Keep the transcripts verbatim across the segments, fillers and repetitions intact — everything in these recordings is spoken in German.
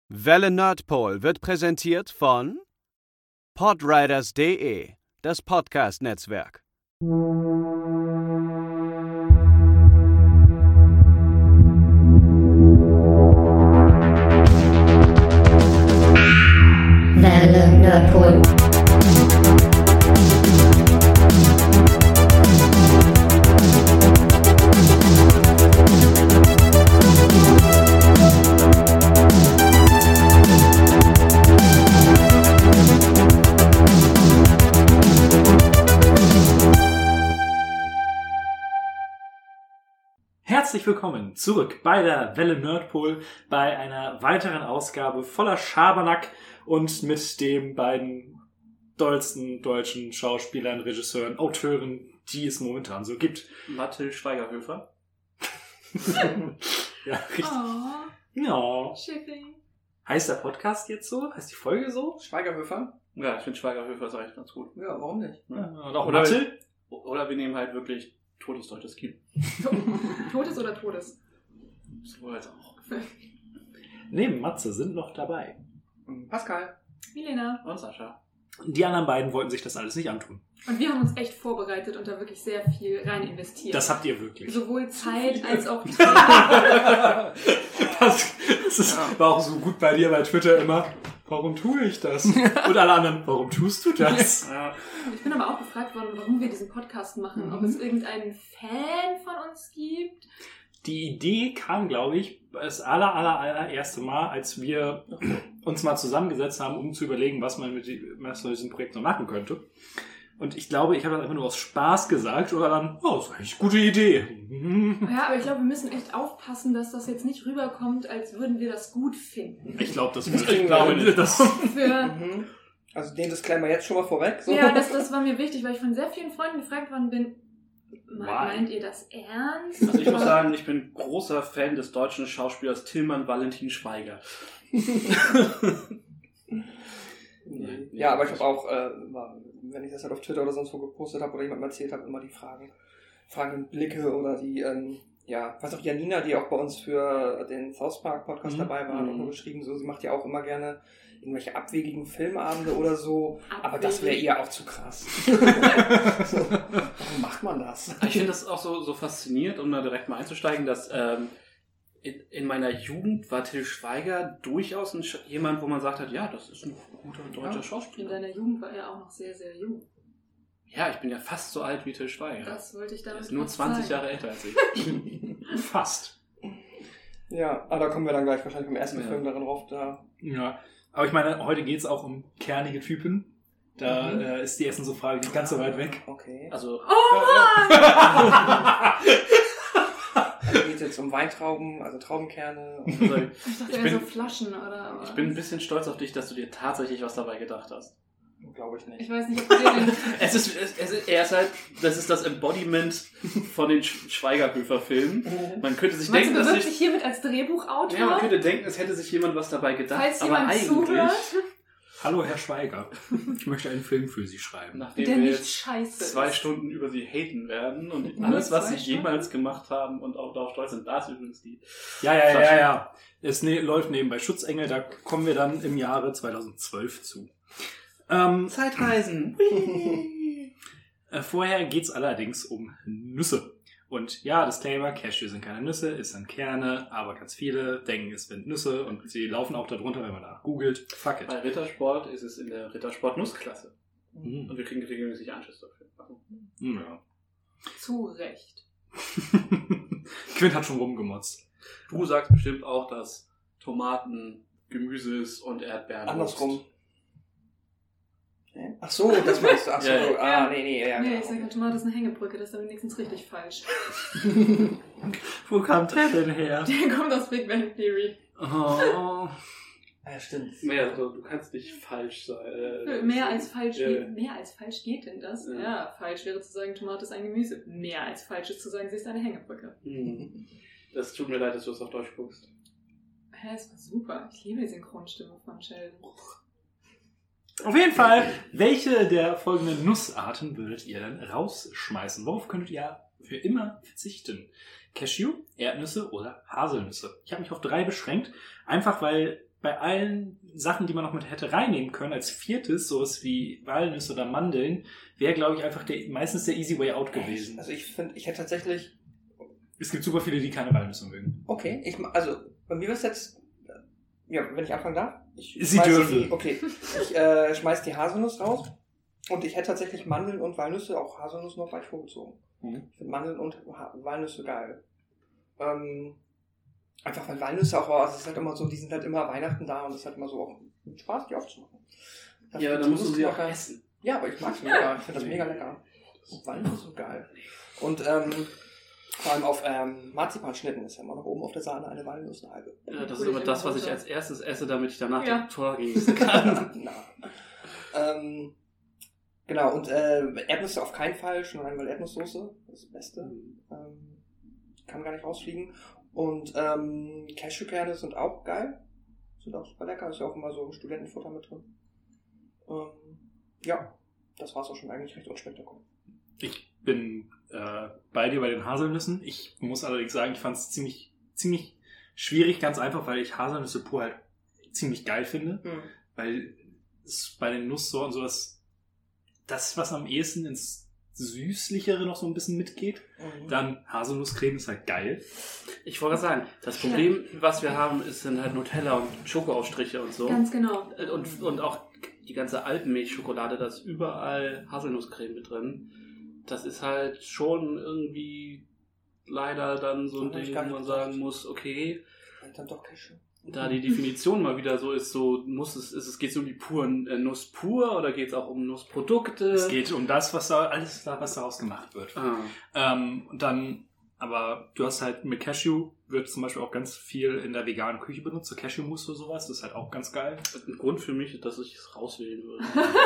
Welle Nerdpol wird präsentiert von podriders punkt de, das Podcast-Netzwerk. Welle Nerdpol. Herzlich willkommen zurück bei der Welle Nerdpol bei einer weiteren Ausgabe voller Schabernack und mit den beiden dollsten deutschen Schauspielern, Regisseuren, Auteuren, die es momentan so gibt. Mathilde Schweigerhöfer. Ja, richtig. Oh, Ja. Shipping. Heißt der Podcast jetzt so? Heißt die Folge so? Schweigerhöfer? Ja, ich finde Schweigerhöfer ist eigentlich ganz gut. Ja, warum nicht? Ja. Und auch Oder, Mathilde? oder wir nehmen halt wirklich totes deutsches Kino. Totes oder Todes? So als auch. Neben Matze sind noch dabei. Pascal. Milena. Und Sascha. Die anderen beiden wollten sich das alles nicht antun. Und wir haben uns echt vorbereitet und da wirklich sehr viel rein investiert. Das habt ihr wirklich. Sowohl Zeit als auch das das ist, war auch so gut bei dir bei Twitter immer. Warum tue ich das? Und alle anderen, warum tust du das? Ja. Ich bin aber auch gefragt worden, warum wir diesen Podcast machen. Ob es irgendeinen Fan von uns gibt. Die Idee kam, glaube ich, das aller, aller, allererste Mal, als wir uns mal zusammengesetzt haben, um zu überlegen, was man mit, was man mit diesem Projekt noch machen könnte. Und ich glaube, ich habe das einfach nur aus Spaß gesagt oder dann, oh, das ist eigentlich eine gute Idee. Ja, aber ich glaube, wir müssen echt aufpassen, dass das jetzt nicht rüberkommt, als würden wir das gut finden. Ich glaube, das Das ich kriegen glaube, wir. das Für, Mhm. Also den Disclaimer jetzt schon mal vorweg. So. ja, das, das war mir wichtig, weil ich von sehr vielen Freunden gefragt worden bin, me- Why? meint ihr das ernst? Also ich muss sagen, ich bin großer Fan des deutschen Schauspielers Tilman Valentin Schweiger. Ja, aber ich habe auch, äh, mal, wenn ich das halt auf Twitter oder sonst wo gepostet habe oder jemandem erzählt habe, immer die Fragen, fragenden Blicke oder die, ähm, ja, was auch Janina, die auch bei uns für den South Park Podcast Mhm. dabei war, hat auch nur geschrieben, so, sie macht ja auch immer gerne irgendwelche abwegigen Filmabende oder so, aber das wäre ihr auch zu krass. So, warum macht man das? Ich finde das auch so, so faszinierend, um da direkt mal einzusteigen, dass ähm, in, in meiner Jugend war Til Schweiger durchaus ein, Sch- jemand, wo man sagt hat, ja, das ist ein guter deutscher In Schauspieler. deiner Jugend war er auch noch sehr, sehr jung. Ja, ich bin ja fast so alt wie Til Schweiger. Das wollte ich Er damit ist nur was zwanzig sagen. Jahre älter als ich. fast. Ja, aber da kommen wir dann gleich wahrscheinlich beim ersten Ja. Film darin drauf, da. Ja, aber ich meine, heute geht es auch um kernige Typen. Da Mhm. äh, ist die Essensumfrage nicht ganz so weit weg. Okay. Also, Da geht es jetzt um Weintrauben, also Traubenkerne. Und also Ich dachte Ich eher bin- so Flaschen oder... ich bin ein bisschen stolz auf dich, dass du dir tatsächlich was dabei gedacht hast. glaube ich nicht. Ich weiß nicht, ob du dir den... Es ist, es, es ist, er ist halt, das ist das Embodiment von den Sch- Schweigerhöfer-Filmen. Man könnte sich Meinst denken, du, dass bewirbt sich, sich hiermit als Drehbuchautor? ja, man könnte denken, es hätte sich jemand was dabei gedacht, Falls aber jemand eigentlich, zuhört, Hallo, Herr Schweiger. Ich möchte einen Film für Sie schreiben. nachdem der wir nicht jetzt scheiße zwei ist. Stunden über sie haten werden und Nur alles, was zwei sie Stunden? jemals gemacht haben und auch darauf stolz sind, da ist übrigens die. Ja, ja, ja, Flasche. ja, ja. Es ne läuft nebenbei Schutzengel, da kommen wir dann im Jahre zweitausendzwölf zu. Ähm, Zeitreisen! äh, vorher geht's allerdings um Nüsse. Und ja, Disclaimer, Cashew sind keine Nüsse, es sind Kerne, aber ganz viele denken, es sind Nüsse und sie laufen auch darunter, wenn man da googelt. Fuck it. Bei Rittersport ist es in der Rittersport-Nussklasse. Mhm. Und wir kriegen regelmäßig Anschiss dafür. Ja. Zu Recht. Quint hat schon rumgemotzt. Du sagst bestimmt auch, dass Tomaten Gemüses und Erdbeeren. Andersrum. Hä? Ach so, das meinst du. Ach so, Ja, ja. ah, nee, nee, ja, Nee, genau. ich sage, Tomate ist eine Hängebrücke, das ist dann wenigstens richtig falsch. Wo kam der denn her? Der kommt aus Big Bang Theory. Oh. Ja, stimmt. Mehr, also, du kannst nicht falsch sein. Äh, Mehr als falsch Ja. geht. Mehr als falsch geht denn das? Ja. Ja. Falsch wäre zu sagen, Tomate ist ein Gemüse. Mehr als falsch ist zu sagen, sie ist eine Hängebrücke. Hm. Das tut mir leid, dass du es auf Deutsch guckst. Hä, das war super. Ich liebe die Synchronstimme von Sheldon. Auf jeden Fall, welche der folgenden Nussarten würdet ihr denn rausschmeißen? Worauf könntet ihr für immer verzichten? Cashew, Erdnüsse oder Haselnüsse? Ich habe mich auf drei beschränkt, einfach weil bei allen Sachen, die man noch mit hätte reinnehmen können, als viertes, sowas wie Walnüsse oder Mandeln, wäre, glaube ich, einfach der, meistens der easy way out gewesen. Also ich finde, ich hätte tatsächlich... Es gibt super viele, die keine Walnüsse mögen. Okay, ich, also bei mir ist jetzt... Ja, wenn ich anfangen darf? Ich Sie schmeiß dürfen. Die, okay, ich äh, schmeiß die Haselnuss raus und ich hätte tatsächlich Mandeln und Walnüsse, auch Haselnuss noch weit vorgezogen. Mhm. Ich finde Mandeln und ha- Walnüsse geil. Ähm, einfach weil Walnüsse auch, also es ist halt immer so, die sind halt immer Weihnachten da und es ist halt immer so auch Spaß, die aufzumachen. Das Ja, ist dann musst du sie auch Nussknacker. essen. Ja, aber ich mag's mega, ich finde das mega lecker. Und Walnüsse so geil. Und ähm, vor allem auf ähm, Marzipanschnitten ist ja immer noch oben auf der Sahne eine Walnuss, eine halbe. Ja, das ist aber das, was ich als erstes esse, damit ich danach Ja. den Tor genießen kann. Na. Ähm, genau, und äh, Erdnüsse auf keinen Fall, schon allein weil Erdnusssoße das ist das Beste. Ähm, kann gar nicht rausfliegen. Und ähm, Cashewkerne sind auch geil. Sind auch super lecker. Ist ja auch immer so im Studentenfutter mit drin. Ähm, ja, das war's auch schon eigentlich recht unspektakulär. Ich bin äh, bei dir bei den Haselnüssen. Ich muss allerdings sagen, ich fand es ziemlich, ziemlich schwierig, ganz einfach, weil ich Haselnüsse pur halt ziemlich geil finde. Mhm. Weil es bei den Nusssorten sowas, das, was am ehesten ins Süßlichere noch so ein bisschen mitgeht. Mhm. Dann Haselnusscreme ist halt geil. Ich wollte sagen, das Problem, was wir haben, ist, sind halt Nutella und Schokoaufstriche und so. Ganz genau. Und, und auch die ganze Alpenmilchschokolade, da ist überall Haselnusscreme mit drin. Das ist halt schon irgendwie leider dann so ein Hab ich Ding, gar wo nicht man gedacht. sagen muss, okay, Und dann doch Cashew. da die Definition mal wieder so ist, so muss es, ist es geht es um die puren äh, Nuss pur oder geht es auch um Nussprodukte? Es geht um das, was da, alles, was daraus gemacht wird. Ah. Ähm, und dann, aber du hast halt mit Cashew, wird zum Beispiel auch ganz viel in der veganen Küche benutzt, so Cashewmousse oder sowas, das ist halt auch ganz geil. Ein Grund für mich, dass ich es rauswählen würde.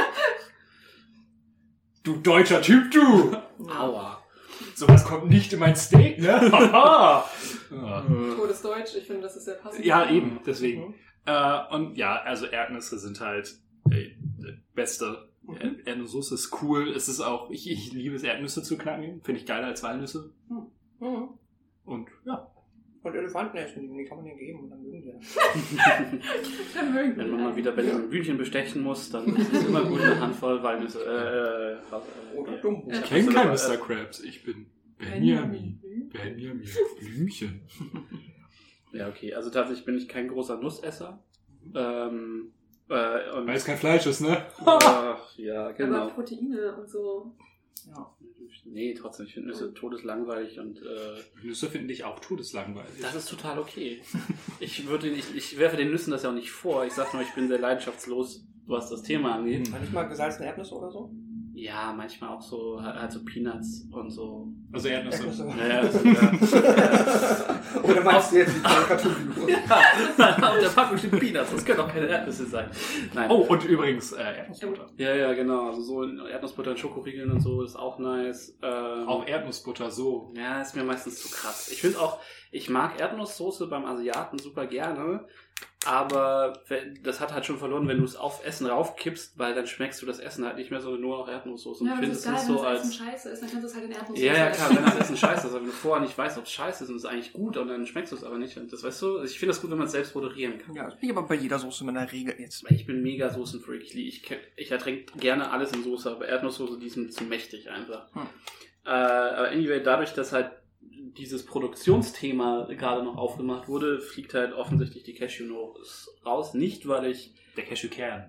Du deutscher Typ, du! Aua. Sowas kommt nicht in mein Steak, ne? Haha! ja. Todesdeutsch, ich finde, das ist sehr passend. ja, eben, deswegen. Mhm. Äh, und ja, also Erdnüsse sind halt ey, beste. Mhm. Erdnusssoße ist cool. Es ist auch, ich, ich liebe es, Erdnüsse zu knacken. Finde ich geiler als Walnüsse. Mhm. Und ja. Und Elefanten essen, die kann man denen geben und dann mögen die das. Dann mögen Wenn wir. man mal wieder Benjamin Blümchen bestechen muss, dann ist es immer gut, eine Handvoll Walnüsse. Äh, äh, Oder ja. dumm. Ich Ich kenne kenne kein kein Mister Mister Krabs. Ich bin Benjamin. Benjamin Blümchen. Ja, okay. Also tatsächlich bin ich kein großer Nussesser. Ähm, äh, und Weil es kein Fleisch ist, ne? Ach, ja, Aber genau. Proteine und so. Ja. Nee, trotzdem, ich finde Nüsse todeslangweilig und äh, Nüsse finde ich auch todeslangweilig. das ist total okay. Ich würde, ich, ich werfe den Nüssen das ja auch nicht vor. Ich sag nur, ich bin sehr leidenschaftslos, was das Thema angeht. Mhm. Manchmal gesalzene Erdnüsse oder so? Ja, manchmal auch so, halt so Peanuts und so. Also Erdnüsse. Erdnüsse. Ja, ja, das sind, ja. Oder meinst du jetzt die Karikaturfigur? Auf der Packung steht Peanuts, das können auch keine Erdnüsse sein. Nein. Oh, und übrigens äh, Erdnussbutter. Ja, ja, genau. Also so Erdnussbutter und Schokoriegeln und so ist auch nice. Ähm, Auch Erdnussbutter, so. Ja, ist mir meistens zu krass. Ich finde auch, ich mag Erdnusssoße beim Asiaten super gerne, aber wenn, das hat halt schon verloren, wenn du es auf Essen raufkippst, weil dann schmeckst du das Essen halt nicht mehr, sondern nur noch Erdnusssoße. Und Ja, ich aber finde, das es ist ist geil, so wenn das als... Essen scheiße ist, dann kannst du es halt in Erdnusssoße Ja, ja, klar, essen. wenn das Essen scheiße ist, aber wenn du vorher nicht weißt, ob es scheiße ist und es ist eigentlich gut und dann schmeckst du es aber nicht. Und das weißt du, ich finde das gut, wenn man es selbst moderieren kann. Ja, das bin ich aber bei jeder Soße in der Regel jetzt. Ich bin mega Soßenfreak. Ich, ich, ich ertränke gerne alles in Soße, aber Erdnusssoße, die ist mir zu mächtig einfach. Hm. Äh, aber anyway, dadurch, dass halt dieses Produktionsthema gerade noch aufgemacht wurde, fliegt halt offensichtlich die Cashew-Nuss raus. Nicht, weil ich... Der Cashewkern.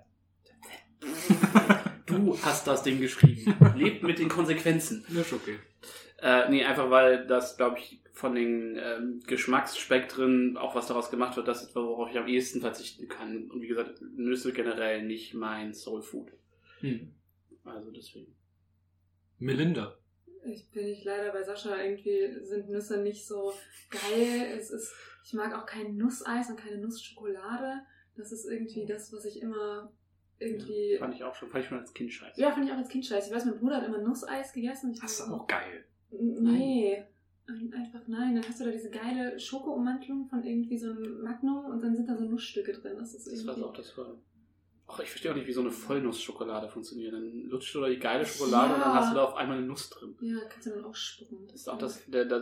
Du hast das Ding geschrieben. Lebt mit den Konsequenzen. Das ist okay. Äh, nee, einfach weil das, glaube ich, von den ähm, Geschmacksspektren auch was daraus gemacht wird, das ist, worauf ich am ehesten verzichten kann. Und wie gesagt, Nüsse generell nicht mein Soul-Food. Hm. Also deswegen. Melinda. Ich bin ich leider bei Sascha, irgendwie sind Nüsse nicht so geil. Es ist, ich mag auch kein Nusseis und keine Nussschokolade. Das ist irgendwie das, was ich immer irgendwie... Fand ich auch schon, fand ich schon als Kind scheiße. Ja, fand ich auch als Kind scheiße. Ich weiß, mein Bruder hat immer Nusseis gegessen. Ich Das ist war so, auch geil. Nee. Einfach nein. Dann hast du da diese geile Schokoummantelung von irgendwie so einem Magnum und dann sind da so Nussstücke drin. Das ist Das irgendwie... war auch das war. Ach, ich verstehe auch nicht, wie so eine Vollnussschokolade funktioniert. Dann lutscht du da die geile Schokolade Ja. und dann hast du da auf einmal eine Nuss drin. Ja, kannst du dann auch spucken. Das ist auch das, der, der,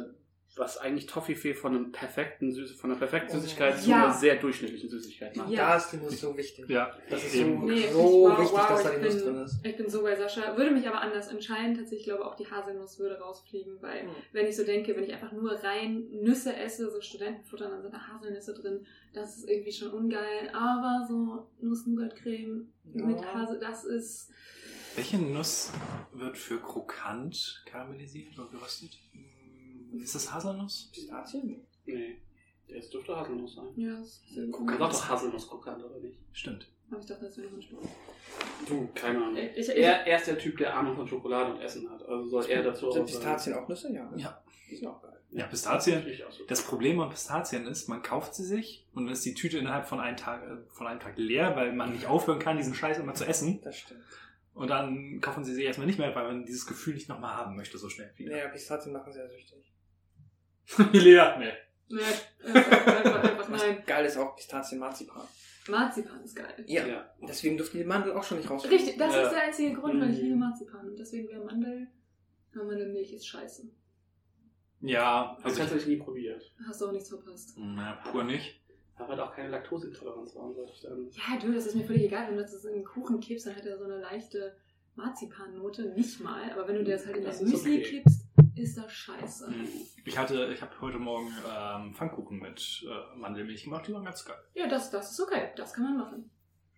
was eigentlich Toffifee von einem perfekten Süß von einer perfekten Süßigkeit zu Ja. einer sehr durchschnittlichen Süßigkeit macht. Ja. Da ist die Nuss so wichtig. Ja, Das ist eben. so, Nee, so ich, wow, wichtig, wow, dass da ich die Nuss bin, drin ist. Ich bin so bei Sascha. Würde mich aber anders entscheiden. Tatsächlich, ich glaube auch die Haselnuss würde rausfliegen, weil Mhm. wenn ich so denke, wenn ich einfach nur rein Nüsse esse, so Studentenfutter, dann sind da Haselnüsse drin, das ist irgendwie schon ungeil. Aber so Nuss-Nougat-Creme Ja. mit Hasel, das ist... Welche Nuss wird für krokant karamellisiert oder geröstet? Ist das Haselnuss? Pistazien? Nee, das dürfte Haselnuss sein. Ja, das ist Man sagt doch Haselnuss krokant, oder nicht? Stimmt. Aber ich dachte, das wäre noch ein Spaß. Du, keine Ahnung. Ich, ich, Er, er ist der Typ, der Ahnung von Schokolade und Essen hat. Also soll er dazu Sind auch sagen. Pistazien auch Nüsse? Ja. Ja. Die sind auch geil. Ja, Pistazien. Ich auch so. Das Problem an Pistazien ist, man kauft sie sich und dann ist die Tüte innerhalb von einem Tag, äh, von einem Tag leer, weil man nicht aufhören kann, diesen Scheiß immer zu essen. Das stimmt. Und dann kaufen sie sie erstmal nicht mehr, weil man dieses Gefühl nicht nochmal haben möchte, so schnell wieder. Ja, Pistazien machen sehr süchtig. Lea, nee. Nee, einfach, einfach, einfach Was nein. geil ist auch Pistazien-Marzipan. Marzipan ist geil. Ja. Ja. Deswegen durften die Mandel auch schon nicht raus. Richtig, das Ja. ist der einzige Grund, weil ich Mhm. liebe Marzipan. Und deswegen wäre Mandel, aber Mandelmilch ist scheiße. Ja, Das also hast ich, du nie probiert. Hast du auch nichts verpasst. na, pur nicht. Aber halt auch keine Laktoseintoleranz haben sollte ich dann. Ja, du, das ist mir völlig egal. Wenn du das in einen Kuchen kippst, dann hat er so eine leichte Marzipannote. Nicht mal. Aber wenn du dir das halt in Das dein ist Müsli okay. kippst, ist das scheiße. Ich hatte, ich habe heute Morgen ähm, Pfannkuchen mit äh, Mandelmilch gemacht, die waren ganz geil. Ja, das, das ist okay. Das kann man machen.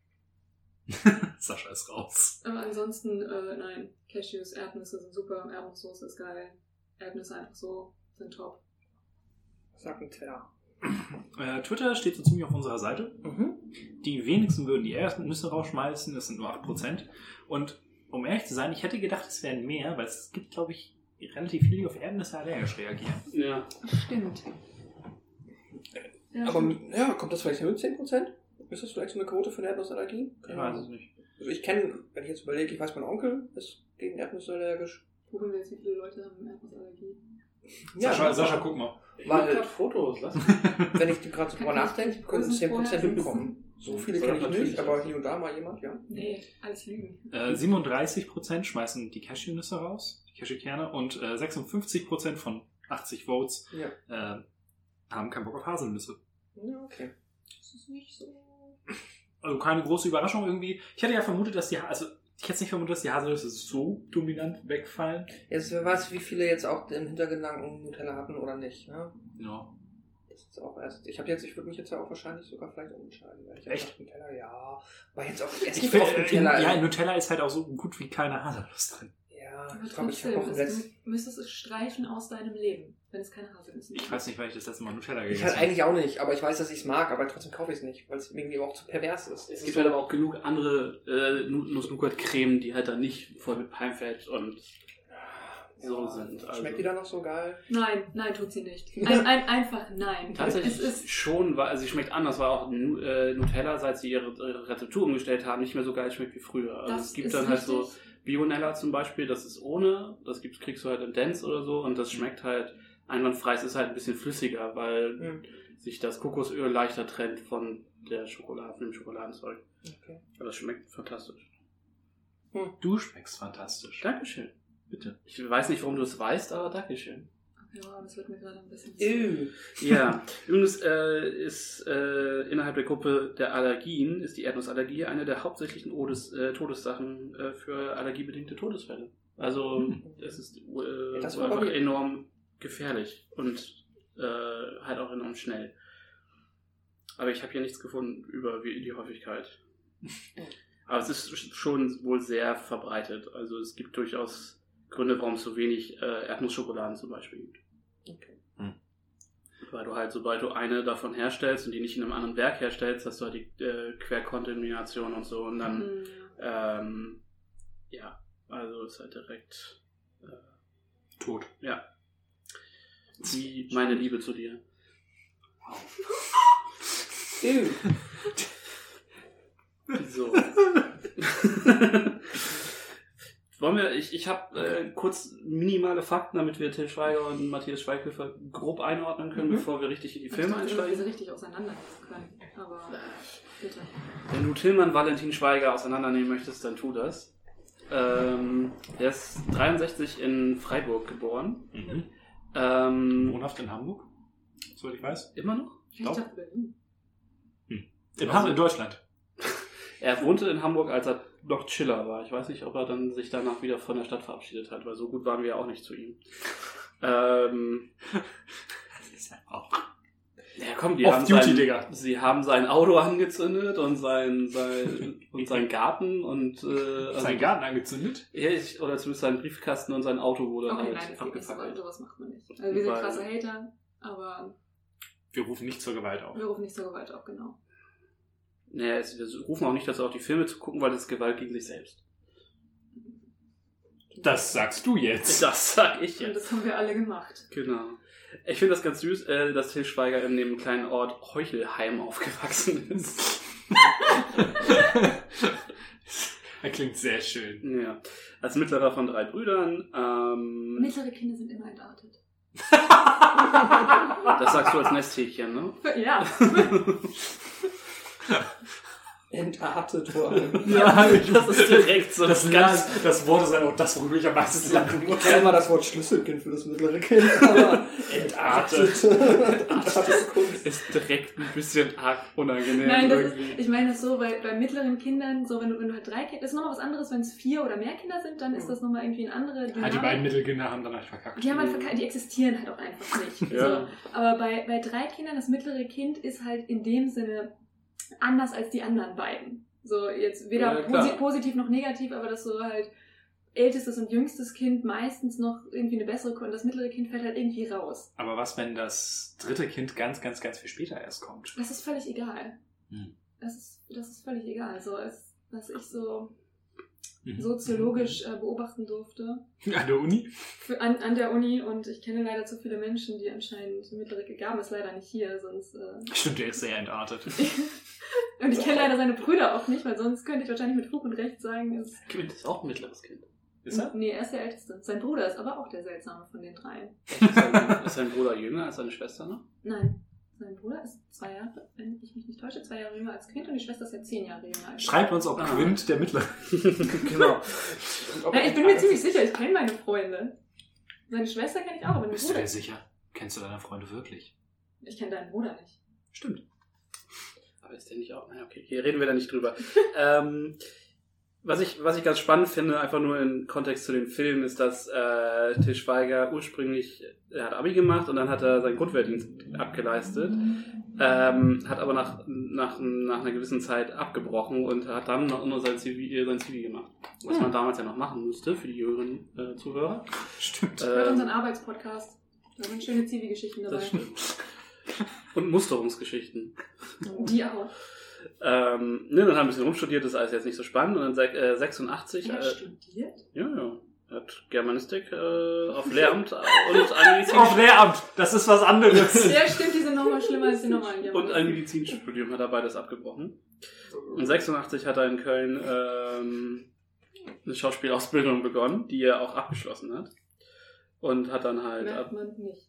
Sascha ist raus. Aber ansonsten, äh, nein. Cashews, Erdnüsse sind super. Erdnusssoße ist geil. Erdnüsse einfach so sind top. Sag ein Twitter. Äh, Twitter steht so ziemlich auf unserer Seite. Mhm. Die wenigsten würden die ersten Nüsse rausschmeißen, das sind nur acht Prozent. Und um ehrlich zu sein, ich hätte gedacht, es wären mehr, weil es gibt, glaube ich, relativ viele, die auf Erdnüsse allergisch reagieren. Ja. Stimmt. Ja, Aber stimmt. ja, kommt das vielleicht hin mit zehn Prozent? Ist das vielleicht so eine Quote für eine Erdnussallergie? Ich weiß es nicht. Also ich kenne, wenn ich jetzt überlege, ich weiß, mein Onkel ist gegen Erdnüsse allergisch. Gucken wir jetzt, wie viele Leute haben Erdnussallergie. Sascha, Sascha, guck mal. Ich Weil- mach grad Fotos, lass mich. Wenn ich gerade so drüber Kann ich nachdenke, nicht können zehn Prozent vorher hinkommen. So viele Soll kenne ich natürlich nicht, aber sein. hier und da mal jemand, ja. Nee, alles Lügen. Äh, siebenunddreißig Prozent schmeißen die Cashewnüsse raus, die Cashewkerne, und äh, sechsundfünfzig Prozent von achtzig Votes Ja. äh, haben keinen Bock auf Haselnüsse. Ja, okay. Das ist nicht so... Also keine große Überraschung irgendwie. Ich hätte ja vermutet, dass die, Ha- also ich hätte nicht vermutet, dass die Haselnüsse so dominant wegfallen. Jetzt wer weiß, wie viele jetzt auch im Hintergedanken Nutella hatten oder nicht. Ne? Ja. Das ist auch erst. Ich habe jetzt, ich würde mich jetzt ja auch wahrscheinlich sogar vielleicht umentscheiden. Weil ich Echt? Dachte, Nutella, ja. Aber jetzt auch erst Ich nicht finde, auf äh, Nutella. ja, in Nutella ist halt auch so gut wie keine Haselnuss drin. Ja, Aber ich glaube, ich habe trotzdem, auch es- letzt, du müsstest es streichen aus deinem Leben, wenn es keine Haselnüsse Ich weiß nicht, weil ich das letzte Mal Nutella ich gegessen halt habe. eigentlich auch nicht, aber ich weiß, dass ich es mag, aber trotzdem kaufe ich es nicht, weil es irgendwie auch zu pervers ist. Es gibt halt aber auch genug andere äh, Nuss-Nougat-Creme, die halt dann nicht voll mit Palmfett und so sind. Also Schmeckt die dann noch so geil? Nein, nein, tut sie nicht. Ein, ein, einfach nein. Tatsächlich Es ist, schon, weil, also sie schmeckt anders, weil auch Nu- äh, Nutella, seit sie ihre, ihre Rezeptur umgestellt haben, nicht mehr so geil schmeckt wie früher. Also das es gibt ist dann halt richtig. so Bionella zum Beispiel, das ist ohne, das gibt's, kriegst du halt in Dents oder so und das schmeckt halt einwandfrei, es ist halt ein bisschen flüssiger, weil Hm. sich das Kokosöl leichter trennt von der Schokolade, von dem Schokoladenzeug. Okay. Aber das schmeckt fantastisch. Du schmeckst fantastisch. Dankeschön. Bitte. Ich weiß nicht, warum du es weißt, aber Dankeschön. okay, wow, das wird mir gerade ein bisschen... Ew. Ja, übrigens äh, ist äh, innerhalb der Gruppe der Allergien ist die Erdnussallergie eine der hauptsächlichen Odes, äh, Todesursachen äh, für allergiebedingte Todesfälle. Also Hm. es ist äh, Das war einfach aber- enorm gefährlich und äh, halt auch enorm schnell. Aber ich habe hier nichts gefunden über wie die Häufigkeit. Aber es ist schon wohl sehr verbreitet. Also es gibt durchaus Gründe, warum es so wenig äh, Erdnussschokoladen zum Beispiel gibt. Okay. Hm. Weil du halt, sobald du eine davon herstellst und die nicht in einem anderen Werk herstellst, hast du halt die äh, Querkontamination und so und dann, Mhm. ähm, ja, also ist halt direkt, Tot. ja, wie meine Liebe zu dir. Ew. So. Wollen wir, ich, ich habe äh, kurz minimale Fakten, damit wir Till Schweiger und Matthias Schweighöfer grob einordnen können, Mhm. bevor wir richtig in die Ich Filme dachte, wir sie einsteigen. richtig auseinandernehmen können. Aber bitte. Wenn du Tillmann Valentin Schweiger auseinandernehmen möchtest, dann tu das. Ähm, er ist dreiundsechzig in Freiburg geboren. Mhm. Ähm, Wohnhaft in Hamburg, soweit ich weiß. immer noch? Ich dachte Berlin. In, Ham- in Deutschland. Er wohnte in Hamburg, als er noch Chiller war. Ich weiß nicht, ob er dann sich danach wieder von der Stadt verabschiedet hat, weil so gut waren wir ja auch nicht zu ihm. ähm, Das ist ja auch... ja, komm, die Off haben Duty, sein, Digga. Sie haben sein Auto angezündet und sein, sein und seinen Garten und äh, also, Sein Garten angezündet? Ja, ich, oder zumindest sein Briefkasten und sein Auto wurde Okay, halt nein, das geht nicht so weit. abgefackelt. Sowas macht man nicht. Also wir sind Weil- krasse Hater, aber Wir rufen nicht zur Gewalt auf. wir rufen nicht zur Gewalt auf, genau. Naja, es, wir rufen auch nicht dazu auf, die Filme zu gucken, weil das ist Gewalt gegen sich selbst. Das sagst du jetzt. Das sag ich Und jetzt. das haben wir alle gemacht. Genau. Ich finde das ganz süß, äh, dass Til Schweiger in dem kleinen Ort Heuchelheim aufgewachsen ist. Er klingt sehr schön. Ja. Als mittlerer von drei Brüdern. Ähm, Mittlere Kinder sind immer entartet. das sagst du als Nesthäkchen, ne? Ja. Entartet vor allem. Ja, Das ist direkt so das, das ganz, ganz... das Wort ist auch das, worüber ich am meisten lachen muss. Ich kenne immer das Wort Schlüsselkind für das mittlere Kind, aber entartet. Entartet Kunst. Ist direkt ein bisschen arg unangenehm Nein, das ist, irgendwie. ich meine das so, bei, bei mittleren Kindern, so wenn du, wenn du halt drei Kinder, das ist nochmal was anderes, wenn es vier oder mehr Kinder sind, dann ist das nochmal irgendwie eine andere Ah, Dynamik. die beiden Mittelkinder haben dann halt verkackt. Die haben halt verkackt, die existieren halt auch einfach nicht. Ja. So. Aber bei, bei drei Kindern, das mittlere Kind ist halt in dem Sinne anders als die anderen beiden. So jetzt weder Ja, klar. posi- positiv noch negativ, aber das so halt ältestes und jüngstes Kind meistens noch irgendwie eine bessere und das mittlere Kind fällt halt irgendwie raus. Aber was, wenn das dritte Kind ganz, ganz, ganz viel später erst kommt? Das ist völlig egal. Hm. Das ist, das ist völlig egal. So, als, was ich so Mhm. soziologisch äh, beobachten durfte An der Uni? für, an, an der Uni und ich kenne leider zu viele Menschen, die anscheinend mittlere Gaben ist leider nicht hier, sonst äh, Stimmt, der ist sehr entartet. und ich kenne leider seine Brüder auch nicht, weil sonst könnte ich wahrscheinlich mit Fug und Recht sagen, ist Quint ist auch ein mittleres Kind. Ist er? nee, er ist der Älteste. Sein Bruder ist aber auch der seltsame von den dreien. Ist sein, ist sein Bruder jünger als seine Schwester, ne? Nein, sein Bruder ist zwei Jahre, wenn ich mich nicht täusche, zwei Jahre jünger als Quint und die Schwester ist ja zehn Jahre jünger als Schreibt uns, ob Ah. Quint der Mittlere. Genau. Ja, ich bin mir ziemlich sicher, ich kenne meine Freunde. Seine Schwester kenne ich auch, aber den Bist du Bruder. dir sicher? Kennst du deine Freunde wirklich? Ich kenne deinen Bruder nicht. Stimmt. Aber ist der nicht auch? Naja, okay, hier reden wir da nicht drüber. ähm, was ich, was ich ganz spannend finde, einfach nur im Kontext zu den Filmen, ist, dass äh, Til Schweiger ursprünglich, er hat Abi gemacht und dann hat er seinen Grundwehrdienst abgeleistet, ähm, hat aber nach, nach, nach einer gewissen Zeit abgebrochen und hat dann noch nur sein C V, sein C V gemacht. Was man damals ja noch machen müsste für die jüngeren äh, Zuhörer. Stimmt. Hört Ähm, unseren Arbeitspodcast. Da sind schöne Zivi-Geschichten dabei. das stimmt. Und Musterungsgeschichten. Die auch. Ähm, ne, dann haben wir ein bisschen rumstudiert, das ist alles jetzt nicht so spannend. Und dann sech- äh, sechsundachtzig, Er hat äh, studiert? ja, ja, er hat Germanistik äh, auf Lehramt und ein Medizin Auf Lehramt! Das ist was anderes. Ja, stimmt, die sind nochmal schlimmer als die normalen. und ein Medizinstudium hat er beides abgebrochen. Und sechsundachtzig hat er in Köln ähm, eine Schauspielausbildung begonnen, die er auch abgeschlossen hat. Und hat dann halt Merkt ab, man nicht.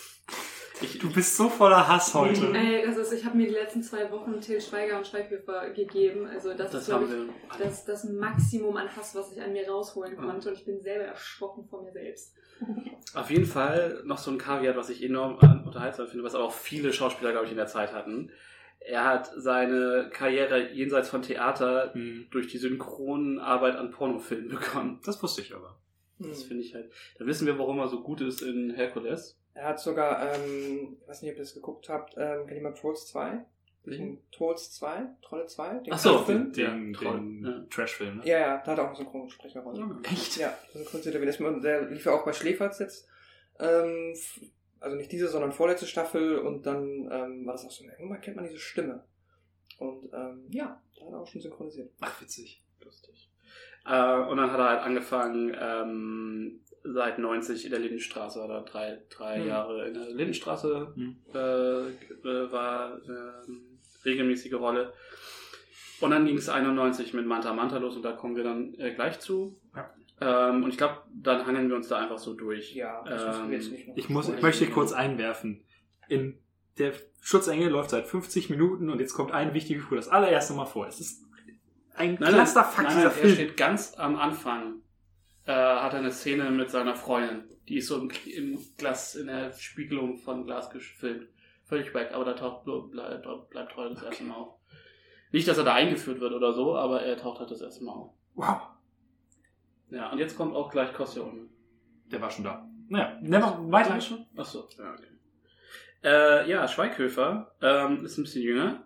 ich, Du bist so voller Hass heute. Ey, das ist, ich habe mir die letzten zwei Wochen Til Schweiger und Schweighöfer gegeben. Also das, das ist, glaube haben ich, wir alle. das, das Maximum an Hass, was ich an mir rausholen Ja. konnte. Und ich bin selber erschrocken vor mir selbst. Auf jeden Fall noch so ein Kaviar, was ich enorm an- unterhaltsam finde, was aber auch viele Schauspieler, glaube ich, in der Zeit hatten. Er hat seine Karriere jenseits von Theater Hm. durch die Synchronarbeit an Pornofilmen begonnen. Das wusste ich aber. Das finde ich halt. Da wissen wir, warum er so gut ist in Herkules. Er hat sogar, ähm, ich weiß nicht, ob ihr das geguckt habt, ähm, kennt jemand Trolls zwei? Mhm. Trolls zwei? Trolle zwei? Den Ach so, Film? Den, Ja, toll. den Ja. Trash-Film, ne? Ja, ja, da hat er auch eine Synchronsprecherrolle. Echt? Ja, synchronisiert er wieder. Das- Der lief ja auch bei Schläferz jetzt. Ähm, f- also nicht diese, sondern vorletzte Staffel und dann ähm, war das auch so, irgendwann kennt man diese Stimme. Und ähm, ja, da hat er auch schon synchronisiert. Ach, witzig. Lustig. Äh, und dann hat er halt angefangen, ähm, seit neunzig in der Lindenstraße, oder drei, drei Mhm. Jahre in der Lindenstraße Mhm. äh, äh, war äh, regelmäßige Rolle. Und dann ging es einundneunzig mit Manta Manta los und da kommen wir dann äh, gleich zu. Ja. Ähm, und ich glaube, dann hangeln wir uns da einfach so durch. Ja, das Ähm, müssen wir jetzt nicht noch. Ich, muss, ich Ja. möchte kurz einwerfen. In der Schutzengel läuft seit fünfzig Minuten und jetzt kommt eine wichtige Figur das allererste Mal vor. Es ist ein Nein, nein, Clusterfuck nein, dieser nein, er Film. steht ganz am Anfang. äh, hat er eine Szene mit seiner Freundin. Die ist so im, im Glas, in der Spiegelung von Glas gefilmt. Völlig weg, aber da taucht, bleibt, bleibt treu das erste Mal auf. Nicht, dass er da eingeführt wird oder so, aber er taucht halt das erste Mal auf. Wow. Ja, und jetzt kommt auch gleich Corleone. Der war schon da. Naja, never, weiter. schon? Achso, ja, okay. Äh, ja, Schweighöfer ähm, ist ein bisschen jünger.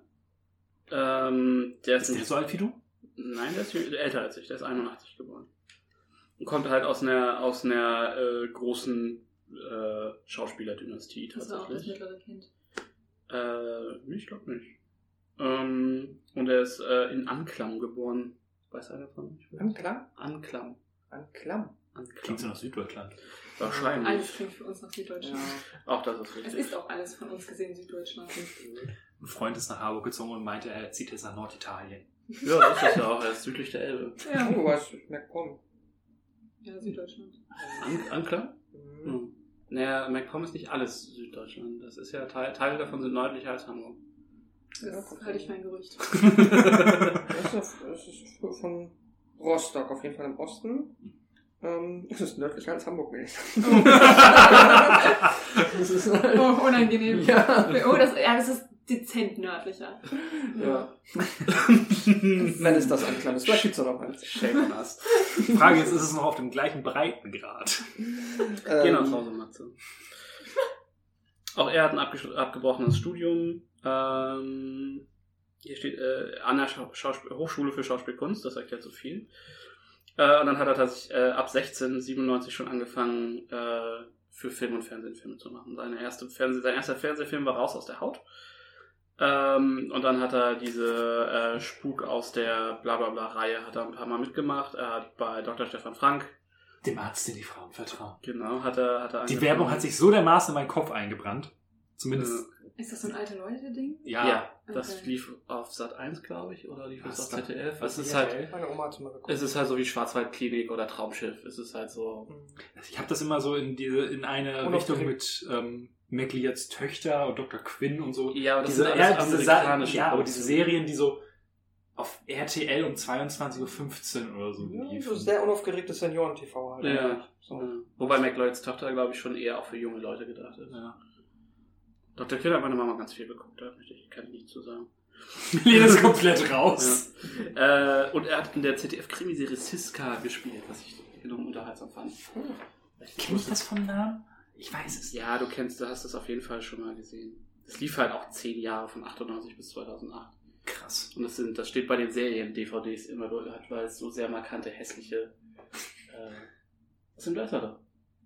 Ähm, der ist, Ist der so alt wie du? Nein, der ist jü- älter als ich, der ist einundachtzig geboren. Und kommt halt aus einer, aus einer äh, großen äh, Schauspielerdynastie Das war auch das tatsächlich. mittlere Kind. Äh, ich glaube nicht. Ähm, und er ist äh, in Anklam geboren. Weiß einer von euch? Anklam? Anklam. Anklam. Anklam. Klingt so nach Süddeutschland. Wahrscheinlich. Alles klingt für uns nach Süddeutschland. Ja. Auch das ist Es richtig. ist auch alles von uns gesehen Süddeutschland. Ein Freund ist nach Harburg gezogen und meinte, er zieht jetzt nach Norditalien. Ja, das ist ja auch. Er ist südlich der Elbe. Ja, Oh, was? MacPom. ja Süddeutschland. An Anklam? Mhm. Hm. Naja, MacPom ist nicht alles Süddeutschland. Das ist ja Teil, Teile davon sind nördlicher als Hamburg. Das halte ich für ein Gerücht. Das ist, das ist von Rostock, auf jeden Fall im Osten. Ähm, das ist nördlicher als Hamburg, will ich sagen. Das ist, Oh, unangenehm. Ja. Oh, das, ja, das ist dezent nördlicher. ja. Wenn es das Anklam ist. Vielleicht gibt es noch eins. Shame on us. Die Frage ist, ist es noch auf dem gleichen Breitengrad? Ähm, Geh nach Hause, Matze. Auch er hat ein abgesch- abgebrochenes Studium. Ähm, hier steht äh, an der Schau- Schauspiel- Hochschule für Schauspielkunst, das erklärt so viel. Äh, und dann hat er tatsächlich äh, ab sechzehn siebenundneunzig schon angefangen, äh, für Film und Fernsehen Filme zu machen. Seine erste Fernseh- sein erster Fernsehfilm war Raus aus der Haut. Ähm, und dann hat er diese äh, Spuk aus der Blablabla-Reihe hat er ein paar Mal mitgemacht. Er hat bei Doktor Stefan Frank, Dem Arzt, den die Frauen vertrauen. genau, hat er, hat er Die angefangen. Werbung hat sich so dermaßen in meinen Kopf eingebrannt. Zumindest, Ist das so ein alte Leute-Ding? ja. Ja, das Okay. lief auf Sat eins, glaube ich, oder lief es Was auf da- Z D F. was Es ist ist halt, R T L? Meine Oma hat es mal geguckt. es ist halt so wie Schwarzwaldklinik oder Traumschiff. Es ist halt so. Ich habe das immer so in diese in eine Und Richtung auf- mit ähm, McLeods Töchter und Doktor Quinn und so. Ja, aber das diese, sind ja, alles diese Sa- amerikanische ja, aber diese Produktionen. Serien, die so auf R T L um zweiundzwanzig Uhr fünfzehn oder so Ja, liefen. so sehr unaufgeregtes Senioren-T V halt. Ja. So. Ja. Wobei McLeods Tochter, glaube ich, schon eher auch für junge Leute gedacht ist. Ja. Doktor Quinn hat meine Mama ganz viel geguckt, da möchte ich, kann ich nichts zu sagen. Lena ist komplett raus. Ja. Äh, und er hat in der Z D F-Krimiserie Siska gespielt, was ich enorm unterhaltsam fand. Kenn ich das vom Namen? Ich weiß es. Ja, du kennst, du hast das auf jeden Fall schon mal gesehen. Das lief halt auch zehn Jahre, von achtundneunzig bis zweitausendacht. Krass. Und das, sind, das steht bei den Serien-D V Ds immer, weil es so sehr markante, hässliche... Äh, was sind das da?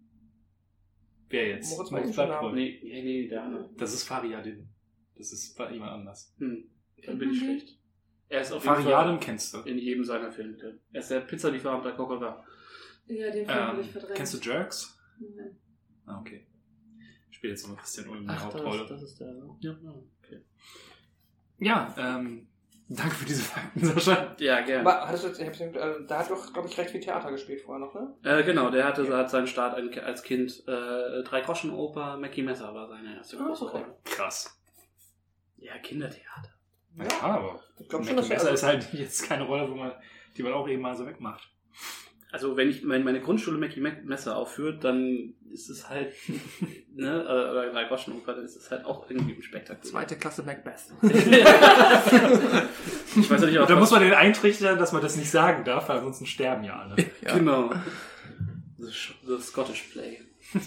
Wer jetzt? Moritz Moritz Meier. bleibt treu. Nee, nee, nee, der andere. Das ist Fariadin. Das ist bei jemand anders. Hm, dann Kennt bin ich man den? schlecht. Er ist auf jeden Fariadin Fall kennst du. in jedem seiner Filme drin. Er ist der Pizzalieferant bei Coca-Cola. Ja, den Film habe Ähm, ich verdrängt. kennst du Jerks? Nein. Ah, okay. Spielt jetzt nochmal Christian Ulm die Ach, das, Hauptrolle. das ist der... Ja, okay. Ja, ähm, danke für diese Fakten, Sascha. Ja, gerne. Aber hattest du jetzt, ich hab's, äh, da hat doch, glaube ich, recht viel Theater gespielt vorher noch, ne? Äh, genau, der hatte hat seinen Start ein- als Kind äh, Drei-Groschen-Oper, Mackie Messer war seine erste große Ah, okay. Rolle. Krass. Ja, Kindertheater. Ja, aber Ich glaube schon, Mackie dass Messer er ist halt jetzt keine Rolle, wo man, die man auch eben mal so wegmacht. Also wenn ich mein, meine Grundschule Mackie Me- Messer aufführt, dann ist es halt, ne, oder oder Drei-Groschen-Oper, dann ist es halt auch irgendwie ein Spektakel. zweite Klasse Macbeth. Ich weiß ja nicht, ob Da muss man den eintrichtern, dass man das nicht sagen darf, weil ansonsten sterben ja alle. Genau. The, Sch- the Scottish Play.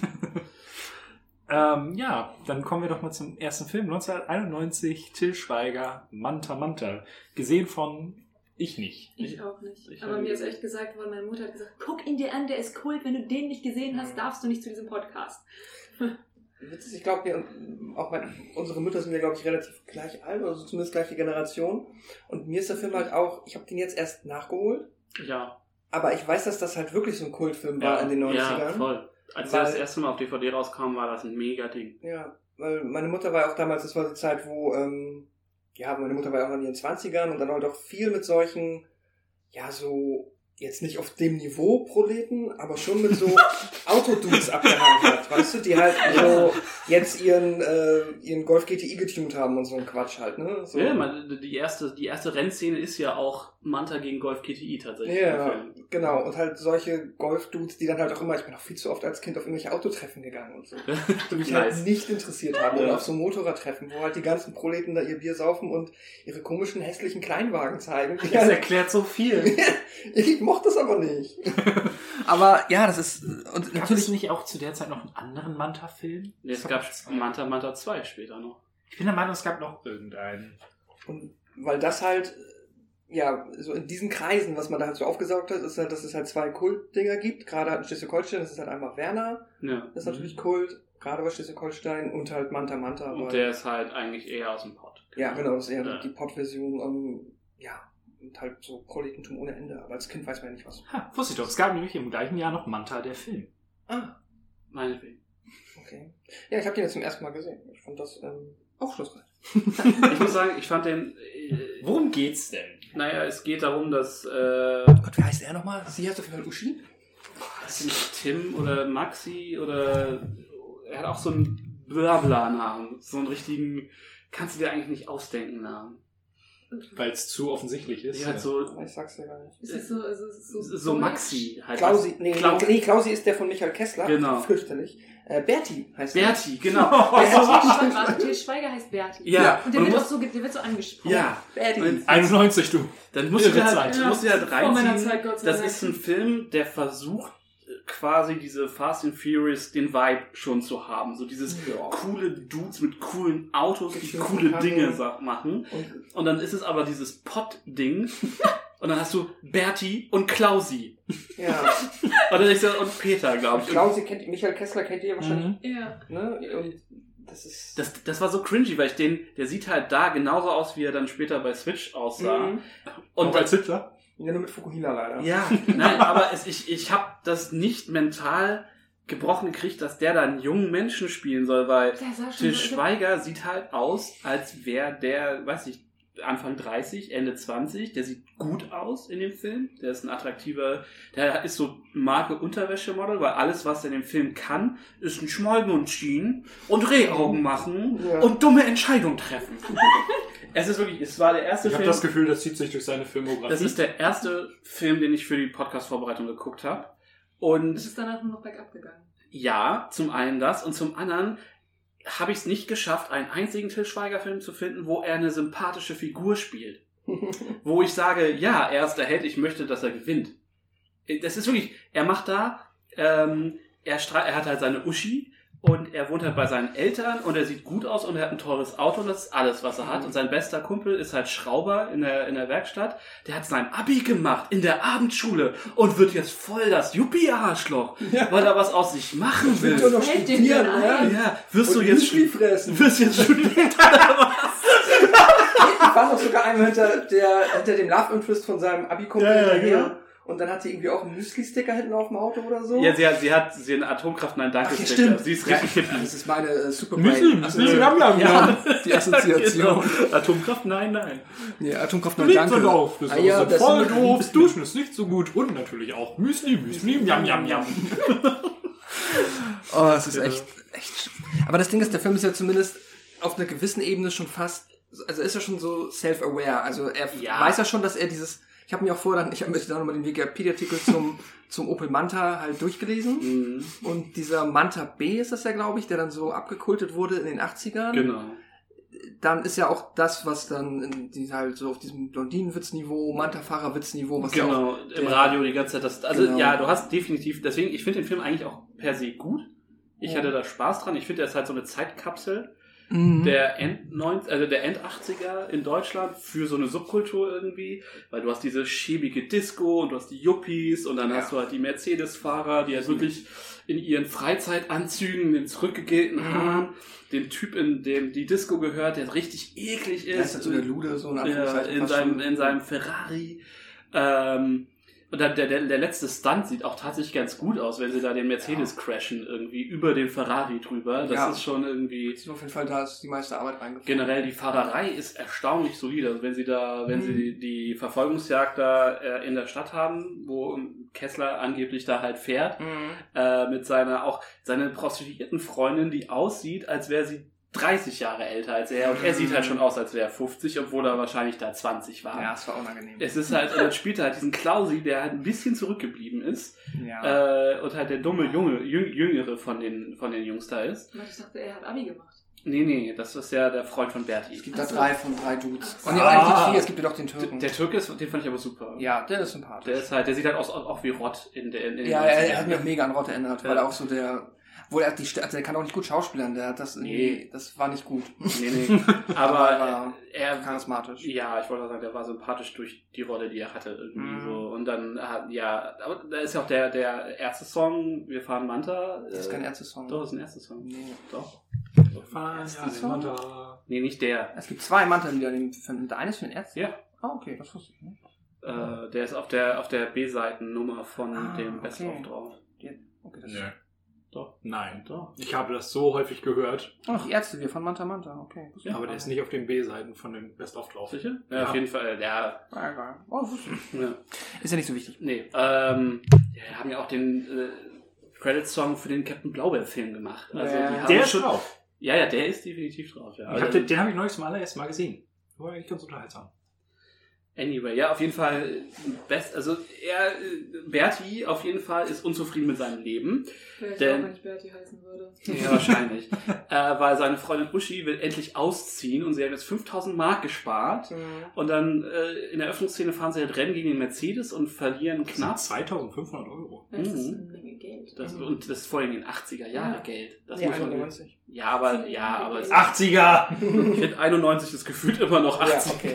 ähm, ja, dann kommen wir doch mal zum ersten Film. neunzehnhunderteinundneunzig, Till Schweiger, Manta Manta. Gesehen von ich nicht. Ich Ich- auch nicht. ich Aber habe mir ist ihn- echt gesagt worden, meine Mutter hat gesagt, guck ihn dir an, der ist cool. Wenn du den nicht gesehen hast, darfst du nicht zu diesem Podcast. Witzig, ich glaube, wir, auch mein, unsere Mütter sind ja, glaube ich, relativ gleich alt, also zumindest gleiche Generation. Und mir ist der Film halt auch, ich habe den jetzt erst nachgeholt, Ja. aber ich weiß, dass das halt wirklich so ein Kultfilm war in den neunzigern. Ja, voll. Als Weil- er das erste Mal auf D V D rauskam, war das ein mega Ding. Ja, weil meine Mutter war ja auch damals, das war die Zeit, wo, ähm, ja, meine Mutter war ja auch in ihren zwanzigern und dann halt auch viel mit solchen, ja, so, jetzt nicht auf dem Niveau Proleten, aber schon mit so Autodudes abgehangen hat, weißt du, die halt so jetzt ihren, äh, ihren Golf G T I getunt haben und so ein Quatsch halt, ne? So. Ja, man, die erste, die erste Rennszene ist ja auch Manta gegen Golf G T I tatsächlich. Ja, genau. Und halt solche Golf-Dudes, die dann halt auch immer, ich bin auch viel zu oft als Kind auf irgendwelche Autotreffen gegangen und so, die mich Nice. halt nicht interessiert haben. Ja. Oder auf so Motorradtreffen, wo halt die ganzen Proleten da ihr Bier saufen und ihre komischen, hässlichen Kleinwagen zeigen. Die Das halt, erklärt so viel. ich mochte das aber nicht. Aber ja, das ist... Und Gab es natürlich nicht auch zu der Zeit noch einen anderen Manta-Film? Nee, es gab Manta Manta zwei später noch. Ich bin der Meinung, es gab noch irgendeinen. Und weil das halt, ja, so in diesen Kreisen, was man da halt so aufgesaugt hat, ist halt, dass es halt zwei Kultdinger gibt. Gerade halt in Schleswig-Holstein, das ist halt einmal Werner, Ja. das ist natürlich Kult, gerade bei Schleswig-Holstein, und halt Manta Manta. Und weil- der ist halt eigentlich eher aus dem Pott. ja, genau, das ist eher Ja. die Pod-Version, um, ja, und halt so Proletentum ohne Ende. Aber als Kind weiß man ja nicht was. Ha, wusste ich doch. Es gab nämlich im gleichen Jahr noch Manta, der Film. Ah, Meinetwegen. okay. Ja, ich habe den jetzt zum ersten Mal gesehen. Ich fand das ähm, aufschlussreich. Ich muss sagen, ich fand den... Äh, Worum geht's denn? naja, es geht darum, dass... Äh, Gott, wie heißt er nochmal? Sie heißt auf jeden Fall Uschi. weiß ich nicht, Tim oder Maxi oder... Er hat auch so einen Blabla-Namen. So einen richtigen... Kannst du dir eigentlich nicht ausdenken Namen. Weil es zu offensichtlich ist. Die hat so... Ich sag's dir gar nicht. Ist es so, ist es so, So Maxi halt. Klausi, nee, Klau- nee, Klausi ist der von Michael Kessler. Genau. Fürchterlich. Äh, Berti heißt er. Berti, genau. Warte, Til Schweiger heißt Berti. Ja, Und der und wird du auch so, der wird so angesprochen. Ja, Berti. Und einundneunzig, du. dann musst du Irre dir Zeit. halt, du musst dir halt Vor meiner reinziehen. Zeit, Gott sei Das Dank. ist ein Film, der versucht quasi diese Fast and Furious, den Vibe schon zu haben. So dieses Ja. coole Dudes mit coolen Autos, die Schöne coole Karre. Dinge sa- machen. Und Und dann ist es aber dieses Pott-Ding. Und dann hast du Berti und Klausi. ja, Und dann ist ja, und Peter, glaube ich. Und Klausi kennt, Michael Kessler kennt ihr ja wahrscheinlich, Ja. ne? Und das ist... Das, das war so cringy, weil ich den, der sieht halt da genauso aus, wie er dann später bei Switch aussah. Mhm. Und Und als Hitler? Ja, nur mit Fukuhila leider. ja, nein, aber es, ich, ich habe das nicht mental gebrochen gekriegt, dass der da einen jungen Menschen spielen soll, weil Der sah schon Til so- Schweiger sieht halt aus, als wäre der, weiß ich, Anfang dreißig, Ende zwanzig, der sieht gut aus in dem Film, der ist ein attraktiver, der ist so Marke Unterwäschemodel, weil alles, was er in dem Film kann, ist ein Schmollmund ziehen und Rehaugen machen Ja. und dumme Entscheidungen treffen. Es ist wirklich, es war der erste Ich habe Film, das Gefühl, das zieht sich durch seine Filmografie. das ist der erste Film, den ich für die Podcast-Vorbereitung geguckt habe. Und Es ist danach nur noch bergab gegangen. ja, zum einen das und zum anderen habe ich es nicht geschafft, einen einzigen Til Schweiger-Film zu finden, wo er eine sympathische Figur spielt. Wo ich sage, ja, er ist der Held, ich möchte, dass er gewinnt. Das ist wirklich, er macht da, ähm, er, stre- er hat halt seine Uschi und er wohnt halt bei seinen Eltern und er sieht gut aus und er hat ein teures Auto und das ist alles, was er hat. Und sein bester Kumpel ist halt Schrauber in der, in der Werkstatt. Der hat sein Abi gemacht in der Abendschule und wird jetzt voll das Yuppie-Arschloch, weil er was aus sich machen will. Will doch noch Fällt dem studieren, denn ne? ein? Ja, wirst du Und jetzt Müsli fressen. wirst jetzt Student oder was? Ich war noch sogar einmal hinter, der, hinter dem Love Interest von seinem Abi-Kumpel Ja, ja, hinterher. genau. Und dann hat sie irgendwie auch einen Müsli-Sticker hinten auf dem Auto oder so. Ja, sie hat, sie hat, sie hat eine Atomkraft, nein, danke, Ach, ja, Sticker. stimmt. Sie ist Ja, richtig hippie. das ist meine äh, Super Müsli, Brain. Müsli, Yam, Yam, Ja. Die Assoziation. Genau. Atomkraft, nein, nein. Nee, Atomkraft Du nein, legst danke. so auf. Das Ah, ist ja, also das voll sind- doof. Duschen ist nicht so gut. Und natürlich auch Müsli, Müsli, Yam, Yam, Yam. Oh, es ist echt, echt. Aber das Ding ist, der Film ist ja zumindest auf einer gewissen Ebene schon fast, also ist er schon so self-aware. Also er Ja. weiß ja schon, dass er dieses, ich habe mir auch vorher dann, ich habe mir da nochmal den Wikipedia-Artikel zum, zum Opel Manta halt durchgelesen. Mhm. Und dieser Manta B ist das ja, glaube ich, der dann so abgekultet wurde in den achtzigern. Genau. Dann ist ja auch das, was dann in die, halt so auf diesem Blondinenwitz-Niveau, Manta-Fahrer-Witz-Niveau, was ja auch, Genau, im der- Radio die ganze Zeit. Das, also Genau. ja, du hast definitiv, deswegen, ich finde den Film eigentlich auch per se gut. Ich Ja. hatte da Spaß dran. Ich finde, der ist halt so eine Zeitkapsel Mhm. der End neunziger, also der End achtziger in Deutschland für so eine Subkultur irgendwie, weil du hast diese schäbige Disco und du hast die Yuppies und dann Ja. hast du halt die Mercedes-Fahrer, die halt wirklich in ihren Freizeitanzügen, den zurückgegelten Mhm. Haaren, den Typ, in dem die Disco gehört, der richtig eklig Der ist ist. halt so der Lude, so in Ja, Anführungszeichen. in fast seinem, schon. in seinem Ferrari. Ähm, und dann der, der, der letzte Stunt sieht auch tatsächlich ganz gut aus, wenn sie da den Mercedes crashen, irgendwie über den Ferrari drüber. Das Ja. ist schon irgendwie... Ist auf jeden Fall, da ist die meiste Arbeit reingefallen. Generell, die Fahrerei ist erstaunlich solide. Also wenn sie da, wenn Mhm. sie die, die Verfolgungsjagd da äh, in der Stadt haben, wo Kessler angeblich da halt fährt, Mhm. äh, mit seiner, auch seine prostituierten Freundin, die aussieht, als wäre sie dreißig Jahre älter als er und er sieht halt schon aus, als wäre er fünfzig, obwohl er wahrscheinlich da zwanzig war. Ja, es war unangenehm. Es ist halt, und dann spielt er halt diesen Klausi, der halt ein bisschen zurückgeblieben ist Ja. äh, und halt der dumme Junge, jüng, Jüngere von den, von den Jungs da ist. Ich dachte, er hat Abi gemacht. Nee, nee, das ist ja der Freund von Berti. Es gibt da drei von drei Dudes. Ach so. Und ja, eigentlich vier, es gibt ja doch den Der, Türken. der Türke ist, den fand ich aber super. Ja, der ist sympathisch. Der ist halt, der sieht halt aus, auch wie Rott in der, in den Ja, er, er hat mich auch mega an Rott erinnert, Ja. weil er auch so der, wohl er hat die, St- also er kann auch nicht gut schauspielern, der hat das irgendwie, Nee. das war nicht gut. Nee, nee. Aber Aber er war er, charismatisch. ja, ich wollte auch sagen, der war sympathisch durch die Rolle, die er hatte irgendwie Mhm. so. Und dann hat, ja, aber da ist ja auch der, der erste Song, Wir fahren Manta. Das ist äh, kein Ärzte-Song. Doch, das ist ein erster Song. Nee. Doch. Fahren, Erster ja, Song? Manta. Nee, nicht der. Es gibt zwei Manta-Lieder, den- für- der eine ist für den Ärzte. Ja. Ah, okay, das wusste ich nicht. Äh, der ist auf der, auf der B-Seiten-Nummer von Ah, dem Best okay. of drauf. Okay, das Nö. Doch. Nein. Doch. Ich habe das so häufig gehört. Ach, die Ärzte, wir von Manta Manta, okay. Ja, aber der ist nicht auf den B-Seiten von den Best-of drauf. Sicher? Ja, Ja. auf jeden Fall. äh, Ja. Ah, egal. Oh, wusste ich. ja. Ist ja nicht so wichtig. Nee. Ähm, wir haben ja auch den äh, Credit-Song für den Captain Blaubeer-Film gemacht. Also, Ja. die haben Der ist schon. drauf. Ja, ja, der ist definitiv drauf. Ja. Ich hab den den habe ich neulich zum allerersten Mal gesehen. War eigentlich ganz unterhaltsam. Anyway, ja, auf jeden Fall best, also er, äh, Berti auf jeden Fall ist unzufrieden mit seinem Leben. Vielleicht Denn- auch, wenn ich Berti heißen würde. Ja, wahrscheinlich. äh, weil seine Freundin Uschi will endlich ausziehen und sie haben jetzt fünftausend Mark gespart. Und dann äh, in der Öffnungsszene fahren sie halt Rennen gegen den Mercedes und verlieren Das knapp. sind zweitausendfünfhundert Euro. Das ist Mhm. eine Menge Geld. Das, und das ist vor allem in den achtziger Jahre Ja. Geld. Das Ja, muss man einundneunzig. Ja, aber ja, aber es, achtziger! ich finde einundneunzig ist gefühlt immer noch Ja, achtzig. okay.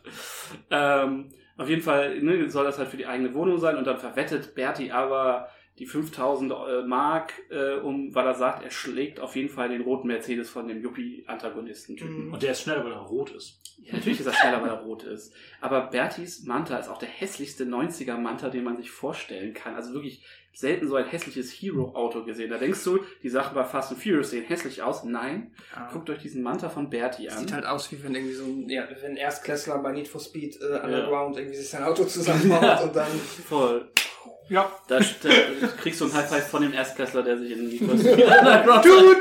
ähm, auf jeden Fall ne, soll das halt für die eigene Wohnung sein und dann verwettet Berti aber die fünftausend äh, Mark, äh, um, weil er sagt, er schlägt auf jeden Fall den roten Mercedes von dem Yuppie-Antagonisten-Typen. Mhm. Und der ist schneller, weil er rot ist. Ja, natürlich ist er schneller, weil er rot ist. Aber Bertis Manta ist auch der hässlichste neunziger Manta, den man sich vorstellen kann. Also wirklich selten so ein hässliches Hero-Auto gesehen. Da denkst du, die Sachen bei Fast and Furious sehen hässlich aus. Nein, Ja. guckt euch diesen Manta von Berti an. Sieht halt aus, wie wenn irgendwie so ein, ja, wenn ein Erstklässler bei Need for Speed äh, Underground irgendwie sich sein Auto zusammenbaut Ja. und dann. Voll. Ja. Da, da kriegst du einen High-Five von dem Erstklässler, der sich in die Underground Du,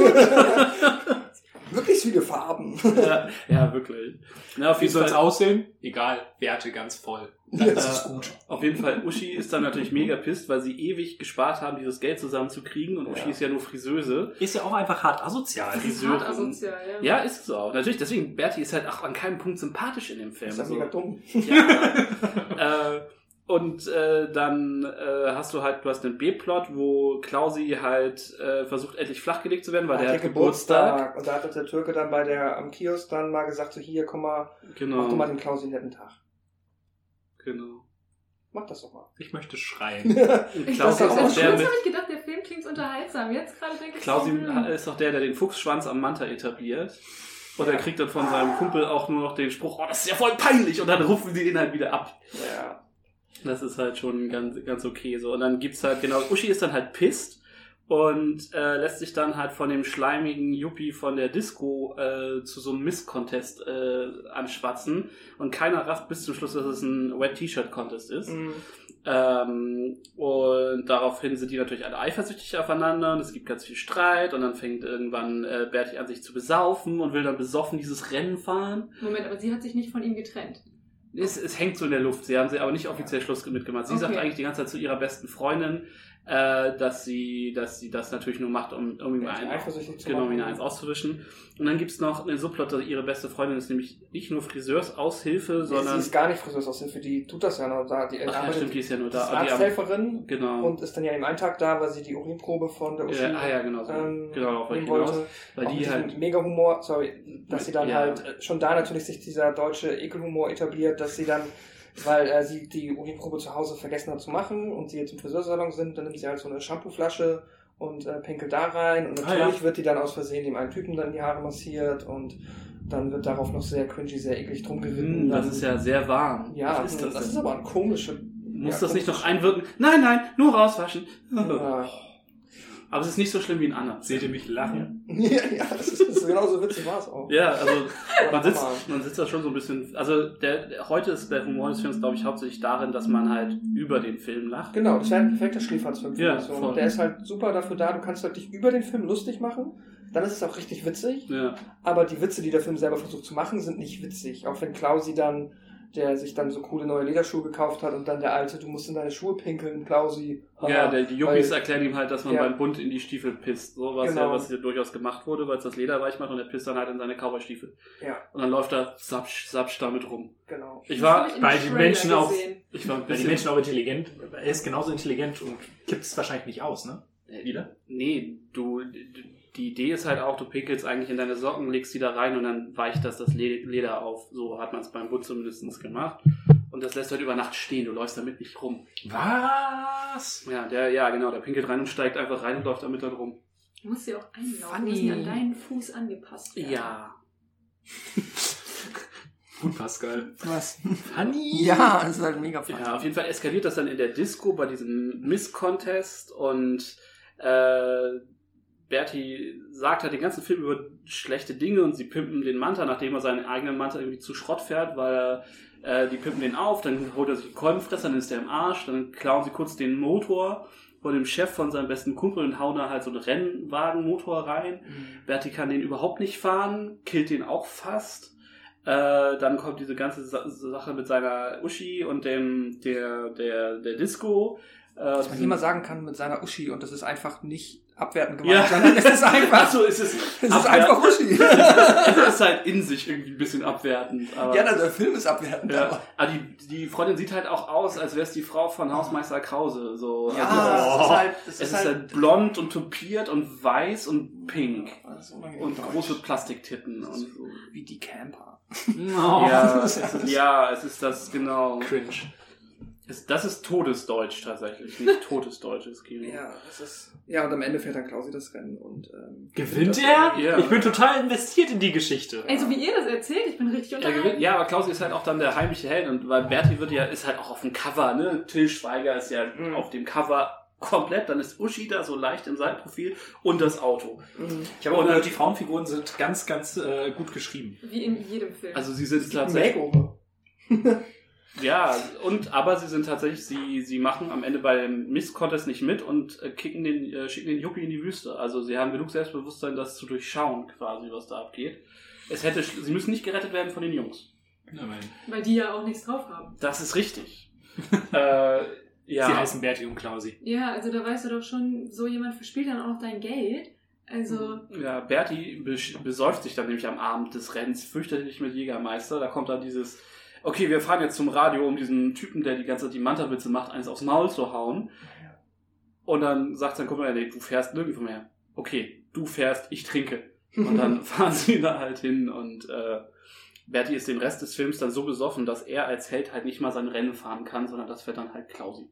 du! Wirklich viele Farben. ja, ja, wirklich. Na, auf Wie jeden soll es Fall. aussehen? Egal, Werte ganz voll. Das Äh, ist gut. Auf jeden Fall, Uschi ist dann natürlich mega pisst, weil sie ewig gespart haben, dieses Geld zusammenzukriegen und Uschi Ja. ist ja nur Friseuse. Ist ja auch einfach hart asozial. Das ist Friseurin. hart asozial, ja. Ja, ist es auch. Natürlich, deswegen, Berti ist halt auch an keinem Punkt sympathisch in dem Film. Das ist ja mega dumm. Ja. äh, und äh, dann äh, hast du halt, du hast einen B-Plot, wo Klausi halt äh, versucht, endlich flachgelegt zu werden, weil Er der hat hat Geburtstag. Und da hat der Türke dann bei der am Kiosk dann mal gesagt, so hier, komm mal, Genau. mach doch mal den Klausi einen netten Tag. genau. Mach das doch mal. Ich möchte schreien. Und Ich Klausi das ist am auch der Schluss mit, habe ich gedacht, der Film klingt unterhaltsam. Jetzt gerade denke ich, Klausi hm. ist auch der, der den Fuchsschwanz am Manta etabliert. Und er kriegt dann von seinem Kumpel auch nur noch den Spruch, oh, das ist ja voll peinlich. Und dann rufen sie den halt wieder ab. Ja. Das ist halt schon ganz, ganz okay so. Und dann gibt's halt, genau, Uschi ist dann halt pisst und äh, lässt sich dann halt von dem schleimigen Yuppie von der Disco äh, zu so einem Miss-Contest äh, anschwatzen. Und keiner rafft bis zum Schluss, dass es ein Wet-T-Shirt-Contest ist. Mhm. Ähm, und daraufhin sind die natürlich alle eifersüchtig aufeinander und es gibt ganz viel Streit und dann fängt irgendwann äh, Berti an, sich zu besaufen und will dann besoffen dieses Rennen fahren. Moment, aber sie hat sich nicht von ihm getrennt. Es, es hängt so in der Luft. Sie haben sie aber nicht offiziell Schluss mitgemacht. Sie Okay. sagt eigentlich die ganze Zeit zu ihrer besten Freundin, äh, dass sie, dass sie das natürlich nur macht, um irgendwie mal Ja, einen, eifersüchtig zu genau, machen. wieder eins auszuwischen. Und dann gibt's noch eine Subplot, dass ihre beste Freundin ist nämlich nicht nur Friseursaushilfe, Sie sondern ist gar nicht Friseurshilfe, die tut das ja noch da. Die ach ja, arbeitet- stimmt, die ist ja nur die ist da. Die am, Arzthelferin genau. und ist dann ja im einen Tag da, weil sie die Urinprobe von der Uschi Ja, ah ja, genau so. ähm, Genau, darauf wollte nehmen ich hinaus. wollte. Weil Auch die mit diesem halt, Mega-Humor, sorry, dass sie dann Ja. halt äh, schon da natürlich sich dieser deutsche Ekelhumor etabliert, dass sie dann, weil äh, sie die Urinprobe zu Hause vergessen hat zu machen und sie jetzt im Friseursalon sind, dann nimmt sie halt so eine Shampooflasche und äh, pinkelt da rein und Ah, natürlich ja. wird die dann aus Versehen dem einen Typen dann die Haare massiert und dann wird darauf noch sehr cringy, sehr eklig drum geritten. Hm, das Dann- ist ja sehr warm. ja, Was ist das, das denn? ist aber ein komischer. Muss ja, das nicht komisch. noch einwirken? Nein, nein, nur rauswaschen. Ja. Aber es ist nicht so schlimm wie in anderen. Seht ihr mich lachen? Ja, ja, das ist, das ist genauso witzig war es auch. Ja, also man sitzt, man sitzt da schon so ein bisschen... Also der, der heute ist der Humor des Films, glaube ich, hauptsächlich darin, dass man halt über den Film lacht. Genau, das wäre ein perfekter Schläferzfilm. Ja, so. voll. Der ist halt super dafür da, du kannst halt dich über den Film lustig machen, dann ist es auch richtig witzig, Ja. aber die Witze, die der Film selber versucht zu machen, sind nicht witzig. Auch wenn Klausi dann, der sich dann so coole neue Lederschuhe gekauft hat und dann der alte, du musst in deine Schuhe pinkeln, Klausi. Ja, der, die Yuppies Weil- erklären ihm halt, dass man Ja. beim Bund in die Stiefel pisst. So was Genau. ja, was ja durchaus gemacht wurde, weil es das Leder weich macht und er pisst dann halt in seine Cowboy-Stiefel. Ja, Und dann läuft er sapsch, sapsch damit rum. genau. Ich war, Das hab ich im weil die Trailer Menschen auch- gesehen. ich war ein Weil die bisschen... Menschen auch intelligent, er ist genauso intelligent und kippt es wahrscheinlich nicht aus, ne? Wieder? Nee, du, die Idee ist halt auch, du pinkelst eigentlich in deine Socken, legst die da rein und dann weicht das das Le- Leder auf. So hat man es beim Bund zumindest gemacht. Und das lässt halt über Nacht stehen, du läufst damit nicht rum. Was? Ja, der, ja, genau, der pinkelt rein und steigt einfach rein und läuft damit dann rum. Du musst sie auch einlaufen. Funny. Die müssen an deinen Fuß angepasst werden. Ja. Gut, Pascal. Was? Funny? Ja, das ist halt mega funny. Ja, auf jeden Fall eskaliert das dann in der Disco bei diesem Miss-Contest und äh, Bertie sagt halt den ganzen Film über schlechte Dinge und sie pimpen den Manta, nachdem er seinen eigenen Manta irgendwie zu Schrott fährt, weil er, äh, die pimpen den auf, dann holt er sich einen Kolbenfresser, dann ist der im Arsch, dann klauen sie kurz den Motor von dem Chef von seinem besten Kumpel und hauen da halt so einen Rennwagenmotor rein. Mhm. Bertie kann den überhaupt nicht fahren, killt den auch fast. Äh, dann kommt diese ganze Sa- Sache mit seiner Uschi und dem der der der Disco. Äh, Was man diesen- immer sagen kann mit seiner Uschi und das ist einfach nicht abwertend gemeint, Ja. sondern es ist einfach, Ach so, es ist es ist abwer- einfach Uschi. es ist halt in sich irgendwie ein bisschen abwertend. Aber, Ja, der Film ist abwertend. ja, aber- aber die, die Freundin sieht halt auch aus, als wäre es die Frau von Hausmeister Krause. So. Ja, also, es ist halt, es es ist ist halt, halt blond und tupiert und weiß und pink. Das ist unangenehm Und deutsch. große Plastiktitten und so. Wie die Camper. No. Ja, es ist, ja, es ist das, genau. Cringe. Es, das ist Todesdeutsch tatsächlich, nicht todesdeutsches Kino. Ja, das ist, ja, und am Ende fährt dann Klausi das Rennen und, ähm, Gewinnt er? Ja. Ich bin total investiert in die Geschichte. Ey, so wie ihr das erzählt, ich bin richtig Er unterhalten. gewinnt, ja, aber Klausi ist halt auch dann der heimliche Held und weil Bertie wird ja, ist halt auch auf dem Cover, ne? Till Schweiger ist ja Mhm. auf dem Cover komplett, dann ist Uschi da so leicht im Seitenprofil und das Auto. Ich habe auch gehört, die Frauenfiguren sind ganz, ganz äh, gut geschrieben. Wie in jedem Film. Also sie sind tatsächlich, Makeover. ja, und, aber sie sind tatsächlich, sie, sie machen am Ende bei dem Miss-Contest nicht mit und äh, kicken den, äh, schicken den Yuppie in die Wüste. Also sie haben genug Selbstbewusstsein, das zu durchschauen quasi, was da abgeht. Es hätte, sie müssen nicht gerettet werden von den Jungs. Weil die ja auch nichts drauf haben. Das ist richtig. äh, ja. Sie heißen Bertie und Klausi. Ja, also da weißt du doch schon, so jemand verspielt dann auch noch dein Geld. Also, Ja, Bertie besch- besäuft sich dann nämlich am Abend des Rennens fürchterlich mit Jägermeister. Da kommt dann dieses, okay, wir fahren jetzt zum Radio, um diesen Typen, der die ganze Zeit die Manta-Witze macht, eins aufs Maul zu hauen. Und dann sagt sein Kumpel, nee, du fährst nirgendwo mehr. Okay, du fährst, ich trinke. Und dann fahren sie da halt hin und äh, Bertie ist den Rest des Films dann so besoffen, dass er als Held halt nicht mal sein Rennen fahren kann, sondern das fährt dann halt Klausi.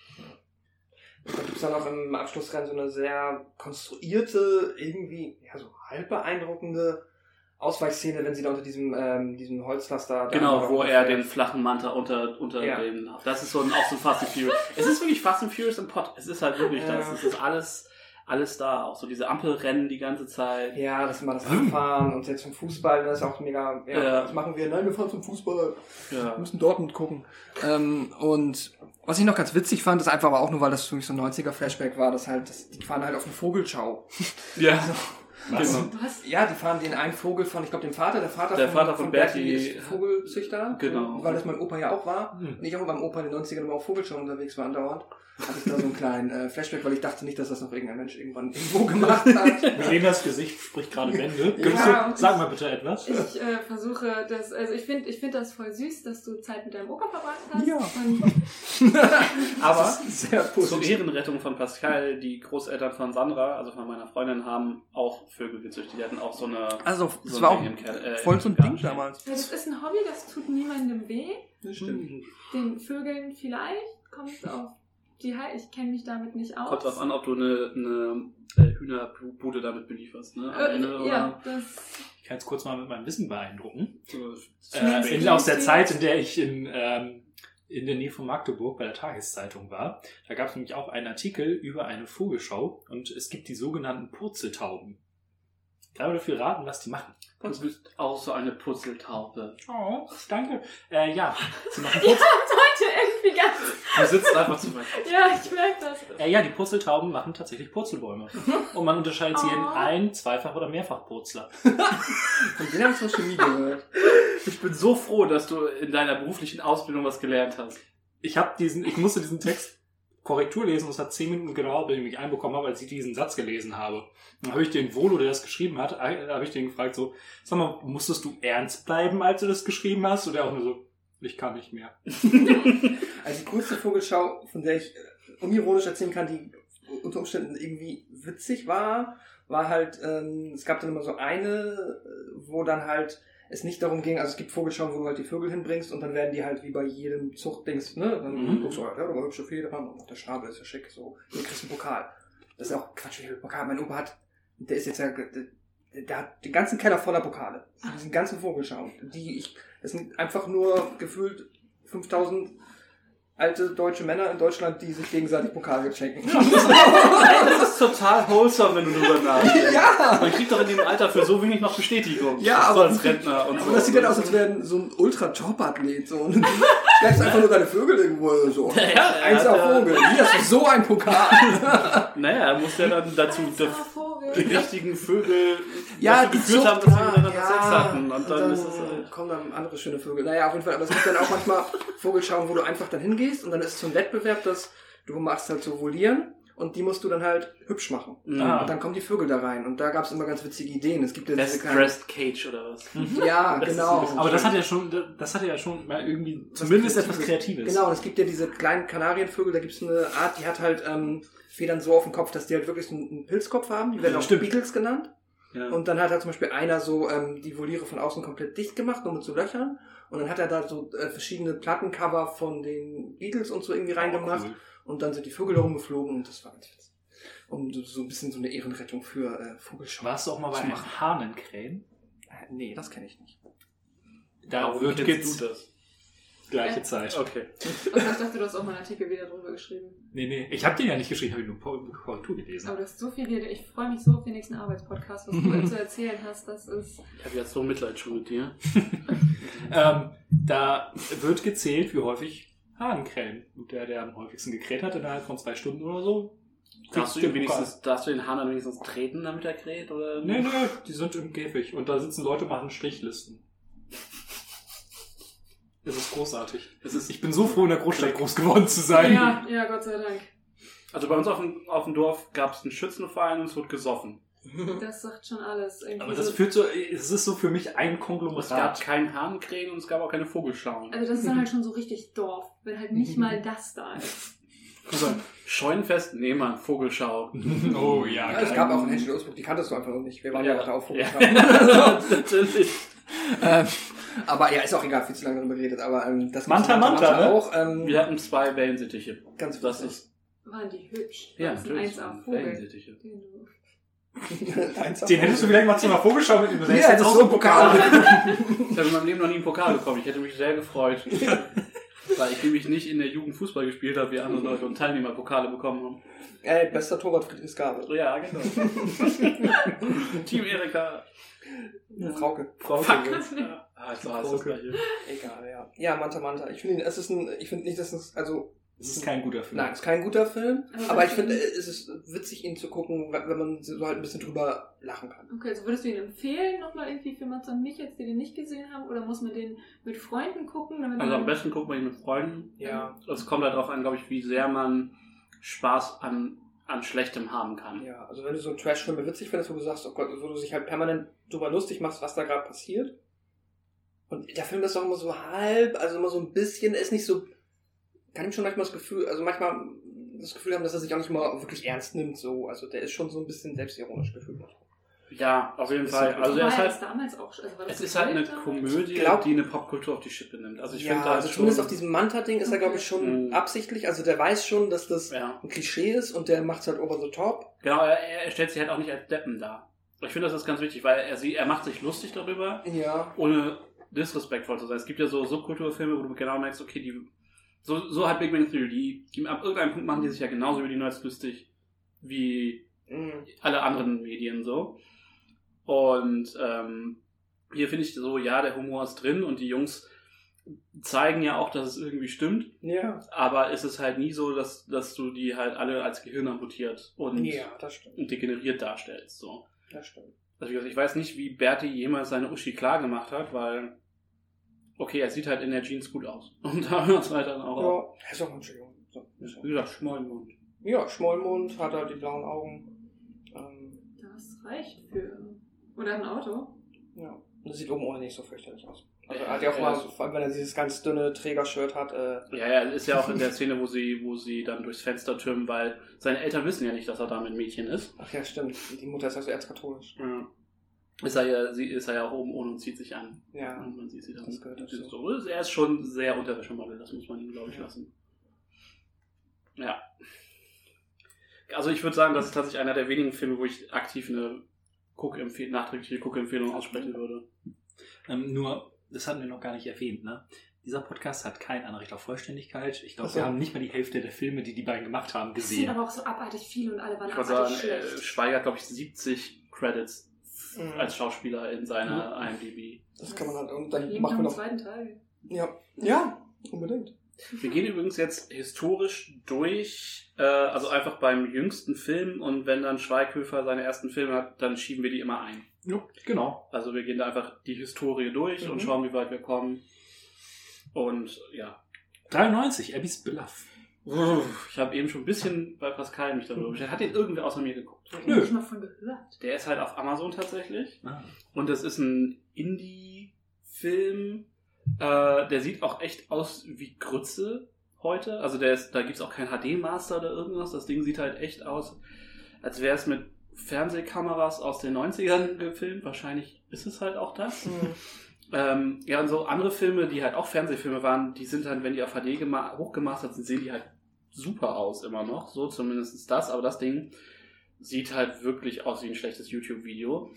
Und da gibt's dann auch im Abschlussrennen so eine sehr konstruierte, irgendwie, ja, so halb beeindruckende Ausweichszene, wenn sie da unter diesem, ähm, diesem Holzlaster... da Genau, wo er fährt. den flachen Manta unter, unter Ja. den... Das ist so ein, auch so ein Fast and Furious. Es ist wirklich Fast and Furious im Pott. Es ist halt wirklich Ja. das. Es ist alles, alles da. Auch so diese Ampelrennen die ganze Zeit. Ja, das ist immer das Anfahren und jetzt zum Fußball, das ist auch mega, ja, Ja. was machen wir? Nein, wir fahren zum Fußball. Wir Ja. müssen Dortmund gucken. Ähm, und was ich noch ganz witzig fand, ist einfach aber auch nur, weil das für mich so ein neunziger-Flashback war, dass halt, das, die fahren halt auf eine Vogelschau. Ja. Was? Genau. was? Ja, die fahren den einen Vogel von, ich glaube, dem Vater, der Vater, Der Vater von Bertie. ist Vogelzüchter. Genau. Weil das mein Opa ja auch war. Hm. Und ich auch beim Opa in den neunzigern immer auf Vogelschau unterwegs war andauernd. Hatte ich da so einen kleinen äh, Flashback, weil ich dachte nicht, dass das noch irgendein Mensch irgendwann irgendwo gemacht hat. Milenas Gesicht spricht gerade Bände. Ja. Könntest du, sag mal bitte etwas. Ich äh, versuche das, also ich finde ich find das voll süß, dass du Zeit mit deinem Opa verbracht hast. Ja. Und Aber sehr Zur positiv. Ehrenrettung von Pascal, die Großeltern von Sandra, also von meiner Freundin, haben auch Vögel gezüchtet. Die hatten auch so eine... Also, so das ein war auch Ding im Keller- äh, voll so ein im Ding Garten. damals. ja, das ist ein Hobby, das tut niemandem weh. Das stimmt. Den Vögeln vielleicht, kommt auf die He ich kenne mich damit nicht aus. Kommt drauf an, ob du eine, eine äh, Hühnerbude damit belieferst, ne? Am Ende, Äh, oder? ja, das Ich kann jetzt kurz mal mit meinem Wissen beeindrucken. So, Äh, in, aus der Zeit, in der ich in, ähm, in der Nähe von Magdeburg bei der Tageszeitung war. Da gab es nämlich auch einen Artikel über eine Vogelschau und es gibt die sogenannten Purzeltauben. Kann man dafür raten, was die machen? Du bist auch so eine Purzeltaube. Oh, danke. Äh, ja, sie machen Ihr Purzel- habt heute irgendwie ganz... Du sitzt einfach zu weit. Ja, ich merke das. äh, ja, die Purzeltauben machen tatsächlich Purzelbäume. Und man unterscheidet sie in Oh. ein-, zweifach- oder mehrfachpurzler. Von denen habe ich zum Chemie gehört. Ich bin so froh, dass du in deiner beruflichen Ausbildung was gelernt hast. Ich habe diesen, ich musste diesen Text Korrektur lesen und es hat zehn Minuten gedauert, bis ich mich einbekommen habe, als ich diesen Satz gelesen habe. Dann habe ich den Volo, der das geschrieben hat, äh, habe ich den gefragt so, sag mal, musstest du ernst bleiben, als du das geschrieben hast? Und der auch nur so, ich kann nicht mehr. Also die coolste Vogelschau, von der ich äh, unironisch erzählen kann, die unter Umständen irgendwie witzig war, war halt, ähm, es gab dann immer so eine, wo dann halt es nicht darum ging, also es gibt Vogelschauen, wo du halt die Vögel hinbringst und dann werden die halt wie bei jedem Zuchtdings, ne, dann Mhm. guckst du halt, ja, da war hübsche Federn und der Schnabel ist ja schick, so, hier kriegst du einen Pokal. Das ist auch Quatsch, wie viel Pokal. Mein Opa hat, der ist jetzt ja, der, der hat den ganzen Keller voller Pokale. Diesen ganzen Vogelschauen. Die ich, das sind einfach nur gefühlt fünftausend alte deutsche Männer in Deutschland, die sich gegenseitig Pokale schenken. Das ist total wholesome, wenn du drüber nachdenkst. Ja! Man kriegt doch in dem Alter für so wenig noch Bestätigung. Ja, so aber- als Rentner und so. Und das sieht dann aus, als wären so ein Ultra-Top-Athlet. So. Und du schleppst einfach nur deine Vögel irgendwo so. Ja, er Eins hat auf ja- Vogel. Hier hast du so ein Pokal. Naja, er muss ja dann dazu Ein die Vogel. richtigen Vögel Ja, dazu die geführt Zucht, haben, dass wir ja, miteinander ja. Sex hatten. Und dann, Und dann ist es halt... kommen dann andere schöne Vögel. Naja, auf jeden Fall. Aber es gibt dann auch manchmal Vogelschauen, wo du einfach dann hingehst und dann ist es so ein Wettbewerb, dass du machst halt so Volieren und die musst du dann halt hübsch machen. Ah. Und dann kommen die Vögel da rein. Und da gab es immer ganz witzige Ideen. Es gibt ja diese Best kleinen... Dressed Cage oder was? Ja, Das ist genau. ein bisschen Aber das hat ja schon, das hatte ja schon mal irgendwie zumindest etwas Kreatives. Genau, und es gibt ja diese kleinen Kanarienvögel, da gibt es eine Art, die hat halt ähm, Federn so auf dem Kopf, dass die halt wirklich so einen Pilzkopf haben. Die werden auch Stimmt. Beagles genannt. Ja. Und dann hat er zum Beispiel einer so ähm, die Voliere von außen komplett dicht gemacht, nur mit so Löchern. Und dann hat er da so äh, verschiedene Plattencover von den Beatles und so irgendwie reingemacht. cool. Und dann sind die Vögel da rumgeflogen und das war ganz witzig. Um so, so ein bisschen so eine Ehrenrettung für äh, Vogelschauen. Warst du auch mal bei zu einem machen. Hahnenkrähen? Äh, nee, das kenne ich nicht. Da Warum wird kennst gez- du das? gleiche Zeit. Okay. Und ich dachte, du hast auch mal einen Artikel wieder drüber geschrieben. Nee, nee, ich habe den ja nicht geschrieben, habe ich nur Ko- Korrektur gelesen. Aber du hast so viel geredet. Ich freue mich so auf den nächsten Arbeitspodcast, was du zu erzählen hast. Das ist... Ich habe jetzt so Mitleid schon mit dir. Ähm, da wird gezählt, wie häufig Hahnenkrähen. Und der, der am häufigsten gekräht hat, innerhalb von zwei Stunden oder so. Darfst du, kriegt ihn den Pokal. wenigstens, darfst du den Hahn dann wenigstens treten, damit er kräht? Oder? Nee, nee, die sind im Käfig. Und da sitzen Leute, machen Strichlisten. Das ist großartig. Es ist, Ich bin so froh, in der Großstadt groß geworden zu sein. Ja, ja, Gott sei Dank. also bei uns auf dem, auf dem Dorf gab es einen Schützenverein und es wurde gesoffen. Das sagt schon alles. Irgendwie Aber das so, führt so, es ist so für mich ein Es gab Konglomerat. kein Hahnkrähen und es gab auch keine Vogelschauen. also das ist dann halt schon so richtig Dorf, wenn halt nicht mal das da ist. Also, Scheunenfest? Nee, Mann, Vogelschau. Oh ja, Ja, es gab auch in Henschel-Usburg, die kanntest du einfach noch nicht. Wir waren ja, Ja. gerade auf Ja. Vogelschauen. Natürlich. ähm, aber ja, ist auch egal, viel zu lange darüber geredet. Aber ähm, das Manta Manta, ne? auch. Ähm, Wir hatten zwei Wellensittiche. ganz Das witzig. ist, Waren die hübsch? ja, das ist ein natürlich. eins A Vogel. Wellensittiche. Den du- Eins auf Den hättest du vielleicht mal zu einer Vogelschau mit ihm. Ja, das ist so ein Pokal. Ich habe in meinem Leben noch nie einen Pokal bekommen. Ich hätte mich sehr gefreut. Weil ich nämlich nicht in der Jugend Fußball gespielt habe, wie andere Leute und Teilnehmerpokale bekommen haben. Äh, bester Torwart Friedrich Skabel. Ja, genau. Team Erika. Frauke. Frau Fuck. Ja, ah, so heißt das Frauke. gleiche. Egal, ja. Ja, Manta Manta. Ich finde, es ist ein, ich finde nicht, dass es, also, Das ist kein guter Film. nein, es ist kein guter Film. Aber Aber ich was- finde, es ist witzig, ihn zu gucken, wenn man so halt ein bisschen drüber lachen kann. Okay, also würdest du ihn empfehlen, nochmal irgendwie für Mats und mich, jetzt die den nicht gesehen haben? Oder muss man den mit Freunden gucken? Damit Also man am besten guckt man ihn mit Freunden. Ja. Es kommt halt darauf an, glaube ich, wie sehr man Spaß an, an Schlechtem haben kann. Ja, also wenn du so einen Trash-Film witzig findest, wo du sagst, oh Gott, wo du dich halt permanent drüber lustig machst, was da gerade passiert. Und der Film ist auch immer so halb, also immer so ein bisschen, er ist nicht so, kann ich schon manchmal das Gefühl, also manchmal das Gefühl haben, dass er sich auch nicht mal wirklich ernst nimmt, so. Also der ist schon so ein bisschen selbstironisch gefühlt. Ja, auf jeden Ist Fall. so- Also er war ist ja halt, das damals auch schon. Also war das es ist halt eine damals? Komödie, Glaub- die eine Popkultur auf die Schippe nimmt. Also ich Ja, finde da also schon, zumindest auf diesem Manta-Ding ist er, glaube ich, schon Mhm. absichtlich, also der weiß schon, dass das ja. ein Klischee ist und der macht es halt over the top. Genau, er, er stellt sich halt auch nicht als Deppen dar. Ich finde, das ist ganz wichtig, weil er, sie, er macht sich lustig darüber, Ja. ohne disrespektvoll zu sein. Es gibt ja so Subkulturfilme, wo du genau merkst, okay, die So, so hat Big Bang Theory. Die, die, ab irgendeinem Punkt machen die sich ja genauso über die Nerds lustig wie Mhm. alle anderen Medien so. Und ähm, hier finde ich so, ja, der Humor ist drin und die Jungs zeigen ja auch, dass es irgendwie stimmt. Ja. Aber es ist halt nie so, dass, dass du die halt alle als Gehirn amputiert und, Ja, das stimmt. und degeneriert darstellst. So. Das stimmt. Also wie gesagt, ich weiß nicht, wie Berti jemals seine Uschi klar gemacht hat, weil okay, er sieht halt in der Jeans gut aus. Und da hört es halt dann auch auf. Ja, ist auch ein schöner. So, Wie gesagt, Schmollmund. ja, Schmollmund, hat halt die blauen Augen. Ähm, Das reicht für. Oder ein Auto. ja. Das sieht oben ohne nicht so fürchterlich aus. Also Ja, er hat ja auch ja, mal, so- vor allem wenn er dieses ganz dünne Trägershirt hat, äh, Ja, ja, ist ja auch in der Szene, wo sie, wo sie dann durchs Fenster türmen, weil seine Eltern wissen ja nicht, dass er da mit Mädchen ist. ach ja, stimmt. Die Mutter ist also erzkatholisch. Ja. Ist er ja, sie ist er ja auch oben ohne und zieht sich an. Ja. Und man sieht sie dann. Das gehört dazu. so. Er ist schon sehr Unterwäschemodel, das muss man ihm, glaube ich, Ja. lassen. Ja. Also ich würde sagen, das ist tatsächlich einer der wenigen Filme, wo ich aktiv eine Guckempfehl- nachträgliche Guckempfehlung aussprechen würde. Ähm, nur, das hatten wir noch gar nicht erwähnt, ne? Dieser Podcast hat kein Anrecht auf Vollständigkeit. Ich glaube, Ach so. wir haben nicht mal die Hälfte der Filme, die die beiden gemacht haben, Das sind gesehen. aber auch so abartig viele und alle waren Ich würde abartig sagen, äh, schlecht. Schweiger hat, glaube ich, siebzig Credits Mhm. als Schauspieler in seiner I M D B. Das kann man halt, und dann Klingt machen wir nach dem noch, zweiten Teil. ja, ja, unbedingt. Wir gehen übrigens jetzt historisch durch, äh, also einfach beim jüngsten Film, und wenn dann Schweighöfer seine ersten Filme hat, dann schieben wir die immer ein. Ja, genau. Also wir gehen da einfach die Historie durch Mhm. und schauen, wie weit wir kommen. Und ja, dreiundneunzig, Abby's Beloved. ich habe eben schon ein bisschen bei Pascal mich darüber beschäftigt. Hat den irgendwer außer mir geguckt? Ich Nö. habe nicht mal von gehört. Der ist halt auf Amazon tatsächlich. Ah. Und das ist ein Indie-Film. Äh, der sieht auch echt aus wie Grütze heute. Also der ist, da gibt's auch kein H D-Master oder irgendwas. Das Ding sieht halt echt aus, als wäre es mit Fernsehkameras aus den neunzigern gefilmt. Wahrscheinlich ist es halt auch das. Ähm, ja, und so andere Filme, die halt auch Fernsehfilme waren, die sind dann, wenn die auf H D gema- hochgemastert sind, sehen die halt super aus immer noch. So zumindest das. Aber das Ding sieht halt wirklich aus wie ein schlechtes YouTube-Video.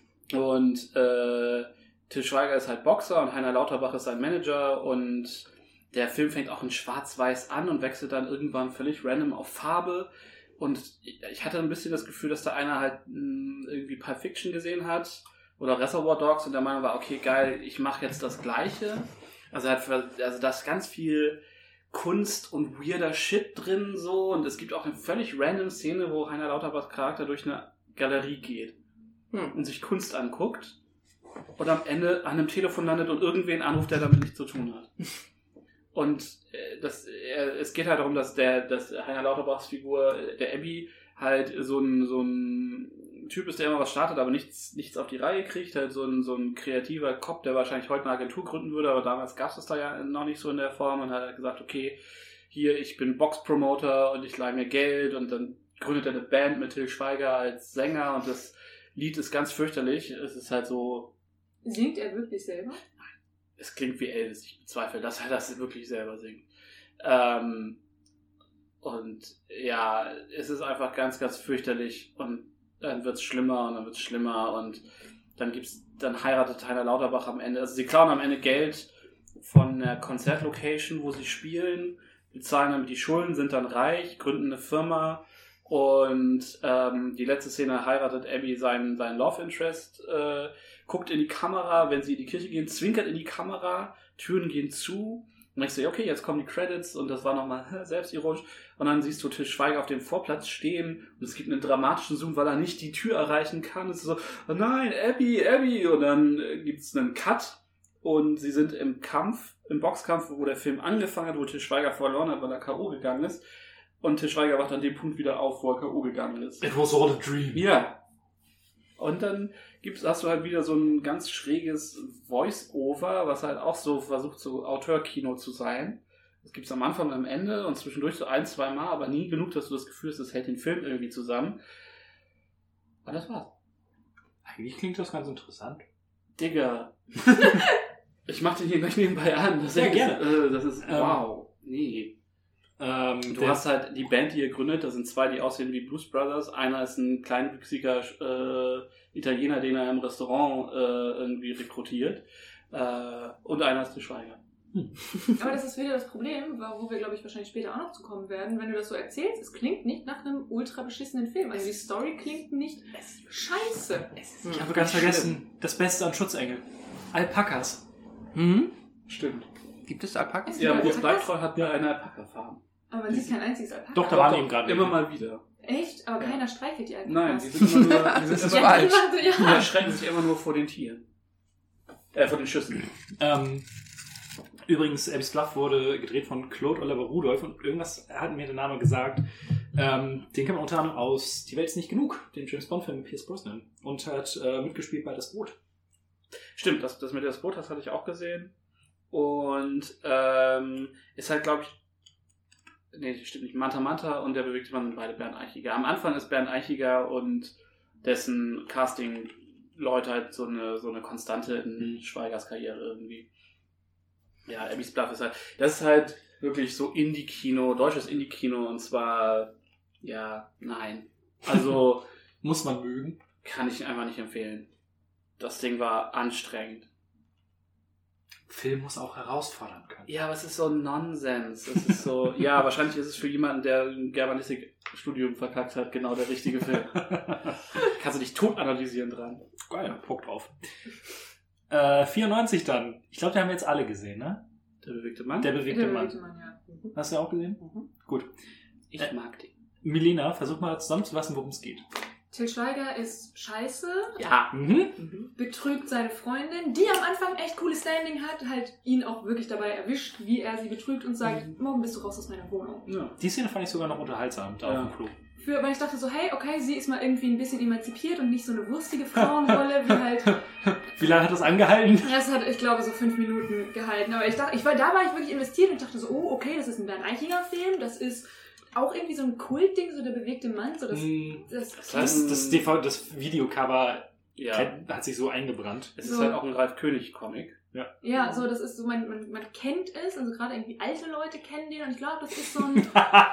Und äh, Til Schweiger ist halt Boxer und Heiner Lauterbach ist sein Manager, und der Film fängt auch in Schwarz-Weiß an und wechselt dann irgendwann völlig random auf Farbe. Und ich hatte ein bisschen das Gefühl, dass da einer halt mh, irgendwie Pulp Fiction gesehen hat oder Reservoir Dogs und der Meinung war, okay, geil, ich mache jetzt das Gleiche. Also, er hat, also da ist ganz viel Kunst und weirder Shit drin so, und es gibt auch eine völlig random Szene, wo Heiner Lauterbachs Charakter durch eine Galerie geht Hm. und sich Kunst anguckt und am Ende an einem Telefon landet und irgendwen anruft, der damit nichts zu tun hat. Und äh, das, äh, es geht halt darum, dass der, dass Heiner Lauterbachs Figur, äh, der Abby, halt so ein, so ein Typ ist, der immer was startet, aber nichts, nichts auf die Reihe kriegt. Halt so ein, so ein kreativer Cop, der wahrscheinlich heute eine Agentur gründen würde, aber damals gab es das da ja noch nicht so in der Form, und hat halt gesagt, okay, hier, ich bin Boxpromoter und ich leihe mir Geld, und dann gründet er eine Band mit Til Schweiger als Sänger, und das Lied ist ganz fürchterlich. Es ist halt so, Singt er wirklich selber? es klingt wie Elvis, ich bezweifle, dass er das wirklich selber singt. Ähm, und ja, es ist einfach ganz, ganz fürchterlich, und dann wird's schlimmer und dann wird's schlimmer, und dann gibt's, dann heiratet Heiner Lauterbach am Ende, also sie klauen am Ende Geld von der Konzertlocation, wo sie spielen, bezahlen damit die Schulden, sind dann reich, gründen eine Firma, und ähm, die letzte Szene heiratet Abby seinen, seinen Love Interest, äh, guckt in die Kamera, wenn sie in die Kirche gehen, zwinkert in die Kamera, Türen gehen zu, und denkst du, okay, jetzt kommen die Credits, und das war nochmal selbstironisch, und dann siehst du Til Schweiger auf dem Vorplatz stehen, und es gibt einen dramatischen Zoom, weil er nicht die Tür erreichen kann. Es ist so, oh nein, Abby, Abby, und dann äh, gibt's einen Cut, und sie sind im Kampf, im Boxkampf, wo der Film angefangen hat, wo Til Schweiger verloren hat, weil er K O gegangen ist, und Til Schweiger wacht an dem Punkt wieder auf, wo er K O gegangen ist. It was all a dream. Ja. Und dann gibt's, hast du halt wieder so ein ganz schräges Voice-Over, was halt auch so versucht, so Auteurkino zu sein. Das gibt's am Anfang und am Ende und zwischendurch so ein, zwei Mal, aber nie genug, dass du das Gefühl hast, das hält den Film irgendwie zusammen. Und das war's. Eigentlich klingt das ganz interessant. Digga. Ich mach den hier gleich nebenbei an. Das Ja, ist, gerne. Äh, das ist, Ähm, wow. Nee. Ähm, Du der- hast halt die Band, die ihr gründet, das sind zwei, die aussehen wie Blues Brothers. Einer ist ein kleinwüchsiger äh, Italiener, den er im Restaurant äh, irgendwie rekrutiert. Äh, und einer ist Til Schweiger. Aber das ist wieder das Problem, wo wir, glaube ich, wahrscheinlich später auch noch zu kommen werden. Wenn du das so erzählst, es klingt nicht nach einem ultra beschissenen Film. Also die Story klingt nicht scheiße. Ich habe ganz vergessen, das Beste an Schutzengel. Alpakas. Hm? Stimmt. Gibt es Alpakas? Ja, Alpakas? Bruce Bleibtreu hat ja eine Alpaka-Farm. Aber man sieht kein einziges Alpaka. Doch, da waren eben gerade Immer mal wieder. Echt? Aber keiner streichelt die Alpakas. Nein, die sind immer nur, die sind Das ist immer, aber alt. die Ja. erschrecken sich immer nur vor den Tieren. Äh, vor den Schüssen. Ähm, übrigens, Abyss Bluff wurde gedreht von Claude Oliver Rudolph und irgendwas hat mir der Name gesagt. Ähm, den kann man unter anderem aus Die Welt ist nicht genug, dem James Bond-Film mit Pierce Brosnan. Und hat äh, mitgespielt bei Das Boot. Stimmt, das, das mit das Boot, das hatte ich auch gesehen. Und ähm, ist halt, glaube ich, nee, das stimmt nicht, Manta Manta und der bewegte Mann sind beide Bernd Eichiger. Am Anfang ist Bernd Eichiger und dessen Casting-Leute halt so eine, so eine Konstante in Schweigers Karriere irgendwie. Ja, Abyss Bluff ist halt, das ist halt wirklich so Indie-Kino, deutsches Indie-Kino und zwar, ja, nein. Also, Muss man mögen. kann ich einfach nicht empfehlen. Das Ding war anstrengend. Film muss auch herausfordern können. Ja, aber es ist so Nonsens. Es ist so, ja, wahrscheinlich ist es für jemanden, der ein Germanistik-Studium verkackt hat, genau der richtige Film. Kannst du dich tot analysieren dran. Geil, Punkt drauf. Äh, vierundneunzig dann. Ich glaube, die haben wir jetzt alle gesehen, ne? Der bewegte Mann? Der Der bewegte Mann. bewegte Mann, ja. Hast du auch gesehen? Mhm. Gut. ich äh, mag den. Milena, versuch mal zusammenzufassen, worum es geht. Til Schweiger ist scheiße, Ja. Mhm. betrügt seine Freundin, die am Anfang echt cooles Standing hat, halt ihn auch wirklich dabei erwischt, wie er sie betrügt und sagt, morgen bist du raus aus meiner Wohnung. ja. Die Szene fand ich sogar noch unterhaltsam, da Ja. auf dem Klo. Für, weil ich dachte so, hey, okay, sie ist mal irgendwie ein bisschen emanzipiert und nicht so eine wurstige Frauenrolle, wie halt, Wie lange hat das angehalten? das hat, ich glaube, so fünf Minuten gehalten. Aber ich dachte, ich war, da war ich wirklich investiert und ich dachte so, oh, okay, das ist ein Bernd Eichinger-Film, das ist auch irgendwie so ein Kultding, so der bewegte Mann, so das, Mm, das, Das, das, D V, das Videocover ja. kennt- hat sich so eingebrannt. Es ist So. halt auch ein Ralf König-Comic. ja, so, das ist so, man, man, man kennt es, also gerade irgendwie alte Leute kennen den und ich glaube, das ist so ein,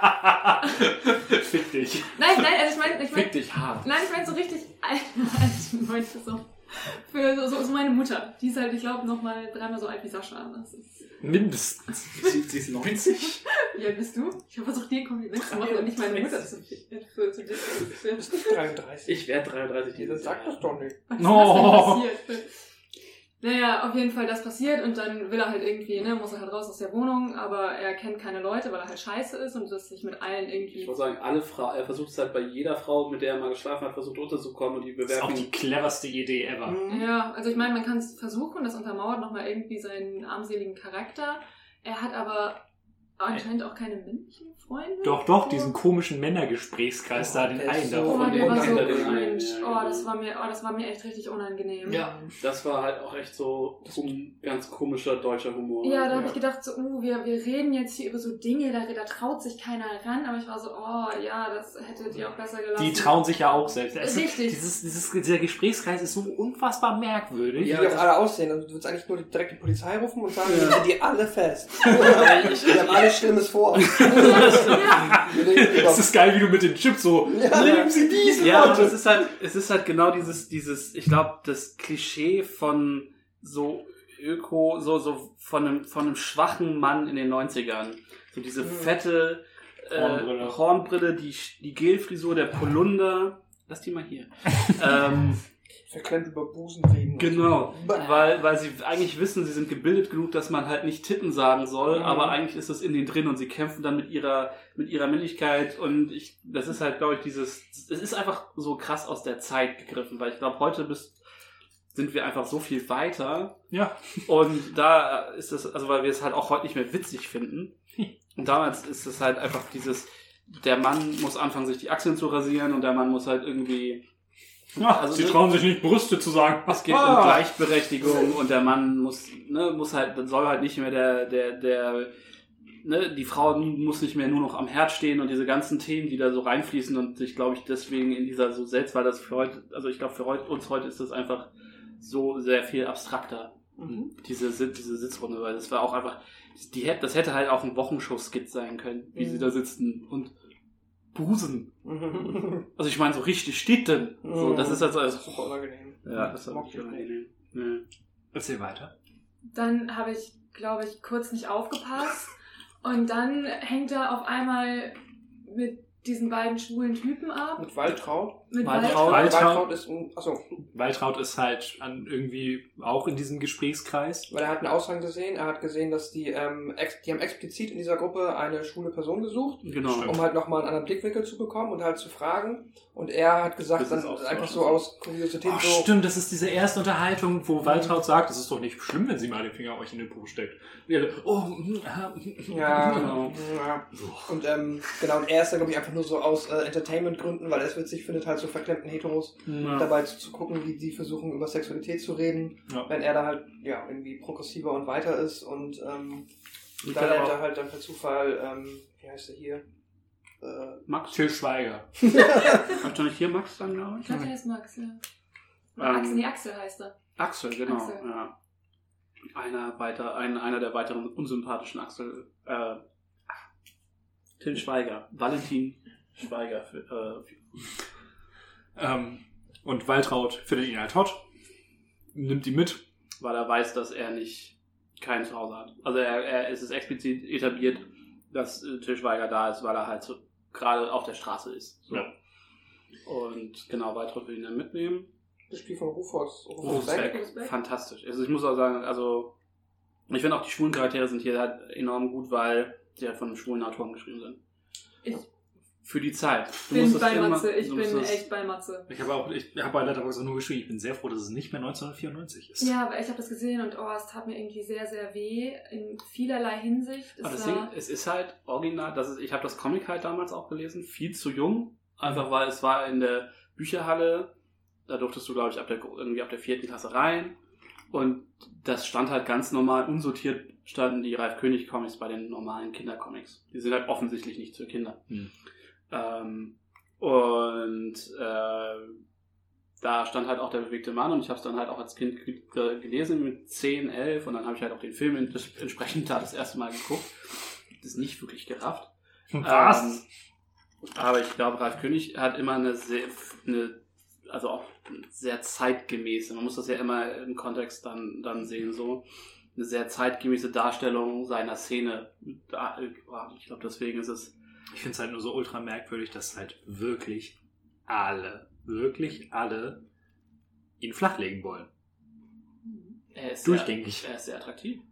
Fick dich. nein, nein, also ich meine, ich meine, Fick dich hart. nein, ich meine so richtig alte Leute, so, für so, so, so meine Mutter, die ist halt, ich glaube, nochmal dreimal so alt wie Sascha, das ist, Mindestens. Sie, sie ist neunzig. wie alt bist du? Ich habe versucht, dir ein Kompliment zu machen und nicht meine Mutter zu, für, zu dir zu Bist du dreiunddreißig? Ich werde dreiunddreißig Jeder dieses sagt Jahr. das doch nicht. Was ist No. das denn passiert? Naja, auf jeden Fall das passiert und dann will er halt irgendwie, ne, muss er halt raus aus der Wohnung, aber er kennt keine Leute, weil er halt scheiße ist und das sich mit allen Ich irgendwie... wollte sagen, alle Frau, er versucht es halt bei jeder Frau, mit der er mal geschlafen hat, versucht unterzukommen und die Das ist auch Bewerbung. die cleverste Idee ever. Mhm. Ja, also ich meine, man kann es versuchen, das untermauert nochmal irgendwie seinen armseligen Charakter. Er hat aber anscheinend auch keine männlichen Freunde. Doch, doch, diesen komischen Männergesprächskreis da, den der ist einen so- Oh, davon. der war so Unter den cringe. einen, ja, Oh, das genau. war mir, oh, das war mir echt richtig unangenehm. Ja, das war halt auch echt so ein ganz komischer deutscher Humor. Ja, da Ja. habe ich gedacht, so, uh, wir, wir reden jetzt hier über so Dinge, da, da traut sich keiner ran, aber ich war so, oh ja, das hättet ihr auch besser gelassen. Die trauen sich ja auch selbst. Es ist- Richtig. Dieses, dieses, dieser Gesprächskreis ist so unfassbar merkwürdig. Wie Ja, die auch das- alle aussehen. Also du würdest eigentlich nur direkt die Polizei rufen und sagen, Ja. wir sind die alle fest. Wir haben alles Schlimmes vor. Ja, Wir reden über- Es ist geil, wie du mit den Chips so, Ja. nehmen Sie diesen Ja, und Leute. es ist halt, es ist halt genau dieses, dieses, ich glaube, das Klischee von so Öko, so, so von einem, von einem schwachen Mann in den neunzigern. So diese fette äh, Hornbrille. Hornbrille, die, die Gelfrisur, der Polunder. Lass die mal hier. ähm, Verklemmt über Busen reden. genau. Bäh. Weil, weil sie eigentlich wissen, sie sind gebildet genug, dass man halt nicht Titten sagen soll, Mhm. aber eigentlich ist das in denen drin und sie kämpfen dann mit ihrer, mit ihrer Männlichkeit und ich, das ist halt, glaube ich, dieses, es ist einfach so krass aus der Zeit gegriffen, weil ich glaube, heute bist, sind wir einfach so viel weiter Ja. und da ist das, also weil wir es halt auch heute nicht mehr witzig finden und damals ist es halt einfach dieses, der Mann muss anfangen, sich die Achseln zu rasieren und der Mann muss halt irgendwie Ja, Also sie ne- trauen sich nicht, Brüste zu sagen. es geht Ah. um Gleichberechtigung und der Mann muss, ne, muss halt, dann soll halt nicht mehr der, der, der, ne, die Frau muss nicht mehr nur noch am Herd stehen und diese ganzen Themen, die da so reinfließen und ich glaube ich deswegen in dieser so selbst, weil das für heute, also ich glaube für heut, uns heute ist das einfach so sehr viel abstrakter, Mhm. diese, Sit- diese Sitzrunde, weil das war auch einfach, die hätte, das hätte halt auch ein Wochenshow-Skit sein können, wie Mhm. sie da sitzen und Busen. Mhm. Also ich meine so richtig steht denn. So, das ist halt so, also, Super unangenehm. ja, das war Mag wirklich ich nicht. unangenehm. Ja. Erzähl weiter. dann habe ich glaube ich, kurz nicht aufgepasst. Und dann hängt er auf einmal mit diesen beiden schwulen Typen ab. Mit Waltraud. Mit Waltraud. Waltraud. Waltraud ist ein, achso, Waltraud ist halt an irgendwie auch in diesem Gesprächskreis. weil er hat einen Aushang gesehen, er hat gesehen, dass die, ähm, ex, die haben explizit in dieser Gruppe eine schwule Person gesucht, Genau. Stimmt. um halt nochmal einen anderen Blickwinkel zu bekommen und halt zu fragen. Und er hat gesagt, Das ist dann auch so einfach schon so so. aus Kuriosität Ach, so, stimmt, das ist diese erste Unterhaltung, wo Waltraud sagt, es ist doch nicht schlimm, wenn sie mal den Finger euch in den Po steckt. Und ihr so, oh, mm, ah, mm, ja, Genau. ja. Und ähm, genau, und er ist da, glaube ich, einfach nur so aus äh, Entertainment-Gründen, weil er es witzig findet, halt so verklemmten Heteros Ja. dabei zu, zu gucken, wie die versuchen, über Sexualität zu reden, Ja. wenn er da halt, ja, irgendwie progressiver und weiter ist und ähm, Ich da kann lernt aber er halt dann per Zufall, ähm, wie heißt er hier? Äh, Max. Till Schweiger. Kannst du nicht hier Max sagen, glaube ich? Ich glaube, der heißt Max, ja. Oder Ähm, Axel, nee, Axel heißt er. Axel, genau. Axel. Ja. Einer, weiter, ein, einer der weiteren unsympathischen Axel. Äh, Till Schweiger. Valentin Schweiger. Für, äh, Ähm, und Waltraud findet ihn halt hot, nimmt ihn mit. weil er weiß, dass er nicht kein Zuhause hat. Also er, er es ist explizit etabliert, dass äh, Till Schweiger da ist, weil er halt so gerade auf der Straße ist. So. Ja. Und genau, Waltraud will ihn dann mitnehmen. das Spiel von Rufus, Rufus Rufus Beck. Beck. Rufus Beck. Fantastisch. Also ich muss auch sagen, also ich finde auch die schwulen Charaktere sind hier halt enorm gut, weil sie halt von einem schwulen Autoren geschrieben sind. Ich Für die Zeit. Du bin musst das bei immer- Matze, ich du bin musst das- echt bei Matze. Ich habe auch, ich habe bei Letterboxd nur geschrieben, ich bin sehr froh, dass es nicht mehr neunzehnhundertvierundneunzig ist. Ja, aber ich habe das gesehen und oh, es tat mir irgendwie sehr, sehr weh in vielerlei Hinsicht. Es Aber das war, Ding, es ist halt original, das ist, ich habe das Comic halt damals auch gelesen, viel zu jung, einfach weil es war in der Bücherhalle, da durftest du, glaube ich, ab der, irgendwie ab der vierten Klasse rein und das stand halt ganz normal, unsortiert standen die Ralf König Comics bei den normalen Kindercomics. Die sind halt offensichtlich nicht für Kinder. Hm. Ähm, und äh, da stand halt auch der bewegte Mann und ich habe es dann halt auch als Kind ge- gelesen mit zehn, elf und dann habe ich halt auch den Film ent- entsprechend da das erste Mal geguckt. Das nicht wirklich gerafft. Was? Ähm, aber ich glaube, Ralf König hat immer eine sehr, eine, also auch sehr zeitgemäße, man muss das ja immer im Kontext dann, dann sehen, so eine sehr zeitgemäße Darstellung seiner Szene. Da, ich glaube, deswegen ist es Ich finde es halt nur so ultra merkwürdig, dass halt wirklich alle, wirklich alle ihn flachlegen wollen. er ist Durchgängig. Sehr, er ist sehr attraktiv.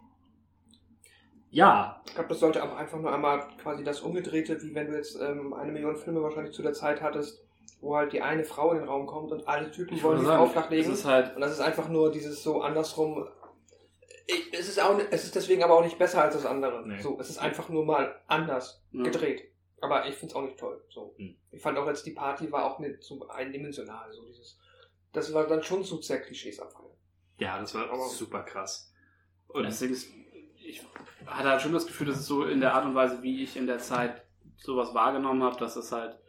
Ja, Ich glaube, das sollte aber einfach nur einmal quasi das Umgedrehte, wie wenn du jetzt ähm, eine Million Filme wahrscheinlich zu der Zeit hattest, wo halt die eine Frau in den Raum kommt und alle Typen Ich wollen die wollte Frau sagen, flachlegen. es ist halt, Und das ist einfach nur dieses so andersrum. Ich, es, ist auch, es ist deswegen aber auch nicht besser als das andere. Nee. So, es ist einfach nur mal anders ja. gedreht. Aber ich finde es auch nicht toll. So. Hm. Ich fand auch jetzt die Party war auch nicht so eindimensional. So dieses, das war dann schon so sehr klischeesabfall. ja, das war Aber- super krass. Und Und deswegen ist, ich hatte halt schon das Gefühl, dass es so in der Art und Weise, wie ich in der Zeit sowas wahrgenommen habe, dass es halt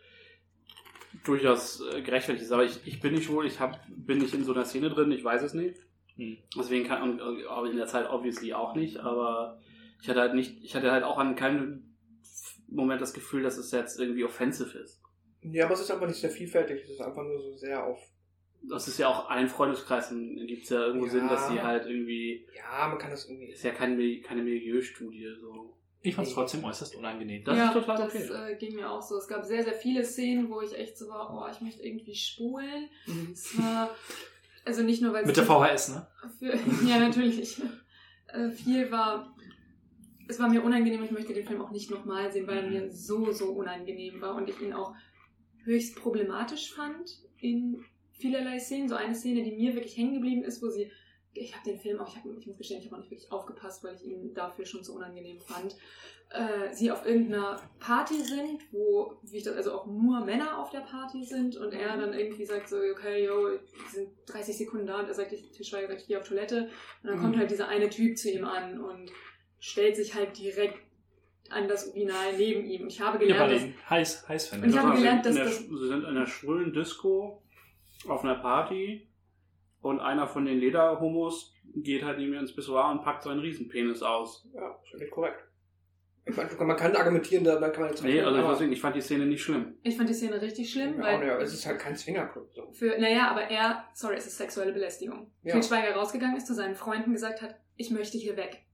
durchaus äh, gerechtfertigt ist. Aber ich, ich bin nicht schwul, ich hab, bin nicht in so einer Szene drin, ich weiß es nicht. Hm. Deswegen kann, und, äh, aber in der Zeit obviously auch nicht, aber ich hatte halt nicht, ich hatte halt auch an keinem Moment das Gefühl, dass es jetzt irgendwie offensive ist. Ja, aber es ist einfach nicht sehr vielfältig. Es ist einfach nur so sehr auf. Das ist ja auch ein Freundeskreis, in dem gibt es ja irgendwo Ja. Sinn, dass sie halt irgendwie, Ja, man kann das irgendwie. ist ja keine, Mil- keine Milieustudie, so. ich fand es trotzdem äußerst unangenehm. Das ja, ist total das okay. äh, ging mir auch so. Es gab sehr, sehr viele Szenen, wo ich echt so war, oh, ich möchte irgendwie spulen. Mhm. Es war, also nicht nur, weil es Mit der V H S, ne? Für, ja, natürlich. Äh, viel war, es war mir unangenehm, ich möchte den Film auch nicht nochmal sehen, weil er mir so, so unangenehm war und ich ihn auch höchst problematisch fand in vielerlei Szenen. So eine Szene, die mir wirklich hängen geblieben ist, wo sie, ich habe den Film auch, ich, hab, ich muss gestehen, ich habe auch nicht wirklich aufgepasst, weil ich ihn dafür schon so unangenehm fand. Äh, sie auf irgendeiner Party sind, wo, wie ich das, also auch nur Männer auf der Party sind und er dann irgendwie sagt so, okay, yo, wir sind dreißig Sekunden da und er sagt, ich, Til Schweiger sagt, ich gehe auf Toilette und dann kommt halt dieser eine Typ zu ihm an und stellt sich halt direkt an das Urinal neben ihm. Und ich habe Ja, gelernt, bei dass, den heiß, heiß Und ich habe Also gelernt, in dass der, das- Sie sind in einer schwulen Disco auf einer Party und einer von den Lederhomos geht halt neben mir ins Pissoir und packt seinen Riesenpenis aus. Ja, ist nicht korrekt. Ich meine, man kann argumentieren, da dann kann man jetzt. Nee, also aber- deswegen, ich fand die Szene nicht schlimm. ich fand die Szene richtig schlimm, Ja, weil ja, es ist halt kein Swingerclub. So. für, naja, aber er, sorry, es ist sexuelle Belästigung. Ja. Til Schweiger rausgegangen ist, zu seinen Freunden gesagt hat, ich möchte hier weg.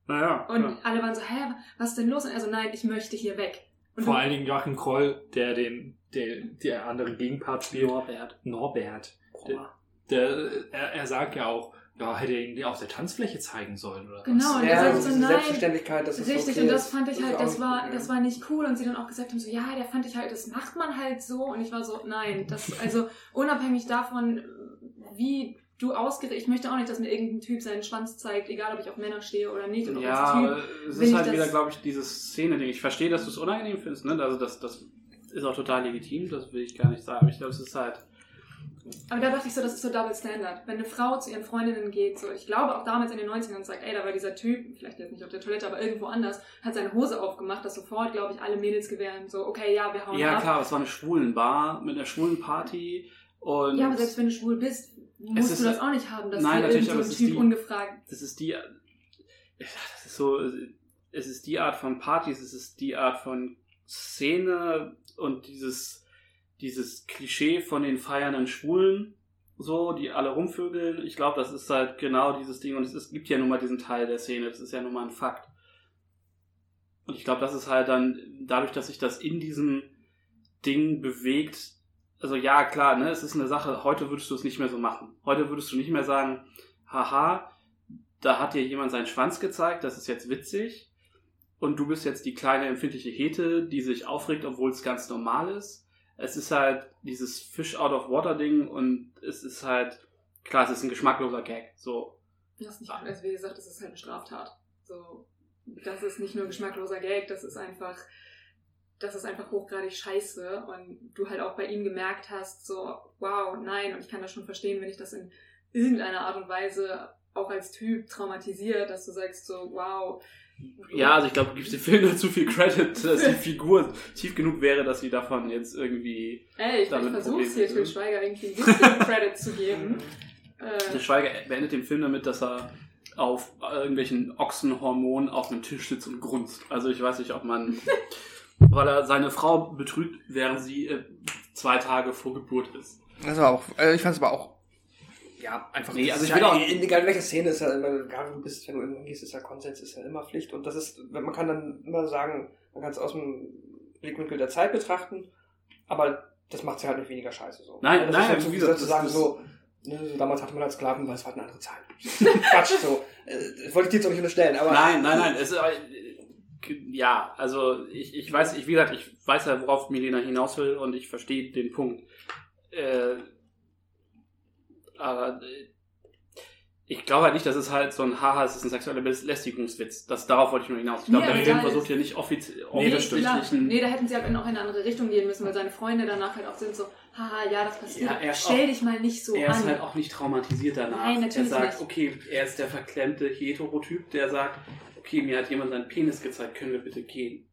Naja. Und ja. alle waren so, hä, was ist denn los? Und er so, nein, ich möchte hier weg. Und Vor du, allen Dingen Joachim Kroll, der den, der, der andere Gegenpart spielt. Norbert. Norbert. Der, der, er, er sagt ja auch, ja, hätte er ihn auf der Tanzfläche zeigen sollen oder Genau, was. und Ja, er das sagt so, ist die nein. Selbstverständlichkeit, das ist Richtig, okay. und das fand ich ist halt, auch das nicht war, gut, das ja. war nicht cool. Und sie dann auch gesagt haben, so, ja, der fand ich halt, das macht man halt so. Und ich war so, nein, das, also unabhängig davon, wie du ausgerichtet, ich möchte auch nicht, dass mir irgendein Typ seinen Schwanz zeigt, egal ob ich auf Männer stehe oder nicht. Und Ja, auch als aber Typ es will ist ich halt das- wieder, glaube ich, dieses Szene-Ding. Ich verstehe, dass du es unangenehm findest, ne? Also das, das ist auch total legitim, das will ich gar nicht sagen. Ich glaube, es ist halt... Aber da dachte ich so, das ist so Double Standard. Wenn eine Frau zu ihren Freundinnen geht, so, ich glaube auch damals in den neunzigern und sagt, ey, da war dieser Typ, vielleicht jetzt nicht auf der Toilette, aber irgendwo anders, hat seine Hose aufgemacht, dass sofort, glaube ich, alle Mädels gewähren, so, okay, ja, wir hauen Ja, ab. klar, es war eine Schwulenbar mit einer schwulen Party und... Ja, aber selbst wenn du schwul bist, musst ist- du das auch nicht haben, dass Nein, dir natürlich, irgend so aber ein es ist Typ die- ungefragt... Das ist die... Das ist so... Es ist die Art von Partys, es ist die Art von Szene und dieses, dieses Klischee von den feiernden Schwulen, so, die alle rumvögeln. Ich glaube, das ist halt genau dieses Ding und es ist, gibt ja nun mal diesen Teil der Szene, das ist ja nun mal ein Fakt. Und ich glaube, das ist halt dann, dadurch, dass sich das in diesem Ding bewegt, also ja, klar, ne, es ist eine Sache, heute würdest du es nicht mehr so machen. Heute würdest du nicht mehr sagen, haha, da hat dir jemand seinen Schwanz gezeigt, das ist jetzt witzig und du bist jetzt die kleine empfindliche Hete, die sich aufregt, obwohl es ganz normal ist. Es ist halt dieses Fish-out-of-water-Ding und es ist halt, klar, es ist ein geschmackloser Gag, so. Das ist nicht, also wie gesagt, das ist halt eine Straftat. So, das ist nicht nur geschmackloser Gag, das ist einfach, das ist einfach hochgradig scheiße und du halt auch bei ihm gemerkt hast, so, wow, nein, und ich kann das schon verstehen, wenn ich das in irgendeiner Art und Weise auch als Typ traumatisiert, dass du sagst so, wow. Ja, also ich glaube, du gibst dem Film da zu viel Credit, dass die Figur tief genug wäre, dass sie davon jetzt irgendwie... Ey, ich, ich damit versuch's hier, Probleme Til Schweiger irgendwie ein bisschen Credit zu geben. Der Äh, Schweiger beendet den Film damit, dass er auf irgendwelchen Ochsenhormonen auf einem Tisch sitzt und grunzt. Also ich weiß nicht, ob man... weil er seine Frau betrügt, während sie äh, zwei Tage vor Geburt ist. Das war auch, also ich fand es aber auch, ja, einfach, Nee, also ich ja, will auch- egal in welcher Szene ist ja immer, egal wo du bist, wenn du irgendwo gehst, ist ja Konsens, ist ja immer Pflicht und das ist, man kann dann immer sagen, man kann es aus dem Blickwinkel der Zeit betrachten, aber das macht sie halt nicht weniger scheiße, so. Nein, das nein, ist halt so, wie wie gesagt, gesagt, zu das- sagen, das- so, ne, so, damals hatte man als Sklaven, weil es war halt eine andere Zeit. Quatsch, so. Äh, Das wollte ich dir jetzt auch nicht unterstellen, aber. Nein, nein, nein. Es ist, äh, ja, also ich, ich weiß, ich, wie gesagt, ich weiß ja, worauf Milena hinaus will und ich verstehe den Punkt. Äh, aber äh, ich glaube halt nicht, dass es halt so ein Haha, es ist ein sexueller Belästigungswitz. Das, darauf wollte ich nur hinaus. Ich glaube, Nee, der aber Film da versucht ist- hier nicht offiziell Nee, das stimmt. klar. offensichtlichen- Nee, da hätten sie halt noch in eine andere Richtung gehen müssen, weil seine Freunde danach halt auch sind so, haha, ja, das passiert. Ja, er ist Stell auch- dich mal nicht so Er ist an. halt auch nicht traumatisiert danach. Nein, natürlich er sagt, nicht. okay, er ist der verklemmte Heterotyp, der sagt, okay, mir hat jemand seinen Penis gezeigt, können wir bitte gehen?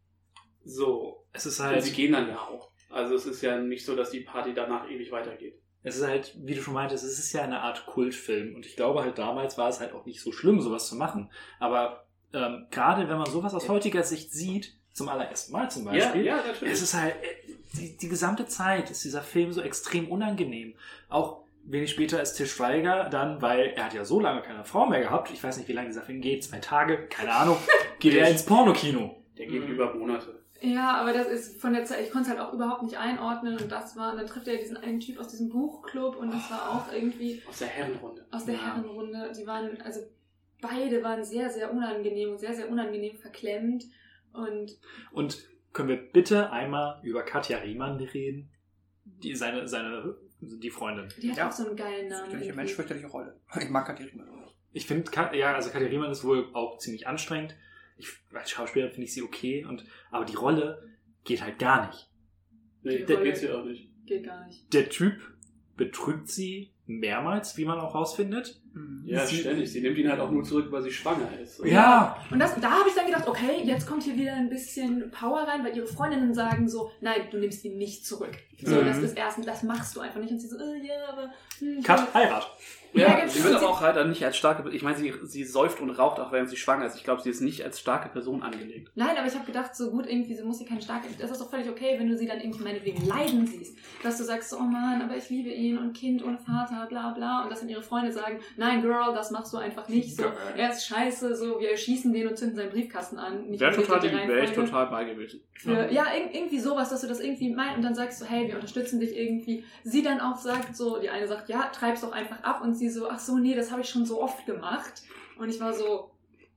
So. Es ist Und halt, sie gehen dann ja auch. Also es ist ja nicht so, dass die Party danach ewig weitergeht. es ist halt, wie du schon meintest, es ist ja eine Art Kultfilm. Und ich glaube halt, damals war es halt auch nicht so schlimm, sowas zu machen. Aber ähm, gerade wenn man sowas aus heutiger Sicht sieht, zum allerersten Mal zum Beispiel, ja, natürlich. es ist halt, äh, die, die gesamte Zeit ist dieser Film so extrem unangenehm. Auch wenig später ist Til Schweiger dann, weil er hat ja so lange keine Frau mehr gehabt, ich weiß nicht, wie lange dieser Film geht, zwei Tage, keine Ahnung, geht er ins Pornokino. Der geht Mhm. über Monate. Ja, aber das ist von der Zeit, ich konnte es halt auch überhaupt nicht einordnen und das war, und dann trifft er diesen einen Typ aus diesem Buchclub und das war auch irgendwie Aus der Herrenrunde. aus der Ja. Herrenrunde, die waren, also beide waren sehr, sehr unangenehm und sehr, sehr unangenehm verklemmt und Und können wir bitte einmal über Katja Riemann reden? Die, seine, seine, die Freundin. die hat Ja. auch so einen geilen Namen. Fürchterlicher irgendwie. Mensch, fürchterliche Rolle. Ich mag Katja Riemann. Ich finde, ja, also Katja Riemann ist wohl auch ziemlich anstrengend. Ich, als Schauspielerin finde ich sie okay, und, aber die Rolle geht halt gar nicht. Nee, Die der Rolle- geht's ja auch nicht. Geht gar nicht. Der Typ betrügt sie mehrmals, wie man auch rausfindet. Ja, Sie- ständig. Sie nimmt ihn halt auch nur zurück, weil sie schwanger ist. Ja, Und das, da habe ich dann gedacht, okay, jetzt kommt hier wieder ein bisschen Power rein, weil ihre Freundinnen sagen so, nein, du nimmst ihn nicht zurück. So, Mhm. das ist erst, das machst du einfach nicht. Und sie so, äh, ja, aber... Hm, ich Cut, Heirat. Ja, Ja, sie wird genau. aber auch halt dann nicht als starke, ich meine, sie, sie säuft und raucht auch, während sie schwanger ist. Ich glaube, sie ist nicht als starke Person angelegt. Nein, aber ich habe gedacht, so gut, irgendwie, so muss sie keine starke... Das ist doch völlig okay, wenn du sie dann irgendwie meinetwegen leiden siehst. Dass du sagst, so, oh Mann, aber ich liebe ihn und Kind ohne Vater Vater, bla bla, und dass dann ihre Freunde sagen, nein, Girl, das machst du einfach nicht, so, er ist scheiße, so, wir schießen den und zünden seinen Briefkasten an. Wäre total, wäre ich total bei gewesen. Für, ja, ir- irgendwie sowas, dass du das irgendwie meinst und dann sagst du, hey, wir unterstützen dich irgendwie. Sie dann auch sagt so, die eine sagt, ja, treib's doch einfach ab, und sie so, ach so, nee, das habe ich schon so oft gemacht. Und ich war so,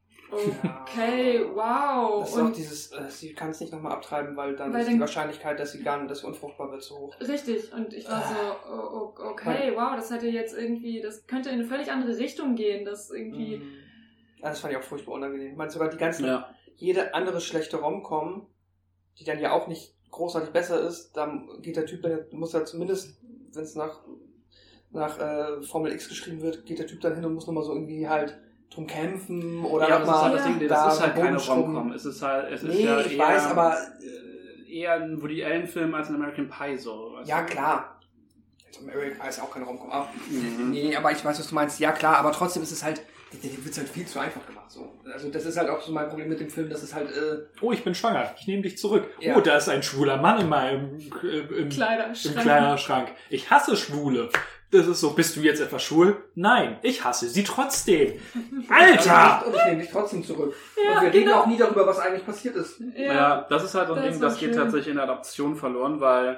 okay, wow. Das ist und auch dieses, äh, sie kann es nicht nochmal abtreiben, weil dann Weil ist dann- die Wahrscheinlichkeit, dass sie gar nicht, dass sie unfruchtbar wird, so hoch. Richtig, und ich war so, oh, oh, okay, wow, das hätte jetzt irgendwie, das könnte in eine völlig andere Richtung gehen, das irgendwie, Mhm. Ja, das fand ich auch furchtbar unangenehm. Ich meine, sogar die ganzen, Ja. jede andere schlechte Rom-Com, die dann ja auch nicht großartig besser ist, dann geht der Typ, dann muss er zumindest, wenn es nach, nach äh, Formel X geschrieben wird, geht der Typ dann hin und muss nochmal so irgendwie halt drum kämpfen oder Ja, das ist nochmal halt das Ding, da das ist halt keine Bodenschrubben. Rom-Com. Es ist halt, es ist Nee, ja ich eher, weiß, aber- äh, eher ein Woody Allen-Film als ein American Pie, so. weißt Ja, du? klar. Jetzt America ist auch keine Rom-Com. Ah, Mhm. Nee, aber ich weiß, was du meinst. Ja, klar, aber trotzdem ist es halt, dem wird halt viel zu einfach gemacht. So. Also das ist halt auch so mein Problem mit dem Film, dass es halt, äh, Oh, ich bin schwanger. Ich nehme dich zurück. Ja. Oh, da ist ein schwuler Mann in meinem äh, im, Kleiderschrank. im Kleiderschrank. Ich hasse Schwule. Das ist so, bist du jetzt etwa schwul? Nein, ich hasse sie trotzdem. Alter! und ich nehme dich trotzdem zurück. Ja, und wir reden genau. auch nie darüber, was eigentlich passiert ist. Ja. Ja, das ist halt so ein Das Ding, war das geht schön. tatsächlich in der Adaption verloren, weil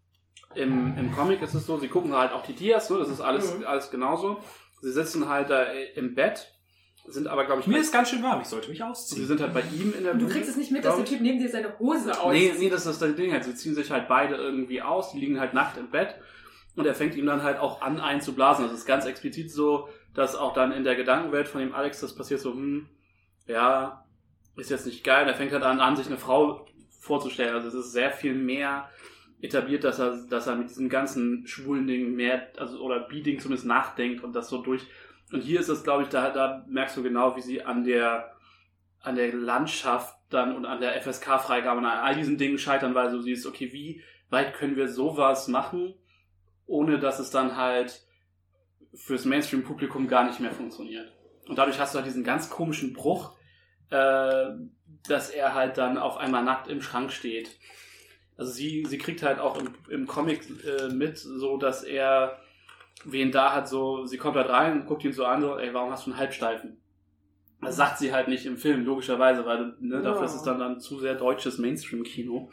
im, im Comic ist es so, sie gucken halt auch die Dias, ne? Das ist alles, Mhm. alles genauso. Sie sitzen halt da im Bett, sind aber, glaube ich, Mir bei- ist ganz schön warm, ich sollte mich sie ausziehen. sind halt bei ihm in der Und du Bude, kriegst es nicht mit, dass der glaub ich. Typ neben dir seine Hose aus. Nee, nee, das ist das Ding halt. Sie ziehen sich halt beide irgendwie aus, die liegen halt nackt im Bett und er fängt ihm dann halt auch an einzublasen. Das ist ganz explizit so, dass auch dann in der Gedankenwelt von dem Alex das passiert so, hm, ja, ist jetzt nicht geil. Und er fängt halt an, an sich eine Frau vorzustellen. Also es ist sehr viel mehr etabliert, dass er, dass er mit diesem ganzen schwulen Ding mehr, also oder Bi-Ding zumindest nachdenkt und das so durch. Und hier ist es, glaube ich, da, da merkst du genau, wie sie an der an der Landschaft dann und an der F S K-Freigabe und an all diesen Dingen scheitern, weil du siehst, okay, wie weit können wir sowas machen, ohne dass es dann halt fürs Mainstream-Publikum gar nicht mehr funktioniert. Und dadurch hast du halt diesen ganz komischen Bruch, äh, dass er halt dann auf einmal nackt im Schrank steht. Also sie, sie kriegt halt auch im, im Comic äh, mit, so dass er wen da hat, so, sie kommt halt rein und guckt ihn so an, so, ey, warum hast du einen Halbsteifen? Das sagt sie halt nicht im Film, logischerweise, weil ne, dafür ist es dann, dann zu sehr deutsches Mainstream-Kino.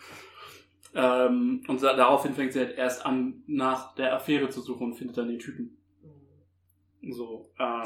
Ähm, und sa- daraufhin fängt sie halt erst an, nach der Affäre zu suchen und findet dann den Typen. So, ähm,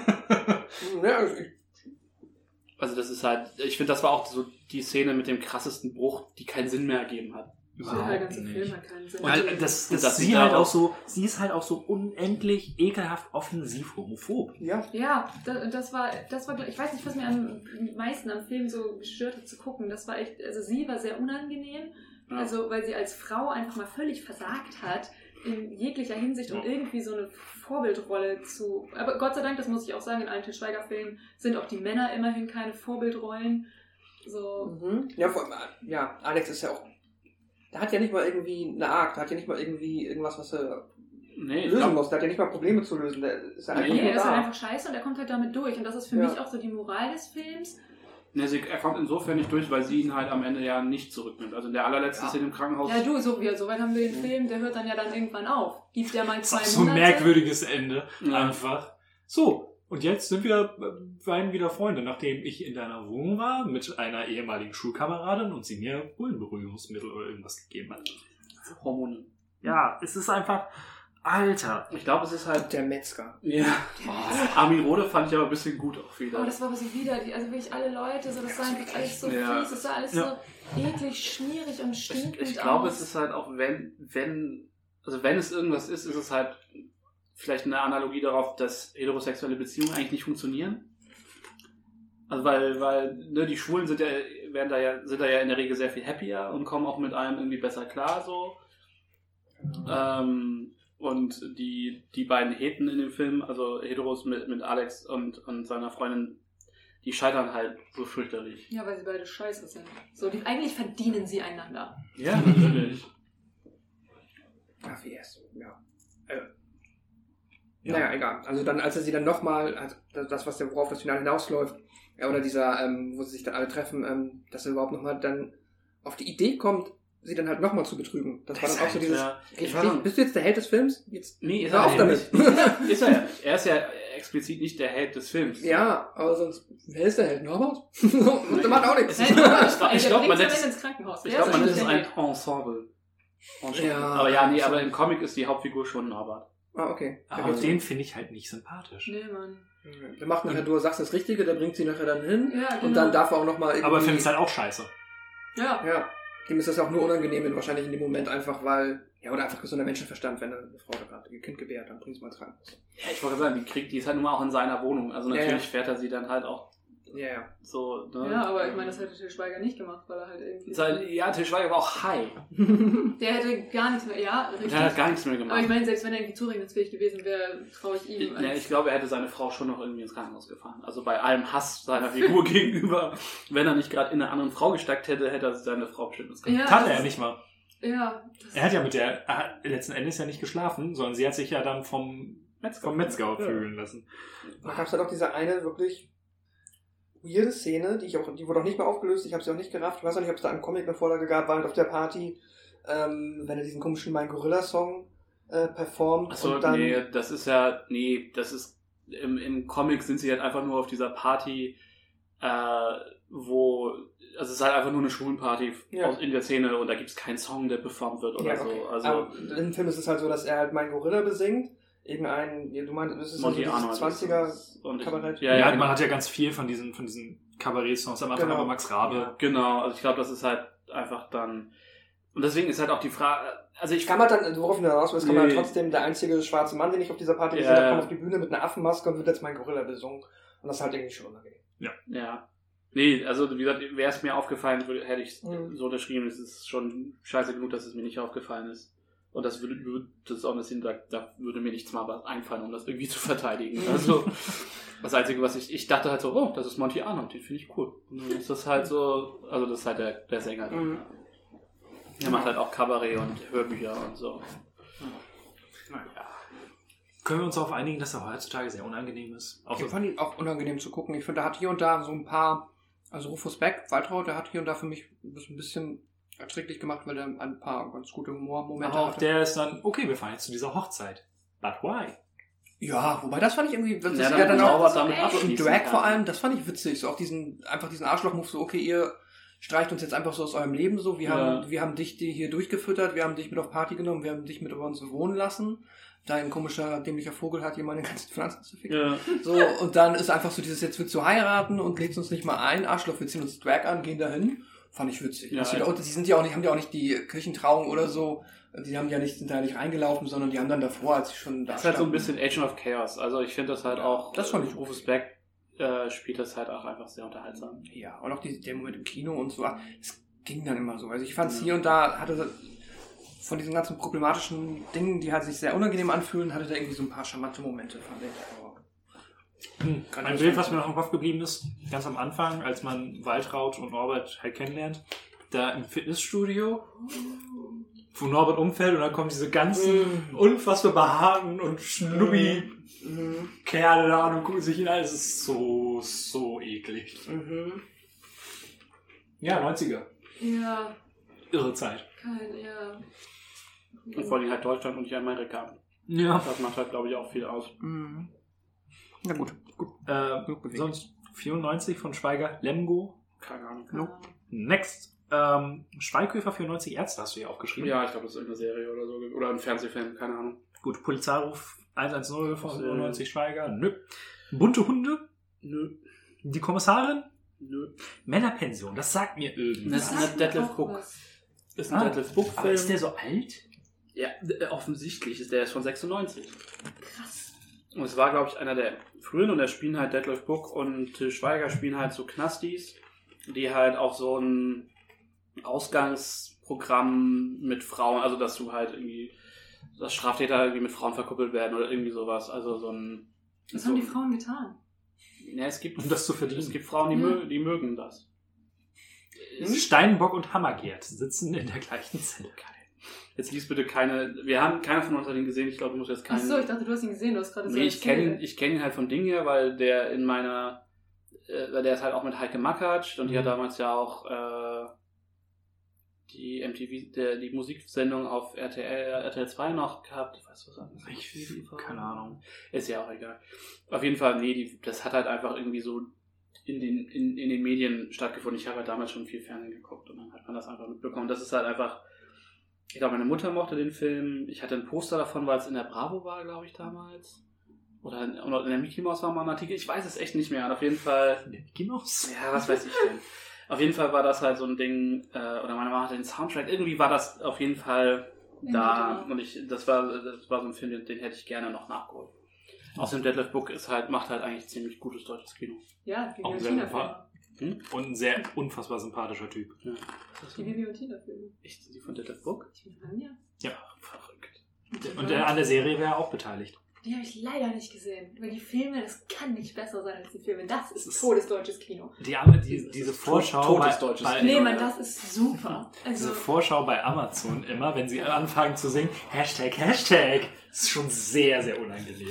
Ja, also ich, also das ist halt, ich finde, das war auch so die Szene mit dem krassesten Bruch, die keinen Sinn mehr ergeben hat. Ja, der ganze Film hat keinen Sinn. Und äh, das, das, dass sie sie halt da auch auch- so, sie ist halt auch so unendlich ekelhaft offensiv homophob. ja. Ja, das, das war, das war, ich weiß nicht, was mir am meisten am Film so gestört hat zu gucken. Das war echt, also sie war sehr unangenehm, Ja. also weil sie als Frau einfach mal völlig versagt hat in jeglicher Hinsicht, um irgendwie so eine Vorbildrolle zu. Aber Gott sei Dank, das muss ich auch sagen, in allen Til Schweiger-Filmen sind auch die Männer immerhin keine Vorbildrollen. So. Mhm. Ja, vor allem, ja, Alex ist ja auch, der hat ja nicht mal irgendwie eine Arc, der hat ja nicht mal irgendwie irgendwas, was er Nee, ich lösen glaub, muss, der hat ja nicht mal Probleme zu lösen, der ist ja einfach Nee, nur er ist halt da. einfach scheiße und er kommt halt damit durch. Und das ist für Ja. mich auch so die Moral des Films. nee, sie, er kommt insofern nicht durch, weil sie ihn halt am Ende ja nicht zurücknimmt. Also in der allerletzten Ja. Szene im Krankenhaus. Ja, du, so, ja, so weit haben wir den Film, der hört dann ja dann irgendwann auf. Gibt ja mal Das ist zwei auch so ein Monate. merkwürdiges Ende. Ja. Einfach. So, und jetzt sind wir äh, beiden wieder Freunde, nachdem ich in deiner Wohnung war mit einer ehemaligen Schulkameradin und sie mir Bullenberuhigungsmittel oder irgendwas gegeben hat. Hormone. Ja, es ist einfach, Alter. Ich glaube, es ist halt. Der Metzger. Ja. Armin Rohde fand ich aber ein bisschen gut auch wieder. Oh, das war aber so widerlich. Also wirklich alle Leute, so, das sah einfach alles so Ja. fies, das sah alles Ja. so eklig, schmierig und stinkend ich, ich glaube, aus. es ist halt auch, wenn, wenn, also wenn es irgendwas ist, ist es halt vielleicht eine Analogie darauf, dass heterosexuelle Beziehungen eigentlich nicht funktionieren. Also weil, weil, ne, die Schwulen sind ja, werden da ja, sind da ja in der Regel sehr viel happier und kommen auch mit allem irgendwie besser klar, so. Ähm, und die, die beiden Heten in dem Film, also Heteros mit, mit Alex und, und seiner Freundin, die scheitern halt so fürchterlich. Ja, weil sie beide scheiße sind. So, die, eigentlich verdienen sie einander. Ja, natürlich. Ach, wie erst, ja. Äh, Naja, egal. Also dann, als er sie dann nochmal, also das, was der, worauf das Finale hinausläuft, ja, oder dieser, ähm, wo sie sich dann alle treffen, ähm, dass er überhaupt nochmal dann auf die Idee kommt, sie dann halt nochmal zu betrügen. Das, Das war dann auch so ist dieses, ja- okay, ich war noch- bist du jetzt der Held des Films? Jetzt Nee, ist hör er auf ja damit. nicht. Ist er ja nicht. Er ist ja explizit nicht der Held des Films. Ja, aber sonst, wer ist der Held? Norbert? Und der macht auch nichts. Ich glaub- ich glaub, man nennt nennt es- ins Krankenhaus. Ich Der glaube, man ist ist der ein Held. Ensemble. Ensemble. Ja. Aber ja, nee, aber im Comic ist die Hauptfigur schon Norbert. Ah, okay. Aber Okay. den finde ich halt nicht sympathisch. Nee, Mann. Der macht nachher, du sagst das Richtige, der bringt sie nachher dann hin. Ja, genau. Und dann darf er auch nochmal irgendwie... Aber ich finde es halt auch scheiße. Ja. Ja, dem ist das auch nur unangenehm, wahrscheinlich in dem Moment einfach, weil... Ja, oder einfach gesunder Menschenverstand, wenn eine Frau da gerade ihr Kind gebärt, dann bringt es mal ins Krankenhaus. Ja, ich wollte sagen, die kriegt, die ist halt nun mal auch in seiner Wohnung. Also natürlich Ja, ja. fährt er sie dann halt auch Ja, ja. so, ne? Ja, aber ich meine, das hätte Til Schweiger nicht gemacht, weil er halt irgendwie... Sein, ja, Til Schweiger war auch high. Der hätte gar nichts mehr... Ja, richtig. Der hat gar nichts mehr gemacht. Aber ich meine, selbst wenn er irgendwie zurechnungsfähig gewesen wäre, traue ich ihm. Ja, als- ich glaube, er hätte seine Frau schon noch irgendwie ins Krankenhaus gefahren. Also bei allem Hass seiner Figur gegenüber, wenn er nicht gerade in eine andere Frau gesteckt hätte, hätte er seine Frau bestimmt ins Krankenhaus. Ja, Kann er das- ja nicht mal. Ja. das- Er hat ja mit der, er hat letzten Endes ja nicht geschlafen, sondern sie hat sich ja dann vom Metzger. vom Metzger fühlen lassen. Da gab es halt auch diese eine wirklich weirde Szene, die ich auch, die wurde auch nicht mehr aufgelöst, ich habe sie auch nicht gerafft. Ich weiß auch nicht, ob es da einen Comic eine Vorlage gab, war halt auf der Party, ähm, wenn er diesen komischen Mein Gorilla-Song äh, performt. Achso, und dann, nee, das ist ja, nee, das ist, im, im Comic sind sie halt einfach nur auf dieser Party, äh, wo, also es ist halt einfach nur eine Schwulenparty Ja. aus- in der Szene und da gibt es keinen Song, der performt wird oder ja, okay. so. Also, Aber im Film ist es halt so, dass er halt Mein Gorilla besingt. Irgendein, ja, du meinst, das ist so Monty dieses Arnold. zwanziger und ich- Kabarett. Ja, Ja, ja, man genau. hat ja ganz viel von diesen, von diesen Kabarett-Songs am Anfang, Genau. aber Max Rabe. Ja. Genau, also ich glaube, das ist halt einfach dann, und deswegen ist halt auch die Frage, also ich Ich kann man dann, worauf ich hinaus will, ist, kann man Nee. halt trotzdem der einzige schwarze Mann, den ich auf dieser Party Ja, gesehen habe, ja. kommt auf die Bühne mit einer Affenmaske und wird jetzt Mein Gorilla besungen. Und das ist halt irgendwie schon unangenehm. Ja. Nee, also wie gesagt, wäre es mir aufgefallen, würde, hätte ich Mhm. so unterschrieben. Es ist schon scheiße genug, dass es mir nicht aufgefallen ist. Und das würde, würde das ist auch ein bisschen, da, da würde mir nichts mal was einfallen, um das irgendwie zu verteidigen. Also das Einzige, was ich, ich dachte halt so, oh, das ist Monty Arnold, den finde ich cool. Und dann ist das halt so, also das ist halt der, der Sänger. Mhm. Der macht halt auch Kabarett und Hörbücher und so. Naja. Können wir uns darauf einigen, dass er heutzutage sehr unangenehm ist? Auch Ich so, fand ihn auch unangenehm zu gucken. Ich finde, er hat hier und da so ein paar, also Rufus Beck, Waltraud, der hat hier und da für mich das ein bisschen erträglich gemacht, weil er ein paar ganz gute Humormomente aber auch hatte. der ist dann, okay, wir fahren jetzt zu dieser Hochzeit. But why? Ja, wobei das fand ich irgendwie, das Ja, ist dann ja dann Robert auch damit so im abschließen Drag kann. vor allem, das fand ich witzig, so auch diesen, einfach diesen Arschloch-Move, so okay, ihr streicht uns jetzt einfach so aus eurem Leben so, wir Ja. haben, wir haben dich die hier durchgefüttert, wir haben dich mit auf Party genommen, wir haben dich mit bei uns wohnen lassen, dein komischer, dämlicher Vogel hat hier meine ganzen Pflanzen zu ficken. Ja. So, und dann ist einfach so dieses, jetzt willst du heiraten und lädst uns nicht mal ein, Arschloch, wir ziehen uns Drag an, gehen dahin. Fand ich witzig. Ja, Das sieht also- auch, die sind ja auch nicht, haben ja auch nicht die Kirchentrauung oder so, die haben ja nicht, sind da nicht reingelaufen, sondern die haben dann davor, als sie schon da Das ist halt so ein standen. bisschen Agent of Chaos. Also ich finde das halt Ja, auch, das fand ich äh, Rufus Beck äh, spielt das halt auch einfach sehr unterhaltsam. Ja, und auch die, der Moment im Kino und so, es ging dann immer so. Also ich fand es Ja. hier und da, hatte von diesen ganzen problematischen Dingen, die halt sich sehr unangenehm anfühlen, hatte da irgendwie so ein paar charmante Momente, fand ich. Aber Hm. Kann Ein ich Bild, sagen. was mir noch im Kopf geblieben ist, ganz am Anfang, als man Waltraud und Norbert halt kennenlernt, da im Fitnessstudio, wo Norbert umfällt und dann kommen diese ganzen unfassbar behaarten und schnubbi Mhm. Kerle da an und gucken sich ihn an. Es ist so, so eklig. Mhm. Ja, neunziger. Ja, Irre Zeit. kein, ja. Und vor allem halt Deutschland und nicht Amerika. Ja. Das macht halt, glaube ich, auch viel aus. Mhm. Na gut. gut. Äh, Genug bewegt. sonst vierundneunzig von Schweiger, Lemgo. Keine Ahnung. Ja. Next. Ähm, Schweighöfer vierundneunzig Ärzte hast du hier aufgeschrieben. Ja, ich glaube, das ist irgendeine Serie oder so. Oder ein Fernsehfilm, keine Ahnung. Gut, Polizeiruf hundertzehn von Äh. fünfundneunzig Schweiger. Nö. Bunte Hunde. Nö. Die Kommissarin. Nö. Männerpension. Das sagt mir Das irgendwas. ist Sagt eine mir Detlef auch Cook. was. Ist ein Ah, Detlef Book-Film. Aber ist der so alt? Ja, äh, offensichtlich ist der ist von sechsundneunzig. Krass. Und es war, glaube ich, einer der frühen und da spielen halt Detlef Book und Til Schweiger spielen halt so Knastis, die halt auch so ein Ausgangsprogramm mit Frauen, also dass du halt irgendwie, dass Straftäter irgendwie mit Frauen verkuppelt werden oder irgendwie sowas. Also so ein. Was so haben die ein- Frauen getan? Ja, es gibt, Um das zu verdienen. es gibt Frauen, die, Ja. mö die mögen das. Steinbock und Hammergert sitzen in der gleichen Zelle. Jetzt liest bitte keine, wir haben, keiner von uns hat ihn gesehen, ich glaube, du musst jetzt keinen... Achso, ich dachte, du hast ihn gesehen, du hast gerade so Nee, ich erzählt. kenne ihn, ich kenn ihn halt vom Ding her, weil der in meiner, äh, weil der ist halt auch mit Heike Makatsch und die Mhm. hat damals ja auch äh, die M T V, der, die Musiksendung auf R T L, R T L zwei noch gehabt. Ich weiß was anderes. Ich, keine Ahnung. Ist ja auch egal. Auf jeden Fall, nee, die, das hat halt einfach irgendwie so in den, in, in den Medien stattgefunden. Ich habe halt damals schon viel Fernsehen geguckt und dann hat man das einfach mitbekommen. Das ist halt einfach, ich glaube, meine Mutter mochte den Film. Ich hatte ein Poster davon, weil es in der Bravo war, glaube ich, damals. Oder in, oder in der Mickey Mouse war mal ein Artikel. Ich weiß es echt nicht mehr. Und auf jeden Fall... In der Mickey Mouse? Ja, was weiß ich denn. Auf jeden Fall war das halt so ein Ding, äh, oder meine Mama hatte den Soundtrack. Irgendwie war das auf jeden Fall da. Und ich, das war, das war so ein Film, den, den hätte ich gerne noch nachgeholt. Außerdem Deadlift Book ist halt, macht halt eigentlich ziemlich gutes deutsches Kino. Ja, auch ein sehr sympa- hm? Und ein sehr unfassbar sympathischer Typ. Ja. Die Bibi und Tina-Filme. Echt? Die von Deadlift Book? Ich bin Anja. Ja. Verrückt. Und der, an der Serie wäre er auch beteiligt. Die habe ich leider nicht gesehen. Weil die Filme, das kann nicht besser sein als die Filme. Das ist, Das ist todesdeutsches Kino. Die, die, diese Vorschau Totes bei, deutsches bei, Kino. Nee, Mann, das ist super. Also, diese Vorschau bei Amazon immer, wenn sie anfangen zu singen, Hashtag, Hashtag, ist schon sehr, sehr unangenehm.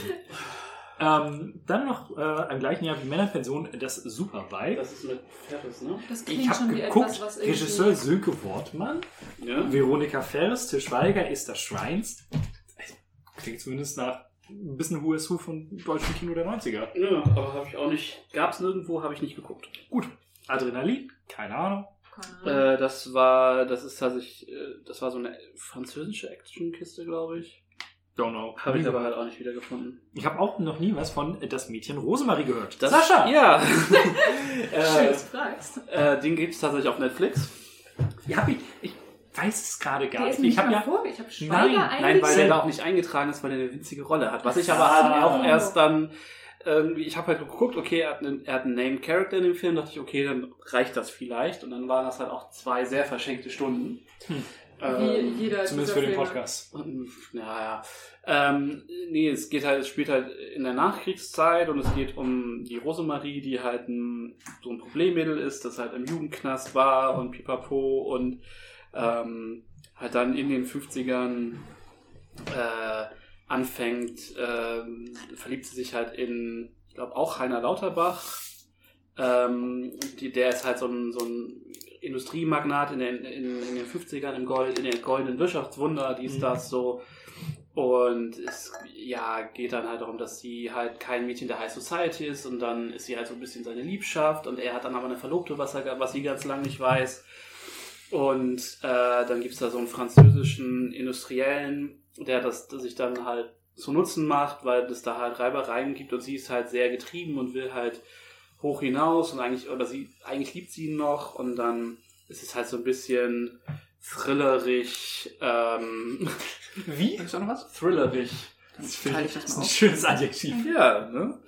ähm, dann noch äh, im gleichen Jahr wie Männerpension das Superbike. Das ist mit Ferris, ne? das Ich klingt schon habe wie geguckt, etwas, was irgendwie... Regisseur Sönke Wortmann, Ja. Veronika Ferres, Til Schweiger, Esther Schreins. Klingt zumindest nach ein bisschen Who is Who von deutschen Kino der neunziger. Ja, aber habe ich auch nicht, gab's nirgendwo, habe ich nicht geguckt. Gut. Adrenalin? Keine Ahnung. Keine Ahnung. Äh, das war, das ist tatsächlich, äh, das war so eine französische Actionkiste, glaube ich. Don't know. Habe ich aber halt auch nicht wiedergefunden. Ich habe auch noch nie was von Das Mädchen Rosemarie gehört. Das, Sascha! Ja. Schön, äh, dass du fragst. äh, den gibt's tatsächlich auf Netflix. Ja, ich, ich weiß es gerade gar Der ist nicht. mir Ich habe mal ja vor, ich habe Schweiger Nein, Nein, weil eingesetzt. der da auch nicht eingetragen ist, weil der eine winzige Rolle hat. Was ich aber Ah. halt auch erst dann irgendwie, ich habe halt geguckt, okay, er hat einen, er hat einen Named Character in dem Film, dachte ich, okay, dann reicht das vielleicht. Und dann waren das halt auch zwei sehr verschenkte Stunden. Hm. Wie Ähm, jeder zumindest dieser für den Filme. Podcast. Und, ja, ja. Ähm, nee, es geht halt, es spielt halt in der Nachkriegszeit und es geht um die Rosemarie, die halt ein, so ein Problemmädel ist, das halt im Jugendknast war und pipapo und ähm, halt dann in den fünfzigern äh, anfängt, ähm, verliebt sie sich halt in, ich glaube auch Heiner Lauterbach. Ähm, die, der ist halt so ein, so ein Industriemagnat in den, in, in den fünfzigern, im Gold, in den goldenen Wirtschaftswunder, dies, Mhm. das, so. Und es ja, geht dann halt darum, dass sie halt kein Mädchen der High Society ist und dann ist sie halt so ein bisschen seine Liebschaft und er hat dann aber eine Verlobte, was, er, was sie ganz lang nicht weiß. Und äh, dann gibt's da so einen französischen Industriellen, der das der sich dann halt zu Nutzen macht, weil es da halt Reibereien gibt und sie ist halt sehr getrieben und will halt hoch hinaus und eigentlich, oder sie, eigentlich liebt sie ihn noch und dann ist es halt so ein bisschen thrillerig, ähm, Wie? Ist da noch was? thrillerig. Dann teile ich das Das ist mal ein auf. schönes Adjektiv. Ja, ne?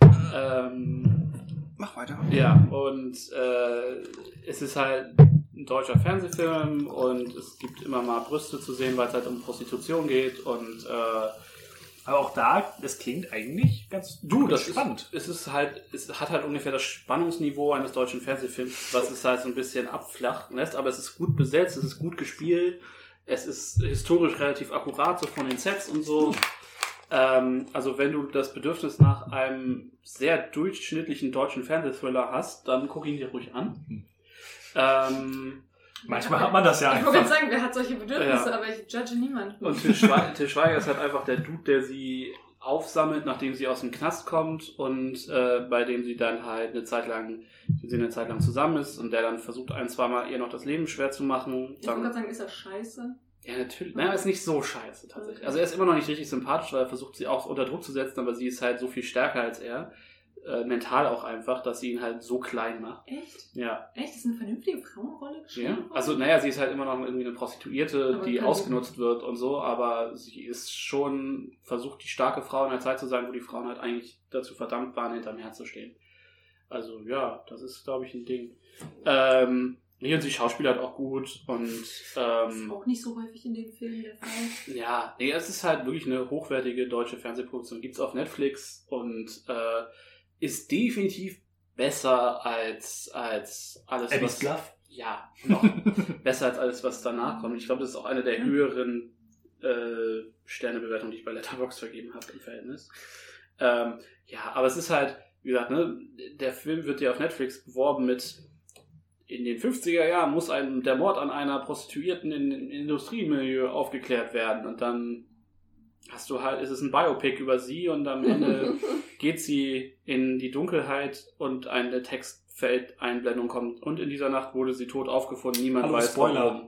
Ähm, Mach weiter. ja, und äh, es ist halt ein deutscher Fernsehfilm und es gibt immer mal Brüste zu sehen, weil es halt um Prostitution geht und äh, Aber auch da, das klingt eigentlich ganz Du, das spannend. Ist, es ist halt, es hat halt ungefähr das Spannungsniveau eines deutschen Fernsehfilms, was es halt so ein bisschen abflachen lässt, aber es ist gut besetzt, es ist gut gespielt, es ist historisch relativ akkurat, so von den Sets und so. Ähm, also wenn du das Bedürfnis nach einem sehr durchschnittlichen deutschen Fernsehthriller hast, dann guck ihn dir ruhig an. Hm. Ähm, Manchmal hat man das ja Ich wollte gerade einfach. sagen, wer hat solche Bedürfnisse, Ja. aber ich judge niemanden. Und Til Schweiger, Til Schweiger ist halt einfach der Dude, der sie aufsammelt, nachdem sie aus dem Knast kommt und äh, bei dem sie dann halt eine Zeit lang, sie eine Zeit lang zusammen ist und der dann versucht ein, zwei Mal ihr noch das Leben schwer zu machen. Ich wollte Dann, gerade sagen, ist das scheiße? ja, natürlich. Naja, ist nicht so scheiße tatsächlich. Also er ist immer noch nicht richtig sympathisch, weil er versucht sie auch unter Druck zu setzen, aber sie ist halt so viel stärker als er. Äh, mental auch einfach, dass sie ihn halt so klein macht. Echt? Ja. Echt? Ist eine vernünftige Frauenrolle Ja. geschrieben worden? Also, naja, sie ist halt immer noch irgendwie eine Prostituierte, Aber die kann- ausgenutzt wird und so, aber sie ist schon, versucht die starke Frau in der Zeit zu sein, wo die Frauen halt eigentlich dazu verdammt waren, hinterm Herd zu stehen. Also, ja, das ist, glaube ich, ein Ding. Ähm, nee, und sie schauspielert auch gut und, Das ist ähm, auch nicht so häufig in dem Film der Fall. ja, nee, es ist halt wirklich eine hochwertige deutsche Fernsehproduktion. Gibt's auf Netflix und, äh, ist definitiv besser als, als alles, Abby's was... Glove. Ja, noch besser als alles, was danach kommt. Ich glaube, das ist auch eine der höheren äh, Sternebewertungen, die ich bei Letterboxd vergeben habe im Verhältnis. Ähm, ja, aber es ist halt, wie gesagt, ne, der Film wird ja auf Netflix beworben mit in den fünfziger Jahren muss ein, der Mord an einer Prostituierten in, im Industriemilieu aufgeklärt werden. Und dann hast du halt, ist es ein Biopic über sie und am Ende geht sie in die Dunkelheit und eine Textfeldeinblendung kommt. Und in dieser Nacht wurde sie tot aufgefunden. Niemand Hallo, weiß Spoiler. warum.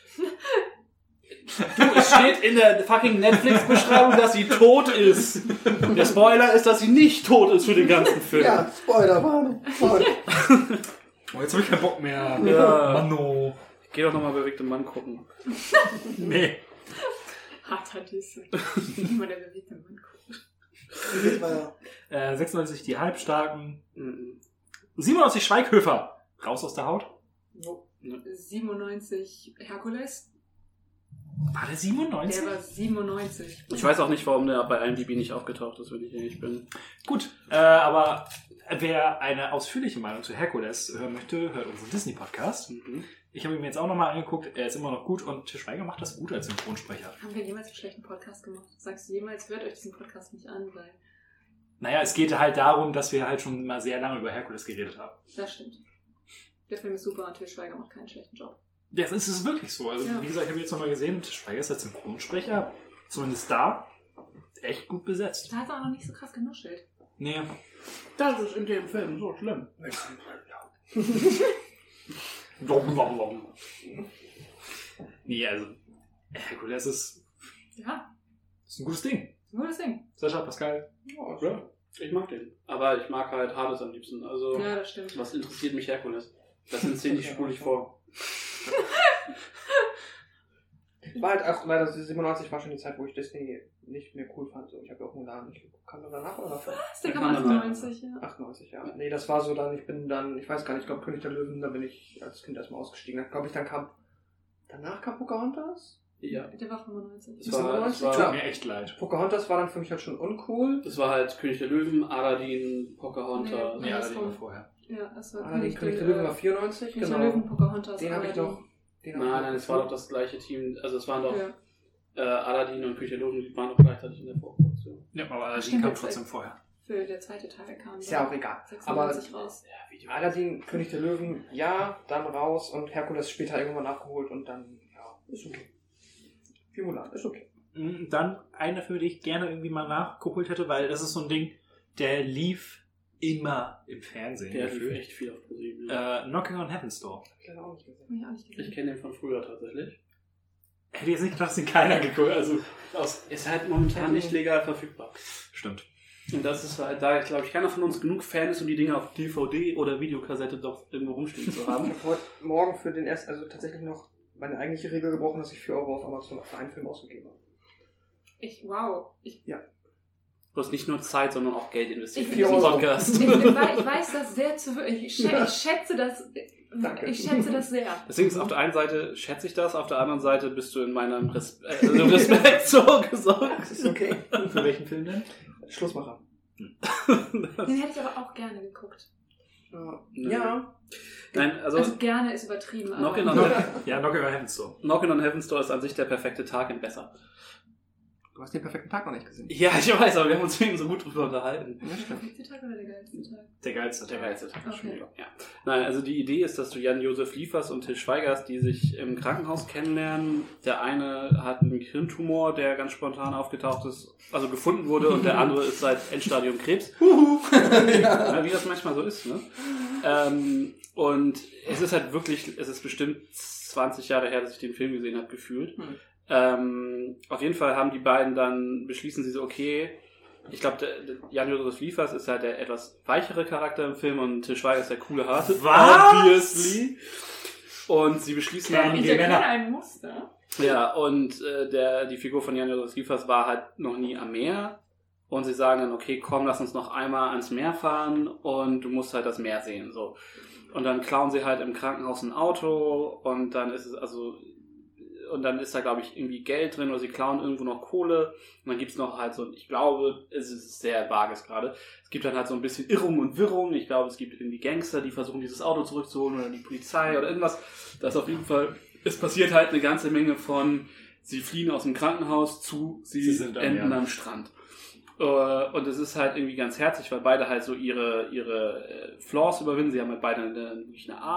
Du, es steht in der fucking Netflix-Beschreibung, dass sie tot ist. Der Spoiler ist, dass sie nicht tot ist für den ganzen Film. Ja, Spoilerwarnung. Voll. Oh, jetzt habe ich keinen Bock mehr. Ja. Mano. Geh doch nochmal bewegte Mann gucken. Nee. Harter Diss. Immer der bewegte Mann guckt. Jetzt mal, Äh, sechsundneunzig die Halbstarken. Mhm. siebenundneunzig Schweighöfer. Raus aus der Haut. siebenundneunzig Herkules. War der siebenundneunzig? Der war siebenundneunzig. Ich weiß auch nicht, warum der bei I M D B nicht aufgetaucht ist, wenn ich ehrlich bin. Gut, äh, aber wer eine ausführliche Meinung zu Herkules hören möchte, hört unseren Disney-Podcast. Mhm. Ich habe ihn mir jetzt auch nochmal angeguckt. Er ist immer noch gut und Til Schweiger macht das gut als Synchronsprecher. Haben wir jemals einen schlechten Podcast gemacht? Sagst du jemals, hört euch diesen Podcast nicht an, weil Naja, es geht halt darum, dass wir halt schon mal sehr lange über Herkules geredet haben. das stimmt. Der Film ist super und Til Schweiger macht keinen schlechten Job. Ja, das ist wirklich so. Also, Ja. wie gesagt, ich habe jetzt nochmal gesehen, Til Schweiger ist als Synchronsprecher, zumindest da, echt gut besetzt. Da hat er auch noch nicht so krass genuschelt. Nee. Das ist in dem Film so schlimm. Warum, warum, warum? Nee, also, Herkules ist, Ja, ist ein gutes Ding. ist ein gutes Ding. Sascha, Pascal. Ja, ich mag den. Aber ich mag halt Hades am liebsten. Also, Ja, das stimmt. was interessiert mich Herkules? Das sind Szenen, die spule ich vor. war halt auch leider siebenundneunzig war schon die Zeit, wo ich Disney nicht mehr cool fand. So, ich habe ja auch Mulan nicht geguckt. Kam der danach oder davor? Das ist der Der kam kann danach. achtundneunzig, ja. achtundneunzig, ja. Nee, das war so dann, ich bin dann, ich weiß gar nicht, ich glaube König der Löwen, da bin ich als Kind erstmal ausgestiegen. Dann glaube ich, dann kam, danach kam Pocahontas? Ja. Der war fünfundneunzig. Das war, das Tut war, mir echt leid. Pocahontas war dann für mich halt schon uncool. das war halt König der Löwen, Aladdin, Pocahontas. Nee. Nee, Andersrum. Aladdin war vorher. Ja, das war Ah, die König der Löwen war vierundneunzig, König genau. der Löwen, Pocahontas, Den habe ich Aladdin. noch. Den hab ich Nein, noch nein, es war doch geguckt. das gleiche Team. Also es waren doch Ja. äh, Aladdin und König der Löwen, die waren doch gleichzeitig in der Vorproduktion. Ja, aber Aladdin Stimmt, kam jetzt trotzdem weiß- vorher. Für der zweite Teil kam Ist ja auch egal. sechsundneunzig raus. Ja, Video. Aladdin, König der Löwen, ja, dann raus und Herkules später irgendwann nachgeholt und dann, ja, ist okay. Wie Mulan, ist okay. Mhm, Dann einer, für den ich gerne irgendwie mal nachgeholt hätte, weil das ist so ein Ding, der lief immer im Fernsehen. Der lief gefühlt. echt viel auf ProSieben. Ja. Äh, Knocking on Heaven's Door. Hab ich leider auch nicht gesehen. Hab ich auch nicht Ich gesehen. kenne den von früher tatsächlich. Hätte jetzt nicht gedacht, dass ihn keiner geguckt. Also, aus. Ist halt momentan nicht legal verfügbar. Stimmt. Und das ist halt, da glaube ich, keiner von uns genug Fan ist, um die Dinge auf D V D oder Videokassette doch irgendwo rumstehen zu Ich haben. habe heute Morgen für den ersten, also tatsächlich noch meine eigentliche Regel gebrochen, dass ich vier Euro auf Amazon für einen Film ausgegeben habe. Ich, wow. Ich, Du hast nicht nur Zeit, sondern auch Geld investiert Ich- in diesen Euro. Podcast. ich, ich, weiß, ich weiß das sehr zu ich, schä Ja. ich schätze das. Danke. Ich schätze das sehr. Deswegen ist auf der einen Seite schätze ich das, auf der anderen Seite bist du in meinem Res äh, also Respekt so gesorgt. Ist okay. Für welchen Film denn? Schlussmacher. Den hätte ich aber auch gerne geguckt. Ja. Nö. ja. Nein, also, Also gerne ist übertrieben. Aber Knockin' on, Ja, Knocking on Heaven's Door. Knockin' on Heaven's Door ist an sich der perfekte Tag in besser. Du hast den perfekten Tag noch nicht gesehen. Ja, ich weiß, aber wir haben uns eben so gut drüber unterhalten. Ja, der stimmt. perfekte Tag oder der geilste Tag? Der geilste Der Teil. geilste Tag. Okay. Entschuldigung, ja. Nein, also die Idee ist, dass du Jan-Josef Liefers und Til Schweiger hast, die sich im Krankenhaus kennenlernen. Der eine hat einen Gehirntumor, der ganz spontan aufgetaucht ist, also gefunden wurde, und der andere ist seit Endstadium Krebs. Ja, wie das manchmal so ist, ne? Ähm, und es ist halt wirklich, es ist bestimmt zwanzig Jahre her, dass ich den Film gesehen habe, gefühlt. Hm. Ähm, auf jeden Fall haben die beiden dann, beschließen sie so, okay, ich glaube, Jan-Josef Liefers ist halt der etwas weichere Charakter im Film und Til Schweiger ist der coole Harte. Was? Obviously. Und sie beschließen dann, Ich Die erkenne Männer. ein Muster. ja, und äh, der, die Figur von Jan-Josef Liefers war halt noch nie am Meer. Und sie sagen dann, okay, komm, lass uns noch einmal ans Meer fahren und du musst halt das Meer sehen. So. Und dann klauen sie halt im Krankenhaus ein Auto und dann ist es also, und dann ist da, glaube ich, irgendwie Geld drin oder sie klauen irgendwo noch Kohle. Und dann gibt's noch halt so, ich glaube, es ist sehr vages gerade, es gibt dann halt so ein bisschen Irrung und Wirrung. Ich glaube, es gibt irgendwie Gangster, die versuchen, dieses Auto zurückzuholen oder die Polizei oder irgendwas. Das auf jeden Fall, es passiert halt eine ganze Menge von, sie fliehen aus dem Krankenhaus zu, sie, Sie sind am enden Meer. am Strand. Äh, Und es ist halt irgendwie ganz herzig, weil beide halt so ihre, ihre äh, Flaws überwinden. Sie haben halt beide eine, wirklich eine Arc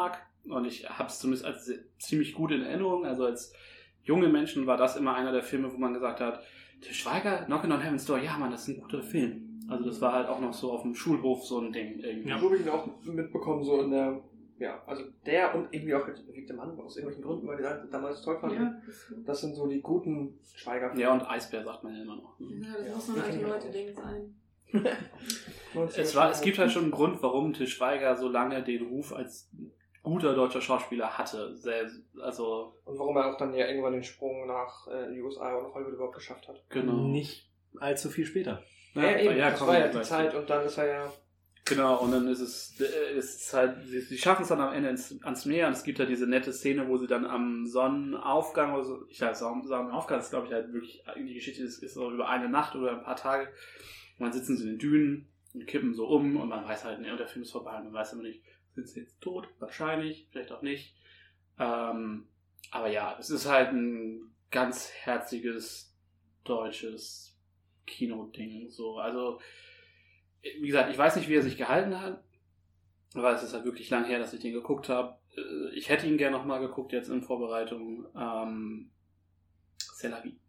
Und ich habe es zumindest als sehr, ziemlich gut in Erinnerung. Also als junge Menschen war das immer einer der Filme, wo man gesagt hat, Til Schweiger, Knockin' on Heaven's Door, ja Mann, das ist ein guter Film. Also das war halt auch noch so auf dem Schulhof so ein Ding irgendwie. Ja, so habe ich ihn auch mitbekommen, so in der, ja, also der und irgendwie auch der bewegte Mann, aus irgendwelchen Gründen, weil die da damals toll fanden. Ja, das, Das sind so die guten Schweiger. Ja, und Eisbär sagt man ja immer noch. ja, das Ja, muss man das alte kenn ich Leute auch. Ding sein. Es, war, es gibt halt schon einen Grund, warum Til Schweiger so lange den Ruf als guter deutscher Schauspieler hatte. Sehr, also Und warum er auch dann ja irgendwann den Sprung nach äh, die U S A und Hollywood überhaupt geschafft hat. genau. Nicht allzu viel später. Ja, eben, das kommen war wir ja die gleich Zeit zu. und dann ist er ja... Genau, und dann ist es, äh, es ist halt, sie, sie schaffen es dann am Ende ins, ans Meer und es gibt ja diese nette Szene, wo sie dann am Sonnenaufgang oder so, ich sag Sonnenaufgang, das glaube ich halt wirklich, die Geschichte ist, ist so über eine Nacht oder ein paar Tage und dann sitzen sie in den Dünen und kippen so um und man weiß halt, ne, der Film ist vorbei und man weiß immer nicht, sind sie jetzt tot? Wahrscheinlich, vielleicht auch nicht. Ähm, aber ja, es ist halt ein ganz herziges deutsches Kinoding, so, also wie gesagt, ich weiß nicht, wie er sich gehalten hat, aber es ist halt wirklich lang her, dass ich den geguckt habe. Ich hätte ihn gerne nochmal geguckt, jetzt in Vorbereitung. Ähm, C'est la vie.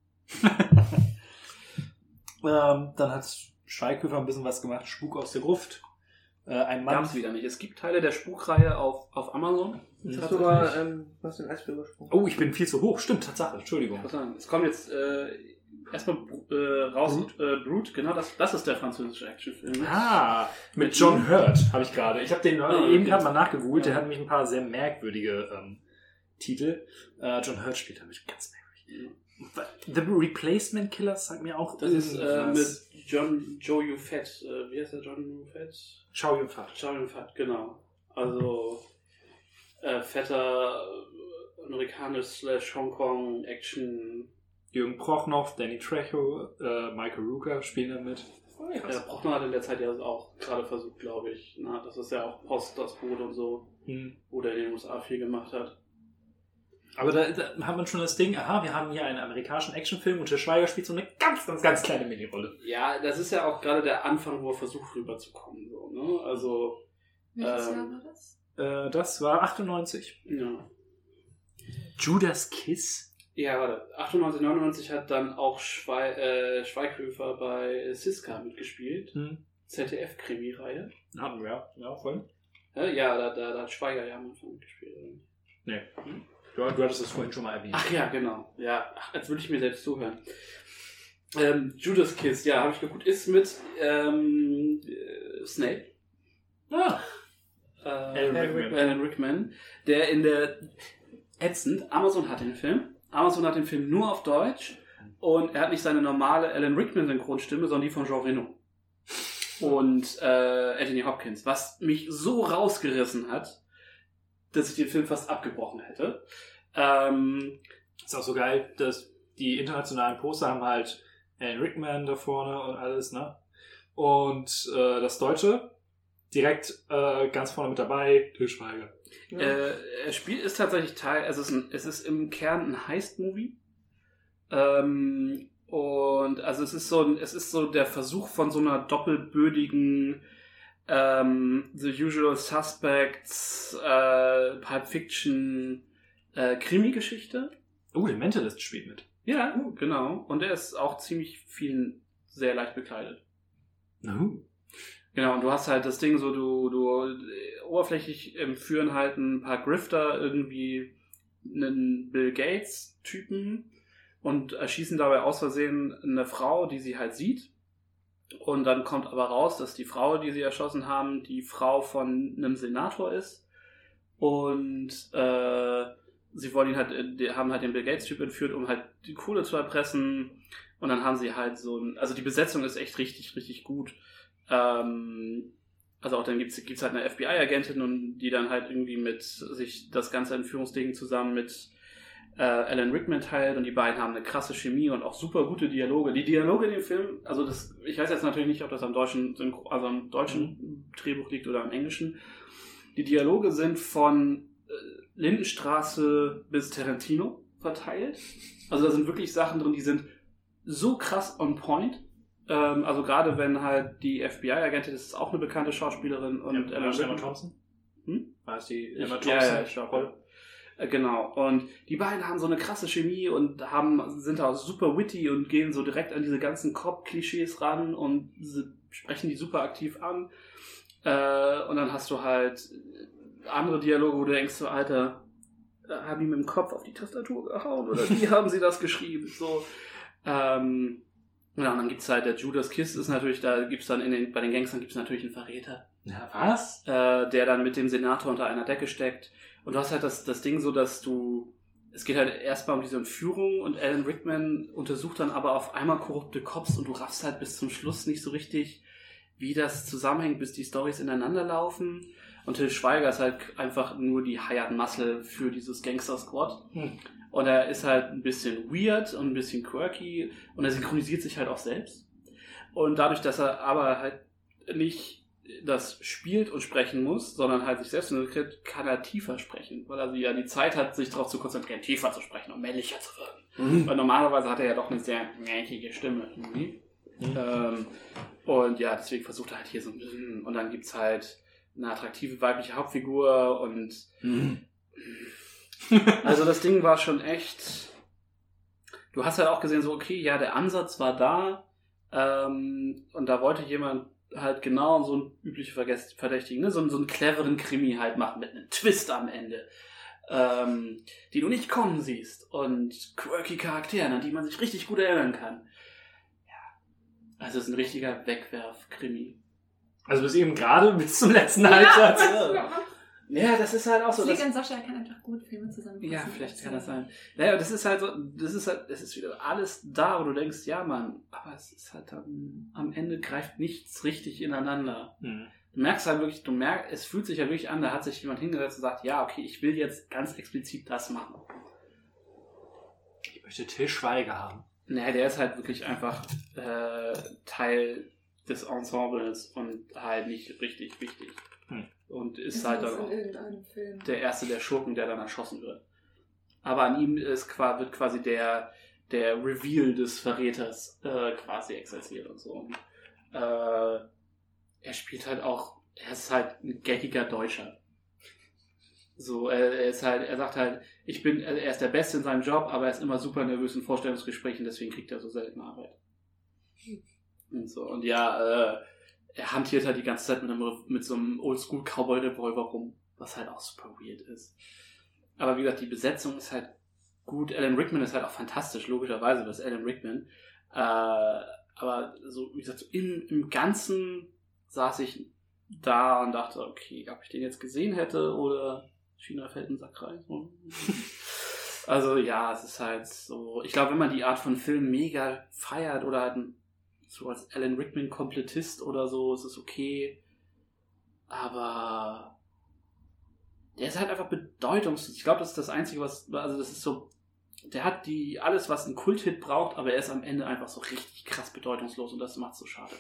ähm, dann hat Schweighöfer ein bisschen was gemacht, Spuk aus der Gruft. Äh, ein Mann. Gab's wieder nicht. Es gibt Teile der Spukreihe auf, auf Amazon. Jetzt hast du aber, ähm, was den Eisbär übersprungen. Oh, ich bin viel zu hoch. Stimmt, Tatsache. Entschuldigung. Was sagen? Es kommt jetzt äh, erstmal äh, raus, Brute. Äh, Brute, genau, das, das ist der französische Actionfilm. Ah, mit John Hurt habe ich gerade. Ich habe den Ah, eben okay. gerade mal nachgegoogelt. Der Ja. hat nämlich ein paar sehr merkwürdige ähm, Titel. Äh, John Hurt spielt damit ganz merkwürdig. The Replacement Killers sagt mir auch Das ist äh, irgendwas. mit John Joe Yufett. Äh, wie heißt der John Yufett? Chow Yun-Fat. Chow Yun-Fat, genau. Also äh, fetter äh, amerikanisch slash Hongkong Action. Jürgen Prochnow, Danny Trejo, äh, Michael Rooker spielen damit. Ja, Prochnow hat in der Zeit ja auch gerade versucht, glaube ich. Na, das ist ja auch Post das Boot und so, Hm. wo der in den U S A viel gemacht hat. Aber da, da hat man schon das Ding, aha, wir haben hier einen amerikanischen Actionfilm und Til Schweiger spielt so eine ganz, ganz, ganz kleine Mini-Rolle. Ja, das ist ja auch gerade der Anfang, wo er versucht rüberzukommen. So, ne? Also, Welches Ähm, Jahr war das? Äh, das war achtundneunzig. ja. Judas Kiss? Ja, warte. achtundneunzig, neunundneunzig hat dann auch Schwei äh, Schweighöfer bei Siska mitgespielt. Hm. Z D F-Krimi-Reihe. Hatten wir, ja. Ja, voll. Äh, ja, da, da, da hat Schweiger ja am Anfang mitgespielt. oder nicht? Nee. Du, du hattest das vorhin schon mal erwähnt. Ach ja, genau. Ja, ach, als würde ich mir selbst zuhören. Ähm, Judas Kiss, ja, habe ich geguckt. Ist mit ähm, äh, Snape. Ah. Äh, Alan Rickman. Alan Rickman, der in der ätzend, Amazon hat den Film. Amazon hat den Film nur auf Deutsch und er hat nicht seine normale Alan Rickman Synchronstimme, sondern die von Jean Reno und äh, Anthony Hopkins, was mich so rausgerissen hat, dass ich den Film fast abgebrochen hätte. Ähm, Ist auch so geil, dass die internationalen Poster haben halt Alan Rickman da vorne und alles, ne? Und äh, das Deutsche direkt äh, ganz vorne mit dabei, Til Schweiger. Ja. Äh, er spielt ist tatsächlich Teil, es ist, ein, es ist im Kern ein Heist-Movie. Ähm, und also es ist so ein, es ist so der Versuch von so einer doppelbödigen ähm, The Usual Suspects, äh, Pulp Fiction, äh, Krimi-Geschichte. Oh, der Mentalist spielt mit. Ja, genau. Und er ist auch ziemlich vielen sehr leicht bekleidet. Oh. Genau, und du hast halt das Ding so, du, du äh, oberflächlich ähm, führen halt ein paar Grifter irgendwie einen Bill Gates Typen und erschießen dabei aus Versehen eine Frau, die sie halt sieht. Und dann kommt aber raus, dass die Frau, die sie erschossen haben, die Frau von einem Senator ist. Und äh, sie wollen ihn halt, die haben halt den Bill Gates Typ entführt, um halt die Kohle zu erpressen. Und dann haben sie halt so ein, also die Besetzung ist echt richtig, richtig gut. Ähm, also auch dann gibt's gibt's halt eine F B I-Agentin und die dann halt irgendwie mit sich das ganze Entführungsding zusammen mit äh, Alan Rickman teilt und die beiden haben eine krasse Chemie und auch super gute Dialoge. Die Dialoge in dem Film, also das, ich weiß jetzt natürlich nicht, ob das am deutschen Synchro, also am deutschen Drehbuch liegt oder am englischen. Die Dialoge sind von äh, Lindenstraße bis Tarantino verteilt. Also da sind wirklich Sachen drin, die sind so krass on point. Ähm, also gerade wenn halt die F B I-Agentin, das ist auch eine bekannte Schauspielerin und ja, Alan Emma Rickman. Thompson? Hm? War es die Ich- Emma ja, Thompson? ja, ich glaube. Äh, Genau. Und die beiden haben so eine krasse Chemie und haben, sind auch super witty und gehen so direkt an diese ganzen Cop-Klischees ran und sie sprechen die super aktiv an. Äh, und dann hast du halt andere Dialoge, wo du denkst, so, Alter, äh, haben die mit dem Kopf auf die Tastatur gehauen oder wie haben sie das geschrieben? So, ähm, ja, und dann gibt's halt, der Judas Kiss ist natürlich, da gibt's dann in den, bei den Gangstern gibt's natürlich einen Verräter. Ja, was? Äh, der dann mit dem Senator unter einer Decke steckt. Und du hast halt das, das Ding so, dass du, es geht halt erstmal um diese Entführung und Alan Rickman untersucht dann aber auf einmal korrupte Cops und du raffst halt bis zum Schluss nicht so richtig, wie das zusammenhängt, bis die Storys ineinander laufen. Und Til Schweiger ist halt einfach nur die Hired Muscle für dieses Gangster-Squad. Hm. Und er ist halt ein bisschen weird und ein bisschen quirky und er synchronisiert sich halt auch selbst. Und dadurch, dass er aber halt nicht das spielt und sprechen muss, sondern halt sich selbst synchronisiert, kann er tiefer sprechen, weil er ja die Zeit hat, sich darauf zu konzentrieren, tiefer zu sprechen und männlicher zu werden. Mhm. Weil normalerweise hat er ja doch eine sehr männliche Stimme irgendwie. Mhm. Ähm, und ja, deswegen versucht er halt hier so ein bisschen, und dann gibt's halt eine attraktive weibliche Hauptfigur und Mhm. also das Ding war schon echt, du hast halt auch gesehen, so okay, ja, der Ansatz war da, ähm, und da wollte jemand halt genau so einen üblichen Verges- Verdächtigen, ne? so, einen- so einen cleveren Krimi halt machen mit einem Twist am Ende, ähm, die du nicht kommen siehst und quirky Charakteren, an die man sich richtig gut erinnern kann. Ja, also es ist ein richtiger Wegwerf-Krimi. Also bis eben gerade bis zum letzten Halbsatz. Ja, Ja, das ist halt auch so. das liegt dass- an Sascha, er kann einfach gut Filme zusammenfassen. Ja, vielleicht kann das sein. Naja, das ist halt so, das ist halt, es ist wieder alles da, wo du denkst, ja Mann, aber es ist halt dann, am Ende greift nichts richtig ineinander. Mhm. Du merkst halt wirklich, du merkst, es fühlt sich ja wirklich an, da hat sich jemand hingesetzt und sagt, ja, okay, ich will jetzt ganz explizit das machen. Ich möchte Til Schweiger haben. Naja, der ist halt wirklich einfach äh, Teil des Ensembles und halt nicht richtig wichtig. Hm. Und ist Ist halt das dann in auch irgendeinem Film. der erste der Schurken, der dann erschossen wird. Aber an ihm ist, qua- wird quasi der, der Reveal des Verräters äh, quasi exerziert und so. Und, äh, er spielt halt auch, er ist halt ein geckiger Deutscher. So, er, er ist halt, er sagt halt, ich bin, er ist der Beste in seinem Job, aber er ist immer super nervös in Vorstellungsgesprächen, deswegen kriegt er so selten Arbeit. Und so, und ja, äh, er hantiert halt die ganze Zeit mit, einem, mit so einem Oldschool-Cowboy-Revolver rum, was halt auch super weird ist. Aber wie gesagt, die Besetzung ist halt gut. Alan Rickman ist halt auch fantastisch, logischerweise, das ist Alan Rickman. Äh, aber so, wie gesagt, so im, im Ganzen saß ich da und dachte, okay, ob ich den jetzt gesehen hätte oder China fällt in den Sack rein. Also ja, es ist halt so, ich glaube, wenn man die Art von Film mega feiert oder halt ein so als Alan Rickman Komplettist oder so, ist es okay. Aber der ist halt einfach bedeutungslos. Ich glaube, das ist das Einzige, was, also das ist so, der hat die, alles, was ein Kulthit braucht, aber er ist am Ende einfach so richtig krass bedeutungslos und das macht so schade.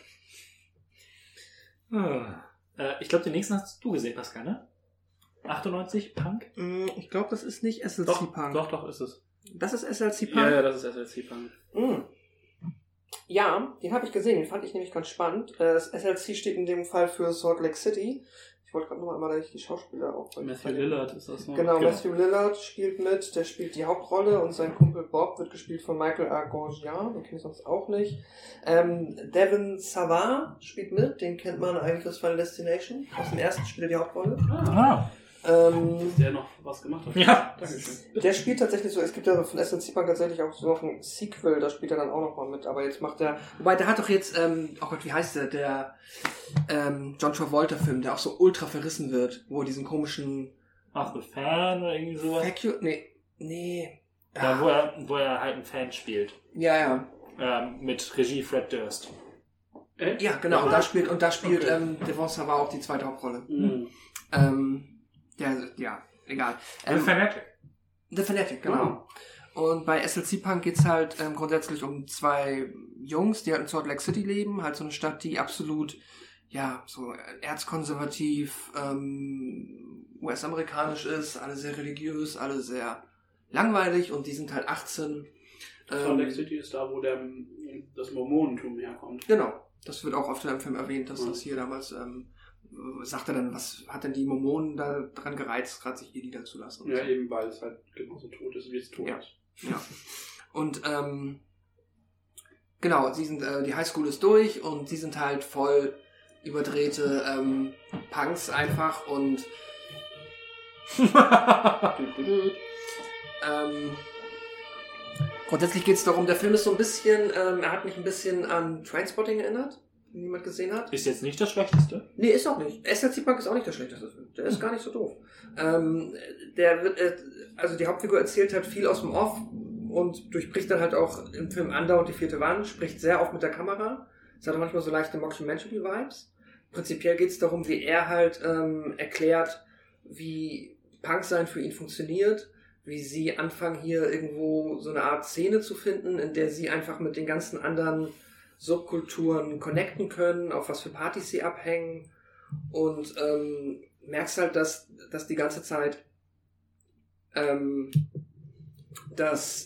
Hm. Äh, ich glaube, den nächsten hast du gesehen, Pascal, ne? achtundneunzig, Punk? Mm, Ich glaube, das ist nicht S L Doch, C Punk. doch, doch, ist es. Das ist S L C Punk? Ja, ja, das ist S L C Punk. Mm. Ja, den habe ich gesehen, den fand ich nämlich ganz spannend. Äh, Das S L C steht in dem Fall für Salt Lake City. Ich wollte gerade nochmal mal die Schauspieler auch. Matthew Lillard ist das noch. Genau, Matthew Lillard spielt mit, der spielt die Hauptrolle und sein Kumpel Bob wird gespielt von Michael R. Gorgian, den kenne ich sonst auch nicht. Ähm, Devin Savard spielt mit, den kennt man eigentlich aus Final Destination. Aus dem ersten spielt er die Hauptrolle. Ah. Ähm, Dass der noch was gemacht hat. Ja. Dankeschön. Der spielt tatsächlich so, es gibt ja von S L C Punk tatsächlich auch so noch ein Sequel, da spielt er dann auch noch mal mit, aber jetzt macht er, wobei der hat doch jetzt, ähm, oh Gott, wie heißt der, der ähm, John Travolta-Film, der auch so ultra verrissen wird, wo er diesen komischen Ach, The Fan oder irgendwie sowas? Vacu- nee, nee, Da, wo er, wo er halt einen Fan spielt. ja, ja, Ähm, mit Regie Fred Durst. Äh? ja, genau, und da spielt, und da spielt, Okay. ähm, Devon Savard auch die zweite Hauptrolle. Mhm. Ähm, ja, ja, egal. The Ähm, Fanatic. The Fanatic, genau. Und bei S L C Punk geht's halt ähm, grundsätzlich um zwei Jungs, die halt in Salt Lake City leben. Halt so eine Stadt, die absolut, ja, so erzkonservativ, ähm, U S-amerikanisch ist. Alle sehr religiös, alle sehr langweilig und die sind halt achtzehn. Salt Lake Ähm, City ist da, wo der, das Mormonentum herkommt. genau. Das wird auch oft im Film erwähnt, dass Mhm. das hier damals ähm, sagt er dann, was hat denn die Mormonen da dran gereizt, gerade sich ihr niederzulassen? Ja, eben, weil es halt genauso tot ist, wie es tot ja. ist. Ja. Und ähm, genau, sie sind, äh, die Highschool ist durch und sie sind halt voll überdrehte ähm, Punks einfach und ähm, grundsätzlich geht es darum, der Film ist so ein bisschen, ähm, er hat mich ein bisschen an Trainspotting erinnert, wenn jemand gesehen hat. Ist jetzt nicht das Schlechteste? Nee, ist auch nicht. S L C Punk ist auch nicht der schlechteste Film. Der ist gar nicht so doof. Ähm, der wird, äh, also die Hauptfigur erzählt halt viel aus dem Off und durchbricht dann halt auch im Film andauernd die vierte Wand, spricht sehr oft mit der Kamera. Es hat auch manchmal so leichte Mockumentary-Vibes. Prinzipiell geht es darum, wie er halt ähm, erklärt, wie Punk-Sein für ihn funktioniert, wie sie anfangen hier irgendwo so eine Art Szene zu finden, in der sie einfach mit den ganzen anderen Subkulturen connecten können, auf was für Partys sie abhängen und ähm, merkst halt, dass, dass die ganze Zeit ähm, dass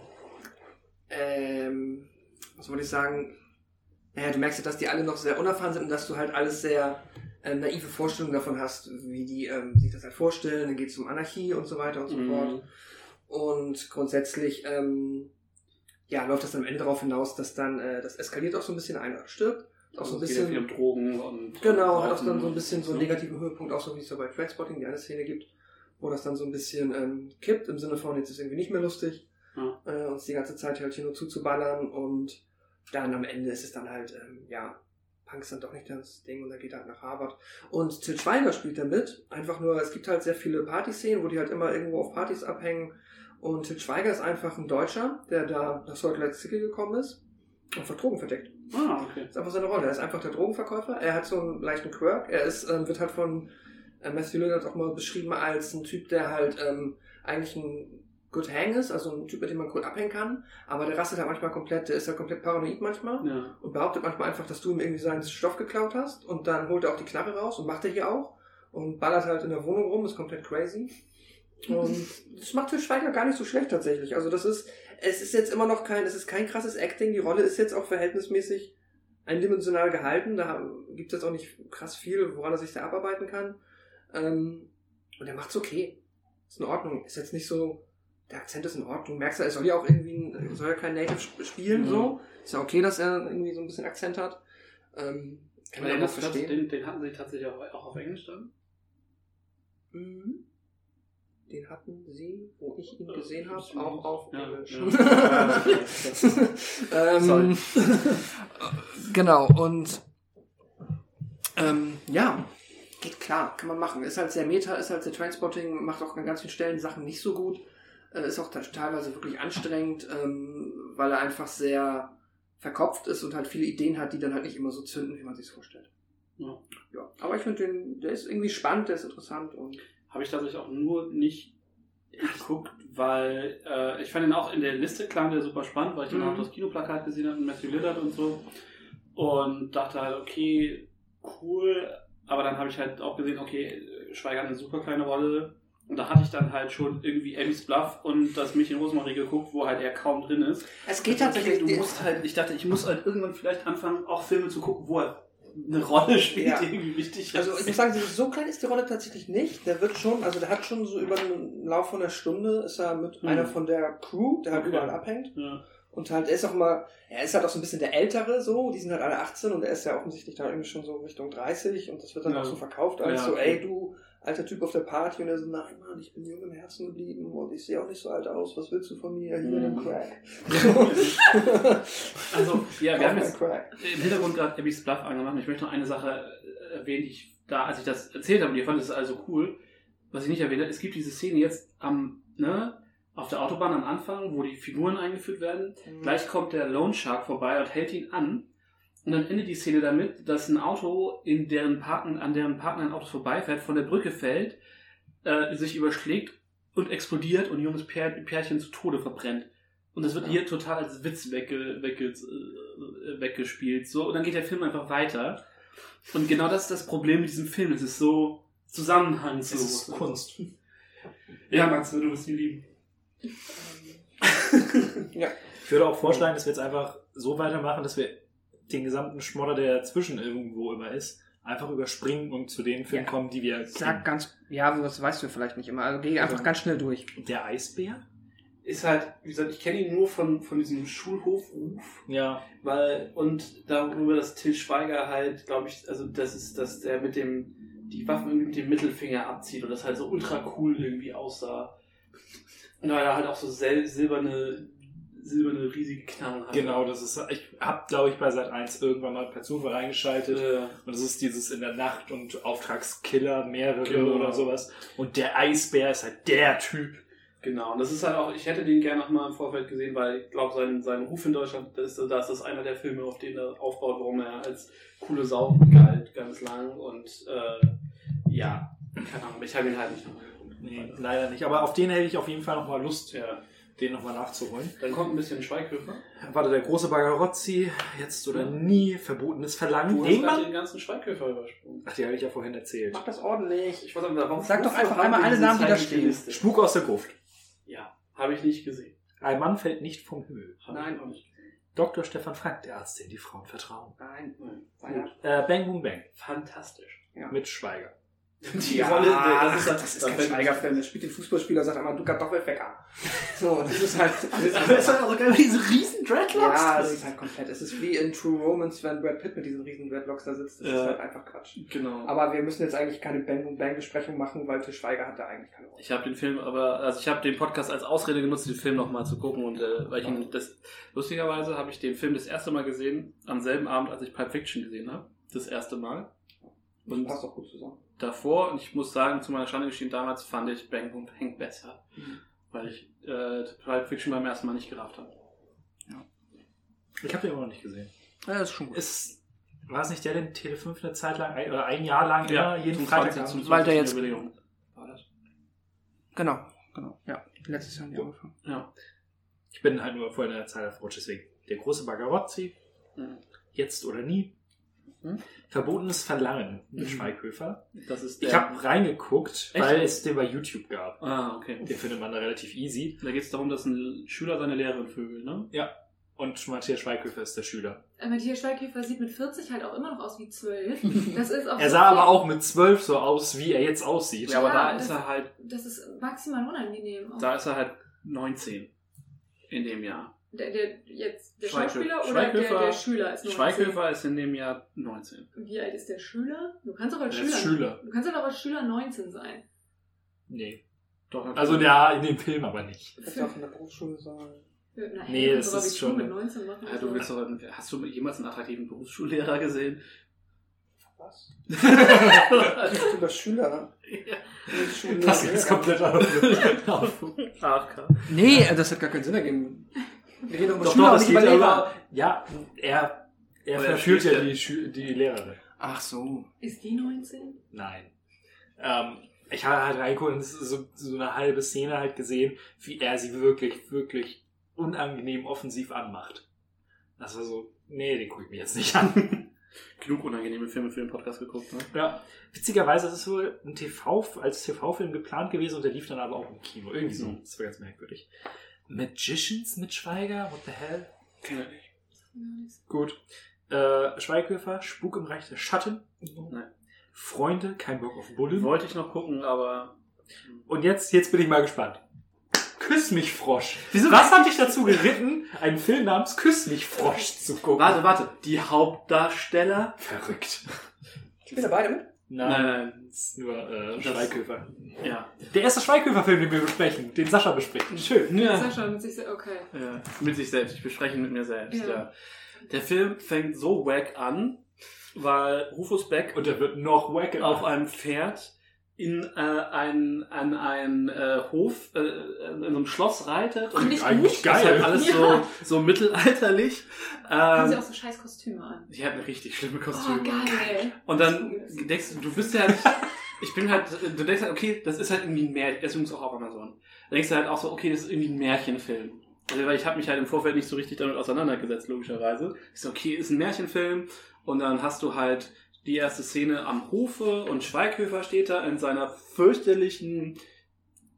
ähm, was wollte ich sagen, naja, du merkst halt, dass die alle noch sehr unerfahren sind und dass du halt alles sehr äh, naive Vorstellungen davon hast, wie die ähm, sich das halt vorstellen, dann geht es um Anarchie und so weiter und so Mhm. fort und grundsätzlich ähm, ja, läuft das dann am Ende darauf hinaus, dass dann äh, das eskaliert auch so ein bisschen, einer stirbt. Auch so ein Also es geht ja bisschen, viel um Drogen und... genau, und hat auch dann so ein Rauchen bisschen so einen und negativen Höhepunkt, auch so wie es ja bei Trainspotting die eine Szene gibt, wo das dann so ein bisschen ähm, kippt, im Sinne von, jetzt ist irgendwie nicht mehr lustig, Ja. äh, uns die ganze Zeit halt hier nur zuzuballern und dann am Ende ist es dann halt, ähm, ja, Punk ist dann doch nicht das Ding und dann geht er halt nach Harvard. Und Til Schweiger spielt da mit, einfach nur, es gibt halt sehr viele Partyszenen, wo die halt immer irgendwo auf Partys abhängen. Und Til Schweiger ist einfach ein Deutscher, der da nach Salt Lake City gekommen ist und von Drogen verdeckt. Ah, okay. Das ist einfach seine Rolle. Er ist einfach der Drogenverkäufer. Er hat so einen leichten Quirk. Er ist, ähm, wird halt von äh, Matthew Lillard auch mal beschrieben als ein Typ, der halt ähm, eigentlich ein Good Hang ist, also ein Typ, mit dem man gut abhängen kann. Aber der rastet halt manchmal komplett, der ist halt komplett paranoid manchmal Ja. und behauptet manchmal einfach, dass du ihm irgendwie seinen Stoff geklaut hast und dann holt er auch die Knarre raus und macht er hier auch und ballert halt in der Wohnung rum, ist komplett crazy. Und das macht Til Schweiger gar nicht so schlecht tatsächlich. Also das ist, es ist jetzt immer noch kein, es ist kein krasses Acting. Die Rolle ist jetzt auch verhältnismäßig eindimensional gehalten. Da gibt es jetzt auch nicht krass viel, woran er sich da abarbeiten kann. Ähm, und er macht's okay. Ist in Ordnung. Ist jetzt nicht so, der Akzent ist in Ordnung. Merkst du, er soll ja auch irgendwie, ein, soll ja kein Native sp- spielen, Mhm. so. Ist ja okay, dass er irgendwie so ein bisschen Akzent hat. Ähm, kann man ja Aber auch das, verstehen. den, den hatten sie tatsächlich auch, auch auf Englisch dann? Mhm. Den hatten sie, wo ich ihn Äh, gesehen habe, ich- auch auf ja, Englisch. ja. ähm, genau, und ähm, ja, geht klar, kann man machen. Ist halt sehr meta, ist halt sehr Trainspotting, macht auch an ganz vielen Stellen Sachen nicht so gut. Äh, ist auch te- teilweise wirklich anstrengend, ähm, weil er einfach sehr verkopft ist und halt viele Ideen hat, die dann halt nicht immer so zünden, wie man sich vorstellt. Ja. Ja, aber ich finde den, der ist irgendwie spannend, der ist interessant und Habe ich tatsächlich auch nur nicht geguckt, weil äh, ich fand ihn auch in der Liste, klang der super spannend, weil ich dann Mhm. auch das Kinoplakat gesehen habe mit Matthew Lillard und so und dachte halt, okay, cool, aber dann habe ich halt auch gesehen, okay, Schweiger hat eine super kleine Rolle und da hatte ich dann halt schon irgendwie Emmys Bluff und das Mädchen Rosemarie geguckt, wo halt er kaum drin ist. es geht Okay, tatsächlich, du musst halt, ich dachte, ich muss halt irgendwann vielleicht anfangen, auch Filme zu gucken, wo er eine Rolle spielt, Ja. die irgendwie wichtig ist. also ich muss sagen, so klein ist die Rolle tatsächlich nicht. Der wird schon, also der hat schon so über den Lauf von einer Stunde ist er mit Mhm. einer von der Crew, der halt Okay. überall abhängt. ja. Und halt, er ist auch mal, er ist halt auch so ein bisschen der Ältere so, die sind halt alle achtzehn und er ist ja offensichtlich dann irgendwie schon so Richtung dreißig und das wird dann Ja. auch so verkauft als Ja, so, okay. ey du, alter Typ auf der Party und er so, nein Mann, ich bin jung im Herzen geblieben und ich sehe auch nicht so alt aus, was willst du von mir, hier in Mhm. dem Crack. Also, ja, wir Kauf haben mal jetzt Crack. im Hintergrund gerade Abby's Bluff angemacht. Ich möchte noch eine Sache äh, erwähnen, die ich da, als ich das erzählt habe, und ihr fandet es also cool, was ich nicht erwähnt habe, es gibt diese Szene jetzt am, ne, auf der Autobahn am Anfang, wo die Figuren eingeführt werden. Mhm. Gleich kommt der Lone Shark vorbei und hält ihn an. Und dann endet die Szene damit, dass ein Auto, in deren Parken, an deren Parken ein Auto vorbeifährt, von der Brücke fällt, äh, sich überschlägt und explodiert und ein junges Pär, Pärchen zu Tode verbrennt. Und das wird Ja. hier total als Witz wegge, wegge, äh, weggespielt. So. Und dann geht der Film einfach weiter. Und genau das ist das Problem mit diesem Film. Es ist so zusammenhangslos. Das ist Kunst. Ja, Max, du wirst ihn lieben. Ja. Ich würde auch vorschlagen, dass wir jetzt einfach so weitermachen, dass wir den gesamten Schmodder, der dazwischen irgendwo immer ist, einfach überspringen und zu den Filmen Ja. kommen, die wir Sag kennen. ganz, ja, das weißt du vielleicht nicht immer. Also geh einfach ganz schnell durch. Der Eisbär? Ist halt, wie gesagt, ich kenne ihn nur von, von diesem Schulhofruf. Ja. Weil, und darüber, dass Til Schweiger halt, glaube ich, also das ist, dass der mit dem, die Waffen irgendwie mit dem Mittelfinger abzieht und das halt so ultra cool irgendwie aussah. Und weil er halt auch so sil- silberne, silberne riesige Knarren hat. Genau, das ist, ich hab, glaube ich, bei Sat eins irgendwann mal per Zufall reingeschaltet. Ja. Und das ist dieses in der Nacht und Auftragskiller, mehrere Genau. oder sowas. Und der Eisbär ist halt der Typ. Genau, und das ist halt auch, ich hätte den gerne noch mal im Vorfeld gesehen, weil ich glaube, sein, sein Ruf in Deutschland, das ist, da ist das einer der Filme, auf denen er aufbaut, warum er als coole Sau galt, ganz lang. Und äh, ja, keine Ahnung, ich habe ihn halt nicht nochmal geguckt. Nee, leider nicht. Aber auf den hätte ich auf jeden Fall nochmal Lust, Ja. den nochmal nachzuholen. Dann kommt ein bisschen Schweighöfer. Warte, der große Bagarozzi, jetzt oder nie, verbotenes Verlangen. Du hast Den gerade man? den ganzen Schweighöfer übersprungen. Ach, die habe ich ja vorhin erzählt. Mach das ordentlich. Ich weiß aber, warum Sag doch wofür einfach haben einmal wir alle diese Namen, die da zeitliche stehen. Liste? Spuk aus der Gruft. Ja, habe ich nicht gesehen. Ein Mann fällt nicht vom Himmel. Hab Nein. ich auch nicht gesehen. Doktor Stefan Frank, der Arzt, den die Frauen vertrauen. Nein. Nein. Weiter. Äh, Bang Boom Bang Fantastisch. mit Schweiger. Die Ja, Rolle, das das ist, ist, das ist kein Schweigerfilm. Der spielt den Fußballspieler, sagt einmal, du Kartoffelbäcker. So, das ist halt alles Aber ist halt auch so geil, diese riesen Dreadlocks. Ja, das ist halt komplett. Es ist wie in True Romance, wenn Brad Pitt mit diesen riesen Dreadlocks da sitzt. Das Ja. ist halt einfach Quatsch. Genau. Aber wir müssen jetzt eigentlich keine Bang Boom Bang Besprechung machen, weil Til Schweiger hat da eigentlich keine Rolle. Ich habe den Film aber, also ich habe den Podcast als Ausrede genutzt, den Film nochmal zu gucken und äh, weil ich ihn, das, lustigerweise habe ich den Film das erste Mal gesehen, am selben Abend, als ich Pulp Fiction gesehen habe. Das erste Mal. Das Und passt auch gut zusammen. davor, und ich muss sagen, zu meiner Schande gestehen, damals fand ich Bang Boom Bang besser. Mhm. Weil ich äh, Pulp Fiction beim ersten Mal nicht gerafft habe. Ich habe den immer noch nicht gesehen. Ja, das ist schon gut. Ist, war es nicht der, den Tele fünf eine Zeit lang, ein, oder ein Jahr lang Ja, immer jeden zum Freitag zwanzig, zum Weil der jetzt- Jubiläum. War das? Genau, genau. Ja, letztes Jahr haben die angefangen. Ja. Ich bin halt nur vorhin in der Zeit erfrutscht, deswegen. Der große Bagarozzi, Mhm. jetzt oder nie. Mhm. Verbotenes Verlangen mit Mhm. Schweighöfer. Das ist Ich der- habe reingeguckt, Echt? weil es den bei YouTube gab. Ah, okay. Den findet man da relativ easy. Da geht es darum, dass ein Schüler seine Lehrerin vögelt, ne? Und Matthias Schweighöfer ist der Schüler. Äh, Matthias Schweighöfer sieht mit vierzig halt auch immer noch aus wie zwölf. Das ist auch Er so sah viel- aber auch mit zwölf so aus, wie er jetzt aussieht. Ja, aber Ja, da das- ist er halt, Das ist maximal unangenehm. Auch. da ist er halt neunzehn in dem Jahr. Der, der, jetzt, der Schweighöfer- Schauspieler oder der, Schweighöfer- der Schüler ist neunzehn? Schweighöfer ist in dem Jahr neunzehn. Wie alt ist der Schüler? Du kannst doch als Er Schüler, ist Schüler. Du kannst doch als Schüler neunzehn sein. Nee. Doch, Also ja, in dem Film aber nicht. Das darf in der Berufsschule sein. Na, Nee, hey, das aber ist wie schon- du mit neunzehn machen. Ja, du willst doch, hast du jemals einen attraktiven Berufsschullehrer gesehen? Was? Ich bin der Schüler, ne? Nicht Schüler, Das ist komplett auf. Ach, krass. Nee, das hat gar keinen Sinn ergeben. Wir reden doch über Doch, Schüler doch, und es nicht geht über Lehrer. aber. Ja, er, er Aber er verführt spielt ja ja- die, Schü die Lehrerin. Ach so. Ist die neunzehn? Nein. Ähm, ich habe halt reingeguckt und es ist so, so eine halbe Szene halt gesehen, wie er sie wirklich, wirklich unangenehm offensiv anmacht. Das war so, nee, den gucke ich mir jetzt nicht an. Genug unangenehme Filme für den Podcast geguckt, ne? Ja. Witzigerweise ist es wohl ein T V, als T V-Film geplant gewesen und der lief dann aber auch im Kino. Irgendwie so. Mhm. Das war ganz merkwürdig. Magicians mit Schweiger? What the hell? Kenn ich nicht. Gut. Äh, Schweighöfer, Spuk im Reich der Schatten. Nein. Freunde, kein Bock auf Bullen. Wollte ich noch gucken, aber Und jetzt, jetzt bin ich mal gespannt. Küss mich, Frosch. Was hat dich dazu geritten, einen Film namens Küss mich, Frosch zu gucken? Warte, warte. Die Hauptdarsteller? Verrückt. Spielt er beide mit? Nein, Nein, nein. das ist nur äh, Das- Schweighöfer. Ja. Der erste Schweighöfer-Film, den wir besprechen, den Sascha bespricht. Schön. Ja. Sascha mit sich, okay. ja. Mit sich selbst. Ich bespreche ihn mit mir selbst, ja. Ja. Der Film fängt so wack an, weil Rufus Beck Und der wird noch wacker. auf einem Pferd in äh, ein, an einen äh, Hof, äh, in so einem Schloss reitet. Fand ich eigentlich gut. Das ist geil. halt alles Ja. so, so mittelalterlich. Haben sie Ähm, auch so scheiß Kostüme an. die hat eine richtig schlimme Oh, Kostüme. geil. Und dann denkst du, du bist ja nicht, ich bin halt, du denkst halt, okay, das ist halt irgendwie ein Märchen, deswegen ist es auch auf Amazon. Dann denkst du halt auch so, okay, das ist irgendwie ein Märchenfilm. Also, weil ich habe mich halt im Vorfeld nicht so richtig damit auseinandergesetzt, logischerweise. Ich so, okay, ist ein Märchenfilm. Und dann hast du halt die erste Szene am Hofe und Schweighöfer steht da in seiner fürchterlichen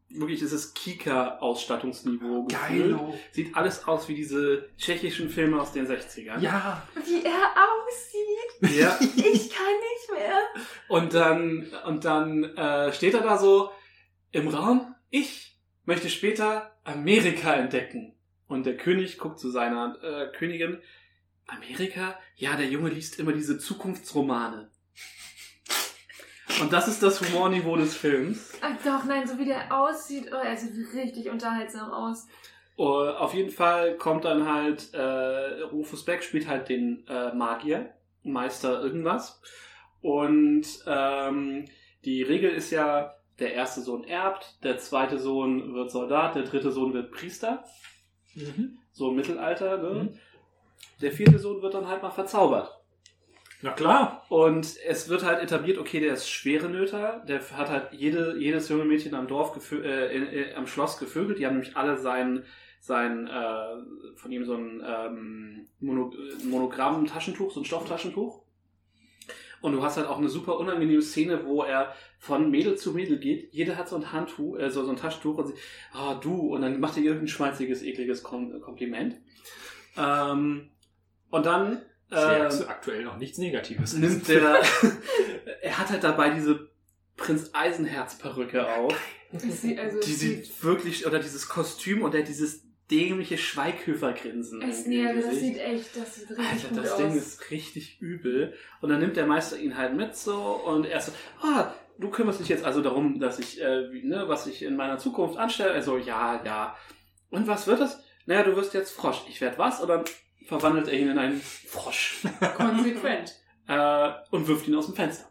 wirklich dieses Kika-Ausstattungsniveau. Geil. Sieht alles aus wie diese tschechischen Filme aus den sechzigern. Ja. Wie er aussieht. Ja. Ich kann nicht mehr. Und dann, und dann äh, steht er da so im Raum. Ich möchte später Amerika entdecken. Und der König guckt zu seiner äh, Königin. Amerika? Ja, der Junge liest immer diese Zukunftsromane. Und das ist das Humorniveau des Films. Ach doch, nein, so wie der aussieht, oh, er sieht richtig unterhaltsam aus. Uh, auf jeden Fall kommt dann halt äh, Rufus Beck spielt halt den äh, Magier, Meister irgendwas. Und ähm, die Regel ist ja, der erste Sohn erbt, der zweite Sohn wird Soldat, der dritte Sohn wird Priester. Mhm. So im Mittelalter, ne? Mhm. Der vierte Sohn wird dann halt mal verzaubert. Na klar. Und es wird halt etabliert, okay, der ist Schwerenöter, der hat halt jede, jedes junge Mädchen am Dorf, gefö- äh, in, äh, am Schloss gevögelt, die haben nämlich alle sein, sein äh, von ihm so ein ähm, Mono, Monogramm Taschentuch, so ein Stofftaschentuch. Und du hast halt auch eine super unangenehme Szene, wo er von Mädel zu Mädel geht, jeder hat so ein Handtuch, äh, so, so ein Taschentuch und sie, ah, oh, du, und dann macht er irgendein schmalziges, ekliges Kom- Kompliment. Ähm, und dann Ich sehe Ähm, aktuell noch nichts Negatives. nimmt der, er hat halt dabei diese Prinz Eisenherz Perücke auf. Das sieht, also, Die sieht wirklich, oder dieses Kostüm und der dieses dämliche Schweighöfer-Grinsen. es, irgendwie nee, im das Gesicht. sieht echt, das sieht richtig Alter, gut das aus. Ding ist richtig übel. Und dann nimmt der Meister ihn halt mit so und er so, ah, du kümmerst dich jetzt also darum, dass ich, äh, wie, ne, was ich in meiner Zukunft anstelle. Also, ja, ja. Und was wird das? Naja, du wirst jetzt Frosch. Ich werd was? Und dann verwandelt er ihn in einen Frosch. Konsequent. äh, und wirft ihn aus dem Fenster.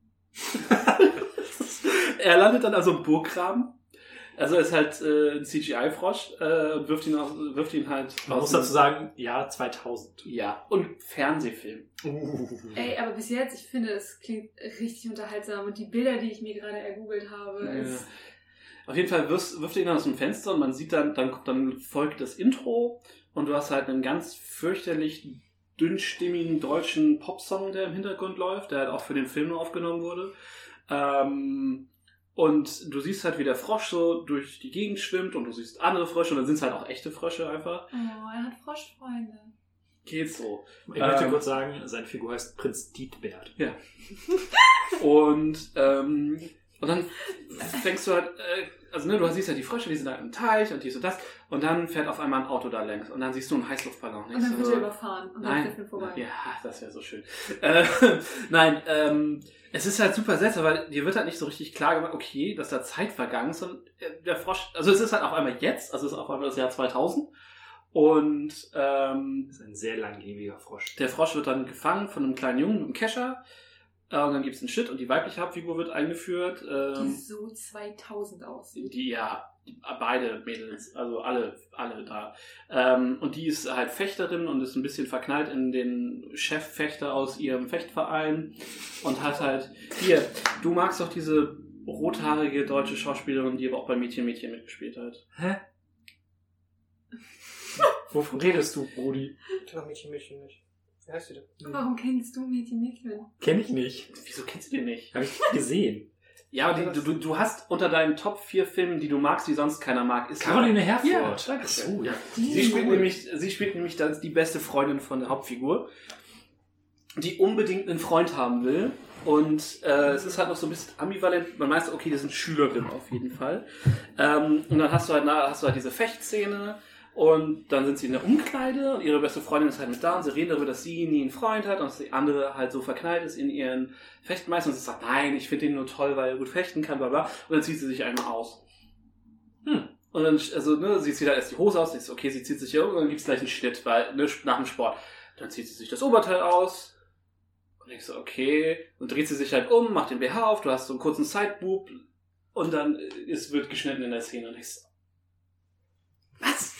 Er landet dann also im Burggraben. Also er ist halt äh, ein C G I-Frosch äh, und wirft ihn, aus, wirft ihn halt Man muss dem- dazu sagen, Jahr zweitausend. Ja, und Fernsehfilm. Uh. Ey, aber bis jetzt, ich finde, es klingt richtig unterhaltsam und die Bilder, die ich mir gerade ergoogelt habe, Ja. ist... Auf jeden Fall wirft, wirft er ihn aus dem Fenster und man sieht dann, dann, dann folgt das Intro und du hast halt einen ganz fürchterlich dünnstimmigen deutschen Popsong, der im Hintergrund läuft, der halt auch für den Film nur aufgenommen wurde. Ähm, und du siehst halt, wie der Frosch so durch die Gegend schwimmt und du siehst andere Frösche und dann sind es halt auch echte Frösche einfach. Oh, er hat Froschfreunde. Geht so. Ich möchte Ähm, kurz sagen, seine Figur heißt Prinz Dietbert. Ja. Und, ähm, und dann fängst du halt, äh, also ne, du siehst halt die Frösche, die sind halt im Teich und dies und das. Und dann fährt auf einmal ein Auto da längs. Und dann siehst du einen Heißluftballon. Und dann Ich wird so, er überfahren und dann nein. ist der Film vorbei. Ja, das wäre so schön. Äh, nein, ähm, es ist halt super seltsam, weil dir wird halt nicht so richtig klar gemacht, okay, dass da Zeit vergangen ist. Und äh, der Frosch, also es ist halt auf einmal jetzt, also es ist auf einmal das Jahr zweitausend. Und ähm, Das ist ein sehr langlebiger Frosch. der Frosch wird dann gefangen von einem kleinen Jungen mit einem Kescher. Äh, und dann gibt es einen Shit und die weibliche Hauptfigur wird eingeführt. Die Ähm, so zweitausend aussieht. die, ja, die, beide Mädels, also alle, alle da. Ähm, und die ist halt Fechterin und ist ein bisschen verknallt in den Cheffechter aus ihrem Fechtverein und hat halt, hier, du magst doch diese rothaarige deutsche Schauspielerin, die aber auch bei Mädchen Mädchen mitgespielt hat. Hä? Wovon redest du, Brudi? Klar, Mädchen, Mädchen nicht. Wie heißt die denn? Warum kennst du Mädchen Mädchen? Kenn ich nicht. Wieso kennst du den nicht? Habe ich gesehen. Ja, aber die, du, du hast unter deinen Top vier Filmen, die du magst, die sonst keiner mag, ist Caroline Herford. Ja, danke Ach schön. so, ja. Sie spielt nämlich, sie spielt nämlich dann die beste Freundin von der Hauptfigur, die unbedingt einen Freund haben will. Und äh, es ist halt noch so ein bisschen ambivalent. Man weiß, okay, das sind Schülerinnen auf jeden Fall. Ähm, und dann hast du halt, na, hast du halt diese Fechtszene. Und dann sind sie in der Umkleide und ihre beste Freundin ist halt mit da und sie reden darüber, dass sie nie einen Freund hat und dass die andere halt so verknallt ist in ihren Fechtmeister und sie sagt, nein, ich finde ihn nur toll, weil er gut fechten kann, bla bla. Und dann zieht sie sich einmal aus. Hm. Und dann, also, ne, sie zieht halt erst die Hose aus, ist okay, sie zieht sich hier um und dann gibt's gleich einen Schnitt, weil, ne, nach dem Sport. Dann zieht sie sich das Oberteil aus und ich so, okay, und dreht sie sich halt um, macht den B H auf, du hast so einen kurzen Sideboob und dann ist, wird geschnitten in der Szene und ich so, was?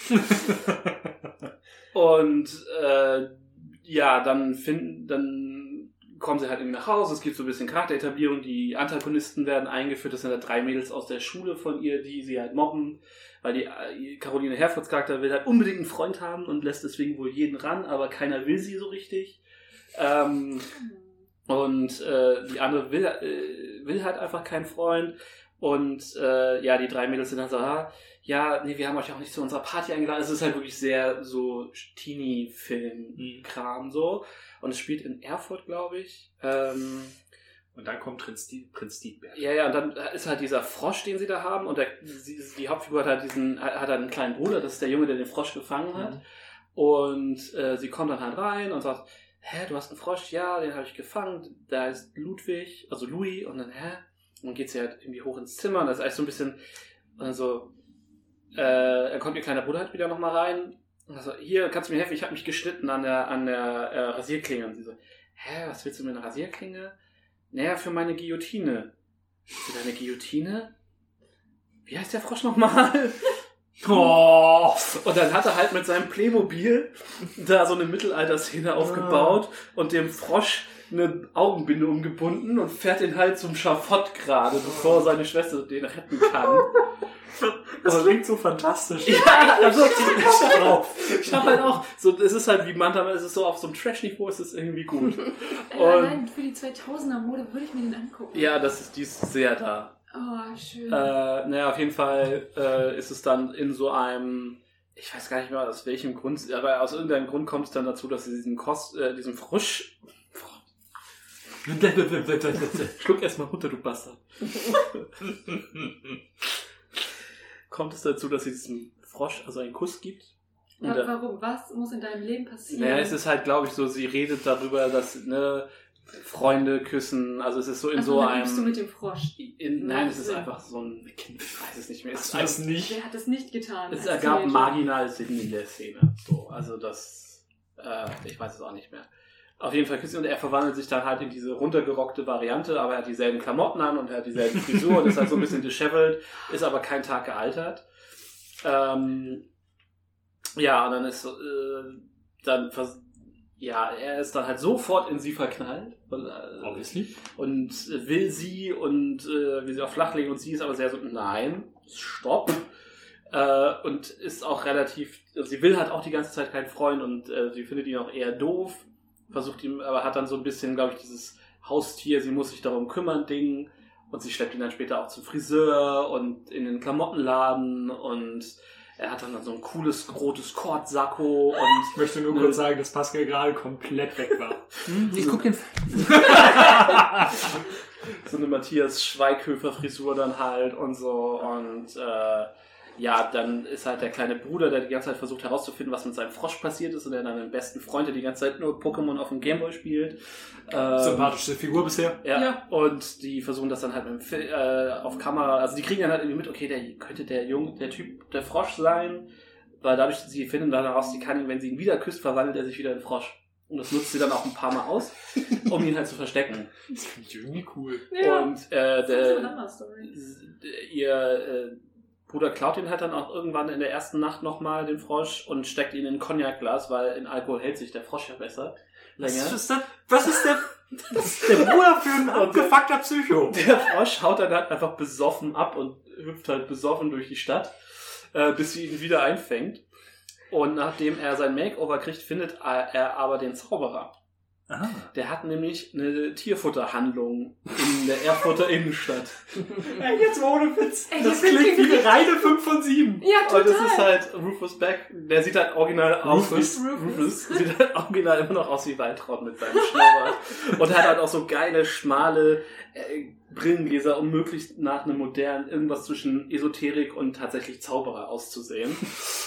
Und äh, ja, dann finden, dann kommen sie halt irgendwie nach Hause. Es gibt so ein bisschen Charakteretablierung. Die Antagonisten werden eingeführt. Das sind halt drei Mädels aus der Schule von ihr, die sie halt mobben, weil die äh, Caroline Herfords Charakter will halt unbedingt einen Freund haben und lässt deswegen wohl jeden ran, aber keiner will sie so richtig. Ähm, und äh, die andere will, äh, will halt einfach keinen Freund. Und äh, ja, die drei Mädels sind dann so, ah, ja, nee, wir haben euch auch nicht zu unserer Party eingeladen. Es ist halt wirklich sehr so Teenie-Film-Kram so. Und es spielt in Erfurt, glaube ich. Ähm, und dann kommt Prinz, Die- Prinz Dietberg. ja, ja, und dann ist halt dieser Frosch, den sie da haben. Und der, sie, die Hauptfigur hat halt diesen, hat halt einen kleinen Bruder. Das ist der Junge, der den Frosch gefangen hat. Mhm. Und äh, sie kommt dann halt rein und sagt, hä, du hast einen Frosch? Ja, den habe ich gefangen. Da ist Ludwig, also Louis. Und dann, hä? Und dann geht sie halt irgendwie hoch ins Zimmer. Und das ist eigentlich so ein bisschen, also, äh, dann kommt ihr kleiner Bruder halt wieder nochmal rein. Und so, hier, kannst du mir helfen? Ich habe mich geschnitten an der, an der äh, Rasierklinge. Und sie so, hä, was willst du mit einer Rasierklinge? Naja, für meine Guillotine. Für deine Guillotine? Wie heißt der Frosch nochmal? Oh. Und dann hat er halt mit seinem Playmobil da so eine Mittelalter-Szene aufgebaut und dem Frosch eine Augenbinde umgebunden und fährt ihn halt zum Schafott gerade, bevor seine Schwester den retten kann. Das klingt so fantastisch. Ja, also ich drauf. Ich hab halt auch, so, es ist halt wie manchmal, es ist so auf so einem Trash-Niveau, es ist irgendwie gut. Ey, allein für die zweitausender-Mode würde ich mir den angucken. Ja, das ist, die ist sehr da. Oh, schön. Äh, naja, auf jeden Fall äh, ist es dann in so einem, ich weiß gar nicht mehr aus welchem Grund, aber aus irgendeinem Grund kommt es dann dazu, dass sie diesen Kost, äh, diesen Frosch... Schluck erstmal runter, du Bastard. Kommt es dazu, dass sie diesem Frosch also einen Kuss gibt. Und Aber warum? Was muss in deinem Leben passieren? Naja, es ist halt, glaube ich, so, sie redet darüber, dass, ne, Freunde küssen, also es ist so in also, so dann einem... übst du mit dem Frosch. In, nein, es ist einfach so ein... Ich weiß es nicht mehr. Es ist das nicht. Wer hat das nicht getan? Es ergab marginal Sinn in der Szene. So, also das... Äh, ich weiß es auch nicht mehr. Auf jeden Fall küssen und er verwandelt sich dann halt in diese runtergerockte Variante, aber er hat dieselben Klamotten an und er hat dieselben Frisur und ist halt so ein bisschen dishevelled, ist aber kein Tag gealtert. Ähm, ja, und dann ist... Äh, dann vers- Ja, er ist dann halt sofort in sie verknallt und, äh, Obviously. und will sie und äh, will sie auch flachlegen und sie ist aber sehr so, nein, stopp. Äh, und ist auch relativ, also sie will halt auch die ganze Zeit keinen Freund und äh, sie findet ihn auch eher doof, versucht ihm, aber hat dann so ein bisschen, glaube ich, dieses Haustier, sie muss sich darum kümmern Ding und sie schleppt ihn dann später auch zum Friseur und in den Klamottenladen und er hat dann so ein cooles, rotes Kordsacko und... Ich möchte nur kurz sagen, dass Pascal gerade komplett weg war. Ich guck den... so eine Matthias Schweighöfer-Frisur dann halt und so und äh, ja, dann ist halt der kleine Bruder, der die ganze Zeit versucht herauszufinden, was mit seinem Frosch passiert ist und der dann den besten Freund, der die ganze Zeit nur Pokémon auf dem Gameboy spielt. Ähm, Sympathischste Figur bisher. Ja, Ja. und die versuchen das dann halt mit dem Fil- äh, auf Kamera, also die kriegen dann halt irgendwie mit, okay, der könnte der Junge, der Typ, der Frosch sein, weil dadurch, sie finden dann heraus, sie kann ihn, wenn sie ihn wieder küsst, verwandelt er sich wieder in Frosch. Und das nutzt sie dann auch ein paar Mal aus, um ihn halt zu verstecken. Das finde ich irgendwie cool. Ja. Und äh, das ist eine der, Hammer-Story. ihr äh, Bruder klaut ihn halt dann auch irgendwann in der ersten Nacht nochmal, den Frosch, und steckt ihn in ein Cognac-Glas, weil in Alkohol hält sich der Frosch ja besser. Was Länger. ist, das, was ist der, das ist der Bruder für ein abgefuckter Psycho? Der Frosch haut dann halt einfach besoffen ab und hüpft halt besoffen durch die Stadt, äh, bis sie ihn wieder einfängt. Und nachdem er sein Makeover kriegt, findet er aber den Zauberer. Ah. Der hat nämlich eine Tierfutterhandlung in der Erfurter Innenstadt. Ey, jetzt mal ohne Witz. Ey, Das das klingt klingt wie eine reine fünf von sieben. Ja, total. Und das ist halt Rufus Beck, der sieht halt original aus. Rufus? Rufus. Rufus sieht halt original immer noch aus wie Waltraud mit seinem Schnurrbart. Und hat halt auch so geile, schmale äh, Brillengläser, um möglichst nach einem modernen, irgendwas zwischen Esoterik und tatsächlich Zauberer auszusehen.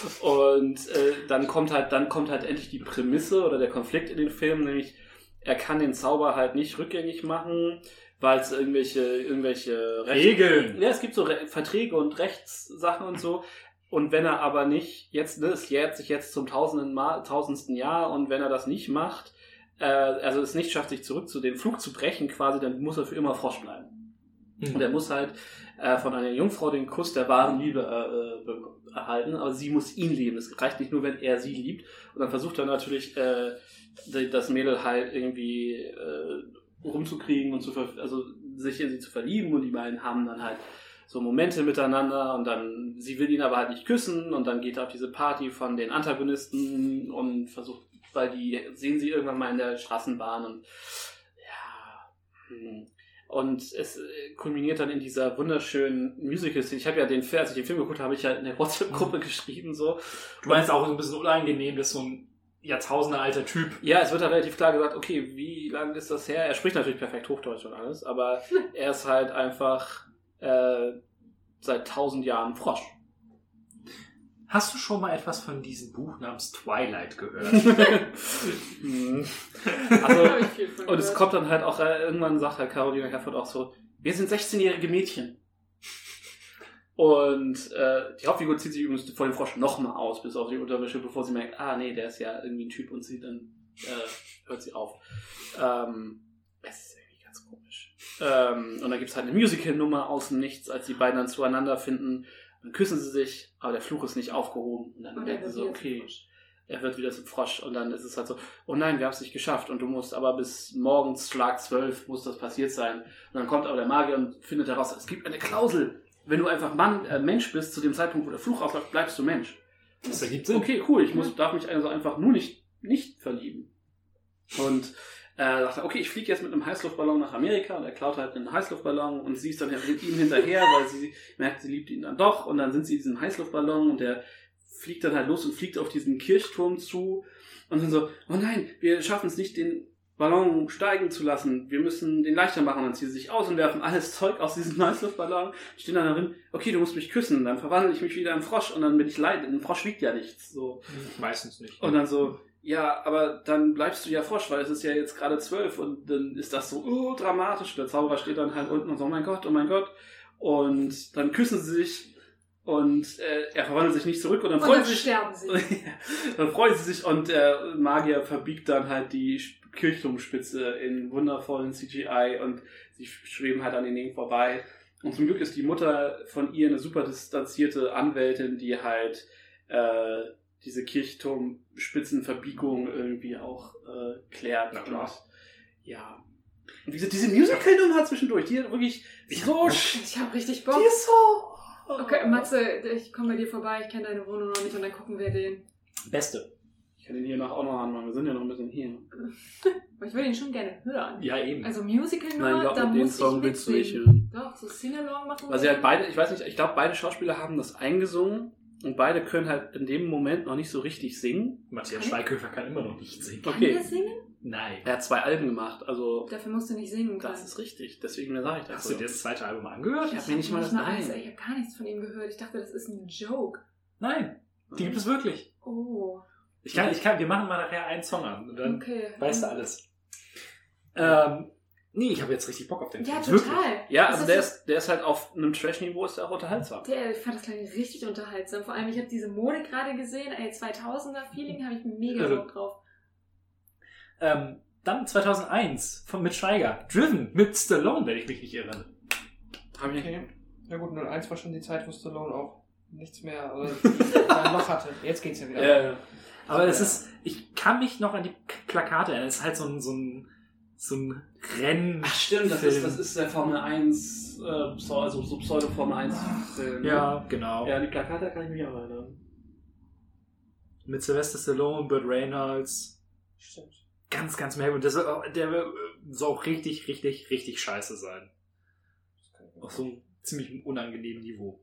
Und äh, dann kommt halt, dann kommt halt endlich die Prämisse oder der Konflikt in den Film, nämlich er kann den Zauber halt nicht rückgängig machen, weil es irgendwelche, irgendwelche Regeln. Ja, es gibt so Re- Verträge und Rechtssachen und so. Und wenn er aber nicht, jetzt, ne, es jährt sich jetzt zum tausenden Mal, tausendsten Jahr und wenn er das nicht macht, äh, also es nicht schafft, sich zurück zu den Flug zu brechen quasi, dann muss er für immer Frosch bleiben. Mhm. Und er muss halt äh, von einer Jungfrau den Kuss der wahren Liebe äh, be- erhalten, aber sie muss ihn lieben. Es reicht nicht nur, wenn er sie liebt. Und dann versucht er natürlich, äh, das Mädel halt irgendwie äh, rumzukriegen und zu ver- also sich in sie zu verlieben und die beiden haben dann halt so Momente miteinander und dann, sie will ihn aber halt nicht küssen und dann geht er auf diese Party von den Antagonisten und versucht, weil die sehen sie irgendwann mal in der Straßenbahn und ja, hm. Und es äh, kulminiert dann in dieser wunderschönen Musical-Szene. Ich habe ja den Film, als ich den Film geguckt habe, habe ich ja in der WhatsApp-Gruppe geschrieben. So. Du meinst auch so ein bisschen unangenehm, dass so ein Jahrtausende alter Typ... Ja, es wird halt relativ klar gesagt, okay, wie lange ist das her? Er spricht natürlich perfekt Hochdeutsch und alles, aber er ist halt einfach äh, seit tausend Jahren Frosch. Hast du schon mal etwas von diesem Buch namens Twilight gehört? Also, Hab ich viel von und es gehört. kommt dann halt auch, äh, irgendwann sagt halt Caroline Herford auch so, wir sind sechzehnjährige Mädchen. Und äh, die Hauptfigur zieht sich übrigens vor dem Frosch nochmal aus, bis auf die Unterwäsche, bevor sie merkt, ah nee, der ist ja irgendwie ein Typ und sie dann äh, hört sie auf. Ähm, es ist irgendwie ganz komisch. Ähm, und dann gibt es halt eine Musical-Nummer aus dem Nichts, als die beiden dann zueinander finden. Dann küssen sie sich, aber der Fluch ist nicht aufgehoben. Und dann Und merken er sie so, wird wieder okay, zum Frosch. er wird wieder zum Frosch. Und dann ist es halt so, oh nein, wir haben es nicht geschafft. Und du musst aber bis morgens Schlag zwölf muss das passiert sein. Und dann kommt aber der Magier und findet heraus, es gibt eine Klausel. Wenn du einfach Mann, äh, Mensch bist, zu dem Zeitpunkt, wo der Fluch ausläuft, bleibst du Mensch. Das ergibt Sinn. Okay, cool, ich muss, darf mich also einfach nur nicht, nicht verlieben. Und äh, sagt er, okay, ich fliege jetzt mit einem Heißluftballon nach Amerika und er klaut halt einen Heißluftballon und sie ist dann mit ihm hinterher, weil sie merkt, sie liebt ihn dann doch und dann sind sie in diesem Heißluftballon und der fliegt dann halt los und fliegt auf diesen Kirchturm zu und dann so, oh nein, wir schaffen es nicht, den Ballon steigen zu lassen, wir müssen den leichter machen, dann ziehen sie sich aus und werfen alles Zeug aus diesem Heißluftballon, stehen dann darin, okay, du musst mich küssen, dann verwandle ich mich wieder in Frosch und dann bin ich leid, ein Frosch wiegt ja nichts, so. Meistens nicht. Und dann so, ja, aber dann bleibst du ja Frosch, weil es ist ja jetzt gerade zwölf und dann ist das so oh, dramatisch. Der Zauberer steht dann halt unten und so, oh mein Gott, oh mein Gott. Und dann küssen sie sich und äh, er verwandelt sich nicht zurück und dann Und freuen dann sie sich. sterben sie. Dann freuen sie sich und der Magier verbiegt dann halt die Kirchturmspitze in wundervollen C G I und sie schweben halt an den Dingen vorbei. Und zum Glück ist die Mutter von ihr eine super distanzierte Anwältin, die halt äh, diese Kirchturmspitzenverbiegung irgendwie auch äh, klärt. Na klar. Und, ja. Und diese, diese Musical-Nummer zwischendurch, die hat wirklich so... Ich hab richtig Bock. Die ist so... Okay, Matze, ich komme bei dir vorbei, ich kenne deine Wohnung noch nicht und dann gucken wir den. Beste. Ich kann den hier noch auch noch anmachen, wir sind ja noch ein bisschen hier. Aber ich würde ihn schon gerne hören. Ja, eben. Also Musical Nein, Nummer, ich da glaube, mit dem muss Song ich willst du nicht mitsingen. hören. Doch, so Sing-Along machen Weil sie halt beide, ich weiß nicht, ich glaube, beide Schauspieler haben das eingesungen und beide können halt in dem Moment noch nicht so richtig singen. Matthias Schweighöfer kann immer noch nicht singen. Kann Okay. der singen? Nein. Er hat zwei Alben gemacht, also Dafür musst du nicht singen können. das ist richtig. Deswegen sage ich das. Hast so. du dir das zweite Album angehört? Ich hab mir nicht mal das eins, Nein. Ich habe gar nichts von ihm gehört. Ich dachte, das ist ein Joke. Nein. Die gibt es wirklich. Oh, Ich kann, ich kann, wir machen mal nachher einen Song an und dann okay. weißt du alles. Ähm, nee, ich habe jetzt richtig Bock auf den Ja, Film. total. Ja, Das also ist der so- ist, der ist halt auf einem Trash-Niveau, ist der auch unterhaltsam. Der, ich fand das klang richtig unterhaltsam. Vor allem, ich habe diese Mode gerade gesehen. Ey, zweitausender-Feeling habe ich mega Irre. Bock drauf. Ähm, dann zweitausendeins von, mit Schweiger. Driven mit Stallone, wenn ich mich nicht irre. Hab ich nicht. Okay. Ja gut, null eins war schon die Zeit, wo Stallone auch nichts mehr oder sein Loch hatte. Jetzt geht's ja wieder. Ja, ja. Aber es ist, ich kann mich noch an die K- Plakate erinnern. Es ist halt so ein, so ein, so ein Rennen. Ach stimmt, das Film. ist, das ist der Formel eins, äh, Pseu- also so Pseudo-Formel eins Film. Ja, genau. Ja, die Plakate kann ich mich auch erinnern. Mit Sylvester Stallone, Burt Reynolds. Stimmt. Ganz, ganz merkwürdig. Das, soll auch- der soll auch richtig, richtig, richtig scheiße sein. Das kann ich mir Auf so einem ziemlich unangenehmen Niveau.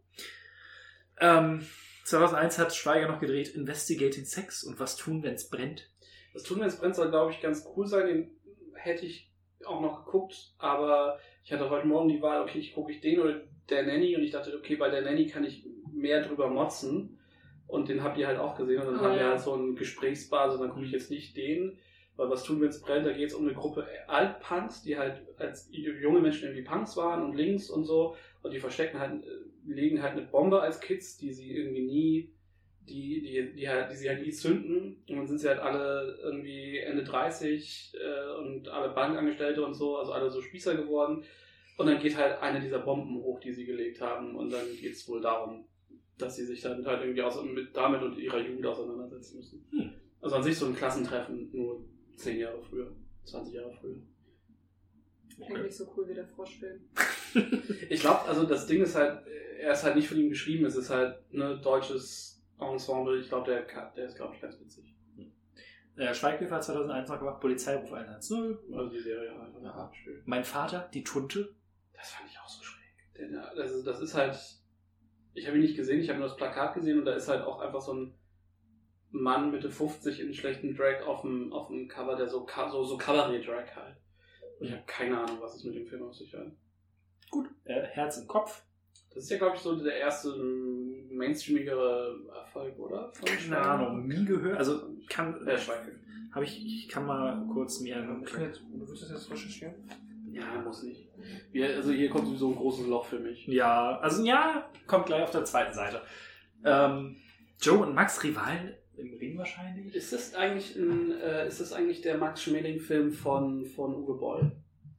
Ähm, zweitausendeins hat Schweiger noch gedreht Investigating Sex und Was tun, wenn's brennt. Das Tun, wenn's brennt, soll, glaube ich, ganz cool sein. Den hätte ich auch noch geguckt, aber ich hatte heute Morgen die Wahl, okay, ich gucke ich den oder der Nanny und ich dachte, okay, bei der Nanny kann ich mehr drüber motzen und den habt ihr halt auch gesehen und dann Oh, haben wir ja. halt so eine Gesprächsbasis, dann gucke ich jetzt nicht den, weil Was tun, wenn's brennt, da geht es um eine Gruppe Altpunks, die halt als junge Menschen irgendwie Punks waren und links und so und die verstecken halt, legen halt eine Bombe als Kids, die sie irgendwie nie die, die, die, halt, die sie halt nie zünden und dann sind sie halt alle irgendwie Ende dreißig äh, und alle Bankangestellte und so, also alle so Spießer geworden und dann geht halt eine dieser Bomben hoch, die sie gelegt haben und dann geht es wohl darum, dass sie sich dann halt irgendwie aus, mit, damit und ihrer Jugend auseinandersetzen müssen. Hm. Also an sich so ein Klassentreffen, nur zehn Jahre früher, zwanzig Jahre früher. Klingt nicht so cool wie der Froschfilm. Ich glaube, also das Ding ist halt, er ist halt nicht von ihm geschrieben, es ist halt ein ne, deutsches Ensemble, ich glaube, der, der ist, glaube ich, ganz witzig. Äh, Schweighöfer hat zweitausendeins noch gemacht, Polizeiruf eins eins null. Also die Serie einfach. Ja. Mein Vater, die Tunte. Das fand ich auch so schräg. Denn, ja, das, ist, das ist halt, ich habe ihn nicht gesehen, ich habe nur das Plakat gesehen und da ist halt auch einfach so ein Mann Mitte fünfzig in schlechten Drag auf dem, auf dem Cover, der so, so, so Cabaret-Drag halt. Und ich habe keine Ahnung, was es mit dem Film auf sich hat. Gut, äh, Herz im Kopf. Das ist ja, glaube ich, so der erste mainstreamigere Erfolg, oder? Von Keine Ahnung, nie gehört. Also kann, äh, Schweighöfer. Habe ich, ich kann mal kurz mir einen Du willst das jetzt recherchieren? Ja, muss nicht. Wir, also hier kommt sowieso ein großes Loch für mich. Ja, also ja, kommt gleich auf der zweiten Seite. Ähm, Joe und Max Rivalen im Ring wahrscheinlich. Ist das eigentlich ein, äh, ist das eigentlich der Max Schmeling-Film von, von Uwe Boll?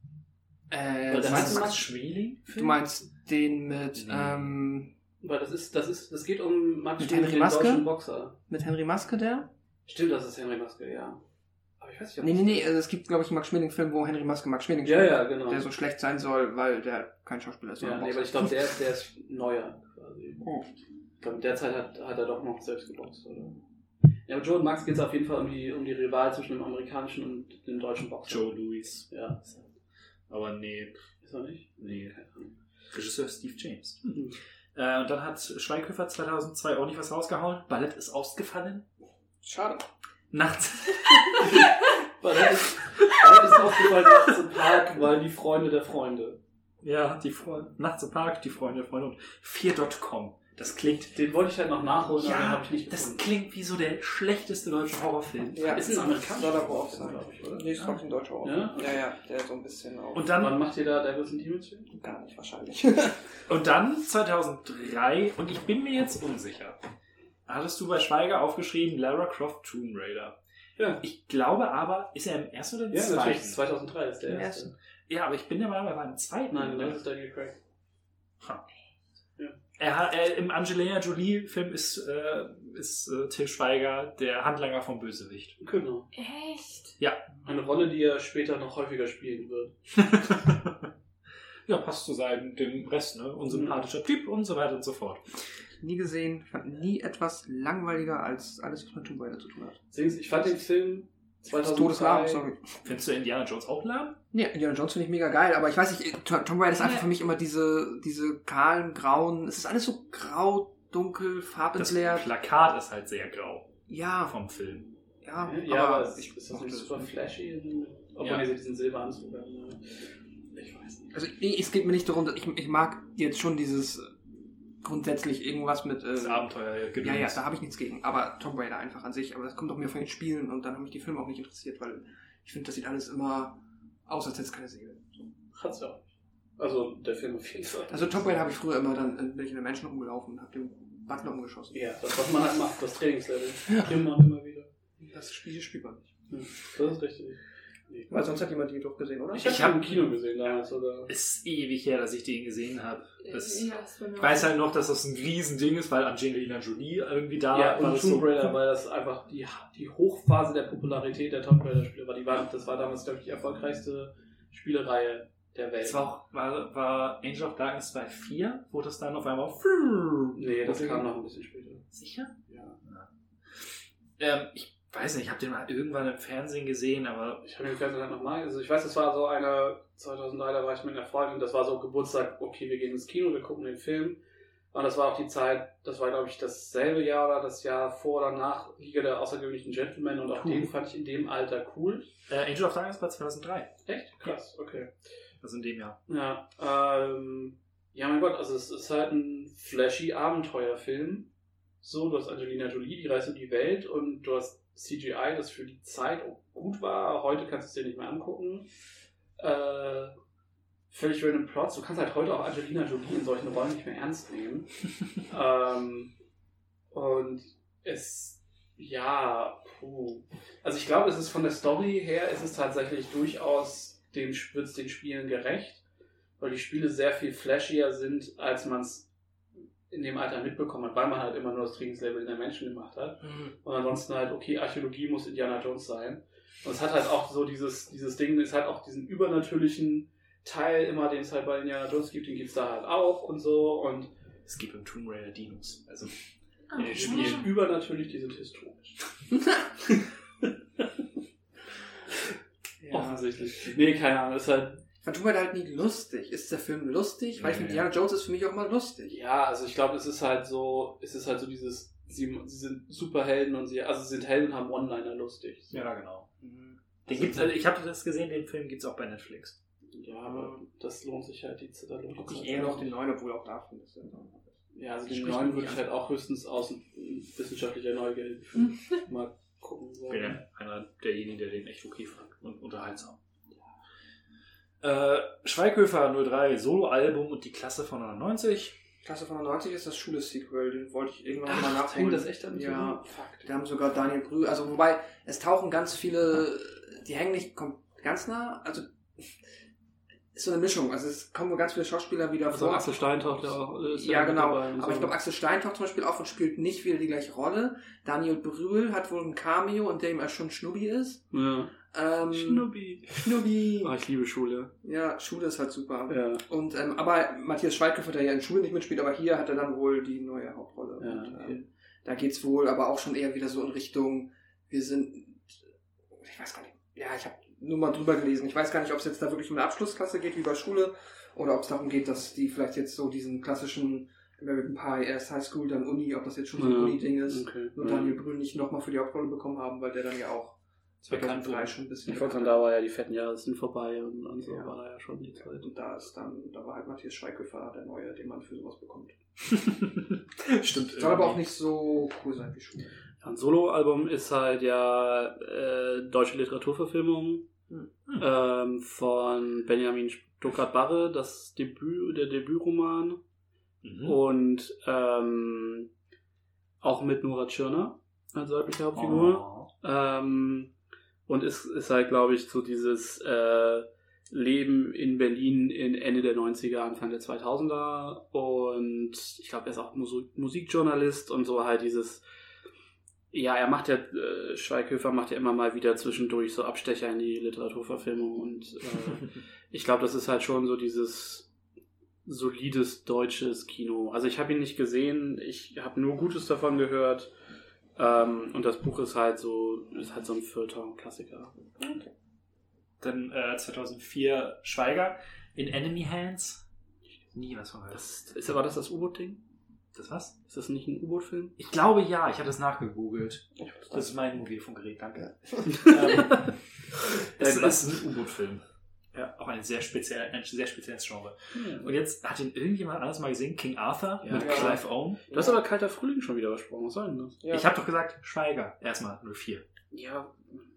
Äh, Weil du das meinst, ist Max Schmeling? du meinst den mit, Nee. ähm, Weil das ist, das ist, das geht um Max Mit Schmeling, Henry den Maske? deutschen Boxer. mit Henry Maske, der? Stimmt, das ist Henry Maske, ja. Aber ich weiß nicht, ob Nee, das- nee, nee, also es gibt, glaube ich, einen Max Schmeling-Film, wo Henry Maske Max Schmeling Ja, spielt, ja, genau. der so schlecht sein soll, weil der kein Schauspieler ist. Ja, sondern nee, Boxer. aber ich glaube, der, der ist neuer quasi. Oh. Ich glaube, derzeit hat, hat er doch noch selbst geboxt, oder? Ja, aber Joe und Max geht es auf jeden Fall um die, um die Rival zwischen dem amerikanischen und dem deutschen Boxer. Joe Louis. Ja. Aber nee, Ist er nicht? nee. Keine Ahnung. Regisseur Steve James. Mhm. Äh, und dann hat Schweighöfer zweitausendzwei auch nicht was rausgehauen. Ballett ist ausgefallen. Schade. Nachts. Weil das ist, das ist aufgefallen nachts im Park, weil die Freunde der Freunde. Ja, die Freunde. Nachts im Park, die Freunde der Freunde und vier Punkt com. Das klingt. Den wollte ich halt noch nachholen, aber den Ja, habe ich nicht das gefunden. klingt wie so der schlechteste deutsche Horrorfilm. Ja, Ist ein amerikanischer Soll aber Horror, auch sein, glaube ich, oder? Nee, ist trotzdem deutscher Horror. Ja? Ja, ja, der so ein bisschen auch. Und dann, Wann macht ihr da Devils and Demons Film? Gar nicht wahrscheinlich. und dann zweitausenddrei, und ich bin mir jetzt unsicher, hattest du bei Schweiger aufgeschrieben Lara Croft Tomb Raider. Ja. Ich glaube aber, ist er im ersten oder im Ja, zweiten? natürlich. zweitausenddrei ist der Im erste. Ja, aber ich bin der Meinung, er war im zweiten. Nein, das ist Daniel Craig. Ha. Ja. Er hat, er, Im Angelina Jolie-Film ist, äh, ist äh, Til Schweiger der Handlanger vom Bösewicht. Genau. Echt? Eine Rolle, die er später noch häufiger spielen wird. Ja, passt zu seinem dem Rest, ne? Unsympathischer Typ und so weiter und so fort. Nie gesehen, fand nie etwas langweiliger als alles, was mit Tomb Raider zu tun hat. Deswegen, ich fand den Film Das zweitausenddrei... Todeslahm, sorry. Findest du Indiana Jones auch lahm? Nee, Indiana Jones finde ich mega geil, aber ich weiß nicht, Tom Tomb Raider ist einfach Ja. für mich immer diese, diese kahlen, grauen, es ist alles so grau, dunkel, Das farbentleert. Plakat ist halt sehr grau Ja, vom Film. ja, Ja, aber, aber es ich ist das mochte nicht das super nicht. flashy? Obwohl Ja. ja. diesen Silberanzug haben. ne? Ich weiß nicht. Also nee, es geht mir nicht darum, dass ich, ich mag jetzt schon dieses grundsätzlich irgendwas mit... Äh, Das Abenteuer ja, ja, da habe ich nichts gegen, aber Tomb Raider einfach an sich, aber das kommt auch mir von den Spielen und dann haben mich die Filme auch nicht interessiert, weil ich finde, das sieht alles immer aus, als hätte es keine Seele. So. Hat's ja auch nicht. Also der Film auf jeden Fall. Also Tomb Raider habe ich früher immer, dann äh, bin ich in den Menschen rumgelaufen und habe den Butler umgeschossen. Ja, das was man halt macht, das Trainingslevel. Immer und immer wieder. Das Spiel spielt man nicht. Das ist richtig. Weil sonst hat jemand die doch gesehen, oder? Ich habe Ich ihn hab- im Kino gesehen damals sogar. Ist ewig her, dass ich den gesehen habe. Das- Ja, ist bei mir Ich weiß halt noch, dass das ein Riesending ist, weil Angelina Jolie irgendwie da Ja, war. und Das Tomb so- Raider, weil das einfach die, die Hochphase der Popularität der Tomb Raider-Spiele war. Die waren. Das war damals, glaube ich, die erfolgreichste Spielereihe der Welt. Das war auch, war, war Angel of Darkness zwei vier, wo das dann auf einmal... Nee, das kam noch ein bisschen später. Sicher? Ja. Ähm, ich weiß nicht, ich habe den mal irgendwann im Fernsehen gesehen, aber Ich habe den Fernsehen halt nochmal, also ich weiß, das war so eine, zweitausenddrei, da war ich mit einer Freundin, das war so Geburtstag, okay, wir gehen ins Kino, wir gucken den Film. Und das war auch die Zeit, das war glaube ich dasselbe Jahr oder das Jahr vor oder nach Liga der außergewöhnlichen Gentlemen und auch Cool. den fand ich in dem Alter cool. äh, Angel of Darkness war zweitausenddrei, Echt? Krass, okay. also in dem Jahr. Ja, ähm, ja mein Gott, also es ist halt ein flashy Abenteuerfilm. So, du hast Angelina Jolie, die reist um die Welt und du hast C G I, das für die Zeit auch gut war. Heute kannst du es dir nicht mehr angucken. Äh, völlig random Plots. Du kannst halt heute auch Angelina Jolie in solchen Rollen nicht mehr ernst nehmen. ähm, und es, ja, puh. Also ich glaube, es ist von der Story her, es ist tatsächlich durchaus dem, wird's den Spielen gerecht, weil die Spiele sehr viel flashier sind, als man es in dem Alter mitbekommen hat, weil man halt immer nur das Trainingslevel in der Menschen gemacht hat. Und ansonsten halt, okay, Archäologie muss Indiana Jones sein. Und es hat halt auch so dieses, dieses Ding, es hat auch diesen übernatürlichen Teil immer, den es halt bei Indiana Jones gibt, den gibt es da halt auch und so. Und Es gibt im Tomb Raider Dinos. Also Ah, in den die Spiele Spielen. übernatürlich, die sind historisch. Nee, keine Ahnung, ist halt... Phantom Rider halt nie lustig. Ist der Film lustig? Weil ich finde, Indiana Jones ist für mich auch mal lustig. Ja, also ich glaube, es ist halt so, es ist halt so dieses, sie, sie sind Superhelden und sie, also sie sind Helden und haben One-Liner lustig. So. Ja, genau. Mhm. Den gibt's, also ich habe das gesehen, den Film gibt's auch bei Netflix. Ja, aber das lohnt sich halt, die da lohnt Guck sich ich halt eher auch. noch den neuen, obwohl auch da finde ich es. Ja, also den Spricht neuen mich würde ich an. halt auch höchstens aus wissenschaftlicher Neugier mal gucken. So. Ich bin ja einer derjenigen, der den echt okay fand und unterhaltsam. Äh, Schweighöfer null drei, Soloalbum und die Klasse von neunundneunzig. Klasse von neunzig ist das Schule-Sequel, den wollte ich irgendwann Ach, mal nachholen. hängt das echt damit Ja, zusammen? Fuck. da haben sogar Daniel Brühl, also wobei, es tauchen ganz viele, die hängen nicht kom- ganz nah, also ist so eine Mischung, also es kommen nur ganz viele Schauspieler wieder Also vor. Axel Stein taucht ja auch. Ist Ja, mit genau. dabei und Aber ich so. glaube, Axel Stein taucht zum Beispiel auf und spielt nicht wieder die gleiche Rolle. Daniel Brühl hat wohl ein Cameo, in dem er schon Schnubbi ist. Ja. Ähm, Schnubbi. Schnubbi. Oh, ich liebe Schule. Ja, Schule ist halt super. Ja. Und ähm, aber Matthias Schweighöfer, der ja in Schule nicht mitspielt, aber hier hat er dann wohl die neue Hauptrolle. Ja, und, okay. ähm, da geht's wohl aber auch schon eher wieder so in Richtung, wir sind, ich weiß gar nicht, ja, ich habe nur mal drüber gelesen. Ich weiß gar nicht, ob es jetzt da wirklich um eine Abschlussklasse geht, wie bei Schule, oder ob es darum geht, dass die vielleicht jetzt so diesen klassischen American Pie, erst High School, dann Uni, ob das jetzt schon so ein Ja. Uni-Ding ist. Okay. Nur Daniel Brühl nicht nochmal für die Hauptrolle bekommen haben, weil der dann ja auch Bekannt zweitausenddrei wurde. schon ein bisschen Ich wollte sagen, da war ja die fetten Jahre sind vorbei und, und so Ja. war da ja schon die Zeit. Und da ist dann, da war halt Matthias Schweighöfer der Neue, den man für sowas bekommt. Stimmt. Soll aber auch nicht so cool sein wie Schule. Ja, ein Solo-Album ist halt ja äh, deutsche Literaturverfilmung Hm. ähm, von Benjamin Stuckart-Barre, das Debüt, der Debütroman Mhm. und ähm, auch mit Nora Tschirner als weibliche Hauptfigur. Oh. Ähm, und ist, ist halt, glaube ich, so dieses äh, Leben in Berlin in Ende der neunziger, Anfang der zweitausender. Und ich glaube, er ist auch Musik- Musikjournalist und so halt dieses, ja, er macht ja, äh, Schweighöfer macht ja immer mal wieder zwischendurch so Abstecher in die Literaturverfilmung. Und äh, ich glaube, das ist halt schon so dieses solides deutsches Kino. Also ich habe ihn nicht gesehen, ich habe nur Gutes davon gehört. Ähm, und das Buch ist halt so, ist halt so ein Feuilleton-Klassiker. Okay. Dann äh, zweitausendvier Schweiger in Enemy Hands. Nie was von gehört. Das, ist aber das das U-Boot-Ding? Das was? Ist das nicht ein U-Boot-Film? Ich glaube ja, ich habe das nachgegoogelt. Ich weiß Das ist mein Mobilfunkgerät, danke. Ja. ähm, es was? ist ein U-Boot-Film. Ja, auch ein sehr, speziell, ein sehr spezielles Genre. Hm. Und jetzt hat ihn irgendjemand anders mal gesehen, King Arthur Ja. mit Ja. Clive Owen. Du hast aber Kalter Frühling schon wieder besprochen. Was soll denn das? Ja. Ich habe doch gesagt, Schweiger. Erstmal null vier. Ja.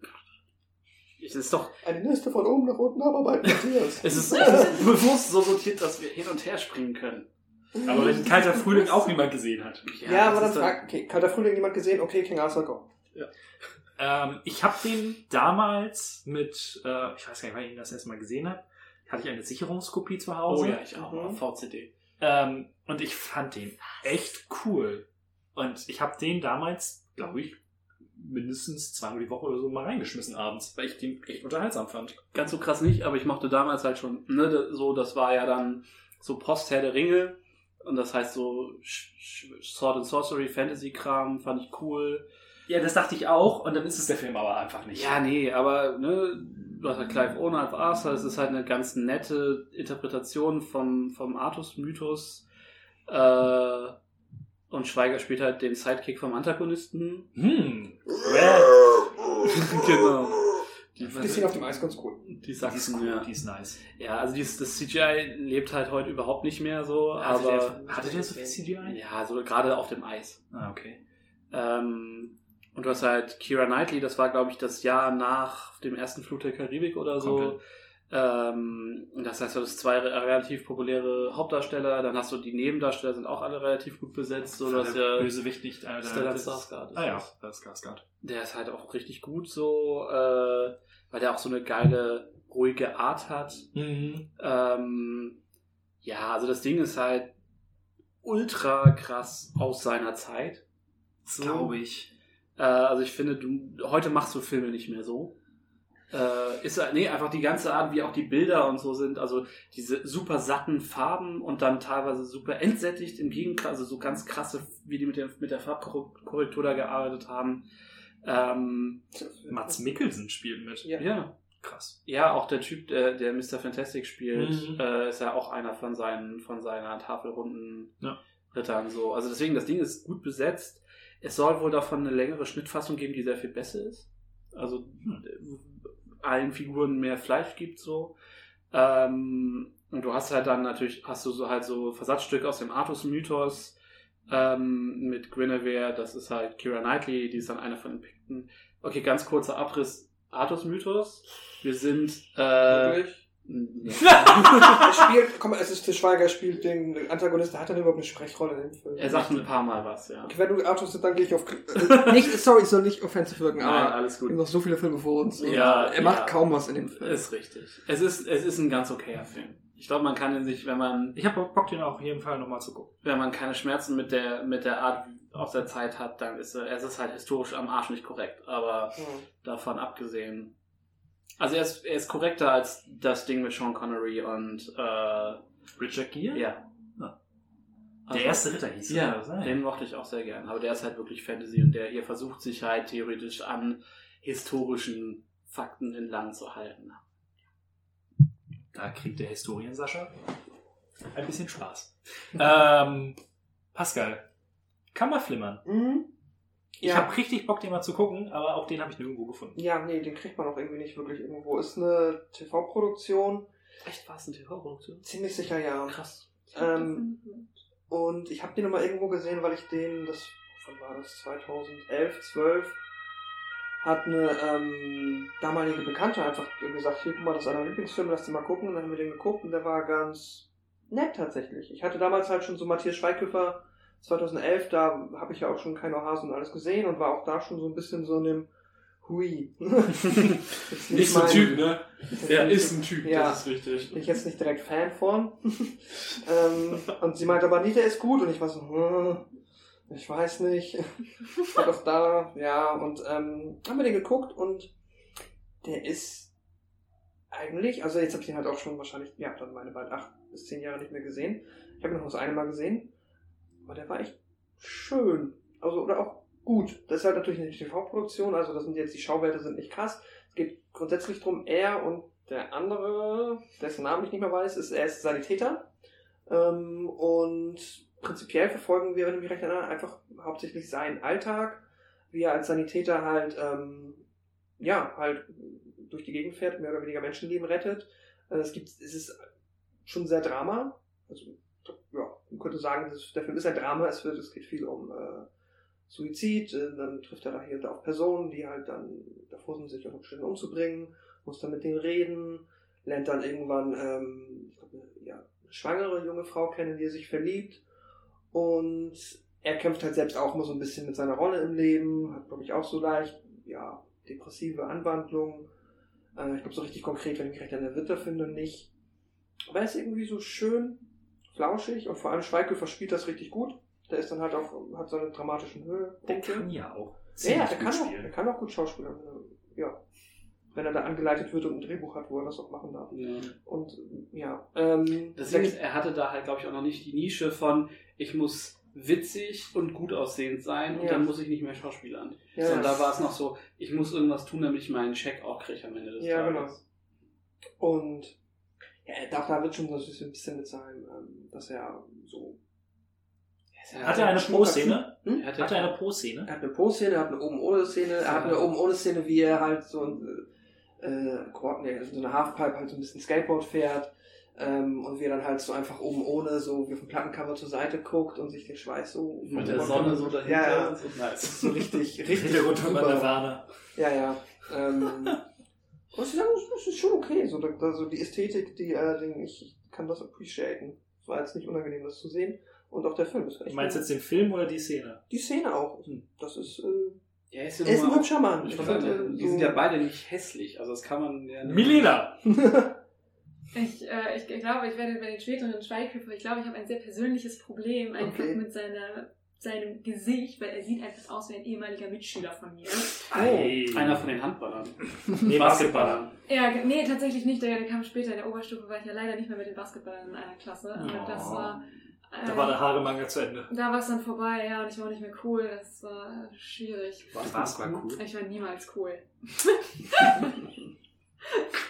Es ist doch. Eine Liste von oben nach unten abarbeiten, Matthias. Es ist, es ist bewusst so sortiert, dass wir hin und her springen können. Aber wenn Kalter Frühling auch niemand gesehen hat. Ja, aber das dann ist fragt, okay, Kalter Frühling jemand gesehen? Okay, King Arthur, go. Ähm, ich habe den damals mit, äh, ich weiß gar nicht, wann ich ihn das erste Mal gesehen habe, hatte ich eine Sicherungskopie zu Hause. Oh ja, ich auch. Mhm. V C D. Ähm, und ich fand den echt cool. Und ich habe den damals, glaube ich, mindestens zweimal die Woche oder so mal reingeschmissen abends, weil ich den echt unterhaltsam fand. Ganz so krass nicht, aber ich mochte damals halt schon, ne, da- so, das war ja dann so Post-Herr der Ringe. Und das heißt so Sch- Sch- Sword and Sorcery, Fantasy-Kram, fand ich cool. Ja, das dachte ich auch. Und dann ist es der Film aber einfach nicht. Ja, nee, aber ne, du hast halt Clive Owen als Arthur, es ist halt eine ganz nette Interpretation vom, vom Artus-Mythos. Äh, und Schweiger spielt halt den Sidekick vom Antagonisten. Hm. Genau. Die, Die Szene auf dem Eis ganz cool. die Die ist Sachsen, cool, ja. die ist nice. Ja, also dieses, das C G I lebt halt heute überhaupt nicht mehr so, Hatte aber der, hatte der so viel C G I? ja, so gerade auf dem Eis. Ah, okay. Ähm, und du hast halt Keira Knightley, das war, glaube ich, das Jahr nach dem ersten Flug der Karibik oder so. Komplett. Ähm, und das heißt, du hast zwei re- relativ populäre Hauptdarsteller, dann hast du die Nebendarsteller, sind auch alle relativ gut besetzt. So, du hast ja Bösewicht nicht. Äh, Stellan das- Skarsgård. ist Ah ja, das. das ist Skarsgård. Der ist halt auch richtig gut so, äh, weil der auch so eine geile, ruhige Art hat. Mhm. Ähm, ja, also das Ding ist halt ultra krass aus seiner Zeit. So. Glaube ich. Äh, also ich finde, du, heute machst du Filme nicht mehr so. Äh, ist nee, einfach die ganze Art, wie auch die Bilder und so sind, also diese super satten Farben und dann teilweise super entsättigt im Gegenteil, also so ganz krasse, wie die mit der, mit der Farbkorrektur da gearbeitet haben. Ähm, Mats Mikkelsen spielt mit. Ja. ja. Krass. Ja, auch der Typ, der, der Mister Fantastic spielt, Mhm. äh, ist ja auch einer von seinen von seiner Tafelrunden Ja. Rittern. So. Also deswegen, das Ding ist gut besetzt. Es soll wohl davon eine längere Schnittfassung geben, die sehr viel besser ist. Also Hm. allen Figuren mehr Fleisch gibt so. Ähm, und du hast halt dann natürlich, hast du so halt so Versatzstücke aus dem Artus-Mythos ähm, mit Guinevere, das ist halt Keira Knightley, die ist dann eine von den Pikten. Okay, ganz kurzer Abriss Artus-Mythos. Wir sind äh, Wirklich? ja. Er spielt, komm, es ist Til Schweiger, spielt den Antagonisten, hat er denn überhaupt eine Sprechrolle in dem Film? Er sagt ein paar Mal was, ja. Okay, wenn du Artus dann gehe ich auf. Äh, nicht, sorry, es soll nicht offensiv wirken, Nein, aber alles es gut. gibt noch so viele Filme vor uns. Ja, er macht ja. kaum was in dem Film. Ist richtig. Es ist, es ist ein ganz okayer Film. Ich glaube, man kann ihn sich, wenn man, Ich habe Bock, den auch auf jeden Fall nochmal zu gucken. wenn man keine Schmerzen mit der, mit der Art aus der Zeit hat, dann ist er, es ist halt historisch am Arsch nicht korrekt. Aber Hm. davon abgesehen. Also er ist, er ist korrekter als das Ding mit Sean Connery und äh, Richard Gere? ja. Ja. Also, Der erste Ritter hieß Ja, er, oder? den mochte ich auch sehr gern. Aber der ist halt wirklich Fantasy und der hier versucht sich halt theoretisch an historischen Fakten entlang zu halten. Da kriegt der Historien Sascha ein bisschen Spaß. ähm, Pascal, Kammerflimmern. Mhm. Ich Ja. habe richtig Bock, den mal zu gucken, aber auch den habe ich nirgendwo gefunden. Ja, nee, den kriegt man auch irgendwie nicht wirklich irgendwo. Ist eine T V-Produktion, Echt, war es eine T V-Produktion? ziemlich sicher ja. Krass. Ähm, und ich habe den nochmal irgendwo gesehen, weil ich den, das, wann war das, zweitausendelf, zwölf, hat eine ähm, damalige Bekannte einfach gesagt, hier, guck mal, das ist einer Lieblingsfilm, lass den mal gucken. Und dann haben wir den geguckt und der war ganz nett tatsächlich. Ich hatte damals halt schon so Matthias Schweighöfer zweitausendelf, da habe ich ja auch schon Keine Hasen und alles gesehen und war auch da schon so ein bisschen so in dem Hui. Jetzt Nicht so ein mein- Typ, ne? Der nicht- ist ein Typ, Ja. das ist richtig. bin ich jetzt nicht direkt Fan von. ähm, und sie meinte aber, nee, der ist gut. Und ich war so, hm, ich weiß nicht. War doch da, ja. Und ähm, haben wir den geguckt und der ist eigentlich, also jetzt habe ich den halt auch schon wahrscheinlich, ja, dann meine bald acht bis zehn Jahre nicht mehr gesehen. Ich habe ihn noch das eine Mal gesehen. Aber der war echt schön. Also, oder auch gut. Das ist halt natürlich eine T V-Produktion, also das sind jetzt, die Schauwerte sind nicht krass. Es geht grundsätzlich drum, er und der andere, dessen Namen ich nicht mehr weiß, ist, er ist Sanitäter. Ähm, und prinzipiell verfolgen wir, wenn ich mich recht erinnere, einfach hauptsächlich seinen Alltag, wie er als Sanitäter halt, ähm, ja, halt durch die Gegend fährt, mehr oder weniger Menschenleben rettet. Äh, es gibt, es ist schon sehr Drama. Also, ja, man könnte sagen, das, der Film ist ein Drama, es, wird, es geht viel um äh, Suizid, äh, dann trifft er da hier und da auf Personen, die halt dann davor sind, sich auf Stellen umzubringen, muss dann mit denen reden, lernt dann irgendwann ähm, ich glaub, eine, ja, eine schwangere junge Frau kennen, die er sich verliebt und er kämpft halt selbst auch immer so ein bisschen mit seiner Rolle im Leben, hat glaube ich auch so leicht, ja, depressive Anwandlungen, äh, ich glaube so richtig konkret, wenn ich mich recht an der Witter finde, nicht, aber er ist irgendwie so schön flauschig und vor allem Schweighöfer spielt das richtig gut. Der ist dann halt auch, hat so eine dramatischen Höhe. Der kann ja auch Ja, ziemlich ja, der gut kann, auch, spielen. der kann auch gut schauspielern. Ja. Wenn er da angeleitet wird und ein Drehbuch hat, wo er das auch machen darf. Ja. Und ja. Ähm, Das Ding ist, er hatte da halt, glaube ich, auch noch nicht die Nische von, ich muss witzig und gut aussehend sein und Ja. dann muss ich nicht mehr schauspielern. ja, Sondern da war es noch so, ich muss irgendwas tun, damit ich meinen Check auch kriege am Ende des Ja, Tages. Und ja, er darf da wird schon so ein bisschen mit seinem, ähm, dass er so. Ja, Hat er eine Schmucker- Pro-Szene? Hm? Er hat, Hat er ja eine Pro-Szene? Er hat eine Pro-Szene, er hat eine Oben-Ohne-Szene, er hat eine Oben-Ohne-Szene, wie er halt so ein äh, Quad, nee, so eine Halfpipe halt so ein bisschen Skateboard fährt ähm, und wie er dann halt so einfach oben ohne so wie auf dem Plattencover zur Seite guckt und sich den Schweiß so mit der Sonne so dahinter. Ja, ja. So Das nice. ist so richtig, richtig Hintergrund von drüber. Nirvana. Ja, ja. Ähm, und ich sagen, das ist schon okay. So, da- also die Ästhetik, die allerdings, ich kann das appreciaten. Es war jetzt nicht unangenehm, das zu sehen. Und auch der Film ist echt. Du meinst jetzt den Film oder die Szene? die Szene auch. Hm. Das ist, äh, Ja, ist ja er ist nun ein mal auch- hübscher Mann. Ich Ich wollte finde, sagen, die so- sind ja beide nicht hässlich, also das kann man ja nicht. Milena! Ich, äh, ich glaube, ich werde bei den späteren Schweighöfer, ich glaube, ich habe ein sehr persönliches Problem einfach Okay. mit seiner, seinem Gesicht, weil er sieht einfach aus wie ein ehemaliger Mitschüler von mir. Ei. Einer von den Handballern. Nee, Basketballern. Ja, ge- nee, tatsächlich nicht. Der, der kam später in der Oberstufe, war ich ja leider nicht mehr mit den Basketballern in einer Klasse. Aber Oh. das war. Äh, Da war der Haaremangel zu Ende. da war es dann vorbei, ja, und ich war auch nicht mehr cool. Das war schwierig. Was war cool? Ich war niemals cool.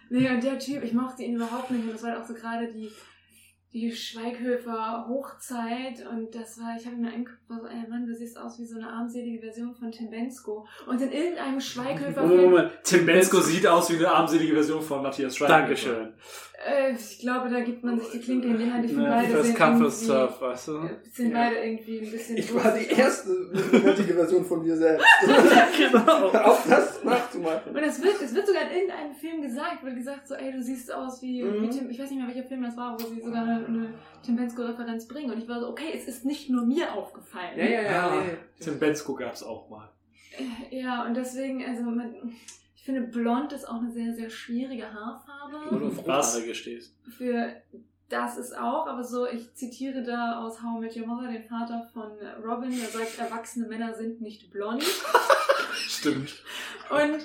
Nee, und der Typ, ich mochte ihn überhaupt nicht. Und das war halt auch so gerade die, die Schweighöfer Hochzeit. Und das war, ich habe mir angeguckt, war so, ey Mann, du siehst aus wie so eine armselige Version von Tim Bensko. Und in irgendeinem Schweighöfer Moment, Moment. Tim Bensko sieht aus wie eine armselige Version von Matthias Schweighöfer. Dankeschön. Äh, ich glaube, da gibt man sich die Klinke in die Hand. Ich finde Ja, beide fürs sind Kampf, irgendwie, fürs Surf, weißt du? äh, sind beide irgendwie ein bisschen... Ich war die erste nötige Version von mir selbst. Genau. Auch das nachzumachen. Und es wird, es wird sogar in irgendeinem Film gesagt, wird gesagt so, ey, du siehst aus wie, Mhm. wie Tim, ich weiß nicht mehr, welcher Film das war, wo sie sogar eine, eine Tim Bensko-Referenz bringen. Und ich war so, okay, es ist nicht nur mir aufgefallen. Ja, ja, ja. Ja, Nee. Tim Bensko gab's auch mal. Äh, Ja, und deswegen, also man, ich finde, blond ist auch eine sehr, sehr schwierige Wo Haarfarbe. du auf Rothaarige stehst. Für das ist auch, aber so, ich zitiere da aus How I Met Your Mother den Vater von Robin, der sagt, erwachsene Männer sind nicht blond. Stimmt. Und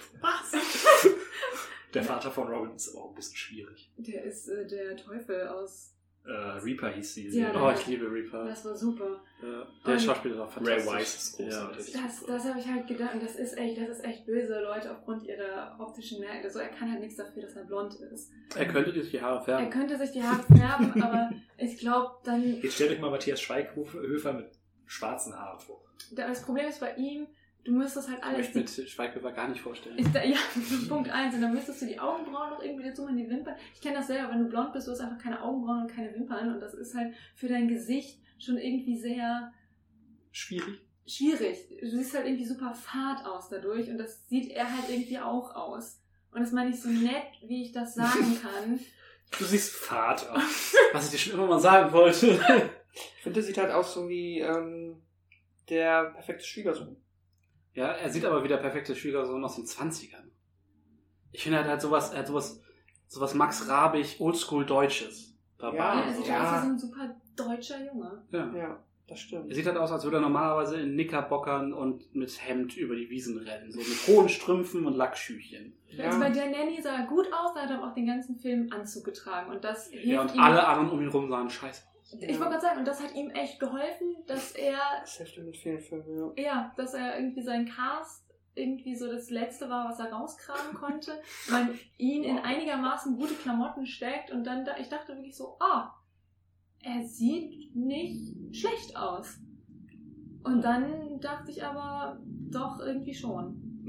Was? Der Vater von Robin ist aber auch ein bisschen schwierig. der ist äh, der Teufel aus... Äh, Reaper hieß sie. Ja, Oh, ich liebe Reaper. Das war super. Ja, der Und- Schauspieler war fantastisch. Ray Wise ist großartig. Ja, Das, das habe ich halt gedacht, und das ist echt, das ist echt böse, Leute, aufgrund ihrer optischen Merkmale. Also er kann halt nichts dafür, dass er blond ist. er könnte dir die Haare Er färben. könnte sich die Haare färben, aber ich glaube dann, Jetzt stellt euch mal Matthias Schweighöfer mit schwarzen Haaren vor. das Problem ist bei ihm, du müsstest halt Ich alles... möchte mit Schweighöfer gar nicht vorstellen. Ich, da, ja, Punkt eins. Und dann müsstest du die Augenbrauen noch irgendwie dazu machen, die Wimpern. Ich kenne das selber, wenn du blond bist, du hast einfach keine Augenbrauen und keine Wimpern. Und das ist halt für dein Gesicht schon irgendwie sehr Schwierig. schwierig. Du siehst halt irgendwie super fad aus dadurch. Und das sieht er halt irgendwie auch aus. Und das meine ich so nett, wie ich das sagen kann. Du siehst fad aus. Was ich dir schon immer mal sagen wollte. Ich finde, der sieht halt aus so wie ähm, der perfekte Schwiegersohn. Ja, er sieht aber wie der perfekte Schwiegersohn aus den zwanzigern. Ich finde, er hat halt sowas, er hat sowas, sowas Max Rabig, Oldschool-Deutsches dabei. Ja, Ja, er sieht ja. aus wie so ein super deutscher Junge. Ja. Ja, das stimmt. Er sieht halt aus, als würde er normalerweise in Knickerbockern und mit Hemd über die Wiesen rennen. So mit hohen Strümpfen und Lackschüchen. Also bei der Nanny sah er gut aus, da hat er auch den ganzen Film Anzug getragen. Und das hilft Ja, und ihm. alle anderen um ihn rum sahen scheiße aus. Ich wollte gerade sagen, und das hat ihm echt geholfen, dass er, Das hilft mit vielen Filmen, ja. ja, dass er irgendwie sein Cast irgendwie so das Letzte war, was er rauskramen konnte. Man ihn in einigermaßen gute Klamotten steckt und dann, da, ich dachte wirklich so, ah, er sieht nicht schlecht aus. Und dann dachte ich aber, doch, irgendwie schon.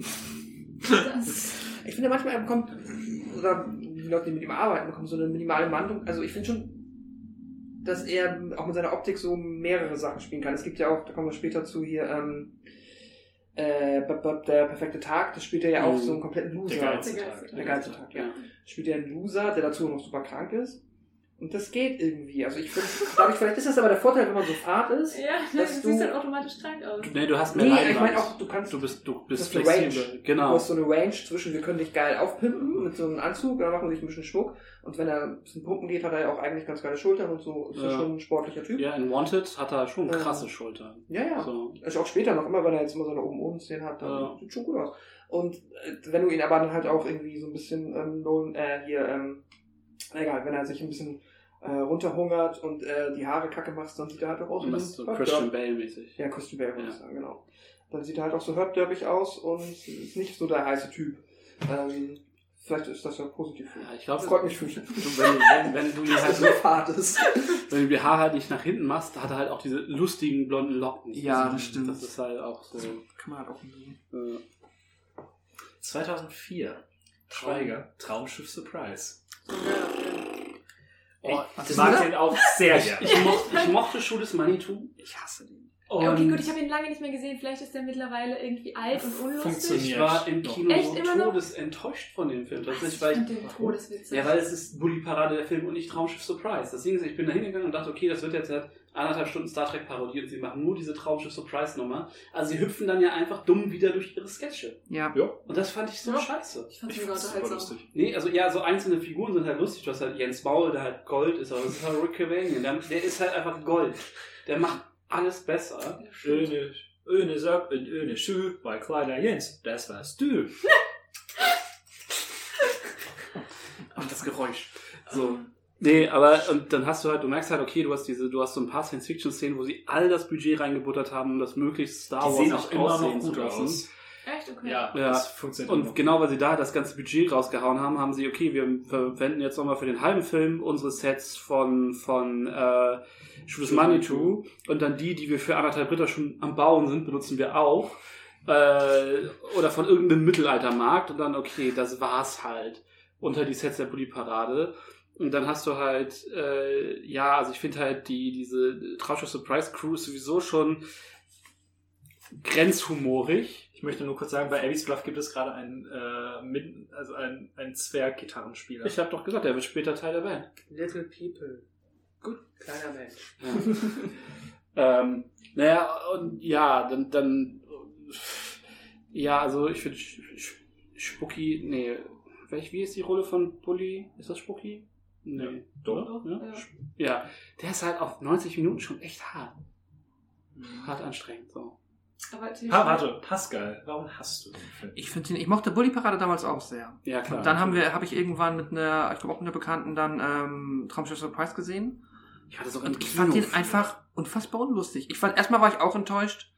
Das, Ich finde manchmal, er bekommt, oder die Leute, die mit ihm arbeiten, bekommen so eine minimale Wandlung. Also ich finde schon, dass er auch mit seiner Optik so mehrere Sachen spielen kann. Es gibt ja auch, da kommen wir später zu, hier, ähm, äh, der perfekte Tag, das spielt er ja auch Mhm. so einen kompletten Loser. Der geilste Der Tag. geilste Der geilste Tag, ja. Spielt er einen Loser, der dazu noch super krank ist. Und das geht irgendwie. Also ich finde, dadurch, vielleicht ist das aber der Vorteil, wenn man so fad ist. ja, Dass du siehst du- halt automatisch krank aus. Nee, du hast mehr Nee, Leinwand. ich meine auch, du kannst, Du bist, du du bist hast eine Range. flexibel. Du Genau. hast so eine Range zwischen, wir können dich geil aufpimpen mit so einem Anzug, dann machen wir dich ein bisschen Schmuck. Und wenn er ein bisschen pumpen geht, hat er ja auch eigentlich ganz geile Schultern und so. Ist ja Ja. schon ein sportlicher Typ. Ja, in Wanted hat er schon Ja. krasse Schultern. Ja, ja. So. Also auch später noch immer, wenn er jetzt immer so eine oben-oben-Szene hat, dann Ja. sieht schon gut aus. Und äh, wenn du ihn aber dann halt auch irgendwie so ein bisschen, ähm, Nolan, äh, hier, ähm, egal, wenn er sich ein bisschen äh, runterhungert und äh, die Haare kacke machst, dann sieht er halt auch aus Und wie das ist so Herb Christian Derby. Bale-mäßig. Ja, Christian Bale, würde Ja. ich sagen, genau. Dann sieht er halt auch so herb-derbig aus und ist nicht so der heiße Typ. Ähm, vielleicht ist das ja positiv für ihn. Ja, ich glaube, Freut mich für ihn. Du, wenn, wenn, wenn du ihn Dass er halt so fad ist. wenn du die Haare halt nicht nach hinten machst, hat er halt auch diese lustigen blonden Locken. Ja, das stimmt. Das ist halt auch so. Kann man halt auch nicht. Äh, zweitausendvier. Schweiger. Traumschiff Surprise. Oh, ich mag den auch sehr ich, gerne. ich, mochte, ich mochte Schuh des Manitou. Ich hasse den. Ja, okay, Und gut, ich habe ihn lange nicht mehr gesehen. Vielleicht ist er mittlerweile irgendwie alt und unlustig. Funktioniert. Ich war im Kino Echt? so Immer noch? todesenttäuscht von dem Film. Was? Tatsächlich, Ich weil fand ich, den todeswitzig. ja, weil es ist Bully-Parade der Film und nicht Traumschiff Surprise. Deswegen, ich bin da hingegangen und dachte, okay, das wird jetzt halt anderthalb Stunden Star Trek parodiert und sie machen nur diese Traumschiff Surprise Nummer. Also sie hüpfen dann ja einfach dumm wieder durch ihre Sketche. Ja. ja, Und das fand ich so Ja. scheiße. Ich fand ich ihn fand's gerade super halt so. lustig. Nee, also ja, so einzelne Figuren sind halt lustig. Du hast halt Jens Maul, der halt Gold ist, aber das ist halt Rick Cavanian. Der, der ist halt einfach Gold. Der macht alles besser. Öne, Öne Sock und Öne Schuh, weil kleiner Jens, das warst du. Ach, das Geräusch. So. Nee, aber und dann hast du halt, du merkst halt, okay, du hast diese, du hast so ein paar Science-Fiction-Szenen, wo sie all das Budget reingebuttert haben, um das möglichst Star Die Wars sehen auch immer noch aussehen gut zu lassen. aus. Echt? Echt? Okay. Ja, Ja. das funktioniert. Und immer. genau, weil sie da das ganze Budget rausgehauen haben, haben sie, okay, wir verwenden jetzt nochmal für den halben Film unsere Sets von, von äh, Shoot Manitou und dann die, die wir für anderthalb Ritter schon am Bauen sind, benutzen wir auch. Äh, oder von irgendeinem Mittelaltermarkt und dann, okay, das war's halt. Unter die Sets der Bulli-Parade. Und dann hast du halt, äh, ja, also ich finde halt die, diese Traumschiff Surprise Crew ist sowieso schon grenzhumorig. Ich möchte nur kurz sagen, bei Abby's Bluff gibt es gerade einen, äh, Mid- also einen, einen Zwerg-Gitarrenspieler. Ich habe doch gesagt, der wird später Teil der Band. Little People. Gut, kleiner Mensch. Ja. ähm, naja, und ja, dann, dann ja, also ich finde Spucki, nee, welch, wie ist die Rolle von Bulli? Ist das Spucki? Nee. Ja, doch. Ja? Ja. Ja, der ist halt auf neunzig Minuten schon echt hart. Hart anstrengend, so. Aber Til Ah, Schweiger- warte, Pascal, warum hast du den Film? Ich finde ihn, ich mochte Bulli-Parade damals auch sehr. Ja, klar. Und dann haben wir, habe ich irgendwann mit einer, ich glaube auch mit einer Bekannten dann ähm, Traumschiff Surprise gesehen. Ich hatte sogar Und ich fand den einfach unfassbar unlustig. Ich fand, erstmal war ich auch enttäuscht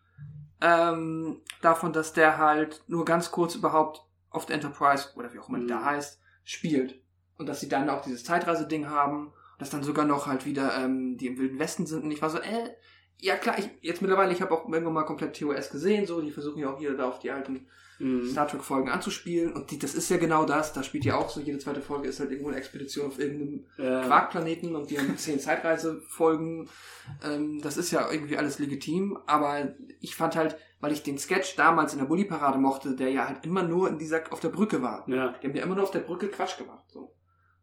ähm, davon, dass der halt nur ganz kurz überhaupt auf der Enterprise, oder wie auch immer die Mhm. da heißt, spielt. Und dass sie dann auch dieses Zeitreise-Ding haben, dass dann sogar noch halt wieder ähm, die im Wilden Westen sind. Und ich war so, äh, ja klar, ich jetzt mittlerweile, ich habe auch irgendwann mal komplett T O S gesehen, so, die versuchen ja auch hier da auf die alten Mhm. Star Trek-Folgen anzuspielen. Und die, das ist ja genau das, da spielt ja auch so, jede zweite Folge ist halt irgendwo eine Expedition auf irgendeinem Ja. Quarkplaneten und die haben zehn Zeitreisefolgen. Ähm, das ist ja irgendwie alles legitim, aber ich fand halt, weil ich den Sketch damals in der Bulli-Parade mochte, der ja halt immer nur in dieser, auf der Brücke war. Ja. Die haben ja immer nur auf der Brücke Quatsch gemacht, so.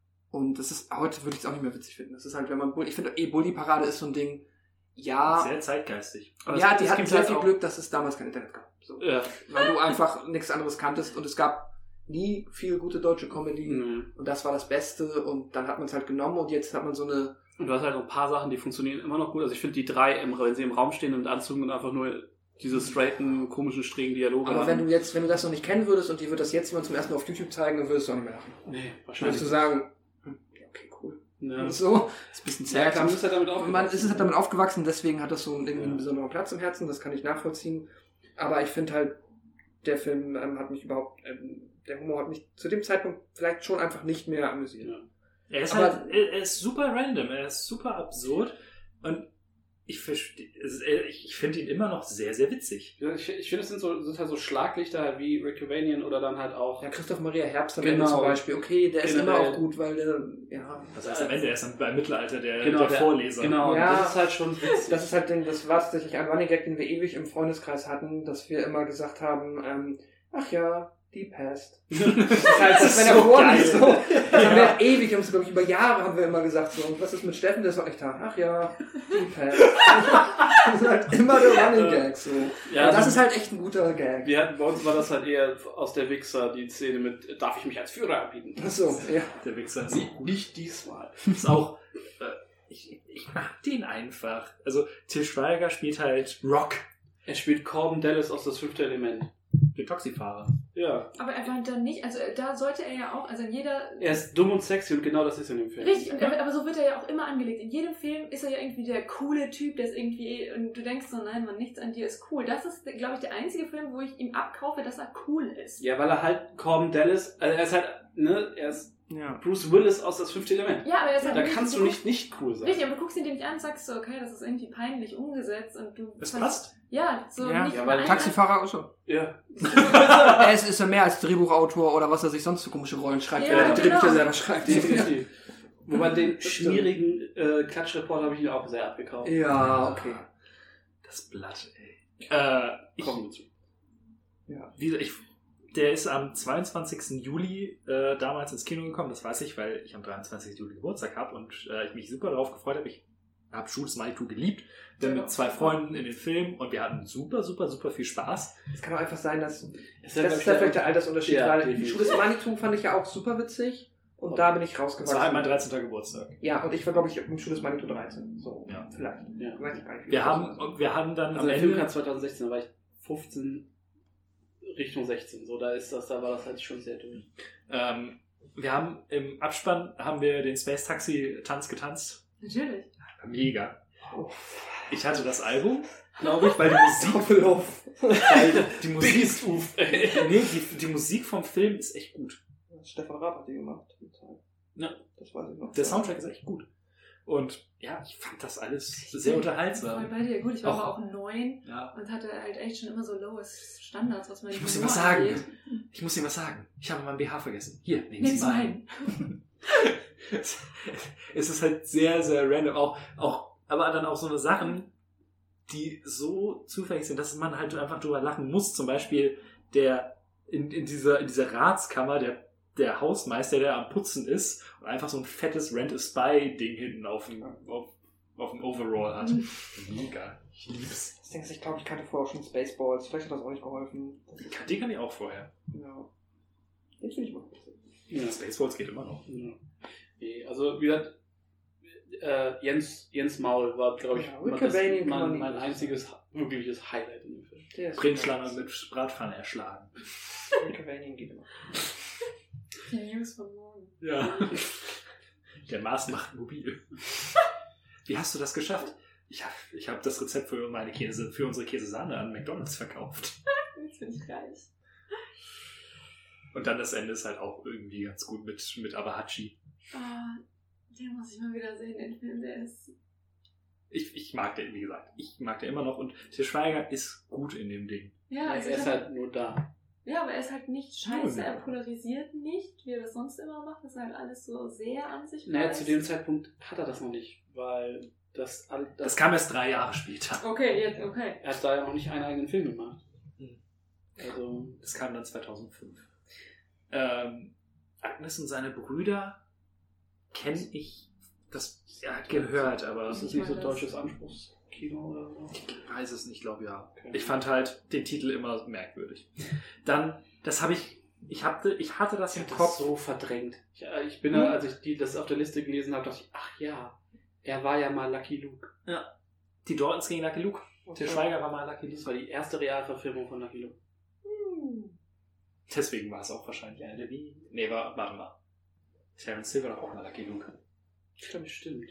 Und das ist, heute würde ich es auch nicht mehr witzig finden. Das ist halt, wenn man, Bulli- ich finde eh, Bulli-Parade ist so ein Ding, ja, Sehr zeitgeistig. Aber ja, es- die es hatten gibt sehr halt viel auch- Glück, dass es damals kein Internet gab. So. Ja. Weil du einfach nichts anderes kanntest und es gab nie viel gute deutsche Comedy Mhm. und das war das Beste und dann hat man es halt genommen und jetzt hat man so eine, Und du hast halt noch ein paar Sachen, die funktionieren immer noch gut. Also ich finde die drei, im, wenn sie im Raum stehen und Anzügen und einfach nur diese straighten, komischen, schrägen Dialoge aber haben. wenn du jetzt, wenn du das noch nicht kennen würdest und dir wird das jetzt jemand zum ersten Mal auf YouTube zeigen, dann würdest du auch nicht mehr lachen. Nee, Würdest wahrscheinlich. du sagen, hm, ja, okay, cool. Ja. Und so, ist ein bisschen Ja, zäh. klar, man ist halt damit Und aufgewachsen. man ist halt damit aufgewachsen, deswegen hat das so irgendwie einen Ja. besonderen Platz im Herzen, das kann ich nachvollziehen. Aber ich finde halt, der Film ähm, hat mich überhaupt, ähm, der Humor hat mich zu dem Zeitpunkt vielleicht schon einfach nicht mehr amüsiert. Ja. Er ist Aber- halt, er er ist super random, er ist super absurd und ich verstehe, es- er- ich ich finde ihn immer noch sehr, sehr witzig. Ja, ich, ich finde, es sind, so, sind halt so Schlaglichter halt wie Rick Cavanian oder dann halt auch. Ja, Christoph Maria Herbst am Genau. Ende zum Beispiel, okay, der ist Generell. immer auch gut, weil der, ja, Das heißt, am Ende er ist dann beim Mittelalter der, Genau, der der- Vorleser. Genau, Ja. das ist halt schon witzig. das ist halt, den, das war tatsächlich ein Running Gag, den wir ewig im Freundeskreis hatten, dass wir immer gesagt haben, ähm, ach ja, die Pest. Das ist halt, Das ist wenn er so vorliest, so. geil. Das haben wir ewig, haben glaube ich, über Jahre haben wir immer gesagt, so, und was ist mit Steffen, der ist auch echt da. Ach ja, die Pest. Das ist halt immer der Running Gag, so. Ja, und das also- ist halt echt ein guter Gag. Wir hatten, bei uns war das halt eher aus der Wichser, die Szene mit, darf ich mich als Führer anbieten? Ach so, ja. Der Wichser ist Nie- auch gut. Nicht diesmal. Ist auch, äh, ich, ich mag den einfach. Also, Til Schweiger spielt halt Rock, Er spielt Corbin Dallas aus Das fünfte Element. den Taxifahrer. Ja. Aber er war dann nicht, also da sollte er ja auch, also in jeder... Er ist dumm und sexy und genau das ist in dem Film. Richtig, und, aber, aber so wird er ja auch immer angelegt. In jedem Film ist er ja irgendwie der coole Typ, der ist irgendwie, und du denkst so, nein, man, nichts an dir ist cool. Das ist, glaube ich, der einzige Film, wo ich ihm abkaufe, dass er cool ist. Ja, weil er halt Corbin Dallas, also er ist halt, ne, er ist Ja. Bruce Willis aus Das fünfte Element. Ja, aber er ist halt Da wirklich- kannst du nicht nicht cool sein. Richtig, aber du guckst ihn dir nicht an und sagst so, okay, das ist irgendwie peinlich umgesetzt und du... Das fandst- passt. Ja, so Ja, nicht ja, von weil allen- Taxifahrer auch schon. Ja. Er ist, ist ja mehr als Drehbuchautor oder was er sich sonst für komische Rollen schreibt, Ja, wenn er die Drehbücher genau. selber schreibt. Definitiv. Wobei den Das stimmt. schmierigen äh, Klatschreport habe ich ihn auch sehr abgekauft. Ja, okay. Das Blatt, ey. Äh, ich, Kommen wir zu. wie, gesagt, ich, der ist am zweiundzwanzigsten Juli äh, damals ins Kino gekommen, das weiß ich, weil ich am dreiundzwanzigsten Juli Geburtstag habe und äh, ich mich super darauf gefreut habe. Ich habe Shoot Manitou geliebt, bin mit zwei Freunden in den Film und wir hatten super, super, super viel Spaß. Es kann auch einfach sein, dass Ist das ja, glaub ist ich, da vielleicht der Altersunterschied, Ja, weil die definitiv. Schule des Manitou fand ich ja auch super witzig und da bin ich Das war halt rausgewachsen. mein dreizehnten Geburtstag. Ja, und ich war, glaube ich, im Schule des Manitou dreizehn. So, Ja. vielleicht. Ja. Weiß ich gar nicht. wie Wir das haben, ist. und wir haben dann Also am der Film kam Ende... zweitausendsechzehn, da war ich fünfzehn Richtung sechzehn. So, da ist das, da war das halt schon sehr durch. Ähm, wir haben im Abspann haben wir den Space Taxi Tanz getanzt. Natürlich. Mega. Ich hatte das Album, glaube ich, weil die Musik, Doppelhof. weil die Musik, nee, die, die Musik vom Film ist echt gut. Stefan Raab hat die gemacht. Ja. Das weiß ich noch. Der Soundtrack ist echt gut. Und ja, ich fand das alles sehr unterhaltsam. Voll bei dir. Gut, ich war Auch- aber auch neun Ja. und hatte halt echt schon immer so lowest Standards, was man Ich muss dir was sagen. Ich muss dir was sagen. Ich habe meinen B H vergessen. Hier, nehmen Nimm Sie mal ein. Es ist halt sehr, sehr random. Auch, auch, aber dann auch so eine Sachen, die so zufällig sind, dass man halt einfach drüber lachen muss. Zum Beispiel der in, in dieser in dieser Ratskammer, der der Hausmeister, der am Putzen ist und einfach so ein fettes Rent a Spy Ding hinten auf dem auf, auf dem Overall hat. Mega. Ich lieb's. Das Ding ist, ich glaube, ich kannte vorher schon Spaceballs. Vielleicht hat das auch nicht geholfen. Den kann ich auch vorher. Ja. Den finde ich mal. Ja. Spaceballs geht immer noch. Ja. Nee, also wie gesagt, äh, Jens, Jens Maul war, glaube ich, Ja, mein, Rick das, Cavanian kann man mein, nicht mein vergessen. einziges wirkliches Highlight in dem Film. Der ist Bringschlange mit Bratpfanne erschlagen. Cavanian geht immer. Die News von morgen. Ja. Der Mars macht mobil. Wie hast du das geschafft? Ich habe ich hab das Rezept für meine Käse, für unsere Käsesahne an McDonald's verkauft. Jetzt bin ich reich. Und dann das Ende ist halt auch irgendwie ganz gut mit, mit Abahachi. Ah, den muss ich mal wieder sehen, den Film, der ist... Ich, ich mag den, wie gesagt. Ich mag den immer noch. Und Til Schweiger ist gut in dem Ding. Ja, also er ich ist hab, halt nur da. ja, aber er ist halt nicht scheiße, Ja, er ja. polarisiert nicht, wie er das sonst immer macht. Das ist halt alles so sehr an sich Naja, weiß. zu dem Zeitpunkt hat er das noch nicht, weil das, all- Das kam erst drei Jahre später. Okay, jetzt, okay. er hat da ja noch nicht einen eigenen Film gemacht. Hm. Also, Das kam dann zweitausendfünf. Ähm, Agnes und seine Brüder kenne ich das ja, gehört, aber das ist nicht so deutsches Anspruchskino oder so. ich weiß es nicht, glaube ja. Okay. Ich fand halt den Titel immer merkwürdig. Dann, das habe ich, ich hatte, ich hatte das Ich im hab Kopf. das so verdrängt. Ich, äh, ich bin da, als ich die, das auf der Liste gelesen habe, dachte ich, ach ja, er war ja mal Lucky Luke. Die Dortons gegen Lucky Luke. Til Schweiger war mal Lucky Das Luke. war die erste Realverfilmung von Lucky Luke. Deswegen war es auch wahrscheinlich einer der wie. Nee, war, warte mal. Terence Hill war doch auch mal Lucky Luke. Ich glaube, stimmt.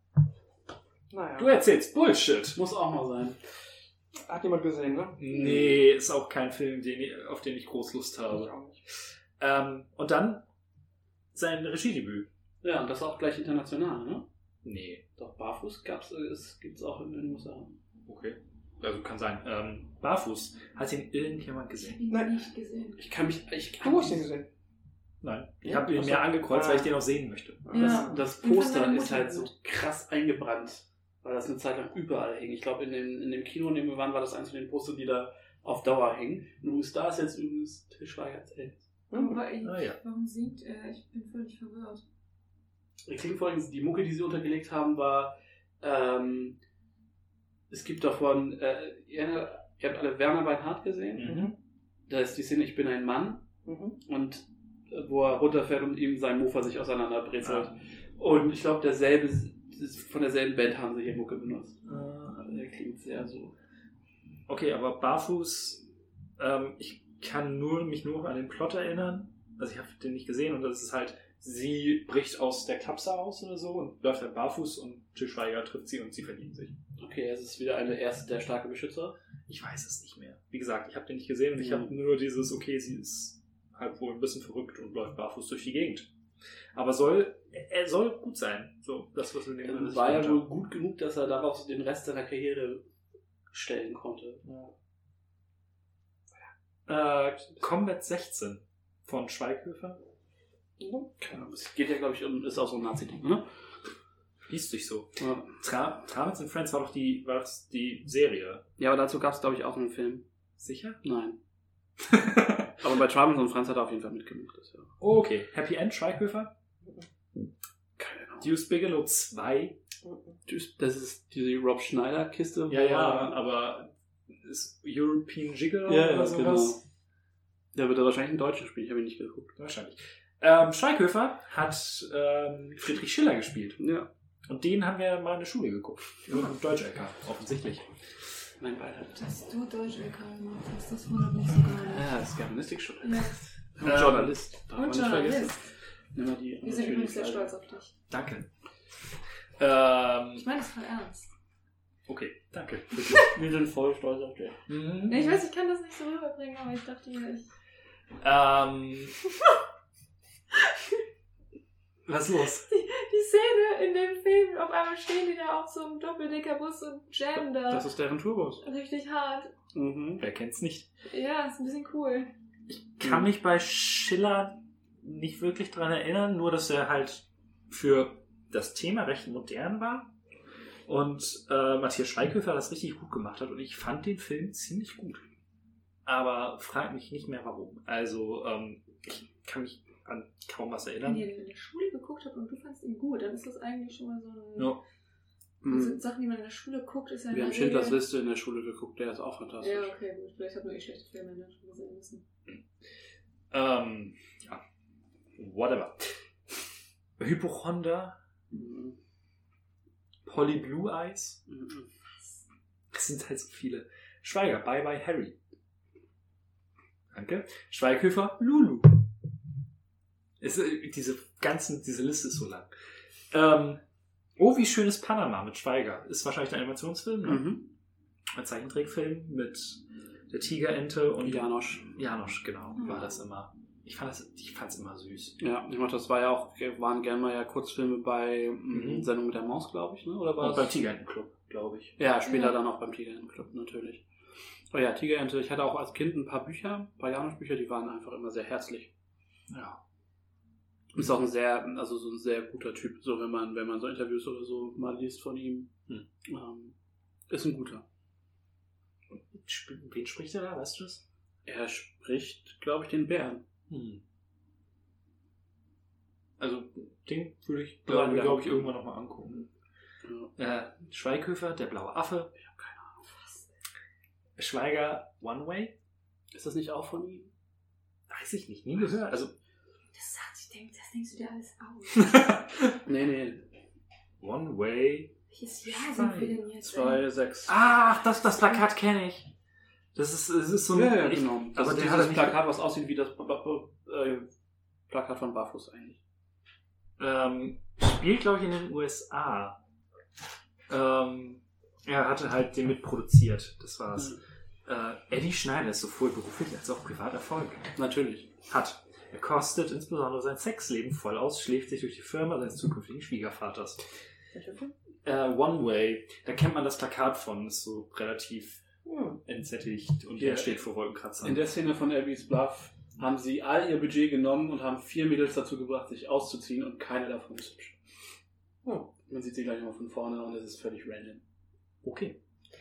Naja. Du erzählst Bullshit. Muss auch mal sein. Hat jemand gesehen, ne? Nee, ist auch kein Film, den ich, auf den ich groß Lust Ich habe. auch nicht. Ähm, und dann sein Regiedebüt. Ja, und das auch gleich international, ne? Nee, Doch, Barfuß gab's, es gibt's auch in den U S A. okay. Also kann sein. Ähm, Barfuß. Hat ihn irgendjemand Ich habe gesehen? ihn Nein. nicht gesehen. Ich kann mich, ich Du kann hast ihn mich- gesehen. Nein. Ich Ja? habe ihn Ach so. mir angekreuzt, weil ich Ah. den auch sehen möchte. Ja. Das, das Den fand Poster meine ist Mutter halt so gut. krass eingebrannt, weil das eine Zeit lang überall hing. Ich glaube, in dem, in dem Kino, in dem wir waren, war das eins von den Postern, die da auf Dauer hängen. Und U S A ist jetzt übrigens Til Schweiger als Elvis. Aber ich, Ah, ja. warum singt er? Ich bin völlig verwirrt. Ich klingt vor allem, die Mucke, die sie untergelegt haben, war, ähm, es gibt davon, äh, ihr, ihr habt alle Werner Beinhardt gesehen. Mhm. Da ist die Szene, ich bin ein Mann. Mhm. Und äh, wo er runterfährt und ihm sein Mofa sich auseinanderbrezelt. Ah. Und ich glaube, derselbe, das- von derselben Band haben sie hier Mucke benutzt. Ah. Also der klingt sehr so. Okay, aber Barfuß, ähm, ich kann nur, mich nur an den Plot erinnern. Also ich habe den nicht gesehen und das ist halt, sie bricht aus der Klapse aus oder so und läuft halt barfuß und Til Schweiger trifft sie und sie verlieben sich. Okay, es ist wieder eine erste der starke Beschützer. Ich weiß es nicht mehr. Wie gesagt, ich habe den nicht gesehen und ich Mhm. habe nur dieses, okay, sie ist halt wohl ein bisschen verrückt und läuft barfuß durch die Gegend. Aber soll, er soll gut sein. So, das, was wir in dem Er war ja wohl gut genug, dass er darauf den Rest seiner Karriere stellen konnte. Äh, Combat sechzehn von Schweighöfer. Keine Ahnung. Es geht ja, glaube ich, um, ist auch so ein Nazi-Ding, ne? Hieß sich so. Ja. Tra Travels and Friends war doch die, war das die Serie. Ja, aber dazu gab es, glaube ich, auch einen Film. Sicher? Nein. Aber bei Travels und Friends hat er auf jeden Fall mitgemacht. Das, ja. Oh, okay. Happy End, Schweighöfer. Keine Ahnung. Deuce Bigelow zwei. Das ist diese Rob Schneider-Kiste. Ja, wo ja, er- aber ist European Gigolo Ja, ja, oder sowas? Der wird er wahrscheinlich einen Deutschen spielen, ich habe ihn nicht geguckt. Wahrscheinlich. Ähm, Schweighöfer hat ähm, Friedrich Schiller gespielt. Ja. Und den haben wir mal in der Schule geguckt. Im Deutsch-L K, offensichtlich. Mein Beileid. Dass du Deutsch-L K gemacht hast, das wundert mich so gar nicht. Ja, das ist Germanistik-Student. Ja. Und Ähm, Journalist. Darf man Und nicht vergessen. Journalist. Nimm mal die Wir sind übrigens sehr natürlich stolz auf dich. Danke. Ähm, Ich meine das voll ernst. Okay, danke. Wir sind voll stolz auf dich. Mhm. Ja, ich weiß, ich kann das nicht so rüberbringen, aber ich dachte mir, ich... Ähm... Was ist los? Die, die Szene in dem Film, auf einmal stehen die da auf so einem Doppeldecker-Bus und jammen da. Das ist deren Tourbus. Richtig hart. Mhm. Wer kennt's nicht? Ja, ist ein bisschen cool. Ich kann mich bei Schiller nicht wirklich dran erinnern, nur dass er halt für das Thema recht modern war und äh, Matthias Schweighöfer das richtig gut gemacht hat und ich fand den Film ziemlich gut. Aber frag mich nicht mehr warum. Also ähm, ich kann mich an kaum was Wenn erinnern. ihr den in der Schule geguckt habt und du fandst ihn gut, dann ist das eigentlich schon mal so ein... Ja. Also Sachen, die man in der Schule guckt, ist ja in Wir der haben Schindlers Regel- Liste in der Schule geguckt, der ist auch fantastisch. Ja, okay, gut. Vielleicht hat man eh schlechte Filme in der Schule sehen müssen. Ähm, ja. Whatever. Hypochonder, Mhm. Polly Blue Eyes. Mhm. Das sind halt so viele. Schweiger, Bye Bye Harry. Danke. Schweighöfer, Lulu. Es, äh, diese ganzen, diese Liste ist so lang. Ähm, oh, wie schön ist Panama mit Schweiger. Ist wahrscheinlich ein Animationsfilm, ne? Mhm. Ein Zeichentrickfilm mit der Tigerente und Janosch. Janosch, genau, war das immer. Ich fand es ich fand's immer süß. Ja, ich mach, das war ja auch, waren gerne mal ja Kurzfilme bei mhm. Sendung mit der Maus, glaube ich, ne? Oder war Und es? beim Tigerentenclub, glaube ich. Ja, später Ja. dann auch beim Tigerentenclub natürlich. Oh ja, Tigerente, ich hatte auch als Kind ein paar Bücher, ein paar Janosch-Bücher, die waren einfach immer sehr herzlich. Ja. Ist auch ein sehr, also so ein sehr guter Typ, so wenn man, wenn man so Interviews oder so mal liest von ihm. Hm. Ähm, ist ein guter. Sp- Wen spricht er da, weißt du das? Er spricht, glaube ich, den Bären. Hm. Also, den würde ich, Ja, glaube ja. glaub ich, irgendwann nochmal angucken. Ja. Äh, Schweighöfer, der blaue Affe. Ich habe keine Ahnung. Schweiger, One Way. Ist das nicht auch von ihm? Weiß ich nicht, nie gehört. Also, Das sagt sich, denk, das denkst du dir alles aus. Nee, nee. One Way. Welches Jahr sind wir denn jetzt? zwei, sechs. Ach, das, das Plakat kenne ich. Das ist, das ist so ein. Ja, ja, ich- genau. Das aber ist der dieses hat er nicht- Plakat, was aussieht wie das Ba- Ba- äh, Plakat von Barfuß eigentlich. Ähm, spielt, glaube ich, in den U S A. Ähm, er hatte halt den mitproduziert. Das war's. Mhm. Äh, Eddie Schneider ist sowohl beruflich als auch privat Erfolg. Natürlich. Hat. Er kostet insbesondere sein Sexleben voll aus, schläft sich durch die Firma seines zukünftigen Schwiegervaters. Äh, One Way, da kennt man das Plakat von, ist so relativ entsättigt und Ja. er steht vor Wolkenkratzern. In der Szene von Abby's Bluff haben sie all ihr Budget genommen und haben vier Mädels dazu gebracht, sich auszuziehen und keine davon ist hübsch. Oh. Man sieht sie gleich mal von vorne und es ist völlig random. Okay.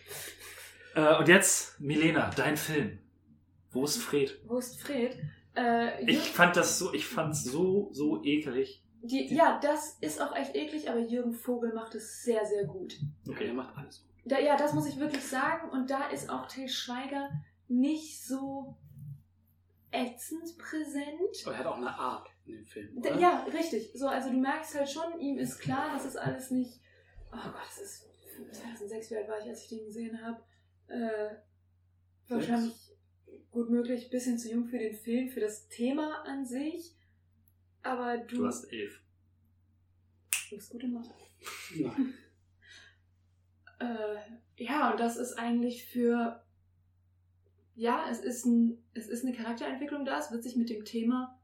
Äh, und jetzt, Milena, dein Film. Wo ist Fred? Wo ist Fred? Äh, Ich Jürgen- fand das so, ich fand's so, so ekelig. die, ja, das ist auch echt eklig, aber Jürgen Vogel macht es sehr, sehr gut. Okay, er macht alles gut. Da, ja, das muss ich wirklich sagen. Und da ist auch Til Schweiger nicht so ätzend präsent. Aber er hat auch eine Art in dem Film. Da, Oder? ja, richtig. So, also du merkst halt schon, ihm ist klar, das ist alles nicht. Oh Gott, das ist zweitausendsechs, wie alt war ich, als ich den gesehen habe. Äh, wahrscheinlich gut möglich, ein bisschen zu jung für den Film, für das Thema an sich. Aber du. Du hast elf. Du bist gut in Mathe. Nein. Äh, ja, und das ist eigentlich für. Ja, es ist, ein, es ist eine Charakterentwicklung da. Es wird sich mit dem Thema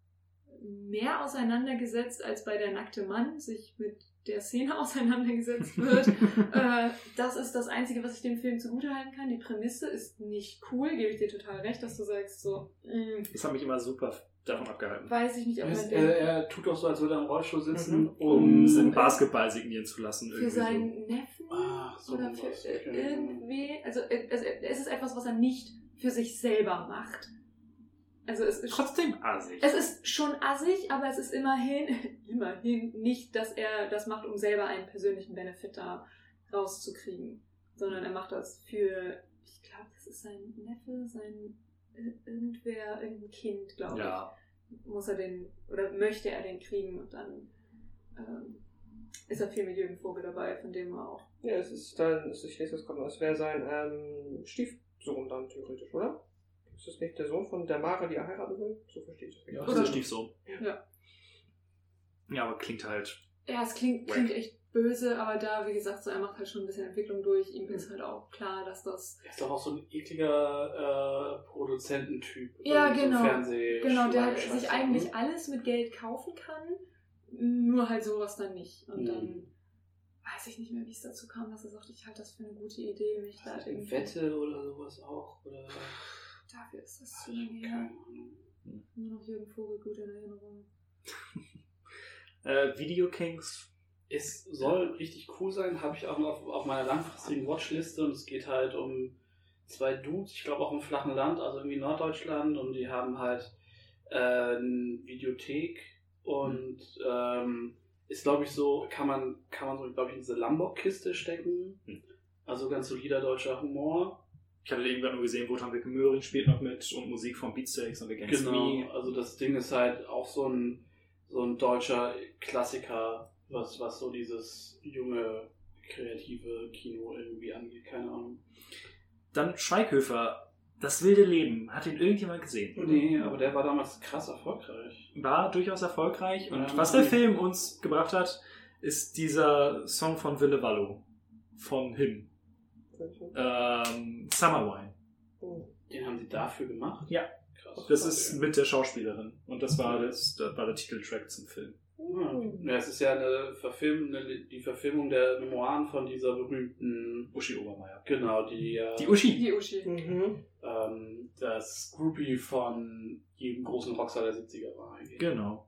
mehr auseinandergesetzt, als bei Der nackte Mann sich mit der Szene auseinandergesetzt wird. äh, das ist das Einzige, was ich dem Film zugutehalten kann. Die Prämisse ist nicht cool, gebe ich dir total recht, dass du sagst, so, mh, Das hat mich immer super davon abgehalten. weiß ich nicht, ob Er, man ist, den er, er tut doch so, als würde er im Rollstuhl sitzen, Mhm. Um es in um... Basketball signieren zu lassen. für irgendwie seinen Neffen Ach, so oder für was, äh, okay. irgendwie, also äh, es, es ist etwas, was er nicht für sich selber macht. Also es so. ist Trotzdem assig. Es ist schon assig, aber es ist immerhin, immerhin nicht, dass er das macht, um selber einen persönlichen Benefit da rauszukriegen. Sondern er macht das für, ich glaube, das ist sein Neffe, sein äh, irgendwer, irgendein Kind, glaube Ja. ich. Muss er den, oder möchte er den kriegen und dann ähm, ist er viel mit Jürgen Vogel dabei, von dem er auch. Ja, es ist dann, ich lese das gerade mal, es wäre sein ähm, Stiefsohn dann theoretisch, oder? Ist das nicht der Sohn von der Mare, die er heiraten will? So verstehe ich das Ja, richtig. das ist der Stiefsohn. Ja. Ja, aber klingt halt. Ja, es klingt, Wack. klingt echt böse, aber da, wie gesagt, so er macht halt schon ein bisschen Entwicklung durch. Ihm ist halt auch klar, dass das... Er ist doch auch so ein ekliger äh, Produzententyp. Ja, so genau. Fernseh- Genau, der Scheiße, sich eigentlich ne? alles mit Geld kaufen kann, nur halt sowas dann nicht. Und Mhm. dann weiß ich nicht mehr, wie es dazu kam, dass er sagt, ich halte das für eine gute Idee, mich da Also irgendwie... Wette oder sowas auch? Oder? Dafür ist das zu Ich lange hab her. keine Ahnung. Nur noch Jürgen Vogel gut in Erinnerung. Äh, Video Kings. Es soll richtig cool sein, habe ich auch noch auf, auf meiner langfristigen Watchliste und es geht halt um zwei Dudes, ich glaube auch im flachen Land, also irgendwie Norddeutschland und die haben halt äh, eine Videothek und ähm, ist glaube ich so, kann man kann man so glaube ich in diese Lombok-Kiste stecken, Hm. also ganz solider deutscher Humor. Ich hatte irgendwann nur gesehen, Wotan Wilke Möhring spielt noch mit und Musik von Beatsteaks und Against Genau, Me. also das Ding ist halt auch so ein so ein deutscher Klassiker, was, was so dieses junge, kreative Kino irgendwie angeht, keine Ahnung. Dann Schweighöfer, Das wilde Leben. Hat ihn irgendjemand gesehen? Nee, aber der war damals krass erfolgreich. War durchaus erfolgreich. Und Ja, was der Film uns gebracht hat, ist dieser Song von Ville Valo. Von Him. Ähm, Summer Wine. Den haben sie dafür gemacht? Ja. Krass. Das ist mit der Schauspielerin. Und das war, das, das war der Titeltrack zum Film. Ja, es ist ja eine Verfilmung, eine, die Verfilmung der Memoiren von dieser berühmten Uschi Obermeier. Genau, die ja Die Uschi. Die Uschi. Mhm. ähm, das Groupie von jedem großen Rockstar der siebziger war eigentlich. Genau.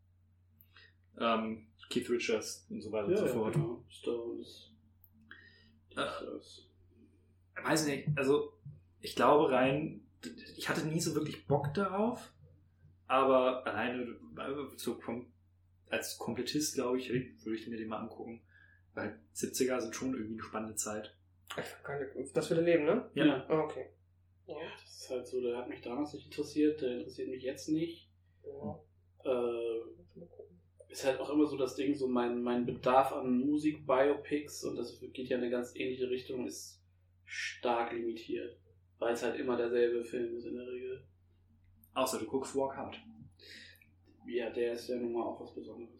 Ähm, Keith Richards und so weiter und Ja, so ja, fort. genau. Stones. Äh, Das- Weiß nicht, also ich glaube rein, ich hatte nie so wirklich Bock darauf, aber alleine so kom als Komplettist, glaube ich, würde ich mir den mal angucken, weil siebziger sind schon irgendwie eine spannende Zeit. Ich fand keine, das wilde Leben, ne? Ja. Ah, okay. Ja. Das ist halt so, der hat mich damals nicht interessiert, der interessiert mich jetzt nicht. Ja. Äh, ist halt auch immer so das Ding, so mein, mein Bedarf an Musik-Biopics, und das geht ja in eine ganz ähnliche Richtung, ist stark limitiert. Weil es halt immer derselbe Film ist in der Regel. Außer du guckst Walk Hard. Ja, der ist ja nun mal auch was Besonderes.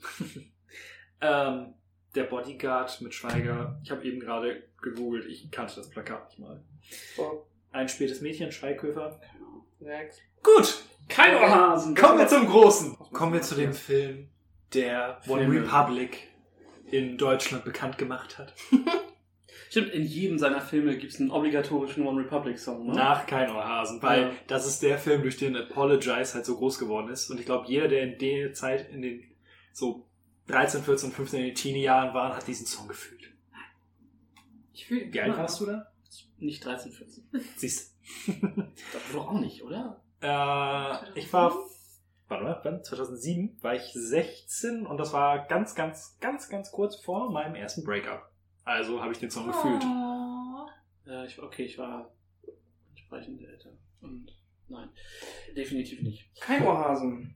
ähm, der Bodyguard mit Schweiger, ich habe eben gerade gegoogelt, ich kannte das Plakat nicht mal. So, Ein spätes Mädchen, Schweighöfer. next. Gut! Kein Ohrhasen! Kommen wir zum Großen. Kommen wir zu dem Film, der One Filme. Republic in Deutschland bekannt gemacht hat. Stimmt, in jedem seiner Filme gibt es einen obligatorischen One Republic Song, ne? Nach Kein Ohrhasen, weil Ja. das ist der Film, durch den Apologize halt so groß geworden ist. Und ich glaube, jeder, der in der Zeit, in den so dreizehn, vierzehn, fünfzehn, in den Teenie-Jahren war, hat diesen Song gefühlt. Ich fühle Wie alt warst du da? Nicht dreizehn, vierzehn. Siehst Das doch auch nicht, oder? du. Äh, ich war, warte mal, wann? zweitausendsieben war ich sechzehn und das war ganz, ganz, ganz, ganz kurz vor meinem ersten Breakup. Also habe ich den Song gefühlt. Oh. Ja, ich, okay, ich war entsprechend älter. Und nein, definitiv nicht. Kein Ohrhasen.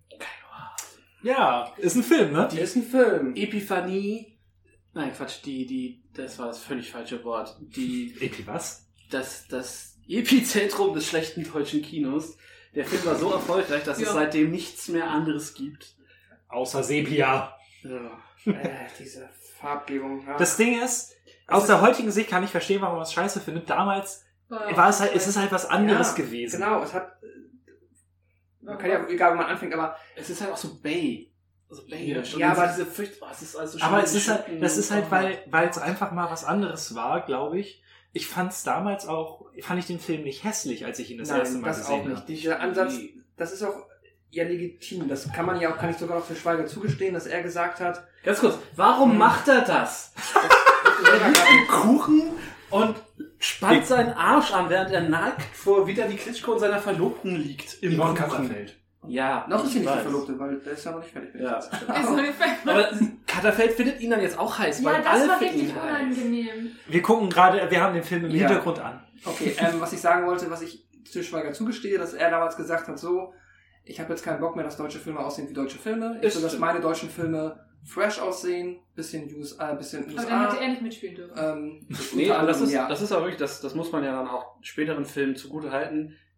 Ja, ist ein Film, ne? Die ist ein Film. Epiphanie. Nein, Quatsch, die, die, das war das völlig falsche Wort. Die, Epi was? das, das Epizentrum des schlechten deutschen Kinos. Der Film war so erfolgreich, dass Ja. es seitdem nichts mehr anderes gibt. Außer Sepia. Ja. Äh, diese Farbgebung. Ja. Das Ding ist, aus der heutigen Sicht kann ich verstehen, warum man es scheiße findet. Damals war es halt, es ist halt was anderes Ja, gewesen. Genau, es hat. äh, Man kann ja, egal, wo man anfängt, aber Es ist halt auch so Bay. Also Bay. Ja, schon ja, aber- diese Fürcht, oh, es ist also Aber schon es ist halt, Schuppen das ist halt, und- weil, weil es einfach mal was anderes war, glaube ich. Ich fand es damals auch, fand ich den Film nicht hässlich, als ich ihn das erste nein, Mal das gesehen auch nicht. habe. Dieser Ansatz, das ist auch ja legitim. Das kann man ja auch, kann ich sogar noch für Schweiger zugestehen, dass er gesagt hat, Ganz kurz, warum Hm. macht er das? Er liegt im Kuchen und spannt seinen Arsch an, während er nackt vor wieder die Klitschko und seiner Verlobten liegt. Im Yvonne Kuchen. Katterfeld. Ja, noch ist ich sie nicht die weiß. Verlobte, weil der ist ja noch nicht fertig. Ja. Ist so eine Ver- Aber Katterfeld findet ihn dann jetzt auch heiß, weil Ja, das alle war finden richtig ihn heiß. unangenehm. Wir gucken gerade, wir haben den Film im Ja. Hintergrund an. Okay, ähm, was ich sagen wollte, was ich zu Schweiger zugestehe, dass er damals gesagt hat, so, ich habe jetzt keinen Bock mehr, dass deutsche Filme aussehen wie deutsche Filme. Ich Ist will, dass stimmt. meine deutschen Filme fresh aussehen, bisschen U S A, bisschen Aber dann hätte U S A. er nicht mitspielen dürfen. Ähm, Nee, unter aber das anderem, ist, ja. das ist auch wirklich, das, das muss man ja dann auch späteren Filmen zugute halten.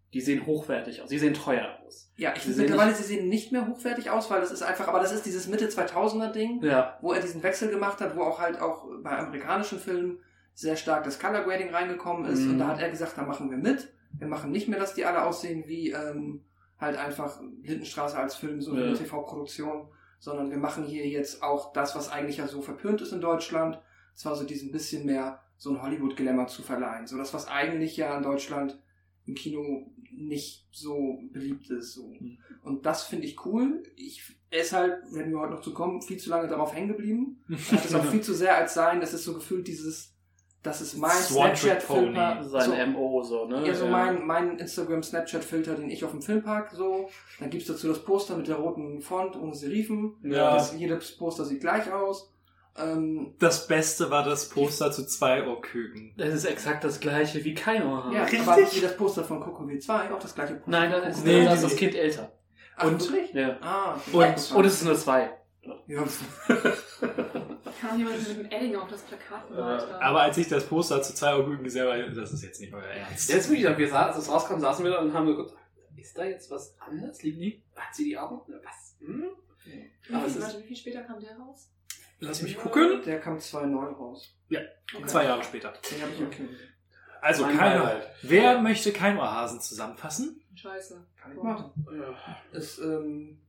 Die sehen hochwertig aus. Die sehen teuer aus. Ja, ich Sie finde sehen mittlerweile, nicht- sie sehen nicht mehr hochwertig aus, weil das ist einfach, aber das ist dieses Mitte zweitausender Ding, Ja. wo er diesen Wechsel gemacht hat, wo auch halt auch bei amerikanischen Filmen sehr stark das Color Grading reingekommen ist. Mhm. Und da hat er gesagt, da machen wir mit. Wir machen nicht mehr, dass die alle aussehen wie ähm, halt einfach Lindenstraße als Film, so eine Ja. T V-Produktion, sondern wir machen hier jetzt auch das, was eigentlich ja so verpönt ist in Deutschland. Zwar so diesen bisschen mehr so ein Hollywood-Glamour zu verleihen. So das, was eigentlich ja in Deutschland im Kino nicht so beliebt ist. So. Mhm. Und das finde ich cool. Ich, er ist halt, wenn wir heute noch zu kommen, viel zu lange darauf hängen geblieben. Er hat es auch viel zu sehr als sein, es ist so gefühlt dieses, das ist mein Snapchat-Filter. Sein So, M O so, ne? ja, so mein, mein Instagram-Snapchat-Filter, den ich auf dem Film pack, so. Dann gibt's dazu das Poster mit der roten Font ohne Serifen. Ja. Das, jedes Poster sieht gleich aus. Ähm, Das Beste war das Poster zu zwei Ohrküken. Das ist exakt das gleiche wie kein Ohrhahn. ja, Richtig? aber wie das Poster von Coco W zwei, auch das gleiche Poster. Nein, das ist, Nee, da ist die- das Kind älter. Ach, und- wirklich? Ja. Ah, okay. Und- Und es ist nur zwei. ja. Kann auch jemand mit dem Edding auf das Plakat gemalt haben. Aber als ich das Poster zu zwei Ohrküken gesehen habe, das ist jetzt nicht euer Ernst. Jetzt wirklich, wir saßen, als es rauskam, saßen wir da und haben geguckt, ist da jetzt was anders? Liegen die? Hat sie die Augen? Was? Hm? Wie Aber es viel, ist- warte, wie viel später kam der raus? Lass mich gucken. Der kam zwei neun raus. Zwei Jahre später. Den habe ich okay. Also, Mein keine, Beileid. wer möchte kein Ohrhasen zusammenfassen? Scheiße. Kann ich machen. Ja. Ist, ähm,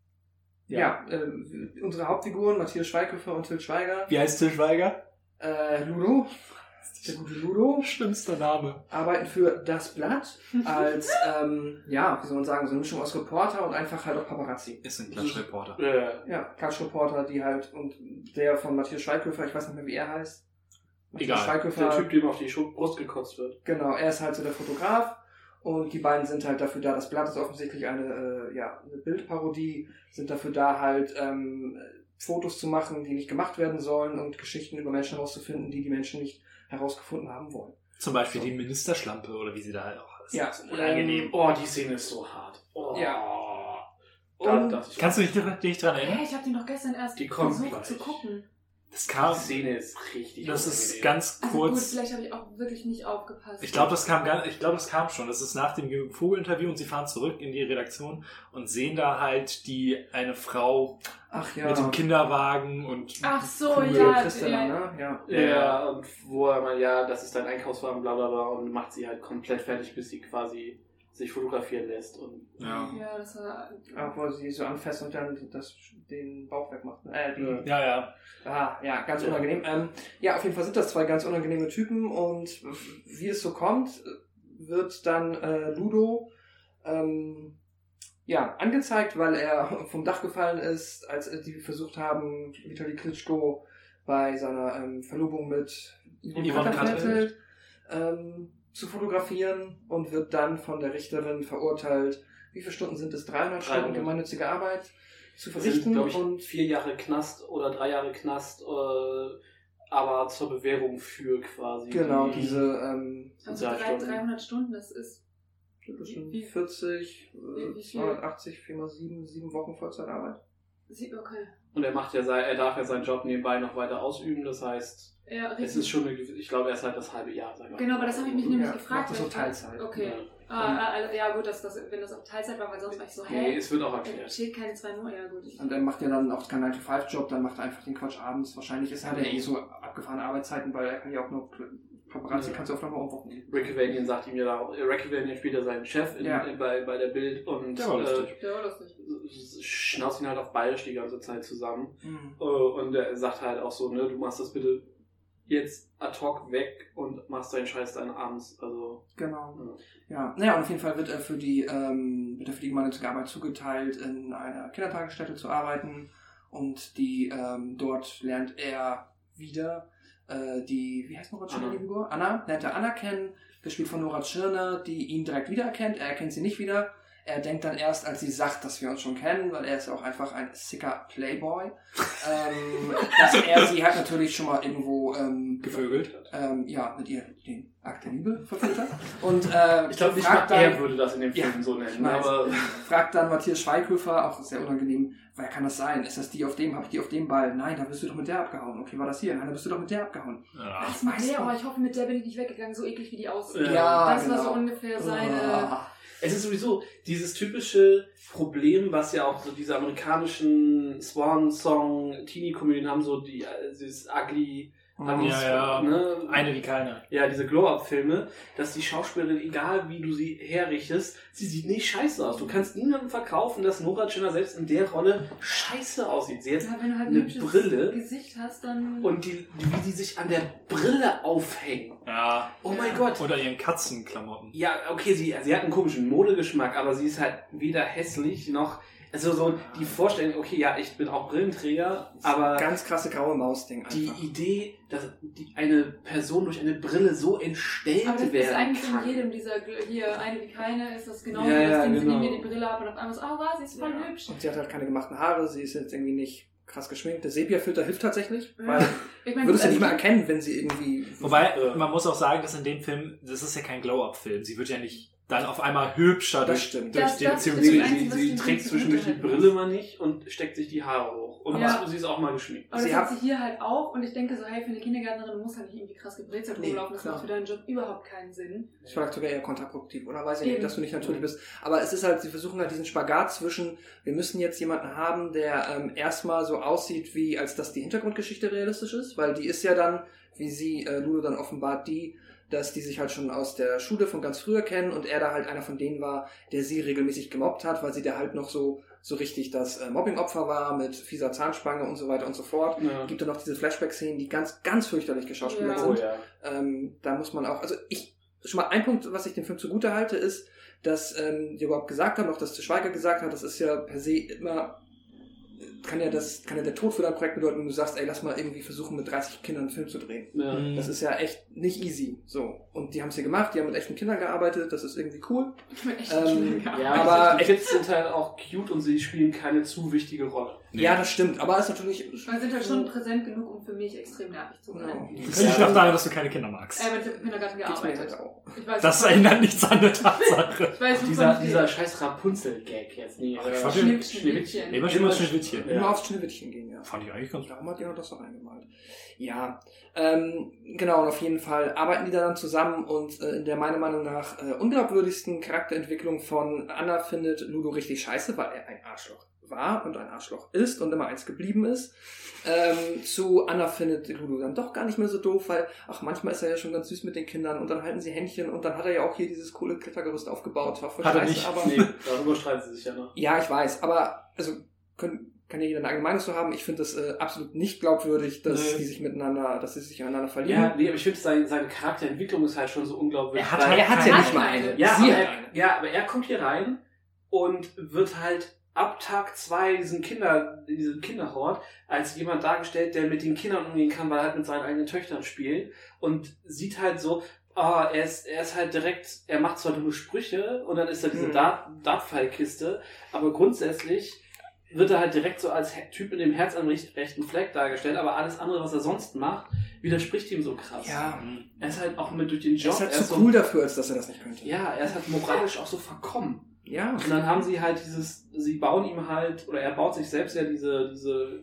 ja, äh, unsere Hauptfiguren, Matthias Schweighöfer und Til Schweiger, Wie heißt Til Schweiger? äh, Ludo, der gute Ludo, Schlimmster Name. arbeiten für Das Blatt als, ähm, ja, wie soll man sagen, so eine Mischung aus Reporter und einfach halt auch Paparazzi. Ist ein Klatschreporter. Ja. Ja, Klatschreporter, die halt, und der von Matthias Schweighöfer, ich weiß nicht mehr, wie er heißt. Matthias Egal. Schweighöfer, Der Typ, dem auf die Schu- Brust gekotzt wird. genau, er ist halt so der Fotograf und die beiden sind halt dafür da, das Blatt ist offensichtlich eine, äh, ja, eine Bildparodie, sind dafür da halt ähm, Fotos zu machen, die nicht gemacht werden sollen und Geschichten über Menschen herauszufinden, die die Menschen nicht herausgefunden haben wollen. Zum Beispiel die Ministerschlampe oder wie sie da halt auch heißt. Ja, So unangenehm. Oh, die Szene ist so hart. Oh. Ja. Da Und- dachte ich, Kannst du dich, dich dran Hä, erinnern? ich hab den doch gestern erst Die kommt versucht gleich. zu gucken. Das die kam, Szene ist richtig das ist unangenehm. ganz Also gut, kurz. vielleicht habe ich auch wirklich nicht aufgepasst. Ich glaube, das kam gar, ich glaube, das kam schon. Das ist nach dem Jürgen Vogel-Interview und sie fahren zurück in die Redaktion und sehen da halt die eine Frau Ach ja, mit dem Kinderwagen und Ach so, cool, ja. Christian, ja. ne? Ja. Ja, und wo er mal, ja, das ist dein Einkaufswagen, bla bla bla, und macht sie halt komplett fertig, bis sie quasi sich fotografieren lässt. Und ja. Ja, das war... Auch wo sie so anfasst und dann das, den Bauch wegmacht. ne? Äh, die, Ja, ja. Ah, ja, ganz Ja. unangenehm. Ähm, ja, auf jeden Fall sind das zwei ganz unangenehme Typen und wie es so kommt, wird dann äh, Ludo ähm, ja, angezeigt, weil er vom Dach gefallen ist, als die versucht haben, Vitali Klitschko bei seiner ähm, Verlobung mit Yvonne Yvonne Katterfeld. Katterfeld ähm, zu fotografieren und wird dann von der Richterin verurteilt. Wie viele Stunden sind es? dreihundert Stunden dreihundert. gemeinnützige Arbeit zu sind, verrichten glaube ich, und vier Jahre Knast oder drei Jahre Knast, äh, aber zur Bewährung für quasi. genau die, diese ähm, Also Ja, drei, Stunden. dreihundert Stunden, das ist... das sind Wie- vierzig, wie- äh, wie viel? zweihundertachtzig, vier mal sieben, sieben Wochen Vollzeitarbeit. Sie- Okay. Und er macht ja sein, er darf ja seinen Job nebenbei noch weiter ausüben, das heißt, Ja, es richtig. ist schon, eine, ich glaube, er ist halt das halbe Jahr. Sagen wir. Genau, aber das habe ich mich nämlich Ja, gefragt. macht das so weil ich war- Teilzeit. Okay. Ja. Ah, ah, also, ja gut, dass das, wenn das auf Teilzeit war, weil sonst war ich so, Nee, hä? es wird auch Da erklärt. steht keine zwei Monate. Ja gut. Ich, Und er macht ja dann auch keinen nine to five Job, dann macht er einfach den Quatsch abends. Wahrscheinlich ist hat er eh so abgefahrene Arbeitszeiten, weil er kann ja auch nur Paparazzi, Ja. kannst du auf nochmal umwochen. Ricky Vanian sagt ihm ja da auch, Ricky Vanian spielt ja seinen Chef in, Ja. in, bei, bei der Bild und Der war lustig. ja, war lustig. äh, schnauzt ihn halt auf bayerisch die ganze Zeit zusammen. Mhm. Äh, Und er sagt halt auch so, ne, du machst das bitte jetzt ad hoc weg und machst deinen Scheiß dann abends. Also, Genau. Ja, naja, und auf jeden Fall wird er für die, ähm, wird er für die gemeinnützige Arbeit zugeteilt, in einer Kindertagesstätte zu arbeiten. Und die, ähm, dort lernt er wieder äh, die, wie heißt Nora Tschirner, Anna. die Figur? Anna, lernt er Anna kennen, gespielt von Nora Tschirner, die ihn direkt wiedererkennt. Er erkennt sie nicht wieder. Er denkt dann erst, als sie sagt, dass wir uns schon kennen, weil er ist auch einfach ein sicker Playboy, ähm, dass er sie halt natürlich schon mal irgendwo ähm, Gevögelt. ähm, ja, mit ihr den Akt der Liebe verführt hat. Und äh, ich glaube nicht fragt mal er dann, würde das in dem Ja, Film so nennen. ich weiß. Aber fragt dann Matthias Schweighöfer, auch sehr unangenehm, wer kann das sein? Ist das die auf dem, hab ich die auf dem Ball? Nein, da bist du doch mit der abgehauen. Okay, war das hier? Nein, da bist du doch mit der abgehauen. Ja. Was mit weiß der? man. Oh, ich hoffe, mit der bin ich nicht weggegangen, so eklig wie die aussieht. Ja, das war genau. so ungefähr seine... Ah. Es ist sowieso dieses typische Problem, was ja auch so diese amerikanischen Swan-Song-Teenie-Komödien haben, so die, äh, dieses ugly, ugly Ja, ja. Ne? Eine wie keine. Ja, diese Glow-Up-Filme, dass die Schauspielerin, egal wie du sie herrichtest, sie sieht nicht scheiße aus. Du kannst niemandem verkaufen, dass Nora Tschirner selbst in der Rolle scheiße aussieht. Sie hat Ja, wenn du halt eine ein hübsches Brille Gesicht hast, dann... und die, die, wie die sich an der Brille aufhängen. Ja. Oh mein Gott. Oder ihren Katzenklamotten. Ja, okay, sie, sie hat einen komischen Modegeschmack, aber sie ist halt weder hässlich noch... Also so die Vorstellung, okay, ja, ich bin auch Brillenträger, aber Ganz krasse graue Maus-Ding einfach. die Idee, dass die, eine Person durch eine Brille so entstellt Aber das ist werden eigentlich kann. in jedem dieser, hier, eine wie keine, ist das genau Ja, wie ja, das Ding, sie genau. nehmen ihr die Brille ab und auf einmal so, oh, wow, sie ist voll Ja. hübsch. Und sie hat halt keine gemachten Haare, sie ist jetzt irgendwie nicht krass geschminkt. Der Sepia-Filter hilft tatsächlich, Ja. weil Ich du meine, würdest ja nicht also- mal erkennen, wenn sie irgendwie... Wobei, Ja. man muss auch sagen, dass in dem Film, das ist ja kein Glow-Up-Film. Sie wird ja nicht dann auf einmal hübscher Das durch, stimmt. durch Das- die das Beziehung. ist Sie, das Sie, sie, Einzige, was sie den trägt Film zwischendurch die zugute hält. Brille mal nicht und steckt sich die Haare hoch. Und Ja. sie ist auch mal geschminkt. Aber Sie das hat hat- sie hier halt auch und ich denke so, hey, für eine Kindergärtnerin, du musst halt nicht irgendwie krass gebrezelt Nee, rumlaufen, das klar. macht für deinen Job überhaupt keinen Sinn. Ich vielleicht sogar eher kontraproduktiv, oder weiß ich nicht, Eben. dass du nicht natürlich bist. Aber es ist halt, sie versuchen halt diesen Spagat zwischen, wir müssen jetzt jemanden haben, der ähm, erstmal so aussieht, wie als dass die Hintergrundgeschichte realistisch ist, weil die ist ja dann, wie sie, äh, Lulu dann offenbart, die, dass die sich halt schon aus der Schule von ganz früher kennen und er da halt einer von denen war, der sie regelmäßig gemobbt hat, weil sie da halt noch so so richtig das äh, Mobbing-Opfer war mit fieser Zahnspange und so weiter und so fort. Ja. Gibt dann noch diese Flashback-Szenen, die ganz, ganz fürchterlich geschauspielert Ja. Oh sind. ja. Ähm, da muss man auch, also ich, schon mal ein Punkt, was ich dem Film zugute halte, ist, dass ähm, die überhaupt gesagt haben, auch dass Schweiger gesagt hat, das ist ja per se immer, kann ja das, kann ja der Tod für dein Projekt bedeuten, wenn du sagst, ey, lass mal irgendwie versuchen, mit dreißig Kindern einen Film zu drehen. Ja. Das ist ja echt nicht easy. So. Und die haben es hier gemacht, die haben mit echten Kindern gearbeitet, das ist irgendwie cool. Ich bin echt Ähm, schnell gearbeitet. Ja, Aber aber die Kids sind halt auch cute und sie spielen keine zu wichtige Rolle. Nee. Ja, das stimmt, aber es ist natürlich. Wir sind halt schon präsent genug, um für mich extrem nervig zu sein. Genau. Das liegt auch daran, dass du keine Kinder magst. Äh, aber ich habe im Kindergarten Geht's mir gearbeitet. halt auch. Ich weiß, Das wovon- ändert nichts an der Tatsache. Ich weiß, Dieser, wovon ich dieser rede. scheiß Rapunzel-Gag jetzt. Nee, Ach, ich äh, fand Schnipp, den- Schneewittchen. Immer schon mal Schneewittchen. Immer Ja. aufs Schneewittchen gehen, ja. Fand ich eigentlich ganz Darum hat jemand das noch eingemalt. Ja, ähm, genau, und auf jeden Fall arbeiten die da dann zusammen und äh, in der meiner Meinung nach äh, unglaubwürdigsten Charakterentwicklung von Anna findet Ludo richtig scheiße, weil er ein Arschloch war und ein Arschloch ist und immer eins geblieben ist. Ähm, zu Anna findet Ludo dann doch gar nicht mehr so doof, weil, ach, manchmal ist er ja schon ganz süß mit den Kindern und dann halten sie Händchen und dann hat er ja auch hier dieses coole Klettergerüst aufgebaut. War voll Hat er scheiße, nicht. aber... nee, darüber streiten sie sich ja noch. Ja, ich weiß, aber also können, kann ja jeder eine eigene Meinung zu haben. Ich finde es äh, absolut nicht glaubwürdig, dass Nee. die sich miteinander, dass sie sich aneinander verlieben. Ja, nee, aber ich finde, seine, seine Charakterentwicklung ist halt schon so unglaublich. Er hat weil- halt- er hat ja Hat nicht mal keine. eine. Ja, sie aber hat er, eine. ja, aber er kommt hier rein und wird halt ab Tag zwei diesen Kinder, in diesem Kinderhort als jemand dargestellt, der mit den Kindern umgehen kann, weil er halt mit seinen eigenen Töchtern spielt und sieht halt so, ah, er ist, er ist halt direkt, er macht zwar dumme Sprüche und dann ist da diese Mhm. Dart, Dartpfeilkiste, aber grundsätzlich wird er halt direkt so als He- Typ mit dem Herz am recht- rechten Fleck dargestellt, aber alles andere, was er sonst macht, widerspricht ihm so krass. Ja, Er ist halt auch mit durch den er Job, ist halt er zu ist so, cool dafür, als dass er das nicht könnte. ja, er ist halt moralisch auch so verkommen. Ja. Und dann haben sie halt dieses, sie bauen ihm halt, oder er baut sich selbst ja diese, diese,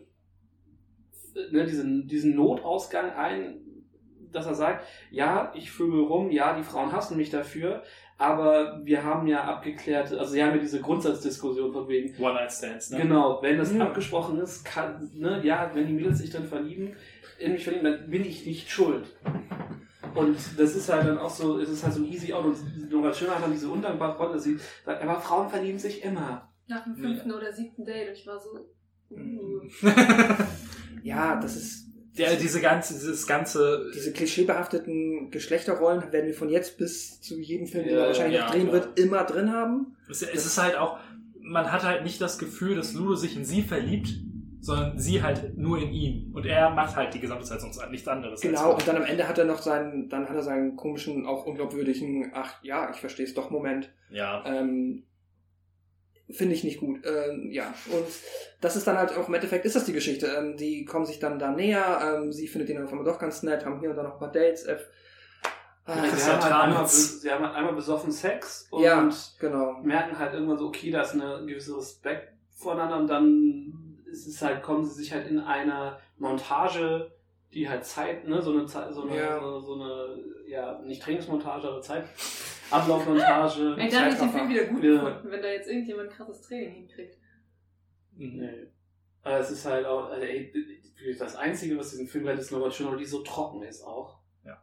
ne, diesen, diesen Notausgang ein, dass er sagt, ja, ich vögel rum, ja, die Frauen hassen mich dafür, aber wir haben ja abgeklärt, also sie haben ja diese Grundsatzdiskussion von wegen, One-Night-Stands, ne? genau, wenn das Ja. abgesprochen ist, kann, ne, ja, wenn die Mädels sich dann verlieben, in mich verlieben, dann bin ich nicht schuld. Und das ist halt dann auch so, es ist halt so ein easy out. Und Nora Tschirner hat dann diese undankbare Rolle, sie sagt, aber Frauen verlieben sich immer. Nach dem fünften oder siebten Date und ich war so... Uh. Ja, das ist. Ja, diese ganze, dieses ganze, Diese klischeebehafteten Geschlechterrollen werden wir von jetzt bis zu jedem Film, den Ja, er wahrscheinlich ja, noch drehen klar. wird, immer drin haben. es, es ist halt auch, man hat halt nicht das Gefühl, dass Ludo sich in sie verliebt, sondern sie halt nur in ihn. Und er macht halt die gesamte Zeit sonst nichts anderes. Genau, als und dann am Ende hat er noch seinen, dann hat er seinen komischen, auch unglaubwürdigen, ach ja, ich verstehe es doch, Moment. ja. Ähm, Finde ich nicht gut. Ähm, ja, und das ist dann halt auch im Endeffekt, ist das die Geschichte. Ähm, die kommen sich dann da näher, ähm, sie findet ihn dann auf einmal doch ganz nett, haben hier und da noch ein paar Dates. F. Ah, Das ist sie, ja haben halt einmal, Tramitz. bes- sie haben halt einmal besoffen Sex und ja, genau. merken halt irgendwann so, okay, da ist eine gewisse Respekt voneinander und dann ist es halt, kommen sie sich halt in einer Montage die halt Zeit, ne, so eine Zeit, so eine, Ja. so, so eine, ja, nicht Trainingsmontage, aber Zeit, Ablaufmontage. Ey, dann hätte ich den Film wieder gut Ja. gefunden, wenn da jetzt irgendjemand krasses Training hinkriegt. Nee. Aber es ist halt auch, also, ey, das Einzige, was diesen Film hat, ist Laura Dern, die so trocken ist auch.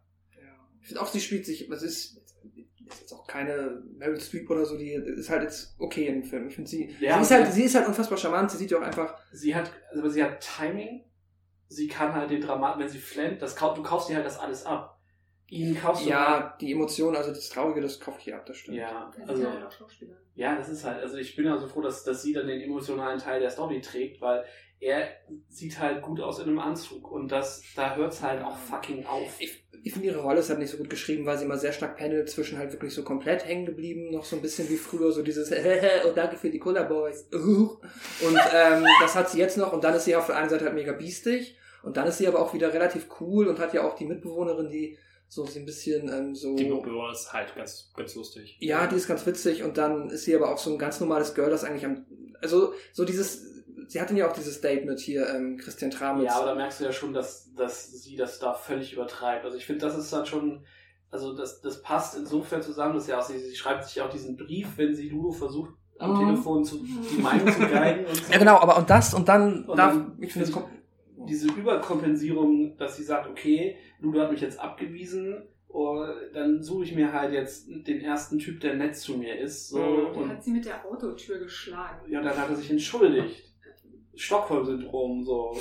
Ich finde auch, sie spielt sich, das ist, ist jetzt auch keine Meryl Streep oder so, die ist halt jetzt okay im Film. Ich finde sie, Ja, sie ist halt, sie ist halt unfassbar charmant, sie sieht ja auch einfach, Sie hat, also sie hat Timing, sie kann halt den Dramat, wenn sie flennt, das, kau- du kaufst dir halt das alles ab. Ihn kaufst du halt, ja, die Emotionen, also das Traurige, das kauft ich ab, das stimmt. ja, Das also, ist ja halt auch Schauspieler. ja, das ist halt, also ich bin ja so froh, dass, dass sie dann den emotionalen Teil der Story trägt, weil er sieht halt gut aus in einem Anzug und das, da hört's halt auch fucking auf. Ich, ich finde, ihre Rolle ist halt nicht so gut geschrieben, weil sie immer sehr stark pendelt zwischen halt wirklich so komplett hängen geblieben, noch so ein bisschen wie früher, so dieses oh, danke für die Cola Boys. Und ähm, das hat sie jetzt noch und dann ist sie auf der einen Seite halt mega biestig und dann ist sie aber auch wieder relativ cool und hat ja auch die Mitbewohnerin, die so sie ein bisschen ähm, so... Die Mitbewohner ist halt ganz, ganz lustig. Ja, die ist ganz witzig und dann ist sie aber auch so ein ganz normales Girl, das eigentlich am... Also so dieses... Sie hatten ja auch dieses Date mit hier ähm, Christian Tramitz. Ja, aber da merkst du ja schon, dass, dass sie das da völlig übertreibt. Also ich finde, das ist dann schon, also das, das passt insofern zusammen, dass ja auch sie, sie schreibt sich auch diesen Brief, wenn sie Ludo versucht, am Mhm. Telefon zu, die Meinung zu guiden und so. Ja genau, aber und das und dann... Und darf, dann ich finde, es kommt... diese Überkompensierung, dass sie sagt, okay, Ludo hat mich jetzt abgewiesen, oh, dann suche ich mir halt jetzt den ersten Typ, der nett zu mir ist. So, Mhm. Der und hat sie mit der Autotür geschlagen. ja, dann hat er sich entschuldigt. Stockholm-Syndrom, so.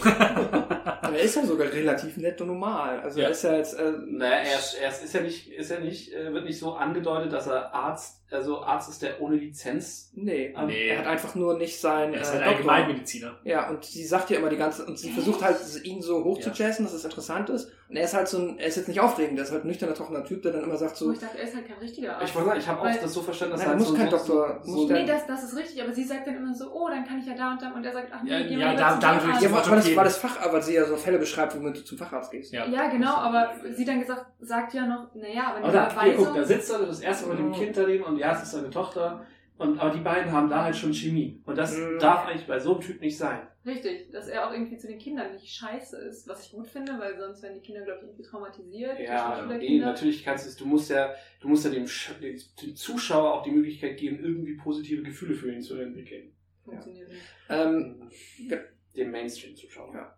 Er ist ja sogar relativ nett und normal. Also Ja. er ist ja jetzt... Äh, Naja, er, ist- er ist ja nicht, ist ja nicht, äh, wird nicht so angedeutet, dass er Arzt, also Arzt ist, der ohne Lizenz. nee, Nee. er hat einfach nur nicht sein Er ist äh, halt Doktor. Allgemeinmediziner. Ja, und sie sagt ja immer die ganze... Und sie versucht halt, ihn so hoch zu jazzen, dass es interessant ist. Und er ist halt so ein... Er ist jetzt nicht aufregend, er ist halt ein nüchterner, trockener Typ, der dann immer sagt So, so... ich dachte, er ist halt kein richtiger Arzt. Ich wollte sagen, ich habe auch Weil- das so verstanden, dass Nein, er du halt musst so, kein so, Doktor- so, musst so ja- Nee, das, das ist richtig, aber sie sagt dann immer so, oh, dann kann ich ja da und da. Und er sagt, ach nee, Ja, geh ja, mal da- zum damit will ich Arzt. Ja, weil, sofort weil, das, gehen. weil das Fach, weil sie ja so Fälle beschreibt, womit du zum Facharzt gehst. Ja. Ja, genau, aber sie dann gesagt, sagt ja noch, naja, aber Aber da, eine hier, guck, da Überweisung. sitzt er das erste Mal mit dem Kind daneben und ja, es ist seine Tochter. Und, aber die beiden haben da halt schon Chemie. Und das Mhm. darf eigentlich bei so einem Typ nicht sein. Richtig, dass er auch irgendwie zu den Kindern nicht scheiße ist, was ich gut finde, weil sonst werden die Kinder, glaube ich, irgendwie traumatisiert. die Ja, eh, Schauspielerkinder. natürlich kannst du es, du musst ja, du musst ja dem, Sch- dem, dem Zuschauer auch die Möglichkeit geben, irgendwie positive Gefühle für ihn zu entwickeln. Funktioniert nicht. Ähm, Dem Mainstream-Zuschauer. Ja.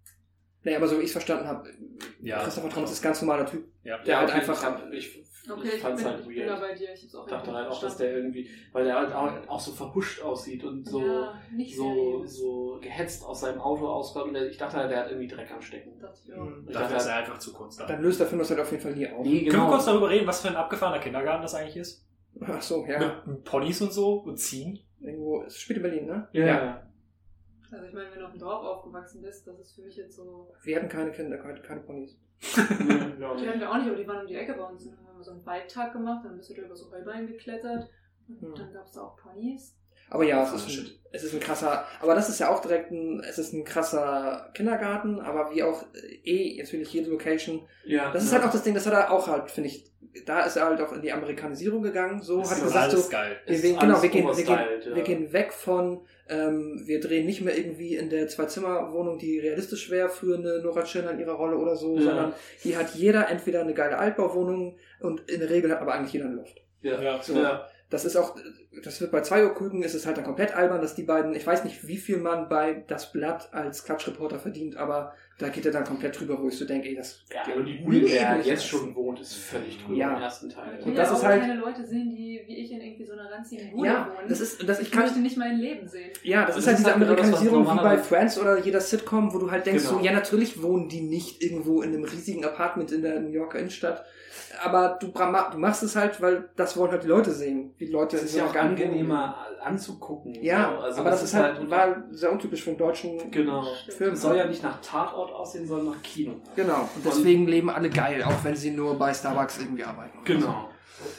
nee, aber so wie ich es verstanden habe, Ja. Christopher Tramitz ist ein ganz normaler Typ. Ja. Der halt okay, einfach- Ich, hab, ich, Okay, ich ich, fand's bin, halt ich bin da weird. bei dir. Ich hab's auch Ich dachte irgendwie halt auch, dass verstanden. der irgendwie, weil der halt auch, auch so verhuscht aussieht und so, ja, nicht so, seriös. so gehetzt aus seinem Auto auskommt. Und der- ich dachte halt, der hat irgendwie Dreck am Stecken. Dachte ich auch. Mhm. Ich Dafür dachte ist er halt, einfach zu kurz da. Dann löst der Film das halt auf jeden Fall nie auf. nee, Können wir genau. kurz darüber reden, was für ein abgefahrener Kindergarten das eigentlich ist? Ach so, ja. Mit, mit Ponys und so und ziehen? Irgendwo, es spielt in Berlin, ne? Ja. Also ich meine, wenn du auf dem Dorf aufgewachsen bist, das ist für mich jetzt so... Wir hatten keine Kinder, keine, keine Ponys. Ja, Die hatten wir auch nicht, aber die waren um die Ecke bei uns. Dann haben wir so einen Bike-Tag gemacht, dann bist du da über so Heuballen geklettert. Und Hm. dann gab es da auch Ponys. Aber ja, es Oh, ist, ein, shit. es ist ein krasser, aber das ist ja auch direkt ein, es ist ein krasser Kindergarten, aber wie auch äh, eh, jetzt will ich jede Location. ja. Das ist halt auch das Ding, das hat er auch halt, finde ich, da ist er halt auch in die Amerikanisierung gegangen, so, Das hat ist gesagt alles so, geil. wir, ist wir, genau, alles wir gehen, wir, gehen, overstyled, ja. wir gehen weg von, ähm, wir drehen nicht mehr irgendwie in der Zwei-Zimmer-Wohnung, die realistisch wäre für eine Nora Tschirner in ihrer Rolle oder so, Ja. sondern hier hat jeder entweder eine geile Altbauwohnung und in der Regel hat aber eigentlich jeder ein Loft. Ja. Ja. So. Ja. Das ist auch, das wird bei zwei Uhr Küken ist es halt dann komplett albern, dass die beiden, ich weiß nicht, wie viel man bei Das Blatt als Klatschreporter verdient, aber da geht er dann komplett drüber, wo ich so denke, ey, das... Ja, und die Bude, der Leben jetzt ist schon wohnt, ist völlig drüber Ja. im ersten Teil. Ich Und will das ja ist auch halt- keine Leute sehen, die wie ich in irgendwie so einer ranzigen Bude Ja, wohnen. das ist, das, ich ich kann, möchte nicht mein Leben sehen. ja, das Das ist halt ist diese halt genau das, was Amerikanisierung wie bei normalerweise- Friends oder jeder Sitcom, wo du halt denkst, Genau. so, ja, natürlich wohnen die nicht irgendwo in einem riesigen Apartment in der New Yorker Innenstadt, aber du, bra- du machst es halt, weil das wollen halt die Leute sehen, wie Leute Das in ist so ja einer auch geilen Wohnung angenehmer anzugucken. Ja, so. Also aber das, ist halt, halt war sehr untypisch für einen deutschen genau. Film. Es soll ja nicht nach Tatort aussehen, sondern nach Kino. Genau, und deswegen leben alle geil, auch wenn sie nur bei Starbucks irgendwie arbeiten. Genau.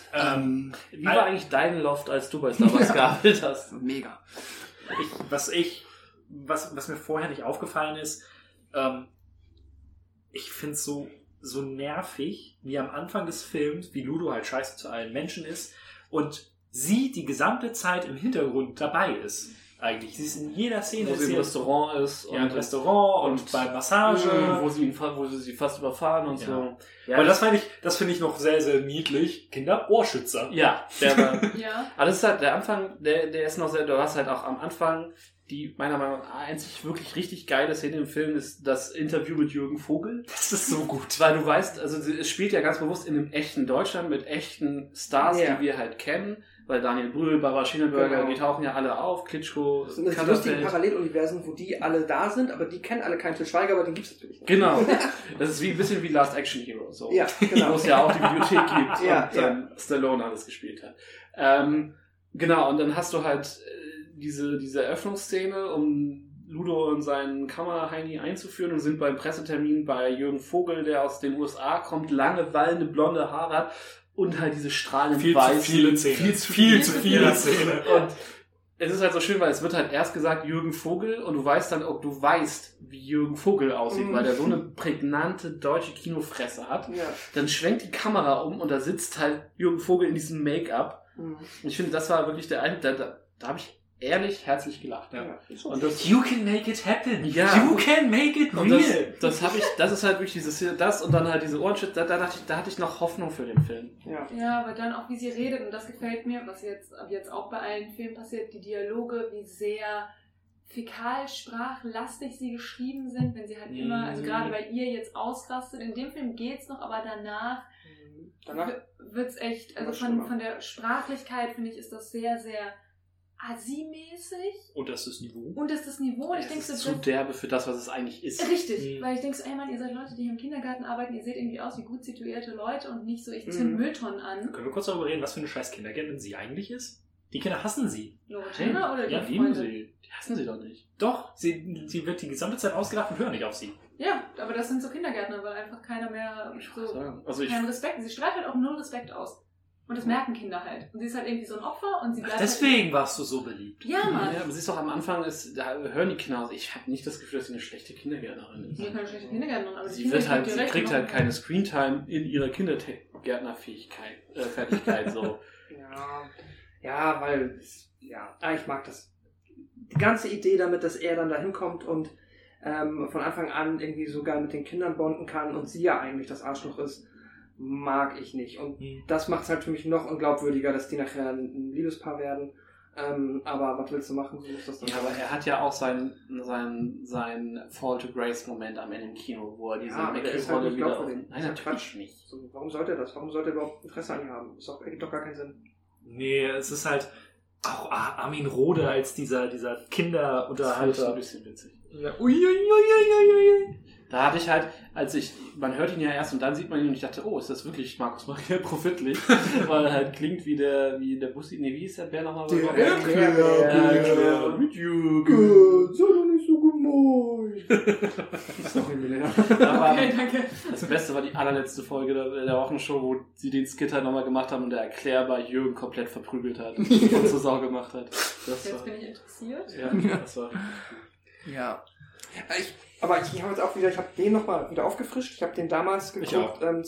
Ähm, Wie war eigentlich dein Loft, als du bei Starbucks gearbeitet hast? Mega. ich, was ich, was, was mir vorher nicht aufgefallen ist, ähm, ich finde es so, so nervig, wie am Anfang des Films, wie Ludo halt scheiße zu allen Menschen ist und sie die gesamte Zeit im Hintergrund dabei ist. eigentlich. Sie ist in jeder Szene. Wo sie im Restaurant ist. Ja, im Restaurant und, und bei Massage. Wo sie, ihn, wo sie sie fast überfahren und ja. so. Ja, aber das, das, ich, das finde ich noch sehr, sehr niedlich. Kinder, Ohrschützer. Ja, der war... ja. Aber das ist halt, der Anfang, der, der ist noch sehr... Du hast halt auch am Anfang... Die meiner Meinung nach einzig wirklich richtig geile Szene im Film ist das Interview mit Jürgen Vogel. Das ist so gut. Weil du weißt, also es spielt ja ganz bewusst in einem echten Deutschland mit echten Stars, ja. die wir halt kennen. Weil Daniel Brühl, Barbara Schöneberger, genau. die tauchen ja alle auf. Klitschko, das sind das lustigen Paralleluniversen, wo die alle da sind, aber die kennen alle keinen Til Schweiger, aber den gibt's natürlich nicht. Genau. Das ist wie ein bisschen wie Last Action Hero. So. Ja, genau. Wo es ja auch die Bibliothek gibt ja, und dann ja. Stallone alles gespielt hat. Ähm, genau, und dann hast du halt diese, diese Eröffnungsszene, um Ludo und seinen Kammerheini einzuführen und sind beim Pressetermin bei Jürgen Vogel, der aus den U S A kommt, lange wallende blonde Haare hat und halt diese strahlend viel weißen... Zu viele Szenen. Viel zu viel, viel zu viele Szenen. Und es ist halt so schön, weil es wird halt erst gesagt Jürgen Vogel und du weißt dann, ob du weißt, wie Jürgen Vogel aussieht, mhm. weil der so eine prägnante deutsche Kinofresse hat. Ja. Dann schwenkt die Kamera um und da sitzt halt Jürgen Vogel in diesem Make-up. Mhm. Ich finde, das war wirklich der eine, da, da, da habe ich ehrlich herzlich gelacht. Ja. Und das, you can make it happen. Ja. You can make it real. Und das, das habe ich, das ist halt wirklich dieses, das und dann halt diese Ohrenschützer, da, da, dachte ich, da hatte ich noch Hoffnung für den Film. Ja. ja, aber dann auch wie sie redet und das gefällt mir, was jetzt, jetzt auch bei allen Filmen passiert, die Dialoge, wie sehr fäkalsprachlastig sie geschrieben sind, wenn sie halt mhm. immer, also gerade bei ihr jetzt ausrastet. In dem Film geht's noch, aber danach, mhm. danach wird's echt, also von, von der Sprachlichkeit finde ich, ist das sehr, sehr Assi-mäßig. Und das ist das Niveau. Und das ist das Niveau. Es ich denk, ist so, zu derbe für das, was es eigentlich ist. Richtig, mhm. weil ich denke so, ey Mann, ihr seid Leute, die hier im Kindergarten arbeiten, ihr seht irgendwie aus wie gut situierte Leute und nicht so, ich zünd mhm. Mülltonnen an. Können wir kurz darüber reden, was für eine scheiß Kindergärtnerin sie eigentlich ist? Die Kinder hassen sie. Loretina oder die ja, Freunde? Sie. Die hassen sie doch nicht. Doch, sie, sie wird die gesamte Zeit ausgelacht und hören nicht auf sie. Ja, aber das sind so Kindergärtner, weil einfach keiner mehr so also ich keinen Respekt. Sie strahlt halt auch null Respekt aus. Und das merken Kinder halt. Und sie ist halt irgendwie so ein Opfer und sie bleibt. Ach, deswegen halt warst du so beliebt. Ja, Mann. Ja, aber sie ist doch am Anfang, ist, da hören die Kinder aus. Ich habe nicht das Gefühl, dass sie eine schlechte Kindergärtnerin ist. Sie ist keine schlechte Kindergärtnerin, aber sie wird halt, sie kriegt halt keine Screentime in ihrer Kindergärtnerfähigkeit, äh, Fertigkeit so. Ja, ja, weil, ja, ich mag das. Die ganze Idee damit, dass er dann da hinkommt und ähm, von Anfang an irgendwie sogar mit den Kindern bonden kann und sie ja eigentlich das Arschloch ist, mag ich nicht. Und mhm. das macht es halt für mich noch unglaubwürdiger, dass die nachher ein Liebespaar werden. Ähm, aber was willst du machen? So ist das dann. Ja, aber er hat ja auch seinen sein, sein Fall to Grace Moment am Ende im Kino, wo er diese ja, Mackie-Rolle halt wieder... Nein, natürlich Quatsch nicht. So, warum sollte er das? Warum sollte er überhaupt Interesse an ihr haben? Das ergibt doch gar keinen Sinn. Nee, es ist halt auch Armin Rohde als dieser, dieser Kinderunterhalter. Das ist ein bisschen witzig. Ja. Ui, ui, ui, ui, ui. Da hatte ich halt, als ich, man hört ihn ja erst und dann sieht man ihn und ich dachte, oh, ist das wirklich Markus Maria Profitlich? Weil er halt klingt wie der, wie der Bussi, nee, wie hieß der Bär nochmal? Der Erklärbär. Erklärbär. Mit Jürgen. Sei doch nicht so gemein. Sorry, Milena. Aber okay, danke. Das Beste war die allerletzte Folge der, der Wochenshow, wo sie den Skit halt nochmal gemacht haben und der Erklärbär Jürgen komplett verprügelt hat und zur Sau gemacht hat. Das Jetzt war, bin ich interessiert. ja, das war... Ja. Ich, aber ich, ich habe jetzt auch wieder, ich habe den nochmal wieder aufgefrischt. Ich habe den damals geguckt, ähm,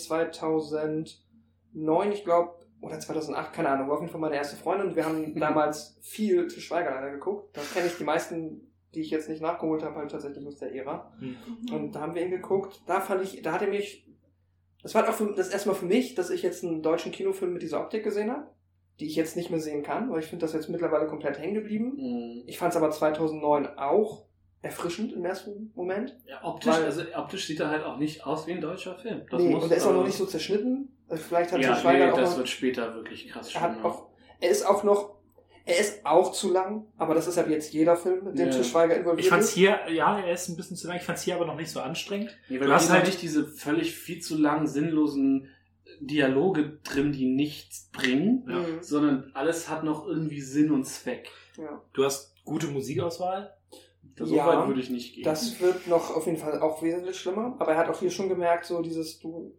zweitausendneun, ich glaube, oder zweitausendacht, keine Ahnung, war auf jeden Fall meine erste Freundin. Wir haben damals viel Til Schweiger leider geguckt. Da kenne ich die meisten, die ich jetzt nicht nachgeholt habe, halt tatsächlich aus der Ära. Mhm. Und da haben wir ihn geguckt. Da fand ich, da hat er mich, das war auch für, das erstmal für mich, dass ich jetzt einen deutschen Kinofilm mit dieser Optik gesehen habe, die ich jetzt nicht mehr sehen kann, weil ich finde das jetzt mittlerweile komplett hängen geblieben. Mhm. Ich fand es aber zweitausendneun auch erfrischend im ersten Moment. Ja, optisch, weil, also optisch sieht er halt auch nicht aus wie ein deutscher Film. Das nee, muss, und er ist auch noch nicht so zerschnitten. Also vielleicht hat ja, Til Schweiger nee, auch das noch, wird später wirklich krass. Er, hat auch, er ist auch noch, er ist auch zu lang, aber das ist halt jetzt jeder Film, mit dem ja. Til Schweiger involviert ist. Ich fand's hier, ja, er ist ein bisschen zu lang, ich fand's hier aber noch nicht so anstrengend. Nee, weil du hast halt nicht diese völlig viel zu langen, sinnlosen Dialoge drin, die nichts bringen, ja. sondern alles hat noch irgendwie Sinn und Zweck. Ja. Du hast gute Musikauswahl. So ja, weit würde ich nicht gehen. Das wird noch auf jeden Fall auch wesentlich schlimmer. Aber er hat auch hier schon gemerkt, so dieses, du,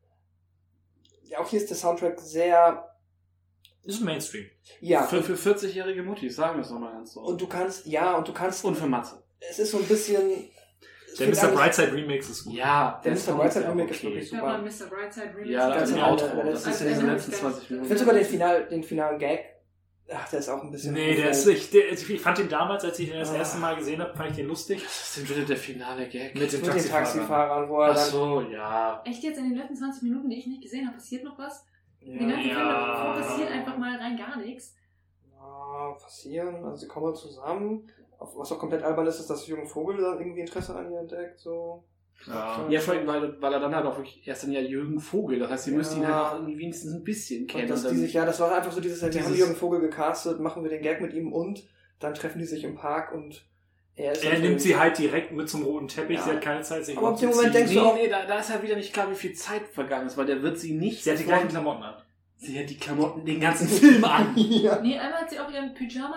ja, auch hier ist der Soundtrack sehr, ist Mainstream. Ja. Für, für vierzig-jährige Muttis, sagen wir es nochmal ganz so. Und du kannst, ja, und du kannst. Und für Matze. Es ist so ein bisschen. Der Mister Brightside Remix ist gut. Ja, der Mister Brightside Remix ist wirklich Ich glaube, super. man Mister Brightside Remix. Ja, das ist ein genau, Outro. der- der- Das das ist in ist den ja letzten ganz- zwanzig Minuten. Ich finde sogar den, Final, den finalen Gag Ach, der ist auch ein bisschen... Nee, der ist, ich, der, ich fand ihn damals, als ich ihn das Ah. erste Mal gesehen habe, fand ich den lustig. Das ist wieder der finale Gag. Mit dem mit den Taxifahrer. Taxifahrern, wo er Ach dann... so, ja. Echt jetzt in den letzten zwanzig Minuten, die ich nicht gesehen habe, passiert noch was? Ja, Den ganzen Ja. Film davor passiert einfach mal rein gar nichts. ja, passieren, also sie kommen zusammen. Auf- Was auch komplett albern ist, ist, dass Jürgen Vogel dann irgendwie Interesse an ihr entdeckt, so. Ja. Ja, vor allem, weil, weil er dann halt auch wirklich, er ist dann ja Jürgen Vogel, das heißt, sie Ja. müssten ihn halt auch irgendwie wenigstens ein bisschen kennen. Und dass Und die dann- sich, ja, das war einfach so dieses, wir Dieses- haben Jürgen Vogel gecastet, machen wir den Gag mit ihm und dann treffen die sich im Park und er ist Er natürlich- nimmt sie halt direkt mit zum roten Teppich, Ja. sie hat keine Zeit, sich Aber ab dem Moment umzuziehen. denkst Nee, du auch- nee, da, da ist halt wieder nicht klar, wie viel Zeit vergangen ist, weil der wird sie nicht... Sie hat die gleichen Klamotten an. Sie hat die Klamotten den ganzen Film an. ja. Nee, einmal hat sie auch ihren Pyjama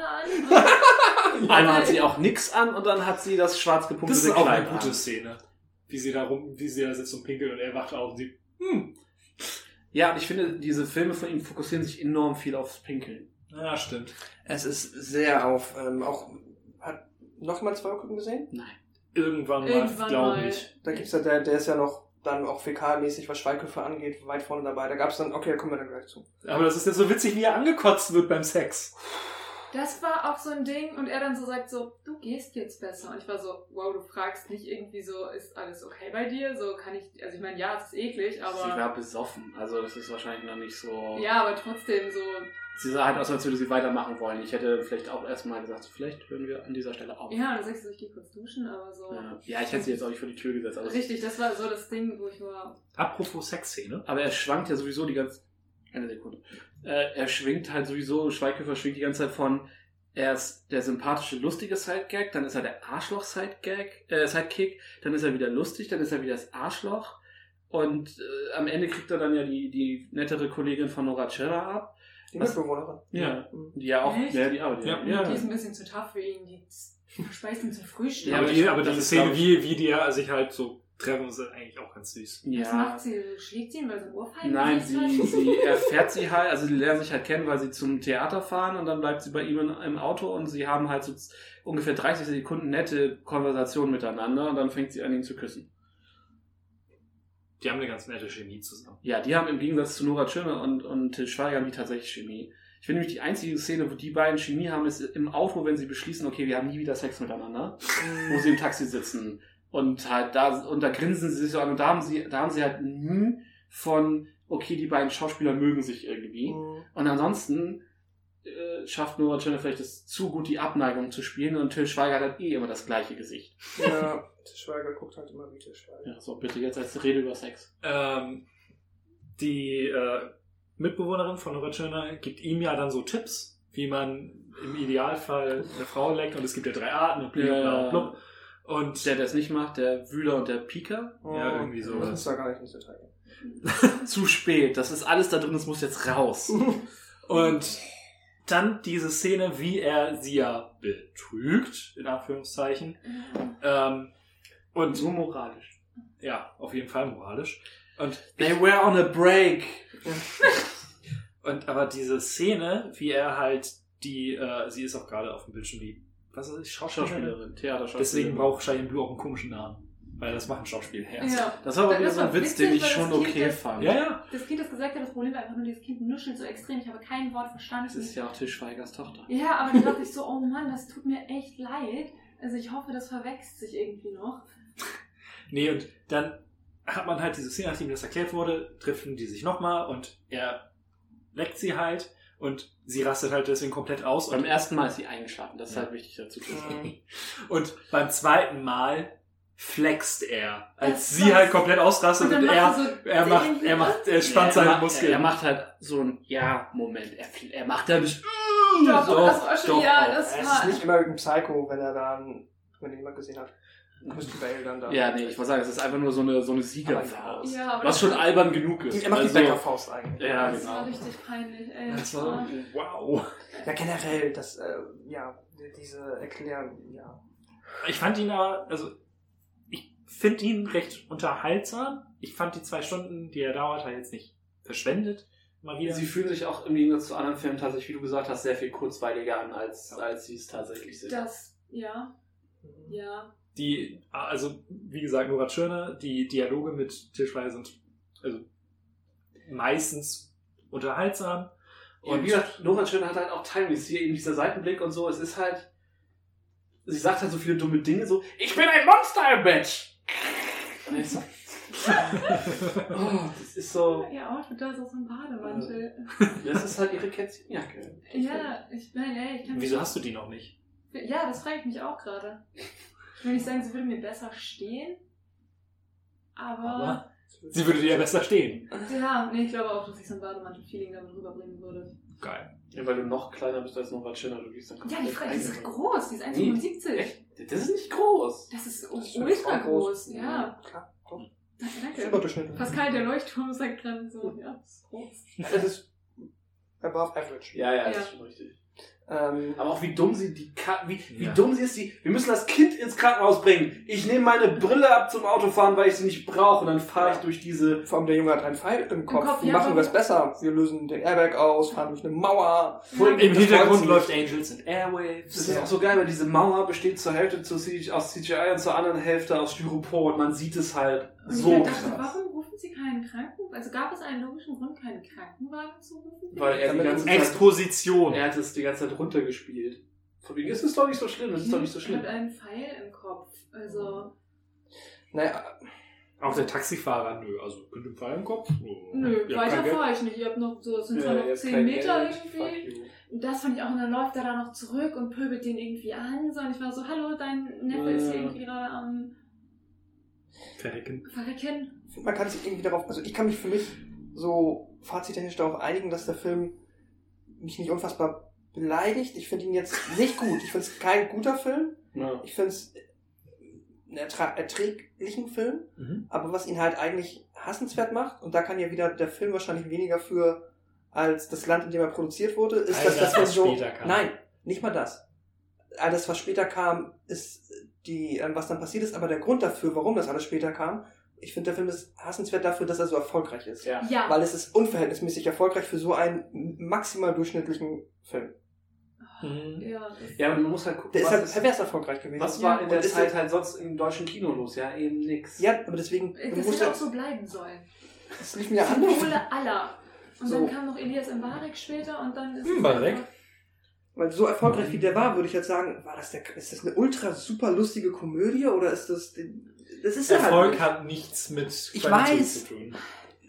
an. Einmal hat sie auch nix an und dann hat sie das schwarz Das gepunktete ist auch Kleid eine gute an. Szene. Wie sie da rum, wie sie da sitzt und pinkelt und er wacht auf und sie, hm. Ja, und ich finde, diese Filme von ihm fokussieren sich enorm viel aufs Pinkeln. Ja, stimmt. Es ist sehr auf, ähm, auch, hat noch mal zwei Gucken gesehen? Nein. Irgendwann mal, Irgendwann glaube mal. ich. Da gibt's ja, der, der ist ja noch dann auch fäkalmäßig, was Schweighöfer angeht, weit vorne dabei. Da gab's dann, okay, da kommen wir dann gleich zu. Aber das ist ja so witzig, wie er angekotzt wird beim Sex. Das war auch so ein Ding und er dann so sagt so, du gehst jetzt besser. Und ich war so, wow, du fragst nicht irgendwie so, ist alles okay bei dir? So kann ich, also ich meine, ja, es ist eklig, Sie aber... war besoffen, also das ist wahrscheinlich noch nicht so... Ja, aber trotzdem so... Sie sah halt aus, als würde sie weitermachen wollen. Ich hätte vielleicht auch erstmal gesagt, so, vielleicht hören wir an dieser Stelle auf. Ja, und dann sagst du so, ich geh kurz duschen, aber so... Ja, ja, ich hätte sie jetzt auch nicht vor die Tür gesetzt. Aber, Richtig, das war so das Ding, wo ich war... Apropos Sexszene. aber er schwankt ja sowieso die ganze... Eine Sekunde. Äh, er schwingt halt sowieso, Schweighöfer schwingt die ganze Zeit von... Er ist der sympathische, lustige Sidegag, dann ist er der Arschloch-Sidegag, äh, Sidekick, dann ist er wieder lustig, dann ist er wieder das Arschloch und äh, am Ende kriegt er dann ja die, die nettere Kollegin von Nora Tschirner ab. Die Was- Mitbewohnerin. Ja. Mhm. Die ja auch, Echt? ja, die arbeitet. Ja. Ja. Die ist ein bisschen zu tough für ihn, die verspeist ihn zum Frühstück. Ja, aber aber, ich- die, aber das diese ist, Szene, glaub ich- wie, wie die ja sich halt so treffen, ist eigentlich auch ganz süß. Was Ja. macht sie? Schlägt sie ihn, weil sie ein Ohrfeigen Nein, hat? sie, sie erfährt sie halt, also die lernen sich halt kennen, weil sie zum Theater fahren und dann bleibt sie bei ihm in, im Auto und sie haben halt so z- ungefähr dreißig Sekunden nette Konversation miteinander und dann fängt sie an, ihn zu küssen. Die haben eine ganz nette Chemie zusammen. Ja, die haben im Gegensatz zu Nora Tschirner und, und Til Schweiger haben die tatsächlich Chemie. Ich finde nämlich die einzige Szene, wo die beiden Chemie haben, ist im Auto, wenn sie beschließen, okay, wir haben nie wieder Sex miteinander, wo sie im Taxi sitzen und halt da, und da grinsen sie sich so an und da haben sie, da haben sie halt nie von, okay, die beiden Schauspieler mögen sich irgendwie. Mhm. Und ansonsten äh, schafft Nora Tschirner vielleicht das zu gut, die Abneigung zu spielen und Til Schweiger hat halt eh immer das gleiche Gesicht. Ja, Til Schweiger guckt halt immer wie Til Schweiger. Ja, so, bitte jetzt als Rede über Sex. Ähm, die äh, Mitbewohnerin von Nora Tschirner gibt ihm ja dann so Tipps, wie man im Idealfall eine Frau leckt und es gibt ja drei Arten und blub, Ja. blub, blub. Und Der, der es nicht macht, der Wühler und der Pieker. Ja, irgendwie so. Das ist da gar nicht ins Detail gehen. Zu spät. Das ist alles da drin, das muss jetzt raus. Und dann diese Szene, wie er sie ja betrügt, in Anführungszeichen. Ähm, und So moralisch. ja, auf jeden Fall moralisch. Und, They were on a break. und aber diese Szene, wie er halt die, äh, sie ist auch gerade auf dem Bildschirm, die, was ist das, Schauspielerin? Schauspielerin, Theaterschauspielerin. Deswegen braucht Cheyenne Blue auch einen komischen Namen. Weil das machen Schauspielherz. Ja. Das war aber Das wieder so ein war Witz, den witzig, ich weil schon das Kind okay das- fand. Ja, ja. Das Kind, das gesagt hat, das Problem war einfach nur, dieses Kind nuschelt so extrem. Ich habe kein Wort verstanden. Das ist ja auch Til Schweigers Tochter. Ja, aber dann dachte ich so, oh Mann, das tut mir echt leid. Also ich hoffe, das verwechselt sich irgendwie noch. Nee, und dann hat man halt diese Szene, nachdem das erklärt wurde, treffen die sich nochmal und er leckt sie halt und sie rastet halt deswegen komplett aus. Beim Und, ersten Mal ist sie eingeschlafen, das ist halt wichtig dazu zu sagen. und beim zweiten Mal flext er, als Das sie war's. halt komplett ausrastet Und und, dann er, macht er so er macht, irgendwie er macht, er spannt er, seine macht, Muskeln. er macht halt so ein Ja-Moment. Er, er macht ja nicht Doch, so, das war schon, doch ja, auch. das Es war... ist nicht American Psycho, wenn er dann, wenn jemand gesehen hat, Christian Bale dann da. Ja, nee, ich wollte sagen, es ist einfach nur so eine, so eine Siegerfaust. Ja, aber was das- schon albern genug ist. Er macht Also- die Bäckerfaust eigentlich. Ja, Das genau. war richtig peinlich, ey. Das war, wow. Ja, generell, das, äh, ja, diese Erklären, ja. Ich fand ihn aber, also, ich finde ihn recht unterhaltsam. Ich fand die zwei Stunden, die er dauert, halt jetzt nicht verschwendet. Mal wieder. Sie fühlen sich auch im Gegensatz zu anderen Filmen tatsächlich, wie du gesagt hast, sehr viel kurzweiliger an, als, als sie es tatsächlich sind. Das, ja, ja. Die, also, wie gesagt, Nora Tschirner, die Dialoge mit Til Schweiger sind, also, meistens unterhaltsam. Und wie gesagt, Nora Tschirner hat halt auch Timeless, hier eben dieser Seitenblick und so, es ist halt, sie sagt halt so viele dumme Dinge, so, ich bin ein Monster, Bitch! Und ich so, oh, das ist so, Ihr Outfit, da ist auch so ein Bademantel. das ist halt ihre Kätzchenjacke. Ja, ich meine, ey, ich kann Wieso hast du die noch nicht? Ja, das frage ich mich auch gerade. Ich will nicht sagen, sie würde mir besser stehen, aber... Aber sie würde dir ja besser stehen. Ja, nee, ich glaube auch, dass ich so ein Bademantel-Feeling damit rüberbringen würde. Geil. Ja, weil du noch kleiner bist als Nora Tschirner, du gehst dann Ja, die Frage, die ist groß, die ist eins Nee. Komma fünfundsiebzig. Echt? Das ist nicht groß. Das ist Das ist ultra schon groß. groß, ja. Klar, doch. Danke. Super durchschnittlich. Pascal, der Leuchtturm, sagt dann so, ja, das ist groß. Es ist above average. Ja, ja, das Ja. ist schon richtig. Ähm, Aber auch wie dumm sie die Ka wie, wie Ja. dumm sie ist, die, wir müssen das Kind ins Krankenhaus bringen. Ich nehme meine Brille ab zum Autofahren, weil ich sie nicht brauche. Und dann fahre ich durch diese. vor allem der Junge hat einen Pfeil im Kopf. Kopf, Wie ja, machen wir aber- es besser? Wir lösen den Airbag aus, fahren durch eine Mauer. Ja. Im Das Hintergrund freut sie läuft nicht. Angels and Airwaves. Das ist auch so geil, weil diese Mauer besteht zur Hälfte zu C- aus C G I und zur anderen Hälfte aus Styropor und man sieht es halt Und ich so dachte, krass. warum rufen sie keinen Krankenwagen? Also gab es einen logischen Grund, keinen Krankenwagen zu rufen? Weil er die Damit ganze du- Zeit, Exposition. er hat es die ganze Zeit runtergespielt. Von wegen, ist es doch nicht so schlimm, das ist doch nicht so Er schlimm. hat einen Pfeil im Kopf. Also, Naja, Auch der Taxifahrer, nö, also könnt ihr Pfeil im Kopf? Oh. nö, Ihr habt weiter kein Geld? fahre ich nicht. Ihr habt noch so, es sind zwar Ja, noch jetzt zehn kein Meter Geld, fuck irgendwie. you. Und das fand ich auch, und dann läuft er da noch zurück und pöbelt den irgendwie an. So, und ich war so, hallo, dein Neffe ist hier Ja. irgendwie gerade am Verrecken. Verrecken. ich finde, man kann sich irgendwie darauf, also ich kann mich für mich so fazittechnisch darauf einigen, dass der Film mich nicht unfassbar beleidigt. Ich finde ihn jetzt nicht gut. Ich finde es kein guter Film. Ja. Ich finde es einen ertra- erträglichen Film. Mhm. Aber was ihn halt eigentlich hassenswert macht, und da kann ja wieder der Film wahrscheinlich weniger für als das Land, in dem er produziert wurde, ist, All dass das, das was so... später kam. Nein, nicht mal das. Alles, was später kam, ist die, ähm, was dann passiert ist, aber der Grund dafür, warum das alles später kam, ich finde, der Film ist hassenswert dafür, dass er so erfolgreich ist. Ja. Ja. Weil es ist unverhältnismäßig erfolgreich für so einen maximal durchschnittlichen Film. Mhm. Ja, das- Ja, aber man muss halt gucken, Der ist was, halt ist, pervers erfolgreich gewesen. was Ja. war in der Und ist Zeit halt- halt sonst im deutschen Kino los? Ja, eben nix. Ja, aber deswegen, du das musst hätte ja, auch so bleiben sollen. das lief mir Zum an. Wohle aller. Und So. dann kam noch Elias Mbarek später und dann ist Hm, es Mbarek? einfach- Weil so erfolgreich wie der war, würde ich jetzt sagen, war das der, ist das eine ultra super lustige Komödie oder ist das, das ist ja Erfolg halt, hat nichts mit Ich Qualität weiß. zu tun.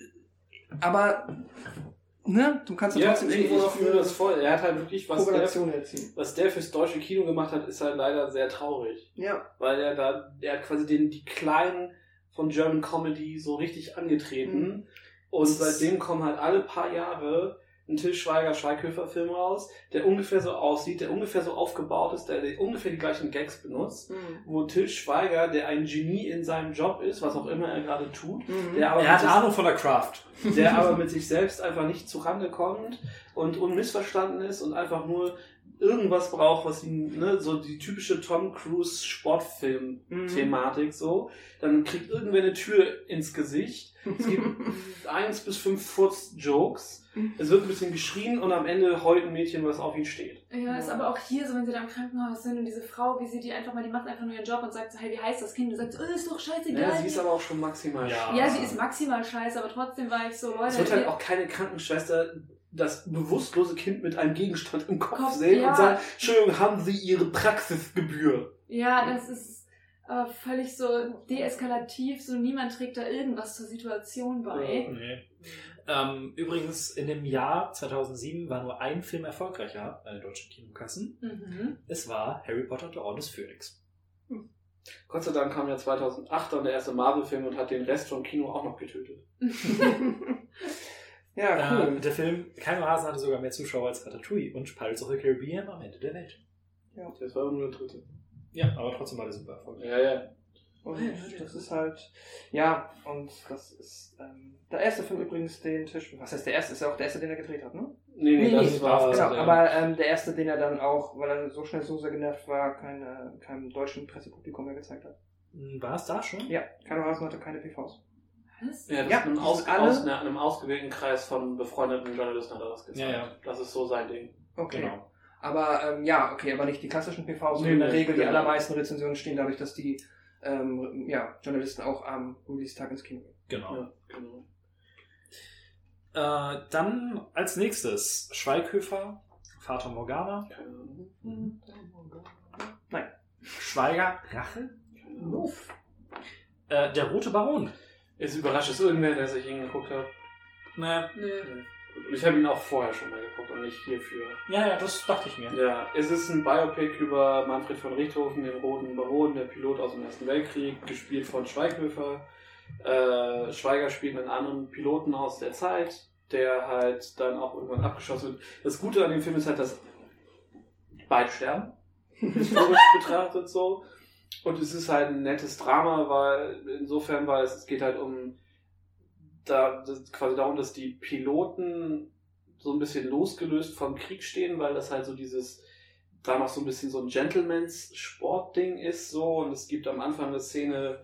aber, ne, du kannst ja Ja, trotzdem nee, irgendwo ich noch fühle das voll. Er hat halt wirklich, was der, Korrelation herziehen. was der fürs deutsche Kino gemacht hat, ist halt leider sehr traurig. Ja. Weil er da, er hat quasi den, die Kleinen von German Comedy so richtig angetreten. Mhm. Und seitdem kommen halt alle paar Jahre ein Til Schweiger Schweighöfer-Film raus, der ungefähr so aussieht, der ungefähr so aufgebaut ist, der ungefähr die gleichen Gags benutzt, Mhm. wo Til Schweiger, der ein Genie in seinem Job ist, was auch immer er gerade tut, der aber, Er hat mit Ahnung von der Craft. sich, der aber mit sich selbst einfach nicht zurande kommt und unmissverstanden ist und einfach nur irgendwas braucht, was ihn, ne, so die typische Tom Cruise Sportfilm-Thematik so, dann kriegt irgendwer eine Tür ins Gesicht, es gibt eins bis fünf Furz-Jokes, es wird ein bisschen geschrien und am Ende heult ein Mädchen, was auf ihn steht. Ja, ist aber auch hier so, wenn sie da im Krankenhaus sind und diese Frau, wie sie die einfach mal, die macht einfach nur ihren Job und sagt so, hey, wie heißt das Kind? Du sagst, oh, ist doch scheißegal. Ja, sie ist aber auch schon maximal Ja. schade. ja, sie ist maximal scheiße, aber trotzdem war ich so, Leute. Es wird halt ihr- auch keine Krankenschwester das bewusstlose Kind mit einem Gegenstand im Kopf Kopf, sehen ja. und sagen, Entschuldigung, haben Sie Ihre Praxisgebühr? Ja, das ist äh, völlig so deeskalativ, so niemand trägt da irgendwas zur Situation bei. Nee. Ähm, übrigens, in dem Jahr zweitausendsieben war nur ein Film erfolgreicher an den deutschen Kinokassen. Mhm. Es war Harry Potter und der Orden des Phönix. Gott sei Dank kam ja zweitausendacht dann der erste Marvel-Film und hat den Rest vom Kino auch noch getötet. Ja, cool. Äh, der Film Kein Hasen hatte sogar mehr Zuschauer als Ratatouille und Pirates of the Caribbean am Ende der Welt. Das war nur der dritte. Ja, aber trotzdem war der super erfolgreich. Ja, ja. Und das ist halt, ja, und das ist ähm, der erste Film übrigens, den Tisch, was heißt der erste? Ist ja auch der erste, den er gedreht hat, ne? Nee, nee, Nee, das nee, war... Genau, der, aber ähm, der erste, den er dann auch, weil er so schnell so sehr genervt war, keine, keinem deutschen Pressepublikum mehr gezeigt hat. War es da schon? Ja, Carlo Hasen hatte keine P Vs. Was? ja, das Ja, ist einem, die aus, sind alle- aus, ne, einem ausgewählten Kreis von befreundeten Journalisten hat er das gezeigt. Ja, ja. Das ist so sein Ding. Okay. Genau. Aber ähm, ja, okay, aber nicht die klassischen P Vs. Nee, in der nee, Regel, die genau. allermeisten Rezensionen stehen dadurch, dass die ähm, ja, Journalisten auch am Release-Tag ins Kino gehen. Genau. Ja, genau. Äh, dann als nächstes Schweighöfer, Fata Morgana. Nein. Schweiger, Rache. Äh, der Rote Baron. Ist überrascht, dass irgendwer, der sich hingeguckt hat. Ne, Nö. Und ich habe ihn auch vorher schon mal geguckt und nicht hierfür. ja, ja, das dachte ich mir. Ja, es ist ein Biopic über Manfred von Richthofen, den Roten Baron, der Pilot aus dem Ersten Weltkrieg, gespielt von Schweighöfer. Äh, Schweiger spielt einen anderen Piloten aus der Zeit, der halt dann auch irgendwann abgeschossen wird. Das Gute an dem Film ist halt, dass beide sterben, historisch betrachtet so. Und es ist halt ein nettes Drama, weil insofern, weil es, es geht halt um da das quasi darum, dass die Piloten so ein bisschen losgelöst vom Krieg stehen, weil das halt so dieses da noch so ein bisschen so ein Gentleman's Sportding ist so, und es gibt am Anfang eine Szene,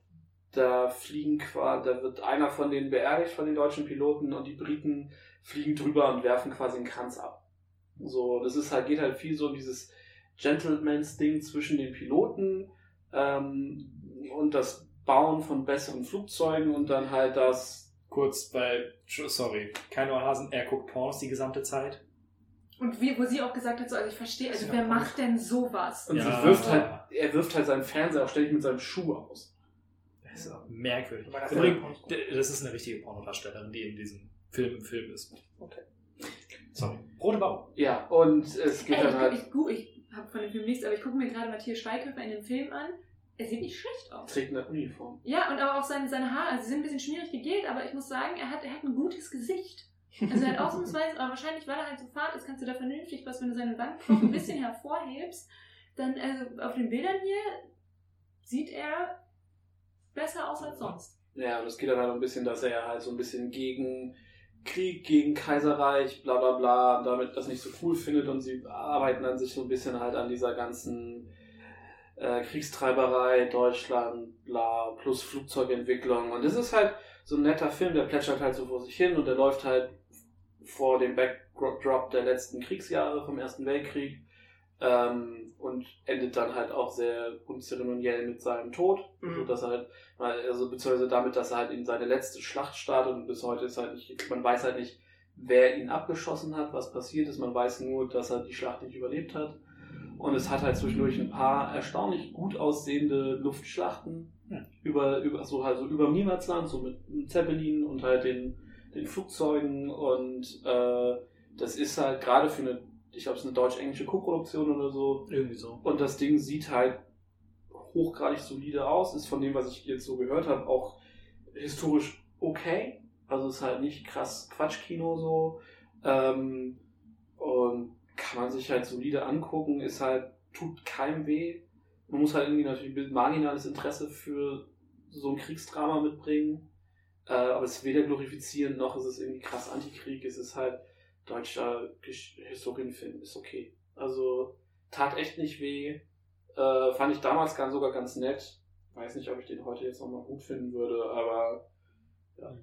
da fliegen quasi, da wird einer von denen beerdigt von den deutschen Piloten und die Briten fliegen drüber und werfen quasi einen Kranz ab. So, das ist halt, geht halt viel so um dieses Gentleman's Ding zwischen den Piloten ähm, und das Bauen von besseren Flugzeugen und dann halt das. Kurz, weil, sorry, kein Ohrhasen, er guckt Pornos die gesamte Zeit. Und wie, wo sie auch gesagt hat, so, also ich verstehe, also wer macht denn sowas? Und Ja. sie wirft halt, er wirft halt seinen Fernseher auch ständig mit seinem Schuh aus. Das ist auch merkwürdig. Aber das Übrigens, das ist eine richtige Pornodarstellerin, die in diesem Film im Film ist. Okay. Sorry. Rote Baron. Ja, und es geht Ey, dann ich, halt. ich, gu- ich habe von dem Film nichts, aber ich gucke mir gerade Matthias Schweighöfer in dem Film an. Er sieht nicht schlecht aus. Trägt eine Uniform. Ja, und aber auch seine, seine Haare, also sie sind ein bisschen schmierig gegelt, aber ich muss sagen, er hat, er hat ein gutes Gesicht. Also er hat ausnahmsweise, aber wahrscheinlich, weil er halt so fad ist, kannst du da vernünftig was, wenn du seine Wangenknochen ein bisschen hervorhebst, dann, also auf den Bildern hier sieht er besser aus als sonst. Ja, und es geht dann halt ein bisschen, dass er halt so ein bisschen gegen Krieg, gegen Kaiserreich, bla bla bla, damit das nicht so cool findet, und sie arbeiten an sich so ein bisschen halt an dieser ganzen äh, Kriegstreiberei, Deutschland, bla, plus Flugzeugentwicklung. Und es ist halt so ein netter Film, der plätschert halt so vor sich hin und der läuft halt vor dem Backdrop der letzten Kriegsjahre vom Ersten Weltkrieg ähm, und endet dann halt auch sehr unzeremoniell mit seinem Tod, Mhm. so dass er halt, also beziehungsweise damit, dass er halt in seine letzte Schlacht startet, und bis heute ist halt nicht, man weiß halt nicht, wer ihn abgeschossen hat, was passiert ist, man weiß nur, dass er die Schlacht nicht überlebt hat. Und es hat halt zwischendurch ein paar erstaunlich gut aussehende Luftschlachten Ja. über, über so halt so über dem Niemandsland, so mit einem Zeppelin und halt den, den Flugzeugen, und äh, das ist halt gerade für eine, ich glaube, es ist eine deutsch-englische Co-Produktion oder so, Irgendwie so. und das Ding sieht halt hochgradig solide aus, ist von dem, was ich jetzt so gehört habe, auch historisch okay, also ist halt nicht krass Quatschkino so, ähm, und kann man sich halt solide angucken, ist halt, tut keinem weh. Man muss halt irgendwie natürlich ein marginales Interesse für so ein Kriegsdrama mitbringen. Äh, aber es ist weder glorifizierend, noch ist es irgendwie krass Antikrieg. Es ist halt deutscher Gesch- Historienfilm, ist okay. Also tat echt nicht weh. Äh, fand ich damals ganz, sogar ganz nett. Weiß nicht, ob ich den heute jetzt nochmal gut finden würde, aber ja.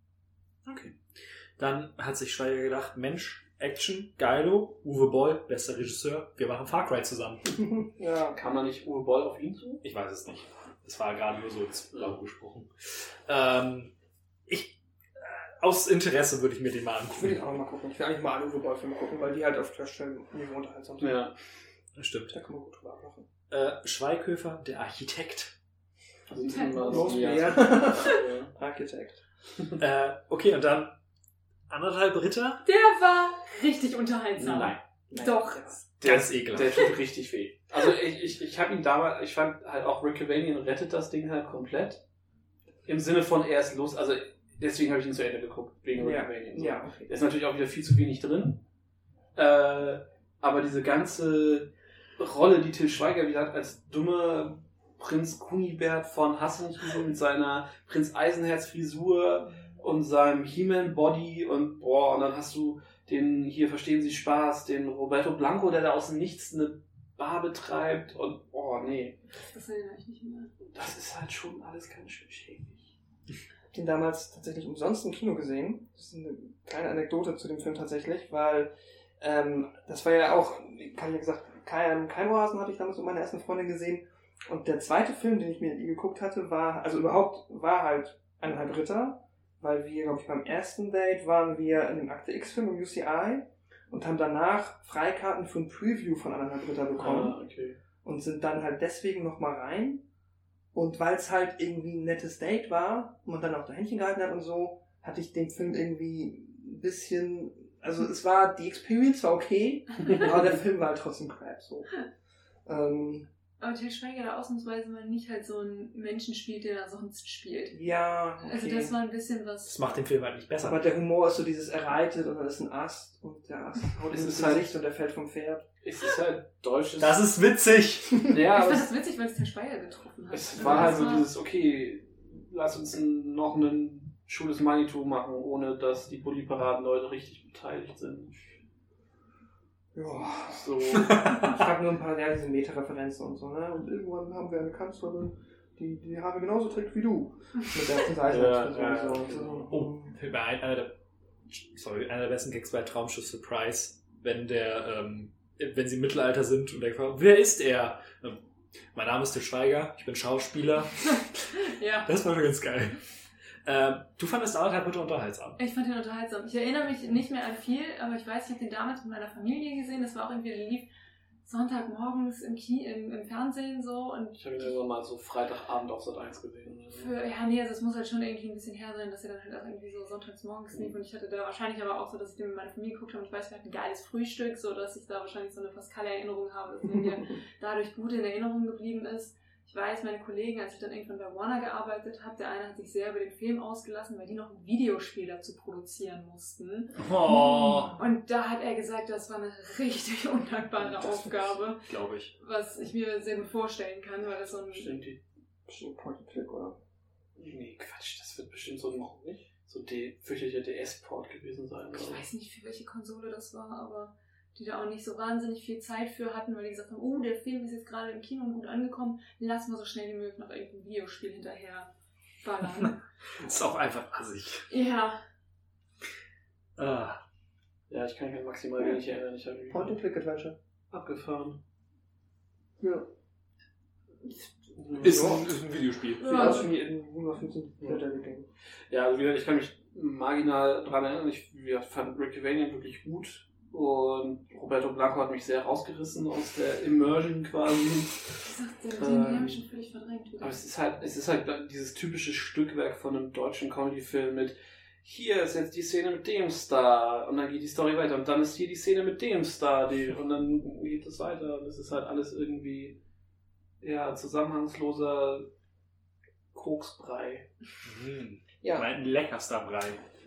Okay. Dann hat sich Schweiger gedacht, Mensch, Action, geilo, Uwe Boll, bester Regisseur, wir machen Far Cry zusammen. Ja. Kam da nicht Uwe Boll auf ihn zu? Ich weiß es nicht. Es war gerade nur so ins Blaue gesprochen. Ähm, ich, äh, aus Interesse würde ich mir den mal Ich will den angucken. auch noch mal gucken. Ich will eigentlich mal alle Uwe Boll-Filme gucken, weil die halt auf Trash-Niveau unterhaltsam sind. Ja. Das stimmt. Da kann man gut drüber ablachen. Äh, Schweighöfer, der Architekt. Also sind immer Los, so, ja. ja. Architekt. Äh, okay, und dann anderthalb Ritter. Der war richtig unterhaltsam. Nein. Doch. Der ist ekelhaft. Der tut richtig weh. Also ich, ich, ich habe ihn damals, ich fand halt auch Rick Cavanian rettet das Ding halt komplett. Im Sinne von, er ist los, also deswegen habe ich ihn zu Ende geguckt, wegen Rick Ja. Cavanian. So. Ja, okay. Da ist natürlich auch wieder viel zu wenig drin. Äh, aber diese ganze Rolle, die Til Schweiger wieder hat, als dummer Prinz Kunibert von Hassenchen mit seiner Prinz Eisenherz-Frisur und seinem He-Man-Body und boah, und dann hast du den, hier verstehen Sie Spaß, den Roberto Blanco, der da aus dem Nichts eine Bar betreibt und boah, nee. Das erinnere ich nicht mehr. Das ist halt schon alles ganz schön schäbig. Ich habe den damals tatsächlich umsonst im Kino gesehen. Das ist eine kleine Anekdote zu dem Film tatsächlich, weil ähm, das war ja auch, kann ich ja gesagt, Kein, Keimohasen hatte ich damals mit meiner ersten Freundin gesehen. Und der zweite Film, den ich mir geguckt hatte, war, also überhaupt, war halt Eineinhalb Ritter. weil wir, glaube ich, beim ersten Date waren wir in dem Akte X-Film im U C I und haben danach Freikarten für ein Preview von anderthalb Ritter bekommen. Ah, okay. Und sind dann halt deswegen nochmal rein. Und weil es halt irgendwie ein nettes Date war und man dann auch da Händchen gehalten hat und so, hatte ich den Film irgendwie ein bisschen, also es war, die Experience war okay, aber der Film war halt trotzdem crap, so. Ähm, Aber Til Schweiger da ausnahmsweise mal nicht halt so einen Menschen spielt, der da sonst spielt. ja, okay. Also das war ein bisschen was... Das macht den Film halt nicht besser. Aber der Humor ist so dieses, er reitet und dann ist ein Ast und der Ast haut Es ihm ist ins halt- Gesicht und der fällt vom Pferd. Es ist halt deutsches... Das ist witzig. ja, Ich aber fand es, das witzig, weil es Til Schweiger getroffen hat. es Also war halt das so dieses, okay, lass uns ein, noch ein schönes Manitou machen, ohne dass die Bulli-Paraden-Leute richtig beteiligt sind. Ja. So. Ich habe nur ein paar, ja, diese Meta-Referenzen und so, ne? Und irgendwann haben wir eine Kanzlerin, die die Haare genauso trägt wie du. Mit der Seite. Ja, so, ja, so, ja. so. Oh, fällt mir ein, einer der, sorry, einer der besten Gags bei Traumschiff Surprise, wenn der, ähm, wenn sie im Mittelalter sind und der fragt, wer ist er? Ähm, mein Name ist Til Schweiger, ich bin Schauspieler. Ja. Das war schon ganz geil. Ähm, du fandest anderthalb Ritter unterhaltsam. Ich fand den unterhaltsam. Ich erinnere mich nicht mehr an viel, aber ich weiß, ich habe den damals mit meiner Familie gesehen. Das war auch irgendwie, der lief Sonntagmorgens im, Ki im, im Fernsehen so. Und Ich habe ihn irgendwann mal so Freitagabend auf Sat eins gesehen. Oder so. für, ja, nee, also es muss halt schon irgendwie ein bisschen her sein, dass er dann halt auch irgendwie so sonntags morgens lief. Und ich hatte da wahrscheinlich aber auch so, dass ich den mit meiner Familie geguckt habe und ich weiß, wir hatten ein geiles Frühstück, so dass ich da wahrscheinlich so eine fast kalle Erinnerung habe, dass mir dadurch gut in Erinnerung geblieben ist. Ich weiß, meine Kollegen, als ich dann irgendwann bei Warner gearbeitet habe, der eine hat sich sehr über den Film ausgelassen, weil die noch ein Videospiel dazu produzieren mussten. Oh, Und da hat er gesagt, das war eine richtig undankbare Das Aufgabe, glaube ich. was ich mir sehr gut vorstellen kann, weil das so ein... Bestimmt die. Bestimmt Point-and-Click, oder? Nee, Quatsch, das wird bestimmt so ein, nicht? So D, fürchterlicher D S-Port gewesen sein. Ich Oder? weiß nicht, für welche Konsole das war, aber die da auch nicht so wahnsinnig viel Zeit für hatten, weil die gesagt haben, oh, der Film ist jetzt gerade im Kino und gut angekommen, lass mal so schnell wie möglich noch irgendein Videospiel hinterher ballern. Ist auch einfach assig. Ja, Ah. Ja, ich kann mich maximal wenig erinnern. Ich habe Point-and-Click-Adventure. abgefahren. Ja. Ist, Ja. ein, ist ein Videospiel. Sieht aus wie in hundertfünfzehn Game. Ja, also wie gesagt, ich kann mich marginal daran erinnern. Ich wir fand Rick Vanian wirklich gut. Und Roberto Blanco hat mich sehr rausgerissen aus der Immersion quasi. wie gesagt, den, den Ähm, habe ich schon völlig verdrängt wieder. Aber es ist halt, es ist halt dieses typische Stückwerk von einem deutschen Comedy-Film mit hier ist jetzt die Szene mit dem Star und dann geht die Story weiter und dann ist hier die Szene mit dem Star die, und dann geht es weiter und es ist halt alles irgendwie ja, zusammenhangsloser Koksbrei. Mhm. Ja. Mein leckerster Brei.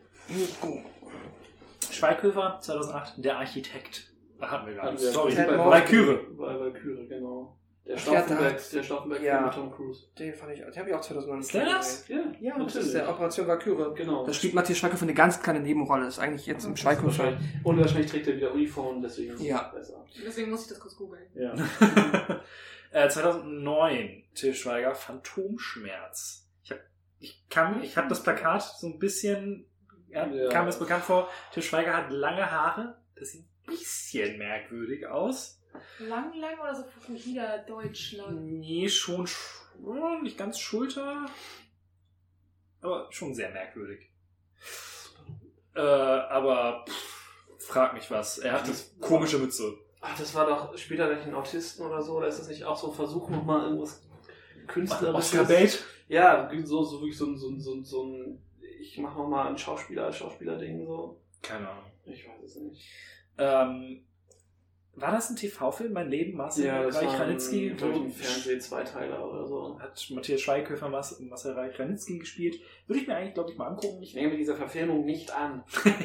Schweighöfer, zweitausendacht, der Architekt. Da hatten wir gerade. Hatten wir. Sorry, Ted bei Mosby. Valkyrie. Bei Valkyrie, genau. Der Ja, Stauffenberg, da- der Stauffenberg ja. mit Tom Cruise. Den fand ich, den habe ich auch zweitausendneun Ist der das? Ja, Ja, das natürlich. ist der Operation Valkyrie. Genau. Da spielt Matthias Schweighöfer eine ganz kleine Nebenrolle. Ist eigentlich jetzt im Schweighöfer. Wahrscheinlich. Und wahrscheinlich trägt er wieder Uniform, deswegen ist Ja. es besser. Deswegen muss ich das kurz googeln. Ja. äh, zweitausendneun, Til Schweiger, Phantomschmerz. Ich habe ich kann, ich hab das Plakat so ein bisschen, ja, Ja. kam mir das bekannt vor. Til Schweiger hat lange Haare. Das sieht ein bisschen merkwürdig aus. Lang, lang oder so Fukuhida Deutsch lang? Nee, schon, sch- nicht ganz Schulter. Aber schon sehr merkwürdig. Äh, aber pff, frag mich was. Er hat das komische Mütze. Ach, das war doch später nicht ein Autisten oder so, oder ist das nicht auch so ein Versuch, nochmal irgendwas Künstlerisches? Oscar Bait? Ja, so, so wirklich so ein, so ein, so ein, so ein ich mach nochmal ein Schauspieler als Schauspieler-Ding so. Keine Ahnung. Ich weiß es nicht. Ähm, war das ein T V-Film? Mein Leben, Marcel das Reich war Ranitzky? ein, glaub ich, ein Fernseh-Zweiteiler oder so. Hat Matthias Schweighöfer Mas- Marcel Reich Ranitzky gespielt. Würde ich mir eigentlich, glaube ich, mal angucken. Ich nehme dieser Verfilmung nicht an.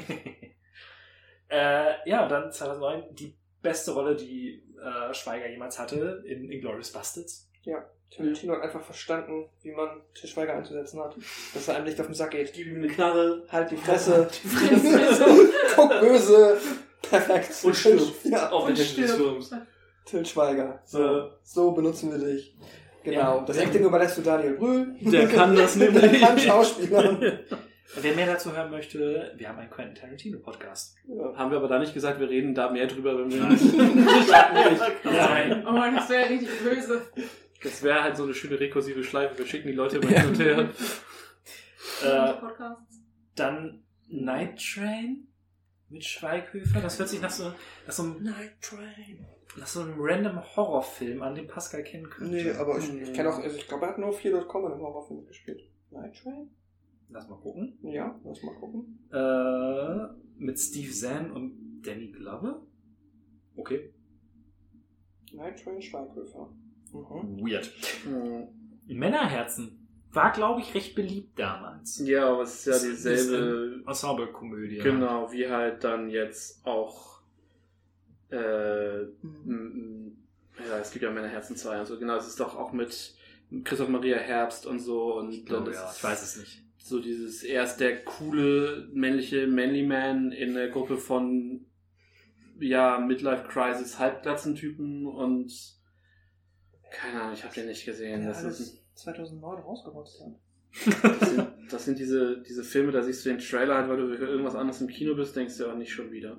äh, ja, dann zweitausendneun die beste Rolle, die äh, Schweiger jemals hatte in Inglourious Basterds. Tarantino hat einfach verstanden, wie man Til Schweiger einzusetzen hat. Dass er einem nicht auf den Sack geht. Gib ihm eine Knarre. Halt die Fresse. Die Fresse. Guck böse. Perfekt. Und stirb. Ja, Auf der Und Hälfte des stirb. Films. Til Schweiger. So, Äh. so benutzen wir dich. Genau. Ja. Das Acting überlässt du Daniel Brühl. Der kann das Der nämlich. kann Schauspieler. Wer mehr dazu hören möchte, wir haben einen Quentin Tarantino Podcast. Ja. Haben wir aber da nicht gesagt, wir reden da mehr drüber, wenn wir Nein. Oh, das wäre richtig böse. Das wäre halt so eine schöne rekursive Schleife. Wir schicken die Leute immer hin und her. Äh, Podcasts. Dann Night Train mit Schweighöfer. Das hört sich nach so, nach so einem Night Train. nach so einem random Horrorfilm an, den Pascal kennen könnte. Nee, aber ich, ich kenne auch, also ich glaube, er hat nur vier Punkt com in einem Horrorfilm gespielt. Night Train? Lass mal gucken. Ja, lass mal gucken. Äh, mit Steve Zahn und Danny Glover? Okay. Night Train Schweighöfer. Mhm. Weird. Hm. Männerherzen war, glaube ich, recht beliebt damals. Ja, aber es ist ja Das ist dieselbe, eine Ensemble-Komödie. genau, wie halt dann jetzt auch, äh, m- m- ja, es gibt ja Männerherzen zwei und so, genau, es ist doch auch mit Christoph Maria Herbst und so und Ich glaube, dann ja, ist ich weiß es nicht. so dieses, er ist der coole männliche Manly Man in der Gruppe von, ja, Midlife-Crisis Halbglatzentypen und keine Ahnung, ich habe den nicht gesehen. Ja, Das, alles ist, zweitausendneun rausgerotzt hat. das, sind, das sind diese, diese Filme, da siehst du den Trailer halt, weil du für irgendwas anderes im Kino bist, denkst du auch nicht schon wieder.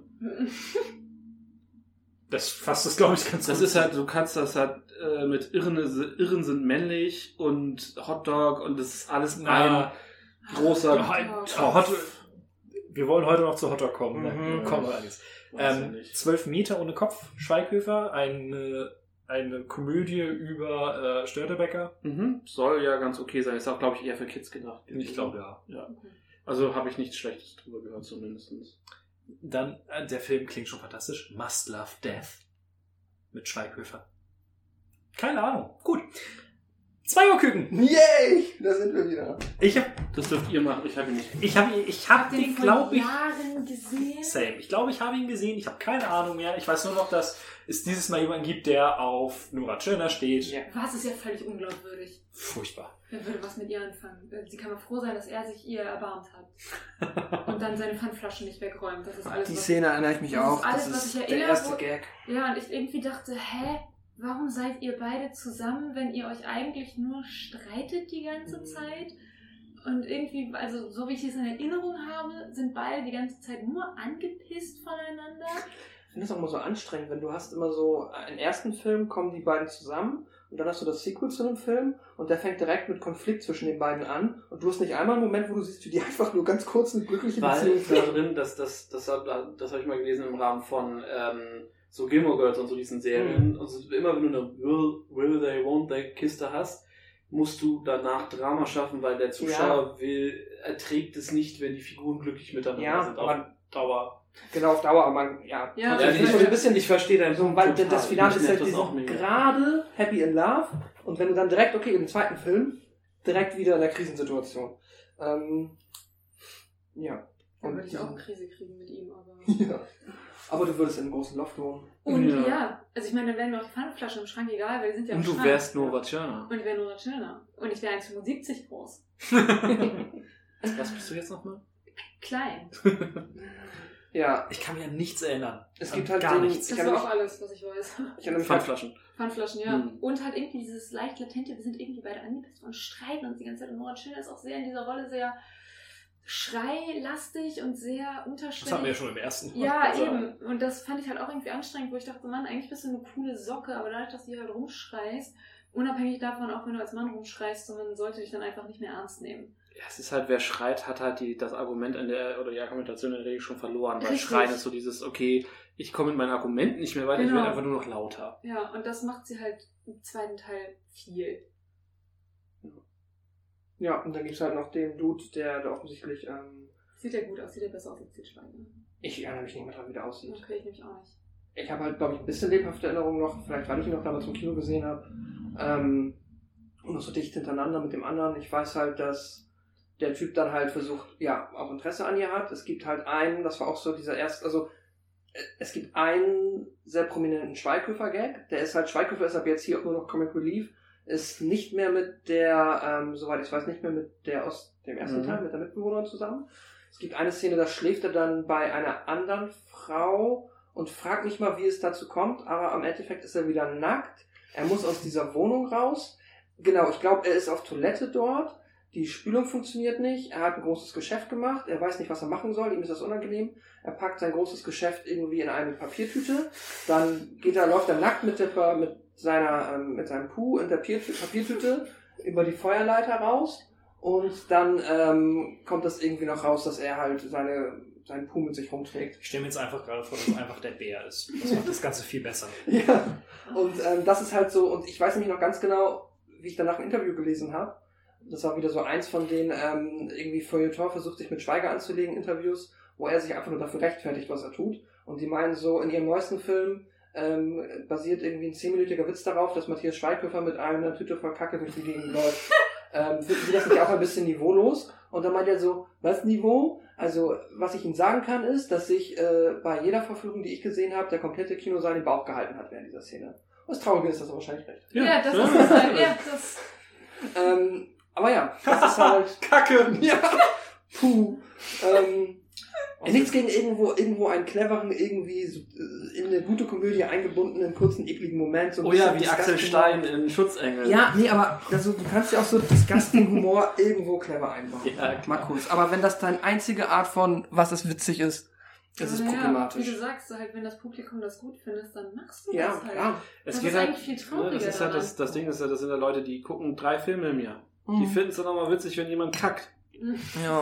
Das fasst das, glaube ich, ganz Das gut. ist halt, du kannst das halt äh, mit Irren, Irren sind männlich und Hotdog und das ist alles Na, ein großer Ja, ein Hotdog. Hot, wir wollen heute noch zu Hotdog kommen. Mhm. Ne? Kommen wir alles. Weiß ich Ähm, nicht. Zwölf Meter ohne Kopf, Schweighöfer, eine, eine Komödie über äh, Störtebecker. Mhm. Soll ja ganz okay sein. Ist auch, glaube ich, eher für Kids gedacht. Ich glaube, ja. Ja. Also habe ich nichts Schlechtes drüber gehört, zumindest. Dann, äh, der Film klingt schon fantastisch. Must Love Death. Mit Schweighöfer. Keine Ahnung. Gut. Zwei Uhr Küken. Yay! Da sind wir wieder. Ich habe Das dürft ihr machen, ich habe ihn nicht. ich hab, ich hab den, vor glaube ich, Jahren gesehen. same. Ich glaube, ich habe ihn gesehen. Ich habe keine Ahnung mehr. Ich weiß nur noch, dass es dieses Mal jemanden gibt, der auf Nora Tschirner steht. Ja. Was ist ja völlig unglaubwürdig. Furchtbar. Wer würde was mit ihr anfangen? Sie kann mal froh sein, dass er sich ihr erbarmt hat. Und dann seine Pfandflaschen nicht wegräumt. Das ist alles, Die was... Szene erinnere ich mich Das ist auch. alles, das was ist ich der erinnere, erste wo- Gag. Ja, und ich irgendwie dachte, hä? Warum seid ihr beide zusammen, wenn ihr euch eigentlich nur streitet die ganze Zeit? Und irgendwie, also so wie ich es in Erinnerung habe, sind beide die ganze Zeit nur angepisst voneinander. Ich finde das auch immer so anstrengend, wenn du hast immer so, im ersten Film kommen die beiden zusammen und dann hast du das Sequel zu einem Film und der fängt direkt mit Konflikt zwischen den beiden an und du hast nicht einmal einen Moment, wo du siehst, wie die einfach nur ganz kurz eine glückliche Weil Beziehung da führen. drin, das, das, das, das, das habe ich mal gelesen im Rahmen von ähm, so Gilmore Girls und so diesen Serien. Mhm. Also immer wenn du eine Will, will they, won't they Kiste hast, musst du danach Drama schaffen, weil der Zuschauer will, erträgt es nicht, wenn die Figuren glücklich miteinander Ja, sind. Auf aber- Dauer. Genau, auf Dauer, aber man, ja. Ja, trotzdem Ja, ist ich, so ein bisschen, ich verstehe deinen so, Punkt weil total. das Finale Mich ist halt, nervt die das auch sind mega. gerade happy in love und wenn du dann direkt, okay, im zweiten Film, direkt wieder in der Krisensituation. Ähm, ja. Da Und würde ich auch eine diesen- Krise kriegen mit ihm, aber... ja. Aber du würdest in einem großen Loft wohnen. Und Ja. ja. also ich meine, dann wären mir auch die Pfandflaschen im Schrank egal, weil die sind ja im Und du Schrank. wärst Nora Tschirner. Und ich wäre Nora Tschirner. Und ich wäre eins Komma fünfundsiebzig groß. Was bist du jetzt nochmal? Klein. Ja, Ich kann mich an nichts erinnern. es An gibt halt gar den, nichts. ich Das habe war mich, auch alles, was ich weiß. ich habe mich halt, Pfandflaschen. Pfandflaschen, ja. Hm. Und halt irgendwie dieses leicht latente, wir sind irgendwie beide angepisst und streiten uns die ganze Zeit. Und Nora Tschirner ist auch sehr in dieser Rolle sehr schreilastig und sehr unterschwellig. Das hatten wir ja schon im ersten. Ja, Also, eben. Und das fand ich halt auch irgendwie anstrengend, wo ich dachte, Mann, eigentlich bist du eine coole Socke, aber dadurch, dass du hier halt rumschreist, unabhängig davon, auch wenn du als Mann rumschreist, so, man sollte dich dann einfach nicht mehr ernst nehmen. Ja, es ist halt, wer schreit, hat halt die, das Argument in der, oder die Argumentation in der Regel schon verloren. Weil Richtig. Schreien ist so dieses, okay, ich komme mit meinen Argumenten nicht mehr weiter, ich Genau. werde einfach nur noch lauter. Ja, und das macht sie halt im zweiten Teil viel. ja, und dann gibt es halt noch den Dude, der da offensichtlich, ähm, Sieht ja gut aus, sieht ja besser aus als Til Schweiger. ich erinnere mich nicht mehr dran, wie der aussieht. Okay, ich nämlich auch nicht. Ich habe halt, glaube ich, ein bisschen lebhafte Erinnerungen noch, vielleicht weil ich ihn noch damals im Kino gesehen habe. Ähm, und noch so dicht hintereinander mit dem anderen. Ich weiß halt, dass der Typ dann halt versucht, ja, auch Interesse an ihr hat. Es gibt halt einen, das war auch so dieser erste, also äh, es gibt einen sehr prominenten Schweighöfer-Gag. Der ist halt, Schweighöfer ist ab jetzt hier auch nur noch Comic Relief, ist nicht mehr mit der, ähm, soweit ich weiß, nicht mehr mit der aus dem ersten Mhm. Teil, mit der Mitbewohnerin zusammen. Es gibt eine Szene, da schläft er dann bei einer anderen Frau und fragt nicht mal, wie es dazu kommt, aber am Endeffekt ist er wieder nackt. Er muss aus dieser Wohnung raus. Genau, ich glaube, er ist auf Toilette dort. Die Spülung funktioniert nicht. Er hat ein großes Geschäft gemacht. Er weiß nicht, was er machen soll. Ihm ist das unangenehm. Er packt sein großes Geschäft irgendwie in eine Papiertüte. Dann geht er, läuft er nackt mit, der, mit, seiner, ähm, mit seinem Puh in der Papiertüte über die Feuerleiter raus. Und dann ähm, kommt das irgendwie noch raus, dass er halt seine, seinen Puh mit sich rumträgt. Ich stelle mir jetzt einfach gerade vor, dass es einfach der Bär ist. Das macht das Ganze viel besser. Ja, und ähm, das ist halt so, und ich weiß nämlich noch ganz genau, wie ich danach ein Interview gelesen habe. Das war wieder so eins von den ähm, irgendwie Feuilleton versucht, sich mit Schweiger anzulegen, Interviews, wo er sich einfach nur dafür rechtfertigt, was er tut. Und die meinen so, in ihrem neuesten Film ähm, basiert irgendwie ein zehnminütiger Witz darauf, dass Matthias Schweighöfer mit einer Tüte voll Kacke durch die Gegend läuft. ähm, finden sie das nicht auch ein bisschen niveaulos? Und dann meint er so, was Niveau? Also, was ich Ihnen sagen kann, ist, dass sich äh, bei jeder Verführung, die ich gesehen habe, der komplette Kinosaal den Bauch gehalten hat während dieser Szene. Was traurig ist, dass er wahrscheinlich recht. Ja, ja das ist das halt. Ja, das. Ähm, aber ja, das ist halt... Kacke! Ja, puh. Ähm, nichts gegen irgendwo, irgendwo einen cleveren, irgendwie so, äh, in eine gute Komödie eingebundenen, kurzen, ekligen Moment. So ein Oh ja, bisschen wie Axel disgusting Stein in Schutzengel. Ja, nee, aber also, du kannst ja auch so disgusting Humor irgendwo clever einbauen. Ja, Markus, aber wenn das deine einzige Art von, was es witzig ist, das ist Aber naja, problematisch. wie du sagst, so halt, wenn das Publikum das gut findet, dann machst du Ja, das halt. klar. Es Das geht ist halt, eigentlich viel ne, trauriger das ist halt daran. das, das Ding ist ja, das sind ja Leute, die gucken drei Filme im Jahr. Die Mhm. finden es dann auch mal witzig, wenn jemand kackt. Ja.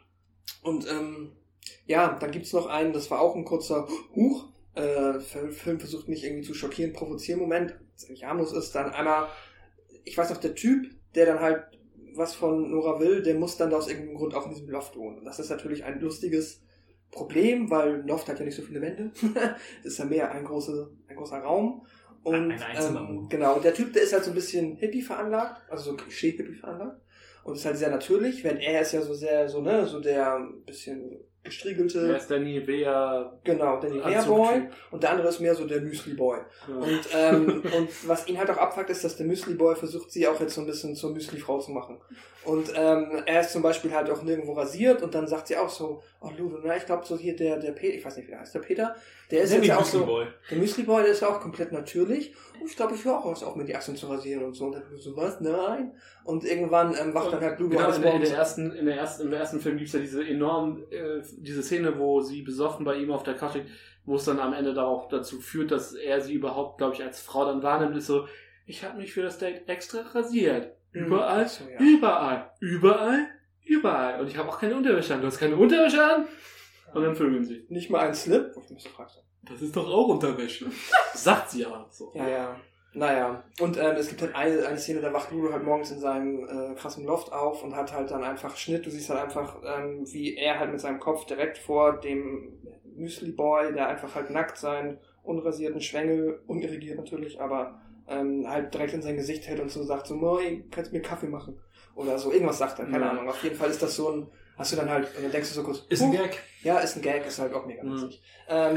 Und ähm, ja, dann gibt's noch einen, das war auch ein kurzer Huch. Äh, Film versucht mich irgendwie zu schockieren, provozieren Moment, was eigentlich harmlos ist. Dann einmal, ich weiß noch, der Typ, der dann halt was von Nora will, der muss dann da aus irgendeinem Grund auch in diesem Loft wohnen. Und das ist natürlich ein lustiges Problem, weil ein Loft hat ja nicht so viele Wände. Das ist ja mehr ein, große, ein großer Raum. Und Ein Einzimmerwohnung. ähm, genau, der Typ, der ist halt so ein bisschen Hippie veranlagt, also so Klischee-Hippie veranlagt. Und ist halt sehr natürlich, wenn er ist ja so sehr, so, ne, so der bisschen gestriegelte, Wer ist der Nivea? genau, der Nivea-Boy. Anzugtyp. Und der andere ist mehr so der Müsli-Boy. Ja. Und, ähm, und was ihn halt auch abfuckt, ist, dass der Müsli-Boy versucht, sie auch jetzt so ein bisschen zur Müsli-Frau zu machen. Und ähm, er ist zum Beispiel halt auch nirgendwo rasiert und dann sagt sie auch so, oh Ludo, na, ich glaube so hier der, der Peter, ich weiß nicht, wie der heißt, der Peter, der ist Nenn jetzt mich auch so, Müsli-Boy. der Müsli-Boy, der ist ja auch komplett natürlich. Und ich glaube, ich höre auch was auf, mir die Achseln zu rasieren und so. Und dann so, was? Nein. Und irgendwann ähm, wacht dann halt Ludo Genau, eines in der, in Morgens der ersten, in der ersten, im ersten Film gibt's ja diese enorm, äh, diese Szene, wo sie besoffen bei ihm auf der Couch liegt, wo es dann am Ende darauf dazu führt, dass er sie überhaupt, glaube ich, als Frau dann wahrnimmt, ist so, ich habe mich für das Date extra rasiert. Mhm. Überall, So, ja. überall, überall, überall. Und ich habe auch keine Unterwäsche an. Du hast keine Unterwäsche an? Und dann vögeln sie. nicht mal einen Slip. Ich muss fragen. Das ist doch auch Unterwäsche. Sagt sie aber so. Ja, ja. Naja. Und ähm, es gibt halt eine, eine Szene, da wacht Ludo halt morgens in seinem äh, krassen Loft auf und hat halt dann einfach Schnitt. Du siehst halt einfach, ähm, wie er halt mit seinem Kopf direkt vor dem Müsli-Boy, der einfach halt nackt seinen unrasierten Schwengel, unirrigiert natürlich, aber ähm, halt direkt in sein Gesicht hält und so sagt so, Moi, kannst du mir Kaffee machen? Oder so, irgendwas sagt er, keine Ja. Ahnung. Auf jeden Fall ist das so ein, hast du dann halt, und dann denkst du so kurz, Ist ein huh, Gag. ja, ist ein Gag, ist halt auch mega Mhm. witzig. Ähm,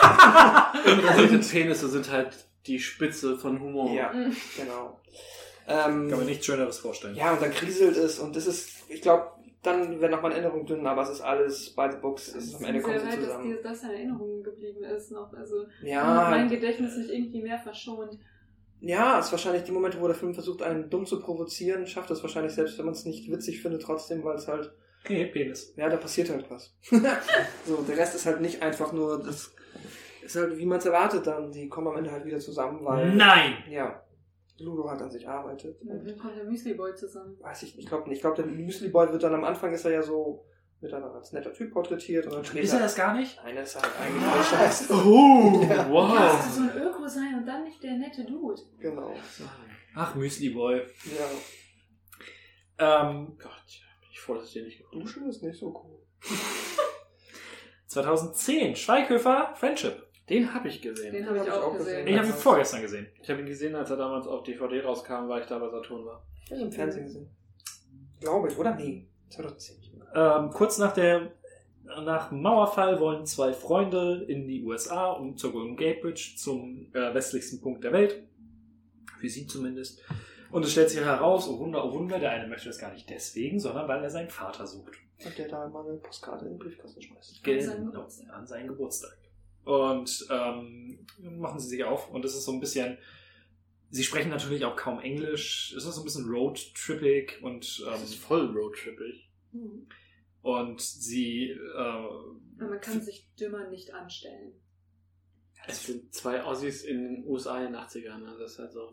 Unrasierte Penisse sind halt die Spitze von Humor. ja, Mhm. genau. Ähm, Kann man nichts Schöneres vorstellen. Ja, und dann kriselt es und das ist, ich glaube, dann werden nochmal Erinnerungen dünn, aber es ist alles by the books, es ist am Ende sehr kommt sie leid, dass zusammen. dir das in Erinnerung geblieben ist noch. Also Ja, mein Gedächtnis nicht irgendwie mehr verschont. ja, es ist wahrscheinlich die Momente, wo der Film versucht, einen dumm zu provozieren, schafft das wahrscheinlich selbst, wenn man es nicht witzig findet, trotzdem, weil es halt, Okay, Penis. ja, da passiert halt was. So, der Rest ist halt nicht einfach nur, das ist halt, wie man es erwartet dann, die kommen am Ende halt wieder zusammen, weil, Nein! ja, Ludo hat an sich arbeitet. Und dann kommt der Müsli-Boy zusammen. Weiß ich nicht, ich glaube nicht. Ich glaube, der Müsli-Boy wird dann am Anfang ist er ja so, wird dann als netter Typ porträtiert und dann später. Ist er das gar nicht? Nein, das ist halt eigentlich voll scheiße. Oh, Ja. wow. Kannst du so ein Öko sein und dann nicht der nette Dude? Genau. Ach, Müsli-Boy. Ja. Ähm, Gott, bin ich froh, dass ich den nicht geguckt habe. Duschen ist nicht so cool. zweitausendzehn, Schweighöfer, Friendship. Den habe ich gesehen. Den habe ich auch gesehen. Ich habe ihn vorgestern gesehen. Ich habe ihn gesehen, als er damals auf D V D rauskam, weil ich da bei Saturn war. Ich habe im Fernsehen gesehen. Glaube ich, oder? Nee. zweitausendzehn. Ähm, kurz nach der nach dem Mauerfall wollen zwei Freunde in die U S A um zur Golden Gate Bridge, zum äh, westlichsten Punkt der Welt. Für sie zumindest. Und es stellt sich heraus, oh Wunder, oh Wunder, der eine möchte das gar nicht deswegen, sondern weil er seinen Vater sucht. Und der da mal eine Postkarte in den Briefkasten schmeißt. An seinem Genau, Geburtstag. an seinen Geburtstag. Und ähm, machen sie sich auf und es ist so ein bisschen, sie sprechen natürlich auch kaum Englisch, es ist so ein bisschen roadtrippig und Das ist ähm, voll roadtrippig. und sie äh, Aber man kann sich dümmer nicht anstellen. Es sind zwei Ossis in den U S A in den achtzigern. Also das ist halt so.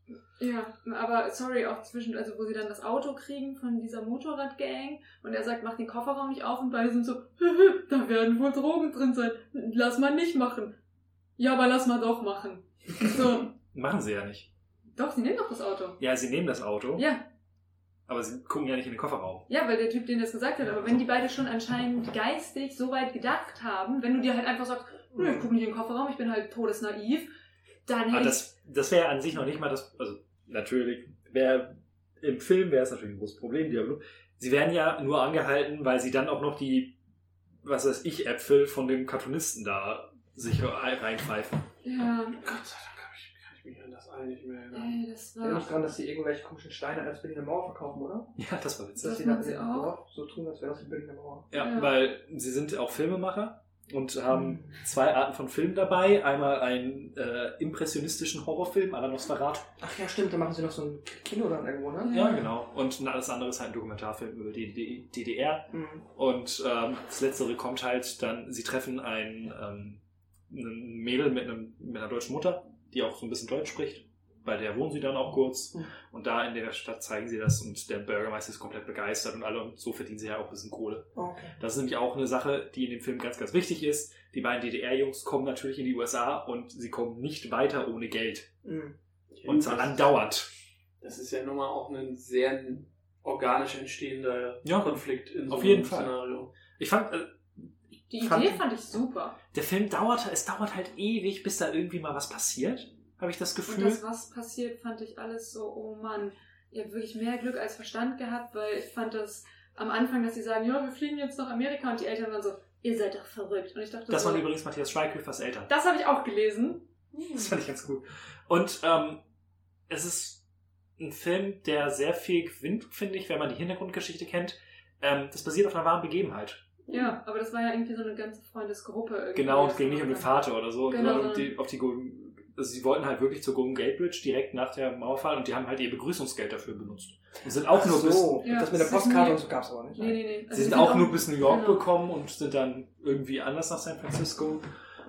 Ja, aber sorry, auch zwischen, also wo sie dann das Auto kriegen von dieser Motorradgang und er sagt, mach den Kofferraum nicht auf und beide sind so, da werden wohl Drogen drin sein. Lass mal nicht machen. Ja, aber lass mal doch machen. So. Machen sie ja nicht. Doch, sie nehmen doch das Auto. Ja, sie nehmen das Auto, Ja. aber sie gucken ja nicht in den Kofferraum. Ja, weil der Typ denen das gesagt hat, aber wenn die beide schon anscheinend geistig so weit gedacht haben, wenn du dir halt einfach sagst, nö, ich gucke nicht in den Kofferraum, ich bin halt todesnaiv, dann Aber hätte ich... das, das wäre an sich noch nicht mal das, also natürlich, wäre im Film wäre es natürlich ein großes Problem, Diablo. Sie werden ja nur angehalten, weil sie dann auch noch die, was weiß ich, Äpfel von dem Cartoonisten da sich reinpfeifen. Ja, Gott sei Dank kann ich, kann ich mich an das alle nicht mehr erinnern. ey, das Ich erinnere mich war... daran, dass sie irgendwelche komischen Steine als Berliner Mauer verkaufen, oder? Ja, das war witzig. Das sie machen dann sie im auch. Dorf so tun, als wäre das die Berliner Mauer. Ja, Ja. weil sie sind auch Filmemacher und haben zwei Arten von Filmen dabei. Einmal einen äh, impressionistischen Horrorfilm à la Nosferatu. Ach ja, stimmt, da machen sie noch so ein Kino dann irgendwo, ne? Ja, genau. Und alles andere ist halt ein Dokumentarfilm über die D D R. Mhm. Und ähm, das Letztere kommt halt dann, sie treffen ein, ähm, ein Mädel mit, einem, mit einer deutschen Mutter, die auch so ein bisschen Deutsch spricht. Bei der wohnen sie dann auch kurz. Mhm. Und da in der Stadt zeigen sie das und der Bürgermeister ist komplett begeistert und alle und so verdienen sie ja auch ein bisschen Kohle. Okay. Das ist nämlich auch eine Sache, die in dem Film ganz, ganz wichtig ist. Die beiden D D R-Jungs kommen natürlich in die U S A und sie kommen nicht weiter ohne Geld. Mhm. Und zwar andauernd. Das ist ja nun mal auch ein sehr organisch entstehender Ja, Konflikt in so auf jeden einem Fall. Szenario. Ich fand, äh, Die fand- Idee fand ich super. der Film dauert, es dauert halt ewig, bis da irgendwie mal was passiert. Habe ich das Und Gefühl. das, was passiert, fand ich alles so, oh Mann, ihr habt wirklich mehr Glück als Verstand gehabt, weil ich fand das am Anfang, dass sie sagen, ja, wir fliegen jetzt nach Amerika und die Eltern waren so, ihr seid doch verrückt. Und ich dachte Das so, waren übrigens Matthias Schweighöfers Eltern. das habe ich auch gelesen. Das fand ich ganz gut. Und ähm, es ist ein Film, der sehr viel gewinnt, finde ich, wenn man die Hintergrundgeschichte kennt. Ähm, das basiert auf einer wahren Begebenheit. Ja, aber das war ja irgendwie so eine ganze Freundesgruppe. Irgendwie. Genau, und es ging nicht um den Vater oder so, Genau, sondern die, auf die Golden, also sie wollten halt wirklich zur Golden Gate Bridge direkt nach der Mauerfall und die haben halt ihr Begrüßungsgeld dafür benutzt. Und sind auch Ach nur bis, so, Ja, das mit der das ist Postkarte nie- und so gab es aber nicht. Nee, nee, nee. Also sie sind wir auch nur bis New York genau. gekommen und sind dann irgendwie anders nach San Francisco.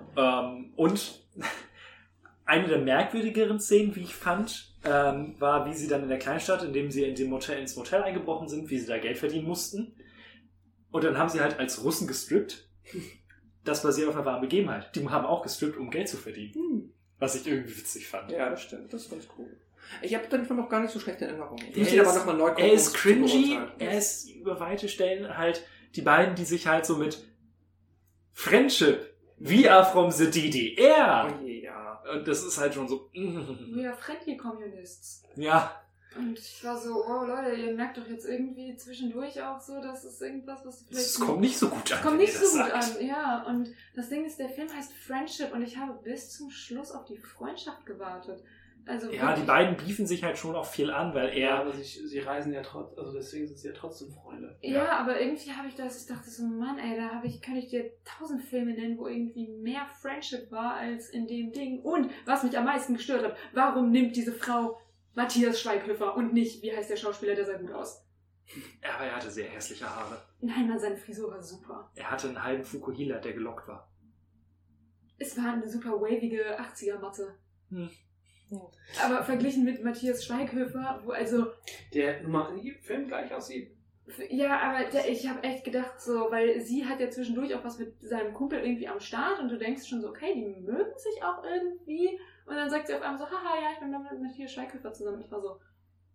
Ähm, und eine der merkwürdigeren Szenen, wie ich fand, ähm, war, wie sie dann in der Kleinstadt, indem sie in dem Motel, ins Motel eingebrochen sind, wie sie da Geld verdienen mussten. Und dann haben sie halt als Russen gestrippt. Das basiert auf einer wahren Begebenheit. Die haben auch gestrippt, um Geld zu verdienen. Hm. Was ich irgendwie witzig fand. Ja, das stimmt, das ist ganz cool. Ich habe den Film noch gar nicht so schlechte Erinnerungen. Ich Er muss ihn ist- aber nochmal neu gucken. Er um ist es zu cringy, beurteilen. er ist über weite Stellen halt die beiden, die sich halt so mit Friendship, we are from the D D R. Oh je, ja. Und das ist halt schon so, We are friendly communists. ja, Und ich war so, oh Leute, ihr merkt doch jetzt irgendwie zwischendurch auch so, dass es irgendwas, was vielleicht... es kommt nicht so gut an. Es kommt wenn nicht ihr so das gut sagt. an, ja. Und das Ding ist, der Film heißt Friendship und ich habe bis zum Schluss auf die Freundschaft gewartet. Also Ja, wirklich- die beiden biefen sich halt schon auch viel an, weil Ja, er, aber sie, sie reisen ja trotzdem, also deswegen sind sie ja trotzdem Freunde. Ja, aber irgendwie habe ich das, ich dachte so, Mann, ey, da habe ich, kann ich dir tausend Filme nennen, wo irgendwie mehr Friendship war als in dem Ding. Und was mich am meisten gestört hat, warum nimmt diese Frau Matthias Schweighöfer und nicht, wie heißt der Schauspieler, der sah gut aus? aber er hatte sehr hässliche Haare. Nein, Mann, seine Frisur war super. Er hatte einen halben Fukuhila, der gelockt war. Es war eine super wavige achtziger-Matte. Hm. Aber verglichen mit Matthias Schweighöfer, wo also... Der nun mal in jedem Film gleich aussieht. Ja, aber der, ich habe echt gedacht so, weil sie hat ja zwischendurch auch was mit seinem Kumpel irgendwie am Start und du denkst schon so, okay, die mögen sich auch irgendwie und dann sagt sie auf einmal so, haha, ja, ich bin dann mit Matthias Schweighöfer zusammen. Ich war so,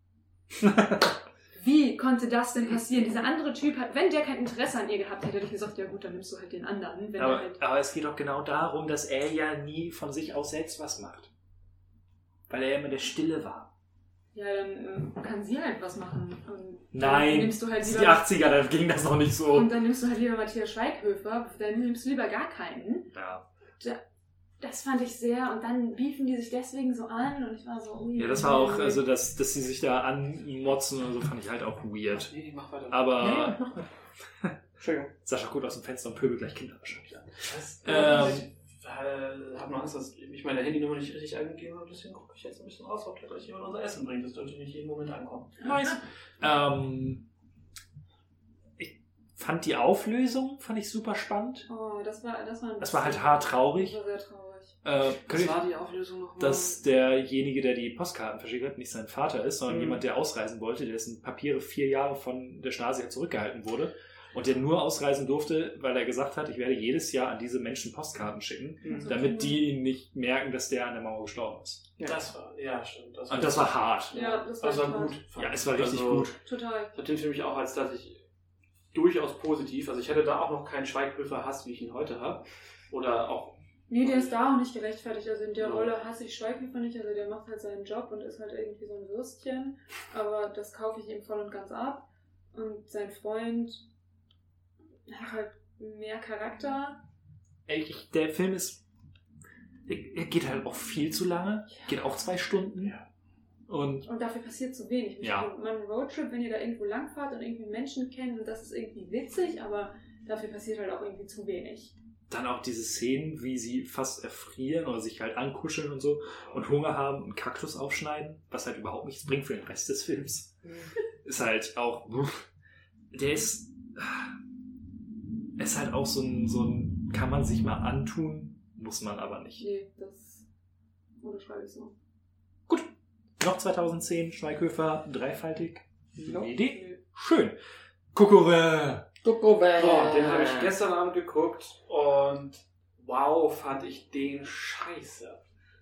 wie konnte das denn passieren? Dieser andere Typ hat, wenn der kein Interesse an ihr gehabt hätte, hätte ich gesagt, ja gut, dann nimmst du halt den anderen. Wenn Aber, er halt, aber es geht doch genau darum, dass er ja nie von sich aus selbst was macht. Weil er immer der Stille war. ja, dann ähm, kann sie halt was machen. Und Nein, dann nimmst du halt das sind lieber, die achtziger, da ging das noch nicht so. und dann nimmst du halt lieber Matthias Schweighöfer, dann nimmst du lieber gar keinen. Ja. Das fand ich sehr, und dann biefen die sich deswegen so an und ich war so, ui. Ja, das war auch, also dass, dass sie sich da anmotzen und so, fand ich halt auch weird. Nee, mach weiter. Aber Ja, ja, mach mal. Entschuldigung. Sascha guckt aus dem Fenster und pöbelt gleich Kinder wahrscheinlich an. Was? Ähm, ich äh, habe noch Angst, dass ich meine Handynummer nicht richtig eingegeben habe, deswegen gucke ich jetzt ein bisschen aus, ob gleich jemand unser Essen bringt. Das dürfte nicht jeden Moment ankommen. Nice. Ähm, ich fand die Auflösung, fand ich super spannend. Oh, das war, das war ein Das war halt hart traurig. Das war sehr traurig. Äh, Was war die Auflösung nochmal? dass derjenige, der die Postkarten verschickt hat, nicht sein Vater ist, sondern Mhm. jemand, der ausreisen wollte, dessen Papiere vier Jahre von der Stasi zurückgehalten wurde und der nur ausreisen durfte, weil er gesagt hat, ich werde jedes Jahr an diese Menschen Postkarten schicken, Mhm. damit die nicht merken, dass der an der Mauer gestorben ist. Ja. Das war, ja, stimmt. Das Und das war hart. Ja, das war das war echt gut. hart. Ja, es war richtig Also, gut. Total. Ich habe den für mich auch als dass ich durchaus positiv, also ich hatte da auch noch keinen Schweighöfer-Hass, wie ich ihn heute habe. Oder auch. Nee, der ist da auch nicht gerechtfertigt. Also in der Ja. Rolle hasse ich Schweighöfer nicht. Also der macht halt seinen Job und ist halt irgendwie so ein Würstchen. Aber das kaufe ich ihm voll und ganz ab. Und sein Freund hat halt mehr Charakter. Ey, ich, der Film ist, er, er geht halt auch viel zu lange, geht auch zwei Stunden. Und Und dafür passiert zu wenig. Ja. Man Roadtrip, wenn ihr da irgendwo langfahrt und irgendwie Menschen kennt, und das ist irgendwie witzig, aber dafür passiert halt auch irgendwie zu wenig. dann auch diese Szenen, wie sie fast erfrieren oder sich halt ankuscheln und so und Hunger haben und Kaktus aufschneiden, was halt überhaupt nichts bringt für den Rest des Films. Ist halt auch, der ist, ist halt auch so ein, so ein, kann man sich mal antun, muss man aber nicht. Nee, das unterschreibe ich so. Noch zweitausendzehn, Schweighöfer, dreifaltig. No. Eine Idee? Schön. Kuckuck. Kuckuck. Oh, den habe ich gestern Abend geguckt und wow, fand ich den scheiße.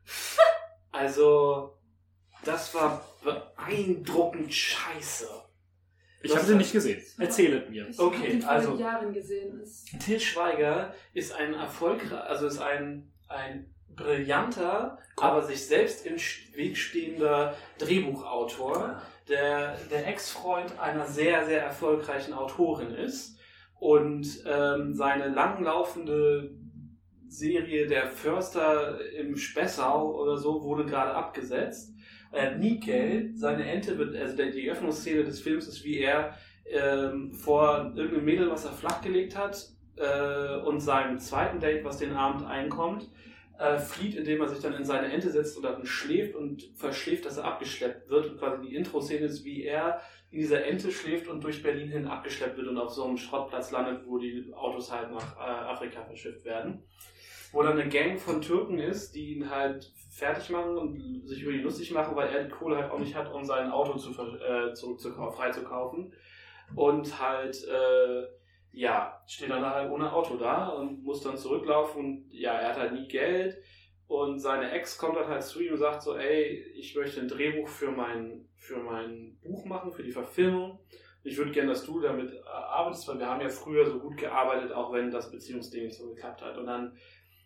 Also, das war beeindruckend scheiße. Ich habe den nicht gesehen. Erzählet mir. Ich Okay, habe den vor also- Jahren gesehen. Das Til Schweiger ist ein erfolgreicher, also ist ein, ein brillanter, aber sich selbst im Weg stehender Drehbuchautor, der der Ex-Freund einer sehr, sehr erfolgreichen Autorin ist und ähm, seine langlaufende Serie Der Förster im Spessau oder so wurde gerade abgesetzt. Er hat nie Geld, seine Ente wird, also der, die Öffnungsszene des Films ist, wie er ähm, vor irgendeinem Mädel, was er flachgelegt hat, äh, und seinem zweiten Date, was den Abend einkommt, äh, flieht, indem er sich dann in seine Ente setzt oder dann schläft und verschläft, dass er abgeschleppt wird. Und quasi die Intro-Szene ist, wie er in dieser Ente schläft und durch Berlin hin abgeschleppt wird und auf so einem Schrottplatz landet, wo die Autos halt nach äh, Afrika verschifft werden. Wo dann eine Gang von Türken ist, die ihn halt fertig machen und sich über ihn lustig machen, weil er die Kohle halt auch nicht hat, um sein Auto zu, äh, zurückzukaufen, freizukaufen. Und halt, äh, ja, steht dann halt ohne Auto da und muss dann zurücklaufen und ja, er hat halt nie Geld und seine Ex kommt dann halt zu ihm und sagt so, ey, ich möchte ein Drehbuch für mein, für mein Buch machen, für die Verfilmung. Ich würde gerne, dass du damit äh, arbeitest, weil wir haben ja früher so gut gearbeitet, auch wenn das Beziehungsding nicht so geklappt hat. Und dann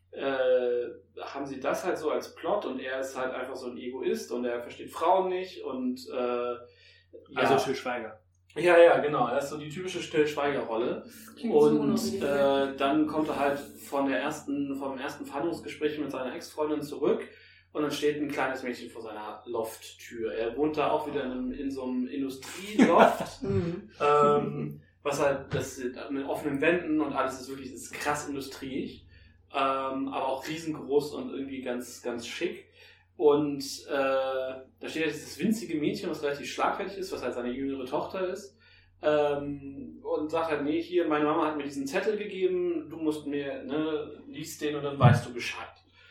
äh, haben sie das halt so als Plot und er ist halt einfach so ein Egoist und er versteht Frauen nicht und äh, ja. Also Til Schweiger. Ja, ja, genau. Er ist so die typische Til-Schweiger-Rolle. klingt so Und unoriginell. äh, dann kommt er halt von der ersten, vom ersten Verhandlungsgespräch mit seiner Ex-Freundin zurück und dann steht ein kleines Mädchen vor seiner Lofttür. Er wohnt da auch wieder in, einem, in so einem Industrieloft, ähm, was halt, das mit offenen Wänden und alles ist wirklich, das ist krass industriig, ähm, aber auch riesengroß und irgendwie ganz, ganz schick. Und äh, da steht jetzt dieses winzige Mädchen, was relativ schlagfertig ist, was halt seine jüngere Tochter ist, ähm, und sagt halt, nee, hier, meine Mama hat mir diesen Zettel gegeben, du musst mir, ne, liest den und dann weißt du Bescheid.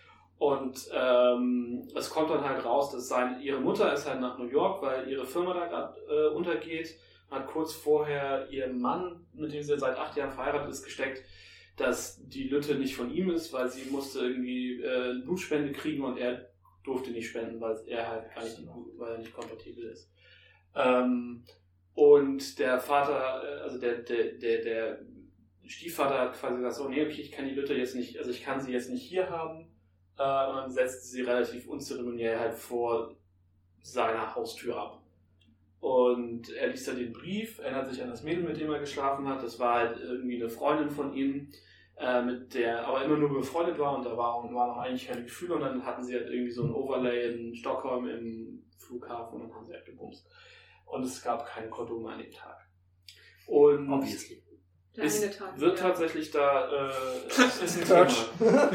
Und ähm, es kommt dann halt raus, dass seine, ihre Mutter ist halt nach New York, weil ihre Firma da gerade äh, untergeht, hat kurz vorher ihren Mann, mit dem sie seit acht Jahren verheiratet ist, gesteckt, dass die Lütte nicht von ihm ist, weil sie musste irgendwie äh, Blutspende kriegen und er durfte nicht spenden, weil er halt gar nicht, weil er nicht kompatibel ist. Ähm, und der Vater, also der, der, der, der Stiefvater hat quasi gesagt, so, nee, okay, ich kann die Lütte jetzt nicht, also ich kann sie jetzt nicht hier haben. Äh, und dann setzt sie relativ unzeremoniell halt vor seiner Haustür ab. Und er liest dann den Brief, erinnert sich an das Mädel, mit dem er geschlafen hat. Das war halt irgendwie eine Freundin von ihm, äh, mit der aber immer nur befreundet war und da war, und war noch eigentlich keine Gefühle. Und dann hatten sie halt irgendwie so ein Overlay in Stockholm im Flughafen und dann haben sie halt gebumst. Und es gab keine Kondome an dem Tag. Und Obviously. Der es eine Tag. wird ja. tatsächlich da, äh, es ist ein Touch. Thema.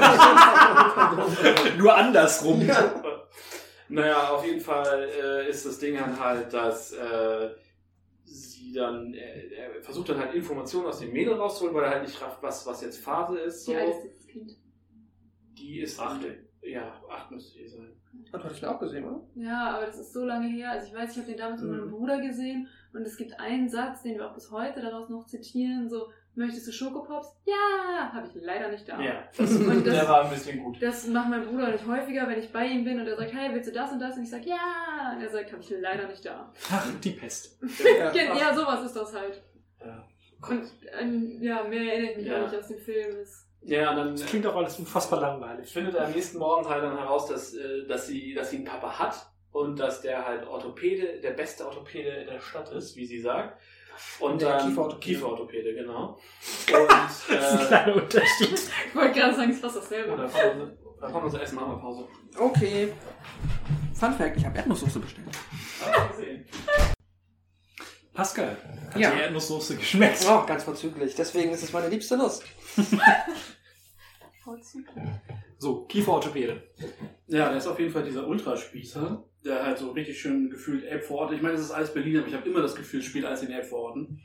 Nur andersrum. Naja, auf jeden Fall äh, ist das Ding dann halt, dass äh, sie dann, er, er versucht dann halt Informationen aus dem Mädel rauszuholen, weil er halt nicht rafft, was, was jetzt Phase ist. So. Wie alt ist das Kind? Die ist acht. Ja, acht müsste die sein. Und du hattest ihn auch gesehen, oder? Ja, aber das ist so lange her. Also ich weiß, ich habe den damals mit meinem Bruder gesehen und es gibt einen Satz, den wir auch bis heute daraus noch zitieren, so, möchtest du Schokopops? Ja! Habe ich leider nicht da. Ja, das, Und das, der war ein bisschen gut. Das macht mein Bruder nicht häufiger, wenn ich bei ihm bin und er sagt, hey, willst du das und das? Und ich sage, ja! Und er sagt, habe ich leider nicht da. Ach, die Pest. Ja, ja, sowas ist das halt. Ja. Und ähm, ja, mehr erinnere ich mich Ja. auch nicht aus dem Film. Das Ja, dann Das klingt auch alles unfassbar langweilig. findet er am nächsten Morgen halt dann heraus, dass, äh, dass, sie, dass sie einen Papa hat und dass der halt Orthopäde, der beste Orthopäde in der Stadt ist, wie sie sagt. Und Der dann Kieferorthopäde. Kieferorthopäde, genau. Und Das ist ein äh, kleiner Unterschied. ich wollte gerade sagen, es ist fast dasselbe. oder Pause. Da kommt unser Essen, machen wir Pause. Okay. Fun Fact, ich habe Erdnusssoße bestellt. Ah, gesehen. Pascal, hat Ja. die Erdnusssoße geschmeckt? Oh, ganz vorzüglich. Deswegen ist es meine liebste Nuss. So, Kieferorthopäde. Ja, der ist auf jeden Fall dieser Ultraspießer, der halt so richtig schön gefühlt Elbvororte. Ich meine, das ist alles Berlin, aber ich habe immer das Gefühl, es spielt alles in Elbvororten.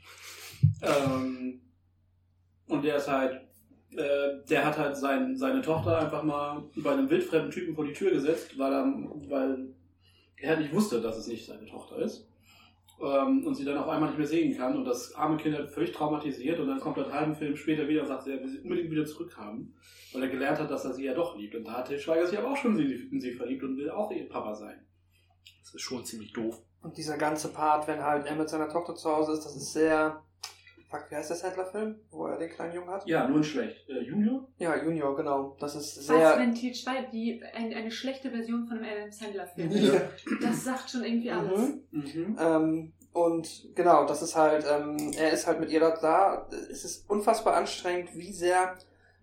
Ähm, und der ist halt, äh, der hat halt sein, seine Tochter einfach mal bei einem wildfremden Typen vor die Tür gesetzt, weil er, weil er halt nicht wusste, dass es nicht seine Tochter ist. Ähm, und sie dann auf einmal nicht mehr sehen kann. Und das arme Kind hat völlig traumatisiert und dann kommt er einen halben Film später wieder und sagt, er will sie unbedingt wieder zurückhaben, weil er gelernt hat, dass er sie ja doch liebt. Und da hat Til Schweiger sich aber auch schon in sie, in sie verliebt und will auch ihr Papa sein. Das ist schon ziemlich doof. Und dieser ganze Part, wenn halt er mit seiner Tochter zu Hause ist, das ist sehr... Fuck, wie heißt der Sandler-Film, wo er den kleinen Jungen hat? Ja, nur in schlecht. Äh, Junior? Ja, Junior, genau. Das ist Was, sehr... wenn Til Schweiger, die, ein, eine schlechte Version von einem Adam Sandler-Film. Ja. Das sagt schon irgendwie alles. Mhm. Mhm. Ähm, und genau, das ist halt, ähm, er ist halt mit ihr da, da. Es ist unfassbar anstrengend, wie sehr,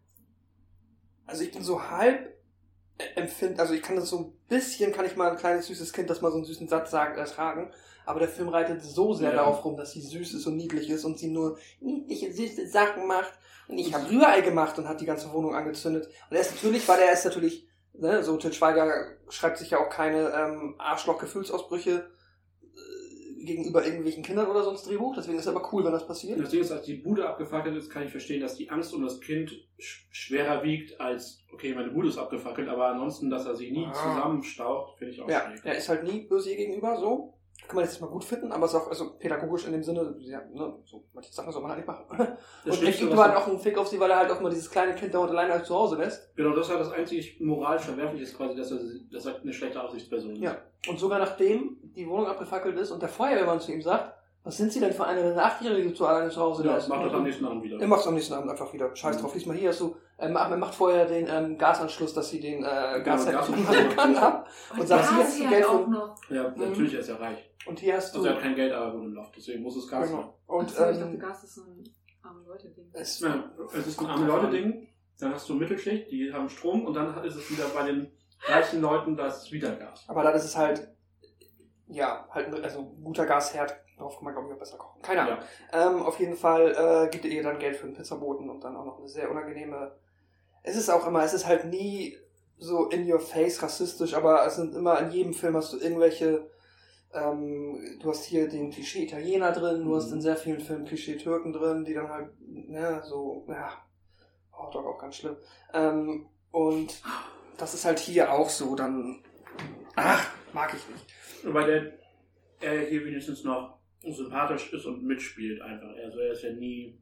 also ich bin so halb empfind, also ich kann das so ein bisschen, kann ich mal ein kleines süßes Kind, das mal so einen süßen Satz sagt, ertragen, aber der Film reitet so sehr Ja. darauf rum, dass sie süß ist und niedlich ist und sie nur niedliche, süße Sachen macht. Und ich habe Rührei gemacht und hat die ganze Wohnung angezündet. Und er ist natürlich, weil er ist natürlich, ne, so Til Schweiger schreibt sich ja auch keine ähm, Arschloch-Gefühlsausbrüche äh, gegenüber irgendwelchen Kindern oder sonst Drehbuch. Deswegen ist es aber cool, wenn das passiert. Das Ding ist, als die Bude abgefackelt ist, kann ich verstehen, dass die Angst um das Kind sch- schwerer wiegt als, okay, meine Bude ist abgefackelt, aber ansonsten, dass er sie nie Ah. zusammenstaucht, finde ich auch Ja, schräg. er ist halt nie böse ihr gegenüber, so. Kann man jetzt mal gut finden, aber es ist auch also pädagogisch in dem Sinne, ja, ne, so, manche Sachen soll man halt nicht machen. Das Und er Schlimmste, gibt was- halt auch einen Fick auf sie, weil er halt auch mal dieses kleine Kind dauernd alleine halt zu Hause lässt. Genau, das ist halt das einzig moralisch Verwerfliche ist quasi, dass er, dass er eine schlechte Aufsichtsperson ist. Ja. Und sogar nachdem die Wohnung abgefackelt ist und der Feuerwehrmann zu ihm sagt, was sind Sie denn für eine Achtjährige, die zu alleine zu Hause Ja, lässt? macht das am nächsten Abend wieder. Er macht es am nächsten Abend einfach wieder. Scheiß drauf, lies mal hier, hast du, ähm, er macht vorher den ähm, Gasanschluss, dass sie den äh, Gasherd Gasanschluss. machen kann, ab. Und sagt, hier Ja, hast du sie Geld hat auch für, noch. Ja, Mhm. natürlich, er ist ja reich. und hier hast du, Also er hat kein Geld, aber wohnt im Loft, deswegen muss es Gas sein. genau. Und, Achso, ich dachte, ähm, Gas ist so ein arme Leute-Ding. es, Ja, es ist ein arme Leute-Ding, dann hast du Mittelschicht, die haben Strom und dann ist es wieder bei den reichen Leuten, da ist wieder Gas. aber dann ist es halt, ja, halt, ein- also ein guter Gasherd, darauf kann man glaube ich auch besser kochen. Keine Ahnung. Ähm, auf jeden Fall äh, gibt er ihr dann Geld für einen Pizzaboten und dann auch noch eine sehr unangenehme. Es ist auch immer, es ist halt nie so in your face rassistisch, aber es sind immer in jedem Film hast du irgendwelche, ähm, du hast hier den Klischee Italiener drin, du hast in sehr vielen Filmen Klischee Türken drin, die dann halt, ne, so, ja, Hotdog auch ganz schlimm. Ähm, und das ist halt hier auch so, dann, ach, mag ich nicht. Weil der, er hier wenigstens noch sympathisch ist und mitspielt einfach. Also er ist ja nie,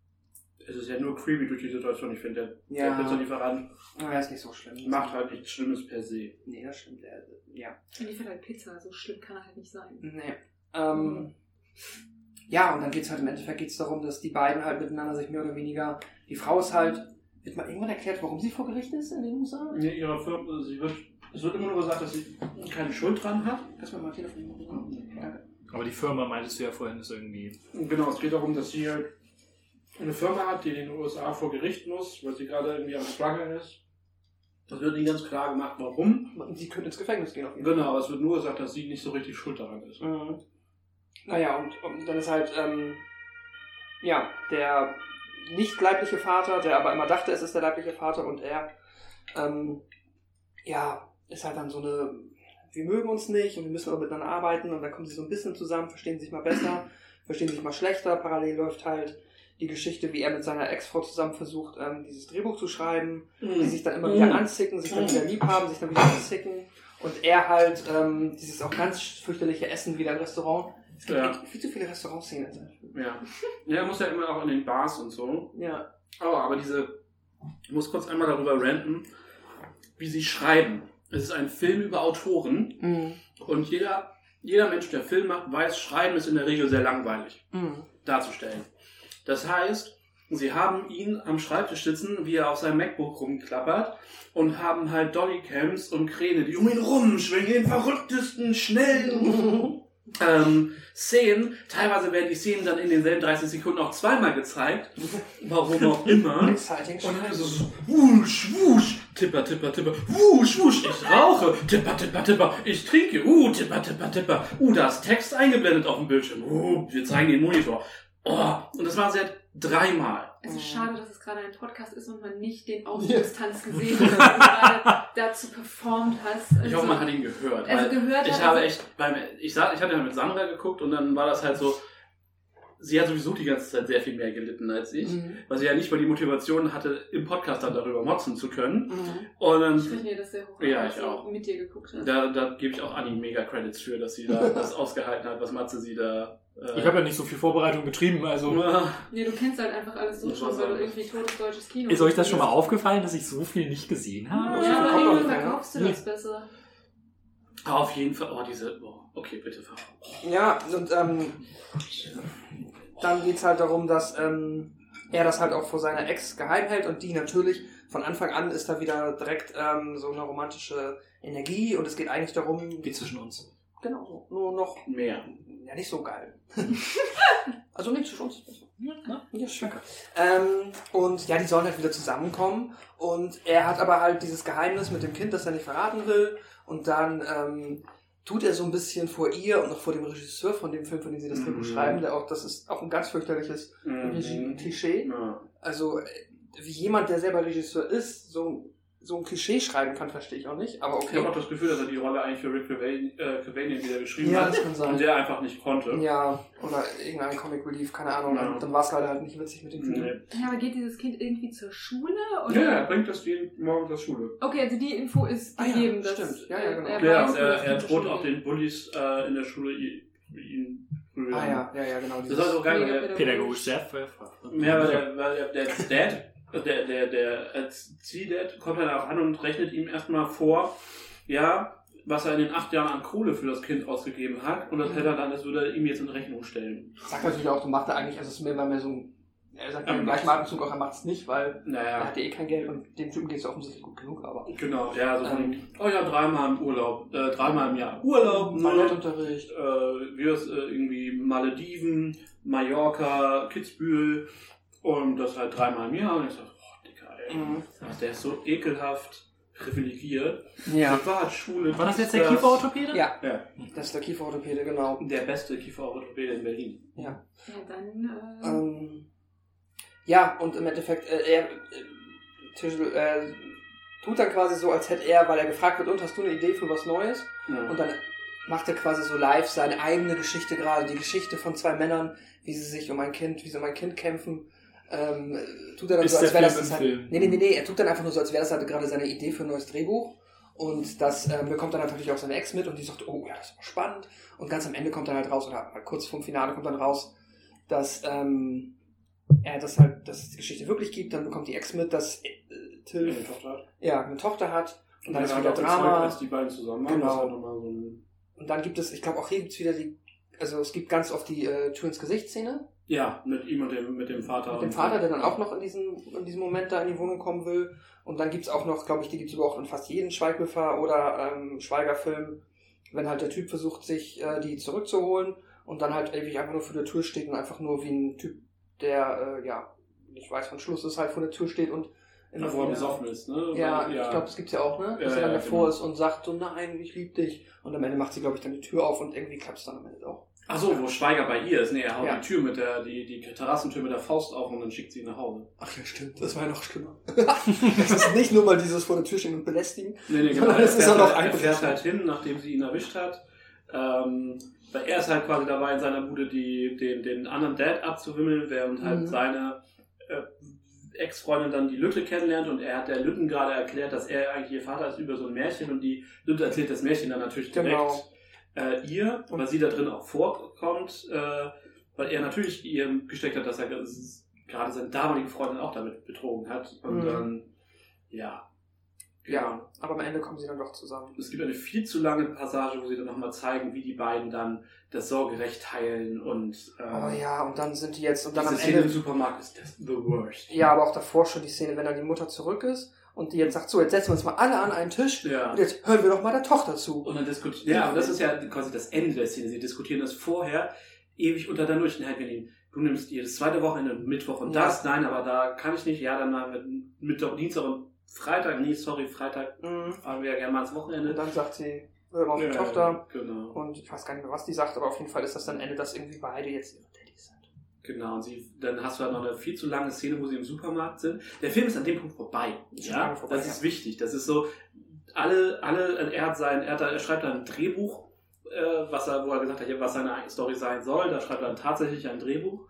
es ist ja nur creepy durch die Situation. Ich finde, der, Ja. der Pizzalieferant Ja, ist nicht so schlimm. macht halt nichts Schlimmes per se. Nee, das stimmt. Er, ja. Er liefert halt Pizza, so schlimm kann er halt nicht sein. Nee. Ähm, ja, und dann geht's halt im Endeffekt geht's darum, dass die beiden halt miteinander sich mehr oder weniger. Die Frau ist halt. Wird mal irgendwann erklärt, warum sie vor Gericht ist in den U S A? In ihrer Firma, sie wird, es wird immer nur gesagt, dass sie keine Schuld dran hat. Kannst du mir mal Telefon machen? Danke. Aber die Firma, meintest du ja vorhin, ist irgendwie... Und genau, es geht darum, dass sie halt eine Firma hat, die in den U S A vor Gericht muss, weil sie gerade irgendwie am Struggeln ist. Das wird nie ganz klar gemacht, warum. Und sie könnte ins Gefängnis gehen auf jeden Fall. Genau, aber es wird nur gesagt, dass sie nicht so richtig schuld daran ist. Mhm. Naja, und, und dann ist halt, ähm, ja, der nicht leibliche Vater, der aber immer dachte, es ist der leibliche Vater und er, ähm, ja, ist halt dann so eine, wir mögen uns nicht und wir müssen aber miteinander arbeiten und dann kommen sie so ein bisschen zusammen, verstehen sich mal besser, verstehen sich mal schlechter. Parallel läuft halt die Geschichte, wie er mit seiner Ex-Frau zusammen versucht, ähm, dieses Drehbuch zu schreiben, Mhm. die sich dann immer wieder anzicken, sich dann wieder lieb haben, sich dann wieder anzicken. Und er halt ähm, dieses auch ganz fürchterliche Essen wieder im Restaurant. Es gibt Ja. viel zu viele Restaurantszenen in seinem Film. Ja. Ja, er muss ja immer auch in den Bars und so. Ja. Oh, aber diese, ich muss kurz einmal darüber ranten, wie sie schreiben. Es ist ein Film über Autoren Mhm. und jeder, jeder Mensch, der Film macht, weiß, Schreiben ist in der Regel sehr langweilig Mhm. darzustellen. Das heißt, sie haben ihn am Schreibtisch sitzen, wie er auf seinem MacBook rumklappert und haben halt Dollycams und Kräne, die um ihn rumschwingen, in den verrücktesten, schnellen ähm, Szenen. Teilweise werden die Szenen dann in denselben dreißig Sekunden auch zweimal gezeigt. Warum auch immer. Exciting. Und dann ist es so, wusch, wusch, tipper, tipper, tipper, wusch, wusch, ich rauche, tipper, tipper, tipper, ich trinke, uh, tipper, tipper, tipper, uh, da ist Text eingeblendet auf dem Bildschirm, uh, wir zeigen den Monitor. Oh, und das war seit dreimal. Es ist schade, dass es gerade ein Podcast ist und man nicht den Ausdruckstanz gesehen hat, den du gerade dazu performt hast. Also, Ich hoffe, man hat ihn gehört. Also weil gehört ich hat, habe also- echt beim, ich sah, ich hatte ja mit Sandra geguckt und dann war das halt so, sie hat sowieso die ganze Zeit sehr viel mehr gelitten als ich, Mhm. weil sie ja nicht mal die Motivation hatte, im Podcast dann darüber motzen zu können. Mhm. Und dann, Ich rechne das sehr hoch, Ja, als ich du auch. mit dir geguckt hast. da, da gebe ich auch Anni mega Credits für, dass sie da das ausgehalten hat, was Matze sie da... Äh, Ich habe ja nicht so viel Vorbereitung betrieben, also... Nee, du kennst halt einfach alles so Muss schon, man weil du sagen. irgendwie totes deutsches Kino Ist euch das schon mal guckst. aufgefallen, dass ich so viel nicht gesehen habe? Ja, aber Kommt irgendwann auch nicht, verkaufst du ja. das besser. Auf jeden Fall, oh, diese... Oh, okay, bitte fahr. Ja, und ähm, dann geht's halt darum, dass ähm, er das halt auch vor seiner Ex geheim hält und die natürlich von Anfang an ist da wieder direkt ähm, so eine romantische Energie und es geht eigentlich darum, Wie zwischen uns. genau, so, nur noch, Mehr. ja nicht so geil. Also nicht zwischen uns. Ja, ne? Ja, schön. Ähm, und ja, die sollen halt wieder zusammenkommen und er hat aber halt dieses Geheimnis mit dem Kind, das er nicht verraten will und dann ähm, tut er so ein bisschen vor ihr und noch vor dem Regisseur von dem Film, von dem sie das Drehbuch Mhm. schreiben, der auch, das ist auch ein ganz fürchterliches Mhm. Klischee. Ja. Also äh, wie jemand, der selber Regisseur ist, so, so ein Klischee schreiben kann, verstehe ich auch nicht, aber Ich okay. habe auch das Gefühl, dass er die Rolle eigentlich für Rick Cavanian äh, Cavanian wieder geschrieben Ja, hat das kann sein. und der einfach nicht konnte. Ja, oder irgendein Comic Relief, keine Ahnung, Ja. dann, dann war es leider halt nicht witzig mit dem Film. Nee. Ja, aber geht dieses Kind irgendwie zur Schule? Oder? Ja, er bringt das jeden Morgen zur Schule. Okay, also die Info ist Ah ja, gegeben. dass, stimmt. Ja, ja, genau. äh, Ja, weiß, er, dass er die zur droht Schule auch geht. den Bullies äh, in der Schule ihn, ihn prügeln. Ah ja, ja, ja, genau. Das ist also geil, weil der, Mega Pädagogisch sehr ja, weil der, weil der, der Dad, der, der, der Erzieh-Dad kommt dann auch an und rechnet ihm erstmal vor, ja, was er in den acht Jahren an Kohle für das Kind ausgegeben hat und das hätte er dann, das würde er ihm jetzt in Rechnung stellen. Sagt natürlich auch, du machst da eigentlich, also es ist mir immer mehr so ein, er sagt Ja, im gleichen Atemzug auch, er macht es nicht, weil er Naja, hat ja eh kein Geld und dem Typen geht es offensichtlich gut genug, aber genau, ja, so von, Ähm. oh ja, dreimal im Urlaub, äh, dreimal im Jahr Urlaub, ne? Ballettunterricht. äh, wie das äh, irgendwie Malediven, Mallorca, Kitzbühel und das halt dreimal im Jahr und ich sag, boah, Dicker, ey, Mhm. ach, der ist so ekelhaft privilegiert. Ja. Privatschule. War das jetzt der das- Kieferorthopäde? Ja, Ja, das ist der Kieferorthopäde, genau. der beste Kieferorthopäde in Berlin. Ja. Ja, dann. Äh, Ähm, ja, und im Endeffekt, äh, er äh, Tischl, äh, tut dann quasi so, als hätte er, weil er gefragt wird, und hast du eine Idee für was Neues? Ja. Und dann macht er quasi so live seine eigene Geschichte gerade, die Geschichte von zwei Männern, wie sie sich um ein Kind, wie sie um ein Kind kämpfen. Ähm, tut er dann Ist so, als der wäre Film das im halt, Film? nee, nee, nee, nee, er tut dann einfach nur so, als wäre das halt gerade seine Idee für ein neues Drehbuch. Und das ähm, bekommt dann natürlich auch seine Ex mit und die sagt, oh ja, das ist aber spannend. Und ganz am Ende kommt dann halt raus, oder halt kurz vorm Finale kommt dann raus, dass ähm, er das halt, dass es die Geschichte wirklich gibt. Dann bekommt die Ex mit, dass äh, Till Eine Tochter hat. ja, eine Tochter hat. Und dann ist er wieder hat auch gezeigt, Drama. als die beiden zusammen waren. Genau. Das ist halt nochmal so ein Und dann gibt es, ich glaube auch hier gibt es wieder die, also es gibt ganz oft die äh, Tür ins Gesicht-Szene. ja, mit ihm und dem, mit dem Vater. Mit dem und- Vater, der dann auch noch in diesem, in diesem Moment da in die Wohnung kommen will. Und dann gibt's auch noch, glaube ich, die gibt's aber auch in fast jedem Schweighöfer oder ähm, Schweiger-Film, wenn halt der Typ versucht, sich äh, die zurückzuholen und dann halt irgendwie einfach nur vor der Tür steht und einfach nur wie ein Typ, der, äh, ja, nicht weiß, wann Schluss ist, halt vor der Tür steht und immer Ja, wo er wieder- besoffen ist, ne? Ja, Weil- ich glaube, das gibt's ja auch, ne? Dass Ja, er dann ja, davor genau. ist und sagt so, nein, ich lieb dich. Und am Ende macht sie, glaube ich, dann die Tür auf und irgendwie klappt's dann am Ende auch. Ach so, wo Schweiger bei ihr ist. Nee, er haut Ja. die Tür mit der, die, die Terrassentür mit der Faust auf und dann schickt sie ihn nach Hause. Ach ja, stimmt. Das war ja noch schlimmer. Das ist nicht nur mal dieses vor der Tür stehen und belästigen. Nee, nee, genau. Sondern Er es ist fährt, auch noch halt, er ein fährt Prozent. halt hin, nachdem sie ihn erwischt hat. Ähm, weil er ist halt quasi dabei, in seiner Bude die, den, den anderen Dad abzuwimmeln, während halt Mhm. seine äh, Ex-Freundin dann die Lütte kennenlernt und er hat der Lütten gerade erklärt, dass er eigentlich ihr Vater ist über so ein Märchen und die Lütte erzählt das Märchen dann natürlich direkt Genau. äh, ihr, weil sie da drin auch vorkommt, äh, weil er natürlich ihr gesteckt hat, dass er dass es gerade seine damalige Freundin auch damit betrogen hat und Mhm. dann, ja. Ja, aber am Ende kommen sie dann doch zusammen. Es gibt eine viel zu lange Passage, wo sie dann nochmal zeigen, wie die beiden dann das Sorgerecht teilen und äh, Oh ja, und dann sind die jetzt, und dann diese am Szene im Ende, Supermarkt ist das the worst. ja, aber auch davor schon die Szene, wenn dann die Mutter zurück ist und die jetzt sagt, so, jetzt setzen wir uns mal alle an einen Tisch Ja. und jetzt hören wir doch mal der Tochter zu. Und dann diskutieren, ja, aber das ist ja quasi das Ende der Szene. Sie diskutieren das vorher ewig unter der Luft. Nein, wir nehmen, du nimmst jedes zweite Wochenende Mittwoch und Ja. das, nein, aber da kann ich nicht. Ja, dann mal mit Mittwoch, Dienstag und Freitag. Nee, sorry, Freitag Mhm. fahren wir ja gerne mal ans Wochenende. Und dann sagt sie, hör mal auf die Ja, Tochter. Genau. Und ich weiß gar nicht mehr, was die sagt, aber auf jeden Fall ist das dann Ende, dass irgendwie beide jetzt ihre Daddys sind. Genau, und sie, dann hast du halt noch eine viel zu lange Szene, wo sie im Supermarkt sind. Der Film ist an dem Punkt vorbei. Ist schon Ja, lange vorbei, das ja. ist wichtig. Das ist so, alle, alle, er hat sein, er, hat da, er schreibt da ein Drehbuch, äh, was er, wo er gesagt hat, ja, was seine Story sein soll. Da schreibt er dann tatsächlich ein Drehbuch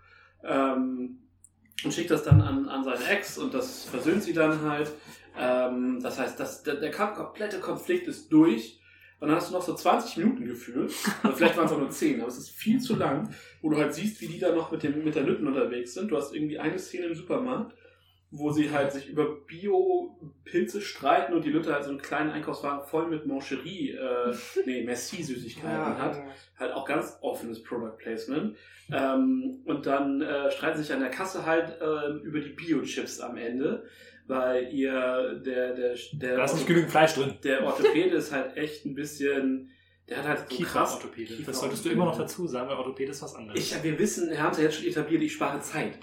ähm, und schickt das dann an, an seine Ex und das versöhnt sie dann halt. Ähm, das heißt, das, der, der komplette Konflikt ist durch. Und dann hast du noch so zwanzig Minuten gefühlt, oder vielleicht waren es auch nur zehn, aber es ist viel zu lang, wo du halt siehst, wie die da noch mit, dem, mit der Lütten unterwegs sind. Du hast irgendwie eine Szene im Supermarkt, wo sie halt sich über Bio-Pilze streiten und die Lütte halt so einen kleinen Einkaufswagen voll mit Moncherie, äh, nee, Merci-Süßigkeiten hat. Halt auch ganz offenes Product Placement. Ähm, und dann äh, streiten sich an der Kasse halt äh, über die Bio-Chips am Ende, weil ihr, der, der, der, Da ist nicht genügend Fleisch drin. der Orthopäde ist halt echt ein bisschen, der hat halt so krass... Kieferorthopäde. Das solltest du immer noch dazu sagen, weil Orthopäde ist was anderes. Ich, wir wissen, wir haben es ja jetzt schon etabliert, ich spare Zeit.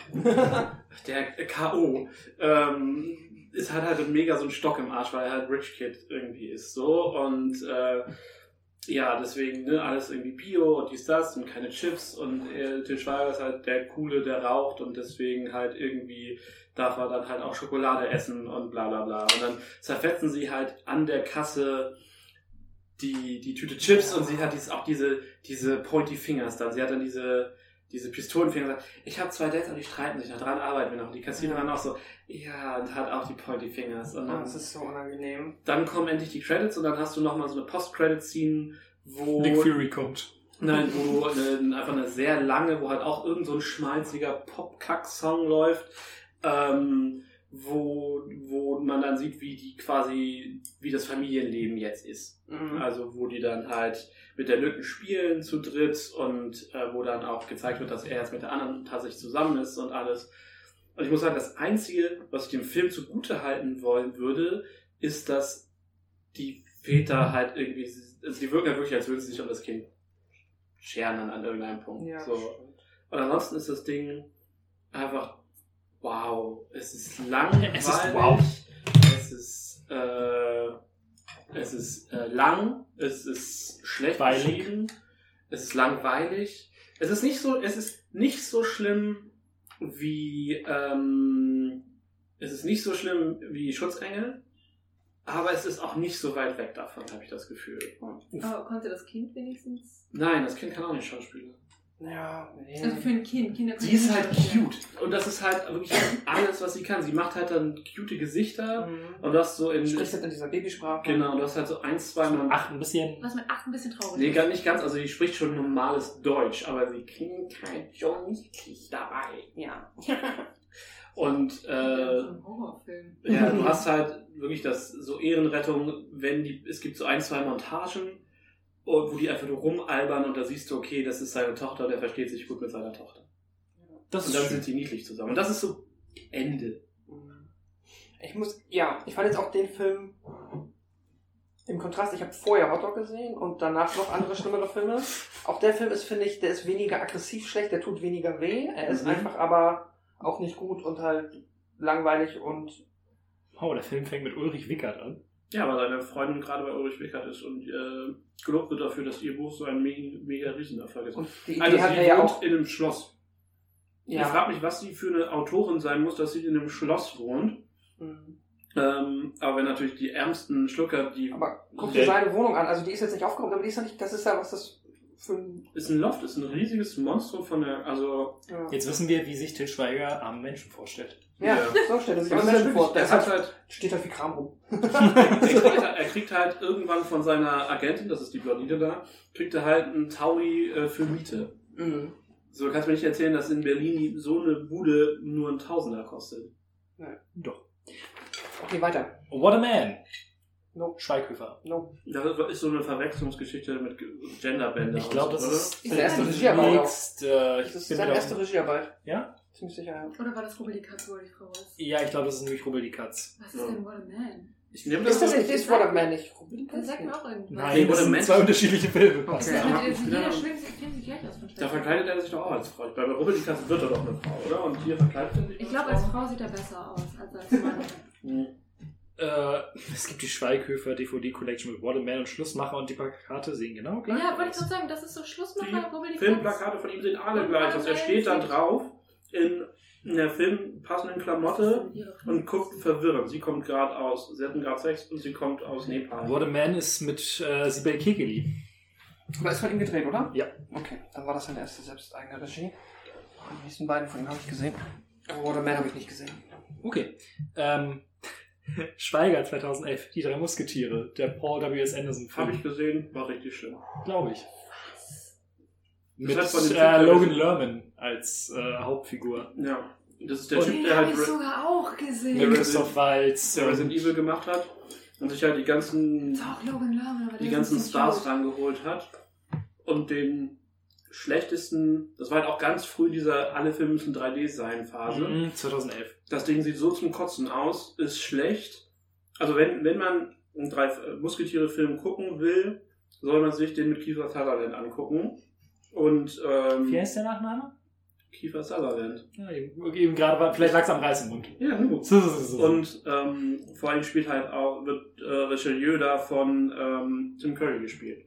Der K O ähm, ist halt halt mega so ein Stock im Arsch, weil er halt Rich Kid irgendwie ist. So und äh, ja, deswegen ne, alles irgendwie Bio und dies, das und keine Chips und äh, Til Schweiger ist halt der Coole, der raucht und deswegen halt irgendwie darf er dann halt auch Schokolade essen und bla bla bla. Und dann zerfetzen sie halt an der Kasse die, die Tüte Chips und sie hat dies, auch diese, diese Pointy Fingers dann. Sie hat dann diese, diese Pistolenfinger gesagt, ich habe zwei Dates und die streiten sich, noch dran arbeiten wir noch. Und die Kassiererin dann auch so, ja, und hat auch die Pointy Fingers. Und Oh, dann, das ist so unangenehm. dann kommen endlich die Credits und dann hast du nochmal so eine Post-Credit-Scene, wo... Nick Fury kommt. Nein, wo äh, einfach eine sehr lange, wo halt auch irgend so ein schmalziger Pop-Kack-Song läuft, ähm, wo, wo man dann sieht, wie die quasi, wie das Familienleben jetzt ist. Mhm. Also wo die dann halt mit der Lütten spielen zu dritt und äh, wo dann auch gezeigt wird, dass er jetzt mit der anderen tatsächlich zusammen ist und alles. Und ich muss sagen, das Einzige, was ich dem Film zugute halten wollen würde, ist, dass die Väter halt irgendwie, also die wirken halt wirklich, als würden sie sich um das Kind scheren dann an irgendeinem Punkt. Ja, so. Und ansonsten ist das Ding einfach wow. Es ist langweilig. Es ist wow. Es ist, äh, es ist äh, lang. Es ist schlecht Weilig. geschrieben. Es ist langweilig. Es ist nicht so, es ist nicht so schlimm wie, ähm, es ist nicht so schlimm wie Schutzengel. Aber es ist auch nicht so weit weg davon, habe ich das Gefühl. Aber konnte das Kind wenigstens? Nein, das Kind kann auch nicht schauspielen. Ja, nee. Also für ein Kind. Kinder Sie ist halt können- cute. Und das ist halt wirklich alles, was sie kann. Sie macht halt dann cute Gesichter. Mhm. Und das so in... Spricht halt in dieser Babysprache. Genau, und du hast halt so ein, zwei Mal... Ach, ein bisschen. Was mit acht ein bisschen traurig Nee, ist. gar nicht ganz. Also die spricht schon normales Deutsch. Aber sie klingt halt schon niedlich dabei. Ja. Und So äh, ein Horrorfilm. ja, du hast halt wirklich das so Ehrenrettung, wenn die... Es gibt so ein, zwei Montagen, wo die einfach nur rumalbern und da siehst du, okay, das ist seine Tochter, der versteht sich gut mit seiner Tochter. Das Und ist dann schön. sind die niedlich zusammen. Und das ist so Ende. Ich muss, ja, ich fand jetzt auch den Film im Kontrast, ich habe vorher Hotdog gesehen und danach noch andere schlimmere Filme. Auch der Film ist, finde ich, der ist weniger aggressiv schlecht, der tut weniger weh. Er ist Mhm. einfach aber auch nicht gut und halt langweilig und Oh, der Film fängt mit Ulrich Wickert an. Ja, weil deine Freundin gerade bei Ulrich Wickert ist und äh, gelobt wird dafür, dass ihr Buch so ein mega, mega Riesenerfolg ist. Und die Idee Also hat sie er ja wohnt auch. in einem Schloss. Ich Ja. frage mich, was sie für eine Autorin sein muss, dass sie in einem Schloss wohnt. Mhm. Ähm, aber wenn natürlich die ärmsten Schlucker, die... Aber guck Der- dir seine Wohnung an. Also die ist jetzt nicht aufgeräumt, aber die ist ja nicht, das ist ja was, das fünf. Ist ein Loft, ist ein riesiges Monstrum von der, also... Ja, Jetzt wissen wir, wie sich Til Schweiger am Menschen vorstellt. ja, Ja. so stellt er sich Das auch ist Menschen halt vor. wirklich, Der das hat hat, halt, steht halt wie Kram rum. er, kriegt halt, er kriegt halt irgendwann von seiner Agentin, das ist die Blondine da, kriegt er halt einen Taui äh, für Miete. Mhm. So, du kannst mir nicht erzählen, dass in Berlin so eine Bude nur ein Tausender kostet. Doch. Okay, weiter. What a Man. No. Schweighöfer. No. Das ist so eine Verwechslungsgeschichte mit Genderbänder. Ich glaube, das oder? ist Ist der erste die Regiearbeit auch. nächste. Das ist bin seine mir erste da- Regiearbeit. Ja? Ziemlich sicher, ja. Oder war das Rubbel die Katze, wo die Frau ist? Ja, ich glaube, das ist nämlich Rubbel die Katz. Was ist Ja. denn What a Man? Ich nehme Ist das so- nicht das Waterman nicht? Der sagt mir auch irgendwas. Nein, Nee, das What a sind Man. zwei unterschiedliche Filme. Okay. Ist das aber- mit, jeder Ja. schwingt sich filmt sich gleich aus von Da Stefan. verkleidet er sich doch auch als Frau. Bei Rubbel die Katze wird er doch eine Frau, oder? Und hier verkleidet er sich Ich glaube, als Frau sieht er besser aus als als Mann. Hm. Äh, es gibt die Schweighöfer D V D Collection mit What a Man und Schlussmacher und die Plakate sehen genau gleich Ja, wollte ich aus. gerade sagen, das ist so Schlussmacher, Rubbel Die die Filmplakate von ihm sehen alle Und gleich aus. Er What a steht da Man drauf in einer filmpassenden Klamotte und guckt verwirrend. Sie kommt gerade aus, sie hatten gerade Sex und sie kommt aus Nepal. What a Man ist mit äh, Sibel Kekeli. Aber ist von ihm gedreht, oder? Ja. Okay, dann war das seine erste selbst eigene Regie. Die nächsten beiden von ihm habe ich gesehen. Aber Waterman habe ich nicht gesehen. Okay. Ähm, Schweiger zweitausendelf, die drei Musketiere, der Paul W S. Anderson Habe Film, ich gesehen, war richtig schlimm. glaube ich. Mit hat von dem äh, Typ, Logan der- Lerman als äh, Hauptfigur. Ja, das ist der Und- Typ, Den der habe halt ich Re- sogar auch gesehen. Der Christoph Waltz. der Resident Evil gemacht hat und sich halt die ganzen, Das ist auch Logan Lerman, aber die der ganzen ist nicht Stars gut. rangeholt hat und den schlechtesten, das war halt auch ganz früh dieser alle Filme müssen drei D sein Phase. Mhm, zweitausendelf. Das Ding sieht so zum Kotzen aus, ist schlecht. Also wenn, wenn man einen drei Musketiere-Film gucken will, soll man sich den mit Kiefer Sutherland angucken. Und ähm, Wie heißt der Nachname? Kiefer Sutherland. Ja, eben, okay, eben gerade war, vielleicht lag es am Reis im Mund. Ja, nur. So, so, so, so. Und ähm, vor allem spielt halt auch, wird äh, Richelieu da von ähm, Tim Curry gespielt.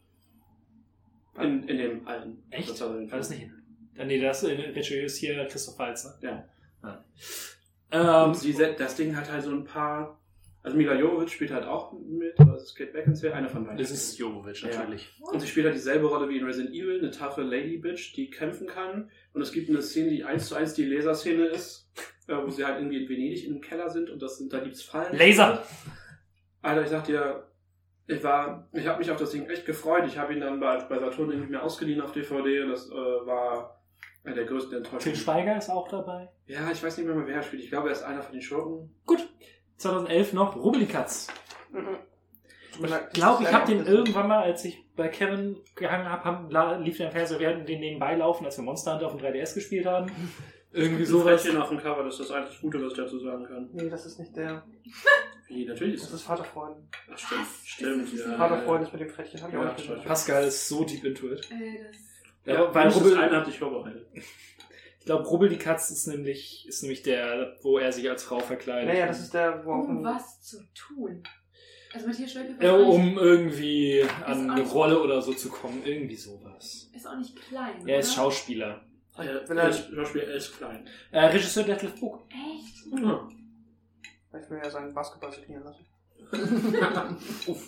In, in dem alten. Echt? Sutherland. War das nicht? Ah, nee, das äh, Richelieu ist hier Christoph Waltz, ne? Ja. ja. Ähm, Und sie, set- das Ding hat halt so ein paar. Also Mila Jovovich spielt halt auch mit, oder ist es Kate Beckinsale? Eine von beiden. das ist Jovovich natürlich. Und sie spielt halt dieselbe Rolle wie in Resident Evil, eine taffe Lady Bitch, die kämpfen kann. Und es gibt eine Szene, die eins zu eins die Laserszene ist, äh, wo sie halt irgendwie in Venedig in einem Keller sind und das sind, da gibt's Fallen. Laser! Alter, ich sag dir, ich war, ich habe mich auf das Ding echt gefreut. Ich habe ihn dann bei, bei Saturn irgendwie mir ausgeliehen auf D V D und das äh, war eine der größten Til Enttäuschungen. Schweiger ist auch dabei. Ja, ich weiß nicht mehr, wer er spielt. Ich glaube, er ist einer von den Schurken. Gut. zweitausendelf noch Rubbelkatz. Mhm. Ich glaube, ich habe den irgendwann mal, als ich bei Kevin gehangen habe, lief der im Fernseher, wir hatten den nebenbei laufen, als wir Monster Hunter auf dem drei D S gespielt haben. Irgendwie So sowas. Frettchen auf dem Cover, das ist das einzig Gute, was ich dazu sagen kann. Nee, das ist nicht der. Wie, natürlich ist Das das. ist Vaterfreund. Ach, stimmt, Was? stimmt. Ist das Ja, nicht Vaterfreund ist mit dem Frettchen. Hab ich Ja, auch nicht stimmt. gesehen. Pascal ist so deep into it. Ey, das... Ja, Ja, weil weil das Rubbel, eine hatte ich vorbereitet. ich glaube, Rubbel die Katz ist nämlich, ist nämlich der, wo er sich als Frau verkleidet. Naja, das ist der, wo auf Um dem. was zu tun. Also Matthias Schweighöfer Ja, ist, auch um irgendwie auch an eine nicht- Rolle oder so zu kommen. Irgendwie sowas. nicht, ist auch nicht klein. Er ist oder? Schauspieler. Ja, Wenn er er- ist, Schauspieler, er ist klein. Äh, Regisseur Detlef Buck. Echt? Ja. Ich will ja seinen Basketball signieren lassen. Uff.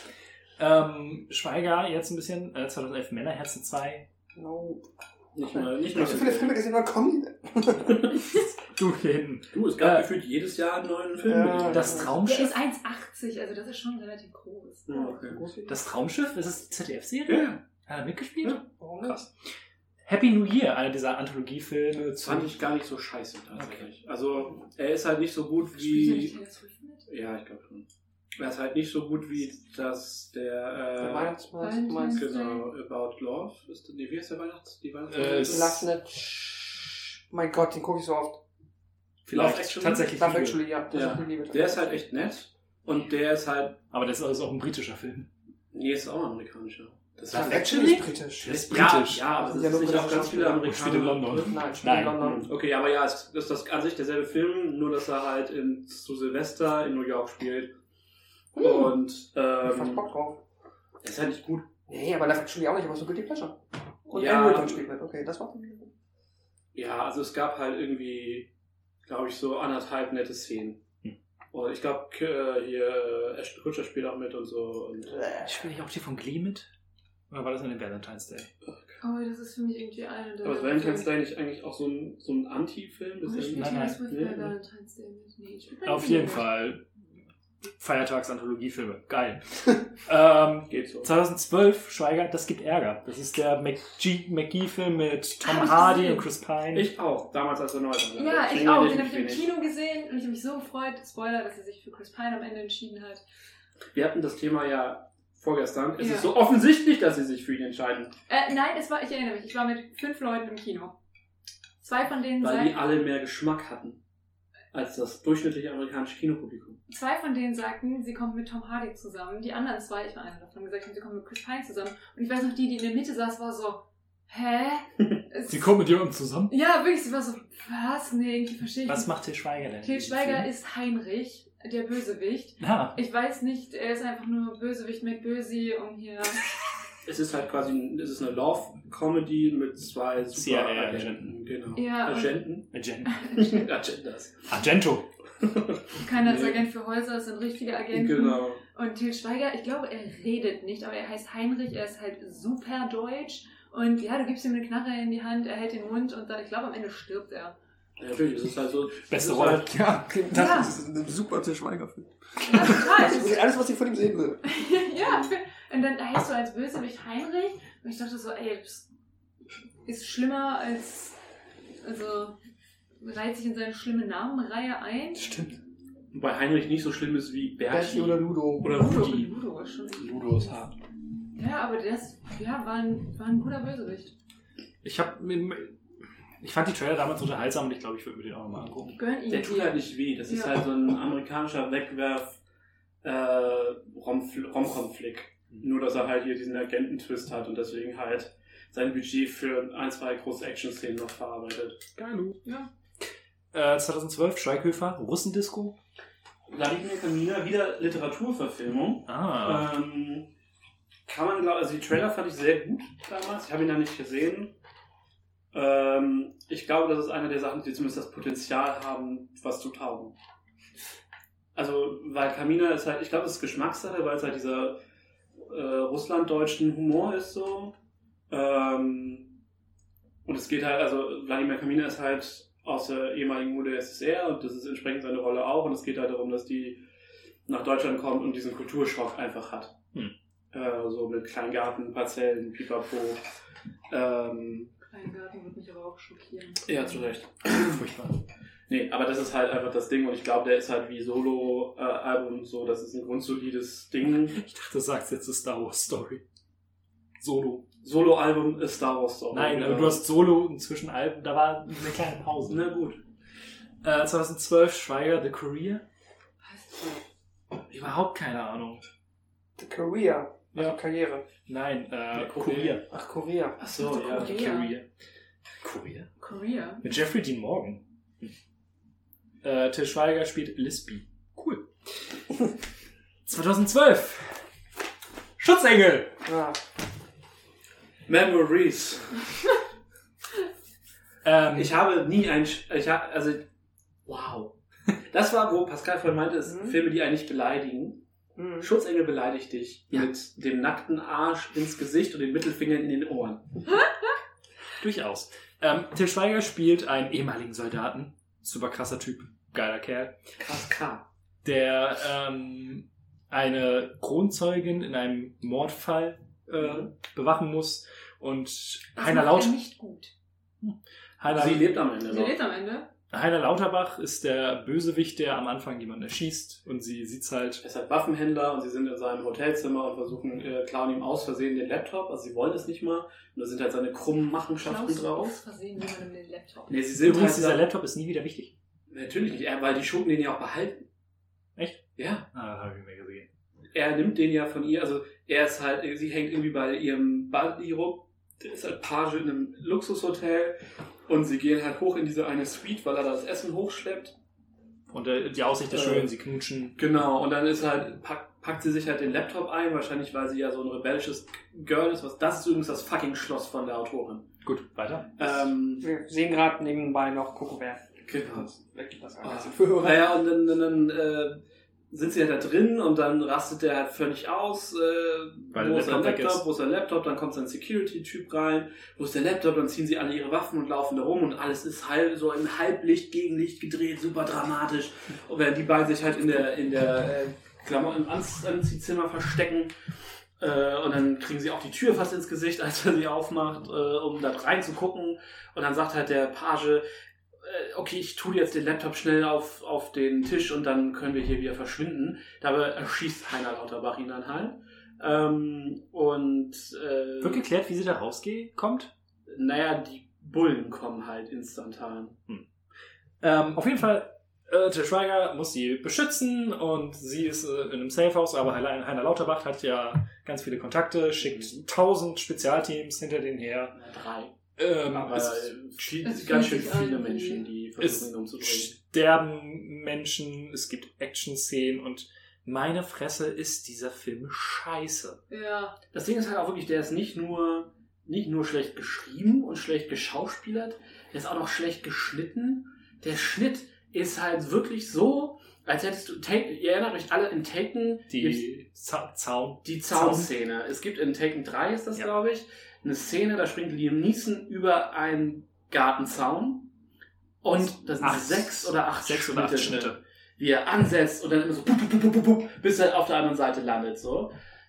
Ähm, Schweiger, jetzt ein bisschen, äh, zweitausendelf Männerherzen zwei. No. Nicht mal, nicht Ich mal hab so viele Filme gesehen, wann kommen die denn? Du hier hinten. Du, es gab Äh, gefühlt jedes Jahr einen neuen Film. Ja, mit ihm. Das Der Traumschiff? ist eins achtzig, also das ist schon relativ groß. Ja, okay. Das Traumschiff? Ist das die Z D F-Serie? Ja, Hat er mitgespielt? Ja. Warum nicht? Krass. Happy New Year, einer dieser Anthologiefilme das zu... fand ich gar nicht so scheiße tatsächlich. Also, er ist halt nicht so gut Spielt ja nicht wie. Taylor Swift mit? Ja, ich glaube schon. Er ist halt nicht so gut wie das Der der. Äh, Weihnachtsmann, du meinst? genau, About Love. Ist, nee, wie heißt der Weihnachts? Die Äh, Weihnachts Love Net. Mein Gott, den gucke ich so oft. Vielleicht Love Actually? tatsächlich Love Liebe. Actually, ja. Das Ja. ist die Liebe. Der ist halt echt nett. Und der ist halt. Aber das ist also auch ein britischer Film. Nee, ist auch ein amerikanischer. Das Love ist Actually ist britisch. Der ist Ja, britisch. ja, aber Das es sind ja sind nur nicht auch ganz viele Schauspieler. Amerikaner. Spielt in London. drin. Nein, spielt in Nein. London. Okay, aber ja, es ist das an sich derselbe Film, nur dass er halt in, zu Silvester in New York spielt. Hm. Und Ich hab fast ähm, Bock drauf. er ist halt nicht gut. Nee, aber Love Actually auch nicht, aber so Guilty Pleasure. Und Ja. Anne Wilton spielt mit. Okay, das war für mich gut. Ja, also es gab halt irgendwie, glaube ich, so anderthalb nette Szenen. Hm. Und ich glaube, äh, hier äh, Ashton Kutcher spielt auch mit und so. Und Spielt nicht auch die von Glee mit? Oder war das in den Valentine's Day? Oh, das ist für mich irgendwie einer der... Aber ist Valentine's Day nicht eigentlich auch so ein, so ein Anti-Film? Oh, Ist ich ja spiele Nein, Taylor Swift nein. bei Nee, ne? Valentine's Day mit. Nee, ich spiele bei Auf Taylor jeden Swift. Fall. Feiertags-Anthologiefilme. Geil. ähm, Geht so. zweitausendzwölf, Schweiger, das gibt Ärger. Das ist der McG- McGee-Film mit Tom Hab ich Hardy gesehen. und Chris Pine. Ich auch, damals als er neu war. Ja, ich Deswegen auch. nenne Den habe ich im mich Kino gesehen und ich habe mich so gefreut, Spoiler, dass er sich für Chris Pine am Ende entschieden hat. Wir hatten das Thema ja vorgestern. Es Ja. ist so offensichtlich, dass sie sich für ihn entscheiden. Äh, nein, es war, ich erinnere mich, ich war mit fünf Leuten im Kino. Zwei von denen Weil die sagten, alle mehr Geschmack hatten als das durchschnittliche amerikanische Kinopublikum. zwei von denen sagten, sie kommen mit Tom Hardy zusammen. Die anderen zwei, ich war einer davon, gesagt haben, sie kommen mit Chris Pine zusammen. Und ich weiß noch, die, die in der Mitte saß, war so, hä? Es- Sie kommen mit jemandem zusammen? Ja, wirklich, sie war so, was? Nee, irgendwie verstehe ich Was nicht. macht Til Schweiger denn? Til Schweiger ist Heinrich, der Bösewicht. Ja. Ich weiß nicht, er ist einfach nur Bösewicht McBösi, um hier... Es ist halt quasi ein, es ist eine Love-Comedy mit zwei C I A-Agenten. Super-Agenten. Genau. Ja, und- Agenten? Agent. Agendas. Argento. Keiner als Nee. Agent für Häuser, es sind richtige Agenten. Genau. Und Til Schweiger, ich glaube, er redet nicht, aber er heißt Heinrich, er ist halt super deutsch. Und ja, du gibst ihm eine Knarre in die Hand, er hält den Mund und dann, ich glaube, am Ende stirbt er. Ja, natürlich, es ist halt so. Beste es ist Rolle. Halt, Ja, das Ja. ist ein super Til Schweiger-Film. Ja, total. Das ist alles, was ich von ihm sehen will. Ja, und dann heißt du als Bösewicht Heinrich und ich dachte so, ey, das ist schlimmer als, also, reiht sich in seine schlimme Namenreihe ein. Stimmt. wobei Heinrich nicht so schlimm ist wie Berti. Berti oder Ludo. Oder Ludo, Rudi. Ludo ist schon echt. Ludo ist hart. Ja, aber der ist, ja, war ein, war ein guter Bösewicht. Ich hab mir- ich fand die Trailer damals unterhaltsam und ich glaube, ich würde mir den auch nochmal angucken. Gönn ihn Der tut dir. halt nicht weh. Das ist Ja. halt so ein amerikanischer Wegwerf äh, Rom- Rom-Com-Flick. Nur, dass er halt hier diesen Agenten-Twist hat und deswegen halt sein Budget für ein, zwei große Action-Szenen noch verarbeitet. Geil. Ja. Äh, zweitausendzwölf, Schweighöfer, Russendisco. Vladimir Kamina, wieder Literaturverfilmung. Ah. Ähm, kann man, glaube also die Trailer fand ich sehr gut damals. Ich habe ihn da nicht gesehen. Ähm, ich glaube, das ist eine der Sachen, die zumindest das Potenzial haben, was zu taugen. Also, weil Kamina ist halt, ich glaube, es ist Geschmackssache, weil es halt dieser äh, russlanddeutschen Humor ist so. Ähm, und es geht halt, also Vladimir Kamina ist halt aus der ehemaligen U d S S R und das ist entsprechend seine Rolle auch. Und es geht halt darum, dass die nach Deutschland kommt und diesen Kulturschock einfach hat. Hm. Äh, so mit Kleingarten, Parzellen, Pipapo. Ähm, Kleingarten wird mich aber auch schockieren. ja, zu Recht. Furchtbar. Nee, aber das ist halt einfach das Ding und ich glaube, der ist halt wie Solo-Album und so, das ist ein grundsolides Ding. Ich dachte, du sagst jetzt eine Star Wars Story. Solo. Solo-Album ist Star Wars Story. Nein, ja. aber du hast Solo inzwischen Alben, da war eine kleine Pause. Na gut. Äh, zweitausendzwölf, Schweiger, The Career. Überhaupt keine Ahnung. The Career. Ja. Also Karriere. Nein, äh, Ja, Kurier. Ach, Korea. Ach so, ja. Korea. Career. Kurier? Korea. Mit Jeffrey Dean Morgan. Hm. Äh, Til Schweiger spielt Lisby. Cool. zweitausendzwölf. Schutzengel. Ah, Memories. Ähm, Ich habe nie ein, Sch- ich habe, also, wow. Das war, wo Pascal vorhin meinte, es sind Mhm. Filme, die einen nicht beleidigen. hm. Schutzengel beleidigt dich Ja. mit dem nackten Arsch ins Gesicht und den Mittelfingern in den Ohren. durchaus. Ähm, Til Schweiger spielt einen ehemaligen Soldaten. Super krasser Typ. Geiler Kerl. Krass K. Der ähm, eine Kronzeugin in einem Mordfall äh, bewachen muss. Und Das Heiner, macht Laut er nicht gut. Heiner, Sie lebt am Ende Sie noch. lebt am Ende. Heiner Lauterbach ist der Bösewicht, der am Anfang jemanden erschießt. Und sie sieht's halt. Er ist halt Waffenhändler und sie sind in seinem Hotelzimmer und versuchen, äh, klauen ihm aus Versehen den Laptop. Also sie wollen es nicht mal. Und da sind halt seine krummen Machenschaften Klaus drauf. aus Versehen jemandem den Laptop. Nee, sie sind Übrigens, halt dieser da- Laptop ist nie wieder wichtig. Natürlich nicht, er- weil die Schurken den ja auch behalten. Echt? Ja. Ah, das habe ich mir gesehen. Er nimmt den ja von ihr, also er ist halt, sie hängt irgendwie bei ihrem Buddy rum. Der ist halt Page in einem Luxushotel. Und sie gehen halt hoch in diese eine Suite, weil er das Essen hochschleppt. Und äh, die Aussicht ist Äh. schön, sie knutschen. Genau, und dann ist halt, packt, packt sie sich halt den Laptop ein, wahrscheinlich weil sie ja so ein rebellisches Girl ist. Was, das ist übrigens das fucking Schloss von der Autorin. Gut, weiter. Ähm, Wir sehen gerade nebenbei noch Kokobär. genau. Das weckt das Ah. alles für Hörer. Naja, und dann, dann, dann äh, sind sie halt da drin und dann rastet der halt völlig aus, äh, Weil wo der ist sein Laptop weg Laptop, ist. wo ist sein Laptop, dann kommt sein Security-Typ rein, wo ist der Laptop, dann ziehen sie alle ihre Waffen und laufen da rum und alles ist halb, so in Halblicht, Gegenlicht gedreht, super dramatisch. Und während die beiden sich halt in der, in der äh, Klammer im Anzie- Anziehzimmer verstecken, äh, und dann kriegen sie auch die Tür fast ins Gesicht, als er sie aufmacht, äh, um da reinzugucken. Und dann sagt halt der Page, okay, ich tue jetzt den Laptop schnell auf, auf den Tisch und dann können wir hier wieder verschwinden. Dabei erschießt Heiner Lauterbach ihn dann halt. Ähm, und äh, Wird geklärt, wie sie da rauskommt? naja, die Bullen kommen halt instantan. Hm. Ähm, auf jeden Fall, äh, Til Schweiger muss sie beschützen und sie ist äh, in einem Safehouse, aber Heiner Heiner Lauterbach hat ja ganz viele Kontakte, schickt tausend Spezialteams hinter denen her. Drei. Ähm, Aber es viel, es ganz fühlt schön sich viele an wie- Menschen, die Es versuchen ihn umzudrehen. sterben Menschen, es gibt Action-Szenen und meine Fresse ist dieser Film scheiße. Ja. Das Ding ist halt auch wirklich, der ist nicht nur, nicht nur schlecht geschrieben und schlecht geschauspielert, der ist auch noch schlecht geschnitten. Der Schnitt ist halt wirklich so, als hättest du, Take, ihr erinnert euch alle in Taken, gibt's Die Za- Zaun. die Zaunszene. Es gibt in Taken drei, ist das Ja. glaube ich, eine Szene, da springt Liam Neeson über einen Gartenzaun und das sind Acht. sechs oder acht Sechs oder acht drin, Schnitte. wie er ansetzt und dann immer so pup, pup, pup, pup, pup, bis er auf der anderen Seite landet. So.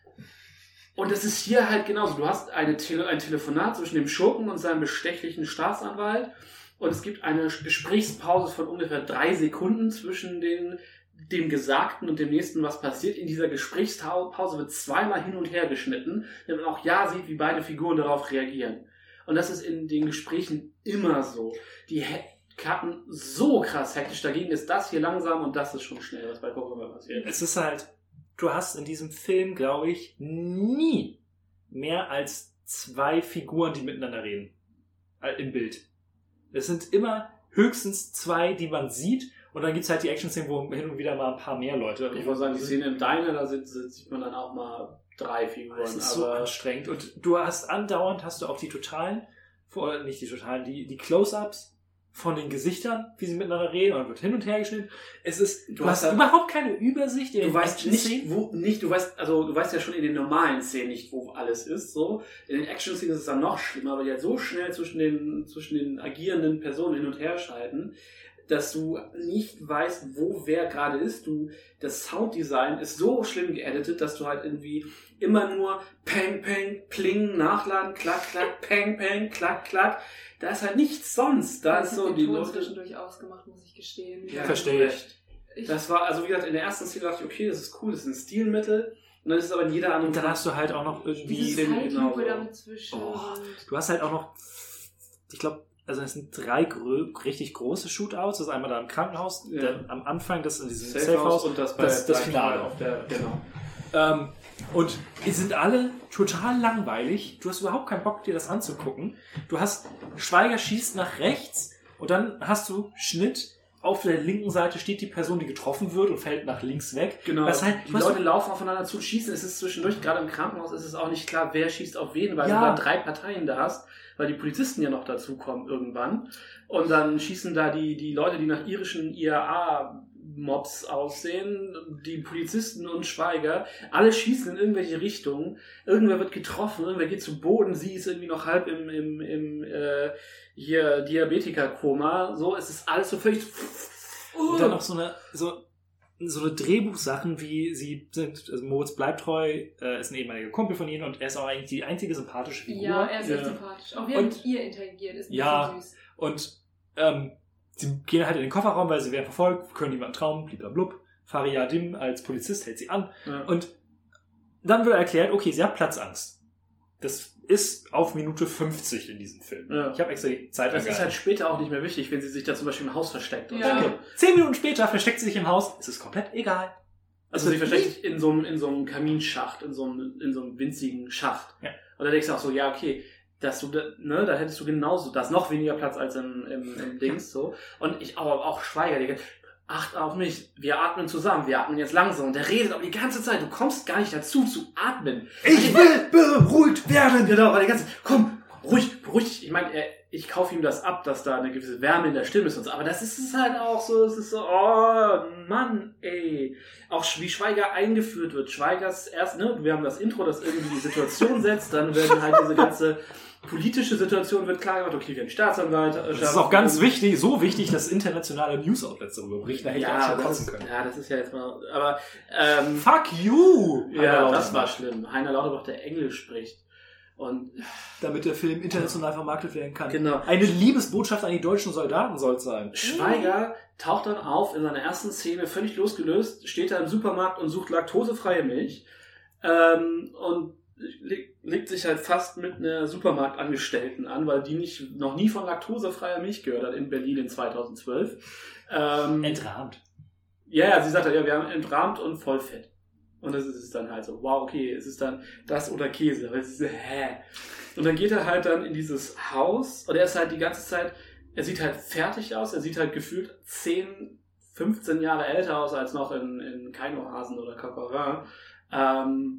Und das ist hier halt genauso. Du hast eine Tele- ein Telefonat zwischen dem Schurken und seinem bestechlichen Staatsanwalt und es gibt eine Gesprächspause von ungefähr drei Sekunden zwischen den, dem Gesagten und dem nächsten, was passiert. In dieser Gesprächspause wird zweimal hin und her geschnitten, damit man auch ja sieht, wie beide Figuren darauf reagieren. Und das ist in den Gesprächen immer so. Die He- Karten so krass hektisch, dagegen ist das hier langsam und das ist schon schnell, was bei Kokoba passiert. Es ist halt, du hast in diesem Film, glaube ich, nie mehr als zwei Figuren, die miteinander reden. Äh, Im Bild. Es sind immer höchstens zwei, die man sieht. Und dann gibt's halt die Action-Szenen, wo hin und wieder mal ein paar mehr Leute. Ich würde sagen, die Szene im Diner, da sieht, sieht man dann auch mal drei Figuren. Das ist so aber anstrengend. Und du hast andauernd, hast du auch die totalen, oder nicht die totalen, die, die Close-Ups von den Gesichtern, wie sie miteinander reden, und dann wird hin und her geschnitten. Es ist, du, Du hast hast halt- überhaupt keine Übersicht in du den weißt nicht, Action-Szenen. wo, nicht, du weißt, also du weißt ja schon in den normalen Szenen nicht, wo alles ist, so. In den Action-Szenen ist es dann noch schlimmer, weil die halt so schnell zwischen den, zwischen den agierenden Personen hin und her schalten, dass du nicht weißt, wo wer gerade ist. Du, das Sounddesign ist so schlimm geeditet, dass du halt irgendwie immer nur Peng, Peng, Pling, Nachladen, Klack, Klack, Peng, Peng, Klack, Klack. Da ist halt nichts sonst. Da Ich ist hab so den die Ton Leute. zwischendurch ausgemacht, muss ich gestehen. Ja, Verstehe ich. Ich, Das war, also wie gesagt, in der ersten Szene dachte ich, okay, das ist cool, das ist ein Stilmittel. Und dann ist es aber in jeder anderen. Und dann hast du halt auch noch irgendwie, diese den- Zeitlupe genau so. damit zwischen. Oh. Und du hast halt auch noch, ich glaube, also es sind drei grö richtig große Shootouts. Das ist einmal da im Krankenhaus, Ja. der, am Anfang, das in diesem Safe House Safehouse. und das bei das, das bei- Finale. auf der, genau. Ähm, und die sind alle total langweilig. Du hast überhaupt keinen Bock, dir das anzugucken. Du hast, Schweiger schießt nach rechts und dann hast du Schnitt. Auf der linken Seite steht die Person, die getroffen wird und fällt nach links weg. Genau. Was halt, die was Leute laufen aufeinander zu, schießen. Es ist zwischendurch, gerade im Krankenhaus, ist es auch nicht klar, wer schießt auf wen, weil Ja. du da drei Parteien da hast, weil die Polizisten ja noch dazukommen irgendwann. Und dann schießen da die, die Leute, die nach irischen I R A-Mobs aussehen, die Polizisten und Schweiger, alle schießen in irgendwelche Richtungen. Irgendwer wird getroffen, irgendwer geht zu Boden, sie ist irgendwie noch halb im, im, im äh, hier Diabetiker-Koma. So, es ist alles so völlig. Und dann noch so eine, so, so eine Drehbuchsachen, wie sie sind, also Moritz Bleibtreu äh, ist ein ehemaliger Kumpel von ihnen und er ist auch eigentlich die einzige sympathische Figur. ja, er ist echt Ja. sympathisch. Auch wie er Und- mit ihr interagiert, ist ein Ja. bisschen süß. Und ähm, sie gehen halt in den Kofferraum, weil sie werden verfolgt, können niemanden trauen, bliblablub. Faria Dim als Polizist hält sie an. Ja. Und dann wird erklärt, okay, sie hat Platzangst. Das ist auf Minute fünfzig in diesem Film. Ja. Ich habe extra die Zeit Das ist angehalten. halt später auch nicht mehr wichtig, wenn sie sich da zum Beispiel im Haus versteckt. oder Ja. so. Danke. Zehn Minuten später versteckt sie sich im Haus. Es ist komplett egal. Also sie versteckt sich in so einem, in so einem Kaminschacht, in so einem, in so einem winzigen Schacht. Ja. Und da denkst du auch so, ja, okay, dass du, da, ne, da hättest du genauso, da ist noch weniger Platz als im, im, im Dings, so. Und ich, aber auch Schweiger, Digga, acht auf mich, wir atmen zusammen, wir atmen jetzt langsam. Und der redet aber die ganze Zeit, du kommst gar nicht dazu zu atmen. Ich will beruhigt werden! Genau, weil die ganze Zeit, komm, ruhig, ruhig. Ich meine, ich kaufe ihm das ab, dass da eine gewisse Wärme in der Stimme ist und so. Aber das ist es halt auch so. Es ist so, oh Mann, ey. Auch wie Schweiger eingeführt wird. Schweigers erst, ne, wir haben das Intro, das irgendwie die Situation setzt. Dann werden halt diese ganze politische Situation wird klar gemacht. Okay, wir haben Staatsanwalt. Das ist auch ganz wichtig, so wichtig, dass internationale News-Outlets darüber berichten. Da hätte ja, ich auch schon das kotzen ist, können. ja, das ist ja jetzt mal, aber, ähm, Fuck you! ja, das war schlimm. Heiner Lauterbach, der Englisch spricht. Und damit der Film international vermarktet werden kann. Genau. Eine Liebesbotschaft an die deutschen Soldaten soll es sein. Schweiger taucht dann auf in seiner ersten Szene, völlig losgelöst, steht da im Supermarkt und sucht laktosefreie Milch ähm, und leg, legt sich halt fast mit einer Supermarktangestellten an, weil die nicht noch nie von laktosefreier Milch gehört hat in Berlin in zweitausendzwölf. Ähm, Entrahmt. Ja, ja, sie sagt ja, wir haben entrahmt und Vollfett. Und das ist es dann halt so, wow, okay, es ist dann das oder Käse. Aber es ist so, hä? Und dann geht er halt dann in dieses Haus und er ist halt die ganze Zeit, er sieht halt fertig aus, er sieht halt gefühlt zehn, fünfzehn Jahre älter aus als noch in, in Keinohasen oder Cocorin. Ähm,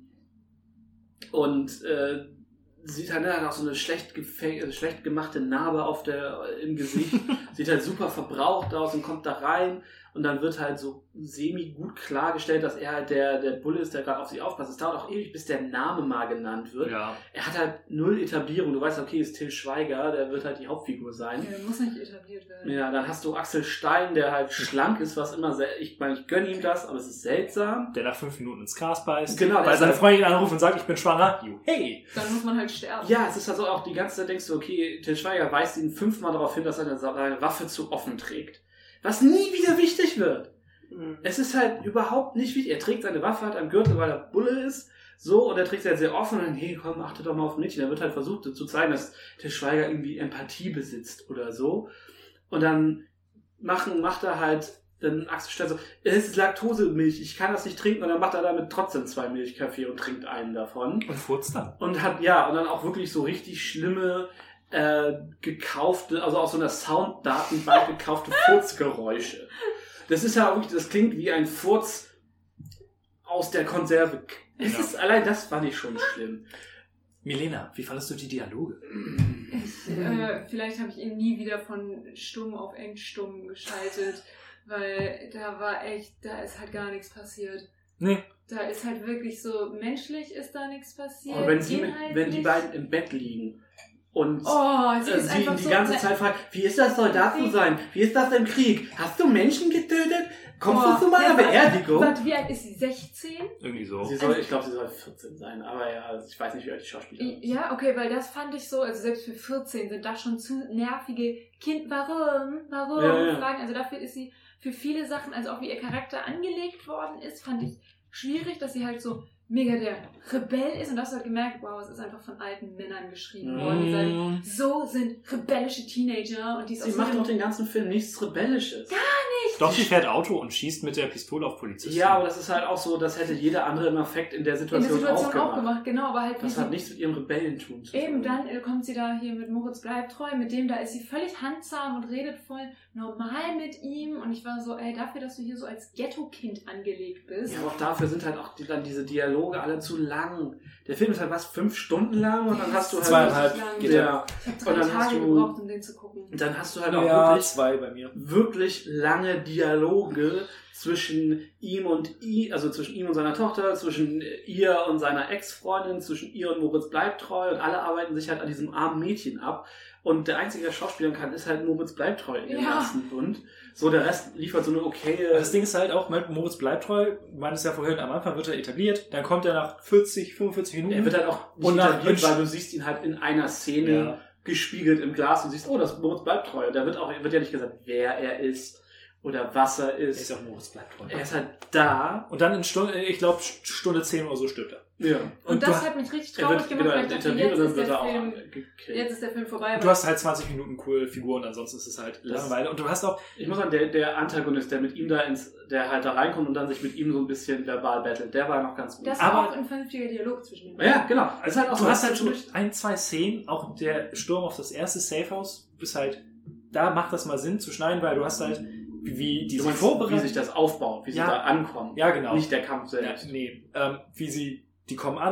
und äh, sieht halt, er hat auch so eine schlecht, gefäng- schlecht gemachte Narbe auf der, im Gesicht, sieht halt super verbraucht aus und kommt da rein. Und dann wird halt so semi gut klargestellt, dass er halt der, der Bulle ist, der gerade auf sie aufpasst. Es dauert auch ewig, bis der Name mal genannt wird. Ja. Er hat halt null Etablierung. Du weißt, okay, ist Till Schweiger, der wird halt die Hauptfigur sein. Ja, der muss nicht etabliert werden. Ja, dann hast du Axel Stein, der halt schlank ist, was immer sehr, ich meine, ich gönne ihm das, aber es ist seltsam. Der nach fünf Minuten ins Gras beißt. Genau, der weil ist seine halt- Freundin anruft und sagt, ich bin schwanger. You, hey! Dann muss man halt sterben. Ja, es ist also auch die ganze Zeit denkst du, okay, Till Schweiger weist ihn fünfmal darauf hin, dass er seine, seine Waffe zu offen trägt. Was nie wieder wichtig wird. Es ist halt überhaupt nicht wichtig. Er trägt seine Waffe halt am Gürtel, weil er Bulle ist. So, und er trägt sie halt sehr offen. Und dann, hey, komm, achte doch mal auf Mädchen. Da wird halt versucht zu zeigen, dass der Schweiger irgendwie Empathie besitzt oder so. Und dann machen, macht er halt, dann Axel Stein so, es ist Laktosemilch, ich kann das nicht trinken. Und dann macht er damit trotzdem zwei Milchkaffee und trinkt einen davon. Und furzt dann. Und hat, ja, und dann auch wirklich so richtig schlimme, äh, gekaufte, also aus so einer Sounddatenbank gekaufte Furzgeräusche. Das ist ja wirklich, das klingt wie ein Furz aus der Konserve. Es Ja. ist, allein das fand ich schon schlimm. Milena, wie fandest du die Dialoge? Ich, äh, vielleicht habe ich ihn nie wieder von stumm auf endstumm geschaltet, weil da war echt, da ist halt gar nichts passiert. Nee. Da ist halt wirklich so, menschlich ist da nichts passiert. Und wenn, sie mit, inhaltlich- wenn die beiden im Bett liegen und Oh, sie äh, ist sie einfach ihn die so, ganze ne- Zeit fragt, wie ist das, Soldat zu sein? Wie ist das im Krieg? Hast du Menschen getötet? Kommst Oh, du zu meiner ja, warte, Beerdigung? Warte, wie alt ist sie? sechzehn? Irgendwie so. Sie soll, ich glaube, sie soll vierzehn sein, aber ja, also ich weiß nicht, wie alt die Schauspielerin ist. Ja, okay, weil das fand ich so, also selbst für vierzehn sind das schon zu nervige Kind, warum, warum, Ja, ja. Fragen. Also dafür ist sie für viele Sachen, also auch wie ihr Charakter angelegt worden ist, fand ich schwierig, dass sie halt so mega der Rebell ist und du hast halt gemerkt, wow, es ist einfach von alten Männern geschrieben worden, die sagen, so sind rebellische Teenager und die ist Sie aus macht jedem- doch den ganzen Film nichts Rebellisches. Doch, sie fährt Auto und schießt mit der Pistole auf Polizisten. Ja, aber das ist halt auch so, das hätte jeder andere im Affekt in der in der Situation, Situation auch gemacht. auch gemacht, genau, aber halt wie Das sie- hat nichts mit ihrem Rebellentum zu tun. Eben, dann äh, kommt sie da hier mit Moritz bleibt treu, mit dem, da ist sie völlig handzahm und redet voll normal mit ihm und ich war so, ey, dafür, dass du hier so als Ghetto-Kind angelegt bist. Ja, aber auch dafür sind halt auch die, dann diese Dialoge alle zu lang. Der Film ist halt was, fünf Stunden lang und dann hast du halt... Zweieinhalb. Lang. Geht Ja. Ich habe Und drei dann hast Tage du- gebraucht, um den zu gucken. Und dann hast du halt auch ja, wirklich, zwei bei mir. wirklich lange Dialoge zwischen ihm und ihm, also zwischen ihm und seiner Tochter, zwischen ihr und seiner Ex-Freundin, zwischen ihr und Moritz bleibt treu und alle arbeiten sich halt an diesem armen Mädchen ab. Und der einzige, der Schauspielern kann, ist halt Moritz bleibt treu in dem Ja. ersten Bund. So, der Rest liefert so eine okaye... Das Ding ist halt auch, mit Moritz bleibt treu, du meintest ja vorhin, am Anfang wird er etabliert, dann kommt er nach vierzig, fünfundvierzig Minuten. Er wird halt auch nicht Und nach- etabliert, weil du siehst ihn halt in einer Szene Ja. gespiegelt im Glas und siehst, oh, das Moritz bleibt treu. Und da wird auch, wird ja nicht gesagt, wer er ist oder was er Er ist. ist auch Moritz bleibt treu. Er ist halt da. Und dann in Stunde, ich glaube, Stunde zehn oder so stirbt er. Ja. Und, Und das du- hat mich richtig Er traurig wird gemacht, genau weil ich dachte, etabliert jetzt und dann ist, wird der er auch Film, gekillt. jetzt ist der Film vorbei. Du hast halt zwanzig Minuten coole Figuren, ansonsten ist es halt Langeweile. Und du hast auch, Ich muss sagen, der, der Antagonist, der mit ihm da ins, der halt da reinkommt und dann sich mit ihm so ein bisschen verbal battelt, der war noch ganz gut. das aber- war auch ein vernünftiger Dialog zwischen den Ja, genau. Das ist halt auch du so, hast halt das schon ist ein, zwei Szenen, auch der Sturm auf das erste Safehouse, ist halt, da macht das mal Sinn zu schneiden, weil du hast halt, wie Du diese meinst, wie Vorbereitung. sich das aufbaut, wie sie Ja. da ankommen. Ja, genau. Nicht der Kampf Ja, selbst. nee, ähm, wie sie, die kommen an,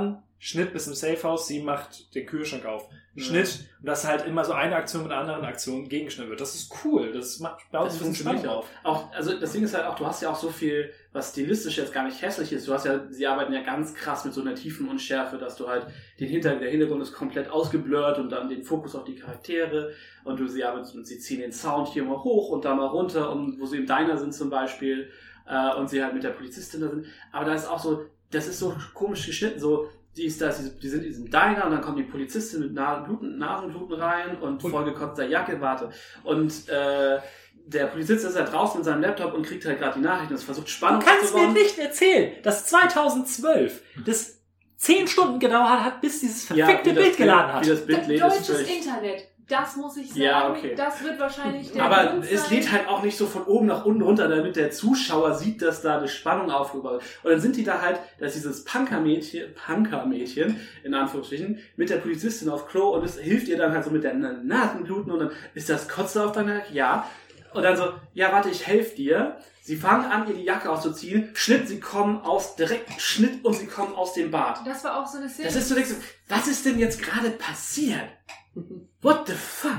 Schnitt bis im Safehouse, sie macht den Kühlschrank auf. Schnitt, und dass halt immer so eine Aktion mit einer anderen Aktion gegengeschnitten wird. Das ist cool. Das macht baut Das ein bisschen funktioniert Spannung auch. auch. Also das Ding ist halt auch, du hast ja auch so viel, was stilistisch jetzt gar nicht hässlich ist. Du hast ja, sie arbeiten ja ganz krass mit so einer tiefen Unschärfe, dass du halt den Hintergrund, der Hintergrund ist komplett ausgeblurrt und dann den Fokus auf die Charaktere und du sie arbeiten und sie ziehen den Sound hier mal hoch und da mal runter und wo sie im Diner sind zum Beispiel äh, und sie halt mit der Polizistin da sind. Aber da ist auch so, das ist so komisch geschnitten, so die ist da, die sind in diesem Diner und dann kommt die Polizistin mit Nasenbluten, Nasenbluten rein und vollgekotzter Jacke, warte. Und äh, der Polizist ist halt draußen mit seinem Laptop und kriegt halt gerade die Nachrichten und versucht Spannung Du kannst aufzubauen. mir nicht erzählen, dass zweitausendzwölf das zehn Stunden gedauert hat, bis dieses verfickte wie das Bild geladen hat. Wie das Bild lädt, ist Deutsches natürlich... Internet, das muss ich sagen, Ja, okay. das wird wahrscheinlich der Aber Grund es sein. lädt halt auch nicht so von oben nach unten runter, damit der Zuschauer sieht, dass da eine Spannung aufgebaut wird. Und dann sind die da halt, dass dieses Punker-Mädchen, Punker-Mädchen, in Anführungsstrichen, mit der Polizistin auf Klo und es hilft ihr dann halt so mit der Nasenbluten und dann ist das Kotze auf deiner Jacke? Ja. Und dann so, ja warte, ich helfe dir. Sie fangen an, ihr die Jacke auszuziehen, Schnitt, sie kommen aus, direkt Schnitt und sie kommen aus dem Bad. Das war auch so eine Szene. Das ist so, denkst du, was ist denn jetzt gerade passiert? What the fuck?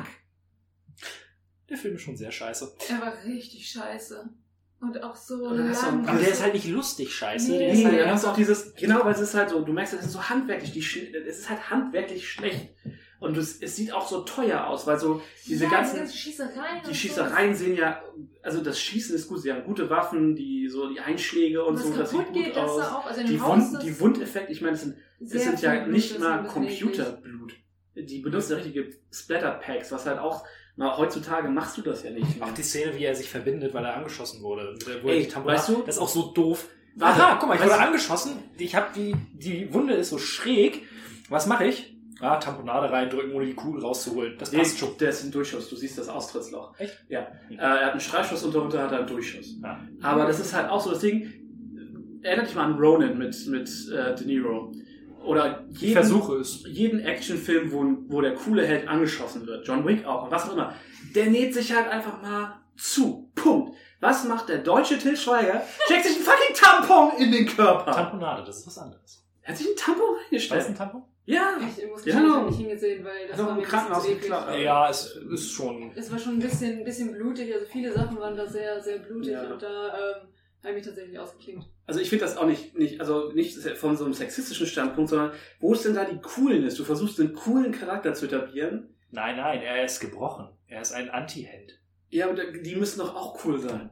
Der Film ist schon sehr scheiße. Er war richtig scheiße. Und auch so Und dann hast du lang. auch- Aber der ist halt nicht lustig scheiße. Nee. Der ist Nee, halt dann hast du auch dieses, genau, weil es ist halt so, du merkst, es ist so handwerklich, die, Sch- es ist halt handwerklich schlecht. Und es, es sieht auch so teuer aus, weil so diese ja, ganzen, die ganzen Schießereien. die und Schießereien sehen ja, also das Schießen ist gut, sie haben gute Waffen, die, so die Einschläge und so. so, Was das sieht kaputt gut geht, das aus. da auch. Also in Die, dem Haus, Wund, das die Wundeffekte, ich meine, das sind, das sehr sind ja viel Blut, nicht das mal ist ein bisschen Computerblut. Die benutzen ja richtige Splatter-Packs, was halt auch, na, heutzutage machst du das ja nicht mehr. auch die Szene, wie er sich verbindet, weil er angeschossen wurde. Wo Ey, er die Tamponade- weißt du- das ist auch so doof. Warte, Aha, guck mal, ich weißt wurde du- angeschossen. Ich hab die, die Wunde ist so schräg. Was mache ich? Ah, Tamponade reindrücken, ohne die Kugel rauszuholen. Das passt schon. Der ist ein Durchschuss, du siehst das Austrittsloch. Echt? Ja. Äh, er hat einen Streifschuss und darunter hat er einen Durchschuss. Ja. Aber das ist halt auch so das Ding, erinnert dich mal an Ronin mit, mit äh, De Niro. Oder Ich jeden, versuche es. jeden Actionfilm, wo, wo der coole Held angeschossen wird. John Wick auch und was auch immer. Der näht sich halt einfach mal zu. Punkt. Was macht der deutsche Til Schweiger? Steckt sich ein fucking Tampon in den Körper. Tamponade, das ist was anderes. Er hat sich ein Tampon Ist das reingestellt. ein Tampon? Ja. Ich muss Ja, gestehen, ich no. habe nicht hingesehen, weil das Hat auch war im mir ein Krankenhaus bisschen zu eklig. geklappt. Ja, es ist schon... Es war schon ein bisschen, ein bisschen blutig, also viele Sachen waren da sehr, sehr blutig Ja. und da ähm, habe ich mich tatsächlich ausgeklingt. Also ich finde das auch nicht, nicht, also nicht von so einem sexistischen Standpunkt, sondern wo ist denn da die Coolness? Du versuchst einen coolen Charakter zu etablieren. Nein, nein, er ist gebrochen. Er ist ein Anti-Held. Ja, aber die müssen doch auch cool sein.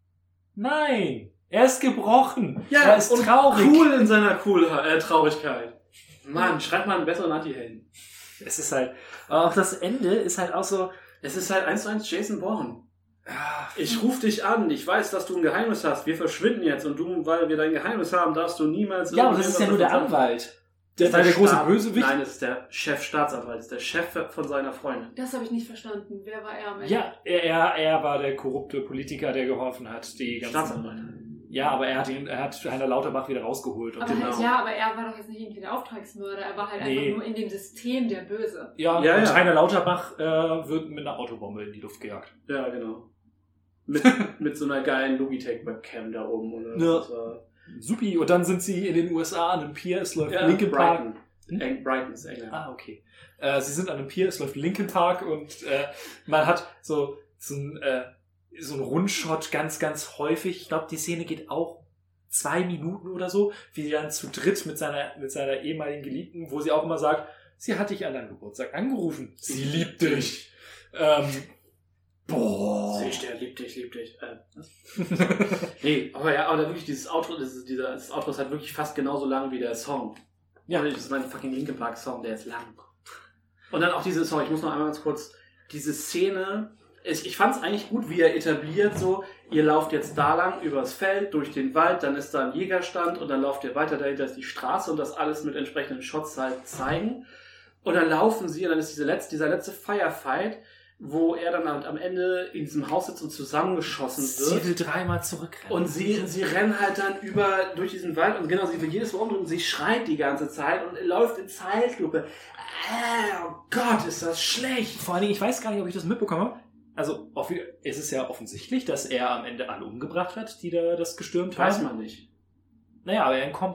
Nein! Er ist gebrochen! Ja, er ist und traurig! cool in seiner Coolheit, äh, Traurigkeit. Mann, schreib mal einen besseren Anti-Helden. Es ist halt... Auch das Ende ist halt auch so... Es ist halt eins zu eins Jason Bourne. Ah, Ich rufe dich an, ich weiß, dass du ein Geheimnis hast, wir verschwinden jetzt und du, weil wir dein Geheimnis haben, darfst du niemals... ja, aber das ist ja nur der davon sagen. Anwalt. Das ist halt der große Staat- Bösewicht. Nein, das ist der Chef-Staatsanwalt, das ist der Chef von seiner Freundin. Das habe ich nicht verstanden. Wer war er am Ende? Ja, er, er, er war der korrupte Politiker, der geholfen hat, die ganzen... Staatsanwalt. Ja, aber er hat ihn, er hat Heiner Lauterbach wieder rausgeholt. Und Aber Genau. halt, ja, aber er war doch jetzt nicht irgendwie der Auftragsmörder, er war halt Nee. einfach nur in dem System der Böse. ja, Ja, und ja. Heiner Lauterbach äh, wird mit einer Autobombe in die Luft gejagt. Ja, genau. Mit, mit so einer geilen Logitech-Webcam da oben. Oder Ja. das war, Supi, und dann sind sie in den U S A an einem Pier, es läuft ja, Linkin Park. Brighton. Hm? Eng, Brighton ist England. Ah, okay. Äh, sie sind an einem Pier, es läuft Linkin Park und äh, man hat so, so ein äh, so ein Rundshot ganz, ganz häufig. Ich glaube, die Szene geht auch zwei Minuten oder so, wie sie dann zu dritt mit seiner, mit seiner ehemaligen Geliebten, wo sie auch immer sagt, sie hat dich an deinem Geburtstag angerufen. Sie liebt dich. Ähm, boah. Siehst du, er liebt dich, liebt dich. Äh, was? nee, aber ja, aber da wirklich dieses Outro, das, ist, dieser, das Outro ist halt wirklich fast genauso lang wie der Song. Ja. Das ist mein fucking Linkin Park Song, der ist lang. Und dann auch diese, sorry, ich muss noch einmal ganz kurz, diese Szene, ich, ich fand es eigentlich gut, wie er etabliert, so, ihr lauft jetzt da lang, übers Feld, durch den Wald, dann ist da ein Jägerstand und dann lauft ihr weiter, dahinter ist die Straße und das alles mit entsprechenden Shots halt zeigen. Und dann laufen sie und dann ist diese letzte, dieser letzte Firefight, wo er dann am Ende in diesem Haus sitzt und zusammengeschossen wird. Sie will dreimal zurückrennen. Und sie, sie rennen halt dann über, durch diesen Wald und genau, sie will jedes Mal umdrehen, sie schreit die ganze Zeit und läuft in Zeitlupe. Ah, oh Gott, ist das schlecht. Vor allen Dingen, ich weiß gar nicht, ob ich das mitbekomme. Also, es ist ja offensichtlich, dass er am Ende alle umgebracht hat, die da das gestürmt Weiß haben. man nicht. Naja, aber er entkommt ja.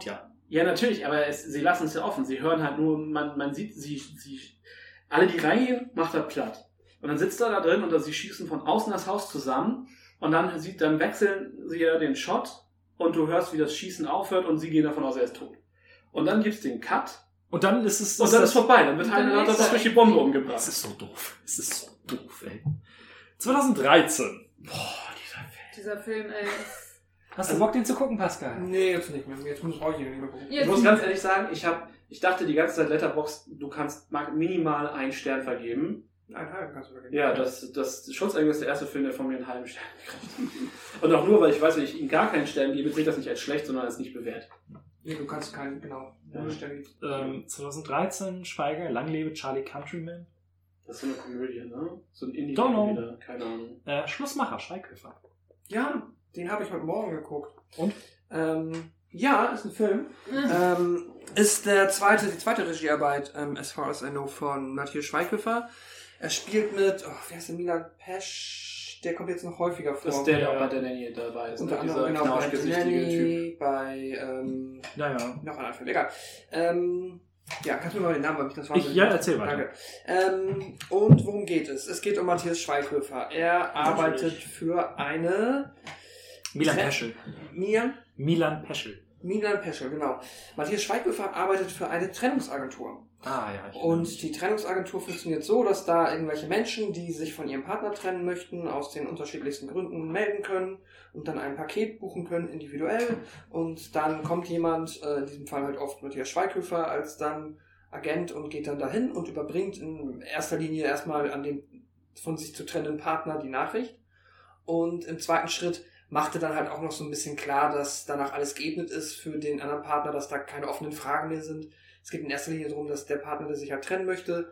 Ja, natürlich, aber es, sie lassen es ja offen. Sie hören halt nur, man, man sieht, sie, sie, alle, die reingehen, macht er platt. Und dann sitzt er da drin und sie schießen von außen das Haus zusammen und dann sieht, dann wechseln sie ja den Shot und du hörst, wie das Schießen aufhört und sie gehen davon aus, er ist tot. Und dann gibt's den Cut. Und dann ist es... Und dann ist vorbei. Dann wird einer das durch die Bombe umgebracht. Das ist so doof. Es ist so doof, ey. zwanzig dreizehn. Boah, dieser Film. Dieser Film, ey. Hast du Bock, den zu gucken, Pascal? Nee, jetzt nicht mehr. Jetzt muss ich auch hier nicht mehr gucken. Ich muss ganz ehrlich sagen, ich, hab, ich dachte die ganze Zeit, Letterboxd, du kannst minimal einen Stern vergeben. Eineinhalb kannst du vergeben. Ja, das, das Schutzengel ist der erste Film, der von mir einen halben Stern gekriegt hat. Und auch nur, weil ich weiß, wenn ich ihm gar keinen Stern gebe, zählt das nicht als schlecht, sondern als nicht bewährt. Nee, du kannst keinen, genau. Ja. Ähm, zwanzig dreizehn, Schweiger, Lang lebe Charlie Countryman. Das ist so eine Komödie, ne? So ein indie Don't know. wieder, keine Ahnung. Äh, Schlussmacher, Schweighöfer. Ja, den habe ich heute Morgen geguckt. Und? Ähm, ja, ist ein Film. ähm, ist der zweite, die zweite Regiearbeit, ähm, as far as I know, von Matthias Schweighöfer. Er spielt mit, oh, wie heißt der, Milan Pesch? Der kommt jetzt noch häufiger vor. Das ist der, der auch bei der Nanny dabei ist. Unter ne? anderem, Dieser genau, bei knauschgesichtige Nanny, bei, ähm, Naja. noch ein anderer Film, egal. Ähm, ja, kannst du mir mal den Namen, weil mich das wahnsinnig Ich, ja, erzähl weiter. Danke. Ähm, und worum geht es? Es geht um Matthias Schweighöfer. Er arbeitet für eine... Milan Tre- Peschel. Milan? Milan Peschel. Milan Peschel, genau. Matthias Schweighöfer arbeitet für eine Trennungsagentur. Ah, ja. Ich Und die Trennungsagentur funktioniert so, dass da irgendwelche Menschen, die sich von ihrem Partner trennen möchten, aus den unterschiedlichsten Gründen melden können und dann ein Paket buchen können, individuell. Und dann kommt jemand, äh, in diesem Fall halt oft Matthias Schweighöfer, als dann Agent und geht dann dahin und überbringt in erster Linie erstmal an den von sich zu trennenden Partner die Nachricht. Und im zweiten Schritt machte dann halt auch noch so ein bisschen klar, dass danach alles geebnet ist für den anderen Partner, dass da keine offenen Fragen mehr sind. Es geht in erster Linie darum, dass der Partner, der sich halt trennen möchte,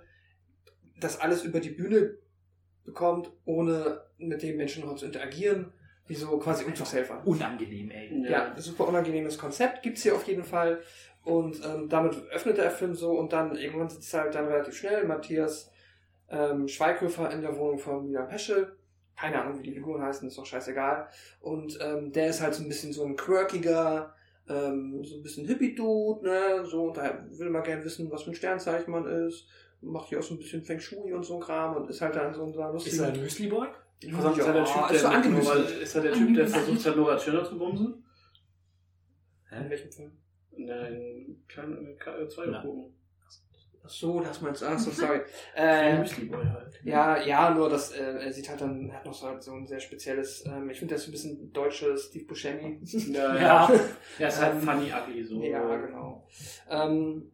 das alles über die Bühne bekommt, ohne mit dem Menschen noch zu interagieren, wie so quasi Umzugshelfer. Unangenehm, ey. Ja, super unangenehmes Konzept, gibt's hier auf jeden Fall. Und ähm, damit öffnet der Film so und dann irgendwann sitzt halt dann relativ schnell Matthias ähm, Schweighöfer in der Wohnung von Milan Peschel. Keine Ahnung, wie die Figuren heißen, ist doch scheißegal. Und ähm, der ist halt so ein bisschen so ein quirkiger, ähm, so ein bisschen Hippie-Dude, ne? So, und da will man gerne wissen, was für ein Sternzeichen man ist. Macht hier auch so ein bisschen Feng Shui und so ein Kram und ist halt dann so ein so lustiger... Ist er ein Müsli-Boy? Ich muss sagen, ist er der Typ, ist so der, angemüsst. ist er der, typ, der versucht hat, Nora Tschirner zu bumsen? In welchem Film? Nein, kann, kann zwei gucken. Ach so, das meinst du. Ach so, sorry. Ein äh, Müsli-Boy halt. ja, ja, nur dass äh, er sieht halt dann, er hat noch so, halt so ein sehr spezielles, ähm, ich finde, das ist ein bisschen deutsches Steve Buscemi. Ja, Ja. ja. Ja, ist halt Ähm, funny ugly so. Ja, genau. Ähm,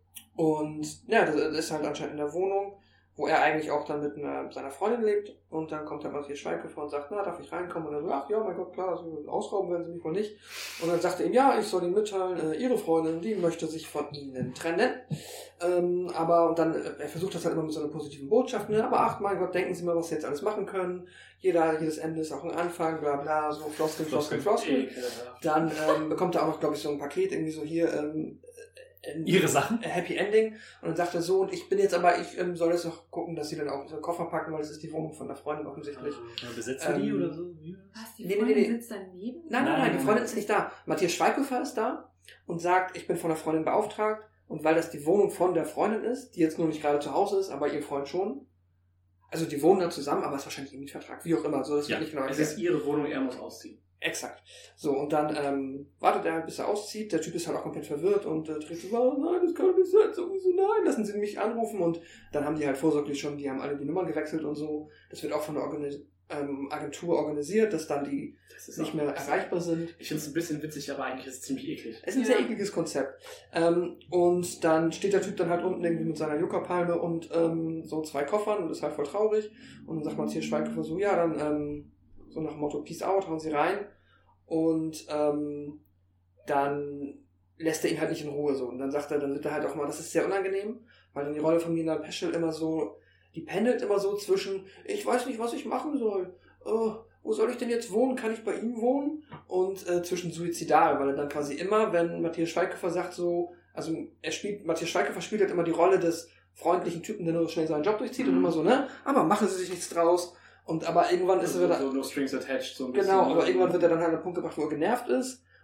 und ja, das, das ist halt anscheinend in der Wohnung, wo er eigentlich auch dann mit einer, seiner Freundin lebt. Und dann kommt dann Matthias Schweighöfer und sagt, na, darf ich reinkommen? Und er so, ach ja, mein Gott, klar, so ausrauben werden sie mich wohl nicht. Und dann sagt er ihm, ja, ich soll ihm mitteilen, äh, ihre Freundin, die möchte sich von ihnen trennen. Ähm, aber, und dann, äh, er versucht das halt immer mit so einer positiven Botschaft, ne? Aber ach, mein Gott, denken Sie mal, was Sie jetzt alles machen können. Jeder, jedes Ende ist auch ein Anfang, bla bla, so Floskeln, Floskeln, Floskeln. Ekelhaft. Dann ähm, bekommt er auch noch, glaube ich, so ein Paket, irgendwie so hier, ähm, äh, Ihre Sachen? Happy Ending. Und dann sagt er so, und ich bin jetzt aber, ich ähm, soll jetzt noch gucken, dass sie dann auch so einen Koffer packen, weil das ist die Wohnung von der Freundin offensichtlich. Ja, besetzt er die Ähm, oder so? Wie? Was, die Nee, nee, Freundin nee, nee. sitzt daneben? Nein, nein, nein, Nein, die nein, Freundin nein. ist nicht da. Matthias Schweighöfer ist da und sagt, ich bin von der Freundin beauftragt. Und weil das die Wohnung von der Freundin ist, die jetzt nur nicht gerade zu Hause ist, aber ihr Freund schon. Also die wohnen da zusammen, aber es ist wahrscheinlich ein Mietvertrag, wie auch immer. So, das Ja, wird nicht genau Es erklärt. ist ihre Wohnung, er muss ausziehen. Exakt. So, und dann ähm, wartet er halt, bis er auszieht. Der Typ ist halt auch komplett verwirrt und äh, dreht so, oh, nein, das kann doch nicht sein, sowieso nein, lassen Sie mich anrufen. Und dann haben die halt vorsorglich schon, die haben alle die Nummern gewechselt und so. Das wird auch von der Organis- ähm, Agentur organisiert, dass dann die Das ist nicht auch- mehr erreichbar sind. Ich finde es ein bisschen witzig, aber eigentlich ist es ziemlich eklig. Es ist ein Ja. sehr ekliges Konzept. Ähm, und dann steht der Typ dann halt unten irgendwie mit seiner Yucca-Palme und ähm, so zwei Koffern und ist halt voll traurig. Und dann sagt Matthias Schweighöfer so, ja, dann ähm, so nach dem Motto, Peace out, hauen Sie rein. Und ähm, dann lässt er ihn halt nicht in Ruhe so. Und dann sagt er, dann wird er halt auch mal, das ist sehr unangenehm, weil dann die Rolle von Milan Peschel immer so, die pendelt immer so zwischen, ich weiß nicht, was ich machen soll. Oh, wo soll ich denn jetzt wohnen? Kann ich bei ihm wohnen? Und äh, zwischen suizidal, weil er dann quasi immer, wenn Matthias Schweighöfer sagt so, also er spielt, Matthias Schweighöfer spielt halt immer die Rolle des freundlichen Typen, der nur schnell seinen Job durchzieht und immer so, ne, aber machen Sie sich nichts draus. Und aber irgendwann ist er so, wieder, so no strings attached, so ein bisschen. genau, aber irgendwann wird er dann halt an den Punkt gebracht, wo er genervt ist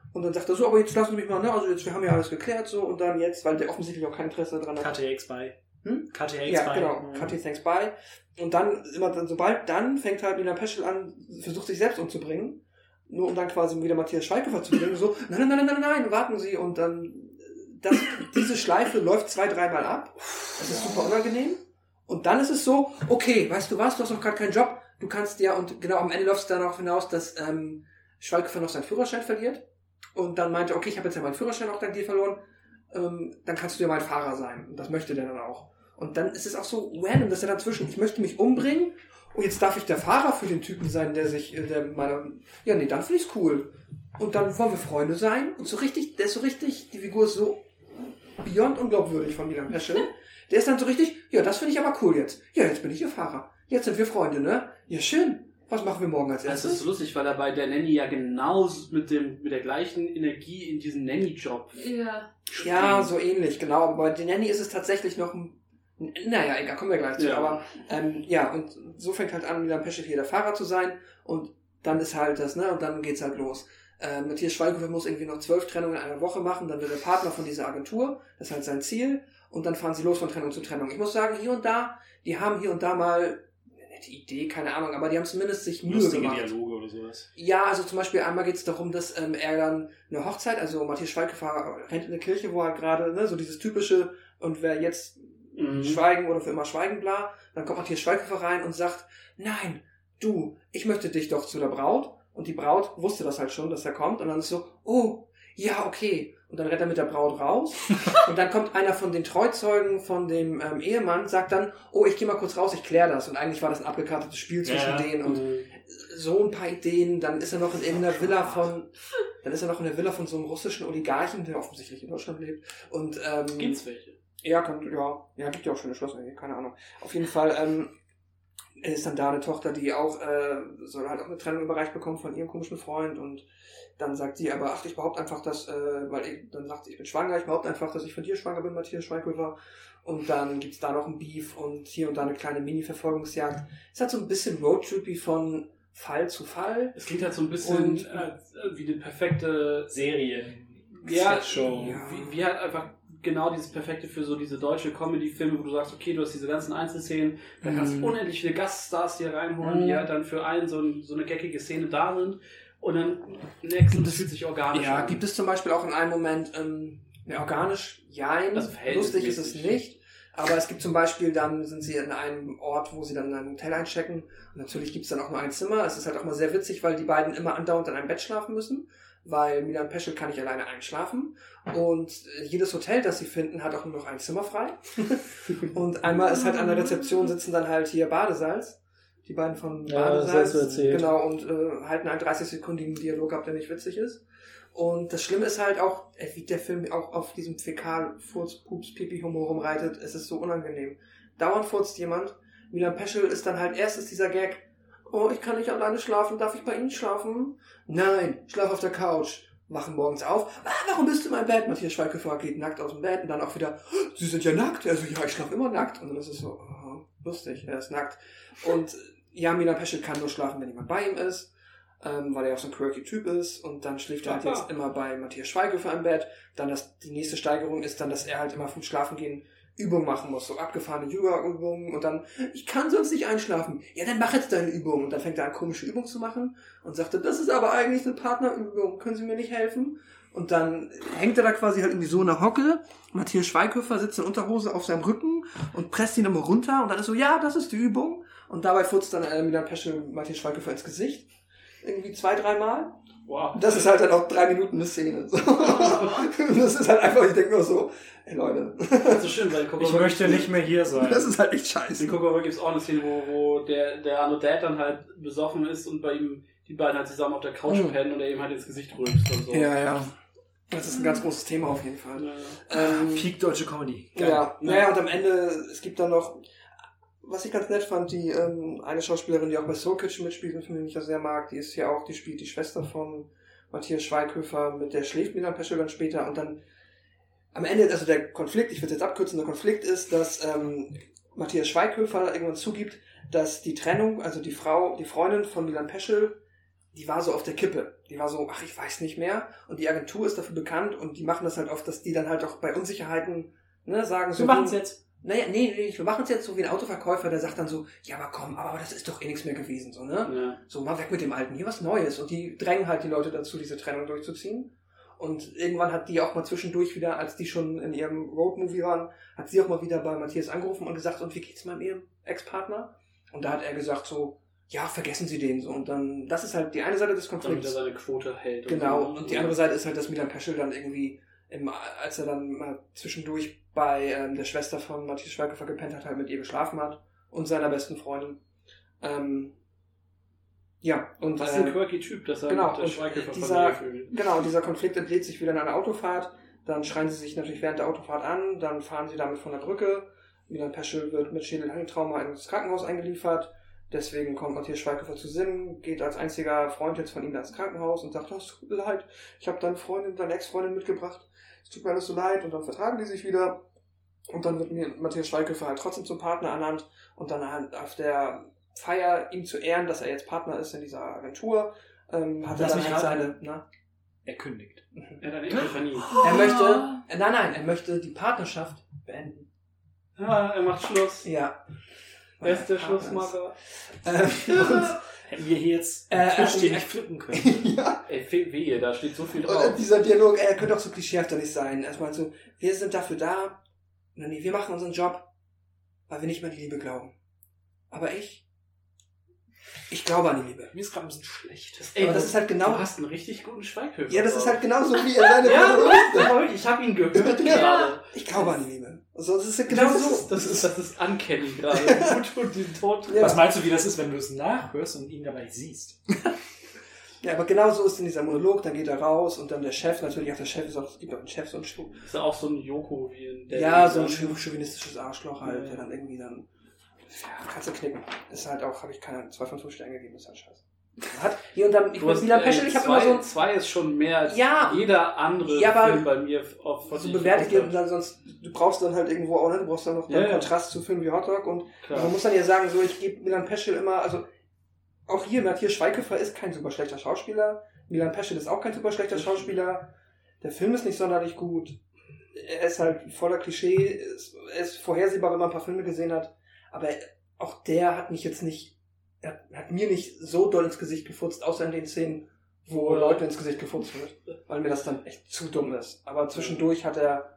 Und dann sagt er so, aber jetzt lassen Sie mich mal, ne, also jetzt, wir haben ja alles geklärt, so, und dann jetzt, weil der offensichtlich auch kein Interesse daran hat. K T X bei. Hm? K T X Ja, bei. genau, Mhm. K T Thanks Bye. Und dann, immer dann, sobald, dann fängt halt Milan Peschel an, versucht sich selbst umzubringen, nur um dann quasi wieder Matthias Schweighöfer zu bringen, so, nein, nein, nein, nein, nein, warten Sie, und dann, das, diese Schleife läuft zwei, dreimal ab, das ist super unangenehm, und dann ist es so, okay, weißt du was, du hast noch gerade keinen Job, du kannst ja, und genau am Ende läuft es dann auch hinaus, dass ähm, Schweighöfer noch seinen Führerschein verliert, und dann meinte, okay, ich habe jetzt ja meinen Führerschein auch dank dir verloren, ähm, dann kannst du ja mein Fahrer sein, und das möchte der dann auch. Und dann ist es auch so random, dass er dazwischen, ich möchte mich umbringen, und jetzt darf ich der Fahrer für den Typen sein, der sich, der meiner, ja, nee, dann finde ich's cool. Und dann wollen wir Freunde sein, und so richtig, der ist so richtig, die Figur ist so beyond unglaubwürdig von Milan Peschel. Der ist dann so richtig, ja, das finde ich aber cool jetzt. Ja, jetzt bin ich Ihr Fahrer. Jetzt sind wir Freunde, ne? Ja, schön. Was machen wir morgen als Das erstes? ist so lustig, weil er bei der Nanny ja genau mit dem mit der gleichen Energie in diesen Nanny-Job Ja. Ja, so ähnlich, genau. Aber bei den Nanny ist es tatsächlich noch ein, naja, egal, kommen wir gleich zu. Ja. Aber ähm, ja, und so fängt halt an, Milan Peschel hier der Fahrer zu sein, und dann ist halt das, ne, und dann geht's halt los. Äh, Matthias Schweighöfer muss irgendwie noch zwölf Trennungen in einer Woche machen, dann wird er Partner von dieser Agentur, das ist halt sein Ziel, und dann fahren sie los von Trennung zu Trennung. Ich muss sagen, hier und da, die haben hier und da mal die Idee, keine Ahnung, aber die haben zumindest sich Mühe Lustige gemacht. Dialoge oder sowas. Ja, also zum Beispiel einmal geht es darum, dass ähm, er dann eine Hochzeit, also Matthias Schweighöfer rennt in eine Kirche, wo er gerade, ne, so dieses typische, und wer jetzt Mhm. schweigen oder für immer schweigen, bla, dann kommt Matthias Schweighöfer rein und sagt, nein, du, ich möchte dich doch zu der Braut, und die Braut wusste das halt schon, dass er kommt, und dann ist so, oh, ja, okay, und dann rennt er mit der Braut raus, und dann kommt einer von den Treuzeugen von dem ähm, Ehemann, sagt dann, oh, ich gehe mal kurz raus, ich kläre das, und eigentlich war das ein abgekartetes Spiel zwischen Ja, denen, und so ein paar Ideen, dann ist er noch in irgendeiner Villa von, dann ist er noch in der Villa von so einem russischen Oligarchen, der offensichtlich in Deutschland lebt, und ähm, Gibt's welche? ja, kann, ja, ja, gibt ja auch schöne Schlösser, keine Ahnung. Auf jeden Fall ähm, ist dann da eine Tochter, die auch äh, soll halt auch eine Trennung überreicht bekommen von ihrem komischen Freund, und dann sagt sie aber, ach, ich behaupte einfach, dass, äh, weil ich, dann sagt sie, ich bin schwanger, ich behaupte einfach, dass ich von dir schwanger bin, Matthias Schweighöfer, und dann gibt's da noch ein Beef und hier und da eine kleine Mini-Verfolgungsjagd. Es hat so ein bisschen Roadtrippy von Fall zu Fall. Es klingt halt so ein bisschen Und- äh, wie eine perfekte Serien. Ja, Show. Ja. Wie, wie halt einfach genau dieses Perfekte für so diese deutsche Comedy-Filme, wo du sagst, okay, du hast diese ganzen Einzelszenen, da kannst du Mhm. unendlich viele Gaststars hier reinholen, Mhm. die halt dann für einen so, ein, so eine geckige Szene da sind, und dann nächsten, das fühlt sich organisch Ja, an. gibt es zum Beispiel auch in einem Moment, ähm, ja, organisch, jein, Also lustig ist es verhältnismäßig. nicht, aber es gibt zum Beispiel, dann sind sie in einem Ort, wo sie dann in ein Hotel einchecken, und natürlich gibt es dann auch nur ein Zimmer. Es ist halt auch mal sehr witzig, weil die beiden immer andauernd in einem Bett schlafen müssen, weil Milan Peschel kann nicht alleine einschlafen, und jedes Hotel, das sie finden, hat auch nur noch ein Zimmer frei. Und einmal ist halt an der Rezeption sitzen dann halt hier Badesalz, die beiden von Ja, das Badesalz, hast du erzählt. genau, und äh, halten einen dreißig-sekündigen Dialog ab, der nicht witzig ist. Und das Schlimme ist halt auch, äh, wie der Film auch auf diesem Fäkal-Furz-Pups-Pipi-Humor rumreitet, es ist so unangenehm. Dauernd furzt jemand, Milan Peschel ist dann halt erstens dieser Gag, oh, ich kann nicht alleine schlafen, darf ich bei Ihnen schlafen? Nein, schlaf auf der Couch. Wachen morgens auf, ah, warum bist du in meinem Bett? Matthias Schweighöfer geht nackt aus dem Bett, und dann auch wieder, oh, Sie sind ja nackt. Also ja, ich schlafe immer nackt. Und dann ist es so, oh, lustig, er ist nackt. Und äh, ja, Milan Peschel kann nur schlafen, wenn jemand bei ihm ist, ähm, weil er auch so ein quirky Typ ist, und dann schläft er halt jetzt immer bei Matthias Schweighöfer im Bett. Dann das, die nächste Steigerung ist dann, dass er halt immer vom Schlafengehen Übungen machen muss, so abgefahrene Yoga-Übungen, und dann, ich kann sonst nicht einschlafen. Ja, dann mach jetzt deine Übung. Und dann fängt er an, komische Übungen zu machen und sagte, das ist aber eigentlich eine Partnerübung, können Sie mir nicht helfen? Und dann hängt er da quasi halt irgendwie so in der Hocke. Matthias Schweighöfer sitzt in Unterhose auf seinem Rücken und presst ihn immer runter, und dann ist so, ja, das ist die Übung. Und dabei furzt dann äh, Milan Peschel Matthias Schweighöfer ins Gesicht. Irgendwie zwei, dreimal. Wow. Das ist halt dann auch drei Minuten eine Szene. So. Das ist halt einfach, ich denke nur so, ey Leute, Das ist so schön, weil in Ich Coco möchte nicht mehr hier sein. das ist halt echt scheiße. In Coco gibt es auch eine Szene, wo, wo der, der Arno Dad dann halt besoffen ist und bei ihm die beiden halt zusammen auf der Couch Mhm. pennen und er ihm halt ins Gesicht rülpst und so. Ja, ja. Das ist ein ganz großes Thema auf jeden Fall. Ja. Ähm, Peak deutsche Comedy. Geil. ja, naja, und am Ende, es gibt dann noch, was ich ganz nett fand, die ähm, eine Schauspielerin, die auch bei Soul Kitchen mitspielt, einen Film, den ich ja sehr mag, die ist ja auch, die spielt die Schwester von Matthias Schweighöfer, mit der schläft Milan Peschel dann später, und dann am Ende, also der Konflikt, ich würde jetzt abkürzen, der Konflikt ist, dass ähm, Matthias Schweighöfer irgendwann zugibt, dass die Trennung, also die Frau, die Freundin von Milan Peschel, die war so auf der Kippe. Die war so, ach, ich weiß nicht mehr. Und die Agentur ist dafür bekannt und die machen das halt oft, dass die dann halt auch bei Unsicherheiten, ne, sagen so. Wir machen's jetzt. Naja, nee, nee, wir machen es jetzt so wie ein Autoverkäufer, der sagt dann so, ja, aber komm, aber das ist doch eh nichts mehr gewesen, so, ne? Ja. So, mal weg mit dem Alten, hier was Neues. Und die drängen halt die Leute dazu, diese Trennung durchzuziehen. Und irgendwann hat die auch mal zwischendurch wieder, als die schon in ihrem Roadmovie waren, hat sie auch mal wieder bei Matthias angerufen und gesagt, und wie geht's meinem Ex-Partner? Und da hat er gesagt so, ja, vergessen Sie den so. Und dann, das ist halt die eine Seite des Damit Konflikts. er seine Quote hält. Genau, so. und die andere Seite ist halt, dass Milan Peschel dann irgendwie, im, als er dann mal zwischendurch bei ähm, der Schwester von Matthias Schweighöfer gepennt hat, halt mit ihr geschlafen hat und seiner besten Freundin. Ähm, ja, und Was äh, ein quirky Typ, dass er genau, mit der und Schweighöfer dieser, Familie fühlt. genau, dieser Konflikt entlädt sich wieder in einer Autofahrt. Dann schreien sie sich natürlich während der Autofahrt an, dann fahren sie damit von der Brücke. Milan Peschel wird mit Schädelhirntrauma ins Krankenhaus eingeliefert. Deswegen kommt Matthias Schweighöfer zu Sinn, geht als einziger Freund jetzt von ihm ins Krankenhaus und sagt, oh, es tut mir leid, ich habe deine Freundin, deine Ex-Freundin mitgebracht, es tut mir alles so leid. Und dann vertragen die sich wieder und dann wird mir Matthias Schweighöfer halt trotzdem zum Partner ernannt und dann halt auf der Feier, ihm zu ehren, dass er jetzt Partner ist in dieser Agentur, ähm, hat Lass er mich dann halt raten. seine... Na? Er kündigt. Er hat eine Epiphanie. Er möchte, äh, nein, nein, er möchte die Partnerschaft beenden. Ja, er macht Schluss. Ja. Er ist der Partner Schlussmacher. ist. Ähm, und, Hätten wir hier jetzt Äh, einen Tisch, äh, den äh, ich flippen können. ja. Ey, fe- wehe, da steht so viel Und drauf. dieser Dialog, er könnte auch so klischeehafter nicht sein. Erstmal so, wir sind dafür da, und nee, wir machen unseren Job, weil wir nicht mehr an die Liebe glauben. Aber ich, ich glaube an die Liebe. Mir ist gerade ein bisschen schlecht. Ey, aber das ist halt genau- Du hast einen richtig guten Schweighöfer. Ja, das ist halt genauso wie er seine Ja, Monologe- aber wirklich, ich habe ihn gehört Ja. gerade. Ich glaube an die Liebe. Also, das ist halt genau Das so. ist, das ist, das ist uncanny gerade. Gut und den Tod. Ja. Was meinst du, wie das ist, wenn du es nachhörst und ihn dabei nicht siehst? Ja, aber genau so ist in dieser Monolog, dann geht er raus und dann der Chef, natürlich auch der Chef ist auch, es gibt auch einen Chef, so einen Schu- Ist ja auch so ein Joko wie in der. Ja, so ein chau- chauvinistisches Arschloch halt, Ja. der dann irgendwie dann, ja, kannst du knicken. Ist halt auch, habe ich keine zwei von fünf Sternen gegeben, ist halt scheiße. Hat hier und dann, ich Du bin hast, Milan ey, Peschel, ich habe zwei, immer so, zwei ist schon mehr als Ja. jeder andere Ja, aber Film bei mir auf so bewerte ich dir und dann sonst, du brauchst dann halt irgendwo auch, ne, du brauchst dann noch Ja, den ja. Kontrast zu Filmen wie Hot Dog und Klar. man muss dann ja sagen, so, ich gebe Milan Peschel immer, also, auch hier, Matthias Schweighöfer ist kein super schlechter Schauspieler, Milan Peschel ist auch kein super schlechter Schauspieler, der Film ist nicht sonderlich gut, er ist halt voller Klischee, ist- er ist vorhersehbar, wenn man ein paar Filme gesehen hat, aber auch der hat mich jetzt nicht, er hat mir nicht so doll ins Gesicht gefurzt, außer in den Szenen, wo Ja. Leute ins Gesicht gefurzt wird, weil mir das dann echt zu dumm ist. Aber zwischendurch hat er,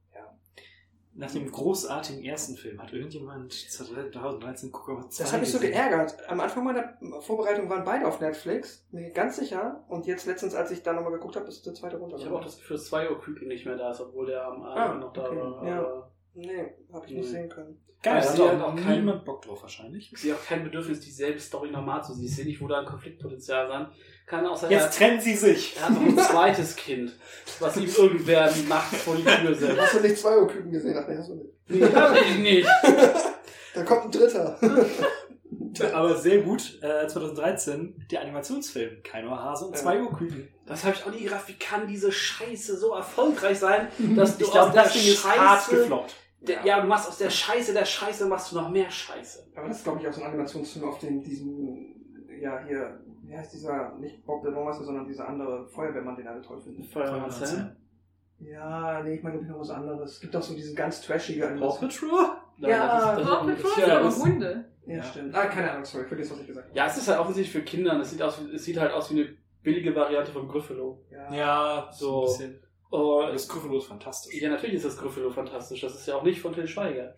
Nach dem großartigen ersten Film hat irgendjemand zweitausenddreizehn Gucker zwei das hat mich so gesehen. geärgert. Am Anfang meiner Vorbereitung waren beide auf Netflix, mir ganz sicher, und jetzt letztens, als ich da nochmal geguckt habe, ist der zweite runter. Ich habe auch das Gefühl, dass zwei Uhr Küken nicht mehr da ist, obwohl der am Ah, Abend noch da okay. war. Ja. Aber Nee, habe ich nicht Nee. sehen können. Geil, Ich da hat sehe auch, halt auch auch keinen- niemand Bock drauf wahrscheinlich. ich sehe auch kein Bedürfnis, dieselbe Story nochmal zu sehen. Ich sehe nicht, wo da ein Konfliktpotenzial sein kann, außer Jetzt trennen sie sich. er hat noch ein zweites Kind, was ihm irgendwer nachts vor die Tür setzt. Hast du nicht zwei Uhr-Küken gesehen? Ach nee, hast du nicht. Nee, hab ich nicht. Da kommt ein dritter. Aber sehr gut, äh, zweitausenddreizehn, der Animationsfilm. Kein Ohrhase und Ja. zwei Uhr Küken. Das habe ich auch nie gerafft. Wie kann diese Scheiße so erfolgreich sein, dass du Ich glaube, aus der das Ding ist hart Scheiße... gefloppt. Der, ja, du machst aus der Scheiße der Scheiße, machst du noch mehr Scheiße. Aber das ist, glaube ich, auch so ein Animationsfilm auf dem, diesem, ja, hier, wie heißt dieser, nicht Bob der Baumeister, sondern dieser andere Feuerwehrmann, den alle toll finden. Feuerwehrmann Sam? Ja, nee, ich meine, glaube ich, noch was anderes. Es gibt auch so diese ganz trashige Paw Animation. Patrol? Nein, Ja, das ist, Paw das Patrol ist, sind ja, aber das, Hunde. Ja, Ja. stimmt. Ah, keine Ahnung, sorry, vergiss, was ich gesagt habe. ja, es ist halt offensichtlich für Kinder. und Es sieht, aus, wie- es sieht halt aus wie eine billige Variante von Gryffalo. Ja. Ja, So. so ein bisschen. Oh, Aber das Gryffalo ist fantastisch. ja, natürlich ist das Gryffalo fantastisch. Das ist ja auch nicht von Til Schweiger.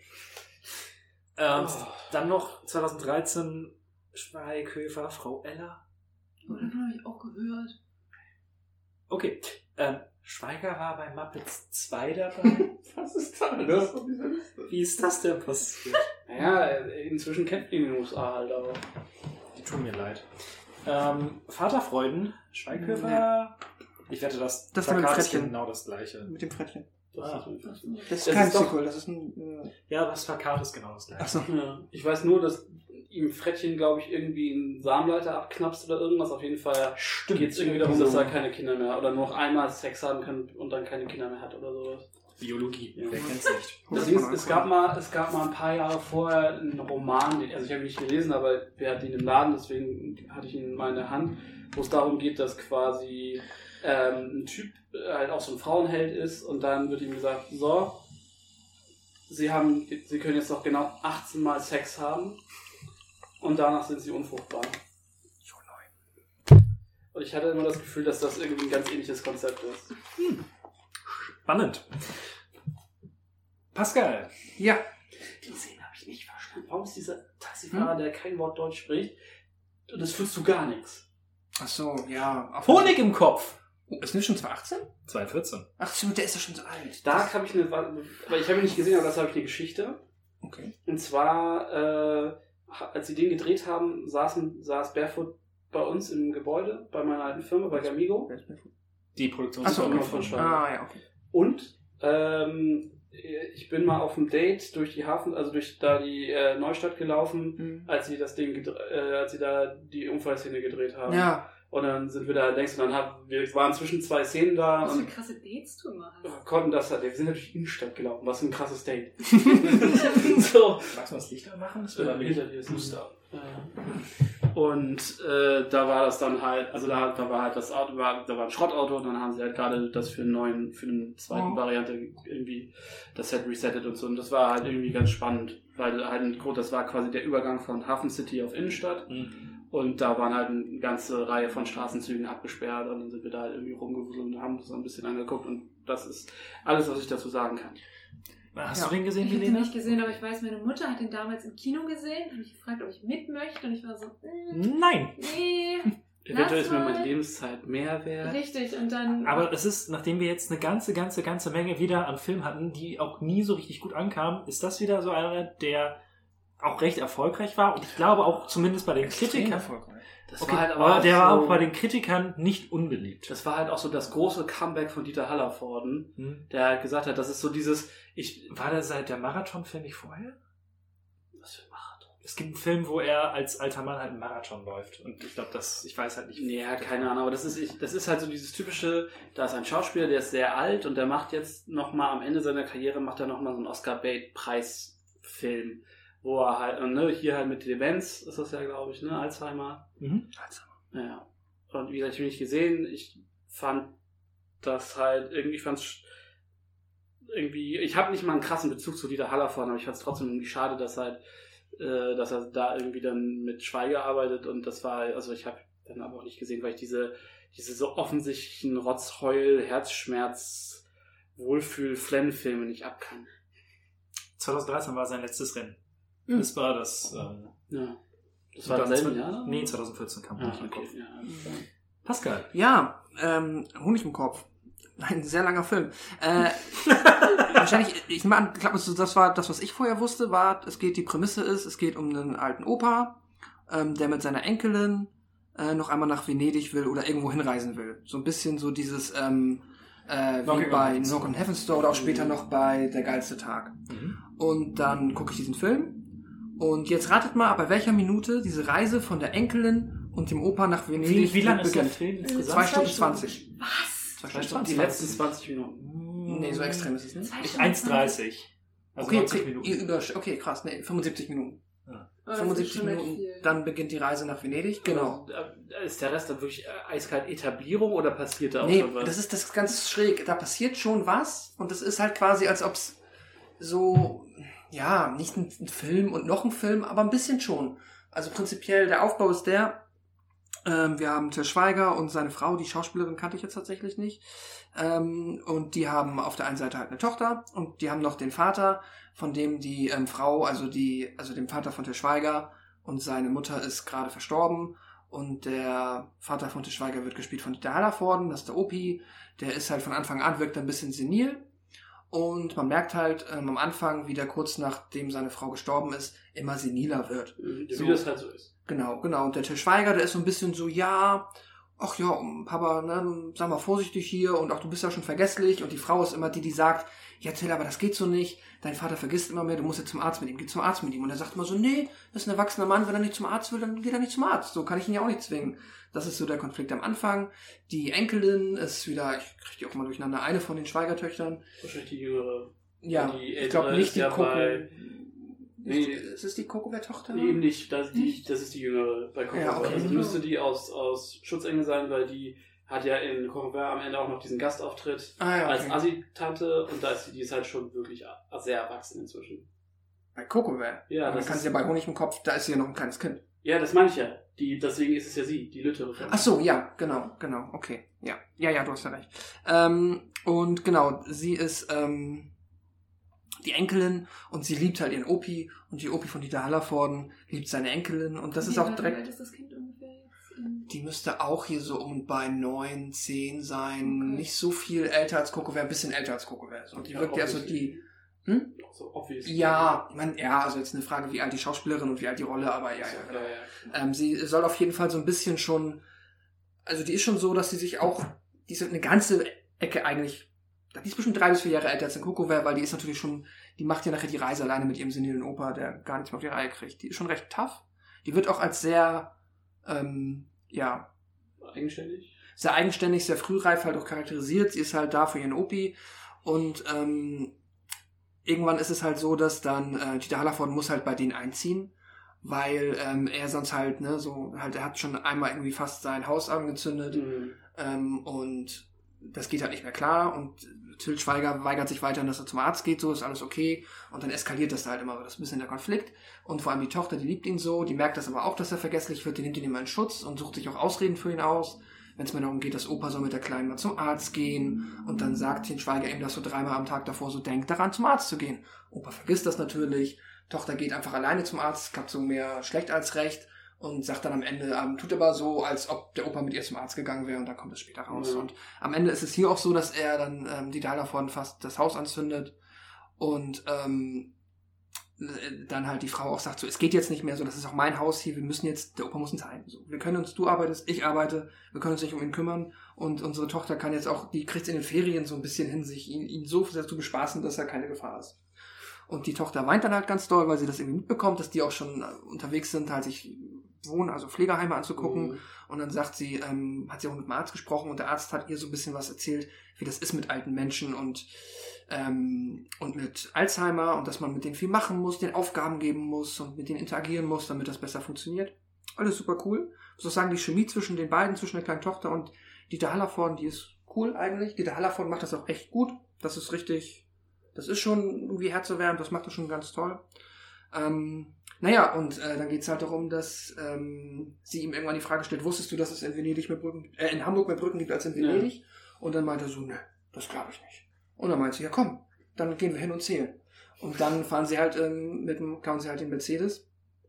Ähm, Oh. Dann noch zweitausenddreizehn Schweighöfer, Frau Ella. Oh, dann habe ich auch gehört. Okay. Ähm, Schweiger war bei Muppets zwei dabei. Was ist da? Ne? Wie ist das denn passiert? Naja, inzwischen kennt man ihn in den U S A halt auch. Die tun mir leid. Ähm, Vaterfreuden, Schweighöfer. Ich wette, das, Das mit dem Plakat ist Frettchen. genau das gleiche. Mit dem Frettchen. Das Ah. ist Das ist Das kein ist doch- Sequel, das ist ein, äh, Ja, das Plakat ist genau das gleiche. achso. Ja. Ich weiß nur, dass ihm Frettchen, glaube ich, irgendwie einen Samenleiter abknapst oder irgendwas. Auf jeden Fall Stimmt. geht es irgendwie darum, dass er keine Kinder mehr oder nur noch einmal Sex haben kann und dann keine Kinder mehr hat oder sowas. Biologie. Ja. Wer kennt's nicht? Das Ding ist, es gab mal, es gab mal ein paar Jahre vorher einen Roman, den, also ich habe ihn nicht gelesen, aber wir hatten ihn im Laden, deswegen hatte ich ihn in meiner Hand. wo es darum geht, dass quasi ähm, ein Typ halt auch so ein Frauenheld ist und dann wird ihm gesagt, so, sie haben, sie können jetzt noch genau achtzehn Mal Sex haben und danach sind sie unfruchtbar. Und ich hatte immer das Gefühl, dass das irgendwie ein ganz ähnliches Konzept ist. Hm. Spannend. Pascal. Ja. Die Szene habe ich nicht verstanden. Warum ist dieser Taxifahrer, hm? der kein Wort Deutsch spricht, und das fühlst du gar nichts? Ach so, ja. Honig im Kopf. Oh, ist nicht schon zwanzig achtzehn? zwanzig vierzehn. Ach so, der ist ja schon so alt. Da habe ich eine, weil ich habe ihn nicht gesehen, aber das habe ich eine Geschichte. Okay. Und zwar, äh, als sie den gedreht haben, saßen, saß Barefoot bei uns im Gebäude, bei meiner alten Firma, bei Gamigo. Die Produktionsfirma okay. von Schweiger. Ah, ja, okay. Und ähm, ich bin mal auf einem Date durch die Hafen, also durch da die äh, Neustadt gelaufen, mhm. als sie das Ding, gedre- äh, als sie da die Unfallszene gedreht haben. Ja. Und dann sind wir da längs und dann haben wir waren zwischen zwei Szenen da. Was für und krasse Dates du immer hast. konnten das halt, wir sind natürlich in die Stadt gelaufen, was für ein krasses Date. So. Magst du das Licht anmachen? Das Äh, hinter dir ist Muster. Und äh, da war das dann halt, also da, da war halt das Auto, war, da war ein Schrottauto und dann haben sie halt gerade das für einen neuen, für eine zweite oh. Variante irgendwie das Set resettet und so. Und das war halt irgendwie ganz spannend, weil halt ein Grund, das war quasi der Übergang von Hafen City auf Innenstadt. Mhm. Und da waren halt eine ganze Reihe von Straßenzügen abgesperrt und dann sind wir da halt irgendwie rumgewuselt und haben das so ein bisschen angeguckt und das ist alles, was ich dazu sagen kann. Hast ja. du den gesehen, Ich habe Helene? ihn nicht gesehen, aber ich weiß, meine Mutter hat ihn damals im Kino gesehen, hat mich gefragt, ob ich mit möchte und ich war so, mm, Nein. nee. Eventuell ist mir mal. meine Lebenszeit mehr wert. Richtig, und dann... Aber es ist, nachdem wir jetzt eine ganze, ganze, ganze Menge wieder an Filmen hatten, die auch nie so richtig gut ankamen, ist das wieder so einer, der auch recht erfolgreich war und ich glaube auch zumindest bei den Kritikern erfolgreich. Das okay, war halt aber aber auch der so, war auch bei den Kritikern nicht unbeliebt. Das war halt auch so das große Comeback von Dieter Hallervorden, hm. der halt gesagt hat, das ist so dieses... Ich, war der seit der Marathon-Film nicht vorher? Was für ein Marathon? Es gibt einen Film, wo er als alter Mann halt einen Marathon läuft und ich glaube, das, ich weiß halt nicht... Ja, keine Ahnung, aber das ist, ich, das ist halt so dieses typische, da ist ein Schauspieler, der ist sehr alt und der macht jetzt nochmal am Ende seiner Karriere, macht er nochmal so einen Oscar-Bait-Preis-Film, wo er halt, ne, hier halt mit Demenz ist das ja, glaube ich, ne, Alzheimer. Mhm. Alzheimer. Ja. Und wie gesagt, ich habe ihn nicht gesehen, ich fand das halt, irgendwie fand es irgendwie, ich habe nicht mal einen krassen Bezug zu Dieter Hallervorden, aber ich fand es trotzdem irgendwie schade, dass halt, äh, dass er da irgendwie dann mit Schweiger arbeitet und das war, also ich habe dann aber auch nicht gesehen, weil ich diese, diese so offensichtlichen Rotzheul, Herzschmerz, Wohlfühl, Flenn-Filme nicht abkann. zwanzig dreizehn war sein letztes Rennen. Mhm. Das war das, ähm, ja. Das war das selbe Jahr? Nee, zwanzig vierzehn kam ja, nicht im okay. Kopf. Ja, Pascal. Ja, ähm, Honig im Kopf. Ein sehr langer Film. Äh, wahrscheinlich, ich meine, das war das, was ich vorher wusste, war, es geht, die Prämisse ist, es geht um einen alten Opa, ähm, der mit seiner Enkelin äh, noch einmal nach Venedig will oder irgendwo hinreisen will. So ein bisschen so dieses, ähm, äh, wie bei Knock on Heaven's Door oder auch später noch bei Der geilste Tag. Mhm. Und dann gucke ich diesen Film und jetzt ratet mal, bei welcher Minute diese Reise von der Enkelin und dem Opa nach Venedig Wie, wie lange ist der beginnt. Film insgesamt? Zwei Stunden zwanzig. Was? Zwei Stunden Die letzten zwanzig Minuten. Nee, so extrem ist es nicht. Ich eins dreißig. Also okay, neunzig okay, Minuten. Ihr über, okay, krass, nee, fünfundsiebzig Minuten. Ja. Oh, fünfundsiebzig Minuten, dann beginnt die Reise nach Venedig. Genau. Ist der Rest dann wirklich eiskalt Etablierung oder passiert da auch nee, schon was? das ist das ist ganz schräg. Da passiert schon was und es ist halt quasi, als ob es so, ja, nicht ein, ein Film und noch ein Film, aber ein bisschen schon. Also prinzipiell, der Aufbau ist der, ähm, wir haben Til Schweiger und seine Frau, die Schauspielerin kannte ich jetzt tatsächlich nicht. Ähm, und die haben auf der einen Seite halt eine Tochter und die haben noch den Vater, von dem die ähm, Frau, also die, also dem Vater von Til Schweiger und seine Mutter ist gerade verstorben und der Vater von Til Schweiger wird gespielt von Dieter Hallervorden, das ist der Opi, der ist halt von Anfang an, wirkt ein bisschen senil und man merkt halt ähm, am Anfang, wie der kurz nachdem seine Frau gestorben ist, immer seniler wird. Wie so, das halt so ist. Genau, genau. Und der Til Schweiger, der ist so ein bisschen so, ja, ach ja, Papa, ne, sag mal vorsichtig hier und auch du bist ja schon vergesslich und die Frau ist immer die, die sagt, ja Till, aber das geht so nicht, dein Vater vergisst immer mehr, du musst jetzt zum Arzt mit ihm, geh zum Arzt mit ihm. Und er sagt immer so, nee, das ist ein erwachsener Mann, wenn er nicht zum Arzt will, dann geht er nicht zum Arzt. So kann ich ihn ja auch nicht zwingen. Das ist so der Konflikt am Anfang. Die Enkelin ist wieder, ich krieg die auch mal durcheinander, eine von den Schweigertöchtern. Wahrscheinlich die jüngere. Ja, die ich glaube nicht die ja gucken. bei, Nee, ist es die Kokoware-Tochter? Nee, eben nicht. Das, die, das ist die jüngere bei Kokoware. Ja, okay. Also müsste die aus, aus Schutzengel sein, weil die hat ja in Kokoware am Ende auch noch diesen Gastauftritt Ah, ja, als okay. Assi-Tante und da ist die, die ist halt schon wirklich sehr erwachsen inzwischen. Bei Kokoware? Ja, Aber das dann kann ist- sie ja bei Honig im Kopf, da ist sie ja noch ein kleines Kind. Ja, das meine ich ja. Die, deswegen ist es ja sie, die Lütte. Ach so, ja, genau, genau, okay. Ja, ja, ja, du hast ja recht. Ähm, und genau, sie ist ähm, die Enkelin und sie liebt halt ihren Opi und die Opi von Dieter Hallervorden liebt seine Enkelin und das Wie ist auch alt direkt... ist das Kind ungefähr jetzt? Ähm, Die müsste auch hier so um und bei neun, zehn sein. Okay. Nicht so viel älter als Kokoware, ein bisschen älter als Kokoware. So, die Ja, wirkt ja so obviously. die... Hm? So obvious. Ja, ich mein, ja, also jetzt eine Frage, wie alt die Schauspielerin und wie alt die Rolle, aber ja, ja, genau. Ja, ja. Ähm, sie soll auf jeden Fall so ein bisschen schon, also die ist schon so, dass sie sich auch, die ist eine ganze Ecke eigentlich, die ist bestimmt drei bis vier Jahre älter als in Kokoware, weil die ist natürlich schon, die macht ja nachher die Reise alleine mit ihrem senilen Opa, der gar nichts mehr auf die Reihe kriegt. Die ist schon recht tough. Die wird auch als sehr, ähm, ja, Eigenständig. sehr eigenständig, sehr frühreif halt auch charakterisiert. Sie ist halt da für ihren Opi und ähm, irgendwann ist es halt so, dass dann äh, Dieter Hallervorden muss halt bei denen einziehen, weil ähm, er sonst halt, ne, so halt, er hat schon einmal irgendwie fast sein Haus angezündet Mhm. ähm, und das geht halt nicht mehr klar und Til Schweiger weigert sich weiterhin, dass er zum Arzt geht, so ist alles okay und dann eskaliert das da halt immer so, das ist ein bisschen der Konflikt und vor allem die Tochter, die liebt ihn so, die merkt das aber auch, dass er vergesslich wird, die nimmt ihn immer in Schutz und sucht sich auch Ausreden für ihn aus, wenn es mir darum geht, dass Opa soll mit der Kleinen mal zum Arzt gehen und dann sagt Til Schweiger ihm, dass so dreimal am Tag davor so denkt, daran zum Arzt zu gehen. Opa vergisst das natürlich, Tochter geht einfach alleine zum Arzt, klappt so mehr schlecht als recht und sagt dann am Ende, ähm, tut aber so, als ob der Opa mit ihr zum Arzt gegangen wäre und dann kommt es später raus. Ja. Und am Ende ist es hier auch so, dass er dann ähm, die Hallervorden fast das Haus anzündet und ähm, dann halt die Frau auch sagt, so, es geht jetzt nicht mehr so, das ist auch mein Haus hier, wir müssen jetzt, der Opa muss uns heim. So, wir können uns, du arbeitest, ich arbeite, wir können uns nicht um ihn kümmern und unsere Tochter kann jetzt auch, die kriegt in den Ferien so ein bisschen hin, sich ihn, ihn so sehr zu bespaßen, dass er keine Gefahr ist. Und die Tochter weint dann halt ganz doll, weil sie das irgendwie mitbekommt, dass die auch schon unterwegs sind, halt sich wohnen, also Pflegeheime anzugucken. Mhm. Und dann sagt sie, ähm, hat sie auch mit dem Arzt gesprochen und der Arzt hat ihr so ein bisschen was erzählt, wie das ist mit alten Menschen und, ähm, und mit Alzheimer und dass man mit denen viel machen muss, denen Aufgaben geben muss und mit denen interagieren muss, damit das besser funktioniert. Alles super cool. Ich muss sagen, die Chemie zwischen den beiden, zwischen der kleinen Tochter und Dieter Hallervorden, die ist cool eigentlich. Dieter Hallervorden macht das auch echt gut. Das ist richtig, das ist schon irgendwie herzerwärmend, das macht er schon ganz toll. Ähm, naja, und äh, dann geht es halt darum, dass ähm, sie ihm irgendwann die Frage stellt, wusstest du, dass es in Venedig mehr Brücken, äh, in Hamburg mehr Brücken gibt als in Venedig? Ja. Und dann meint er so, ne, das glaube ich nicht. Und dann meint sie, ja komm, dann gehen wir hin und zählen. Und dann fahren sie halt ähm, mit dem, klauen sie halt den Mercedes.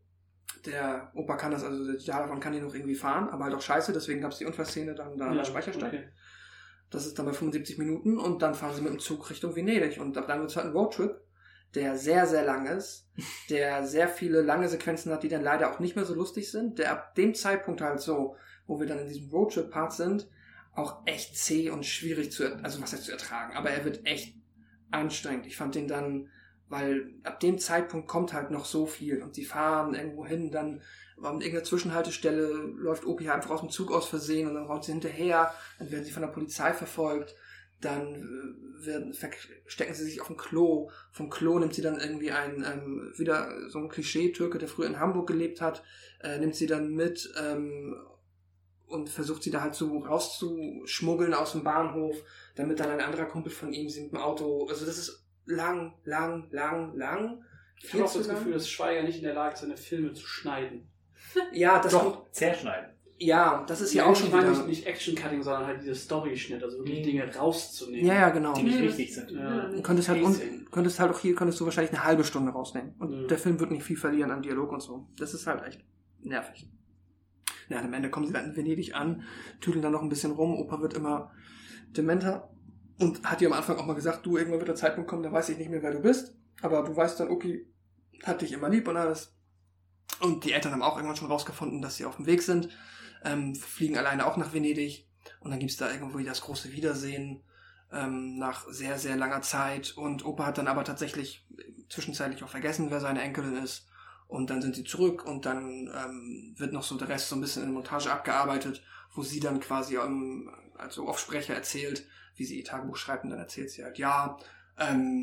Der Opa kann das, also der davon kann ihn noch irgendwie fahren, aber halt auch scheiße, deswegen gab es die Unfallszene dann da an der Speicherstadt. Okay. Das ist dann bei fünfundsiebzig Minuten und dann fahren sie mit dem Zug Richtung Venedig. Und ab dann wird es halt ein Roadtrip, der sehr, sehr lang ist, der sehr viele lange Sequenzen hat, die dann leider auch nicht mehr so lustig sind, der ab dem Zeitpunkt halt so, wo wir dann in diesem Roadtrip-Part sind, auch echt zäh und schwierig zu, also was heißt zu ertragen, aber er wird echt anstrengend. Ich fand den dann, weil ab dem Zeitpunkt kommt halt noch so viel und sie fahren irgendwo hin, dann an irgendeiner Zwischenhaltestelle läuft Opi einfach aus dem Zug aus Versehen und dann raunt sie hinterher, dann werden sie von der Polizei verfolgt, dann werden, verstecken sie sich auf dem Klo, vom Klo nimmt sie dann irgendwie ein, ähm, wieder so ein Klischee-Türke, der früher in Hamburg gelebt hat, äh, nimmt sie dann mit ähm, und versucht sie da halt so rauszuschmuggeln aus dem Bahnhof, damit dann ein anderer Kumpel von ihm sie mit dem Auto, also das ist lang, lang, lang, lang. Ich habe auch das Gefühl, dass Schweiger nicht in der Lage ist, seine Filme zu schneiden. Ja, das Doch, zerschneiden. Ja, das ist ja, ja auch schon ich meine wieder... nicht, nicht Action-Cutting, sondern halt diese Story-Schnitt, also wirklich mhm. Dinge rauszunehmen. Ja, ja, genau. Die nicht wichtig sind. Ja. Du könntest halt, un- könntest halt auch hier, könntest du wahrscheinlich eine halbe Stunde rausnehmen. Und mhm. der Film wird nicht viel verlieren an Dialog und so. Das ist halt echt nervig. Ja, am Ende kommen sie dann in Venedig an, tüdeln dann noch ein bisschen rum, Opa wird immer dementer und hat ihr am Anfang auch mal gesagt, du, irgendwann wird der Zeitpunkt kommen, da weiß ich nicht mehr, wer du bist, aber du weißt dann, Opi hat dich immer lieb und alles. Und die Eltern haben auch irgendwann schon rausgefunden, dass sie auf dem Weg sind, ähm, fliegen alleine auch nach Venedig und dann gibt's da irgendwo wieder das große Wiedersehen ähm, nach sehr, sehr langer Zeit und Opa hat dann aber tatsächlich zwischenzeitlich auch vergessen, wer seine Enkelin ist. Und dann sind sie zurück und dann ähm, wird noch so der Rest so ein bisschen in der Montage abgearbeitet, wo sie dann quasi ähm, also Offsprecher erzählt, wie sie ihr Tagebuch schreibt und dann erzählt sie halt, ja, ähm,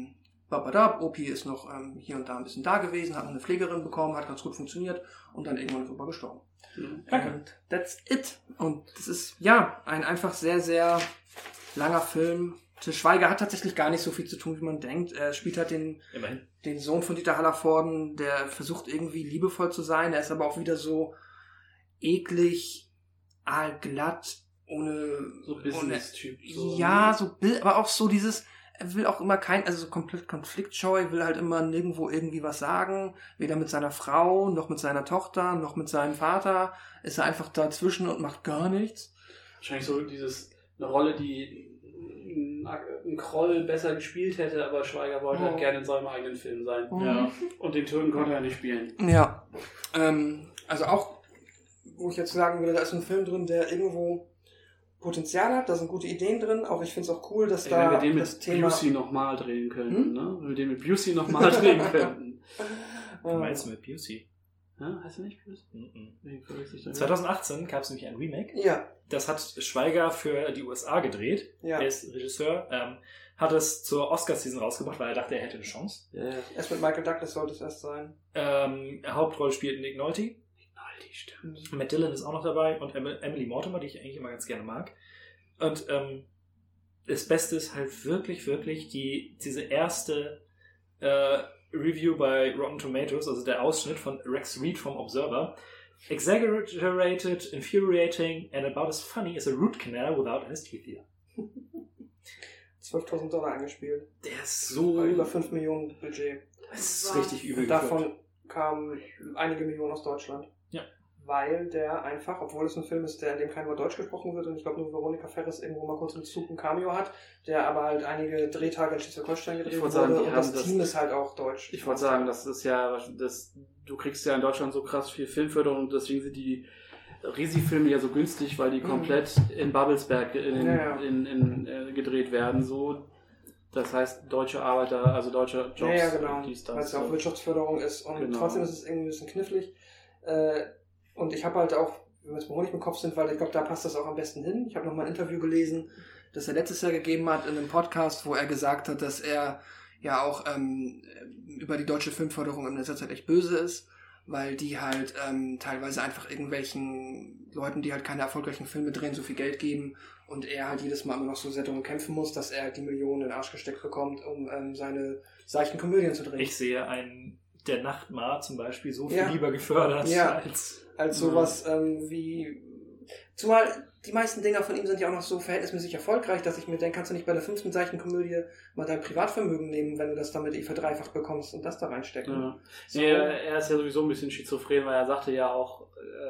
babadab, Opi ist noch ähm, hier und da ein bisschen da gewesen, hat eine Pflegerin bekommen, hat ganz gut funktioniert und dann irgendwann drüber gestorben. Mhm. Und that's it. Und das ist, ja, ein einfach sehr, sehr langer Film. Til Schweiger hat tatsächlich gar nicht so viel zu tun, wie man denkt. Er spielt halt den, Immerhin. den Sohn von Dieter Hallervorden, der versucht irgendwie liebevoll zu sein. Er ist aber auch wieder so eklig, aalglatt, ohne... So Business-Typ. So. Ja, so, aber auch so dieses... Er will auch immer kein, also so komplett konfliktscheu, will halt immer nirgendwo irgendwie was sagen. Weder mit seiner Frau, noch mit seiner Tochter, noch mit seinem Vater. Ist er einfach dazwischen und macht gar nichts. Wahrscheinlich so dieses, eine Rolle, die ein Kroll besser gespielt hätte, aber Schweiger wollte Oh. halt gerne in seinem eigenen Film sein. Ja. Und den Türken konnte er nicht spielen. Ja. Ähm, also auch, wo ich jetzt sagen würde, da ist ein Film drin, der irgendwo Potenzial hat, da sind gute Ideen drin. Auch ich finde es auch cool, dass Ey, da wenn wir den das mit Thema... Busey nochmal drehen könnten, Hm? ne? Wenn wir den mit Busey nochmal drehen könnten. Was meinst du mit Busey? Ja, heißt er nicht Busey? Mhm. Nee, verwechsel ich da. zwanzig achtzehn gab es nämlich ein Remake. Ja, Das hat Schweiger für die U S A gedreht. ja. Er ist Regisseur. Ähm, hat es zur Oscar-Season rausgebracht, weil er dachte, er hätte eine Chance. Ja, ja. Erst mit Michael Douglas sollte es erst sein. Ähm, Hauptrolle spielt Nick Nolte. Alter, stimmt. Matt Dillon ist auch noch dabei und Em- Emily Mortimer, die ich eigentlich immer ganz gerne mag. Und ähm, das Beste ist halt wirklich, wirklich die diese erste äh, Review bei Rotten Tomatoes, also der Ausschnitt von Rex Reed vom Observer. Exaggerated, infuriating and about as funny as a root canal without anesthesia. zwölftausend Dollar eingespielt. Der ist so... Bei über fünf Millionen Budget. Das ist richtig übel Und geführt. davon kamen einige Millionen aus Deutschland. Ja. Weil der einfach, obwohl es ein Film ist, der in dem kein Wort Deutsch gesprochen wird und ich glaube nur Veronika Ferres irgendwo mal kurz im Zug ein Cameo hat, der aber halt einige Drehtage in Schleswig-Holstein gedreht Ich wurde wollte sagen, die und das haben das- Team ist halt auch deutsch. Ich wollte sagen, das ist ja, das, du kriegst ja in Deutschland so krass viel Filmförderung und deswegen sind die Resi-Filme ja so günstig, weil die Mhm. komplett in Babelsberg in, Ja, ja. in, in, äh, gedreht werden. So, das heißt deutsche Arbeiter, also deutsche Jobs. Ja, ja, genau. dies, Weil das, es ja auch so. Wirtschaftsförderung ist und Genau. trotzdem ist es irgendwie ein bisschen knifflig. Äh, und ich habe halt auch, wenn wir jetzt mal Honig im Kopf sind, weil ich glaube, da passt das auch am besten hin. Ich habe noch mal ein Interview gelesen, das er letztes Jahr gegeben hat in einem Podcast, wo er gesagt hat, dass er ja auch ähm, über die deutsche Filmförderung in letzter Zeit echt böse ist, weil die halt ähm, teilweise einfach irgendwelchen Leuten, die halt keine erfolgreichen Filme drehen, so viel Geld geben und er halt jedes Mal immer noch so sehr darum kämpfen muss, dass er die Millionen in den Arsch gesteckt bekommt, um ähm, seine seichten Komödien zu drehen. Ich sehe einen Der Nachtmar zum Beispiel so viel Ja. lieber gefördert Ja. als... Als sowas ähm, wie... Zumal die meisten Dinger von ihm sind ja auch noch so verhältnismäßig erfolgreich, dass ich mir denke, kannst du nicht bei der fünften Seichten-Komödie mal dein Privatvermögen nehmen, wenn du das damit eh verdreifacht bekommst und das da reinstecken. Ja. So, Nee, er ist ja sowieso ein bisschen schizophren, weil er sagte ja auch,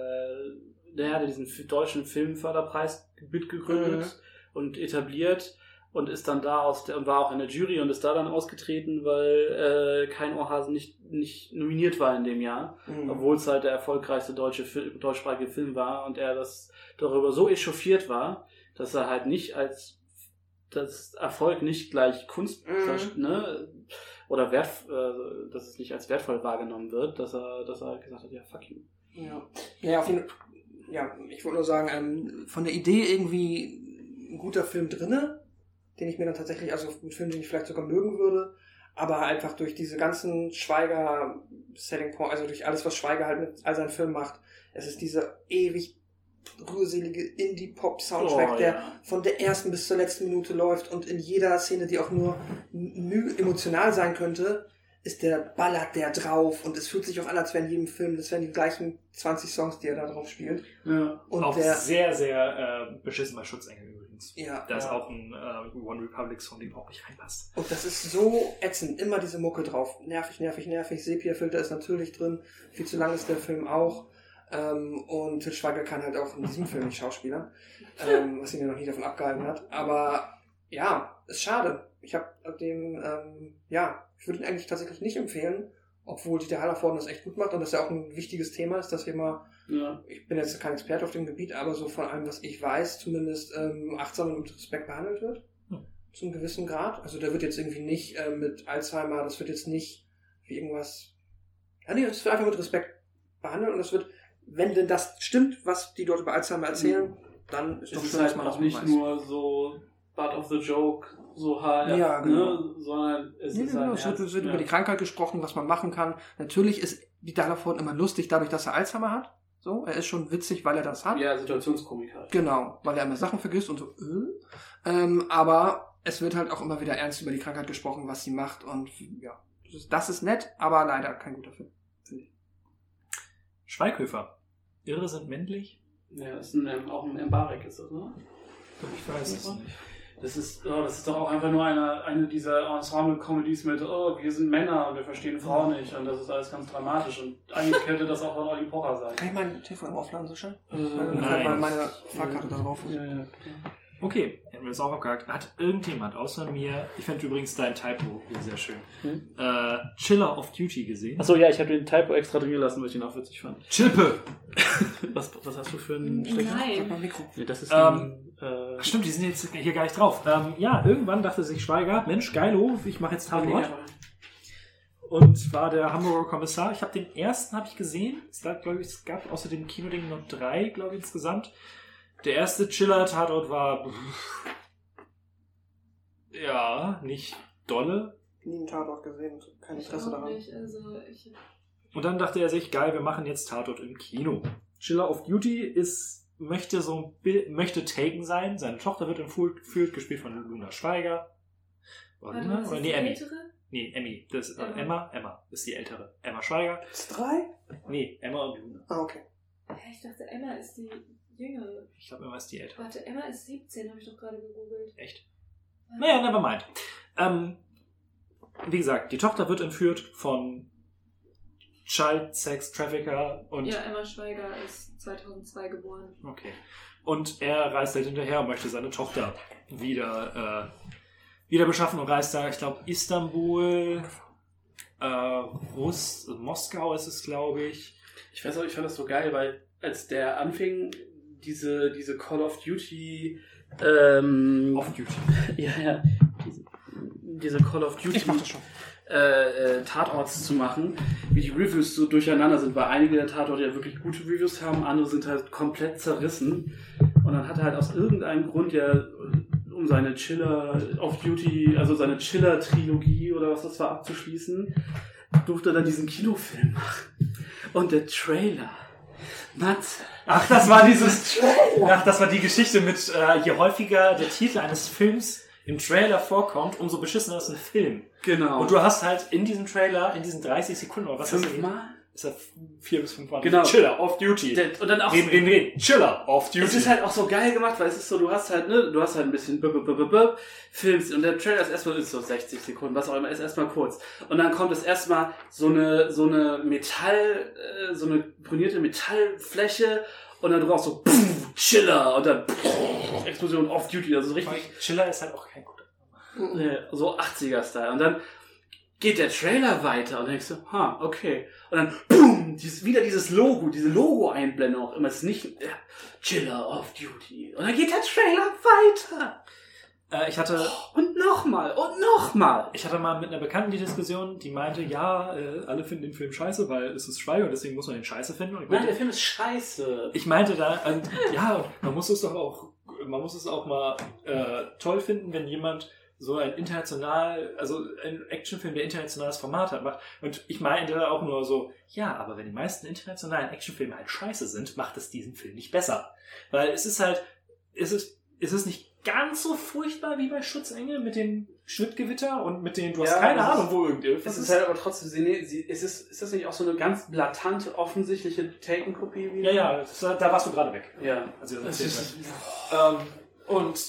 äh, der hatte diesen f- deutschen Filmförderpreis mitgegründet Mhm. und etabliert und ist dann da aus der, und war auch in der Jury und ist da dann ausgetreten, weil äh, kein Ohrhasen nicht, nicht nominiert war in dem Jahr, Mhm. obwohl es halt der erfolgreichste deutsche Fil- deutschsprachige Film war und er das darüber so echauffiert war, dass er halt nicht als das Erfolg nicht gleich Kunst, Mhm. ne, oder wert, äh, dass es nicht als wertvoll wahrgenommen wird, dass er, dass er gesagt hat, ja, fuck you. Ja, ja, auf jeden Fall. Ja, ich wollte nur sagen, ähm, von der Idee irgendwie ein guter Film drinne, den ich mir dann tatsächlich, also ein Film, den ich vielleicht sogar mögen würde, aber einfach durch diese ganzen Schweiger-Setting, also durch alles, was Schweiger halt mit all seinen Filmen macht, es ist dieser ewig rührselige Indie-Pop-Soundtrack, Oh, der ja. von der ersten bis zur letzten Minute läuft und in jeder Szene, die auch nur müh emotional sein könnte, ist der ballert der drauf und es fühlt sich auch an, als wären in jedem Film, das wären die gleichen zwanzig Songs, die er da drauf spielt. Ja. Und auch der, sehr, sehr äh, beschissen bei Schutzengel übrigens. ja, Da ist ja. auch ein äh, One Republic Song, der überhaupt nicht reinpasst. Und das ist so ätzend, immer diese Mucke drauf. Nervig, nervig, nervig. Sepia-Filter ist natürlich drin. Viel zu lang ist der Film auch. Ähm, und Til Schweiger kann halt auch in diesem Film nicht schauspielern. Ähm, was ihn ja noch nie davon abgehalten hat. Aber ja, ist schade. Ich habe dem, ähm, ja, ich würde ihn eigentlich tatsächlich nicht empfehlen, obwohl Dieter Hallervorden das echt gut macht und das ja auch ein wichtiges Thema ist, dass wir mal, Ja. ich bin jetzt kein Experte auf dem Gebiet, aber so von allem, was ich weiß, zumindest ähm, achtsam und mit Respekt behandelt wird. Hm. Zu einem gewissen Grad. Also der wird jetzt irgendwie nicht äh, mit Alzheimer, das wird jetzt nicht wie irgendwas, ja nee, es wird einfach mit Respekt behandelt und es wird, wenn denn das stimmt, was die dort über Alzheimer erzählen, dann ist Es doch ist schön, dass halt man das auch nicht weiß. nur so Butt of the Joke so halt, Ja, genau. ne? Sondern es Ja, ist genau, halt es wird, ernst, wird ja. über die Krankheit gesprochen, was man machen kann. Natürlich ist Dieter Hallervorden immer lustig, dadurch, dass er Alzheimer hat. So, er ist schon witzig, weil er das hat. Ja, Situationskomik halt. Genau, weil er immer Sachen vergisst und so. Äh. Ähm, aber es wird halt auch immer wieder ernst über die Krankheit gesprochen, was sie macht. Und ja, das ist, das ist nett, aber leider kein guter Film, finde ich. Schweighöfer. Irre sind männlich? Ja, das ist ein, ähm, auch ein Embarek ist das, ne? Ich weiß es nicht. Das ist, oh, das ist doch auch einfach nur eine, eine dieser Ensemble-Comedies mit, oh, wir sind Männer und wir verstehen Frauen nicht und das ist alles ganz dramatisch und eigentlich könnte das auch von Olli Pocher sein. Kann ich mein T V M aufladen, so schön? Äh, Nein. Weil meine Fahrkarte da drauf ist. Ja, ja. Okay, hätten wir das auch abgehakt. Hat irgendjemand außer mir, ich fand übrigens dein Typo hier sehr schön, Hm? äh, Chiller of Duty gesehen? Achso, ja, ich habe den Typo extra drin gelassen, weil ich den auch witzig fand. Chilpe! Was, was hast du für einen Stecker? Nein. Mein Mikro. Nee, das ist Ähm, ein, äh, Ach stimmt, die sind jetzt hier gar nicht drauf. Ähm, ja, irgendwann dachte sich Schweiger, Mensch, geilo, ich mache jetzt Tatort. Und war der Hamburger Kommissar. Ich habe den ersten habe ich gesehen. Es gab, glaube ich, es gab außer dem Kinoding noch drei, glaube ich, insgesamt. Der erste Chiller-Tatort war ja, nicht dolle. Nie einen Tatort gesehen, kein Ich Interesse auch daran. nicht, also ich... Und dann dachte er sich, geil, wir machen jetzt Tatort im Kino. Chiller of Duty ist, möchte so ein Bild, möchte Taken sein. Seine Tochter wird entführt, gespielt von Luna Schweiger. War Warte, Luna? was Oder ist nee, die Emmy. ältere? Nee, Emmy. Das ist äh, Emma. Emma. Emma ist die ältere. Emma Schweiger. Ist drei? Nee, Emma und Luna. Ah, okay. Hä, ich dachte, Emma ist die jüngere. Ich glaube, Emma ist die ältere. Warte, Emma ist siebzehn, habe ich doch gerade gegoogelt. Echt? Naja, never mind. Ähm, wie gesagt, die Tochter wird entführt von Child Sex Trafficker und Ja, Emma Schweiger ist zweitausendzwei geboren. okay. Und er reist halt hinterher und möchte seine Tochter wieder äh, wieder beschaffen und reist da, ich glaube, Istanbul, äh, Russ, Moskau ist es, glaube ich. ich weiß auch, ich fand das so geil, weil als der anfing, diese, diese Call of Duty, ähm, Off Duty. ja, ja, diese, diese Call of Duty Ich mach das schon. Äh, äh, Tatorts zu machen, wie die Reviews so durcheinander sind, weil einige der Tatorte ja wirklich gute Reviews haben, andere sind halt komplett zerrissen und dann hat er halt aus irgendeinem Grund ja, um seine Chiller of Duty, also seine Chiller-Trilogie oder was das war, abzuschließen, durfte er dann diesen Kinofilm machen. Und der Trailer, Matze. Ach, das war dieses Ach, das war die Geschichte mit, äh, je häufiger der Titel eines Films im Trailer vorkommt, umso beschissener ist ein Film. Genau. Und du hast halt in diesem Trailer, in diesen dreißig Sekunden, oder was ist das? Fünfmal? Ist das vier bis fünf Mal? Genau. Chiller, off duty. Der, und dann auch Reden, reden, reden. Chiller, off duty. Es ist halt auch so geil gemacht, weil es ist so, du hast halt, ne, du hast halt ein bisschen b -b -b -b -b filmst und der Trailer ist erstmal ist so sechzig Sekunden, was auch immer, ist erstmal kurz. Und dann kommt es erstmal so eine, so eine Metall, äh, so eine brunierte Metallfläche und dann brauchst du pff, Chiller und dann pff, Explosion off duty, also so richtig, Chiller ist halt auch kein guter. äh, so achtziger-Style. Und dann geht der Trailer weiter und dann denkst du, ha, okay. Und dann, boom, dieses, wieder dieses Logo, diese Logo-Einblendung auch immer. Es ist nicht äh, Chiller off Duty. Und dann geht der Trailer weiter. Äh, ich hatte, Und nochmal und nochmal. ich hatte mal mit einer Bekannten die Diskussion, die meinte, ja, äh, alle finden den Film scheiße, weil es ist Schweiger und deswegen muss man den scheiße finden. Und ich Nein, meinte, der Film ist scheiße. ich meinte da, und, ja, man muss es doch auch, man muss es auch mal äh, toll finden, wenn jemand so ein international, also ein Actionfilm, der internationales Format hat, macht. Und ich meinte auch nur so, ja, aber wenn die meisten internationalen Actionfilme halt scheiße sind, macht es diesen Film nicht besser. Weil es ist halt, es ist, es ist nicht ganz so furchtbar wie bei Schutzengel mit dem Schnittgewitter und mit den, du hast Ja, keine es ist- Ahnung, wo irgendwas Es ist. ist halt aber trotzdem, sie, sie, ist, es, ist das nicht auch so eine ganz blatante, offensichtliche Taken-Kopie wieder? Ja, ja, das, da warst du gerade weg. Ja. als ihr das Es erzählt ist, habt. Ähm, und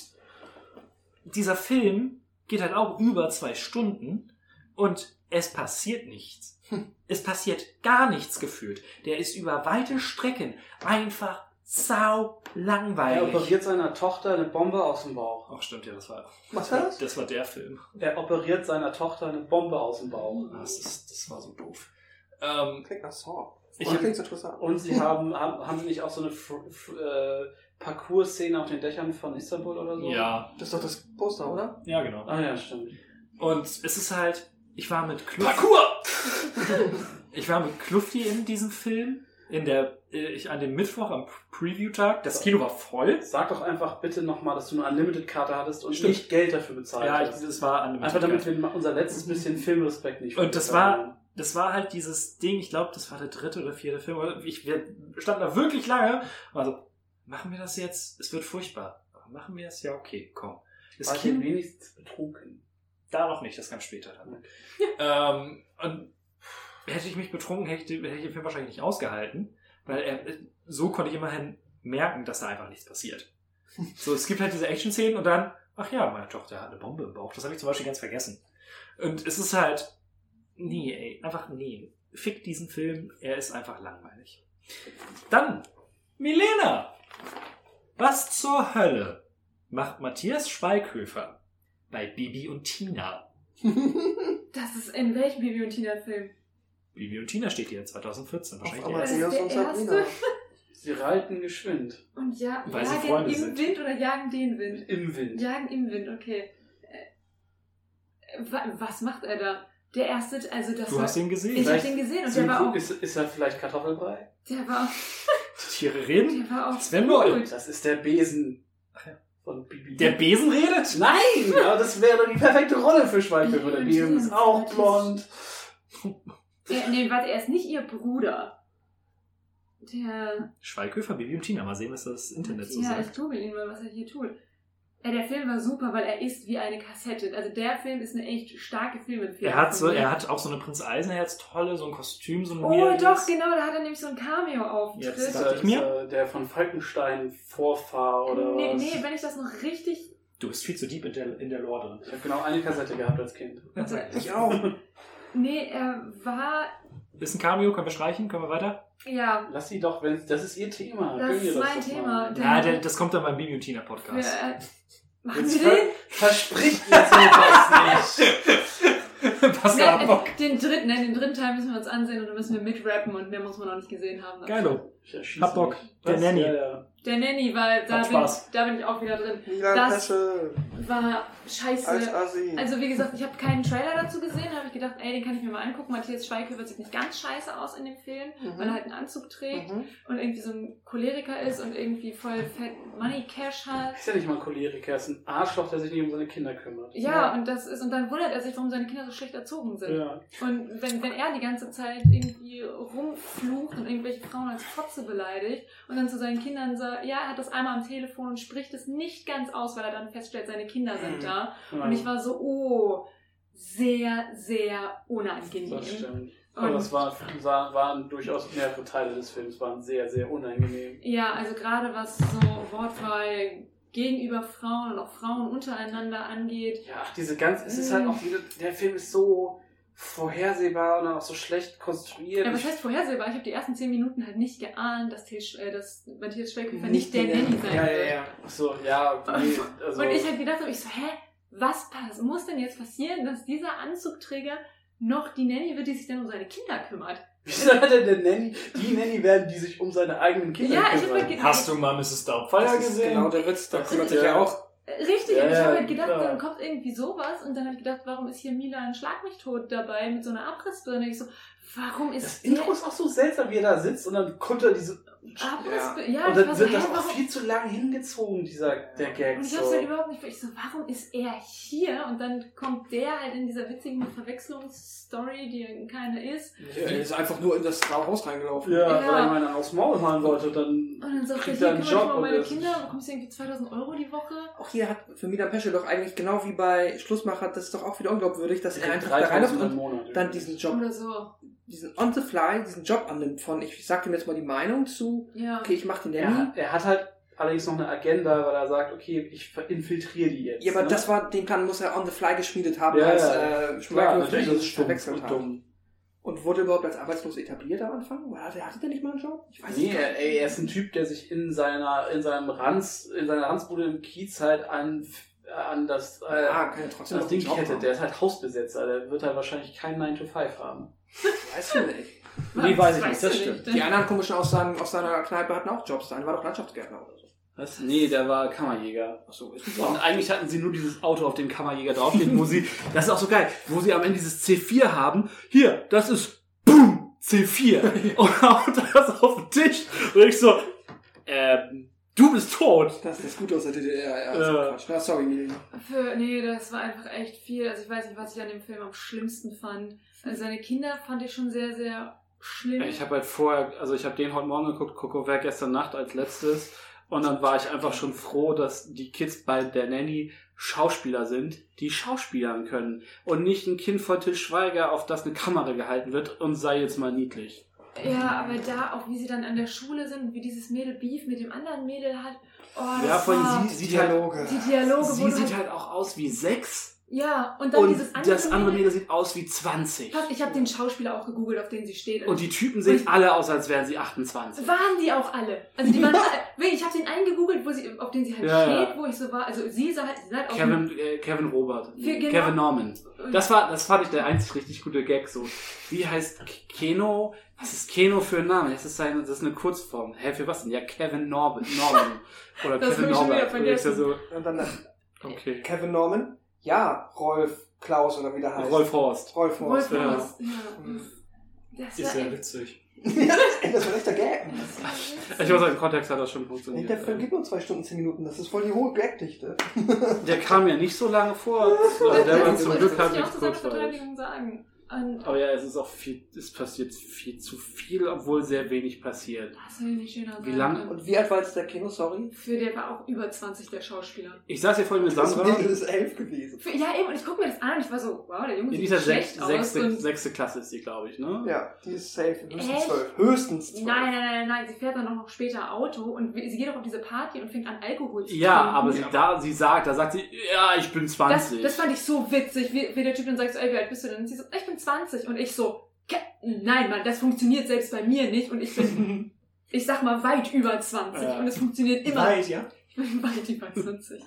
dieser Film geht halt auch über zwei Stunden und es passiert nichts. Es passiert gar nichts gefühlt. Der ist über weite Strecken einfach sau er langweilig. operiert seiner Tochter eine Bombe aus dem Bauch. Ach stimmt, ja, das war, Was war das? das war der Film. Er operiert seiner Tochter eine Bombe aus dem Bauch. Das, ist, das war so doof. Ähm, Klingt nach Saw. Ich Oder hab- klingt interessant. Und sie haben, haben, haben sie nicht auch so eine F F äh, Parcours-Szene auf den Dächern von Istanbul oder so? ja, Das ist doch das Poster, oder? ja, genau. Ah ja, stimmt. Und es ist halt, ich war mit Klufti, Parcours! ich war mit Klufti in diesem Film in der, ich, an dem Mittwoch am Preview-Tag, das Kino war voll. Sag doch einfach bitte nochmal, dass du eine Unlimited-Karte hattest und Stimmt. nicht Geld dafür bezahlt Ja, ich, hast. das war Unlimited. Einfach damit wir unser letztes bisschen Filmrespekt nicht Und das verlieren. war, das war halt dieses Ding, ich glaube, das war der dritte oder vierte Film. Ich, wir standen da wirklich lange. Also, machen wir das jetzt? Es wird furchtbar. Aber machen wir das? Ja, okay, komm. Das War ich Kino, wenigstens betrunken. da noch nicht, das kam später dann. ähm, und hätte ich mich betrunken, hätte ich, hätte ich den Film wahrscheinlich nicht ausgehalten. Weil er, so konnte ich immerhin merken, dass da einfach nichts passiert. So, es gibt halt diese Action-Szenen und dann, ach ja, meine Tochter hat eine Bombe im Bauch. Das habe ich zum Beispiel ganz vergessen. Und es ist halt, nee, ey, einfach nee. Fick diesen Film, er ist einfach langweilig. Dann, Milena! Was zur Hölle macht Matthias Schweighöfer bei Bibi und Tina? Das ist in welchem Bibi und Tina-Film? Bibi und Tina steht hier zwanzig vierzehn wahrscheinlich. Auf erst. Amadeus Das und ist der erste. Sabrina. Sie reiten geschwind. Und ja, Weil sie jagen Freunde im sind. Wind oder jagen den Wind? Im Wind. Jagen im Wind, okay. Äh, wa- was macht er da? Der erste, also das Du war, hast ihn gesehen. ich habe Vielleicht den gesehen und So der war auch, ist, ist er vielleicht Kartoffelbrei? der war auch, Die Tiere reden. der war auch Sven Moll. gut. Das ist der Besen Ach ja. von Bibi. Der Besen redet? Nein, aber das wäre doch die perfekte Rolle für Schweighöfer. Der Bibi und Besen ist Tina. auch blond. Er, nee, warte, er ist nicht ihr Bruder. Der, Schweighöfer, Bibi und Tina. Mal sehen, was das Internet so ja, sagt. ich google ihn mal, was er hier tut. Äh, der Film war super, weil er ist wie eine Kassette. Also der Film ist eine echt starke Filmempfehlung. Er hat, so, von mir. er hat auch so eine Prinz Eisenherz tolle, so ein Kostüm, so ein Oh, weirdes. doch, genau, da hat er nämlich so einen Cameo-Auftritt. Jetzt Ist dachte er, ich mir. ist er der von Falkenstein Vorfahr oder nee, was? nee, wenn ich das noch richtig... Du bist viel zu deep in der, in der Lore drin. Ich habe genau eine Kassette gehabt als Kind. Also, Ich auch. nee, er war... Ist ein Cameo, können wir streichen? Können wir weiter? Ja, Lass sie doch, wenn das ist ihr Thema. Das Gönn ihr ist mein doch Thema. mal. Der- Ja, der, das kommt dann beim Bibi und Tina für, Podcast. äh, machen Jetzt Sie ver den? verspricht ihr sowas nicht. Pascal hat Ne, Bock. den dritten, ne, den dritten Teil müssen wir uns ansehen und dann müssen wir mitrappen und mehr muss man noch nicht gesehen haben. Geilo. Ich erschieße Hab Bock. mich. Der Was? Nanny. Ja, ja. Der Nanny, weil da Hat bin, Spaß. da bin ich auch wieder drin. Milan Das- Pesce War scheiße. als Assi. Also wie gesagt, ich habe keinen Trailer dazu gesehen, habe ich gedacht, ey, den kann ich mir mal angucken. Matthias Schweighöfer sieht nicht ganz scheiße aus in dem Film, Mhm. weil er halt einen Anzug trägt Mhm. und irgendwie so ein Choleriker ist und irgendwie voll fett Money Cash hat. Ist ja nicht mal ein Choleriker, ist ein Arschloch, der sich nicht um seine Kinder kümmert. Ja, und das ist, und dann wundert er sich, warum seine Kinder so schlecht erzogen sind. Ja. Und wenn, wenn er die ganze Zeit irgendwie rumflucht und irgendwelche Frauen als Fotze beleidigt und dann zu seinen Kindern sagt, ja, er hat das einmal am Telefon und spricht es nicht ganz aus, weil er dann feststellt, seine Kinder sind da. Ja. Und ich war so, oh, sehr, sehr unangenehm. Das stimmt. Und- Aber das war, war, waren durchaus mehrere Teile des Films, waren sehr, sehr unangenehm. Ja, also gerade was so Wortwahl gegenüber Frauen und auch Frauen untereinander angeht. Ja, ach, diese ganz, es ist halt auch, diese, der Film ist so vorhersehbar und dann auch so schlecht konstruiert. Ja, was heißt vorhersehbar? Ich habe die ersten zehn Minuten halt nicht geahnt, dass, Til, äh, dass Matthias Schweighöfer nicht Nicht der der- Nanny sein ja, wird. ja, ja. Ach so, ja, nee, also. Und ich halt gedacht habe, ich so, hä, was pass muss denn jetzt passieren, dass dieser Anzugträger noch die Nanny wird, die sich dann um seine Kinder kümmert? Wieso hat er denn Nanny, die Nanny werden, die sich um seine eigenen Kinder Ja, ich kümmern? hab halt gedacht, Hast du mal Misses Doubtfire Das ist gesehen? genau der Witz. Da Das kümmert ist sich ja- ja auch. richtig, Ja, und ich ja, habe halt gedacht, klar. dann kommt irgendwie sowas und dann habe ich gedacht, warum ist hier Milan Schlag mich tot dabei mit so einer Abrissbirne? Ich so, warum ist Das der Intro ist auch so seltsam, wie er da sitzt und dann kommt er diese. Abrissbirne? Ja, und ich war dann so, wird hä, das auch warum? viel zu lang hingezogen, dieser der Gag. Und ich so. hab's halt überhaupt nicht, ich so, warum ist er hier? Und dann kommt der halt in dieser witzigen Verwechslungsstory, die keine ist. Er ist einfach nur in das Haus reingelaufen. Ja, Ja. weil er jemanden aufs Maul hauen wollte, dann. Und dann sagt er, Kriegt hier er einen kümmere ich Job mal um und meine das- Kinder, bekommst du irgendwie zweitausend Euro die Woche? Auch hier hat für Milan Pesce doch eigentlich genau wie bei Schlussmacher, das ist doch auch wieder unglaubwürdig, dass er einfach da reinläuft dreitausend im und Monat. dann diesen Job, Oder so. diesen on the fly, diesen Job annimmt von, ich sag ihm jetzt mal die Meinung zu, Ja. okay, ich mach den Er, Nanny. hat- er hat halt allerdings noch eine Agenda, weil er sagt, okay, ich infiltriere die jetzt. Ja, aber ne? das war, den Plan muss er on the fly geschmiedet haben, Ja, als ja. äh, Klar, Schweighöfer natürlich, das ihn ist stumpf verwechselt und hat. dumm. Und wurde überhaupt als arbeitslos etabliert am Anfang? Oder hatte, hatte der nicht mal einen Job? Ich weiß Nee, nicht. er, ey, er ist ein Typ, der sich in seiner, in seinem Ranz, in seiner Ranzbude im Kiez halt an, an das, äh, Ah, kann er trotzdem das noch Ding einen Job kettet. haben. Der ist halt Hausbesetzer, der wird halt wahrscheinlich keinen nine to five haben. Weiß ich nicht. Nee, weiß ich nicht, Weißt das du stimmt. nicht. Die anderen komischen aus, seinem, aus seiner Kneipe hatten auch Jobs. Der eine war doch Landschaftsgärtner oder so. Was? Nee, der war Kammerjäger. Achso, ist Und eigentlich hatten sie nur dieses Auto auf dem Kammerjäger draufsteht, wo sie, das ist auch so geil, wo sie am Ende dieses C vier haben. Hier, das ist BOOM! C vier und haut das auf den Tisch. Und ich so, ähm, du bist tot. Das ist gut aus der D D R, ja. Ja. Quatsch. Na, sorry, Mili. Für, nee, das war einfach echt viel. Also ich weiß nicht, was ich an dem Film am schlimmsten fand. Also seine Kinder fand ich schon sehr, sehr schlimm. Ich habe halt vorher, also ich habe den heute Morgen geguckt, Coco Werk gestern Nacht als letztes. Und dann war ich einfach schon froh, dass die Kids bei der Nanny Schauspieler sind, die schauspielern können. Und nicht ein Kind von Til Schweiger, auf das eine Kamera gehalten wird und sei jetzt mal niedlich. Ja, aber da, auch wie sie dann an der Schule sind, wie dieses Mädel Beef mit dem anderen Mädel hat. Oh, das Ja, vor allem war sie sieht Dialoge. halt, die Dialoge, wo sie du sieht halt, halt auch aus wie sechs. ja, und dann Und dieses andere das andere Mädel sieht aus wie zwanzig. Pass, ich habe den Schauspieler auch gegoogelt, auf den sie steht. Und die Typen sehen Und- alle aus, als wären sie achtundzwanzig. waren die auch alle. Also die waren alle, wirklich, ich habe den einen gegoogelt, wo sie, auf den sie halt Ja, steht, ja. wo ich so war. Also sie sah halt, sie sah halt auch Kevin, äh, Kevin Robert. Für- genau. Kevin Norman. Das war, das fand ich der einzig richtig gute Gag, so. Wie heißt Keno? Was ist Keno für ein Name? Das ist seine, das ist eine Kurzform. Hä, für was denn? Ja, Kevin Norman. Norman. Oder Das Kevin hab ich schon wieder Norbert. Und ich so, vergessen. Und dann okay. Kevin Norman. Ja, Rolf Klaus oder wie der heißt. Rolf Horst. Rolf Horst. Wolf ja. Ross, ja. Das Ist war ja echt, witzig. Ja, ey, das war echt der Gag. Ich muss sagen, im Kontext hat das schon Ey, funktioniert. der Film geht nur zwei Stunden, zehn Minuten. Das ist voll die hohe Gagdichte. Der kam mir nicht so lange vor. Also der war das zum muss Glück ich halt auch nicht zu seiner kurzweilig. Verteidigung sagen. Und Aber ja, es ist auch viel, es passiert viel zu viel, obwohl sehr wenig passiert. das will ich nicht schöner Wie sagen. lange? Und wie alt war jetzt der Kino, sorry? Für der war auch über zwanzig, der Schauspieler. Ich saß hier vorhin mit Das Sandra. Mädel ist elf gewesen. Für, ja, eben, und ich gucke mir das an und ich war so, wow, der Junge In sieht dieser schlecht sechs, aus. sechste, Und sechste Klasse ist sie, glaube ich, ne? Ja, die ist safe. Höchstens Echt? zwölf. Höchstens zwölf. Nein, nein, nein, nein, sie fährt dann auch noch später Auto und sie geht auch auf diese Party und fängt an, Alkohol zu Ja, trinken. aber sie, da, sie sagt, da sagt sie, ja, ich bin Das, zwanzig. das fand ich so witzig, wie, wie der Typ dann sagt, so, ey, wie alt bist du denn? Und sie so, ich bin zwanzig. Und ich so, "Ke- nein, Mann, das funktioniert selbst bei mir nicht. Und ich bin, ich sag mal, weit über zwanzig. Ja. Und es funktioniert immer. Weit, ja? Ich bin weit über zwanzig.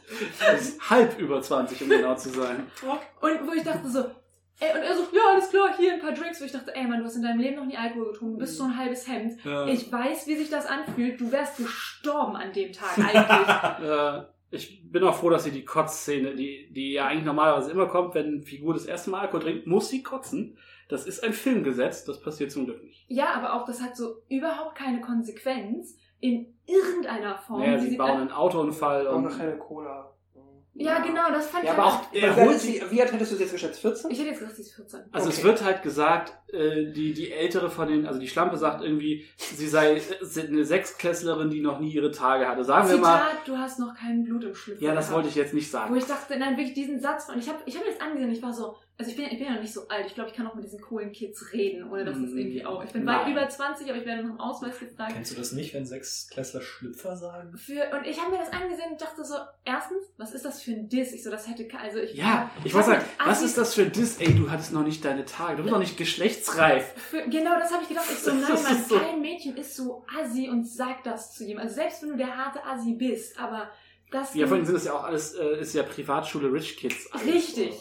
Halb über zwanzig, um genau zu sein. Und wo ich dachte so, ey, und er so, ja, alles klar, hier ein paar Drinks. Wo ich dachte, ey, Mann, du hast in deinem Leben noch nie Alkohol getrunken, du bist so ein halbes Hemd. Ja. Ich weiß, wie sich das anfühlt. Du wärst gestorben an dem Tag eigentlich. Äh, ich bin auch froh, dass sie die Kotzszene, die, die ja eigentlich normalerweise immer kommt, wenn eine Figur das erste Mal Alkohol trinkt, muss sie kotzen. Das ist ein Filmgesetz, das passiert zum Glück nicht. Ja, aber auch, das hat so überhaupt keine Konsequenz in irgendeiner Form. Naja, Die sie sieht bauen an- einen Autounfall Auch und noch keine Cola. Ja, genau, das fand Ja, ich aber halt- auch, er wie, alt holt ist sie, wie alt hättest du sie jetzt geschätzt? vierzehn? Ich hätte jetzt gesagt, sie ist vierzehn. Also Okay. es wird halt gesagt, äh, die, die ältere von den, also die Schlampe sagt irgendwie, sie sei eine Sechsklässlerin, die noch nie ihre Tage hatte. Sagen wir mal, Zitat, du hast noch kein Blut im Schlüpfer. ja, das gehabt. wollte ich jetzt nicht Wo sagen. ich dachte, nein, wirklich diesen Satz. Und ich habe ich hab mir das angesehen und ich war so, also ich bin, ich bin ja noch nicht so alt. Ich glaube, ich kann auch mit diesen coolen Kids reden, ohne dass das Mm, irgendwie auch. Ich bin nein. weit über zwanzig, aber ich werde nach dem Ausweis gefragt. Kennst du das nicht, wenn Sechsklässler Schlüpfer sagen? Für, und ich habe mir das angesehen und dachte so, erstens, was ist das für ein Diss? Ich so, das hätte, ke- also ich. Ja, ich hab wollte sagen, mit was Assis- ist das für ein Diss? Ey, du hattest noch nicht deine Tage, du bist noch nicht geschlechtsreif. Für, genau, das habe ich gedacht. Ich so, nein, Das Mann, ist so- kein Mädchen ist so assi und sagt das zu jemandem. Also selbst wenn du der harte Assi bist, aber das. Ja, vor allem sind das ja auch alles, äh, ist ja Privatschule Rich Kids. Alles. Richtig.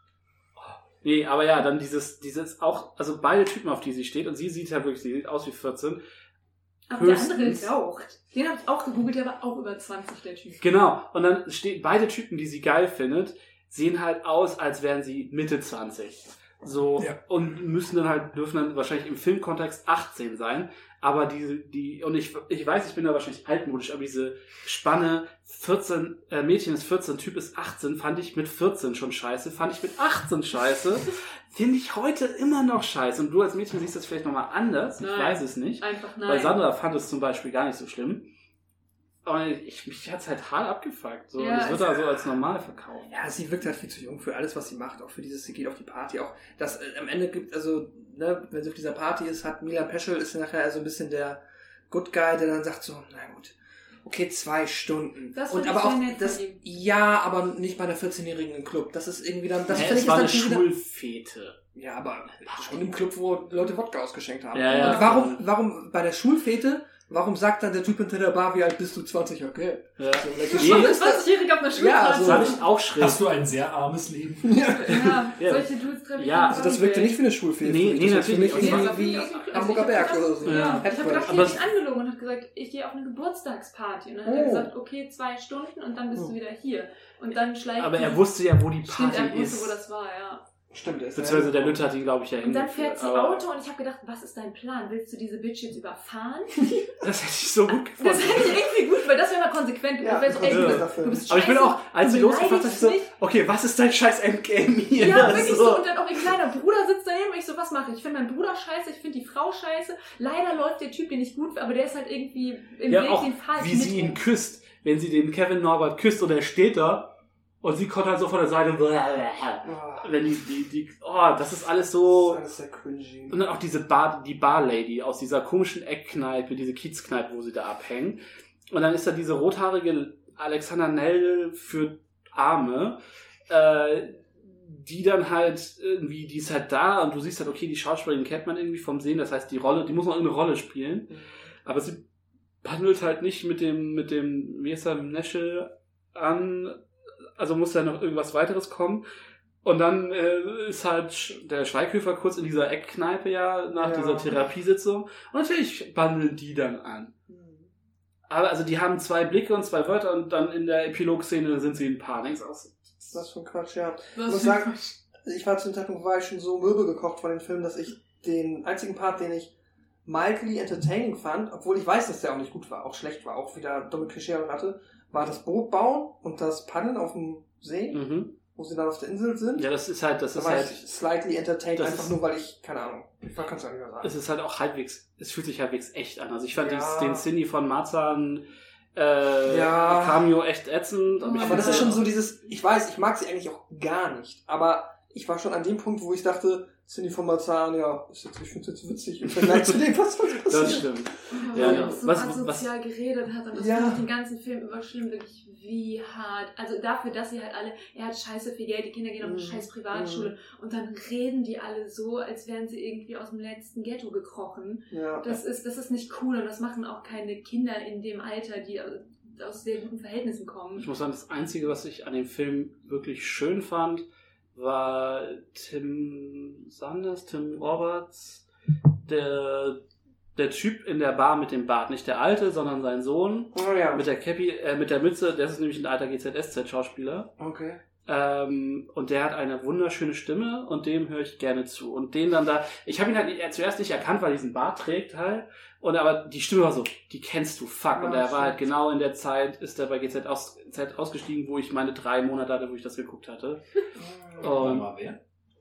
Nee, aber ja, dann dieses, dieses auch, also beide Typen, auf die sie steht, und sie sieht ja wirklich, sie sieht aus wie vierzehn. Aber der andere Höchstens. raucht. Den habe ich auch gegoogelt, der war auch über zwanzig, der Typ. Genau, und dann stehen beide Typen, die sie geil findet, sehen halt aus, als wären sie Mitte zwanzig. So, Ja. und müssen dann halt, dürfen dann wahrscheinlich im Filmkontext achtzehn sein, aber die, die, und ich, ich weiß, ich bin da wahrscheinlich altmodisch, aber diese Spanne vierzehn, äh, Mädchen ist vierzehn, Typ ist achtzehn, fand ich mit vierzehn schon scheiße, fand ich mit achtzehn scheiße, finde ich heute immer noch scheiße. Und du als Mädchen siehst das vielleicht nochmal anders, ich Nein. weiß es nicht. Einfach Weil nein. Sandra fand es zum Beispiel gar nicht so schlimm. Aber ich, mich hat's halt hart abgefuckt. So. Ja, das wird es- da so als normal verkauft. Ja, sie wirkt halt viel zu jung für alles, was sie macht. Auch für dieses, sie geht auf die Party. Auch das äh, am Ende gibt, also, ne, wenn sie auf dieser Party ist, hat Mila Peschel, ist nachher so ein bisschen der Good Guy, der dann sagt so, na gut, okay, zwei Stunden. Das und fand aber ich auch, sehr nett das, von ihm. ja, aber nicht bei einer vierzehnjährigen im Club. Das ist irgendwie dann, das Hä, finde es ich war eine ist dann schon wieder, Schulfete. ja, aber schon im Club, wo Leute Wodka ausgeschenkt haben. Ja, ja. Und warum, warum bei der Schulfete, warum sagt dann der Typ hinter der Bar, wie alt bist du? zwanzig, okay. Ja. So, welche Nee. Schule ist das? zwanzigjährig auf einer Ja, Schulparty. so. Das fand ich auch schräg. Hast du ein sehr armes Leben? Ja, Ja. solche Dudes treffe ich Ja, in Also das wirkte nicht wie eine Schulfete. Nee, Das nee, wirkte natürlich für nicht. mich das wie, wie war aus dem- Hamburger also ich Berg hab oder gedacht- so. Ja, ich habe Headquarter. gedacht, Aber- ich bin angelogen und habe gesagt, ich gehe auf eine Geburtstagsparty. Und dann hat er Oh. gesagt, okay, zwei Stunden und dann bist Oh. du wieder hier. Und dann schleicht Aber die- er wusste ja, wo die Stimmt, Party er wusste, ist. wo das war, ja. Stimmt, der ist Beziehungsweise der ja- Lütte hat ihn, glaube ich, ja Und dann hingeführt, fährt sie aber Auto und ich habe gedacht, was ist dein Plan? Willst du diese Bitch jetzt überfahren? Das hätte ich so gut Das gefunden. fände ich irgendwie gut, weil das wäre mal konsequent. Ja, Das wäre so, ey, du konsequenter bist, Film. du bist Aber ich bin scheiße, auch, als du sie losgefahren dachte ich beleidigst so, mich. okay, was ist dein scheiß Endgame hier? Ja, wirklich so. Und dann auch ihr kleiner Bruder sitzt daneben und ich so, was mache ich? Ich finde meinen Bruder scheiße, ich finde die Frau scheiße. Leider läuft der Typ, den ich gut, aber der ist halt irgendwie im Ja, Weg, auch den fahre ich wie mit sie ihn rum. küsst, wenn sie den Kevin Norbert küsst und er steht da und sie kommt halt so von der Seite, Oh, wenn die, die, die, oh, das ist alles das so. ist alles sehr cringy. Und dann auch diese Bar, die Barlady aus dieser komischen Eckkneipe, diese Kiezkneipe, wo sie da abhängen. Und dann ist da diese rothaarige Alexander Nell für Arme, äh, die dann halt irgendwie, die ist halt da und du siehst halt, okay, die Schauspielerin kennt man irgendwie vom Sehen, das heißt, die Rolle, die muss noch irgendeine Rolle spielen. Aber sie handelt halt nicht mit dem, mit dem, wie ist er, Neschel an, also muss da noch irgendwas weiteres kommen. Und dann äh, ist halt der Schweighöfer kurz in dieser Eckkneipe ja nach Ja. dieser Therapiesitzung. Und natürlich bandeln die dann an. Aber also die haben zwei Blicke und zwei Wörter und dann in der Epilog-Szene sind sie ein Paar. Denkst du aus? Was für ein Quatsch, ja. Ich Was muss für ein sagen, ich war zu dem Zeitpunkt, war ich schon so mürbe gekocht von dem Film, dass ich den einzigen Part, den ich mildly entertaining fand, obwohl ich weiß, dass der auch nicht gut war, auch schlecht war, auch wieder dumme Klischee hatte, war das Boot bauen und das Paddeln auf dem See, Mhm. wo sie dann auf der Insel sind. Ja, das ist halt, das da ist war halt, ich slightly entertained, das einfach ist- nur, weil ich, keine Ahnung, ich kann es ja nicht mehr sagen. es ist halt auch halbwegs, es fühlt sich halbwegs echt an. Also ich fand Ja. die, den Cindy von Marzahn äh, Ja. Cameo echt ätzend. Aber, ich Aber das find's ist schon halt- so dieses, ich weiß, ich mag sie eigentlich auch gar nicht, aber ich war schon an dem Punkt, wo ich dachte, Cindy von Marzahn, ja, ist jetzt, ich finde es jetzt witzig im Vergleich zu dem, was sonst passiert. Das stimmt. Oh, Ja, wie ja. er auch so Was- asozial geredet hat und das Ja. fand ich den ganzen Film überschrieben, wirklich wie hart. Also dafür, dass sie halt alle, er hat scheiße viel Geld, die Kinder gehen auf eine Mhm. scheiß Privatschule und dann reden die alle so, als wären sie irgendwie aus dem letzten Ghetto gekrochen. Ja. Das ist, das ist nicht cool und das machen auch keine Kinder in dem Alter, die aus sehr guten Verhältnissen kommen. Ich muss sagen, das Einzige, was ich an dem Film wirklich schön fand, war Tim Sanders, Tim Roberts, der, der Typ in der Bar mit dem Bart. Nicht der Alte, sondern sein Sohn. Oh ja. Mit der Cappy, äh, mit der Mütze. Das ist nämlich ein alter G Z S Z-Schauspieler. Okay. Ähm, und der hat eine wunderschöne Stimme und dem höre ich gerne zu. Und den dann da, ich habe ihn halt nicht- zuerst nicht erkannt, weil er diesen Bart trägt halt. Und aber die Stimme war so, die kennst du, fuck. Und Ja, er war halt stimmt. genau in der Zeit, ist er bei G Z aus, Z ausgestiegen, wo ich meine drei Monate hatte, wo ich das geguckt hatte. Und Mal wer?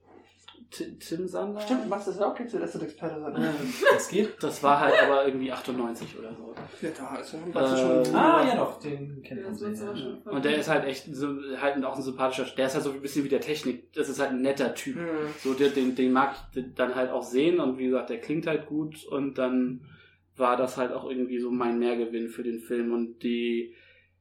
Ti- Tim Sander? Stimmt, du machst das ja auch jetzt der Experte sein. Das geht? Das war halt aber irgendwie achtundneunzig oder so. Ja, da ist Äh, ja schon. Ah, ja doch, den kennt Ja, man. das wird's aber sehr. schon voll Und der ist halt echt so, halt auch ein sympathischer, der ist halt so ein bisschen wie der Technik, das ist halt ein netter Typ. Hm. So, den, den, den mag ich dann halt auch sehen und wie gesagt, der klingt halt gut und dann war das halt auch irgendwie so mein Mehrgewinn für den Film und die,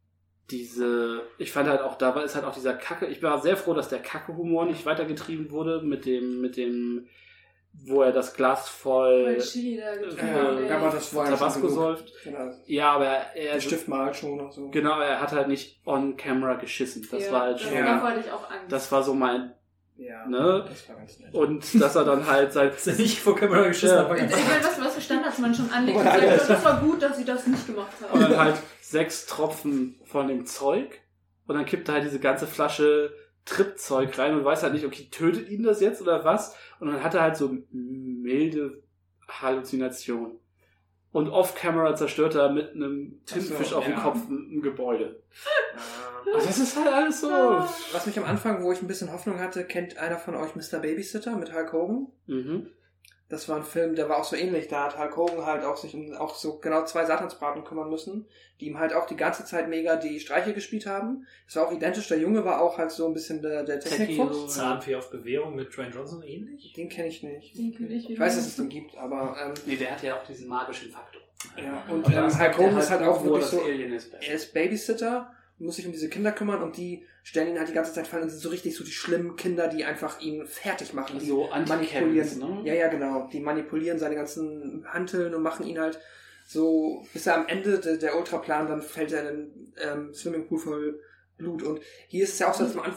diese, ich fand halt auch, da war ist halt auch dieser Kacke, ich war sehr froh, dass der Kacke-Humor nicht weitergetrieben wurde mit dem, mit dem, wo er das Glas voll Voll Chili da getrunken. Ja, ey. aber das war ja schon Tabasco genug. säuft. Genau. Ja, aber er, Der Stift malt schon und so. genau, er hat halt nicht on camera geschissen. Das Ja, war halt das- schon, Ja. Davor hatte ich auch Angst. das war so mein, Ja, Ne? das war ganz nett. und dass er dann halt sein, Ist ja nicht vor Kamera geschissen, Ja. aber Ich ganz meine, was, was für Standards man schon anlegt. Oh, Und sagt, Alter. das war gut, dass sie das nicht gemacht und dann haben. halt sechs Tropfen von dem Zeug und dann kippt er halt diese ganze Flasche Tripzeug rein und weiß halt nicht, okay, tötet ihn das jetzt oder was? Und dann hat er halt so milde Halluzination. Und off-camera zerstört er mit einem Tintenfisch so, auf dem ja. Kopf ein, ein Gebäude. Ähm, Also das ist halt alles so. Was mich am Anfang, wo ich ein bisschen Hoffnung hatte, kennt einer von euch Mister Babysitter mit Hulk Hogan? Mhm. Das war ein Film, der war auch so ähnlich. Da hat Hulk Hogan halt auch sich um auch so genau zwei Satansbraten kümmern müssen, die ihm halt auch die ganze Zeit mega die Streiche gespielt haben. Das war auch identisch. Der Junge war auch halt so ein bisschen der, der Technikfuchs. Techie, Zahnfee auf Bewährung mit Dwayne Johnson ähnlich? Den kenne ich nicht. Den kenn ich Ich weiß, dass es den gibt, aber ähm, Nee, der hat ja auch diesen magischen Faktor. ja. Und Aber ähm, das Hulk der Hogan ist halt auch wo wirklich das so. Alien ist. Er ist Babysitter, muss sich um diese Kinder kümmern und die stellen ihn halt die ganze Zeit fallen und sind so richtig so die schlimmen Kinder, die einfach ihn fertig machen. Die So manipulieren. Anti-Kevins, ne? Ja, ja, genau. Die manipulieren seine ganzen Hanteln und machen ihn halt so, bis er am Ende der, der Ultraplan, dann fällt er in einen ähm, Swimmingpool voll Blut. Und hier ist es ja auch so, dass am Anfang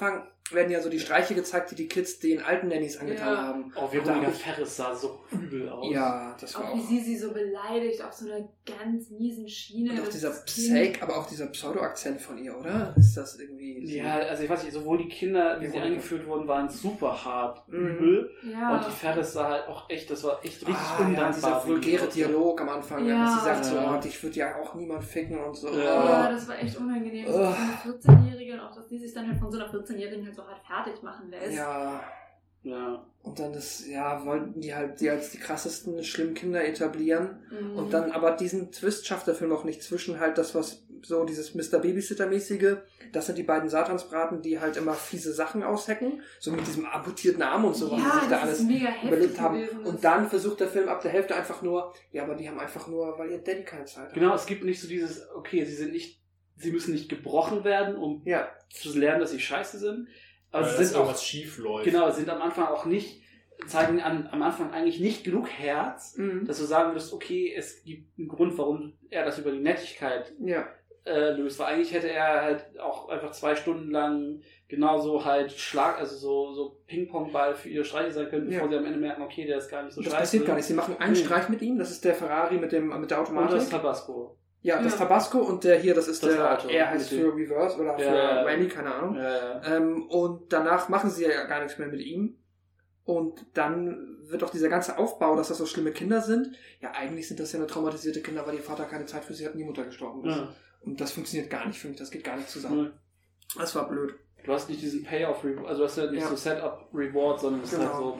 werden ja so die Streiche gezeigt, die die Kids den alten Nannies angetan Ja. haben. Oh, Veronika Ferris sah so übel aus. Ja, das war Auch auch... wie sie sie so beleidigt, auf so einer ganz miesen Schiene. Und auch das dieser Kind- Psych, aber auch dieser Pseudo-Akzent von ihr, oder? Ist das irgendwie... so- Ja, also ich weiß nicht, sowohl die Kinder, wie sie Veronika. eingeführt wurden, waren super hart Mhm. übel. Ja. Und die Ferris sah halt auch echt, das war echt richtig Ah, ja, undankbar. dieser wie die vulgäre aussah. Dialog am Anfang, Ja. dass sie sagt so, Ja. oh, ich würde ja auch niemand ficken und so. Ja, Oh. das war echt unangenehm. Ugh. So eine vierzehnjährige und auch, dass die sich dann halt von so einer vierzehnjährigen halt so hart fertig machen lässt. Ja, Ja. und dann ist, ja, wollten die halt die als die krassesten, schlimmen Kinder etablieren. Mhm. Und dann, aber diesen Twist schafft der Film auch nicht zwischen halt das, was so dieses Mister Babysitter-mäßige, das sind die beiden Satansbraten, die halt immer fiese Sachen aushecken, so mit diesem amputierten Arm und so, was sie ja, sich da das alles ist mega heftig überlebt haben. gewesen. Und dann versucht der Film ab der Hälfte einfach nur, ja, aber die haben einfach nur, weil ihr Daddy keine Zeit hat. Genau, es gibt nicht so dieses, okay, sie sind nicht, sie müssen nicht gebrochen werden, um Ja, zu lernen, dass sie scheiße sind. Aber Weil sie das sind auch, irgendwas schief läuft. genau, sind am Anfang auch nicht, zeigen an, am Anfang eigentlich nicht genug Herz, mhm. dass du sagen würdest, okay, es gibt einen Grund, warum er das über die Nettigkeit ja. äh, löst. Weil eigentlich hätte er halt auch einfach zwei Stunden lang genauso halt Schlag, also so, so Ping-Pong-Ball für ihre Streiche sein können, bevor Ja. sie am Ende merken, okay, der ist gar nicht so Das scheiße. passiert gar nicht. Sie machen einen Nee. Streich mit ihm, das ist der Ferrari mit dem mit der Und Automatik. das Tabasco. Ja, das Ja. Tabasco und der hier, das ist Das der, Auto. er heißt Mit für Reverse oder für Ja. Rally, keine Ahnung. Ja, ja. Ähm, und danach machen sie ja gar nichts mehr mit ihm. Und dann wird auch dieser ganze Aufbau, dass das so schlimme Kinder sind. Ja, eigentlich sind das ja nur traumatisierte Kinder, weil ihr Vater keine Zeit für sie hat und die Mutter gestorben ist. Ja. Und das funktioniert gar nicht für mich, das geht gar nicht zusammen. Ja. Das war blöd. Du hast nicht diesen Payoff, also du hast ja nicht Ja. so Setup-Reward, sondern es ist Genau. halt so,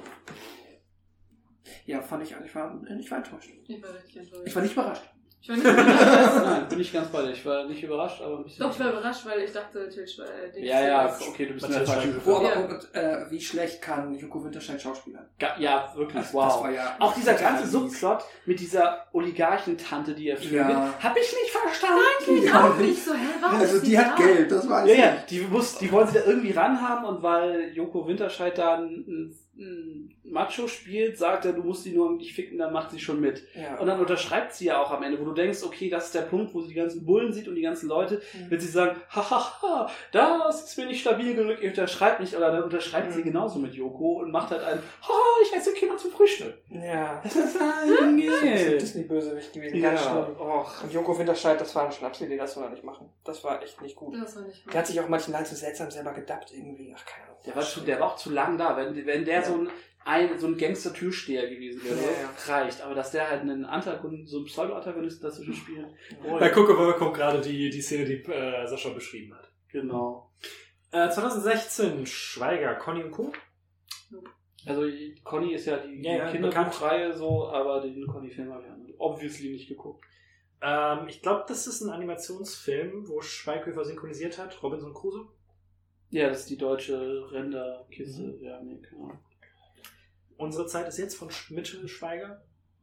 Ja, fand ich, ich war, ich war enttäuscht. Ich war richtig enttäuscht. Ich war nicht überrascht. Ich war nicht überrascht. nein, bin ich ganz bei dir. Ich war nicht überrascht, aber ein bisschen. Doch, ich war überrascht, weil ich dachte, Til Schweiger. den Ja, ja, ist- okay, du bist Matthias mir falsch. Schweighöfer. Oh, aber Ja. und, äh, wie schlecht kann Joko Winterscheid Schauspieler? Ga- Ja, wirklich, Das wow. war ja Auch dieser ganze mies. Subplot mit dieser Oligarchentante, die er führt, Ja. hab ich nicht verstanden. Ich auch nicht so, hä, warum Also ist die hat da? Geld, das weiß Ja, ich. ja, die, muss, die wollen sie da irgendwie ranhaben und weil Joko Winterscheid da ein, ein Macho spielt, sagt er, du musst die nur um dich ficken, dann macht sie schon mit. Ja. Und dann unterschreibt sie ja auch am Ende, wo du denkst, okay, das ist der Punkt, wo sie die ganzen Bullen sieht und die ganzen Leute, wird sie sagen, hahaha, das ist mir nicht stabil genug, ihr unterschreibt nicht, oder dann unterschreibt sie Mhm. genauso mit Joko und macht halt ein, haha, ich esse Kinder zum Frühstück. Ja. Das ist Das ist ein ein Disney-Bösewicht gewesen, ganz Ja, schlimm. och. Und Joko Winterscheid, das war ein Schnapsidee, das soll er nicht machen. Das war echt nicht gut. Das war nicht Der hat sich auch manchen Lines so seltsam selber gedubbt irgendwie. Ach, keine Ahnung. Der war, zu, der war auch zu lang da. Wenn, wenn der Ja. so ein, ein, so ein Gangster-Türsteher gewesen wäre, Ja, reicht. Aber dass der halt einen Antagonist, so einen Pseudo-Antagonisten dazwischen spielt. Oh, Bei Coco kommt gerade die, die Szene, die äh, Sascha beschrieben hat. genau. Äh, zwanzig sechzehn, Schweiger, Conny und Co. Also Conny ist ja die, Ja, ja, die Kinderbuchreihe so, aber den Conny-Film habe ich obviously nicht geguckt. Ähm, ich glaube, das ist ein Animationsfilm, wo Schweighöfer synchronisiert hat, Robinson Crusoe. Ja, das ist die deutsche Renderkiste. Mhm. Ja, nee, keine Ahnung. Unsere Zeit ist jetzt von Sch- Mitchell Schweiger.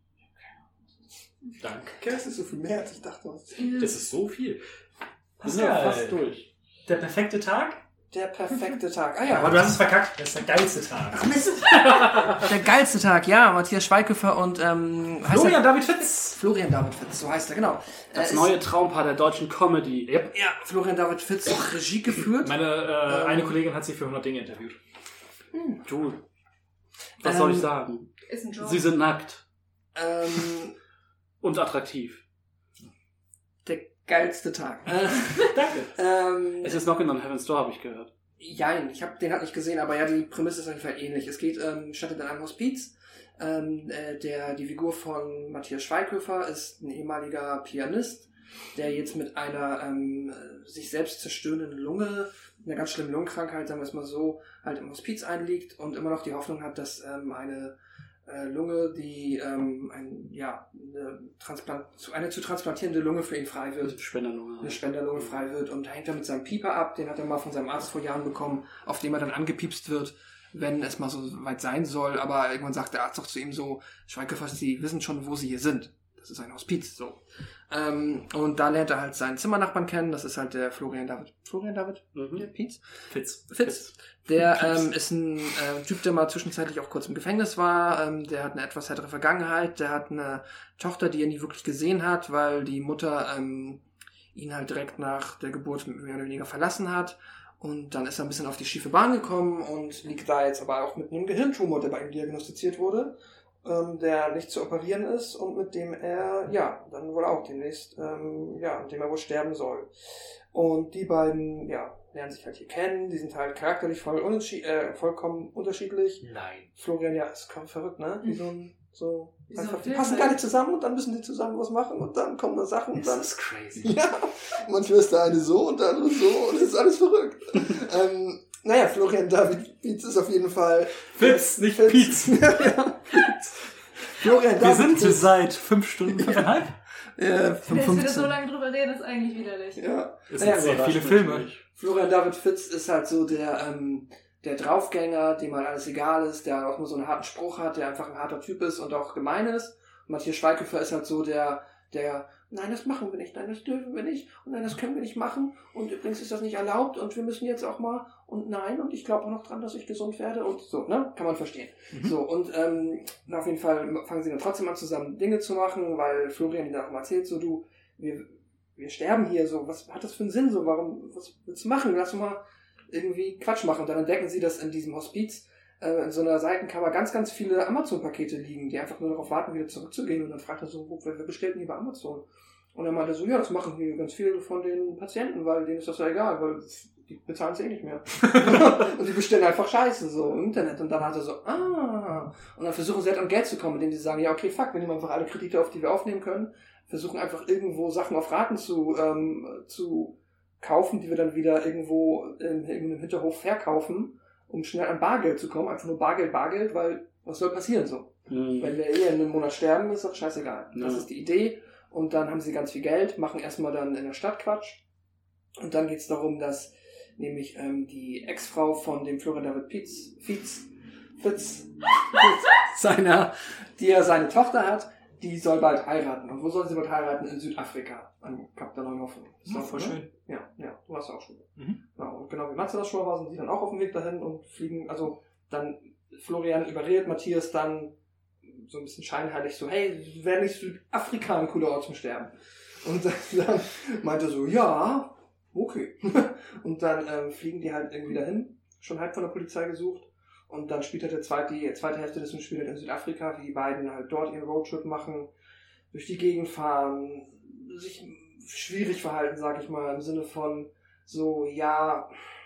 Danke. Das ist so viel mehr, als ich dachte. Das ist so viel. Wir sind ja Pascal, fast durch. der perfekte Tag? Der perfekte Tag. Ah ja. Aber du hast es verkackt. Das ist der geilste Tag. Ach, Mist. Der geilste Tag, ja. Matthias Schweighöfer und ähm, heißt Florian er? David Fitz. Florian David Fitz, so heißt er, genau. Das Äh, neue Traumpaar der deutschen Comedy. Yep. Ja, Florian David Fitz, auch Regie geführt. Meine äh, Ähm. eine Kollegin hat sie für hundert Dinge interviewt. Du. Was Ähm, soll ich sagen? Ist ein Job. Sie sind nackt Ähm, und attraktiv. der geilste Tag. Äh, Danke. ähm, Es ist noch in Heaven's Door, habe ich gehört. Jein, ich habe den halt nicht gesehen, aber ja, die Prämisse ist auf jeden Fall ähnlich. Es geht, ähm, startet in einem Hospiz. Ähm, äh, der, die Figur von Matthias Schweighöfer ist ein ehemaliger Pianist, der jetzt mit einer ähm, sich selbst zerstörenden Lunge, einer ganz schlimmen Lungenkrankheit, sagen wir es mal so, halt im Hospiz einliegt und immer noch die Hoffnung hat, dass ähm, eine äh, Lunge, die ähm, ein, ja, eine, Transplant eine zu transplantierende Lunge für ihn frei wird. Spenderlunge. Eine Spenderlunge frei wird und hängt er mit seinem Pieper ab, den hat er mal von seinem Arzt vor Jahren bekommen, auf dem er dann angepiepst wird, wenn es mal so weit sein soll, aber irgendwann sagt der Arzt doch zu ihm so, Schweighöfer, Sie wissen schon, wo Sie hier sind. Das ist ein Hospiz, so. Ähm, und da lernt er halt seinen Zimmernachbarn kennen, das ist halt der Florian David. Florian David? Mhm. Der Pietz? Fitz. Fitz. Der ähm, ist ein äh, Typ, der mal zwischenzeitlich auch kurz im Gefängnis war. Ähm, der hat eine etwas härtere Vergangenheit. Der hat eine Tochter, die er nie wirklich gesehen hat, weil die Mutter ähm, ihn halt direkt nach der Geburt mehr oder weniger verlassen hat. Und dann ist er ein bisschen auf die schiefe Bahn gekommen und liegt da jetzt aber auch mit einem Gehirntumor, der bei ihm diagnostiziert wurde, ähm, der nicht zu operieren ist und mit dem er, ja, dann wohl auch demnächst, ähm, ja, mit dem er wohl sterben soll. Und die beiden, ja, lernen sich halt hier kennen, die sind halt charakterlich voll unterschied- äh, vollkommen unterschiedlich. Nein. Florian, ja, ist kaum verrückt, ne? Wie so ein, so, Wie so einfach, ein die Film, passen halt. gar nicht zusammen und dann müssen die zusammen was machen und dann kommen da Sachen und dann, Das ist crazy. ja, manchmal ist der eine so und der andere so und es ist alles verrückt. ähm, naja, Florian David Pietz ist auf jeden Fall... Fitz, nicht Fitz. Pietz. ja, Fitz. Florian Wir David sind Pietz. seit fünf Stunden, fünfeinhalb. Äh, Dass wir da so fünfzehn. lange drüber reden, ist eigentlich widerlich. Ja. Es Naja, sind sehr überrascht viele Filme. natürlich. Florian David Fitz ist halt so der, ähm, der Draufgänger, dem halt alles egal ist, der auch nur so einen harten Spruch hat, der einfach ein harter Typ ist und auch gemein ist. Und Matthias Schweighöfer ist halt so der, der, nein, das machen wir nicht, nein, das dürfen wir nicht und nein, das können wir nicht machen und übrigens ist das nicht erlaubt und wir müssen jetzt auch mal und nein und ich glaube auch noch dran, dass ich gesund werde und so, ne, kann man verstehen. Mhm. So, und ähm, auf jeden Fall fangen sie dann trotzdem an, zusammen Dinge zu machen, weil Florian ihnen auch mal erzählt, so, du, wir, wir sterben hier, so, was hat das für einen Sinn, so, warum, was willst du machen, lass uns mal irgendwie Quatsch machen. Und dann entdecken sie, dass in diesem Hospiz äh, in so einer Seitenkammer ganz, ganz viele Amazon-Pakete liegen, die einfach nur darauf warten, wieder zurückzugehen. Und dann fragt er so, wo, wer, wer bestellt denn hier bei Amazon? Und er meinte so, ja, das machen hier ganz viele von den Patienten, weil denen ist das ja egal, weil die bezahlen es eh nicht mehr. Und die bestellen einfach Scheiße so im Internet. Und dann hat er so, ah. Und dann versuchen sie halt an Geld zu kommen, indem sie sagen, ja, okay, fuck, wir nehmen einfach alle Kredite auf, die wir aufnehmen können, versuchen einfach irgendwo Sachen auf Raten zu, ähm, zu kaufen, die wir dann wieder irgendwo in irgendeinem Hinterhof verkaufen, um schnell an Bargeld zu kommen. Einfach nur Bargeld, Bargeld, weil was soll passieren so? Mhm. Wenn wir eh in einem Monat sterben, ist doch scheißegal. Ja. Das ist die Idee. Und dann haben sie ganz viel Geld, machen erstmal dann in der Stadt Quatsch. Und dann geht's darum, dass nämlich ähm, die Ex-Frau von dem Florian David Pietz, Fietz, Fitz, seiner, die ja seine Tochter hat, die soll bald heiraten. Und wo soll sie bald heiraten? In Südafrika, an Kap der Neuen Hoffnung. Ist Ja, doch, voll ne? schön. Ja, ja, du warst auch schon. Mhm. Genau, und genau wie Matze das schon war, sind sie dann auch auf dem Weg dahin und fliegen, also dann Florian überredet Matthias dann so ein bisschen scheinheilig so, hey, wäre nicht Südafrika ein cooler Ort zum Sterben? Und dann meinte er so, ja, okay. Und dann ähm, fliegen die halt irgendwie dahin, schon halb von der Polizei gesucht. Und dann spielt halt der zweite, die zweite Hälfte des Films spielt halt in Südafrika, wie die beiden halt dort ihren Roadtrip machen, durch die Gegend fahren, sich schwierig verhalten, sag ich mal, im Sinne von so, ja,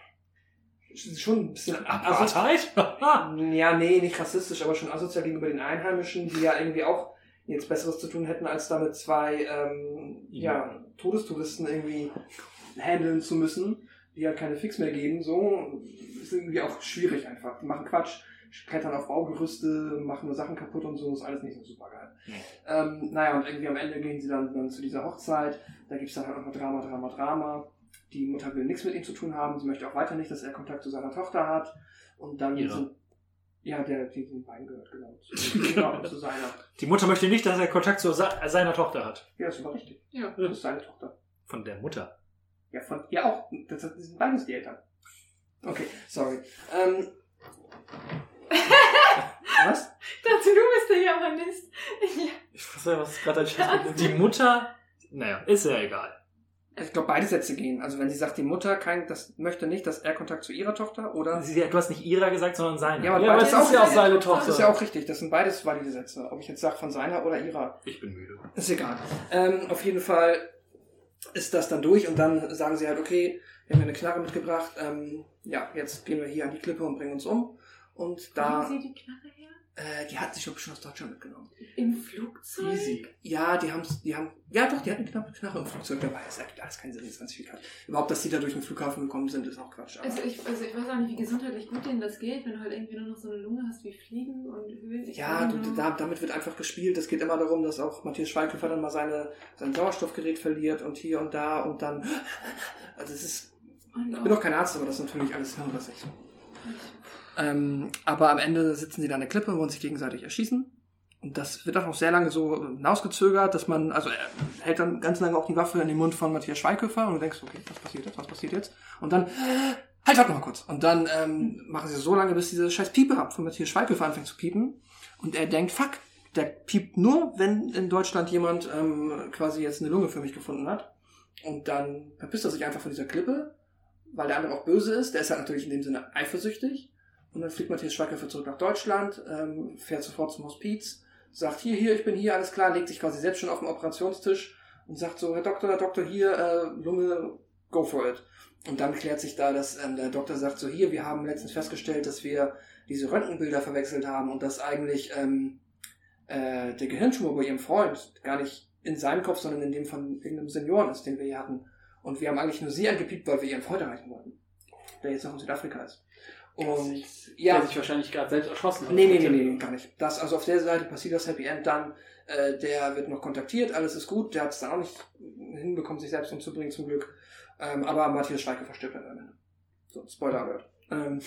schon ein bisschen Apartheid? ja, nee, nicht rassistisch, aber schon asozial gegenüber den Einheimischen, die ja irgendwie auch jetzt Besseres zu tun hätten, als damit zwei ähm, ja, Todestouristen irgendwie handeln zu müssen, die halt keine Fix mehr geben. So ist irgendwie auch schwierig einfach. Die machen Quatsch, klettern auf Baugerüste, machen nur Sachen kaputt und so, ist alles nicht so super geil. Nee. Ähm, naja, und irgendwie am Ende gehen sie dann, dann zu dieser Hochzeit, da gibt's dann halt nochmal Drama, Drama, Drama. Die Mutter will nichts mit ihm zu tun haben, sie möchte auch weiter nicht, dass er Kontakt zu seiner Tochter hat. Und dann Ihre. sind, ja, der, die sind beiden gehört, genau. Zu, genau, zu seiner. Die Mutter möchte nicht, dass er Kontakt zu se- seiner Tochter hat. Ja, das war richtig. Ja. Das ist seine Tochter. Von der Mutter. Ja, von ihr auch. Das, das sind beides die Eltern. Okay, sorry. Ähm, was? Ich dachte, du bist der Japanist. Ja. Ich weiß nicht, was gerade ein Scheiß Die Mutter, naja, ist ja egal. Ich glaube, beide Sätze gehen. Also wenn sie sagt, die Mutter kein, das möchte nicht, dass er Kontakt zu ihrer Tochter, oder? Sie, du hast nicht ihrer gesagt, sondern seiner. Ja, aber aber beides es ist ja auch ist seine ja- Tochter. Das ist ja auch richtig. Das sind beides valide Sätze. Ob ich jetzt sage von seiner oder ihrer. Ich bin müde. Ist egal. Ähm, auf jeden Fall ist das dann durch und dann sagen sie halt, okay, wir haben hier eine Knarre mitgebracht, ähm, ja, jetzt gehen wir hier an die Klippe und bringen uns um. Und da, Haben Sie die Knarre her? äh, die hat sich doch schon aus Deutschland mitgenommen. Im Flugzeug? Easy. Ja, die haben's, die haben, ja doch, die hatten eine knappe Knarre im Flugzeug dabei. Das ergibt alles keinen Sinn, das ist ganz viel Quatsch. Überhaupt, dass die da durch den Flughafen gekommen sind, ist auch Quatsch. Aber Also ich, also ich weiß auch nicht, wie gesundheitlich gut denen das geht, wenn du halt irgendwie nur noch so eine Lunge hast wie Fliegen und Höhen. Ich ja, weiß du, nicht. da, damit wird einfach gespielt. Es geht immer darum, dass auch Matthias Schweighöfer dann mal seine, sein Sauerstoffgerät verliert und hier und da und dann, also es ist, Und ich bin doch kein Arzt, aber das ist natürlich alles hirnrissig. Ähm, aber am Ende sitzen sie da an der Klippe und wollen sich gegenseitig erschießen. Und das wird auch noch sehr lange so hinausgezögert, dass man, also er hält dann ganz lange auch die Waffe in den Mund von Matthias Schweighöfer und du denkst, okay, was passiert jetzt, was passiert jetzt? Und dann, halt, warte mal kurz. Und dann ähm, machen sie so lange, bis diese scheiß Piepe ab von Matthias Schweighöfer anfängt zu piepen. Und er denkt, fuck, der piept nur, wenn in Deutschland jemand ähm, quasi jetzt eine Lunge für mich gefunden hat. Und dann verpisst er sich einfach von dieser Klippe, weil der andere auch böse ist. Der ist halt natürlich in dem Sinne eifersüchtig. Und dann fliegt Matthias Schweighöfer zurück nach Deutschland, ähm, fährt sofort zum Hospiz, sagt, hier, hier, ich bin hier, alles klar, legt sich quasi selbst schon auf den Operationstisch und sagt so, Herr Doktor, Herr Doktor, hier, äh, Lunge, go for it. Und dann klärt sich da, dass ähm, der Doktor sagt so, hier, wir haben letztens festgestellt, dass wir diese Röntgenbilder verwechselt haben und dass eigentlich ähm, äh, der Gehirntumor bei Ihrem Freund gar nicht in seinem Kopf, sondern in dem von irgendeinem Senioren ist, den wir hier hatten. Und wir haben eigentlich nur Sie angepiept, weil wir Ihren Freund erreichen wollten, der jetzt noch in Südafrika ist. Und ja, der sich wahrscheinlich gerade selbst erschossen hat. Nee, nee, nee, nee, gar nicht. Das, also auf der Seite passiert das Happy End dann, äh, der wird noch kontaktiert, alles ist gut, der hat es dann auch nicht hinbekommen, sich selbst umzubringen, zum Glück. Ähm, aber Matthias Schweighöfer stirbt dann am Ende. So, Spoiler alert. Ähm,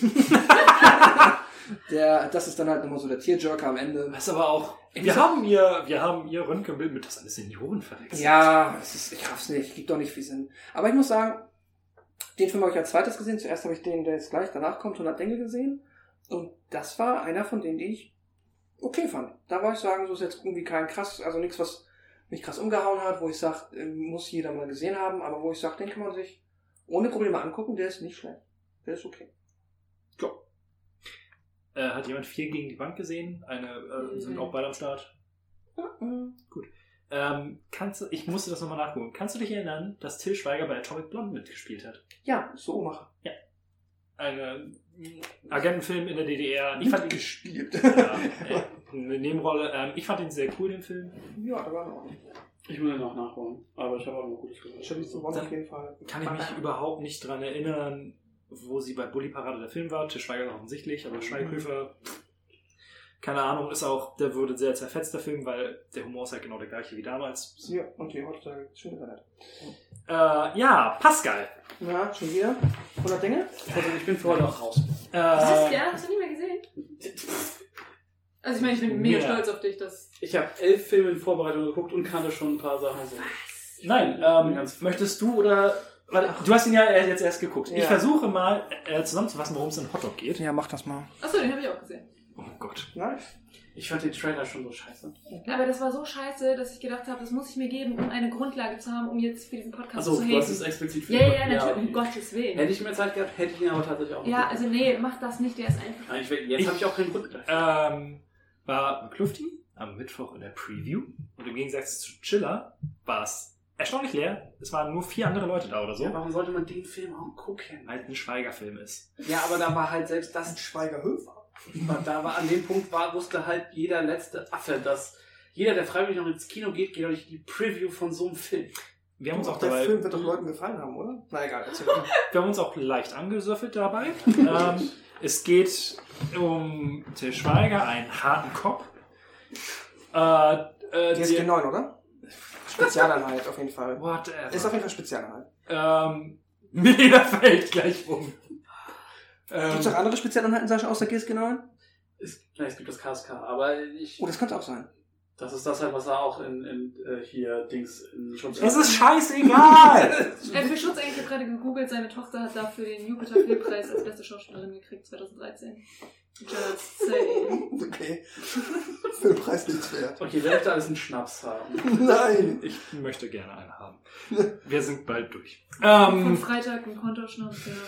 der, das ist dann halt nochmal so der Tearjerker am Ende. Was aber auch, wir haben ihr, wir haben ihr Röntgenbild mit das alles Senioren verwechselt. Ja, es ist, ich raff's nicht, gibt doch nicht viel Sinn. Aber ich muss sagen, den Film habe ich als zweites gesehen. Zuerst habe ich den, der jetzt gleich danach kommt, hundert Dinge gesehen. Und das war einer von denen, die ich okay fand. Da war ich sagen, so ist jetzt irgendwie kein krass, also nichts, was mich krass umgehauen hat, wo ich sage, muss jeder mal gesehen haben, aber wo ich sage, den kann man sich ohne Probleme angucken, der ist nicht schlecht. Der ist okay. Ja. Äh, hat jemand vier gegen die Wand gesehen? Eine, äh, sind auch beide am Start? Mhm. Gut. Ähm, kannst du, ich musste das nochmal nachgucken. Kannst du dich erinnern, dass Till Schweiger bei Atomic Blonde mitgespielt hat? Ja, so Uhrmacher. Ja. Ein Agentenfilm in der D D R. Ich fand ihn gespielt. Ja, äh, eine Nebenrolle. Ähm, ich fand ihn sehr cool, den Film. Ja, da war noch nicht. Ich will den auch nachholen, aber ich habe auch noch Gutes gehört. Ich habe nicht so One auf jeden Fall. Kann ich mich überhaupt nicht dran erinnern, wo sie bei Bully Parade der Film war. Till Schweiger offensichtlich, aber Schweighöfer, keine Ahnung, ist auch, der wurde sehr zerfetzt, der Film, weil der Humor ist halt genau der gleiche wie damals. Ja, und die heutzutage schön Internet. Äh, ja, Pascal. Ja, schon wieder? hundert Dinge? Also ich bin für heute auch raus. Hast du das Äh, gerne? Hast du nie mehr gesehen? Also ich meine, ich bin mega Ja. stolz auf dich, dass... Ich habe elf Filme in Vorbereitung geguckt und kannte schon ein paar Sachen. So. nein, ähm, möchtest du oder... Warte, du hast ihn ja jetzt erst geguckt. Ja. Ich versuche mal äh, zusammenzufassen, worum es in Hotdog geht. Ja, mach das mal. Achso, den habe ich auch gesehen. Oh Gott. Nice. Ich fand den Trailer schon so scheiße. Aber das war so scheiße, dass ich gedacht habe, das muss ich mir geben, um eine Grundlage zu haben, um jetzt für diesen Podcast Achso, zu du hast haten. es explizit für Ja, ja, ja, natürlich, okay. um Gottes Willen. Hätte ich mehr Zeit gehabt, hätte ich ihn aber tatsächlich auch Ja, geguckt. also nee, mach das nicht, der ist einfach... Nein, ich, jetzt habe ich auch keinen Grund dafür. Ähm, war McClufty am Mittwoch in der Preview und im Gegensatz zu Chiller war es erstaunlich leer. Es waren nur vier andere Leute da oder so. Ja, warum sollte man den Film auch gucken? Weil es ein Schweiger-Film ist. Ja, aber da war halt selbst das... Schweigerhöfer. Da war an dem Punkt, war, wusste halt jeder letzte Affe, dass jeder, der freiwillig noch ins Kino geht, geht doch nicht die Preview von so einem Film. Wir haben uns auch Der dabei, Film wird doch Leuten gefallen haben, oder? Na egal, erzähl mal. wir haben uns auch leicht angesöffelt dabei. ähm, es geht um Till Schweiger, einen harten Kopf. Äh, äh, Die ist G neun, oder? Spezialeinheit auf jeden Fall. Whatever. Ist auf jeden Fall Spezialeinheit. Ähm, Milena fällt gleich um. Ähm, Gibt es auch andere Spezialeinheiten, Sascha, außer G S G neun? Es, nein, es gibt das K S K, aber ich... Oh, das könnte auch sein. Das ist das halt, was er auch in, in äh, hier Dings in Schutz... es ist scheißegal! Äh, für Schutz eigentlich, ich habe gerade gegoogelt, seine Tochter hat dafür den Jupiter Filmpreis als beste Schauspielerin gekriegt, zwanzig dreizehn. Just saying. Okay. Filmpreis nichts wert. Okay, wer möchte alles einen Schnaps haben? Nein! Ich möchte gerne einen haben. Wir sind bald durch. Von Ähm, Freitag ein Kontoschnaps, ja.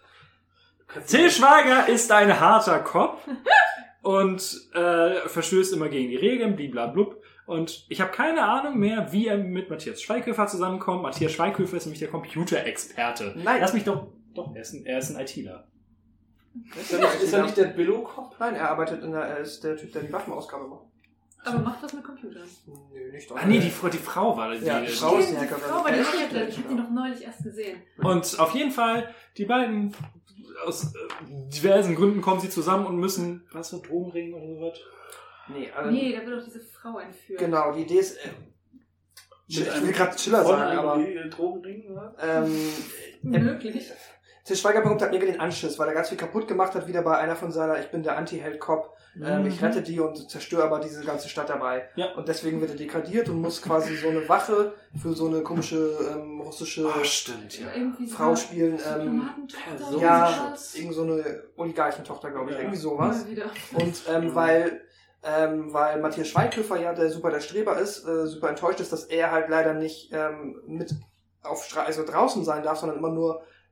Till Schweiger ist ein harter Kopf und äh, verstößt immer gegen die Regeln, bliblablub. Und ich habe keine Ahnung mehr, wie er mit Matthias Schweighöfer zusammenkommt. Matthias Schweighöfer ist nämlich der Computerexperte. Nein. Lass mich doch... Doch, er ist ein, er ist ein ITler. Ist er nicht, ist er nicht der Billo-Cop? Nein, er arbeitet in der, er ist der Typ, der die Waffenausgabe macht. Aber macht was mit Computern. Nö, nicht Ah nee, die, Frau- die Frau war die. Ja, die, die Frau ist die Stimmt, die Hackerin. Frau war die Echt? Hackerin. Ich habe die noch neulich erst gesehen. Und auf jeden Fall, die beiden, aus äh, diversen Gründen kommen sie zusammen und müssen, was für Drogenring oder sowas? Nee, also, Nee, da wird doch diese Frau entführt. genau, die Idee ist, äh, ich will gerade Chiller sagen, aber, Drogenring, oder? ähm, Möglich. Til Schweiger bekommt halt mega den Anschiss, weil er ganz viel kaputt gemacht hat, wieder bei einer von seiner, ich bin der Anti-Held-Cop, ähm, ich rette die und zerstöre aber diese ganze Stadt dabei. Ja. Und deswegen wird er degradiert und muss quasi so eine Wache für so eine komische ähm, russische Oh, stimmt, ja. Irgendwie so Frau eine spielen. Ähm, Diplomatentochter oder ja, sowas. irgend so eine Oligarchentochter, glaube ich, Ja. irgendwie sowas. Mal wieder. Und ähm, weil ähm, weil Matthias Schweighöfer ja der super der Streber ist, äh, super enttäuscht ist, dass er halt leider nicht ähm, mit auf Stra also draußen sein darf, sondern immer nur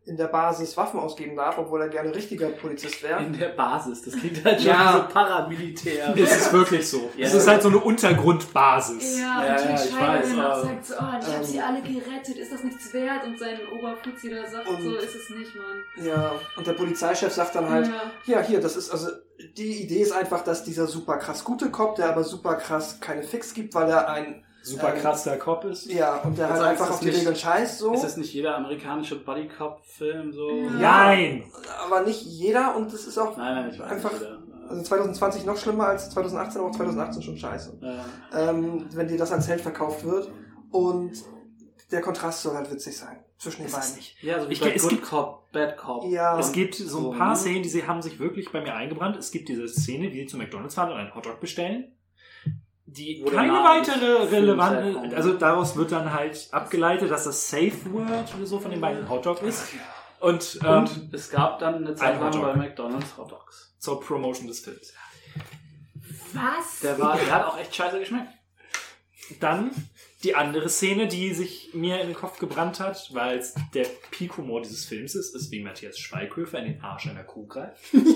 in der Basis Waffen ausgeben darf, obwohl er gerne richtiger Polizist wäre. In der Basis, das klingt halt schon Ja. so paramilitär. Es ist wirklich so. Ja. Es ist halt so eine Untergrundbasis. Ja, Ja, und ja, Til ich Schweiger weiß, dann auch aber- sagt so, oh, ich hab Ähm, sie alle gerettet, ist das nichts wert? Und sein Oberfuzzi da sagt Und- so, ist es nicht, Mann. Ja, und der Polizeichef sagt dann halt, Ja. ja, hier, das ist, also, die Idee ist einfach, dass dieser super krass gute Cop, der aber super krass keine Fix gibt, weil er ein, Super Ähm, krass der Cop ist. ja, und der Also halt ist einfach das auf die nicht- Regeln scheißt, so. Ist das nicht jeder amerikanische Buddy-Cop-Film so? Ja. Nein! Aber nicht jeder, und das ist auch Nein, nein, ich weiß einfach, nicht jeder. also zwanzig zwanzig noch schlimmer als zwanzig achtzehn, aber auch zwanzig achtzehn schon scheiße. Ja. Ähm, wenn dir das als Held verkauft wird, und der Kontrast soll halt witzig sein, zwischen den Es ist beiden. nicht. Ja, so wie Ich- bei es Good gibt- Cop, Bad Cop. Ja. Es gibt so So, ein paar ne? Szenen, die sie haben sich wirklich bei mir eingebrannt. Es gibt diese Szene, wie sie zu McDonald's fahren und einen Hotdog bestellen, die Wo der keine Name des weitere Films relevante, herkommt. also daraus wird dann halt abgeleitet, dass das Safe Word oder so von den beiden Hotdog ist. Und, ähm, Und es gab dann eine Zeit ein lang Hotdog. bei McDonald's Hot Dogs. zur Promotion des Films. Was? Der war, der hat auch echt scheiße geschmeckt. Dann die andere Szene, die sich mir in den Kopf gebrannt hat, weil es der Peak-Humor dieses Films ist, ist, wie Matthias Schweighöfer in den Arsch einer Kuh greift.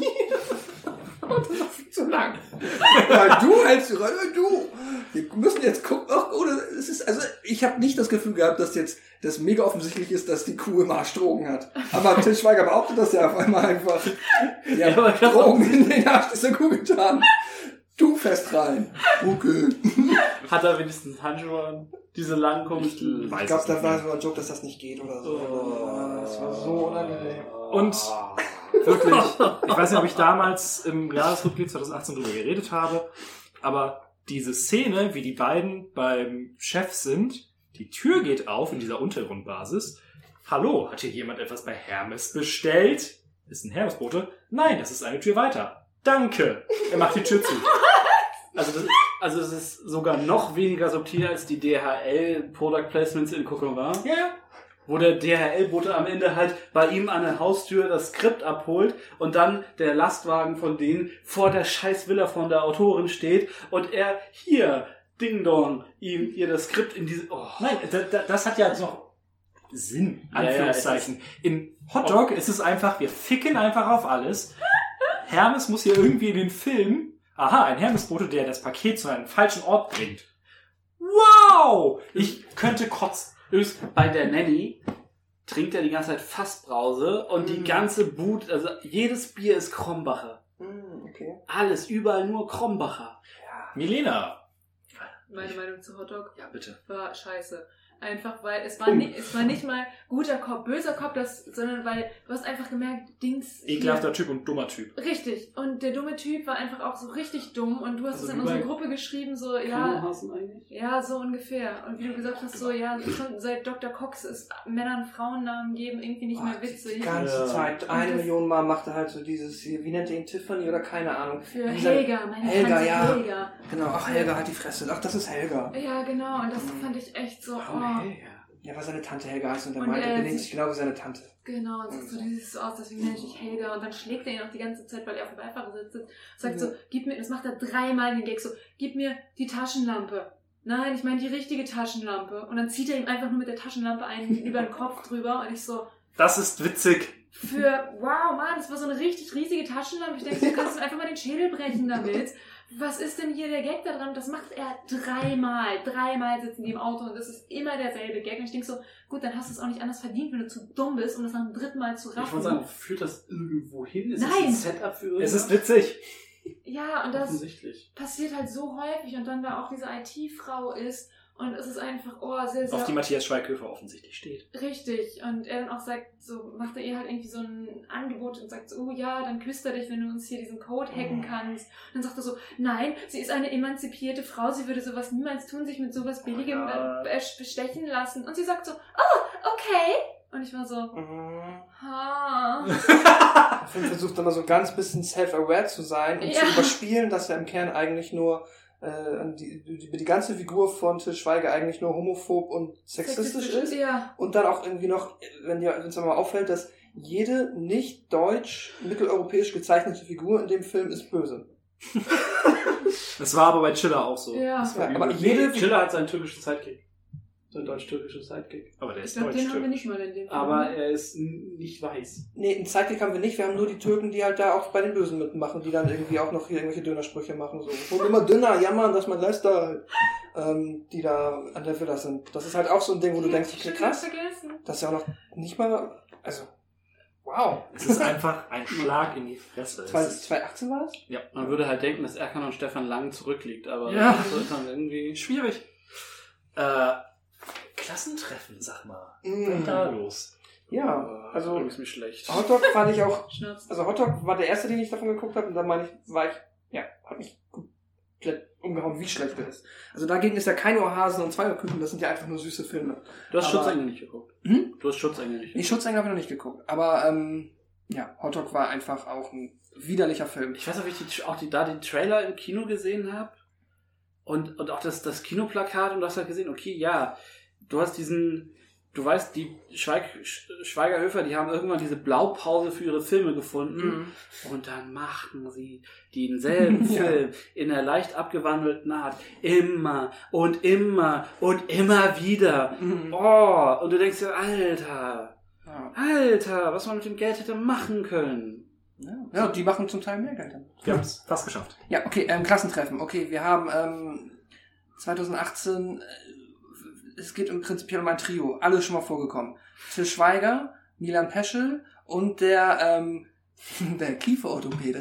Zu lang. Ja, du hältst die Rolle, du. Wir müssen jetzt gucken. Ach, oder es ist, also ich habe nicht das Gefühl gehabt, dass jetzt das mega offensichtlich ist, dass die Kuh im Arsch Drogen hat. Aber Til Schweiger behauptet das ja auf einmal einfach. Ja, Ja, aber das- Drogen in den Arsch dieser Kuh getan. Du fest rein. Okay. Hat er wenigstens Handschuhe an? Diese langen komischen. Weiß Ich glaube, es da nicht war mehr. so ein Joke, dass das nicht geht oder so. Oh. Das war so unangenehm. Und wirklich, ich weiß nicht, ob ich damals im Jahresrückblick zwanzig achtzehn drüber geredet habe, aber diese Szene, wie die beiden beim Chef sind, die Tür geht auf in dieser Untergrundbasis. Hallo, hat hier jemand etwas bei Hermes bestellt? Ist ein Hermesbote? Nein, das ist eine Tür weiter. Danke. Er macht die Tür zu. Also, das, also es ist sogar noch weniger subtil als die D H L Product Placements in Kokova. Ja, ja. Wo der D H L-Bote am Ende halt bei ihm an der Haustür das Skript abholt und dann der Lastwagen von denen vor der scheiß Villa von der Autorin steht und er hier, Ding Dong, ihm ihr das Skript in diese... Oh. Nein, da, da, das hat ja jetzt noch Sinn, Ja, ja, Anführungszeichen. In Hotdog ist es einfach, wir ficken einfach auf alles. Hermes muss hier irgendwie in den Film, aha, ein Hermesbote, der das Paket zu einem falschen Ort bringt. Wow! Ich könnte kotzen. Übrigens, bei der Nanny trinkt er die ganze Zeit Fassbrause und die Mhm. ganze Bude, also jedes Bier ist Krombacher. Hm, okay. Alles, überall nur Krombacher. Milena. Meine Meinung zu Hotdog Ja, bitte. war scheiße. Einfach weil es war, nicht, es war nicht mal guter Cop, böser Cop, das, sondern weil du hast einfach gemerkt, Dings. hier- Ekelhafter Typ und dummer Typ. Richtig. Und der dumme Typ war einfach auch so richtig dumm und du hast Also es in wie unsere bei Gruppe geschrieben, so, ja, Kammerhasen eigentlich? ja, so ungefähr. Und wie du gesagt hast, so, ja, schon seit Doktor Cox ist Männern Frauennamen geben irgendwie nicht mehr Die witzig. ganze Ja. Zeit, eine Und das- Million Mal macht er halt so dieses, hier, wie nennt er ihn, Tiffany oder keine Ahnung. Für Dieser- Helga, meine Helga, Tante ja. Helga. Genau, ach Helga hat die Fresse, ach das ist Helga. Ja, genau. Und das fand ich echt so, oh. Ja, weil seine Tante Helga heißt und der Und meint, er er benimmt sich- sich genau wie seine Tante. Genau, und sagt so, du siehst so aus, deswegen nenne ich dich Helga. Und dann schlägt er ihn auch die ganze Zeit, weil er auf dem Beifahrersitz sitzt. Sagt so, gib mir, das macht er dreimal den Gag so, gib mir die Taschenlampe. Nein, ich meine die richtige Taschenlampe. Und dann zieht er ihm einfach nur mit der Taschenlampe einen über den Kopf drüber. Und ich so, Das ist witzig. für, wow, Mann, das war so eine richtig riesige Taschenlampe. Ich denke, du kannst ihm einfach mal den Schädel brechen damit. Was ist denn hier der Gag da dran? Das macht er dreimal. Dreimal sitzen die im Auto und es ist immer derselbe Gag. Und ich denke so, gut, dann hast du es auch nicht anders verdient, wenn du zu dumm bist, um das nach dem dritten Mal zu Ich raffen. wollte sagen, führt das irgendwo hin? Ist Nein. das ein Setup für irgendwas? Es ist witzig. Ja, und das Offensichtlich. passiert halt so häufig und dann da auch diese I T-Frau ist und es ist einfach, oh, sehr, sehr Auf die Matthias Schweighöfer offensichtlich steht. richtig. Und er dann auch sagt, so macht er ihr halt irgendwie so ein Angebot und sagt so, oh ja, dann küsst er dich, wenn du uns hier diesen Code hacken kannst. Und dann sagt er so, nein, sie ist eine emanzipierte Frau, sie würde sowas niemals tun, sich mit sowas Billigem Ja. äh, bestechen lassen. Und sie sagt so, oh, okay. Und ich war so, Mhm. ha. Der Film versucht immer so ganz bisschen self-aware zu sein und Ja. zu überspielen, dass er im Kern eigentlich nur äh, die, die, die ganze Figur von Til Schweiger eigentlich nur homophob und sexistisch ist. Ja. Und dann auch irgendwie noch, wenn dir wenn es mal auffällt, dass jede nicht deutsch, mitteleuropäisch gezeichnete Figur in dem Film ist böse. Das war aber bei Chiller auch so. Ja. Ja, aber jede Chiller hat seinen türkischen Sidekick. Sein deutsch-türkischer Sidekick. Aber der Ich ist glaube, den haben wir deutsch. nicht mal in dem Film. Aber er ist n- nicht weiß. Nee, einen Sidekick haben wir nicht. Wir haben nur die Türken, die halt da auch bei den Bösen mitmachen, die dann irgendwie auch noch hier irgendwelche Dönersprüche machen. So. Und immer dünner, jammern, dass man Leicester, ähm, die da an der Villa sind. Das ist halt auch so ein Ding, wo du denkst, okay, krass, vergessen. das ist ja auch noch nicht mal, also, wow. Es ist einfach ein Schlag in die Fresse. Es ist- zwanzig achtzehn war es? Ja, Man würde halt denken, dass Erkan und Stefan lang zurückliegt, aber Ja. so ist dann irgendwie... schwierig. Äh, Klassentreffen, sag mal. Was ist denn da los? Ja, also irgendwie schlecht. Hotdog fand ich auch, Schnurz. also Hotdog war der erste, den ich davon geguckt habe und dann meine ich, war ich, ja, hat mich komplett umgehauen, wie schlecht der ist. Also dagegen ist ja kein Ohrhasen und zwei Ohrküken, das sind ja einfach nur süße Filme. Du hast Aber- Schutzengel nicht geguckt. Hm? Du hast Schutzengel nicht Die geguckt. Schutzengel habe ich noch nicht geguckt, aber ähm, ja, Hotdog war einfach auch ein widerlicher Film. Ich weiß auch, wie ich die, auch die, da den Trailer im Kino gesehen habe und, und auch das, das Kinoplakat und du hast halt gesehen, okay, ja, du hast diesen, du weißt, die Schweig, Sch- Schweigerhöfer, die haben irgendwann diese Blaupause für ihre Filme gefunden Mhm. und dann machten sie denselben Ja. Film in einer leicht abgewandelten Art immer und immer und immer wieder. Mhm. Oh, und du denkst dir, Alter, Ja. Alter, was man mit dem Geld hätte machen können. Ja, die machen zum Teil mehr Geld dann. Wir haben es fast geschafft. Ja, okay, ähm, Klassentreffen. Okay, wir haben ähm, zwanzig achtzehn, äh, es geht im Prinzip um ein Trio, alle schon mal vorgekommen. Till Schweiger, Milan Peschel und der, ähm, der Kieferorthopäde.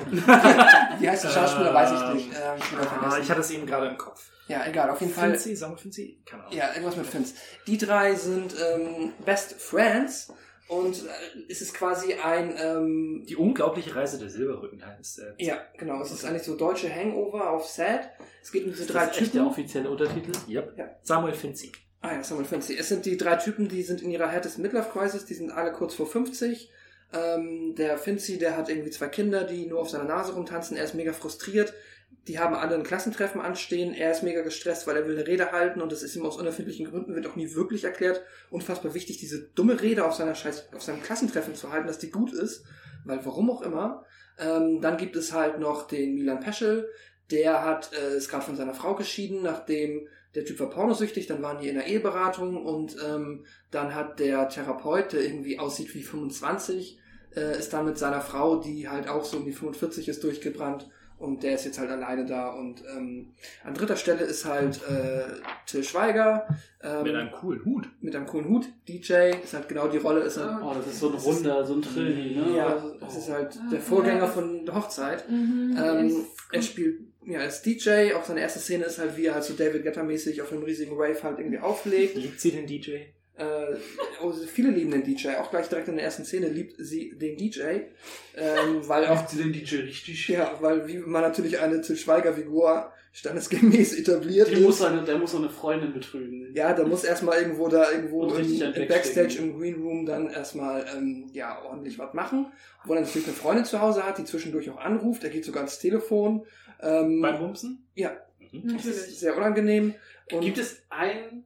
Wie heißt der Schauspieler, weiß ich nicht. Ähm, ich, wieder Ah, vergessen. ich hatte es eben gerade im Kopf. Ja, egal, auf jeden Fall. Finzi, sagen wir Finzi? Keine Ahnung. Ja, irgendwas mit Fins. Die drei sind ähm, Best Friends und äh, es ist quasi ein... Ähm, Die unglaubliche Reise der Silberrücken heißt der. ja, genau, es ist eigentlich so deutsche Hangover auf Sad. Es geht um diese Ist drei das echt der Typen. offizielle Untertitel? Yep. Ja. Samuel Finzi. Ah ja, Samuel Finzi. Es sind die drei Typen, die sind in ihrer härtesten Midlife-Crisis, die sind alle kurz vor fünfzig. Ähm, der Finzi, der hat irgendwie zwei Kinder, die nur auf seiner Nase rumtanzen. Er ist mega frustriert. Die haben alle ein Klassentreffen anstehen. Er ist mega gestresst, weil er will eine Rede halten und das ist ihm aus unerfindlichen Gründen, wird auch nie wirklich erklärt. Unfassbar wichtig, diese dumme Rede auf seiner Scheiß, auf seinem Klassentreffen zu halten, dass die gut ist, weil warum auch immer. Ähm, dann gibt es halt noch den Milan Peschel, der hat, äh, ist gerade von seiner Frau geschieden, nachdem der Typ war pornosüchtig, dann waren die in der Eheberatung und ähm, dann hat der Therapeut, der irgendwie aussieht wie fünfundzwanzig, äh, ist dann mit seiner Frau, die halt auch so um die fünfundvierzig ist, durchgebrannt und der ist jetzt halt alleine da und ähm, an dritter Stelle ist halt äh, Till Schweiger ähm, Mit einem coolen Hut. mit einem coolen Hut, D J, ist halt genau die Rolle, ist halt, Oh, das ist so ein runder, so ein Trilli, ne? ja, das ist halt der Vorgänger von der Hochzeit. Mhm, Ähm, er spielt ja als D J, auch seine erste Szene ist halt, wie er halt so David Guetta-mäßig auf einem riesigen Rave halt irgendwie auflegt. Liebt sie den D J? Äh, oh, viele lieben den D J, auch gleich direkt in der ersten Szene liebt sie den D J, ähm, weil auch, sie den D J richtig? ja, weil wie man natürlich eine Till Schweiger-Figur standesgemäß etabliert Der muss, seine, der muss so eine Freundin betrügen. ja, da muss erstmal irgendwo da irgendwo Und im, richtig ein im Backstage. Backstage im Green Room dann erstmal ähm, ja ordentlich was machen. Obwohl er natürlich eine Freundin zu Hause hat, die zwischendurch auch anruft. Er geht sogar ans Telefon. Ähm, Beim Bumsen? ja, Mhm. das ist Natürlich. sehr unangenehm. Und Gibt es einen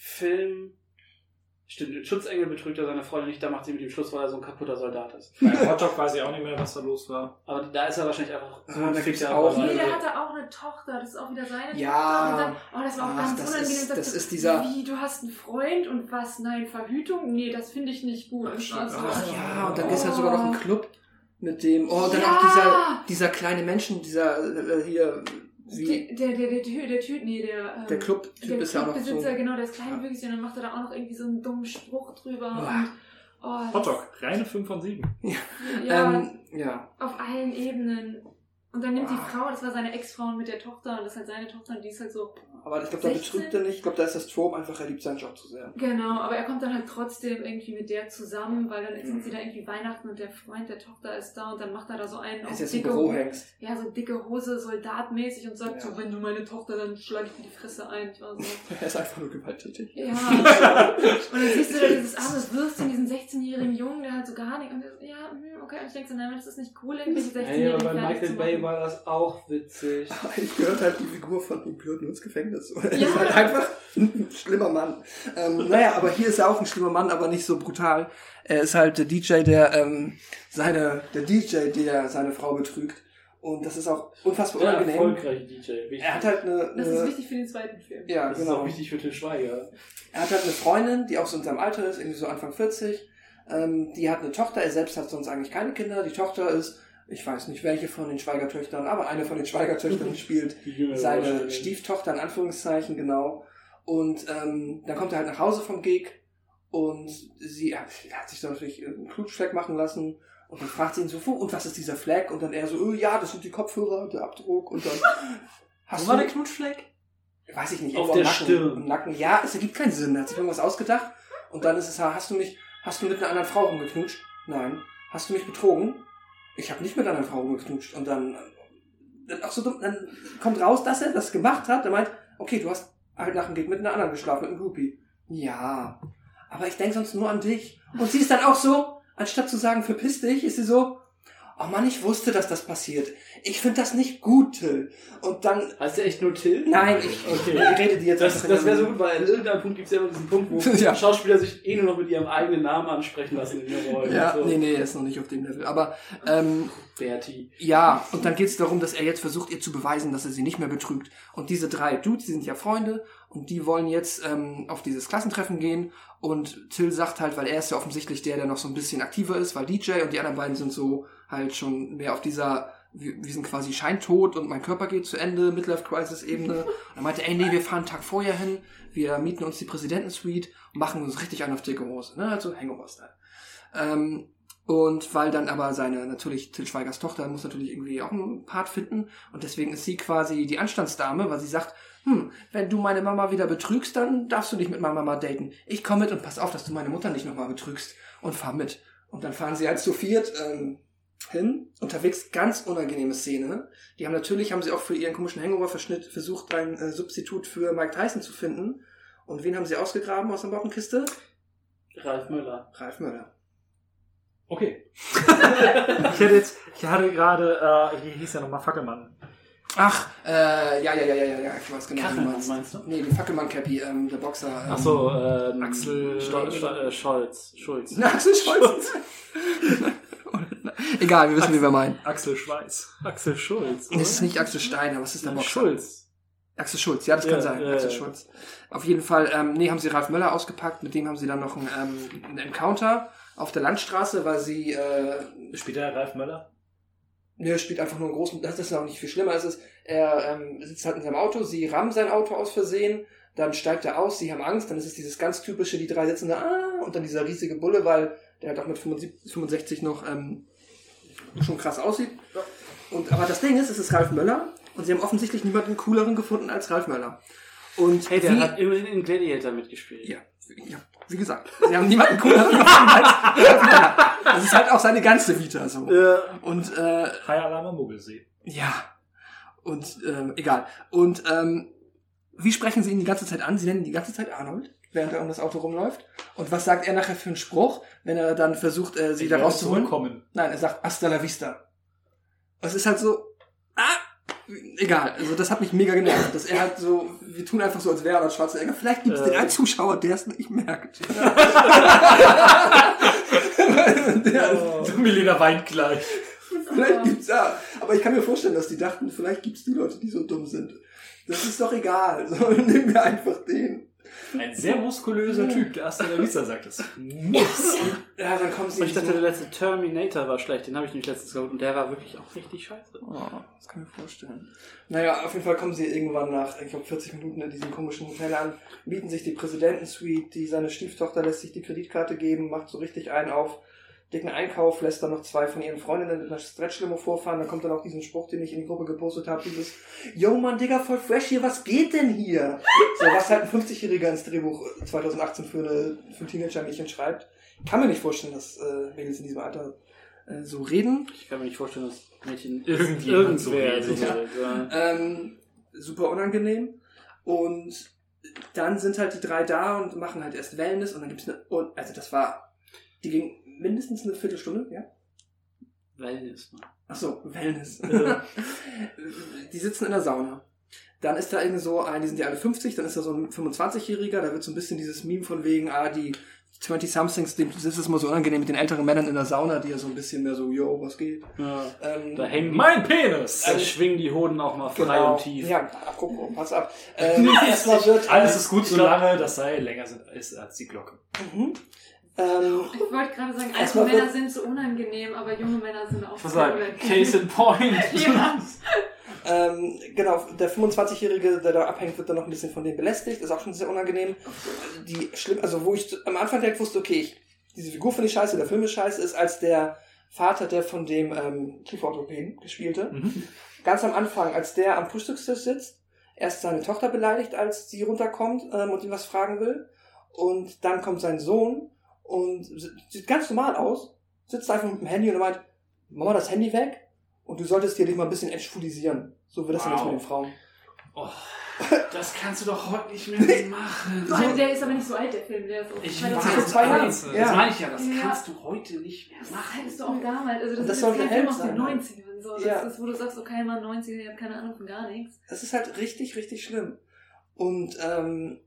Film, stimmt, Schutzengel betrügt er seine Freundin nicht, da macht sie mit ihm Schluss, weil er so ein kaputter Soldat ist. Bei Hotdog weiß ich auch nicht mehr, was da los war. Aber da ist er wahrscheinlich einfach so Ah, ein da gibt's Ficker, auch- weil- Nee, der hatte auch eine Tochter, das ist auch wieder seine Ja. Tochter. Und dann, oh, das war auch Ach, ganz das unangenehm. ist- dass das du, ist dieser- Wie, du hast einen Freund und was? Nein, Verhütung? Nee, das finde ich nicht gut. Und Ach, so- ach so- ja, und dann ist halt sogar noch ein Club mit dem, oh, und dann Ja. auch dieser, dieser kleine Menschen, dieser, äh, hier, wie, Der, der, der, der, Typ- der Typ, nee, der, ähm, der Club-Typ der ist ja auch noch so. Clubbesitzer, genau, der ist kleinwüchsig und dann macht er da auch noch irgendwie so einen dummen Spruch drüber. Boah. Und, oh, das- Hotdog, reine fünf von sieben. Ja, Ähm, ja. auf allen Ebenen. Und dann nimmt die Ah. Frau, das war seine Ex-Frau mit der Tochter und das ist halt seine Tochter und die ist halt so, Aber ich glaube, da sechzehn? betrügt er nicht. Ich glaube, da ist das Trope einfach, er liebt seinen Job zu sehr. genau, aber er kommt dann halt trotzdem irgendwie mit der zusammen, weil dann sind sie da irgendwie Weihnachten und der Freund der Tochter ist da und dann macht er da so einen Er auf ist jetzt ein dicke, Bürohengst. ja, so dicke Hose, soldatmäßig und sagt Ja. so, wenn du meine Tochter, dann schlag ich dir die Fresse ein. Ich war so, Er ist einfach nur gewalttätig. ja. Und dann siehst du da dieses arme Würstchen, diesen sechzehnjährigen Jungen, der halt so gar nicht, und der so, ja, hm, okay, und ich denke so, nein, das ist nicht cool, irgendwelche Hey, sechzehnjährigen aber bei fertig Michael zu Bay machen. war das auch witzig. Aber ich gehört halt die Figur von ihm gehört nur ins Gefängnis. Er Ja. ist halt einfach ein schlimmer Mann. Ähm, naja, aber hier ist er auch ein schlimmer Mann, aber nicht so brutal. Er ist halt der D J, der ähm, seine, der D J, der seine Frau betrügt. Und das ist auch unfassbar Der unangenehm. erfolgreiche D J. Wichtig. Er hat halt eine... Das eine ist wichtig für den zweiten Film. ja, Das genau. ist auch wichtig für Til Schweiger. Er hat halt eine Freundin, die auch so in seinem Alter ist, irgendwie so Anfang vierzig. Ähm, die hat eine Tochter, er selbst hat sonst eigentlich keine Kinder. Die Tochter ist, ich weiß nicht welche von den Schweigertöchtern, aber eine von den Schweigertöchtern spielt seine Stieftochter, in Anführungszeichen, genau. Und ähm, dann kommt er halt nach Hause vom Gig und sie hat, hat sich dann natürlich einen Knutschfleck machen lassen. Und dann fragt sie ihn so, und was ist dieser Fleck? Und dann er so, oh, ja, das sind die Kopfhörer, der Abdruck. Und dann hast Wo war du... der Knutschfleck? Weiß ich nicht, Auf irgendwo der am Nacken, Stirn. Im Nacken. Ja, es ergibt keinen Sinn. Er hat sich irgendwas ausgedacht. Und dann ist es, hast du mich, hast du mit einer anderen Frau rumgeknutscht? Nein. Hast du mich betrogen? Ich habe nicht mit einer anderen Frau rumgeknutscht. Und dann, dann, auch so dumm, dann kommt raus, dass er das gemacht hat. Er meint, okay, du hast halt nach dem Gig mit einer anderen geschlafen, mit einem Groupie. Ja, aber ich denke sonst nur an dich. Und sie ist dann auch so, anstatt zu sagen, verpiss dich, ist sie so, oh Mann, ich wusste, dass das passiert. Ich finde das nicht gut, Till. Und dann... Heißt der echt nur Till? Nein, ich, Okay. ich rede die jetzt Das, einfach das in- wäre so gut, weil in irgendeinem Punkt gibt es ja immer diesen Punkt, wo Ja. Schauspieler sich eh nur noch mit ihrem eigenen Namen ansprechen lassen in der Rolle. Ja, so. nee, nee, er ist noch nicht auf dem Level. Aber, ähm, Bertie. ja, und dann geht es darum, dass er jetzt versucht, ihr zu beweisen, dass er sie nicht mehr betrügt. Und diese drei Dudes, die sind ja Freunde und die wollen jetzt ähm, auf dieses Klassentreffen gehen. Und Till sagt halt, weil er ist ja offensichtlich der, der noch so ein bisschen aktiver ist, weil D J und die anderen beiden sind so halt schon mehr auf dieser, wir, wir sind quasi scheintot und mein Körper geht zu Ende, Midlife-Crisis-Ebene. Und er meinte, ey, nee, wir fahren einen Tag vorher hin, wir mieten uns die Präsidentensuite und machen uns richtig einen auf dicke Hose, ne, also Hangover-Style. Ähm, Und weil dann aber seine, natürlich Til Schweigers Tochter muss natürlich irgendwie auch einen Part finden und deswegen ist sie quasi die Anstandsdame, weil sie sagt, hm, wenn du meine Mama wieder betrügst, dann darfst du nicht mit meiner Mama daten. Ich komme mit und pass auf, dass du meine Mutter nicht nochmal betrügst und fahr mit. Und dann fahren sie halt zu viert ähm, hin, unterwegs ganz unangenehme Szene. Die haben natürlich, haben sie auch für ihren komischen Hangover-Verschnitt versucht, ein äh, Substitut für Mike Tyson zu finden. Und wen haben sie ausgegraben aus der Bauchenkiste? Ralf Möller. Ralf Möller. Okay. ich hätte jetzt, ich hatte gerade, äh, hier hieß ja nochmal Fackelmann. Ach, äh, ja, ja, ja, ja, ja, ja, ich weiß genau, wie du Kachelmann, meinst. meinst du? Nee, die Fackelmann-Cappy, ähm, der Boxer. Ähm, Ach so, ähm, Axel- Stol Stol äh, Scholz. Schulz. Na, Axel Scholz. Egal, wir wissen, wie wir meinen. Axel Schweiß. Axel Schulz. Es ist nicht Axel Stein, aber es ist der Boxer. Schulz. Axel Schulz, ja, das Ja, kann sein. ja, Axel ja. Schulz. Auf jeden Fall, ähm, nee, haben sie Ralf Möller ausgepackt, mit dem haben sie dann noch einen, ähm, einen Encounter auf der Landstraße, weil sie, äh, Spielt der Ralf Möller? nee, er spielt einfach nur einen großen, das ist auch nicht viel schlimmer, es ist, er ähm, sitzt halt in seinem Auto, sie rammen sein Auto aus Versehen, dann steigt er aus, sie haben Angst, dann ist es dieses ganz typische, die drei sitzen da, ah, und dann dieser riesige Bulle, weil der halt auch mit fünfundsechzig noch ähm, schon krass aussieht. Und, aber das Ding ist, es ist Ralf Möller und sie haben offensichtlich niemanden cooleren gefunden als Ralf Möller. Und Hey, der wie, hat immerhin in Gladiator mitgespielt. ja, ja, wie gesagt, sie haben niemanden cooleren gefunden als Ralf Möller. Das ist halt auch seine ganze Vita so. Ja. Und äh, High Alarm am Muggelsee. ja, und ähm, egal. Und ähm, wie sprechen sie ihn die ganze Zeit an? Sie nennen ihn die ganze Zeit Arnold, während er um das Auto rumläuft. Und was sagt er nachher für einen Spruch, wenn er dann versucht, äh, sie Ich da werde rauszuholen? zurückkommen. Nein, er sagt Hasta la vista. Es ist halt so, ah, egal. Also das hat mich mega genervt, dass er halt so, wir tun einfach so, als wäre er ein Schwarzenegger. Vielleicht gibt es Äh. den einen Zuschauer, der es nicht merkt. der, Milena weint gleich. Vielleicht gibt's ja. Aber ich kann mir vorstellen, dass die dachten, vielleicht gibt's die Leute, die so dumm sind. Das ist doch egal. So, nehmen wir einfach den. Ein sehr muskulöser Typ, der Asta der Vista sagt es. Muss. Ja, dann kommen sie Und ich dachte, in der diesen- letzte Terminator war schlecht. Den habe ich nämlich letztens geholt und der war wirklich auch richtig scheiße. Oh, das kann ich mir vorstellen. Naja, auf jeden Fall kommen sie irgendwann nach, ich glaube, vierzig Minuten in diesem komischen Hotel an, mieten sich die Präsidentensuite, die seine Stieftochter lässt sich die Kreditkarte geben, macht so richtig einen auf dicken Einkauf, lässt dann noch zwei von ihren Freundinnen mit einer Stretch-Limo vorfahren, dann kommt dann auch diesen Spruch, den ich in die Gruppe gepostet habe, dieses Yo Mann, Digga, voll fresh hier, was geht denn hier? So, was halt ein fünfzigjähriger ins Drehbuch zwanzig achtzehn für, eine, für ein Teenager-Mädchen schreibt. Kann mir nicht vorstellen, dass äh, Mädels in diesem Alter äh, so reden. Ich kann mir nicht vorstellen, dass Mädchen Irgendjemand so irgendwer redet. so Ja. redet, ja. Ähm, super unangenehm. Und dann sind halt die drei da und machen halt erst Wellness und dann gibt's eine, und, also das war, die ging mindestens eine Viertelstunde, ja? Wellness, Mann. Ach so, Wellness. Ja. Die sitzen in der Sauna. Dann ist da irgendwie so ein, die sind ja alle fünfzig, dann ist da so ein fünfundzwanzigjähriger, da wird so ein bisschen dieses Meme von wegen, ah, die zwanzig-somethings, dem ist es immer so unangenehm mit den älteren Männern in der Sauna, die ja so ein bisschen mehr so, yo, was geht? Ja. Ähm, Da hängen Mein Penis! Da schwingen die Hoden auch mal frei genau. und tief. Ja, apropos, pass ab. Ähm, erstmal wird... Alles ist gut, solange das Seil länger sind, ist als die Glocke. Mhm. Ähm, Ich wollte gerade sagen, alte Erstmal Männer wird- sind so unangenehm, aber junge Männer sind auch Ich muss so sagen, unangenehm. Case in Point. Ja. ähm, genau, der fünfundzwanzigjährige, der da abhängt, wird dann noch ein bisschen von dem belästigt. Ist auch schon sehr unangenehm. Die schlimm, also wo ich am Anfang direkt wusste, okay, ich, diese Figur finde ich scheiße, der Film ist scheiße, ist als der Vater, der von dem ähm, Kieferorthopäden gespielte. Mhm. Ganz am Anfang, als der am Frühstückstisch sitzt, erst seine Tochter beleidigt, als sie runterkommt ähm, und ihn was fragen will. Und dann kommt sein Sohn und sieht ganz normal aus, sitzt einfach mit dem Handy und meint, Mama, das Handy weg und du solltest dir dich mal ein bisschen entschwulisieren. So wird das Wow. dann jetzt mit den Frauen. Oh, das kannst du doch heute nicht mehr machen. Vor allem, der ist aber nicht so alt, der Film. Der ist auch Ich zweitausend- weiß, weiß, zwei Jahre. das Ja. meine ich ja, das Ja. kannst du heute nicht mehr Das machen. hättest du auch damals. Also das, Und das ist soll jetzt kein der Film Held aus den sein, halt. neunzigern. So. Das Ja. ist, wo du sagst, okay, mal neunziger, ihr habt keine Ahnung von gar nichts. Das ist halt richtig, richtig schlimm. Und ähm,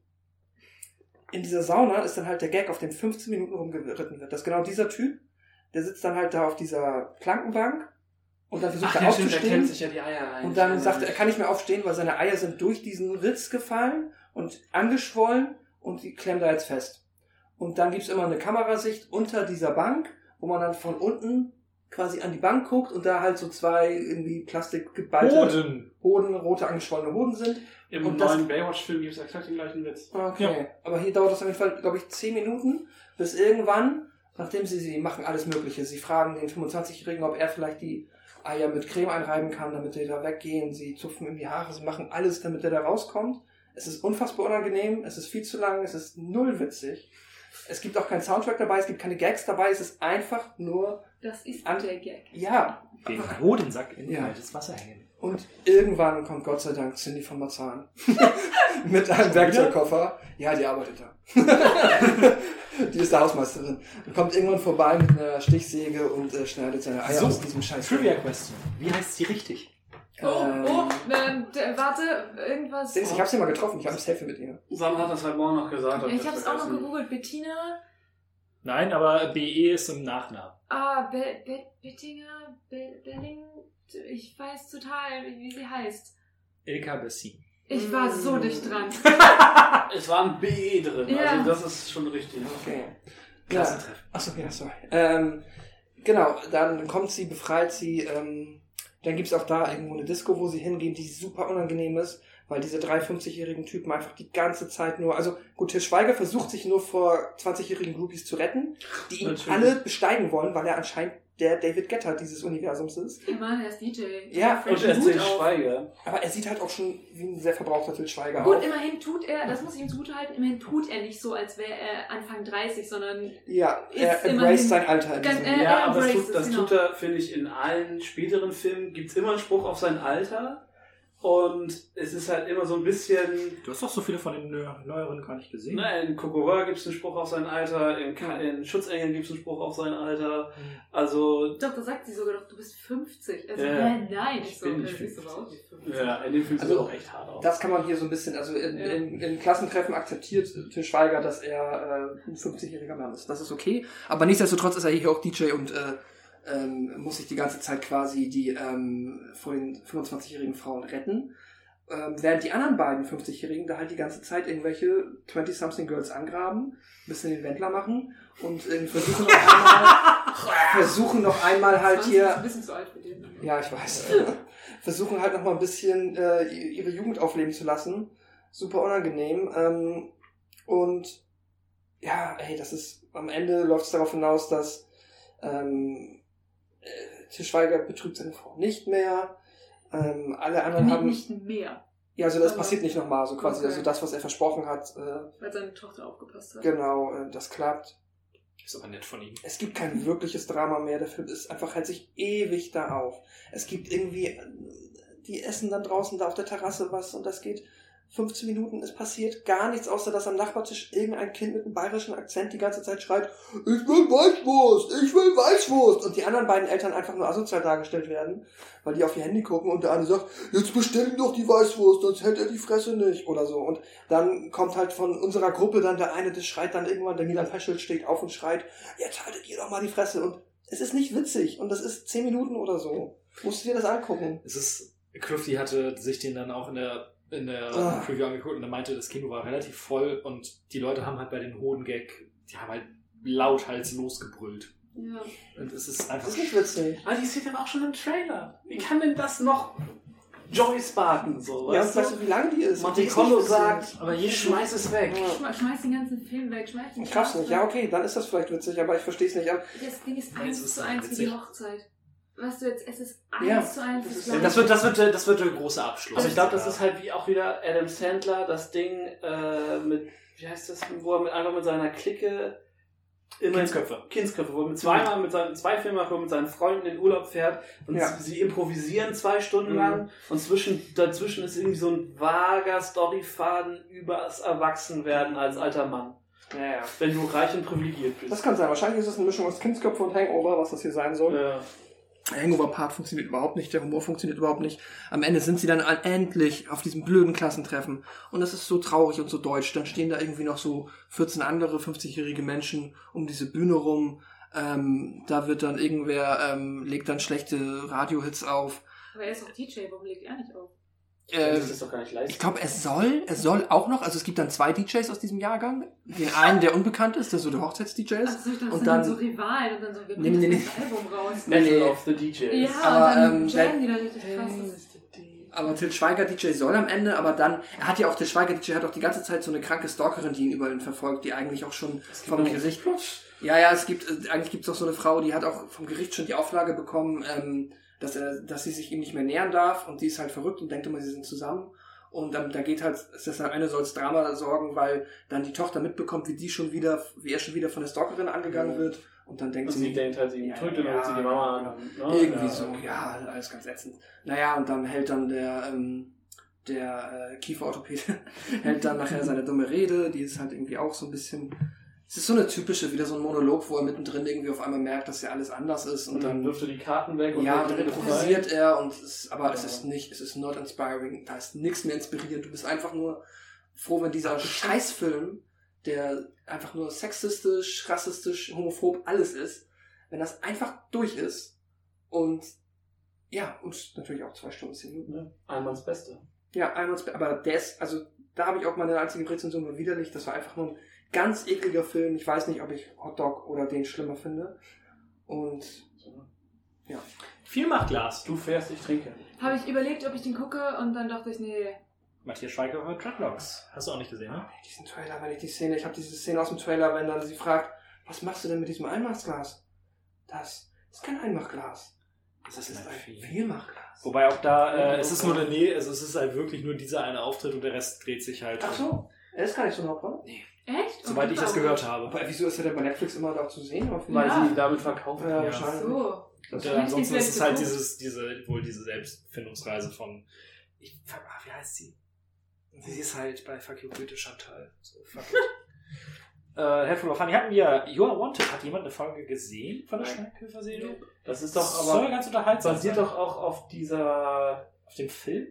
in dieser Sauna ist dann halt der Gag, auf dem fünfzehn Minuten rumgeritten wird. Das ist genau dieser Typ, der sitzt dann halt da auf dieser Plankenbank und dann versucht Ach er ja, stimmt, der aufzustehen. kennt sich ja die Eier rein. Und dann sagt er, er kann nicht mehr aufstehen, weil seine Eier sind durch diesen Ritz gefallen und angeschwollen und die klemmen da jetzt fest. Und dann gibt's immer eine Kamerasicht unter dieser Bank, wo man dann von unten quasi an die Bank guckt und da halt so zwei irgendwie plastikgeballte Hoden! Hoden, rote angeschwollene Hoden sind. Im Und das- neuen Baywatch-Film gibt es exakt den gleichen Witz. Okay. Ja. Aber hier dauert das auf jeden Fall, glaube ich, zehn Minuten, bis irgendwann, nachdem sie, sie machen alles Mögliche. Sie fragen den fünfundzwanzigjährigen, ob er vielleicht die Eier mit Creme einreiben kann, damit die da weggehen. Sie zupfen ihm die Haare, sie machen alles, damit er da rauskommt. Es ist unfassbar unangenehm, es ist viel zu lang, es ist null witzig. Es gibt auch keinen Soundtrack dabei, es gibt keine Gags dabei, es ist einfach nur, Das ist An- der Gag. ja. Den Hodensack in Ja. kaltes Wasser hängen. Und irgendwann kommt Gott sei Dank Cindy von Marzahn mit einem Werkzeugkoffer. Ja, die arbeitet da. Die ist der Hausmeisterin. Und kommt irgendwann vorbei mit einer Stichsäge und äh, schneidet seine Eier So, aus diesem Scheiß. Trivia Question. Wie heißt sie richtig? Oh, oh, ähm, d- warte, irgendwas. Dings, ich hab's ja mal getroffen, ich habe ein Selfie mit ihr. Sam hat das halt morgen noch gesagt. Ich hab's auch noch gegoogelt. Bettina, Nein, aber B E ist im Nachnamen. ah, Be Be Bettinger, Be Belling, ich weiß total, wie, wie sie heißt. Ilka Bessin. Ich war so dicht dran. Es war ein B E drin, Ja. also das ist schon richtig. Okay. Ja. Klassentreffen. Achso, ja, sorry. Ähm, genau, dann kommt sie, befreit sie. Ähm, dann gibt's auch da irgendwo eine Disco, wo sie hingehen, die super unangenehm ist, weil diese drei fünfzigjährigen Typen einfach die ganze Zeit nur... Also gut, Til Schweiger versucht sich nur vor zwanzigjährigen Groupies zu retten, die ihn Natürlich. alle besteigen wollen, weil er anscheinend der David Guetta dieses Universums ist. Ich meine, er ist D J. Ja, Und Freshen er ist Hut Til auf. Schweiger. Aber er sieht halt auch schon wie ein sehr verbrauchter Til Schweiger Gut, aus. immerhin tut er, das muss ich ihm zugutehalten, immerhin tut er nicht so, als wäre er Anfang dreißig, sondern Ja, ist er immerhin embraced sein Alter in ganz- diesem... äh, Ja, er aber das embraced tut, das es, tut genau. er, finde ich, in allen späteren Filmen gibt es immer einen Spruch auf sein Alter. Und es ist halt immer so ein bisschen... Du hast doch so viele von den neu- neueren gar nicht gesehen. Ne, in Kokora gibt es einen Spruch auf sein Alter, in, Ka- in Schutzengeln gibt es einen Spruch auf sein Alter. Also, doch, da sagt sie sogar doch, du bist fünfzig. Also, Ja. äh, nein, Ich ich so, bin äh, nicht siehst du aus wie fünfzig. ja, in dem Film Also, sieht er auch echt hart aus. Das kann man hier so ein bisschen, also in, Ja. in, in Klassentreffen akzeptiert Til Schweiger, dass er äh, ein fünfzigjähriger Mann ist. Das ist okay. Aber nichtsdestotrotz ist er hier auch D J und äh, ähm, muss sich die ganze Zeit quasi die ähm, vor den fünfundzwanzigjährigen Frauen retten. Ähm, während die anderen beiden fünfzigjährigen da halt die ganze Zeit irgendwelche twenty-something-Girls angraben, ein bisschen den Wendler machen und äh, versuchen noch einmal, versuchen noch einmal halt zwanzig hier... ist ein bisschen zu alt für den. Ja, ich weiß. Versuchen halt noch mal ein bisschen äh, ihre Jugend aufleben zu lassen. Super unangenehm. Ähm, und ja, ey, das ist, am Ende läuft es darauf hinaus, dass ähm, äh, Til Schweiger betrügt seine Frau nicht mehr. Ähm, alle anderen Nee, haben... nicht mehr, Ja, also das aber- passiert nicht nochmal, so quasi. Okay. Also das, was er versprochen hat, äh, weil seine Tochter aufgepasst hat. genau, äh, das klappt. Ist aber nett von ihm. Es gibt kein wirkliches Drama mehr. Der Film ist einfach, hält sich ewig da auf. Es gibt irgendwie, die essen dann draußen da auf der Terrasse was und das geht fünfzehn Minuten, es passiert gar nichts, außer dass am Nachbartisch irgendein Kind mit einem bayerischen Akzent die ganze Zeit schreit, ich will Weißwurst, ich will Weißwurst. Und die anderen beiden Eltern einfach nur asozial dargestellt werden, weil die auf ihr Handy gucken und der eine sagt, jetzt bestell ihm doch die Weißwurst, sonst hält er die Fresse nicht oder so. Und dann kommt halt von unserer Gruppe dann der eine, der schreit dann irgendwann, der Milan Peschel steht auf und schreit, jetzt haltet ihr doch mal die Fresse. Und es ist nicht witzig und das ist zehn Minuten oder so. Musst du dir das angucken. Es ist, Crafty hatte sich den dann auch in der in der Ah. Preview angeguckt und er meinte, das Kino war relativ voll und die Leute haben halt bei den hohen Gag, die haben halt lauthals losgebrüllt. Ja. Und es ist einfach... Das ist nicht witzig. Aber die sieht aber auch schon im Trailer. Wie kann denn das noch Joyce Barton so? Ja, Weißt weißt du? du, wie lang die ist? Monte Die ist Carlo nicht sagt, witzig. aber jedes schmeiß es weg. Ja. Schme- Schmeiß den ganzen Film weg, schmeiß den Ich schaff's nicht. Cast Ja, weg. okay, dann ist das vielleicht witzig, aber ich verstehe es nicht. Aber Das Ding ist Nein, es eins ist zu eins wie witzig. die Hochzeit. Weißt du jetzt, es ist eins Ja, zu eins das das ist- Gleiche. Das wird, das wird, das wird der große Abschluss. Also ich glaube, das ist halt wie auch wieder Adam Sandler, das Ding äh, mit, wie heißt das, wo er mit, einfach mit seiner Clique immer Kindsköpfe. Kindsköpfe, wo er mit zweimal mit seinen zwei Filmen macht, wo er mit seinen Freunden in Urlaub fährt und Ja. sie, sie improvisieren zwei Stunden Mhm. lang und zwischen, dazwischen ist irgendwie so ein vager Storyfaden über das Erwachsenwerden als alter Mann. ja, ja. Wenn du reich und privilegiert bist. Das kann sein. Wahrscheinlich ist es eine Mischung aus Kindsköpfe und Hangover, was das hier sein soll. ja. Der Hangover-Part funktioniert überhaupt nicht, der Humor funktioniert überhaupt nicht. Am Ende sind sie dann endlich auf diesem blöden Klassentreffen. Und das ist so traurig und so deutsch. Dann stehen da irgendwie noch so vierzehn andere fünfzigjährige Menschen um diese Bühne rum. Ähm, da wird dann irgendwer, ähm, legt dann schlechte Radiohits auf. Aber er ist auch D J, warum legt er nicht auf? Äh, das ist doch gar nicht leisten. ich glaube, es soll, es soll auch noch, also es gibt dann zwei D Js aus diesem Jahrgang. Den einen, der unbekannt ist, der so der Hochzeits-D J ist. Ach so, ich dachte, das Und sind dann- dann so Rivalen und dann so, wir Nee, bringen nee, das nee. Album raus. Nee, Battle nee. of the D Js. Ja, Aber, und dann ähm, jammen die da richtig krass. Aber Til Schweiger D J soll am Ende, aber dann, er hat ja auch, Til Schweiger D J hat auch die ganze Zeit so eine kranke Stalkerin, die ihn überall verfolgt, die eigentlich auch schon vom Gericht... Ja, ja, es gibt, äh, eigentlich gibt es auch so eine Frau, die hat auch vom Gericht schon die Auflage bekommen, ähm, dass er, dass sie sich ihm nicht mehr nähern darf und die ist halt verrückt und denkt immer, sie sind zusammen. Und ähm, da geht halt, das eine soll das Drama sorgen, weil dann die Tochter mitbekommt, wie die schon wieder, wie er schon wieder von der Stalkerin angegangen wird. Und dann denkt Und sie, sie denkt halt, sie Ja, trügt und ja, dann sie die Mama an. Ne? irgendwie Ja, so, okay. ja, alles ganz ätzend. Naja, und dann hält dann der, ähm, der äh, Kieferorthopäde hält dann nachher seine dumme Rede, die ist halt irgendwie auch so ein bisschen, es ist so eine typische, wieder so ein Monolog, wo er mittendrin irgendwie auf einmal merkt, dass ja alles anders ist und, Und dann dann, wirft er die Karten weg und ja, wird dann damit improvisiert er und es, aber Ja. es ist nicht, es ist not inspiring, da ist nichts mehr inspirierend, du bist einfach nur froh, wenn dieser Scheißfilm, der einfach nur sexistisch, rassistisch, homophob, alles ist, wenn das einfach durch ist und ja, und natürlich auch zwei Stunden, zehn Minuten. frei. Einmal das Beste. Ja, einmal, aber der ist, also da habe ich auch meine einzige Rezension nur widerlich, das war einfach nur ein ganz ekliger Film, ich weiß nicht, ob ich Hotdog oder den schlimmer finde und ja. Viel macht Glas. Du fährst, ich trinke. Habe ich überlegt, ob ich den gucke und dann dachte ich, nee. Matthias Schweighöfer mit Dreadlocks. Hast du auch nicht gesehen, ne? Diesen Trailer, wenn ich die Szene, ich habe diese Szene aus dem Trailer, wenn dann sie fragt, was machst du denn mit diesem Einmachglas? Das ist kein Einmachglas. Das ist ein Vielmachglas. Wobei auch da, äh, es ist nur eine Nähe, also es ist halt wirklich nur dieser eine Auftritt und der Rest dreht sich halt. Ach so, er ist gar nicht so ein Hauptrolle? Echt? Soweit ich das gehört habe. Aber wieso ist er denn bei Netflix immer da auch zu sehen? Auf Weil Ja. sie damit verkaufen. Ja, Ja. wahrscheinlich. So. Und Das äh, hätte ich ansonsten vielleicht ist es halt geguckt. dieses, diese, wohl diese Selbstfindungsreise von, ich, ah, wie heißt sie? Sie ist halt bei Fuck You Goethe Chantal. So, fuck it. äh, Headful of Fun. Hatten wir You Are Wanted. Hat jemand eine Folge gesehen von der Schweighöfer-Serie? Das ist doch Soll aber ganz unterhaltsam basiert sein. doch auch auf dieser. Auf dem Film?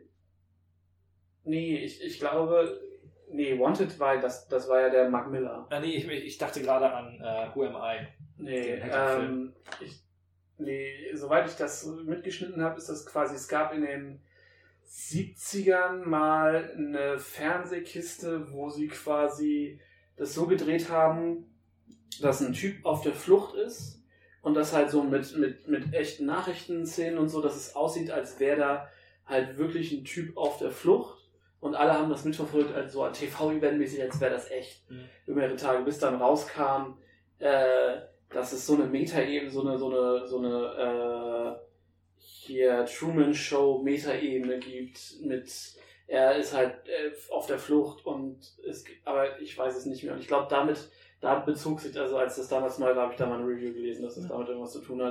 Nee, ich, ich glaube. Nee, Wanted war das, das war ja der Mark Miller. Ah, nee, ich, ich dachte gerade an äh, Who Am I? Nee, Den Hacker-Film. ähm, ich, nee, soweit ich das mitgeschnitten habe, ist das quasi, es gab in den siebzigern mal eine Fernsehkiste, wo sie quasi das so gedreht haben, dass ein Typ auf der Flucht ist und das halt so mit, mit, mit echten Nachrichtenszenen und so, dass es aussieht, als wäre da halt wirklich ein Typ auf der Flucht und alle haben das mitverfolgt, als so ein T V-Event-mäßig, als wäre das echt Mhm. über mehrere Tage, bis dann rauskam, äh, dass es so eine Meta-Ebene, so eine, so eine, so eine, äh, hier Truman Show Meta-Ebene gibt mit, er ist halt äh, auf der Flucht und es gibt, aber ich weiß es nicht mehr und ich glaube damit, da bezog sich, also als das damals neu war, habe ich da mal eine Review gelesen, dass das damit irgendwas zu tun hat.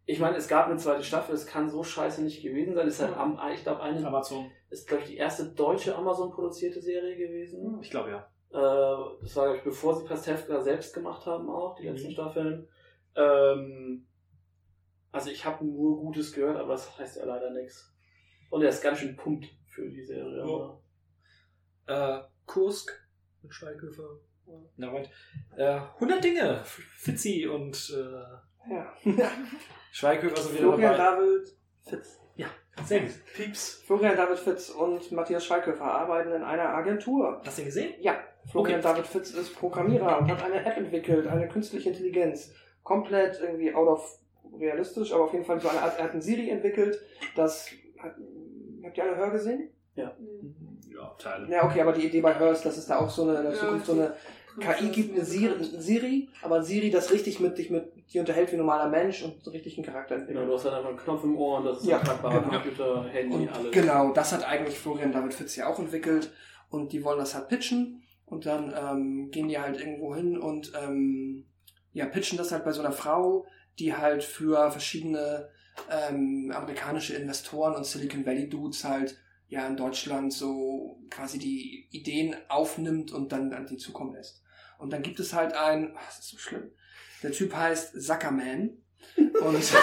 Ich meine, es gab eine zweite Staffel, es kann so scheiße nicht gewesen sein. Es ist halt, am- ich glaube, eine, Amazon. ist, glaube ich, die erste deutsche Amazon-produzierte Serie gewesen. Ich glaube, ja. Äh, das war, glaube ich, bevor sie Pastewka selbst gemacht haben auch, die letzten Staffeln. Ähm, also ich habe nur Gutes gehört, aber das heißt ja leider nichts. Und er ist ganz schön pumpt für die Serie. Oh. Äh, Kursk mit Schweighöfer. Na weit. Äh, hundert Dinge. Fitzi und äh, Ja. Schweighöfer sind wieder Florian dabei. David Fitz. Sehr gut. Pieps. Florian David Fitz und Matthias Schweighöfer arbeiten in einer Agentur. Hast du ihn gesehen? Ja, Florian Okay. David Fitz ist Programmierer und hat eine App entwickelt, eine künstliche Intelligenz. Komplett irgendwie out of realistisch, aber auf jeden Fall so eine Art, er hat ein Siri entwickelt, das hat, habt ihr alle Hör gesehen? Ja, Teile. Ja, okay, aber die Idee bei Hör ist, dass es da auch so eine, in der Zukunft so eine K I gibt, eine Siri, eine Siri, aber ein Siri, das richtig mit dich mit dir unterhält wie ein normaler Mensch und so richtig einen Charakter Genau, entwickelt. du hast halt einfach einen Knopf im Ohr und das ist Ja, ein tragbarer genau. Computer, Handy, Und alles. genau, das hat eigentlich Florian David Fitz ja auch entwickelt und die wollen das halt pitchen und dann ähm, gehen die halt irgendwo hin und ähm, ja, pitchen das halt bei so einer Frau, die halt für verschiedene ähm, amerikanische Investoren und Silicon Valley Dudes halt ja in Deutschland so quasi die Ideen aufnimmt und dann an die zukommen lässt. Und dann gibt es halt ein, ach, das ist so schlimm, der Typ heißt Zuckerman und Das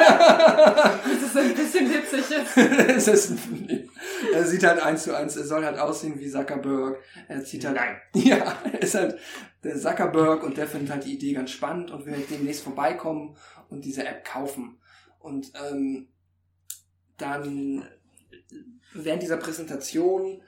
ist ein bisschen witzig jetzt. es ist ein, er sieht halt eins zu eins, er soll halt aussehen wie Zuckerberg. Er zieht halt, Nein. ja, er ist halt der Zuckerberg und der findet halt die Idee ganz spannend und will halt demnächst vorbeikommen und diese App kaufen. Und ähm, dann während dieser Präsentation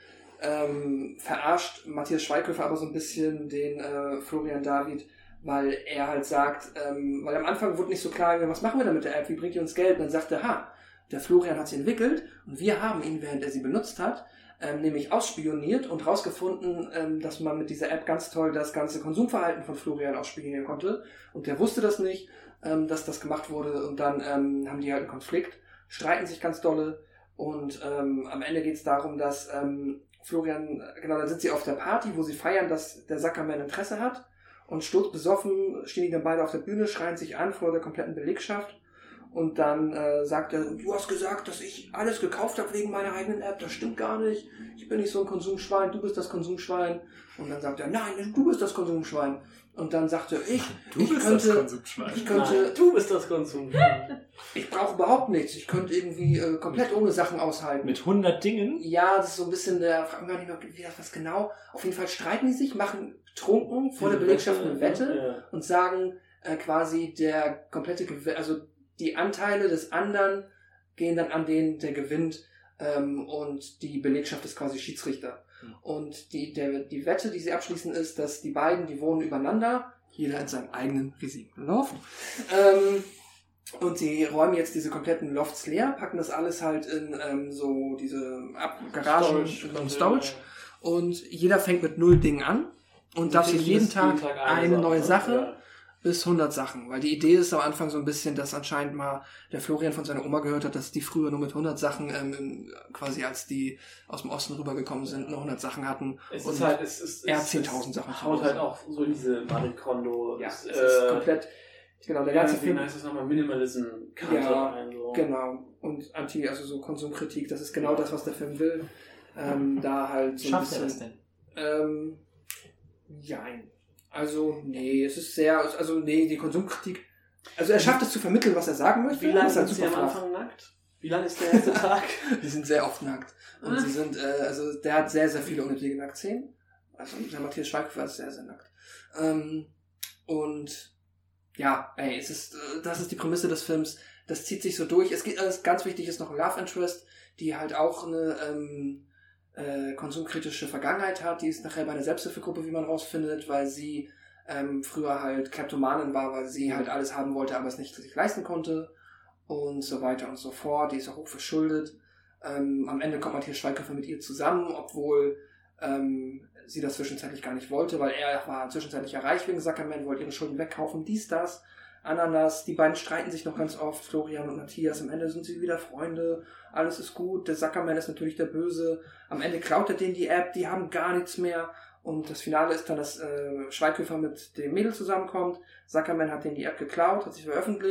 ähm, verarscht Matthias Schweighöfer aber so ein bisschen den äh, Florian David, weil er halt sagt, ähm, weil am Anfang wurde nicht so klar, was machen wir da mit der App, wie bringt die uns Geld? Und dann sagt er, ha, der Florian hat sie entwickelt und wir haben ihn, während er sie benutzt hat, ähm, nämlich ausspioniert und rausgefunden, ähm, dass man mit dieser App ganz toll das ganze Konsumverhalten von Florian ausspionieren konnte. Und der wusste das nicht, ähm, dass das gemacht wurde. Und dann ähm, haben die halt einen Konflikt, streiten sich ganz dolle. Und ähm, am Ende geht es darum, dass ähm, Florian, genau, dann sind sie auf der Party, wo sie feiern, dass der Zuckerman Interesse hat. Und sturzbesoffen stehen die dann beide auf der Bühne, schreien sich an vor der kompletten Belegschaft. Und dann äh, sagt er, du hast gesagt, dass ich alles gekauft habe wegen meiner eigenen App. Das stimmt gar nicht. Ich bin nicht so ein Konsumschwein, du bist das Konsumschwein. Und dann sagt er, nein, du bist das Konsumschwein. Und dann sagt er, ich, Du ich bist könnte, das Konsumschwein. ich könnte, Nein, du bist das Konsum. ich brauche überhaupt nichts. Ich könnte irgendwie äh, komplett ohne Sachen aushalten. Mit hundert Dingen? Ja, das ist so ein bisschen der, frag mich gar nicht mehr, wie das was genau. Auf jeden Fall streiten die sich, machen trunken vor der Belegschaft eine Wette Ja. und sagen äh, quasi der komplette Gewinn, also die Anteile des anderen gehen dann an den, der gewinnt, ähm, und die Belegschaft ist quasi Schiedsrichter. Mhm. Und die, der, die Wette, die sie abschließen, ist, dass die beiden, die wohnen übereinander, jeder in seinem eigenen riesigen Loft, ähm, und sie räumen jetzt diese kompletten Lofts leer, packen das alles halt in ähm, so diese Ab Garagen Storage. und Storage. Und jeder fängt mit null Dingen an und darf sich jeden Tag eine neue Sache Ja. bis hundert Sachen. Weil die Idee ist am Anfang so ein bisschen, dass anscheinend mal der Florian von seiner Oma gehört hat, dass die früher nur mit hundert Sachen, ähm, quasi als die aus dem Osten rübergekommen sind, nur hundert Sachen hatten. Es und ist halt, es ist, er hat es- zehntausend es Sachen zu haut Hause. halt auch so in diese Marie Kondo. ja, es, es ist komplett, genau, der ganze wie Film. heißt das nochmal? Minimalism-Kante Ja, ein. So. Genau. Und Anti, also so Konsumkritik, das ist genau das, was der Film will. Ähm, da halt so ein Schafft er bisschen. das denn? Ähm, jein. Also, nee, es ist sehr, also, nee, die Konsumkritik. Also, er schafft es zu vermitteln, was er sagen möchte. Wie lange Das ist halt sind sie am super flach. Anfang nackt? Wie lang ist der erste Tag? Die sind sehr oft nackt. Und sie sind, äh, also, der hat sehr, sehr viele unnötige Nacktszenen. Also, der Matthias Schweighöfer ist sehr, sehr nackt. Ähm, und, ja, ey, es ist, äh, das ist die Prämisse des Films. Das zieht sich so durch. Es geht, alles ganz wichtig ist noch ein Love Interest, die halt auch eine, ähm, äh, konsumkritische Vergangenheit hat. Die ist nachher bei einer Selbsthilfegruppe, wie man rausfindet, weil sie ähm, früher halt Kleptomanin war, weil sie halt alles haben wollte, aber es nicht sich leisten konnte und so weiter und so fort. Die ist auch hoch verschuldet. Ähm, am Ende kommt Matthias Schweighöfer mit ihr zusammen, obwohl ähm, sie das zwischenzeitlich gar nicht wollte, weil er war zwischenzeitlich ja reich wegen Zuckerman, wollte ihre Schulden wegkaufen, dies, das, Ananas. Die beiden streiten sich noch ganz oft, Florian und Matthias. Am Ende sind sie wieder Freunde, alles ist gut. Der Zuckerman ist natürlich der Böse. Am Ende klaut er denen die App, die haben gar nichts mehr. Und das Finale ist dann, dass äh, Schweighöfer mit dem Mädel zusammenkommt. Zuckerman hat denen die App geklaut, hat sich veröffentlicht.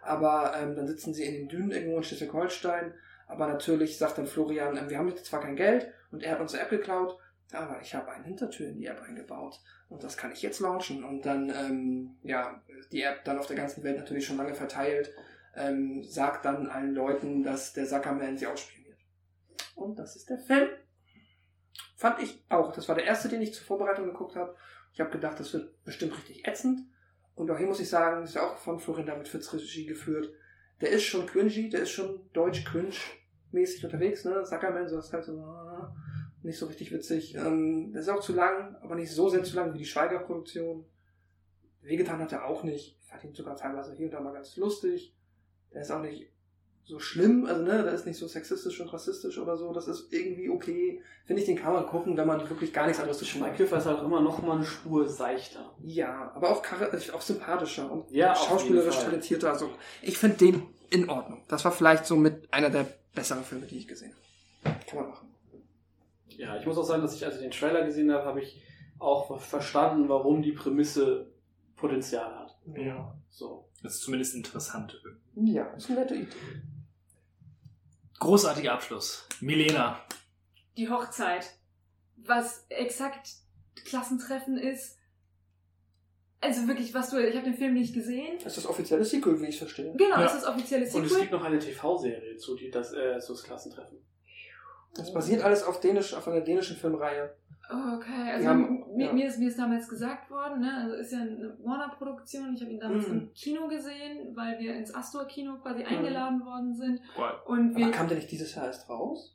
Aber ähm, dann sitzen sie in den Dünen irgendwo in Schleswig-Holstein. Aber natürlich sagt dann Florian, ähm, wir haben jetzt zwar kein Geld und er hat unsere App geklaut, aber ich habe eine Hintertür in die App eingebaut und das kann ich jetzt launchen. Und dann, ähm, ja, die App dann auf der ganzen Welt natürlich schon lange verteilt, ähm, sagt dann allen Leuten, dass der Zuckerman sie ausspioniert. Und das ist der Film. Fand ich auch. Das war der erste, den ich zur Vorbereitung geguckt habe. Ich habe gedacht, das wird bestimmt richtig ätzend. Und auch hier muss ich sagen, ist ja auch von Florian David Fitz Regie geführt. Der ist schon cringy, der ist schon deutsch cringe-mäßig unterwegs, ne? Zuckerman, so ist halt so ah, nicht so richtig witzig. Ähm, der ist auch zu lang, aber nicht so sehr zu lang wie die Schweiger-Produktion. Wehgetan hat er auch nicht. Ich fand ihn sogar teilweise hier und da mal ganz lustig. Der ist auch nicht so schlimm, also ne, der ist nicht so sexistisch und rassistisch oder so. Das ist irgendwie okay. Finde ich, den kann man gucken, wenn man wirklich gar nichts anderes zu tun hat. Schweighöfer ist halt auch immer noch mal eine Spur seichter. Ja, aber auch, auch sympathischer und ja, schauspielerisch talentierter. Also ich finde den in Ordnung. Das war vielleicht so mit einer der besseren Filme, die ich gesehen habe. Kann man machen. Ja, ich muss auch sagen, dass ich, als ich den Trailer gesehen habe, habe ich auch verstanden, warum die Prämisse Potenzial hat. Ja. So. Das ist zumindest interessant. Ja, ist eine nette Idee. Großartiger Abschluss. Milena. Die Hochzeit. Was exakt Klassentreffen ist. Also wirklich, was du, ich habe den Film nicht gesehen. Das ist das offizielle Sequel, wie ich verstehe. Genau, Ja. das ist das offizielle Sequel. Und es gibt noch eine T V-Serie zu, die, das, äh, zu das Klassentreffen. Das basiert alles auf, Dänisch, auf einer dänischen Filmreihe. Okay, also Wir haben, mir, ja. mir, ist, mir ist damals gesagt worden, ne, also ist ja eine Warner-Produktion, ich habe ihn damals Mhm. im Kino gesehen, weil wir ins Astor-Kino quasi Mhm. eingeladen worden sind. Wow. Und wir Aber kam der nicht dieses Jahr erst raus?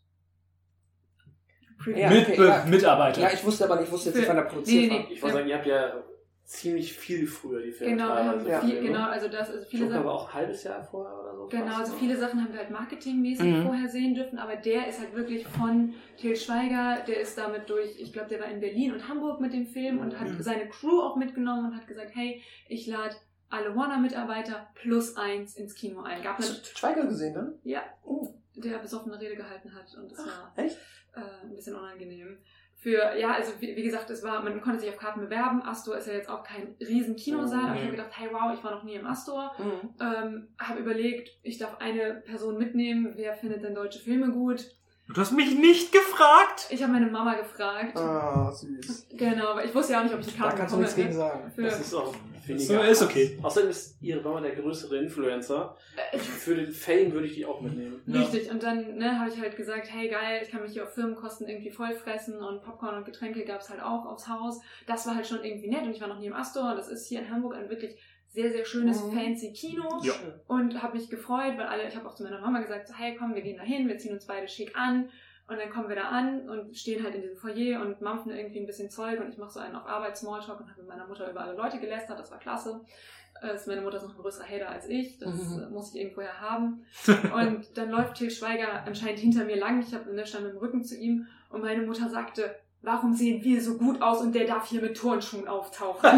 Preview- Ja, Mit okay, Be- ja. Mitarbeiter. Ja, ich wusste aber nicht, ich wusste jetzt Für- nicht, wann er produziert nee, nee, war. nee. Ich wollte sagen, ihr habt ja ziemlich viel früher die Filme Genau, wir haben teilweise Ja. viel, gesehen, ne? genau, also das, also viele Joker Sachen. aber auch ein halbes Jahr vorher oder so. Genau, fast, also ne? viele Sachen haben wir halt marketingmäßig Mhm. vorher sehen dürfen, aber der ist halt wirklich von Til Schweiger, der ist damit durch, ich glaube, der war in Berlin und Hamburg mit dem Film und hat Mhm. seine Crew auch mitgenommen und hat gesagt, hey, ich lade alle Warner-Mitarbeiter plus eins ins Kino ein. Gab Hast eine, du Schweiger gesehen dann? ja, Oh. der besoffene Rede gehalten hat und das war Echt? äh, ein bisschen unangenehm. Für, ja, also wie, wie gesagt, es war, man konnte sich auf Karten bewerben. Astor ist ja jetzt auch kein riesen Kinosaal, aber ich habe gedacht, hey wow, ich war noch nie im Astor. Mhm. Ähm, habe überlegt, ich darf eine Person mitnehmen, wer findet denn deutsche Filme gut? Du hast mich nicht gefragt? Ich habe meine Mama gefragt. Ah, süß. Genau, aber ich wusste ja auch nicht, ob ich die Da Karte kannst du bekomme. nichts gegen sagen. Für, Das ist auch weniger. So, ist okay. Außerdem ist ihre Mama der größere Influencer. äh, Für den Fame würde ich die auch mitnehmen. Richtig, und dann ne, habe ich halt gesagt, hey geil, ich kann mich hier auf Firmenkosten irgendwie vollfressen und Popcorn und Getränke gab es halt auch aufs Haus. Das war halt schon irgendwie nett und ich war noch nie im Astor. Das ist hier in Hamburg ein wirklich sehr, sehr schönes, Mhm. fancy Kino. Ja. Und habe mich gefreut, weil alle, ich habe auch zu meiner Mama gesagt, so, hey komm, wir gehen da hin, wir ziehen uns beide schick an. Und dann kommen wir da an und stehen halt in diesem Foyer und mampfen irgendwie ein bisschen Zeug und ich mache so einen auf Arbeit Smalltalk und habe mit meiner Mutter über alle Leute gelästert, das war klasse. Äh, ist meine Mutter ist noch ein größerer Hater als ich, das Mhm. äh, muss ich irgendwoher haben. Und dann läuft Til Schweiger anscheinend hinter mir lang, ich hab, ne, stand mit dem Rücken zu ihm und meine Mutter sagte, warum sehen wir so gut aus und der darf hier mit Turnschuhen auftauchen?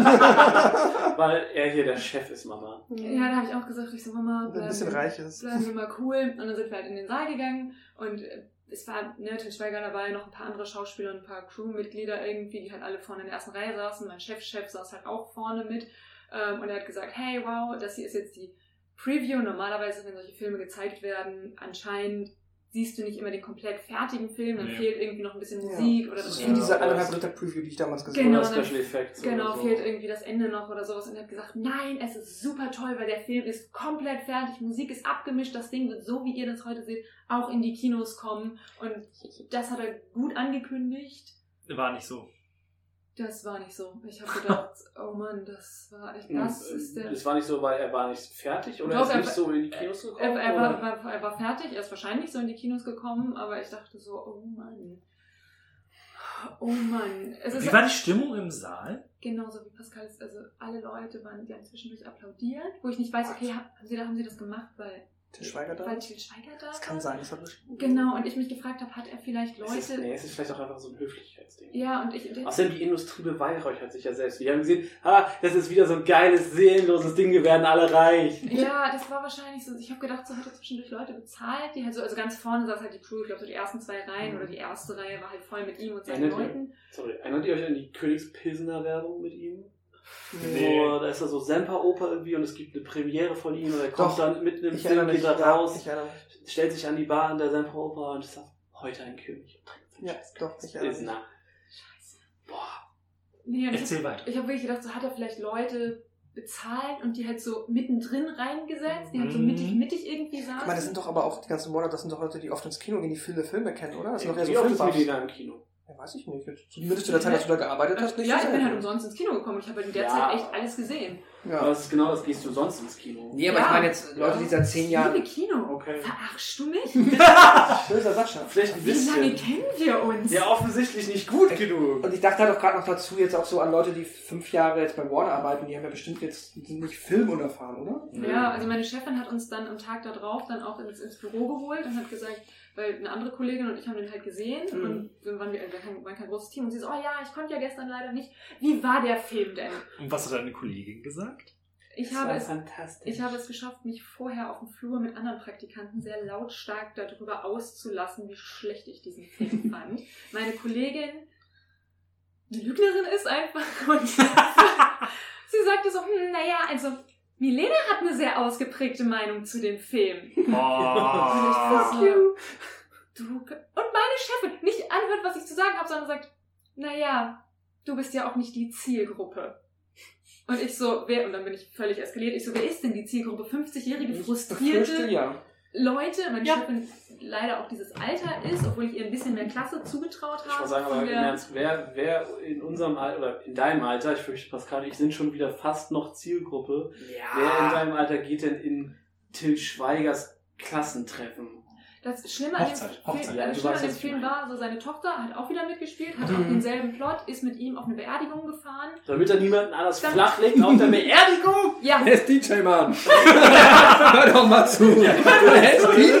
Weil er hier der Chef ist, Mama. Ja, da habe ich auch gesagt, ich so, Mama, Ein bleiben, bisschen wir- reich ist. bleiben wir mal cool. Und dann sind wir halt in den Saal gegangen und äh, es war ne, Til Schweiger dabei, noch ein paar andere Schauspieler und ein paar Crewmitglieder irgendwie, die halt alle vorne in der ersten Reihe saßen. Mein Chefchef saß halt auch vorne mit ähm, und er hat gesagt, hey, wow, das hier ist jetzt die Preview. Normalerweise, wenn solche Filme gezeigt werden, anscheinend siehst du nicht immer den komplett fertigen Film, dann Nee. fehlt irgendwie noch ein bisschen Ja. Musik oder Das das ist Ende. wie diese Ja, eineinhalb das- Ritter Preview, die ich damals gesehen Genau, Oder dann- Special Effects. Genau, oder so. fehlt irgendwie das Ende noch oder sowas. Und er hat gesagt, nein, es ist super toll, weil der Film ist komplett fertig, Musik ist abgemischt, das Ding wird, so wie ihr das heute seht, auch in die Kinos kommen. Und das hat er gut angekündigt. War nicht so. Das war nicht so. Ich habe gedacht, oh Mann, das war echt, das Hm, ist der... Das war nicht so, weil er war nicht fertig oder Doch, er er ist nicht war- so in die Kinos gekommen? Er, er, oder? war, war, er war fertig, er ist wahrscheinlich so in die Kinos gekommen, aber ich dachte so, oh Mann. Oh Mann. Es ist Wie war die Stimmung im Saal? genauso wie Pascal ist, also alle Leute waren, die haben zwischendurch applaudiert, wo ich nicht weiß, okay, haben sie, da, haben sie das gemacht, weil, Til Schweiger da? weil Til Schweiger da Das kann war? sein, das hat bestimmt. Genau, und ich mich gefragt habe, hat er vielleicht Es ist, Leute... nee, es ist vielleicht auch einfach so ein Höflichkeitsding. Ja, und ich... Außerdem die Industrie beweihräuchert sich ja selbst. Wir haben gesehen, ah, das ist wieder so ein geiles, seelenloses Ding, wir werden alle reich. Ja, das war wahrscheinlich so. Ich habe gedacht, so hat er zwischendurch Leute bezahlt, die halt so, also ganz vorne saß halt die Crew, ich glaube so die ersten zwei Reihen oder die erste Reihe war halt voll mit ihm und seinen Erinnert ihr- Leuten. Sorry, erinnert ihr euch an die Königspilsener Werbung mit ihm? Nee. Wo, da ist da so Semperoper irgendwie und es gibt eine Premiere von ihm und er kommt Doch, dann mitten im ich Film, erinnere geht mich, da ja, raus, ich erinnere mich. stellt sich an die Bar in der Semperoper und sagt, heute ein König. Ja, doch, ich erinnere Ist mich. nah. Boah. Nee, und Erzähl ich weiter. ich habe wirklich gedacht, so hat er vielleicht Leute bezahlt und die halt so mittendrin reingesetzt, die halt so Mhm. mittig, mittig irgendwie saßen. Ich meine, das sind doch aber auch die ganzen Modder, das sind doch Leute, die oft ins Kino gehen, die viele Filme kennen, oder? Das sind doch eher Wie so oft ist Filmbuffs. Medina im Kino? Ja, weiß ich nicht. Jetzt, zumindest zu der Zeit, als du da gearbeitet hast, nicht ja, so ich bin selten. halt umsonst ins Kino gekommen. Ich habe halt in der Ja. Zeit echt alles gesehen. Aber Ja. das ist genau das, gehst du sonst ins Kino. Nee, aber Ja. ich meine jetzt Leute, die seit zehn Liebe Jahren... Kino. Okay. Verarschst du mich? Böser Sascha. Vielleicht ein Wie lange bisschen. kennen wir uns? Ja, offensichtlich nicht gut genug. Und ich dachte halt auch gerade noch dazu jetzt auch so an Leute, die fünf Jahre jetzt bei Warner arbeiten, die haben ja bestimmt jetzt die sind nicht filmunerfahren, oder? Ja, also meine Chefin hat uns dann am Tag da drauf dann auch ins, ins Büro geholt und hat gesagt, weil eine andere Kollegin und ich haben den halt gesehen Mhm. und dann waren wir, wir waren kein, kein großes Team und sie so, oh ja, ich konnte ja gestern leider nicht. Wie war der Film denn? Und was hat deine Kollegin gesagt? Ich Das habe war es fantastisch. Ich habe es geschafft, mich vorher auf dem Flur mit anderen Praktikanten sehr lautstark darüber auszulassen, wie schlecht ich diesen Film fand. Meine Kollegin eine Lügnerin ist einfach und sie sagte so, hm, naja, also Milena hat eine sehr ausgeprägte Meinung zu dem Film. Und ich war so, du, und meine Chefin nicht anhört, was ich zu sagen habe, sondern sagt, naja, du bist ja auch nicht die Zielgruppe. Und ich so, wer, und dann bin ich völlig eskaliert, ich so, wer ist denn die Zielgruppe? fünfzigjährige, frustrierte Befürchte, ja. Leute, meine Ja. Chefin leider auch dieses Alter ist, obwohl ich ihr ein bisschen mehr Klasse zugetraut Ich habe. muss sagen, aber von im der- Ernst, wer, wer in unserem Alter, oder in deinem Alter, ich fürchte Pascal, ich sind schon wieder fast noch Zielgruppe. Wer in deinem Alter geht denn in Till Schweigers Klassentreffen? Das Schlimme an dem Hochzeit, Film, Hochzeit. Ja, das du Schlimme weißt, an dem was ich Film meine. war, so seine Tochter hat auch wieder mitgespielt, hat Mhm. auch denselben Plot, ist mit ihm auf eine Beerdigung gefahren. Damit er niemanden anders Dann- flach legt auf der Beerdigung? Ja, Er ist D J, Mann. Hör doch mal zu. Er ist D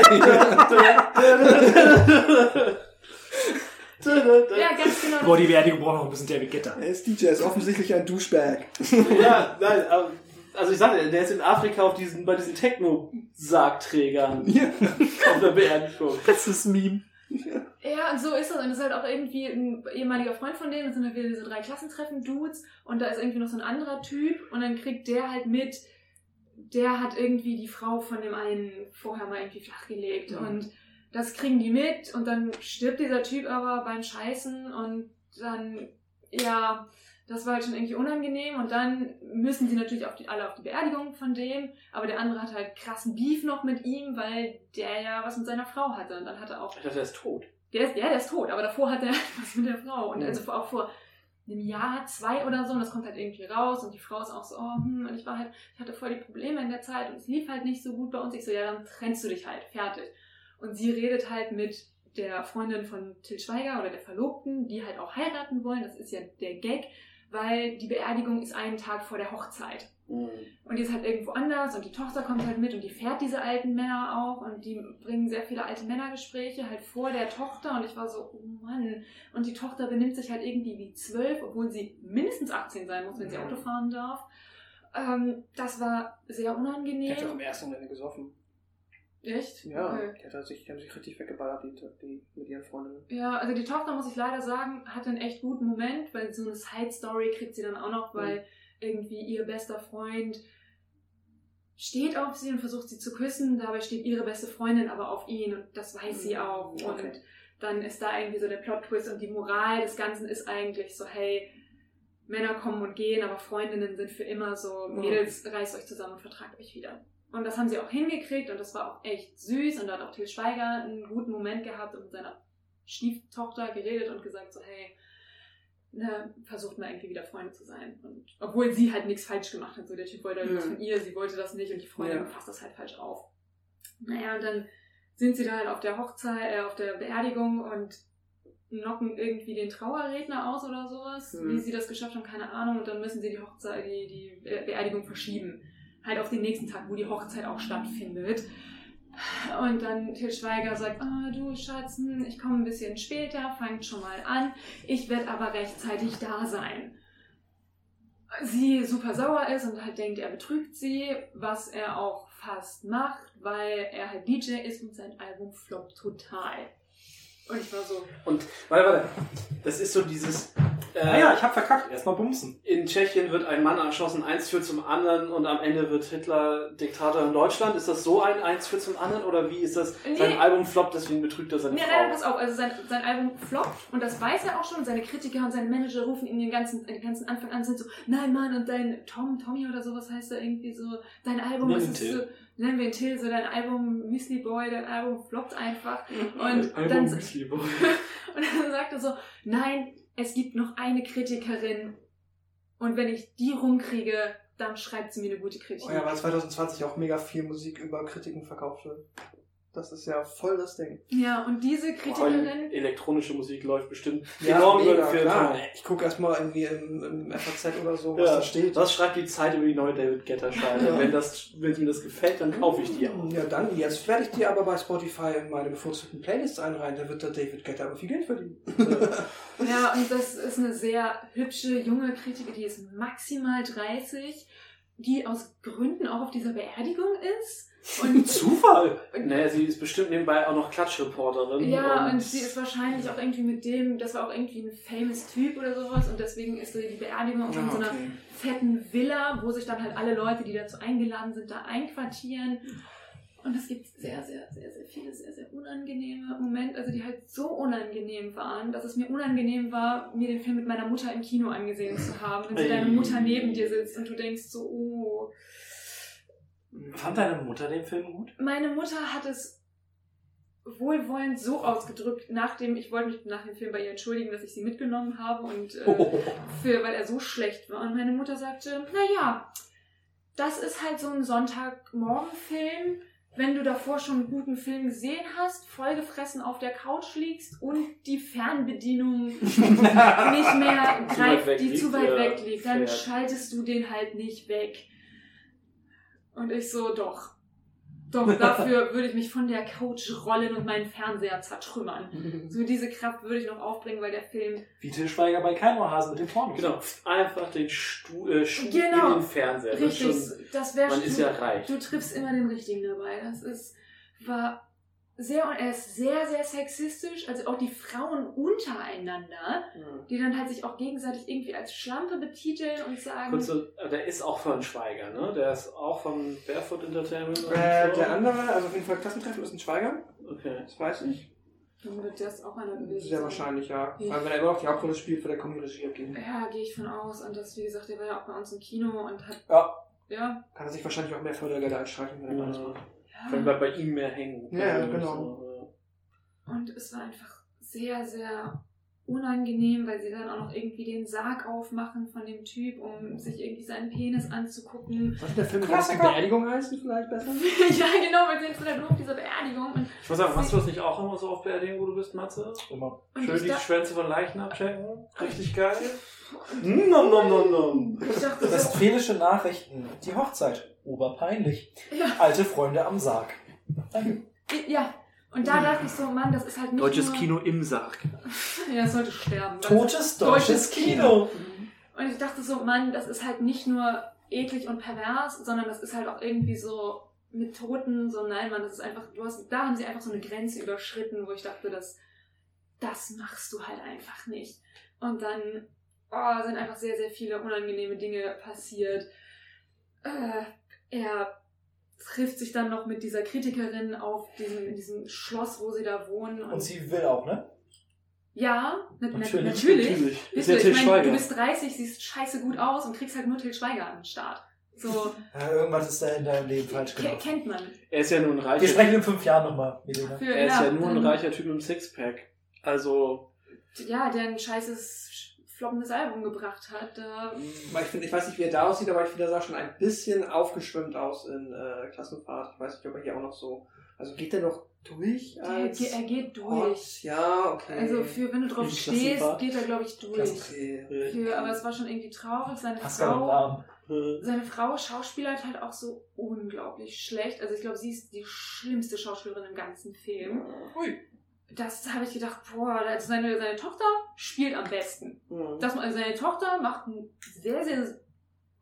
J. ja, ganz genau. Boah, die Beerdigung braucht noch ein bisschen David Guetta. Er ist D J, er ist offensichtlich ein Douchebag. Ja, nein, aber, also ich sagte, der ist in Afrika auf diesen, bei diesen Techno-Sargträgern Ja. auf der Beerdigung. Das ist ein Meme. Ja, und so ist das. Und das ist halt auch irgendwie ein ehemaliger Freund von denen. Das sind halt wieder diese drei Klassentreffen-Dudes. Und da ist irgendwie noch so ein anderer Typ. Und dann kriegt der halt mit, der hat irgendwie die Frau von dem einen vorher mal irgendwie flachgelegt. Mhm. Und das kriegen die mit. Und dann stirbt dieser Typ aber beim Scheißen. Und dann, ja, das war halt schon irgendwie unangenehm. Und dann müssen sie natürlich auf die, alle auf die Beerdigung von dem. Aber der andere hat halt krassen Beef noch mit ihm, weil der ja was mit seiner Frau hatte. Und dann hat er auch Ich dachte, er ist tot. der ist, ja, der ist tot, aber davor hat er was mit der Frau. Und Mhm. also auch vor einem Jahr, zwei oder so, und das kommt halt irgendwie raus und die Frau ist auch so, oh, hm, und ich war halt, ich hatte voll die Probleme in der Zeit und es lief halt nicht so gut bei uns. Ich so, ja, dann trennst du dich halt, fertig. Und sie redet halt mit der Freundin von Till Schweiger oder der Verlobten, die halt auch heiraten wollen. Das ist ja der Gag, weil die Beerdigung ist einen Tag vor der Hochzeit. Mhm. Und die ist halt irgendwo anders und die Tochter kommt halt mit und die fährt diese alten Männer auch und die bringen sehr viele alte Männergespräche halt vor der Tochter und ich war so, oh Mann. Und die Tochter benimmt sich halt irgendwie wie zwölf, obwohl sie mindestens achtzehn sein muss, wenn sie Auto fahren darf. Ähm, das war sehr Der unangenehm. hat ja auch im ersten Rennen gesoffen. Echt? Ja, Okay. die, hat sich, die haben sich richtig weggeballert, die, die mit ihren Freundinnen. Ja, also die Tochter, muss ich leider sagen, hatte einen echt guten Moment, weil so eine Side-Story kriegt sie dann auch noch, weil irgendwie ihr bester Freund steht auf sie und versucht sie zu küssen, dabei steht ihre beste Freundin aber auf ihn und das weiß sie auch. Und Okay. dann ist da irgendwie so der Plot-Twist und die Moral des Ganzen ist eigentlich so, hey, Männer kommen und gehen, aber Freundinnen sind für immer so, Mädels, reißt euch zusammen und vertragt euch wieder. Und das haben sie auch hingekriegt und das war auch echt süß und da hat auch Till Schweiger einen guten Moment gehabt und mit seiner Stieftochter geredet und gesagt so, hey, ne, versucht mal irgendwie wieder Freunde zu sein. Und obwohl sie halt nichts falsch gemacht hat, so der Typ wollte halt Mhm. was von ihr, sie wollte das nicht und die Freundin Ja. fasst das halt falsch auf. Naja, und dann sind sie da halt auf der Hochzeit, äh, auf der Beerdigung und knocken irgendwie den Trauerredner aus oder sowas. Mhm. Wie sie das geschafft haben, keine Ahnung. Und dann müssen sie die Hochzeit, die, die Be- Beerdigung verschieben. Halt auf den nächsten Tag, wo die Hochzeit auch stattfindet. Und dann Till Schweiger sagt, ah, du Schatz, hm, ich komme ein bisschen später, fangt schon mal an. Ich werde aber rechtzeitig da sein. Sie super sauer ist und halt denkt, er betrügt sie, was er auch fast macht, weil er halt D J ist und sein Album floppt total. Und ich war so... Und, warte, warte, das ist so dieses... Äh, Naja, ich hab verkackt. Erstmal bumsen. In Tschechien wird ein Mann erschossen, eins führt zum anderen und am Ende wird Hitler Diktator in Deutschland. Ist das so ein eins führt zum anderen oder wie ist das? Nee. Sein Album floppt, deswegen betrügt er seine Nee, Frau. nein, pass auf, also sein, sein Album floppt und das weiß er auch schon. Seine Kritiker und seine Manager rufen ihn den ganzen, den ganzen Anfang an, sind so, nein Mann, und dein Tom, Tommy oder sowas heißt er irgendwie so, dein Album Nennen ist ihn so, Till. nennen wir ihn Till, so dein Album Müsli Boy, dein Album floppt einfach. Und Album dann, Müsli Boy. und dann sagt er so, nein, es gibt noch eine Kritikerin und wenn ich die rumkriege, dann schreibt sie mir eine gute Kritik. Oh ja, weil zwanzig zwanzig auch mega viel Musik über Kritiken verkauft wird. Das ist ja voll das Ding. Ja, und diese Kritikerin... Elektronische Musik läuft bestimmt Ja, enorm mega, über für klar. Tom. Ich gucke erstmal irgendwie im, im F A Z oder so, was Ja, da steht. was schreibt die Zeit über die neue David Guetta Scheibe? Ja. Wenn, das, wenn mir das gefällt, dann kaufe ich die auch. Ja, dann, jetzt werde ich dir aber bei Spotify in meine bevorzugten Playlists einreihen. Da wird der David Guetta aber viel Geld verdienen. Ja, und das ist eine sehr hübsche, junge Kritikerin, die ist maximal dreißig, die aus Gründen auch auf dieser Beerdigung ist. Und Zufall! Naja, sie ist bestimmt nebenbei auch noch Klatschreporterin. ja, und, und sie ist wahrscheinlich auch irgendwie mit dem, das war auch irgendwie ein famous Typ oder sowas und deswegen ist so die Beerdigung auch in so einer fetten Villa, wo sich dann halt alle Leute, die dazu eingeladen sind, da einquartieren. Und es gibt sehr, sehr, sehr, sehr viele, sehr, sehr unangenehme Momente, also die halt so unangenehm waren, dass es mir unangenehm war, mir den Film mit meiner Mutter im Kino angesehen zu haben. Wenn so deine Mutter neben dir sitzt und du denkst so, oh. Fand deine Mutter den Film gut? Meine Mutter hat es wohlwollend so ausgedrückt, nachdem, ich wollte mich nach dem Film bei ihr entschuldigen, dass ich sie mitgenommen habe und äh, für, weil er so schlecht war. Und meine Mutter sagte, naja, das ist halt so ein Sonntagmorgenfilm. Wenn du davor schon einen guten Film gesehen hast, vollgefressen auf der Couch liegst und die Fernbedienung nicht mehr Zu weit greift, weg die liegt, zu weit ja, weg liegt, dann fährt. schaltest du den halt nicht weg. Und ich so, doch. Doch, dafür würde ich mich von der Couch rollen und meinen Fernseher zertrümmern. So diese Kraft würde ich noch aufbringen, weil der Film... Wie Til Schweiger bei Keinohrhasen mit dem Porno. Genau, einfach den Stu äh, Schuh Genau. in den Fernseher. Das ist Richtig, schon, das wäre man ist ja reich. Du triffst immer den Richtigen dabei. Das ist, war sehr, und er ist sehr, sehr sexistisch. Also auch die Frauen untereinander, die dann halt sich auch gegenseitig irgendwie als Schlampe betiteln und sagen... Kurze, der ist auch von Schweiger, ne? Der ist auch von Barefoot Entertainment. und Äh, so. der andere, also auf jeden Fall Klassentreffen ist ein Schweiger. Okay. Das weiß ich. Dann wird das auch einer gewesen Sehr sein. wahrscheinlich, ja. Ja. Weil wenn er immer noch die Hauptrolle spielt, wird er Komödie geben. Ja, gehe ich von aus. Und das, wie gesagt, der war ja auch bei uns im Kino und hat... Ja. Ja. Kann er sich wahrscheinlich auch mehr Fördergelder einstreichen, wenn er Ja. alles macht. Dann bleibt bei ihm mehr hängen. Ja, ja, So, genau. ja. Und es war einfach sehr, sehr unangenehm, weil sie dann auch noch irgendwie den Sarg aufmachen von dem Typ, um sich irgendwie seinen Penis anzugucken. Was der Film die Klassiker. Beerdigung heißen vielleicht besser? Ja, genau, wir sind vielleicht nur auf dieser Beerdigung. Und, Ich muss sagen, machst du das nicht auch immer so auf Beerdigung, wo du bist, Matze? Immer. und Schön ich die dachte, Schwänze von Leichen abchecken. Richtig geil. Nom, nom, nom, nom. ich dachte so, Westfälische Nachrichten. Die Hochzeit. Oberpeinlich. ja, Alte Freunde am Sarg. Danke. ja. Und da dachte ich so, Mann, das ist halt nicht Deutsches nur... Kino im Sarg. Ja, es sollte sterben. Totes deutsches Kino. Und ich dachte so, Mann, das ist halt nicht nur eklig und pervers, sondern das ist halt auch irgendwie so mit Toten, so nein, Mann, das ist einfach, du hast, da haben sie einfach so eine Grenze überschritten, wo ich dachte, das, das machst du halt einfach nicht. Und dann oh, sind einfach sehr, sehr viele unangenehme Dinge passiert. Äh, er trifft sich dann noch mit dieser Kritikerin auf diesem, in diesem Schloss, wo sie da wohnen. Und sie will auch, ne? Ja, na, Natürlich, natürlich. natürlich. natürlich. Bist Ist du, ja Til ich meine, Schweiger. du bist dreißig, siehst scheiße gut aus und kriegst halt nur Til Schweiger an den Start. So, Ja, irgendwas ist da in deinem Leben falsch ke- gelaufen. kennt man. Er ist ja nur ein reicher Wir sprechen in fünf Jahren nochmal, Melina. Für, Er ist ja nur ein dann- reicher Typ mit einem Sixpack. Also, Ja, der ein scheißes, floppendes Album gebracht hat. Da, Weil ich, find, ich weiß nicht, wie er da aussieht, aber ich finde, er sah schon ein bisschen aufgeschwemmt aus in äh, Klassenfahrt. Ich weiß nicht, ob er hier auch noch so... Also geht der noch durch der, als... ge- er geht durch. Hot? Ja, okay. Also für, wenn du drauf In stehst, Klassenfahrt? geht er, glaube ich, durch. Okay. Für, aber es war schon irgendwie traurig. Seine Pascal im Frau, Namen. äh, seine Frau schauspielert halt auch so unglaublich schlecht. Also ich glaube, sie ist die schlimmste Schauspielerin im ganzen Film. Ui. Das habe ich gedacht, boah, also seine, seine Tochter spielt am besten. Mhm. Das, also seine Tochter macht einen sehr, sehr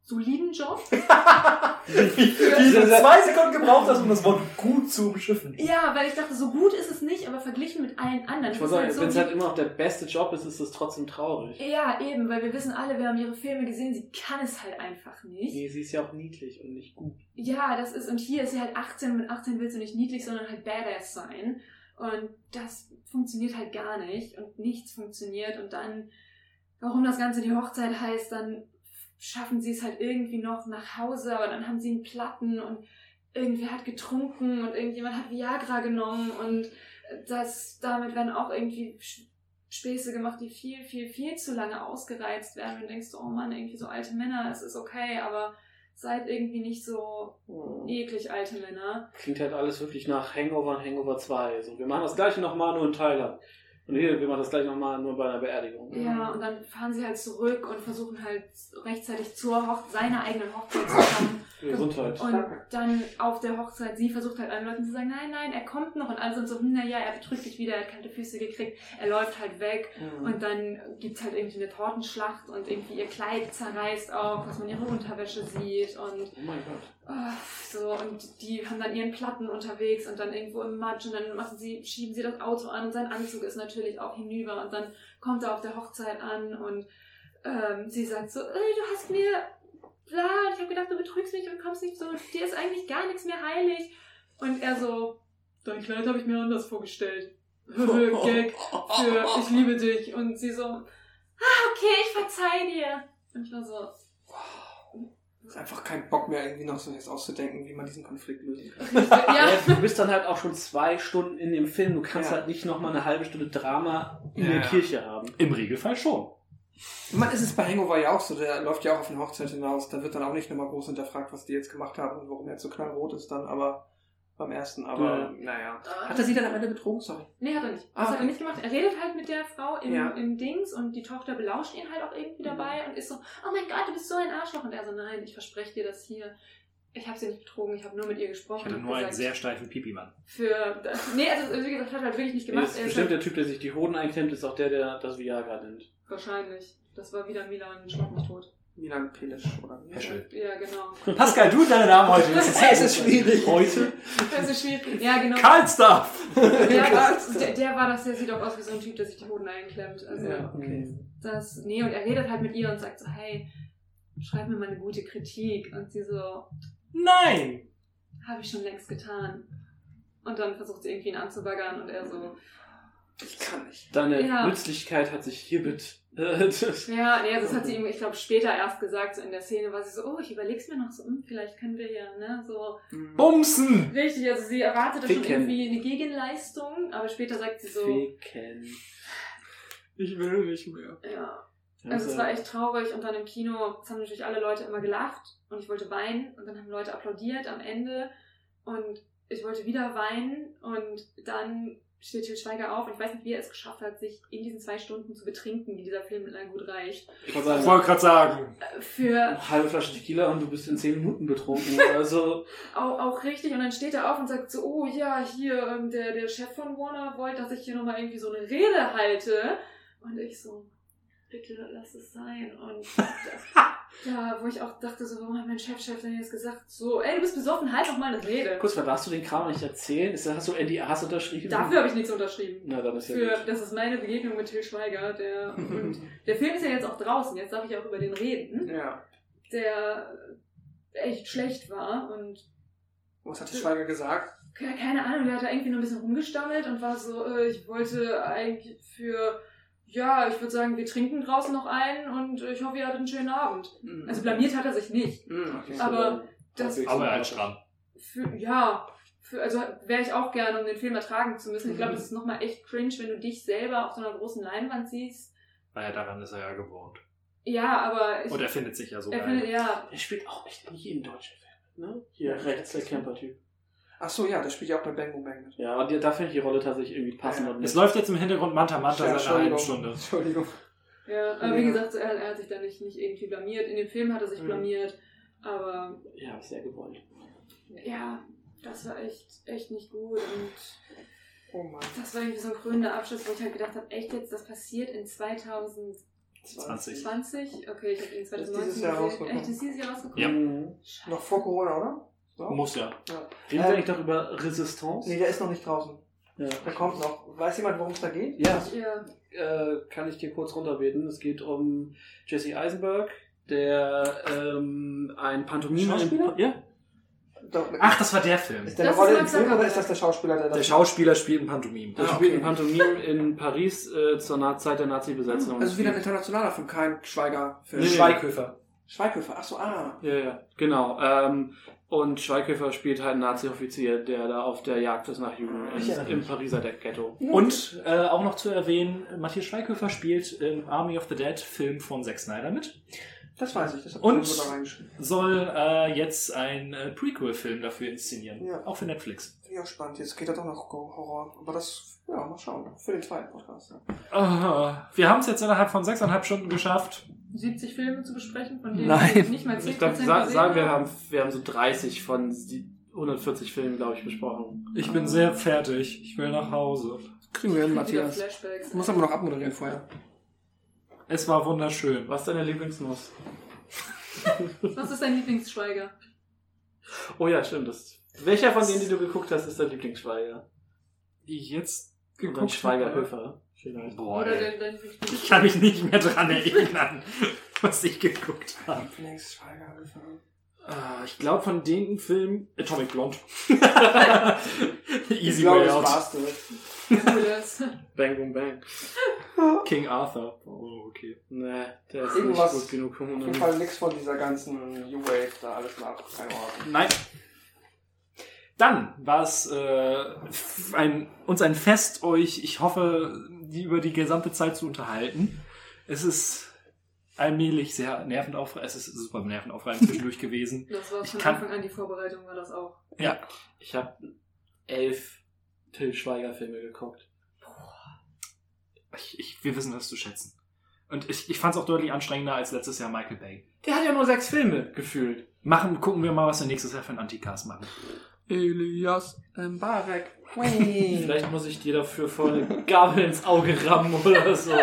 soliden Job. Wie du zwei Sekunden gebraucht hast, um das Wort gut zu umschiffen. Ja, weil ich dachte, so gut ist es nicht, aber verglichen mit allen anderen. Ich ist muss es sagen, halt so wenn es wie- halt immer noch der beste Job ist, ist es trotzdem traurig. Ja, eben, weil wir wissen alle, wir haben ihre Filme gesehen, sie kann es halt einfach nicht. Nee, sie ist ja auch niedlich und nicht gut. Ja, das ist, und hier ist sie halt achtzehn und mit achtzehn willst du nicht niedlich, sondern halt badass sein. Und das funktioniert halt gar nicht und nichts funktioniert und dann, warum das Ganze die Hochzeit heißt, dann schaffen sie es halt irgendwie noch nach Hause, aber dann haben sie einen Platten und irgendwer hat getrunken und irgendjemand hat Viagra genommen und das, damit werden auch irgendwie Späße gemacht, die viel, viel, viel zu lange ausgereizt werden und du denkst, oh Mann, irgendwie so alte Männer, es ist okay, aber seid irgendwie nicht so eklig alte Männer. Klingt halt alles wirklich nach Hangover und Hangover zwei. Also wir machen das gleiche nochmal, nur in Thailand. Und hier, wir machen das gleich nochmal, nur bei einer Beerdigung. Ja, und dann fahren sie halt zurück und versuchen halt rechtzeitig zur Hoch- seiner eigenen Hochzeit zu kommen. Gesundheit. Und dann auf der Hochzeit, sie versucht halt allen Leuten zu sagen, nein, nein, er kommt noch. Und alle sind so, hm, naja, er betrügt dich wieder, er hat kalte Füße gekriegt, er läuft halt weg. Mhm. Und dann gibt's halt irgendwie eine Tortenschlacht und irgendwie ihr Kleid zerreißt auch, dass man ihre Unterwäsche sieht. Und Oh mein Gott. oh, so, und die haben dann ihren Platten unterwegs und dann irgendwo im Matsch und dann machen sie, schieben sie das Auto an und sein Anzug ist natürlich auch hinüber und dann kommt er auf der Hochzeit an und ähm, sie sagt so, ey, du hast mir bla, ich habe gedacht, du betrügst mich und kommst nicht so, dir ist eigentlich gar nichts mehr heilig. Und er so, dein Kleid habe ich mir anders vorgestellt. Gag für ich liebe dich. Und sie so, ah, okay, ich verzeih dir. Und ich war so, ist einfach kein Bock mehr, irgendwie noch so jetzt auszudenken, wie man diesen Konflikt lösen kann. ja. Ja, du bist dann halt auch schon zwei Stunden in dem Film. Du kannst Ja. halt nicht nochmal eine halbe Stunde Drama in Ja. der Kirche haben. Im Regelfall schon. Ich meine, es ist bei Hangover ja auch so, der läuft ja auch auf eine Hochzeit hinaus, da wird dann auch nicht nochmal groß hinterfragt, was die jetzt gemacht haben und warum er jetzt so knallrot ist dann, aber beim ersten, aber Ja. naja. Hat er sie dann am Ende betrogen? Sorry. Nee, hat er nicht. Das Ah, hat er okay. nicht gemacht. Er redet halt mit der Frau im, Ja. im Dings und die Tochter belauscht ihn halt auch irgendwie dabei und ist so, oh mein Gott, du bist so ein Arschloch. Und er so, nein, ich verspreche dir das hier. Ich habe sie nicht betrogen, ich habe nur mit ihr gesprochen. Ich hatte und nur einen gesagt, sehr steifen Pipi-Mann. Für, nee, also wie gesagt, hat er halt wirklich nicht Nee, gemacht. das ist Er ist bestimmt halt, der Typ, der sich die Hoden einklemmt, ist auch der, der das Viagra nimmt. wahrscheinlich. Das war wieder Milan Schlag mich tot. Milan Pelic, oder? Peschel. Ja, genau. Pascal, du deine Namen heute. Das ist, Es ist schwierig. Heute. Das ist schwierig. Ja, genau. Karl Stuff. Ja, der, der war das, der sieht auch aus wie so ein Typ, der sich die Hoden einklemmt. Also, Ja, okay. das, nee, und er redet halt mit ihr und sagt so, hey, schreib mir mal eine gute Kritik. Und sie so, Nein. habe ich schon längst getan. Und dann versucht sie irgendwie ihn anzubaggern und er so, Ich kann nicht. Deine Ja. Nützlichkeit hat sich hiermit... Äh, das- ja, nee, das hat sie ihm, ich glaube, später erst gesagt, so in der Szene war sie so, oh, ich überleg's mir noch so, hm, vielleicht können wir ja, ne, so, Bumsen. richtig, also sie erwartet da schon Ficken. irgendwie eine Gegenleistung, aber später sagt sie so, Ficken. Ich will nicht mehr. ja. Also es war echt traurig und dann im Kino, es haben natürlich alle Leute immer gelacht und ich wollte weinen und dann haben Leute applaudiert am Ende und ich wollte wieder weinen und dann steht Til Schweiger auf und ich weiß nicht, wie er es geschafft hat, sich in diesen zwei Stunden zu betrinken, wie dieser Film lang gut reicht. Ich wollte Ich sagen, wollte gerade sagen. Äh, Für eine halbe Flasche Tequila und du bist in zehn Minuten betrunken. Also, auch, auch richtig und dann steht er auf und sagt so, oh ja, hier, ähm, der, der Chef von Warner wollte, dass ich hier nochmal irgendwie so eine Rede halte und ich so, bitte lass es sein und ja, wo ich auch dachte so, warum hat mein Chef-Chef denn jetzt gesagt, so, ey, du bist besoffen, halt doch mal eine Rede. kurz mal, darfst du den Kram nicht erzählen? Ist, hast du N D As unterschrieben? Dafür habe ich nichts unterschrieben. Na, dann ist ja Für, gut. das ist meine Begegnung mit Til Schweiger. Der, und der Film ist ja jetzt auch draußen, jetzt darf ich auch über den reden, Ja. der echt schlecht war und Was hat der Schweiger gesagt? ja, keine Ahnung, der hat da irgendwie nur ein bisschen rumgestammelt und war so, äh, ich wollte eigentlich für, ja, ich würde sagen, wir trinken draußen noch ein und ich hoffe, ihr hattet einen schönen Abend. Mhm. Also blamiert hat er sich nicht. Mhm, okay. Aber das, Aber er ist dran. für, ja, für, also wäre ich auch gerne, um den Film ertragen zu müssen. Ich glaube, das ist nochmal echt cringe, wenn du dich selber auf so einer großen Leinwand siehst. Naja, daran ist er ja gewohnt. Ja, aber ich, Und er findet sich ja so er geil. findet, ja, Er spielt auch echt nicht jeden deutschen Film, ne? Hier, rechts der Camper-Typ. Ach so, ja, der spielt ja auch bei Bang Boom Bang mit. Ja, und da finde ich die Rolle tatsächlich irgendwie passend Ja. und Es nett. läuft jetzt im Hintergrund Manta Manta Ja, seit einer halben Entschuldigung. Stunde. Entschuldigung. ja, aber wie gesagt, er, er hat sich da nicht, nicht irgendwie blamiert. In dem Film hat er sich Mhm. blamiert, aber Ja, sehr gewollt. ja, das war echt, echt nicht gut und Oh Mann. das war irgendwie so ein krönender Abschluss, wo ich halt gedacht habe, echt jetzt, das passiert in zweitausendzwölf zwanzig. zwanzig? Okay, ich habe ihn zwanzig neunzehn dieses Jahr gesehen. rausgekommen. Echt, ist dieses Jahr rausgekommen? Ja. Mhm. Noch vor Corona, oder? So? Muss ja. Ja. Reden wir Ähm, eigentlich doch über Resistance? Nee, der ist noch nicht draußen. Ja. Der kommt noch. Weiß jemand, worum es da geht? Ja, Ja. äh, kann ich dir kurz runterbeten. Es geht um Jesse Eisenberg, der ähm, ein Pantomime... Schauspieler? Ja. Doch, Ach, das war der Film. ist der eine Das Rolle ist im Max Film oder Zuckerberg. ist das der Schauspieler, der das Der Schauspieler spielt ein Pantomim. Der Ah, spielt okay. ein Pantomim in Paris äh, zur Na- Zeit der Nazi-Besetzung. Also wieder ein internationaler Film, kein Schweiger-Film. Nee, nee. Schweighöfer. Schweighöfer, achso, ah. Ja, ja, genau. Ähm, und Schweighöfer spielt halt einen Nazi-Offizier, der da auf der Jagd ist nach Juden Ich im, erinnere im mich. Pariser Ghetto. Und äh, auch noch zu erwähnen, Matthias Schweighöfer spielt im Army of the Dead Film von Zack Snyder mit. Das weiß ich, das hab Und- ich so da reingeschrieben. Soll äh, jetzt ein äh, Prequel-Film dafür inszenieren. Ja. Auch für Netflix. Finde ich auch spannend. Jetzt geht er doch noch Horror. Aber das, ja, mal schauen. Für den zweiten Podcast. Ja. Ah, wir haben es jetzt innerhalb von sechseinhalb Stunden geschafft. siebzig Filme zu besprechen, von denen Nein. wir nicht mal zehn Ich glaube, Prozent sa gesehen sagen wir haben. haben, wir haben so dreißig von sie- hundertvierzig Filmen, glaube ich, besprochen. Ich bin sehr fertig. Ich will nach Hause. Kriegen wir hin, Wieder Matthias. Flashbacks. Ich muss aber noch abmoderieren vorher. Es war wunderschön. Was ist deine Lieblingsnuss? Was ist dein Lieblingsschweiger? Oh ja, stimmt. Das. Welcher von denen, die du geguckt hast, ist dein Lieblingsschweiger? Die ich jetzt Und dann geguckt Schweigerhöfer. Vielleicht. Boah, Oder ey. dein, dein Ich kann mich nicht mehr dran erinnern, was ich geguckt habe. Lieblings Schweigerhöfer. Ah, ich glaube von den Filmen Atomic Blonde. Ich Easy glaube, Way das Out. war's du. Cooles. Bang, boom, bang. King Arthur. Oh, okay. Nee, der ist Irgendwas- nicht gut genug. Auf jeden Fall nix von dieser ganzen New Wave da alles nach. Keine Ahnung. Nein. Dann war es äh, ein, uns ein Fest, euch, ich hoffe, die über die gesamte Zeit zu unterhalten. Es ist allmählich sehr nervenaufreibend. Es ist super nervenaufreibend zwischendurch gewesen. Das war Ich von kann- Anfang an die Vorbereitung, war das auch. Ja. Ich habe elf Till Schweiger-Filme geguckt. Ich, ich, wir wissen das zu schätzen. Und ich, ich fand es auch deutlich anstrengender als letztes Jahr Michael Bay. Der hat ja nur sechs Filme gefühlt. Machen, gucken wir mal, was wir nächstes Jahr für einen Anticast machen. Elias Mbarek. Vielleicht muss ich dir dafür voll eine Gabel ins Auge rammen oder so.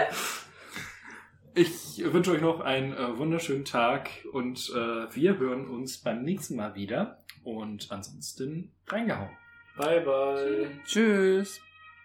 Ich wünsche euch noch einen äh, wunderschönen Tag und äh, wir hören uns beim nächsten Mal wieder. Und ansonsten reingehauen. Bye, bye. Tschüss.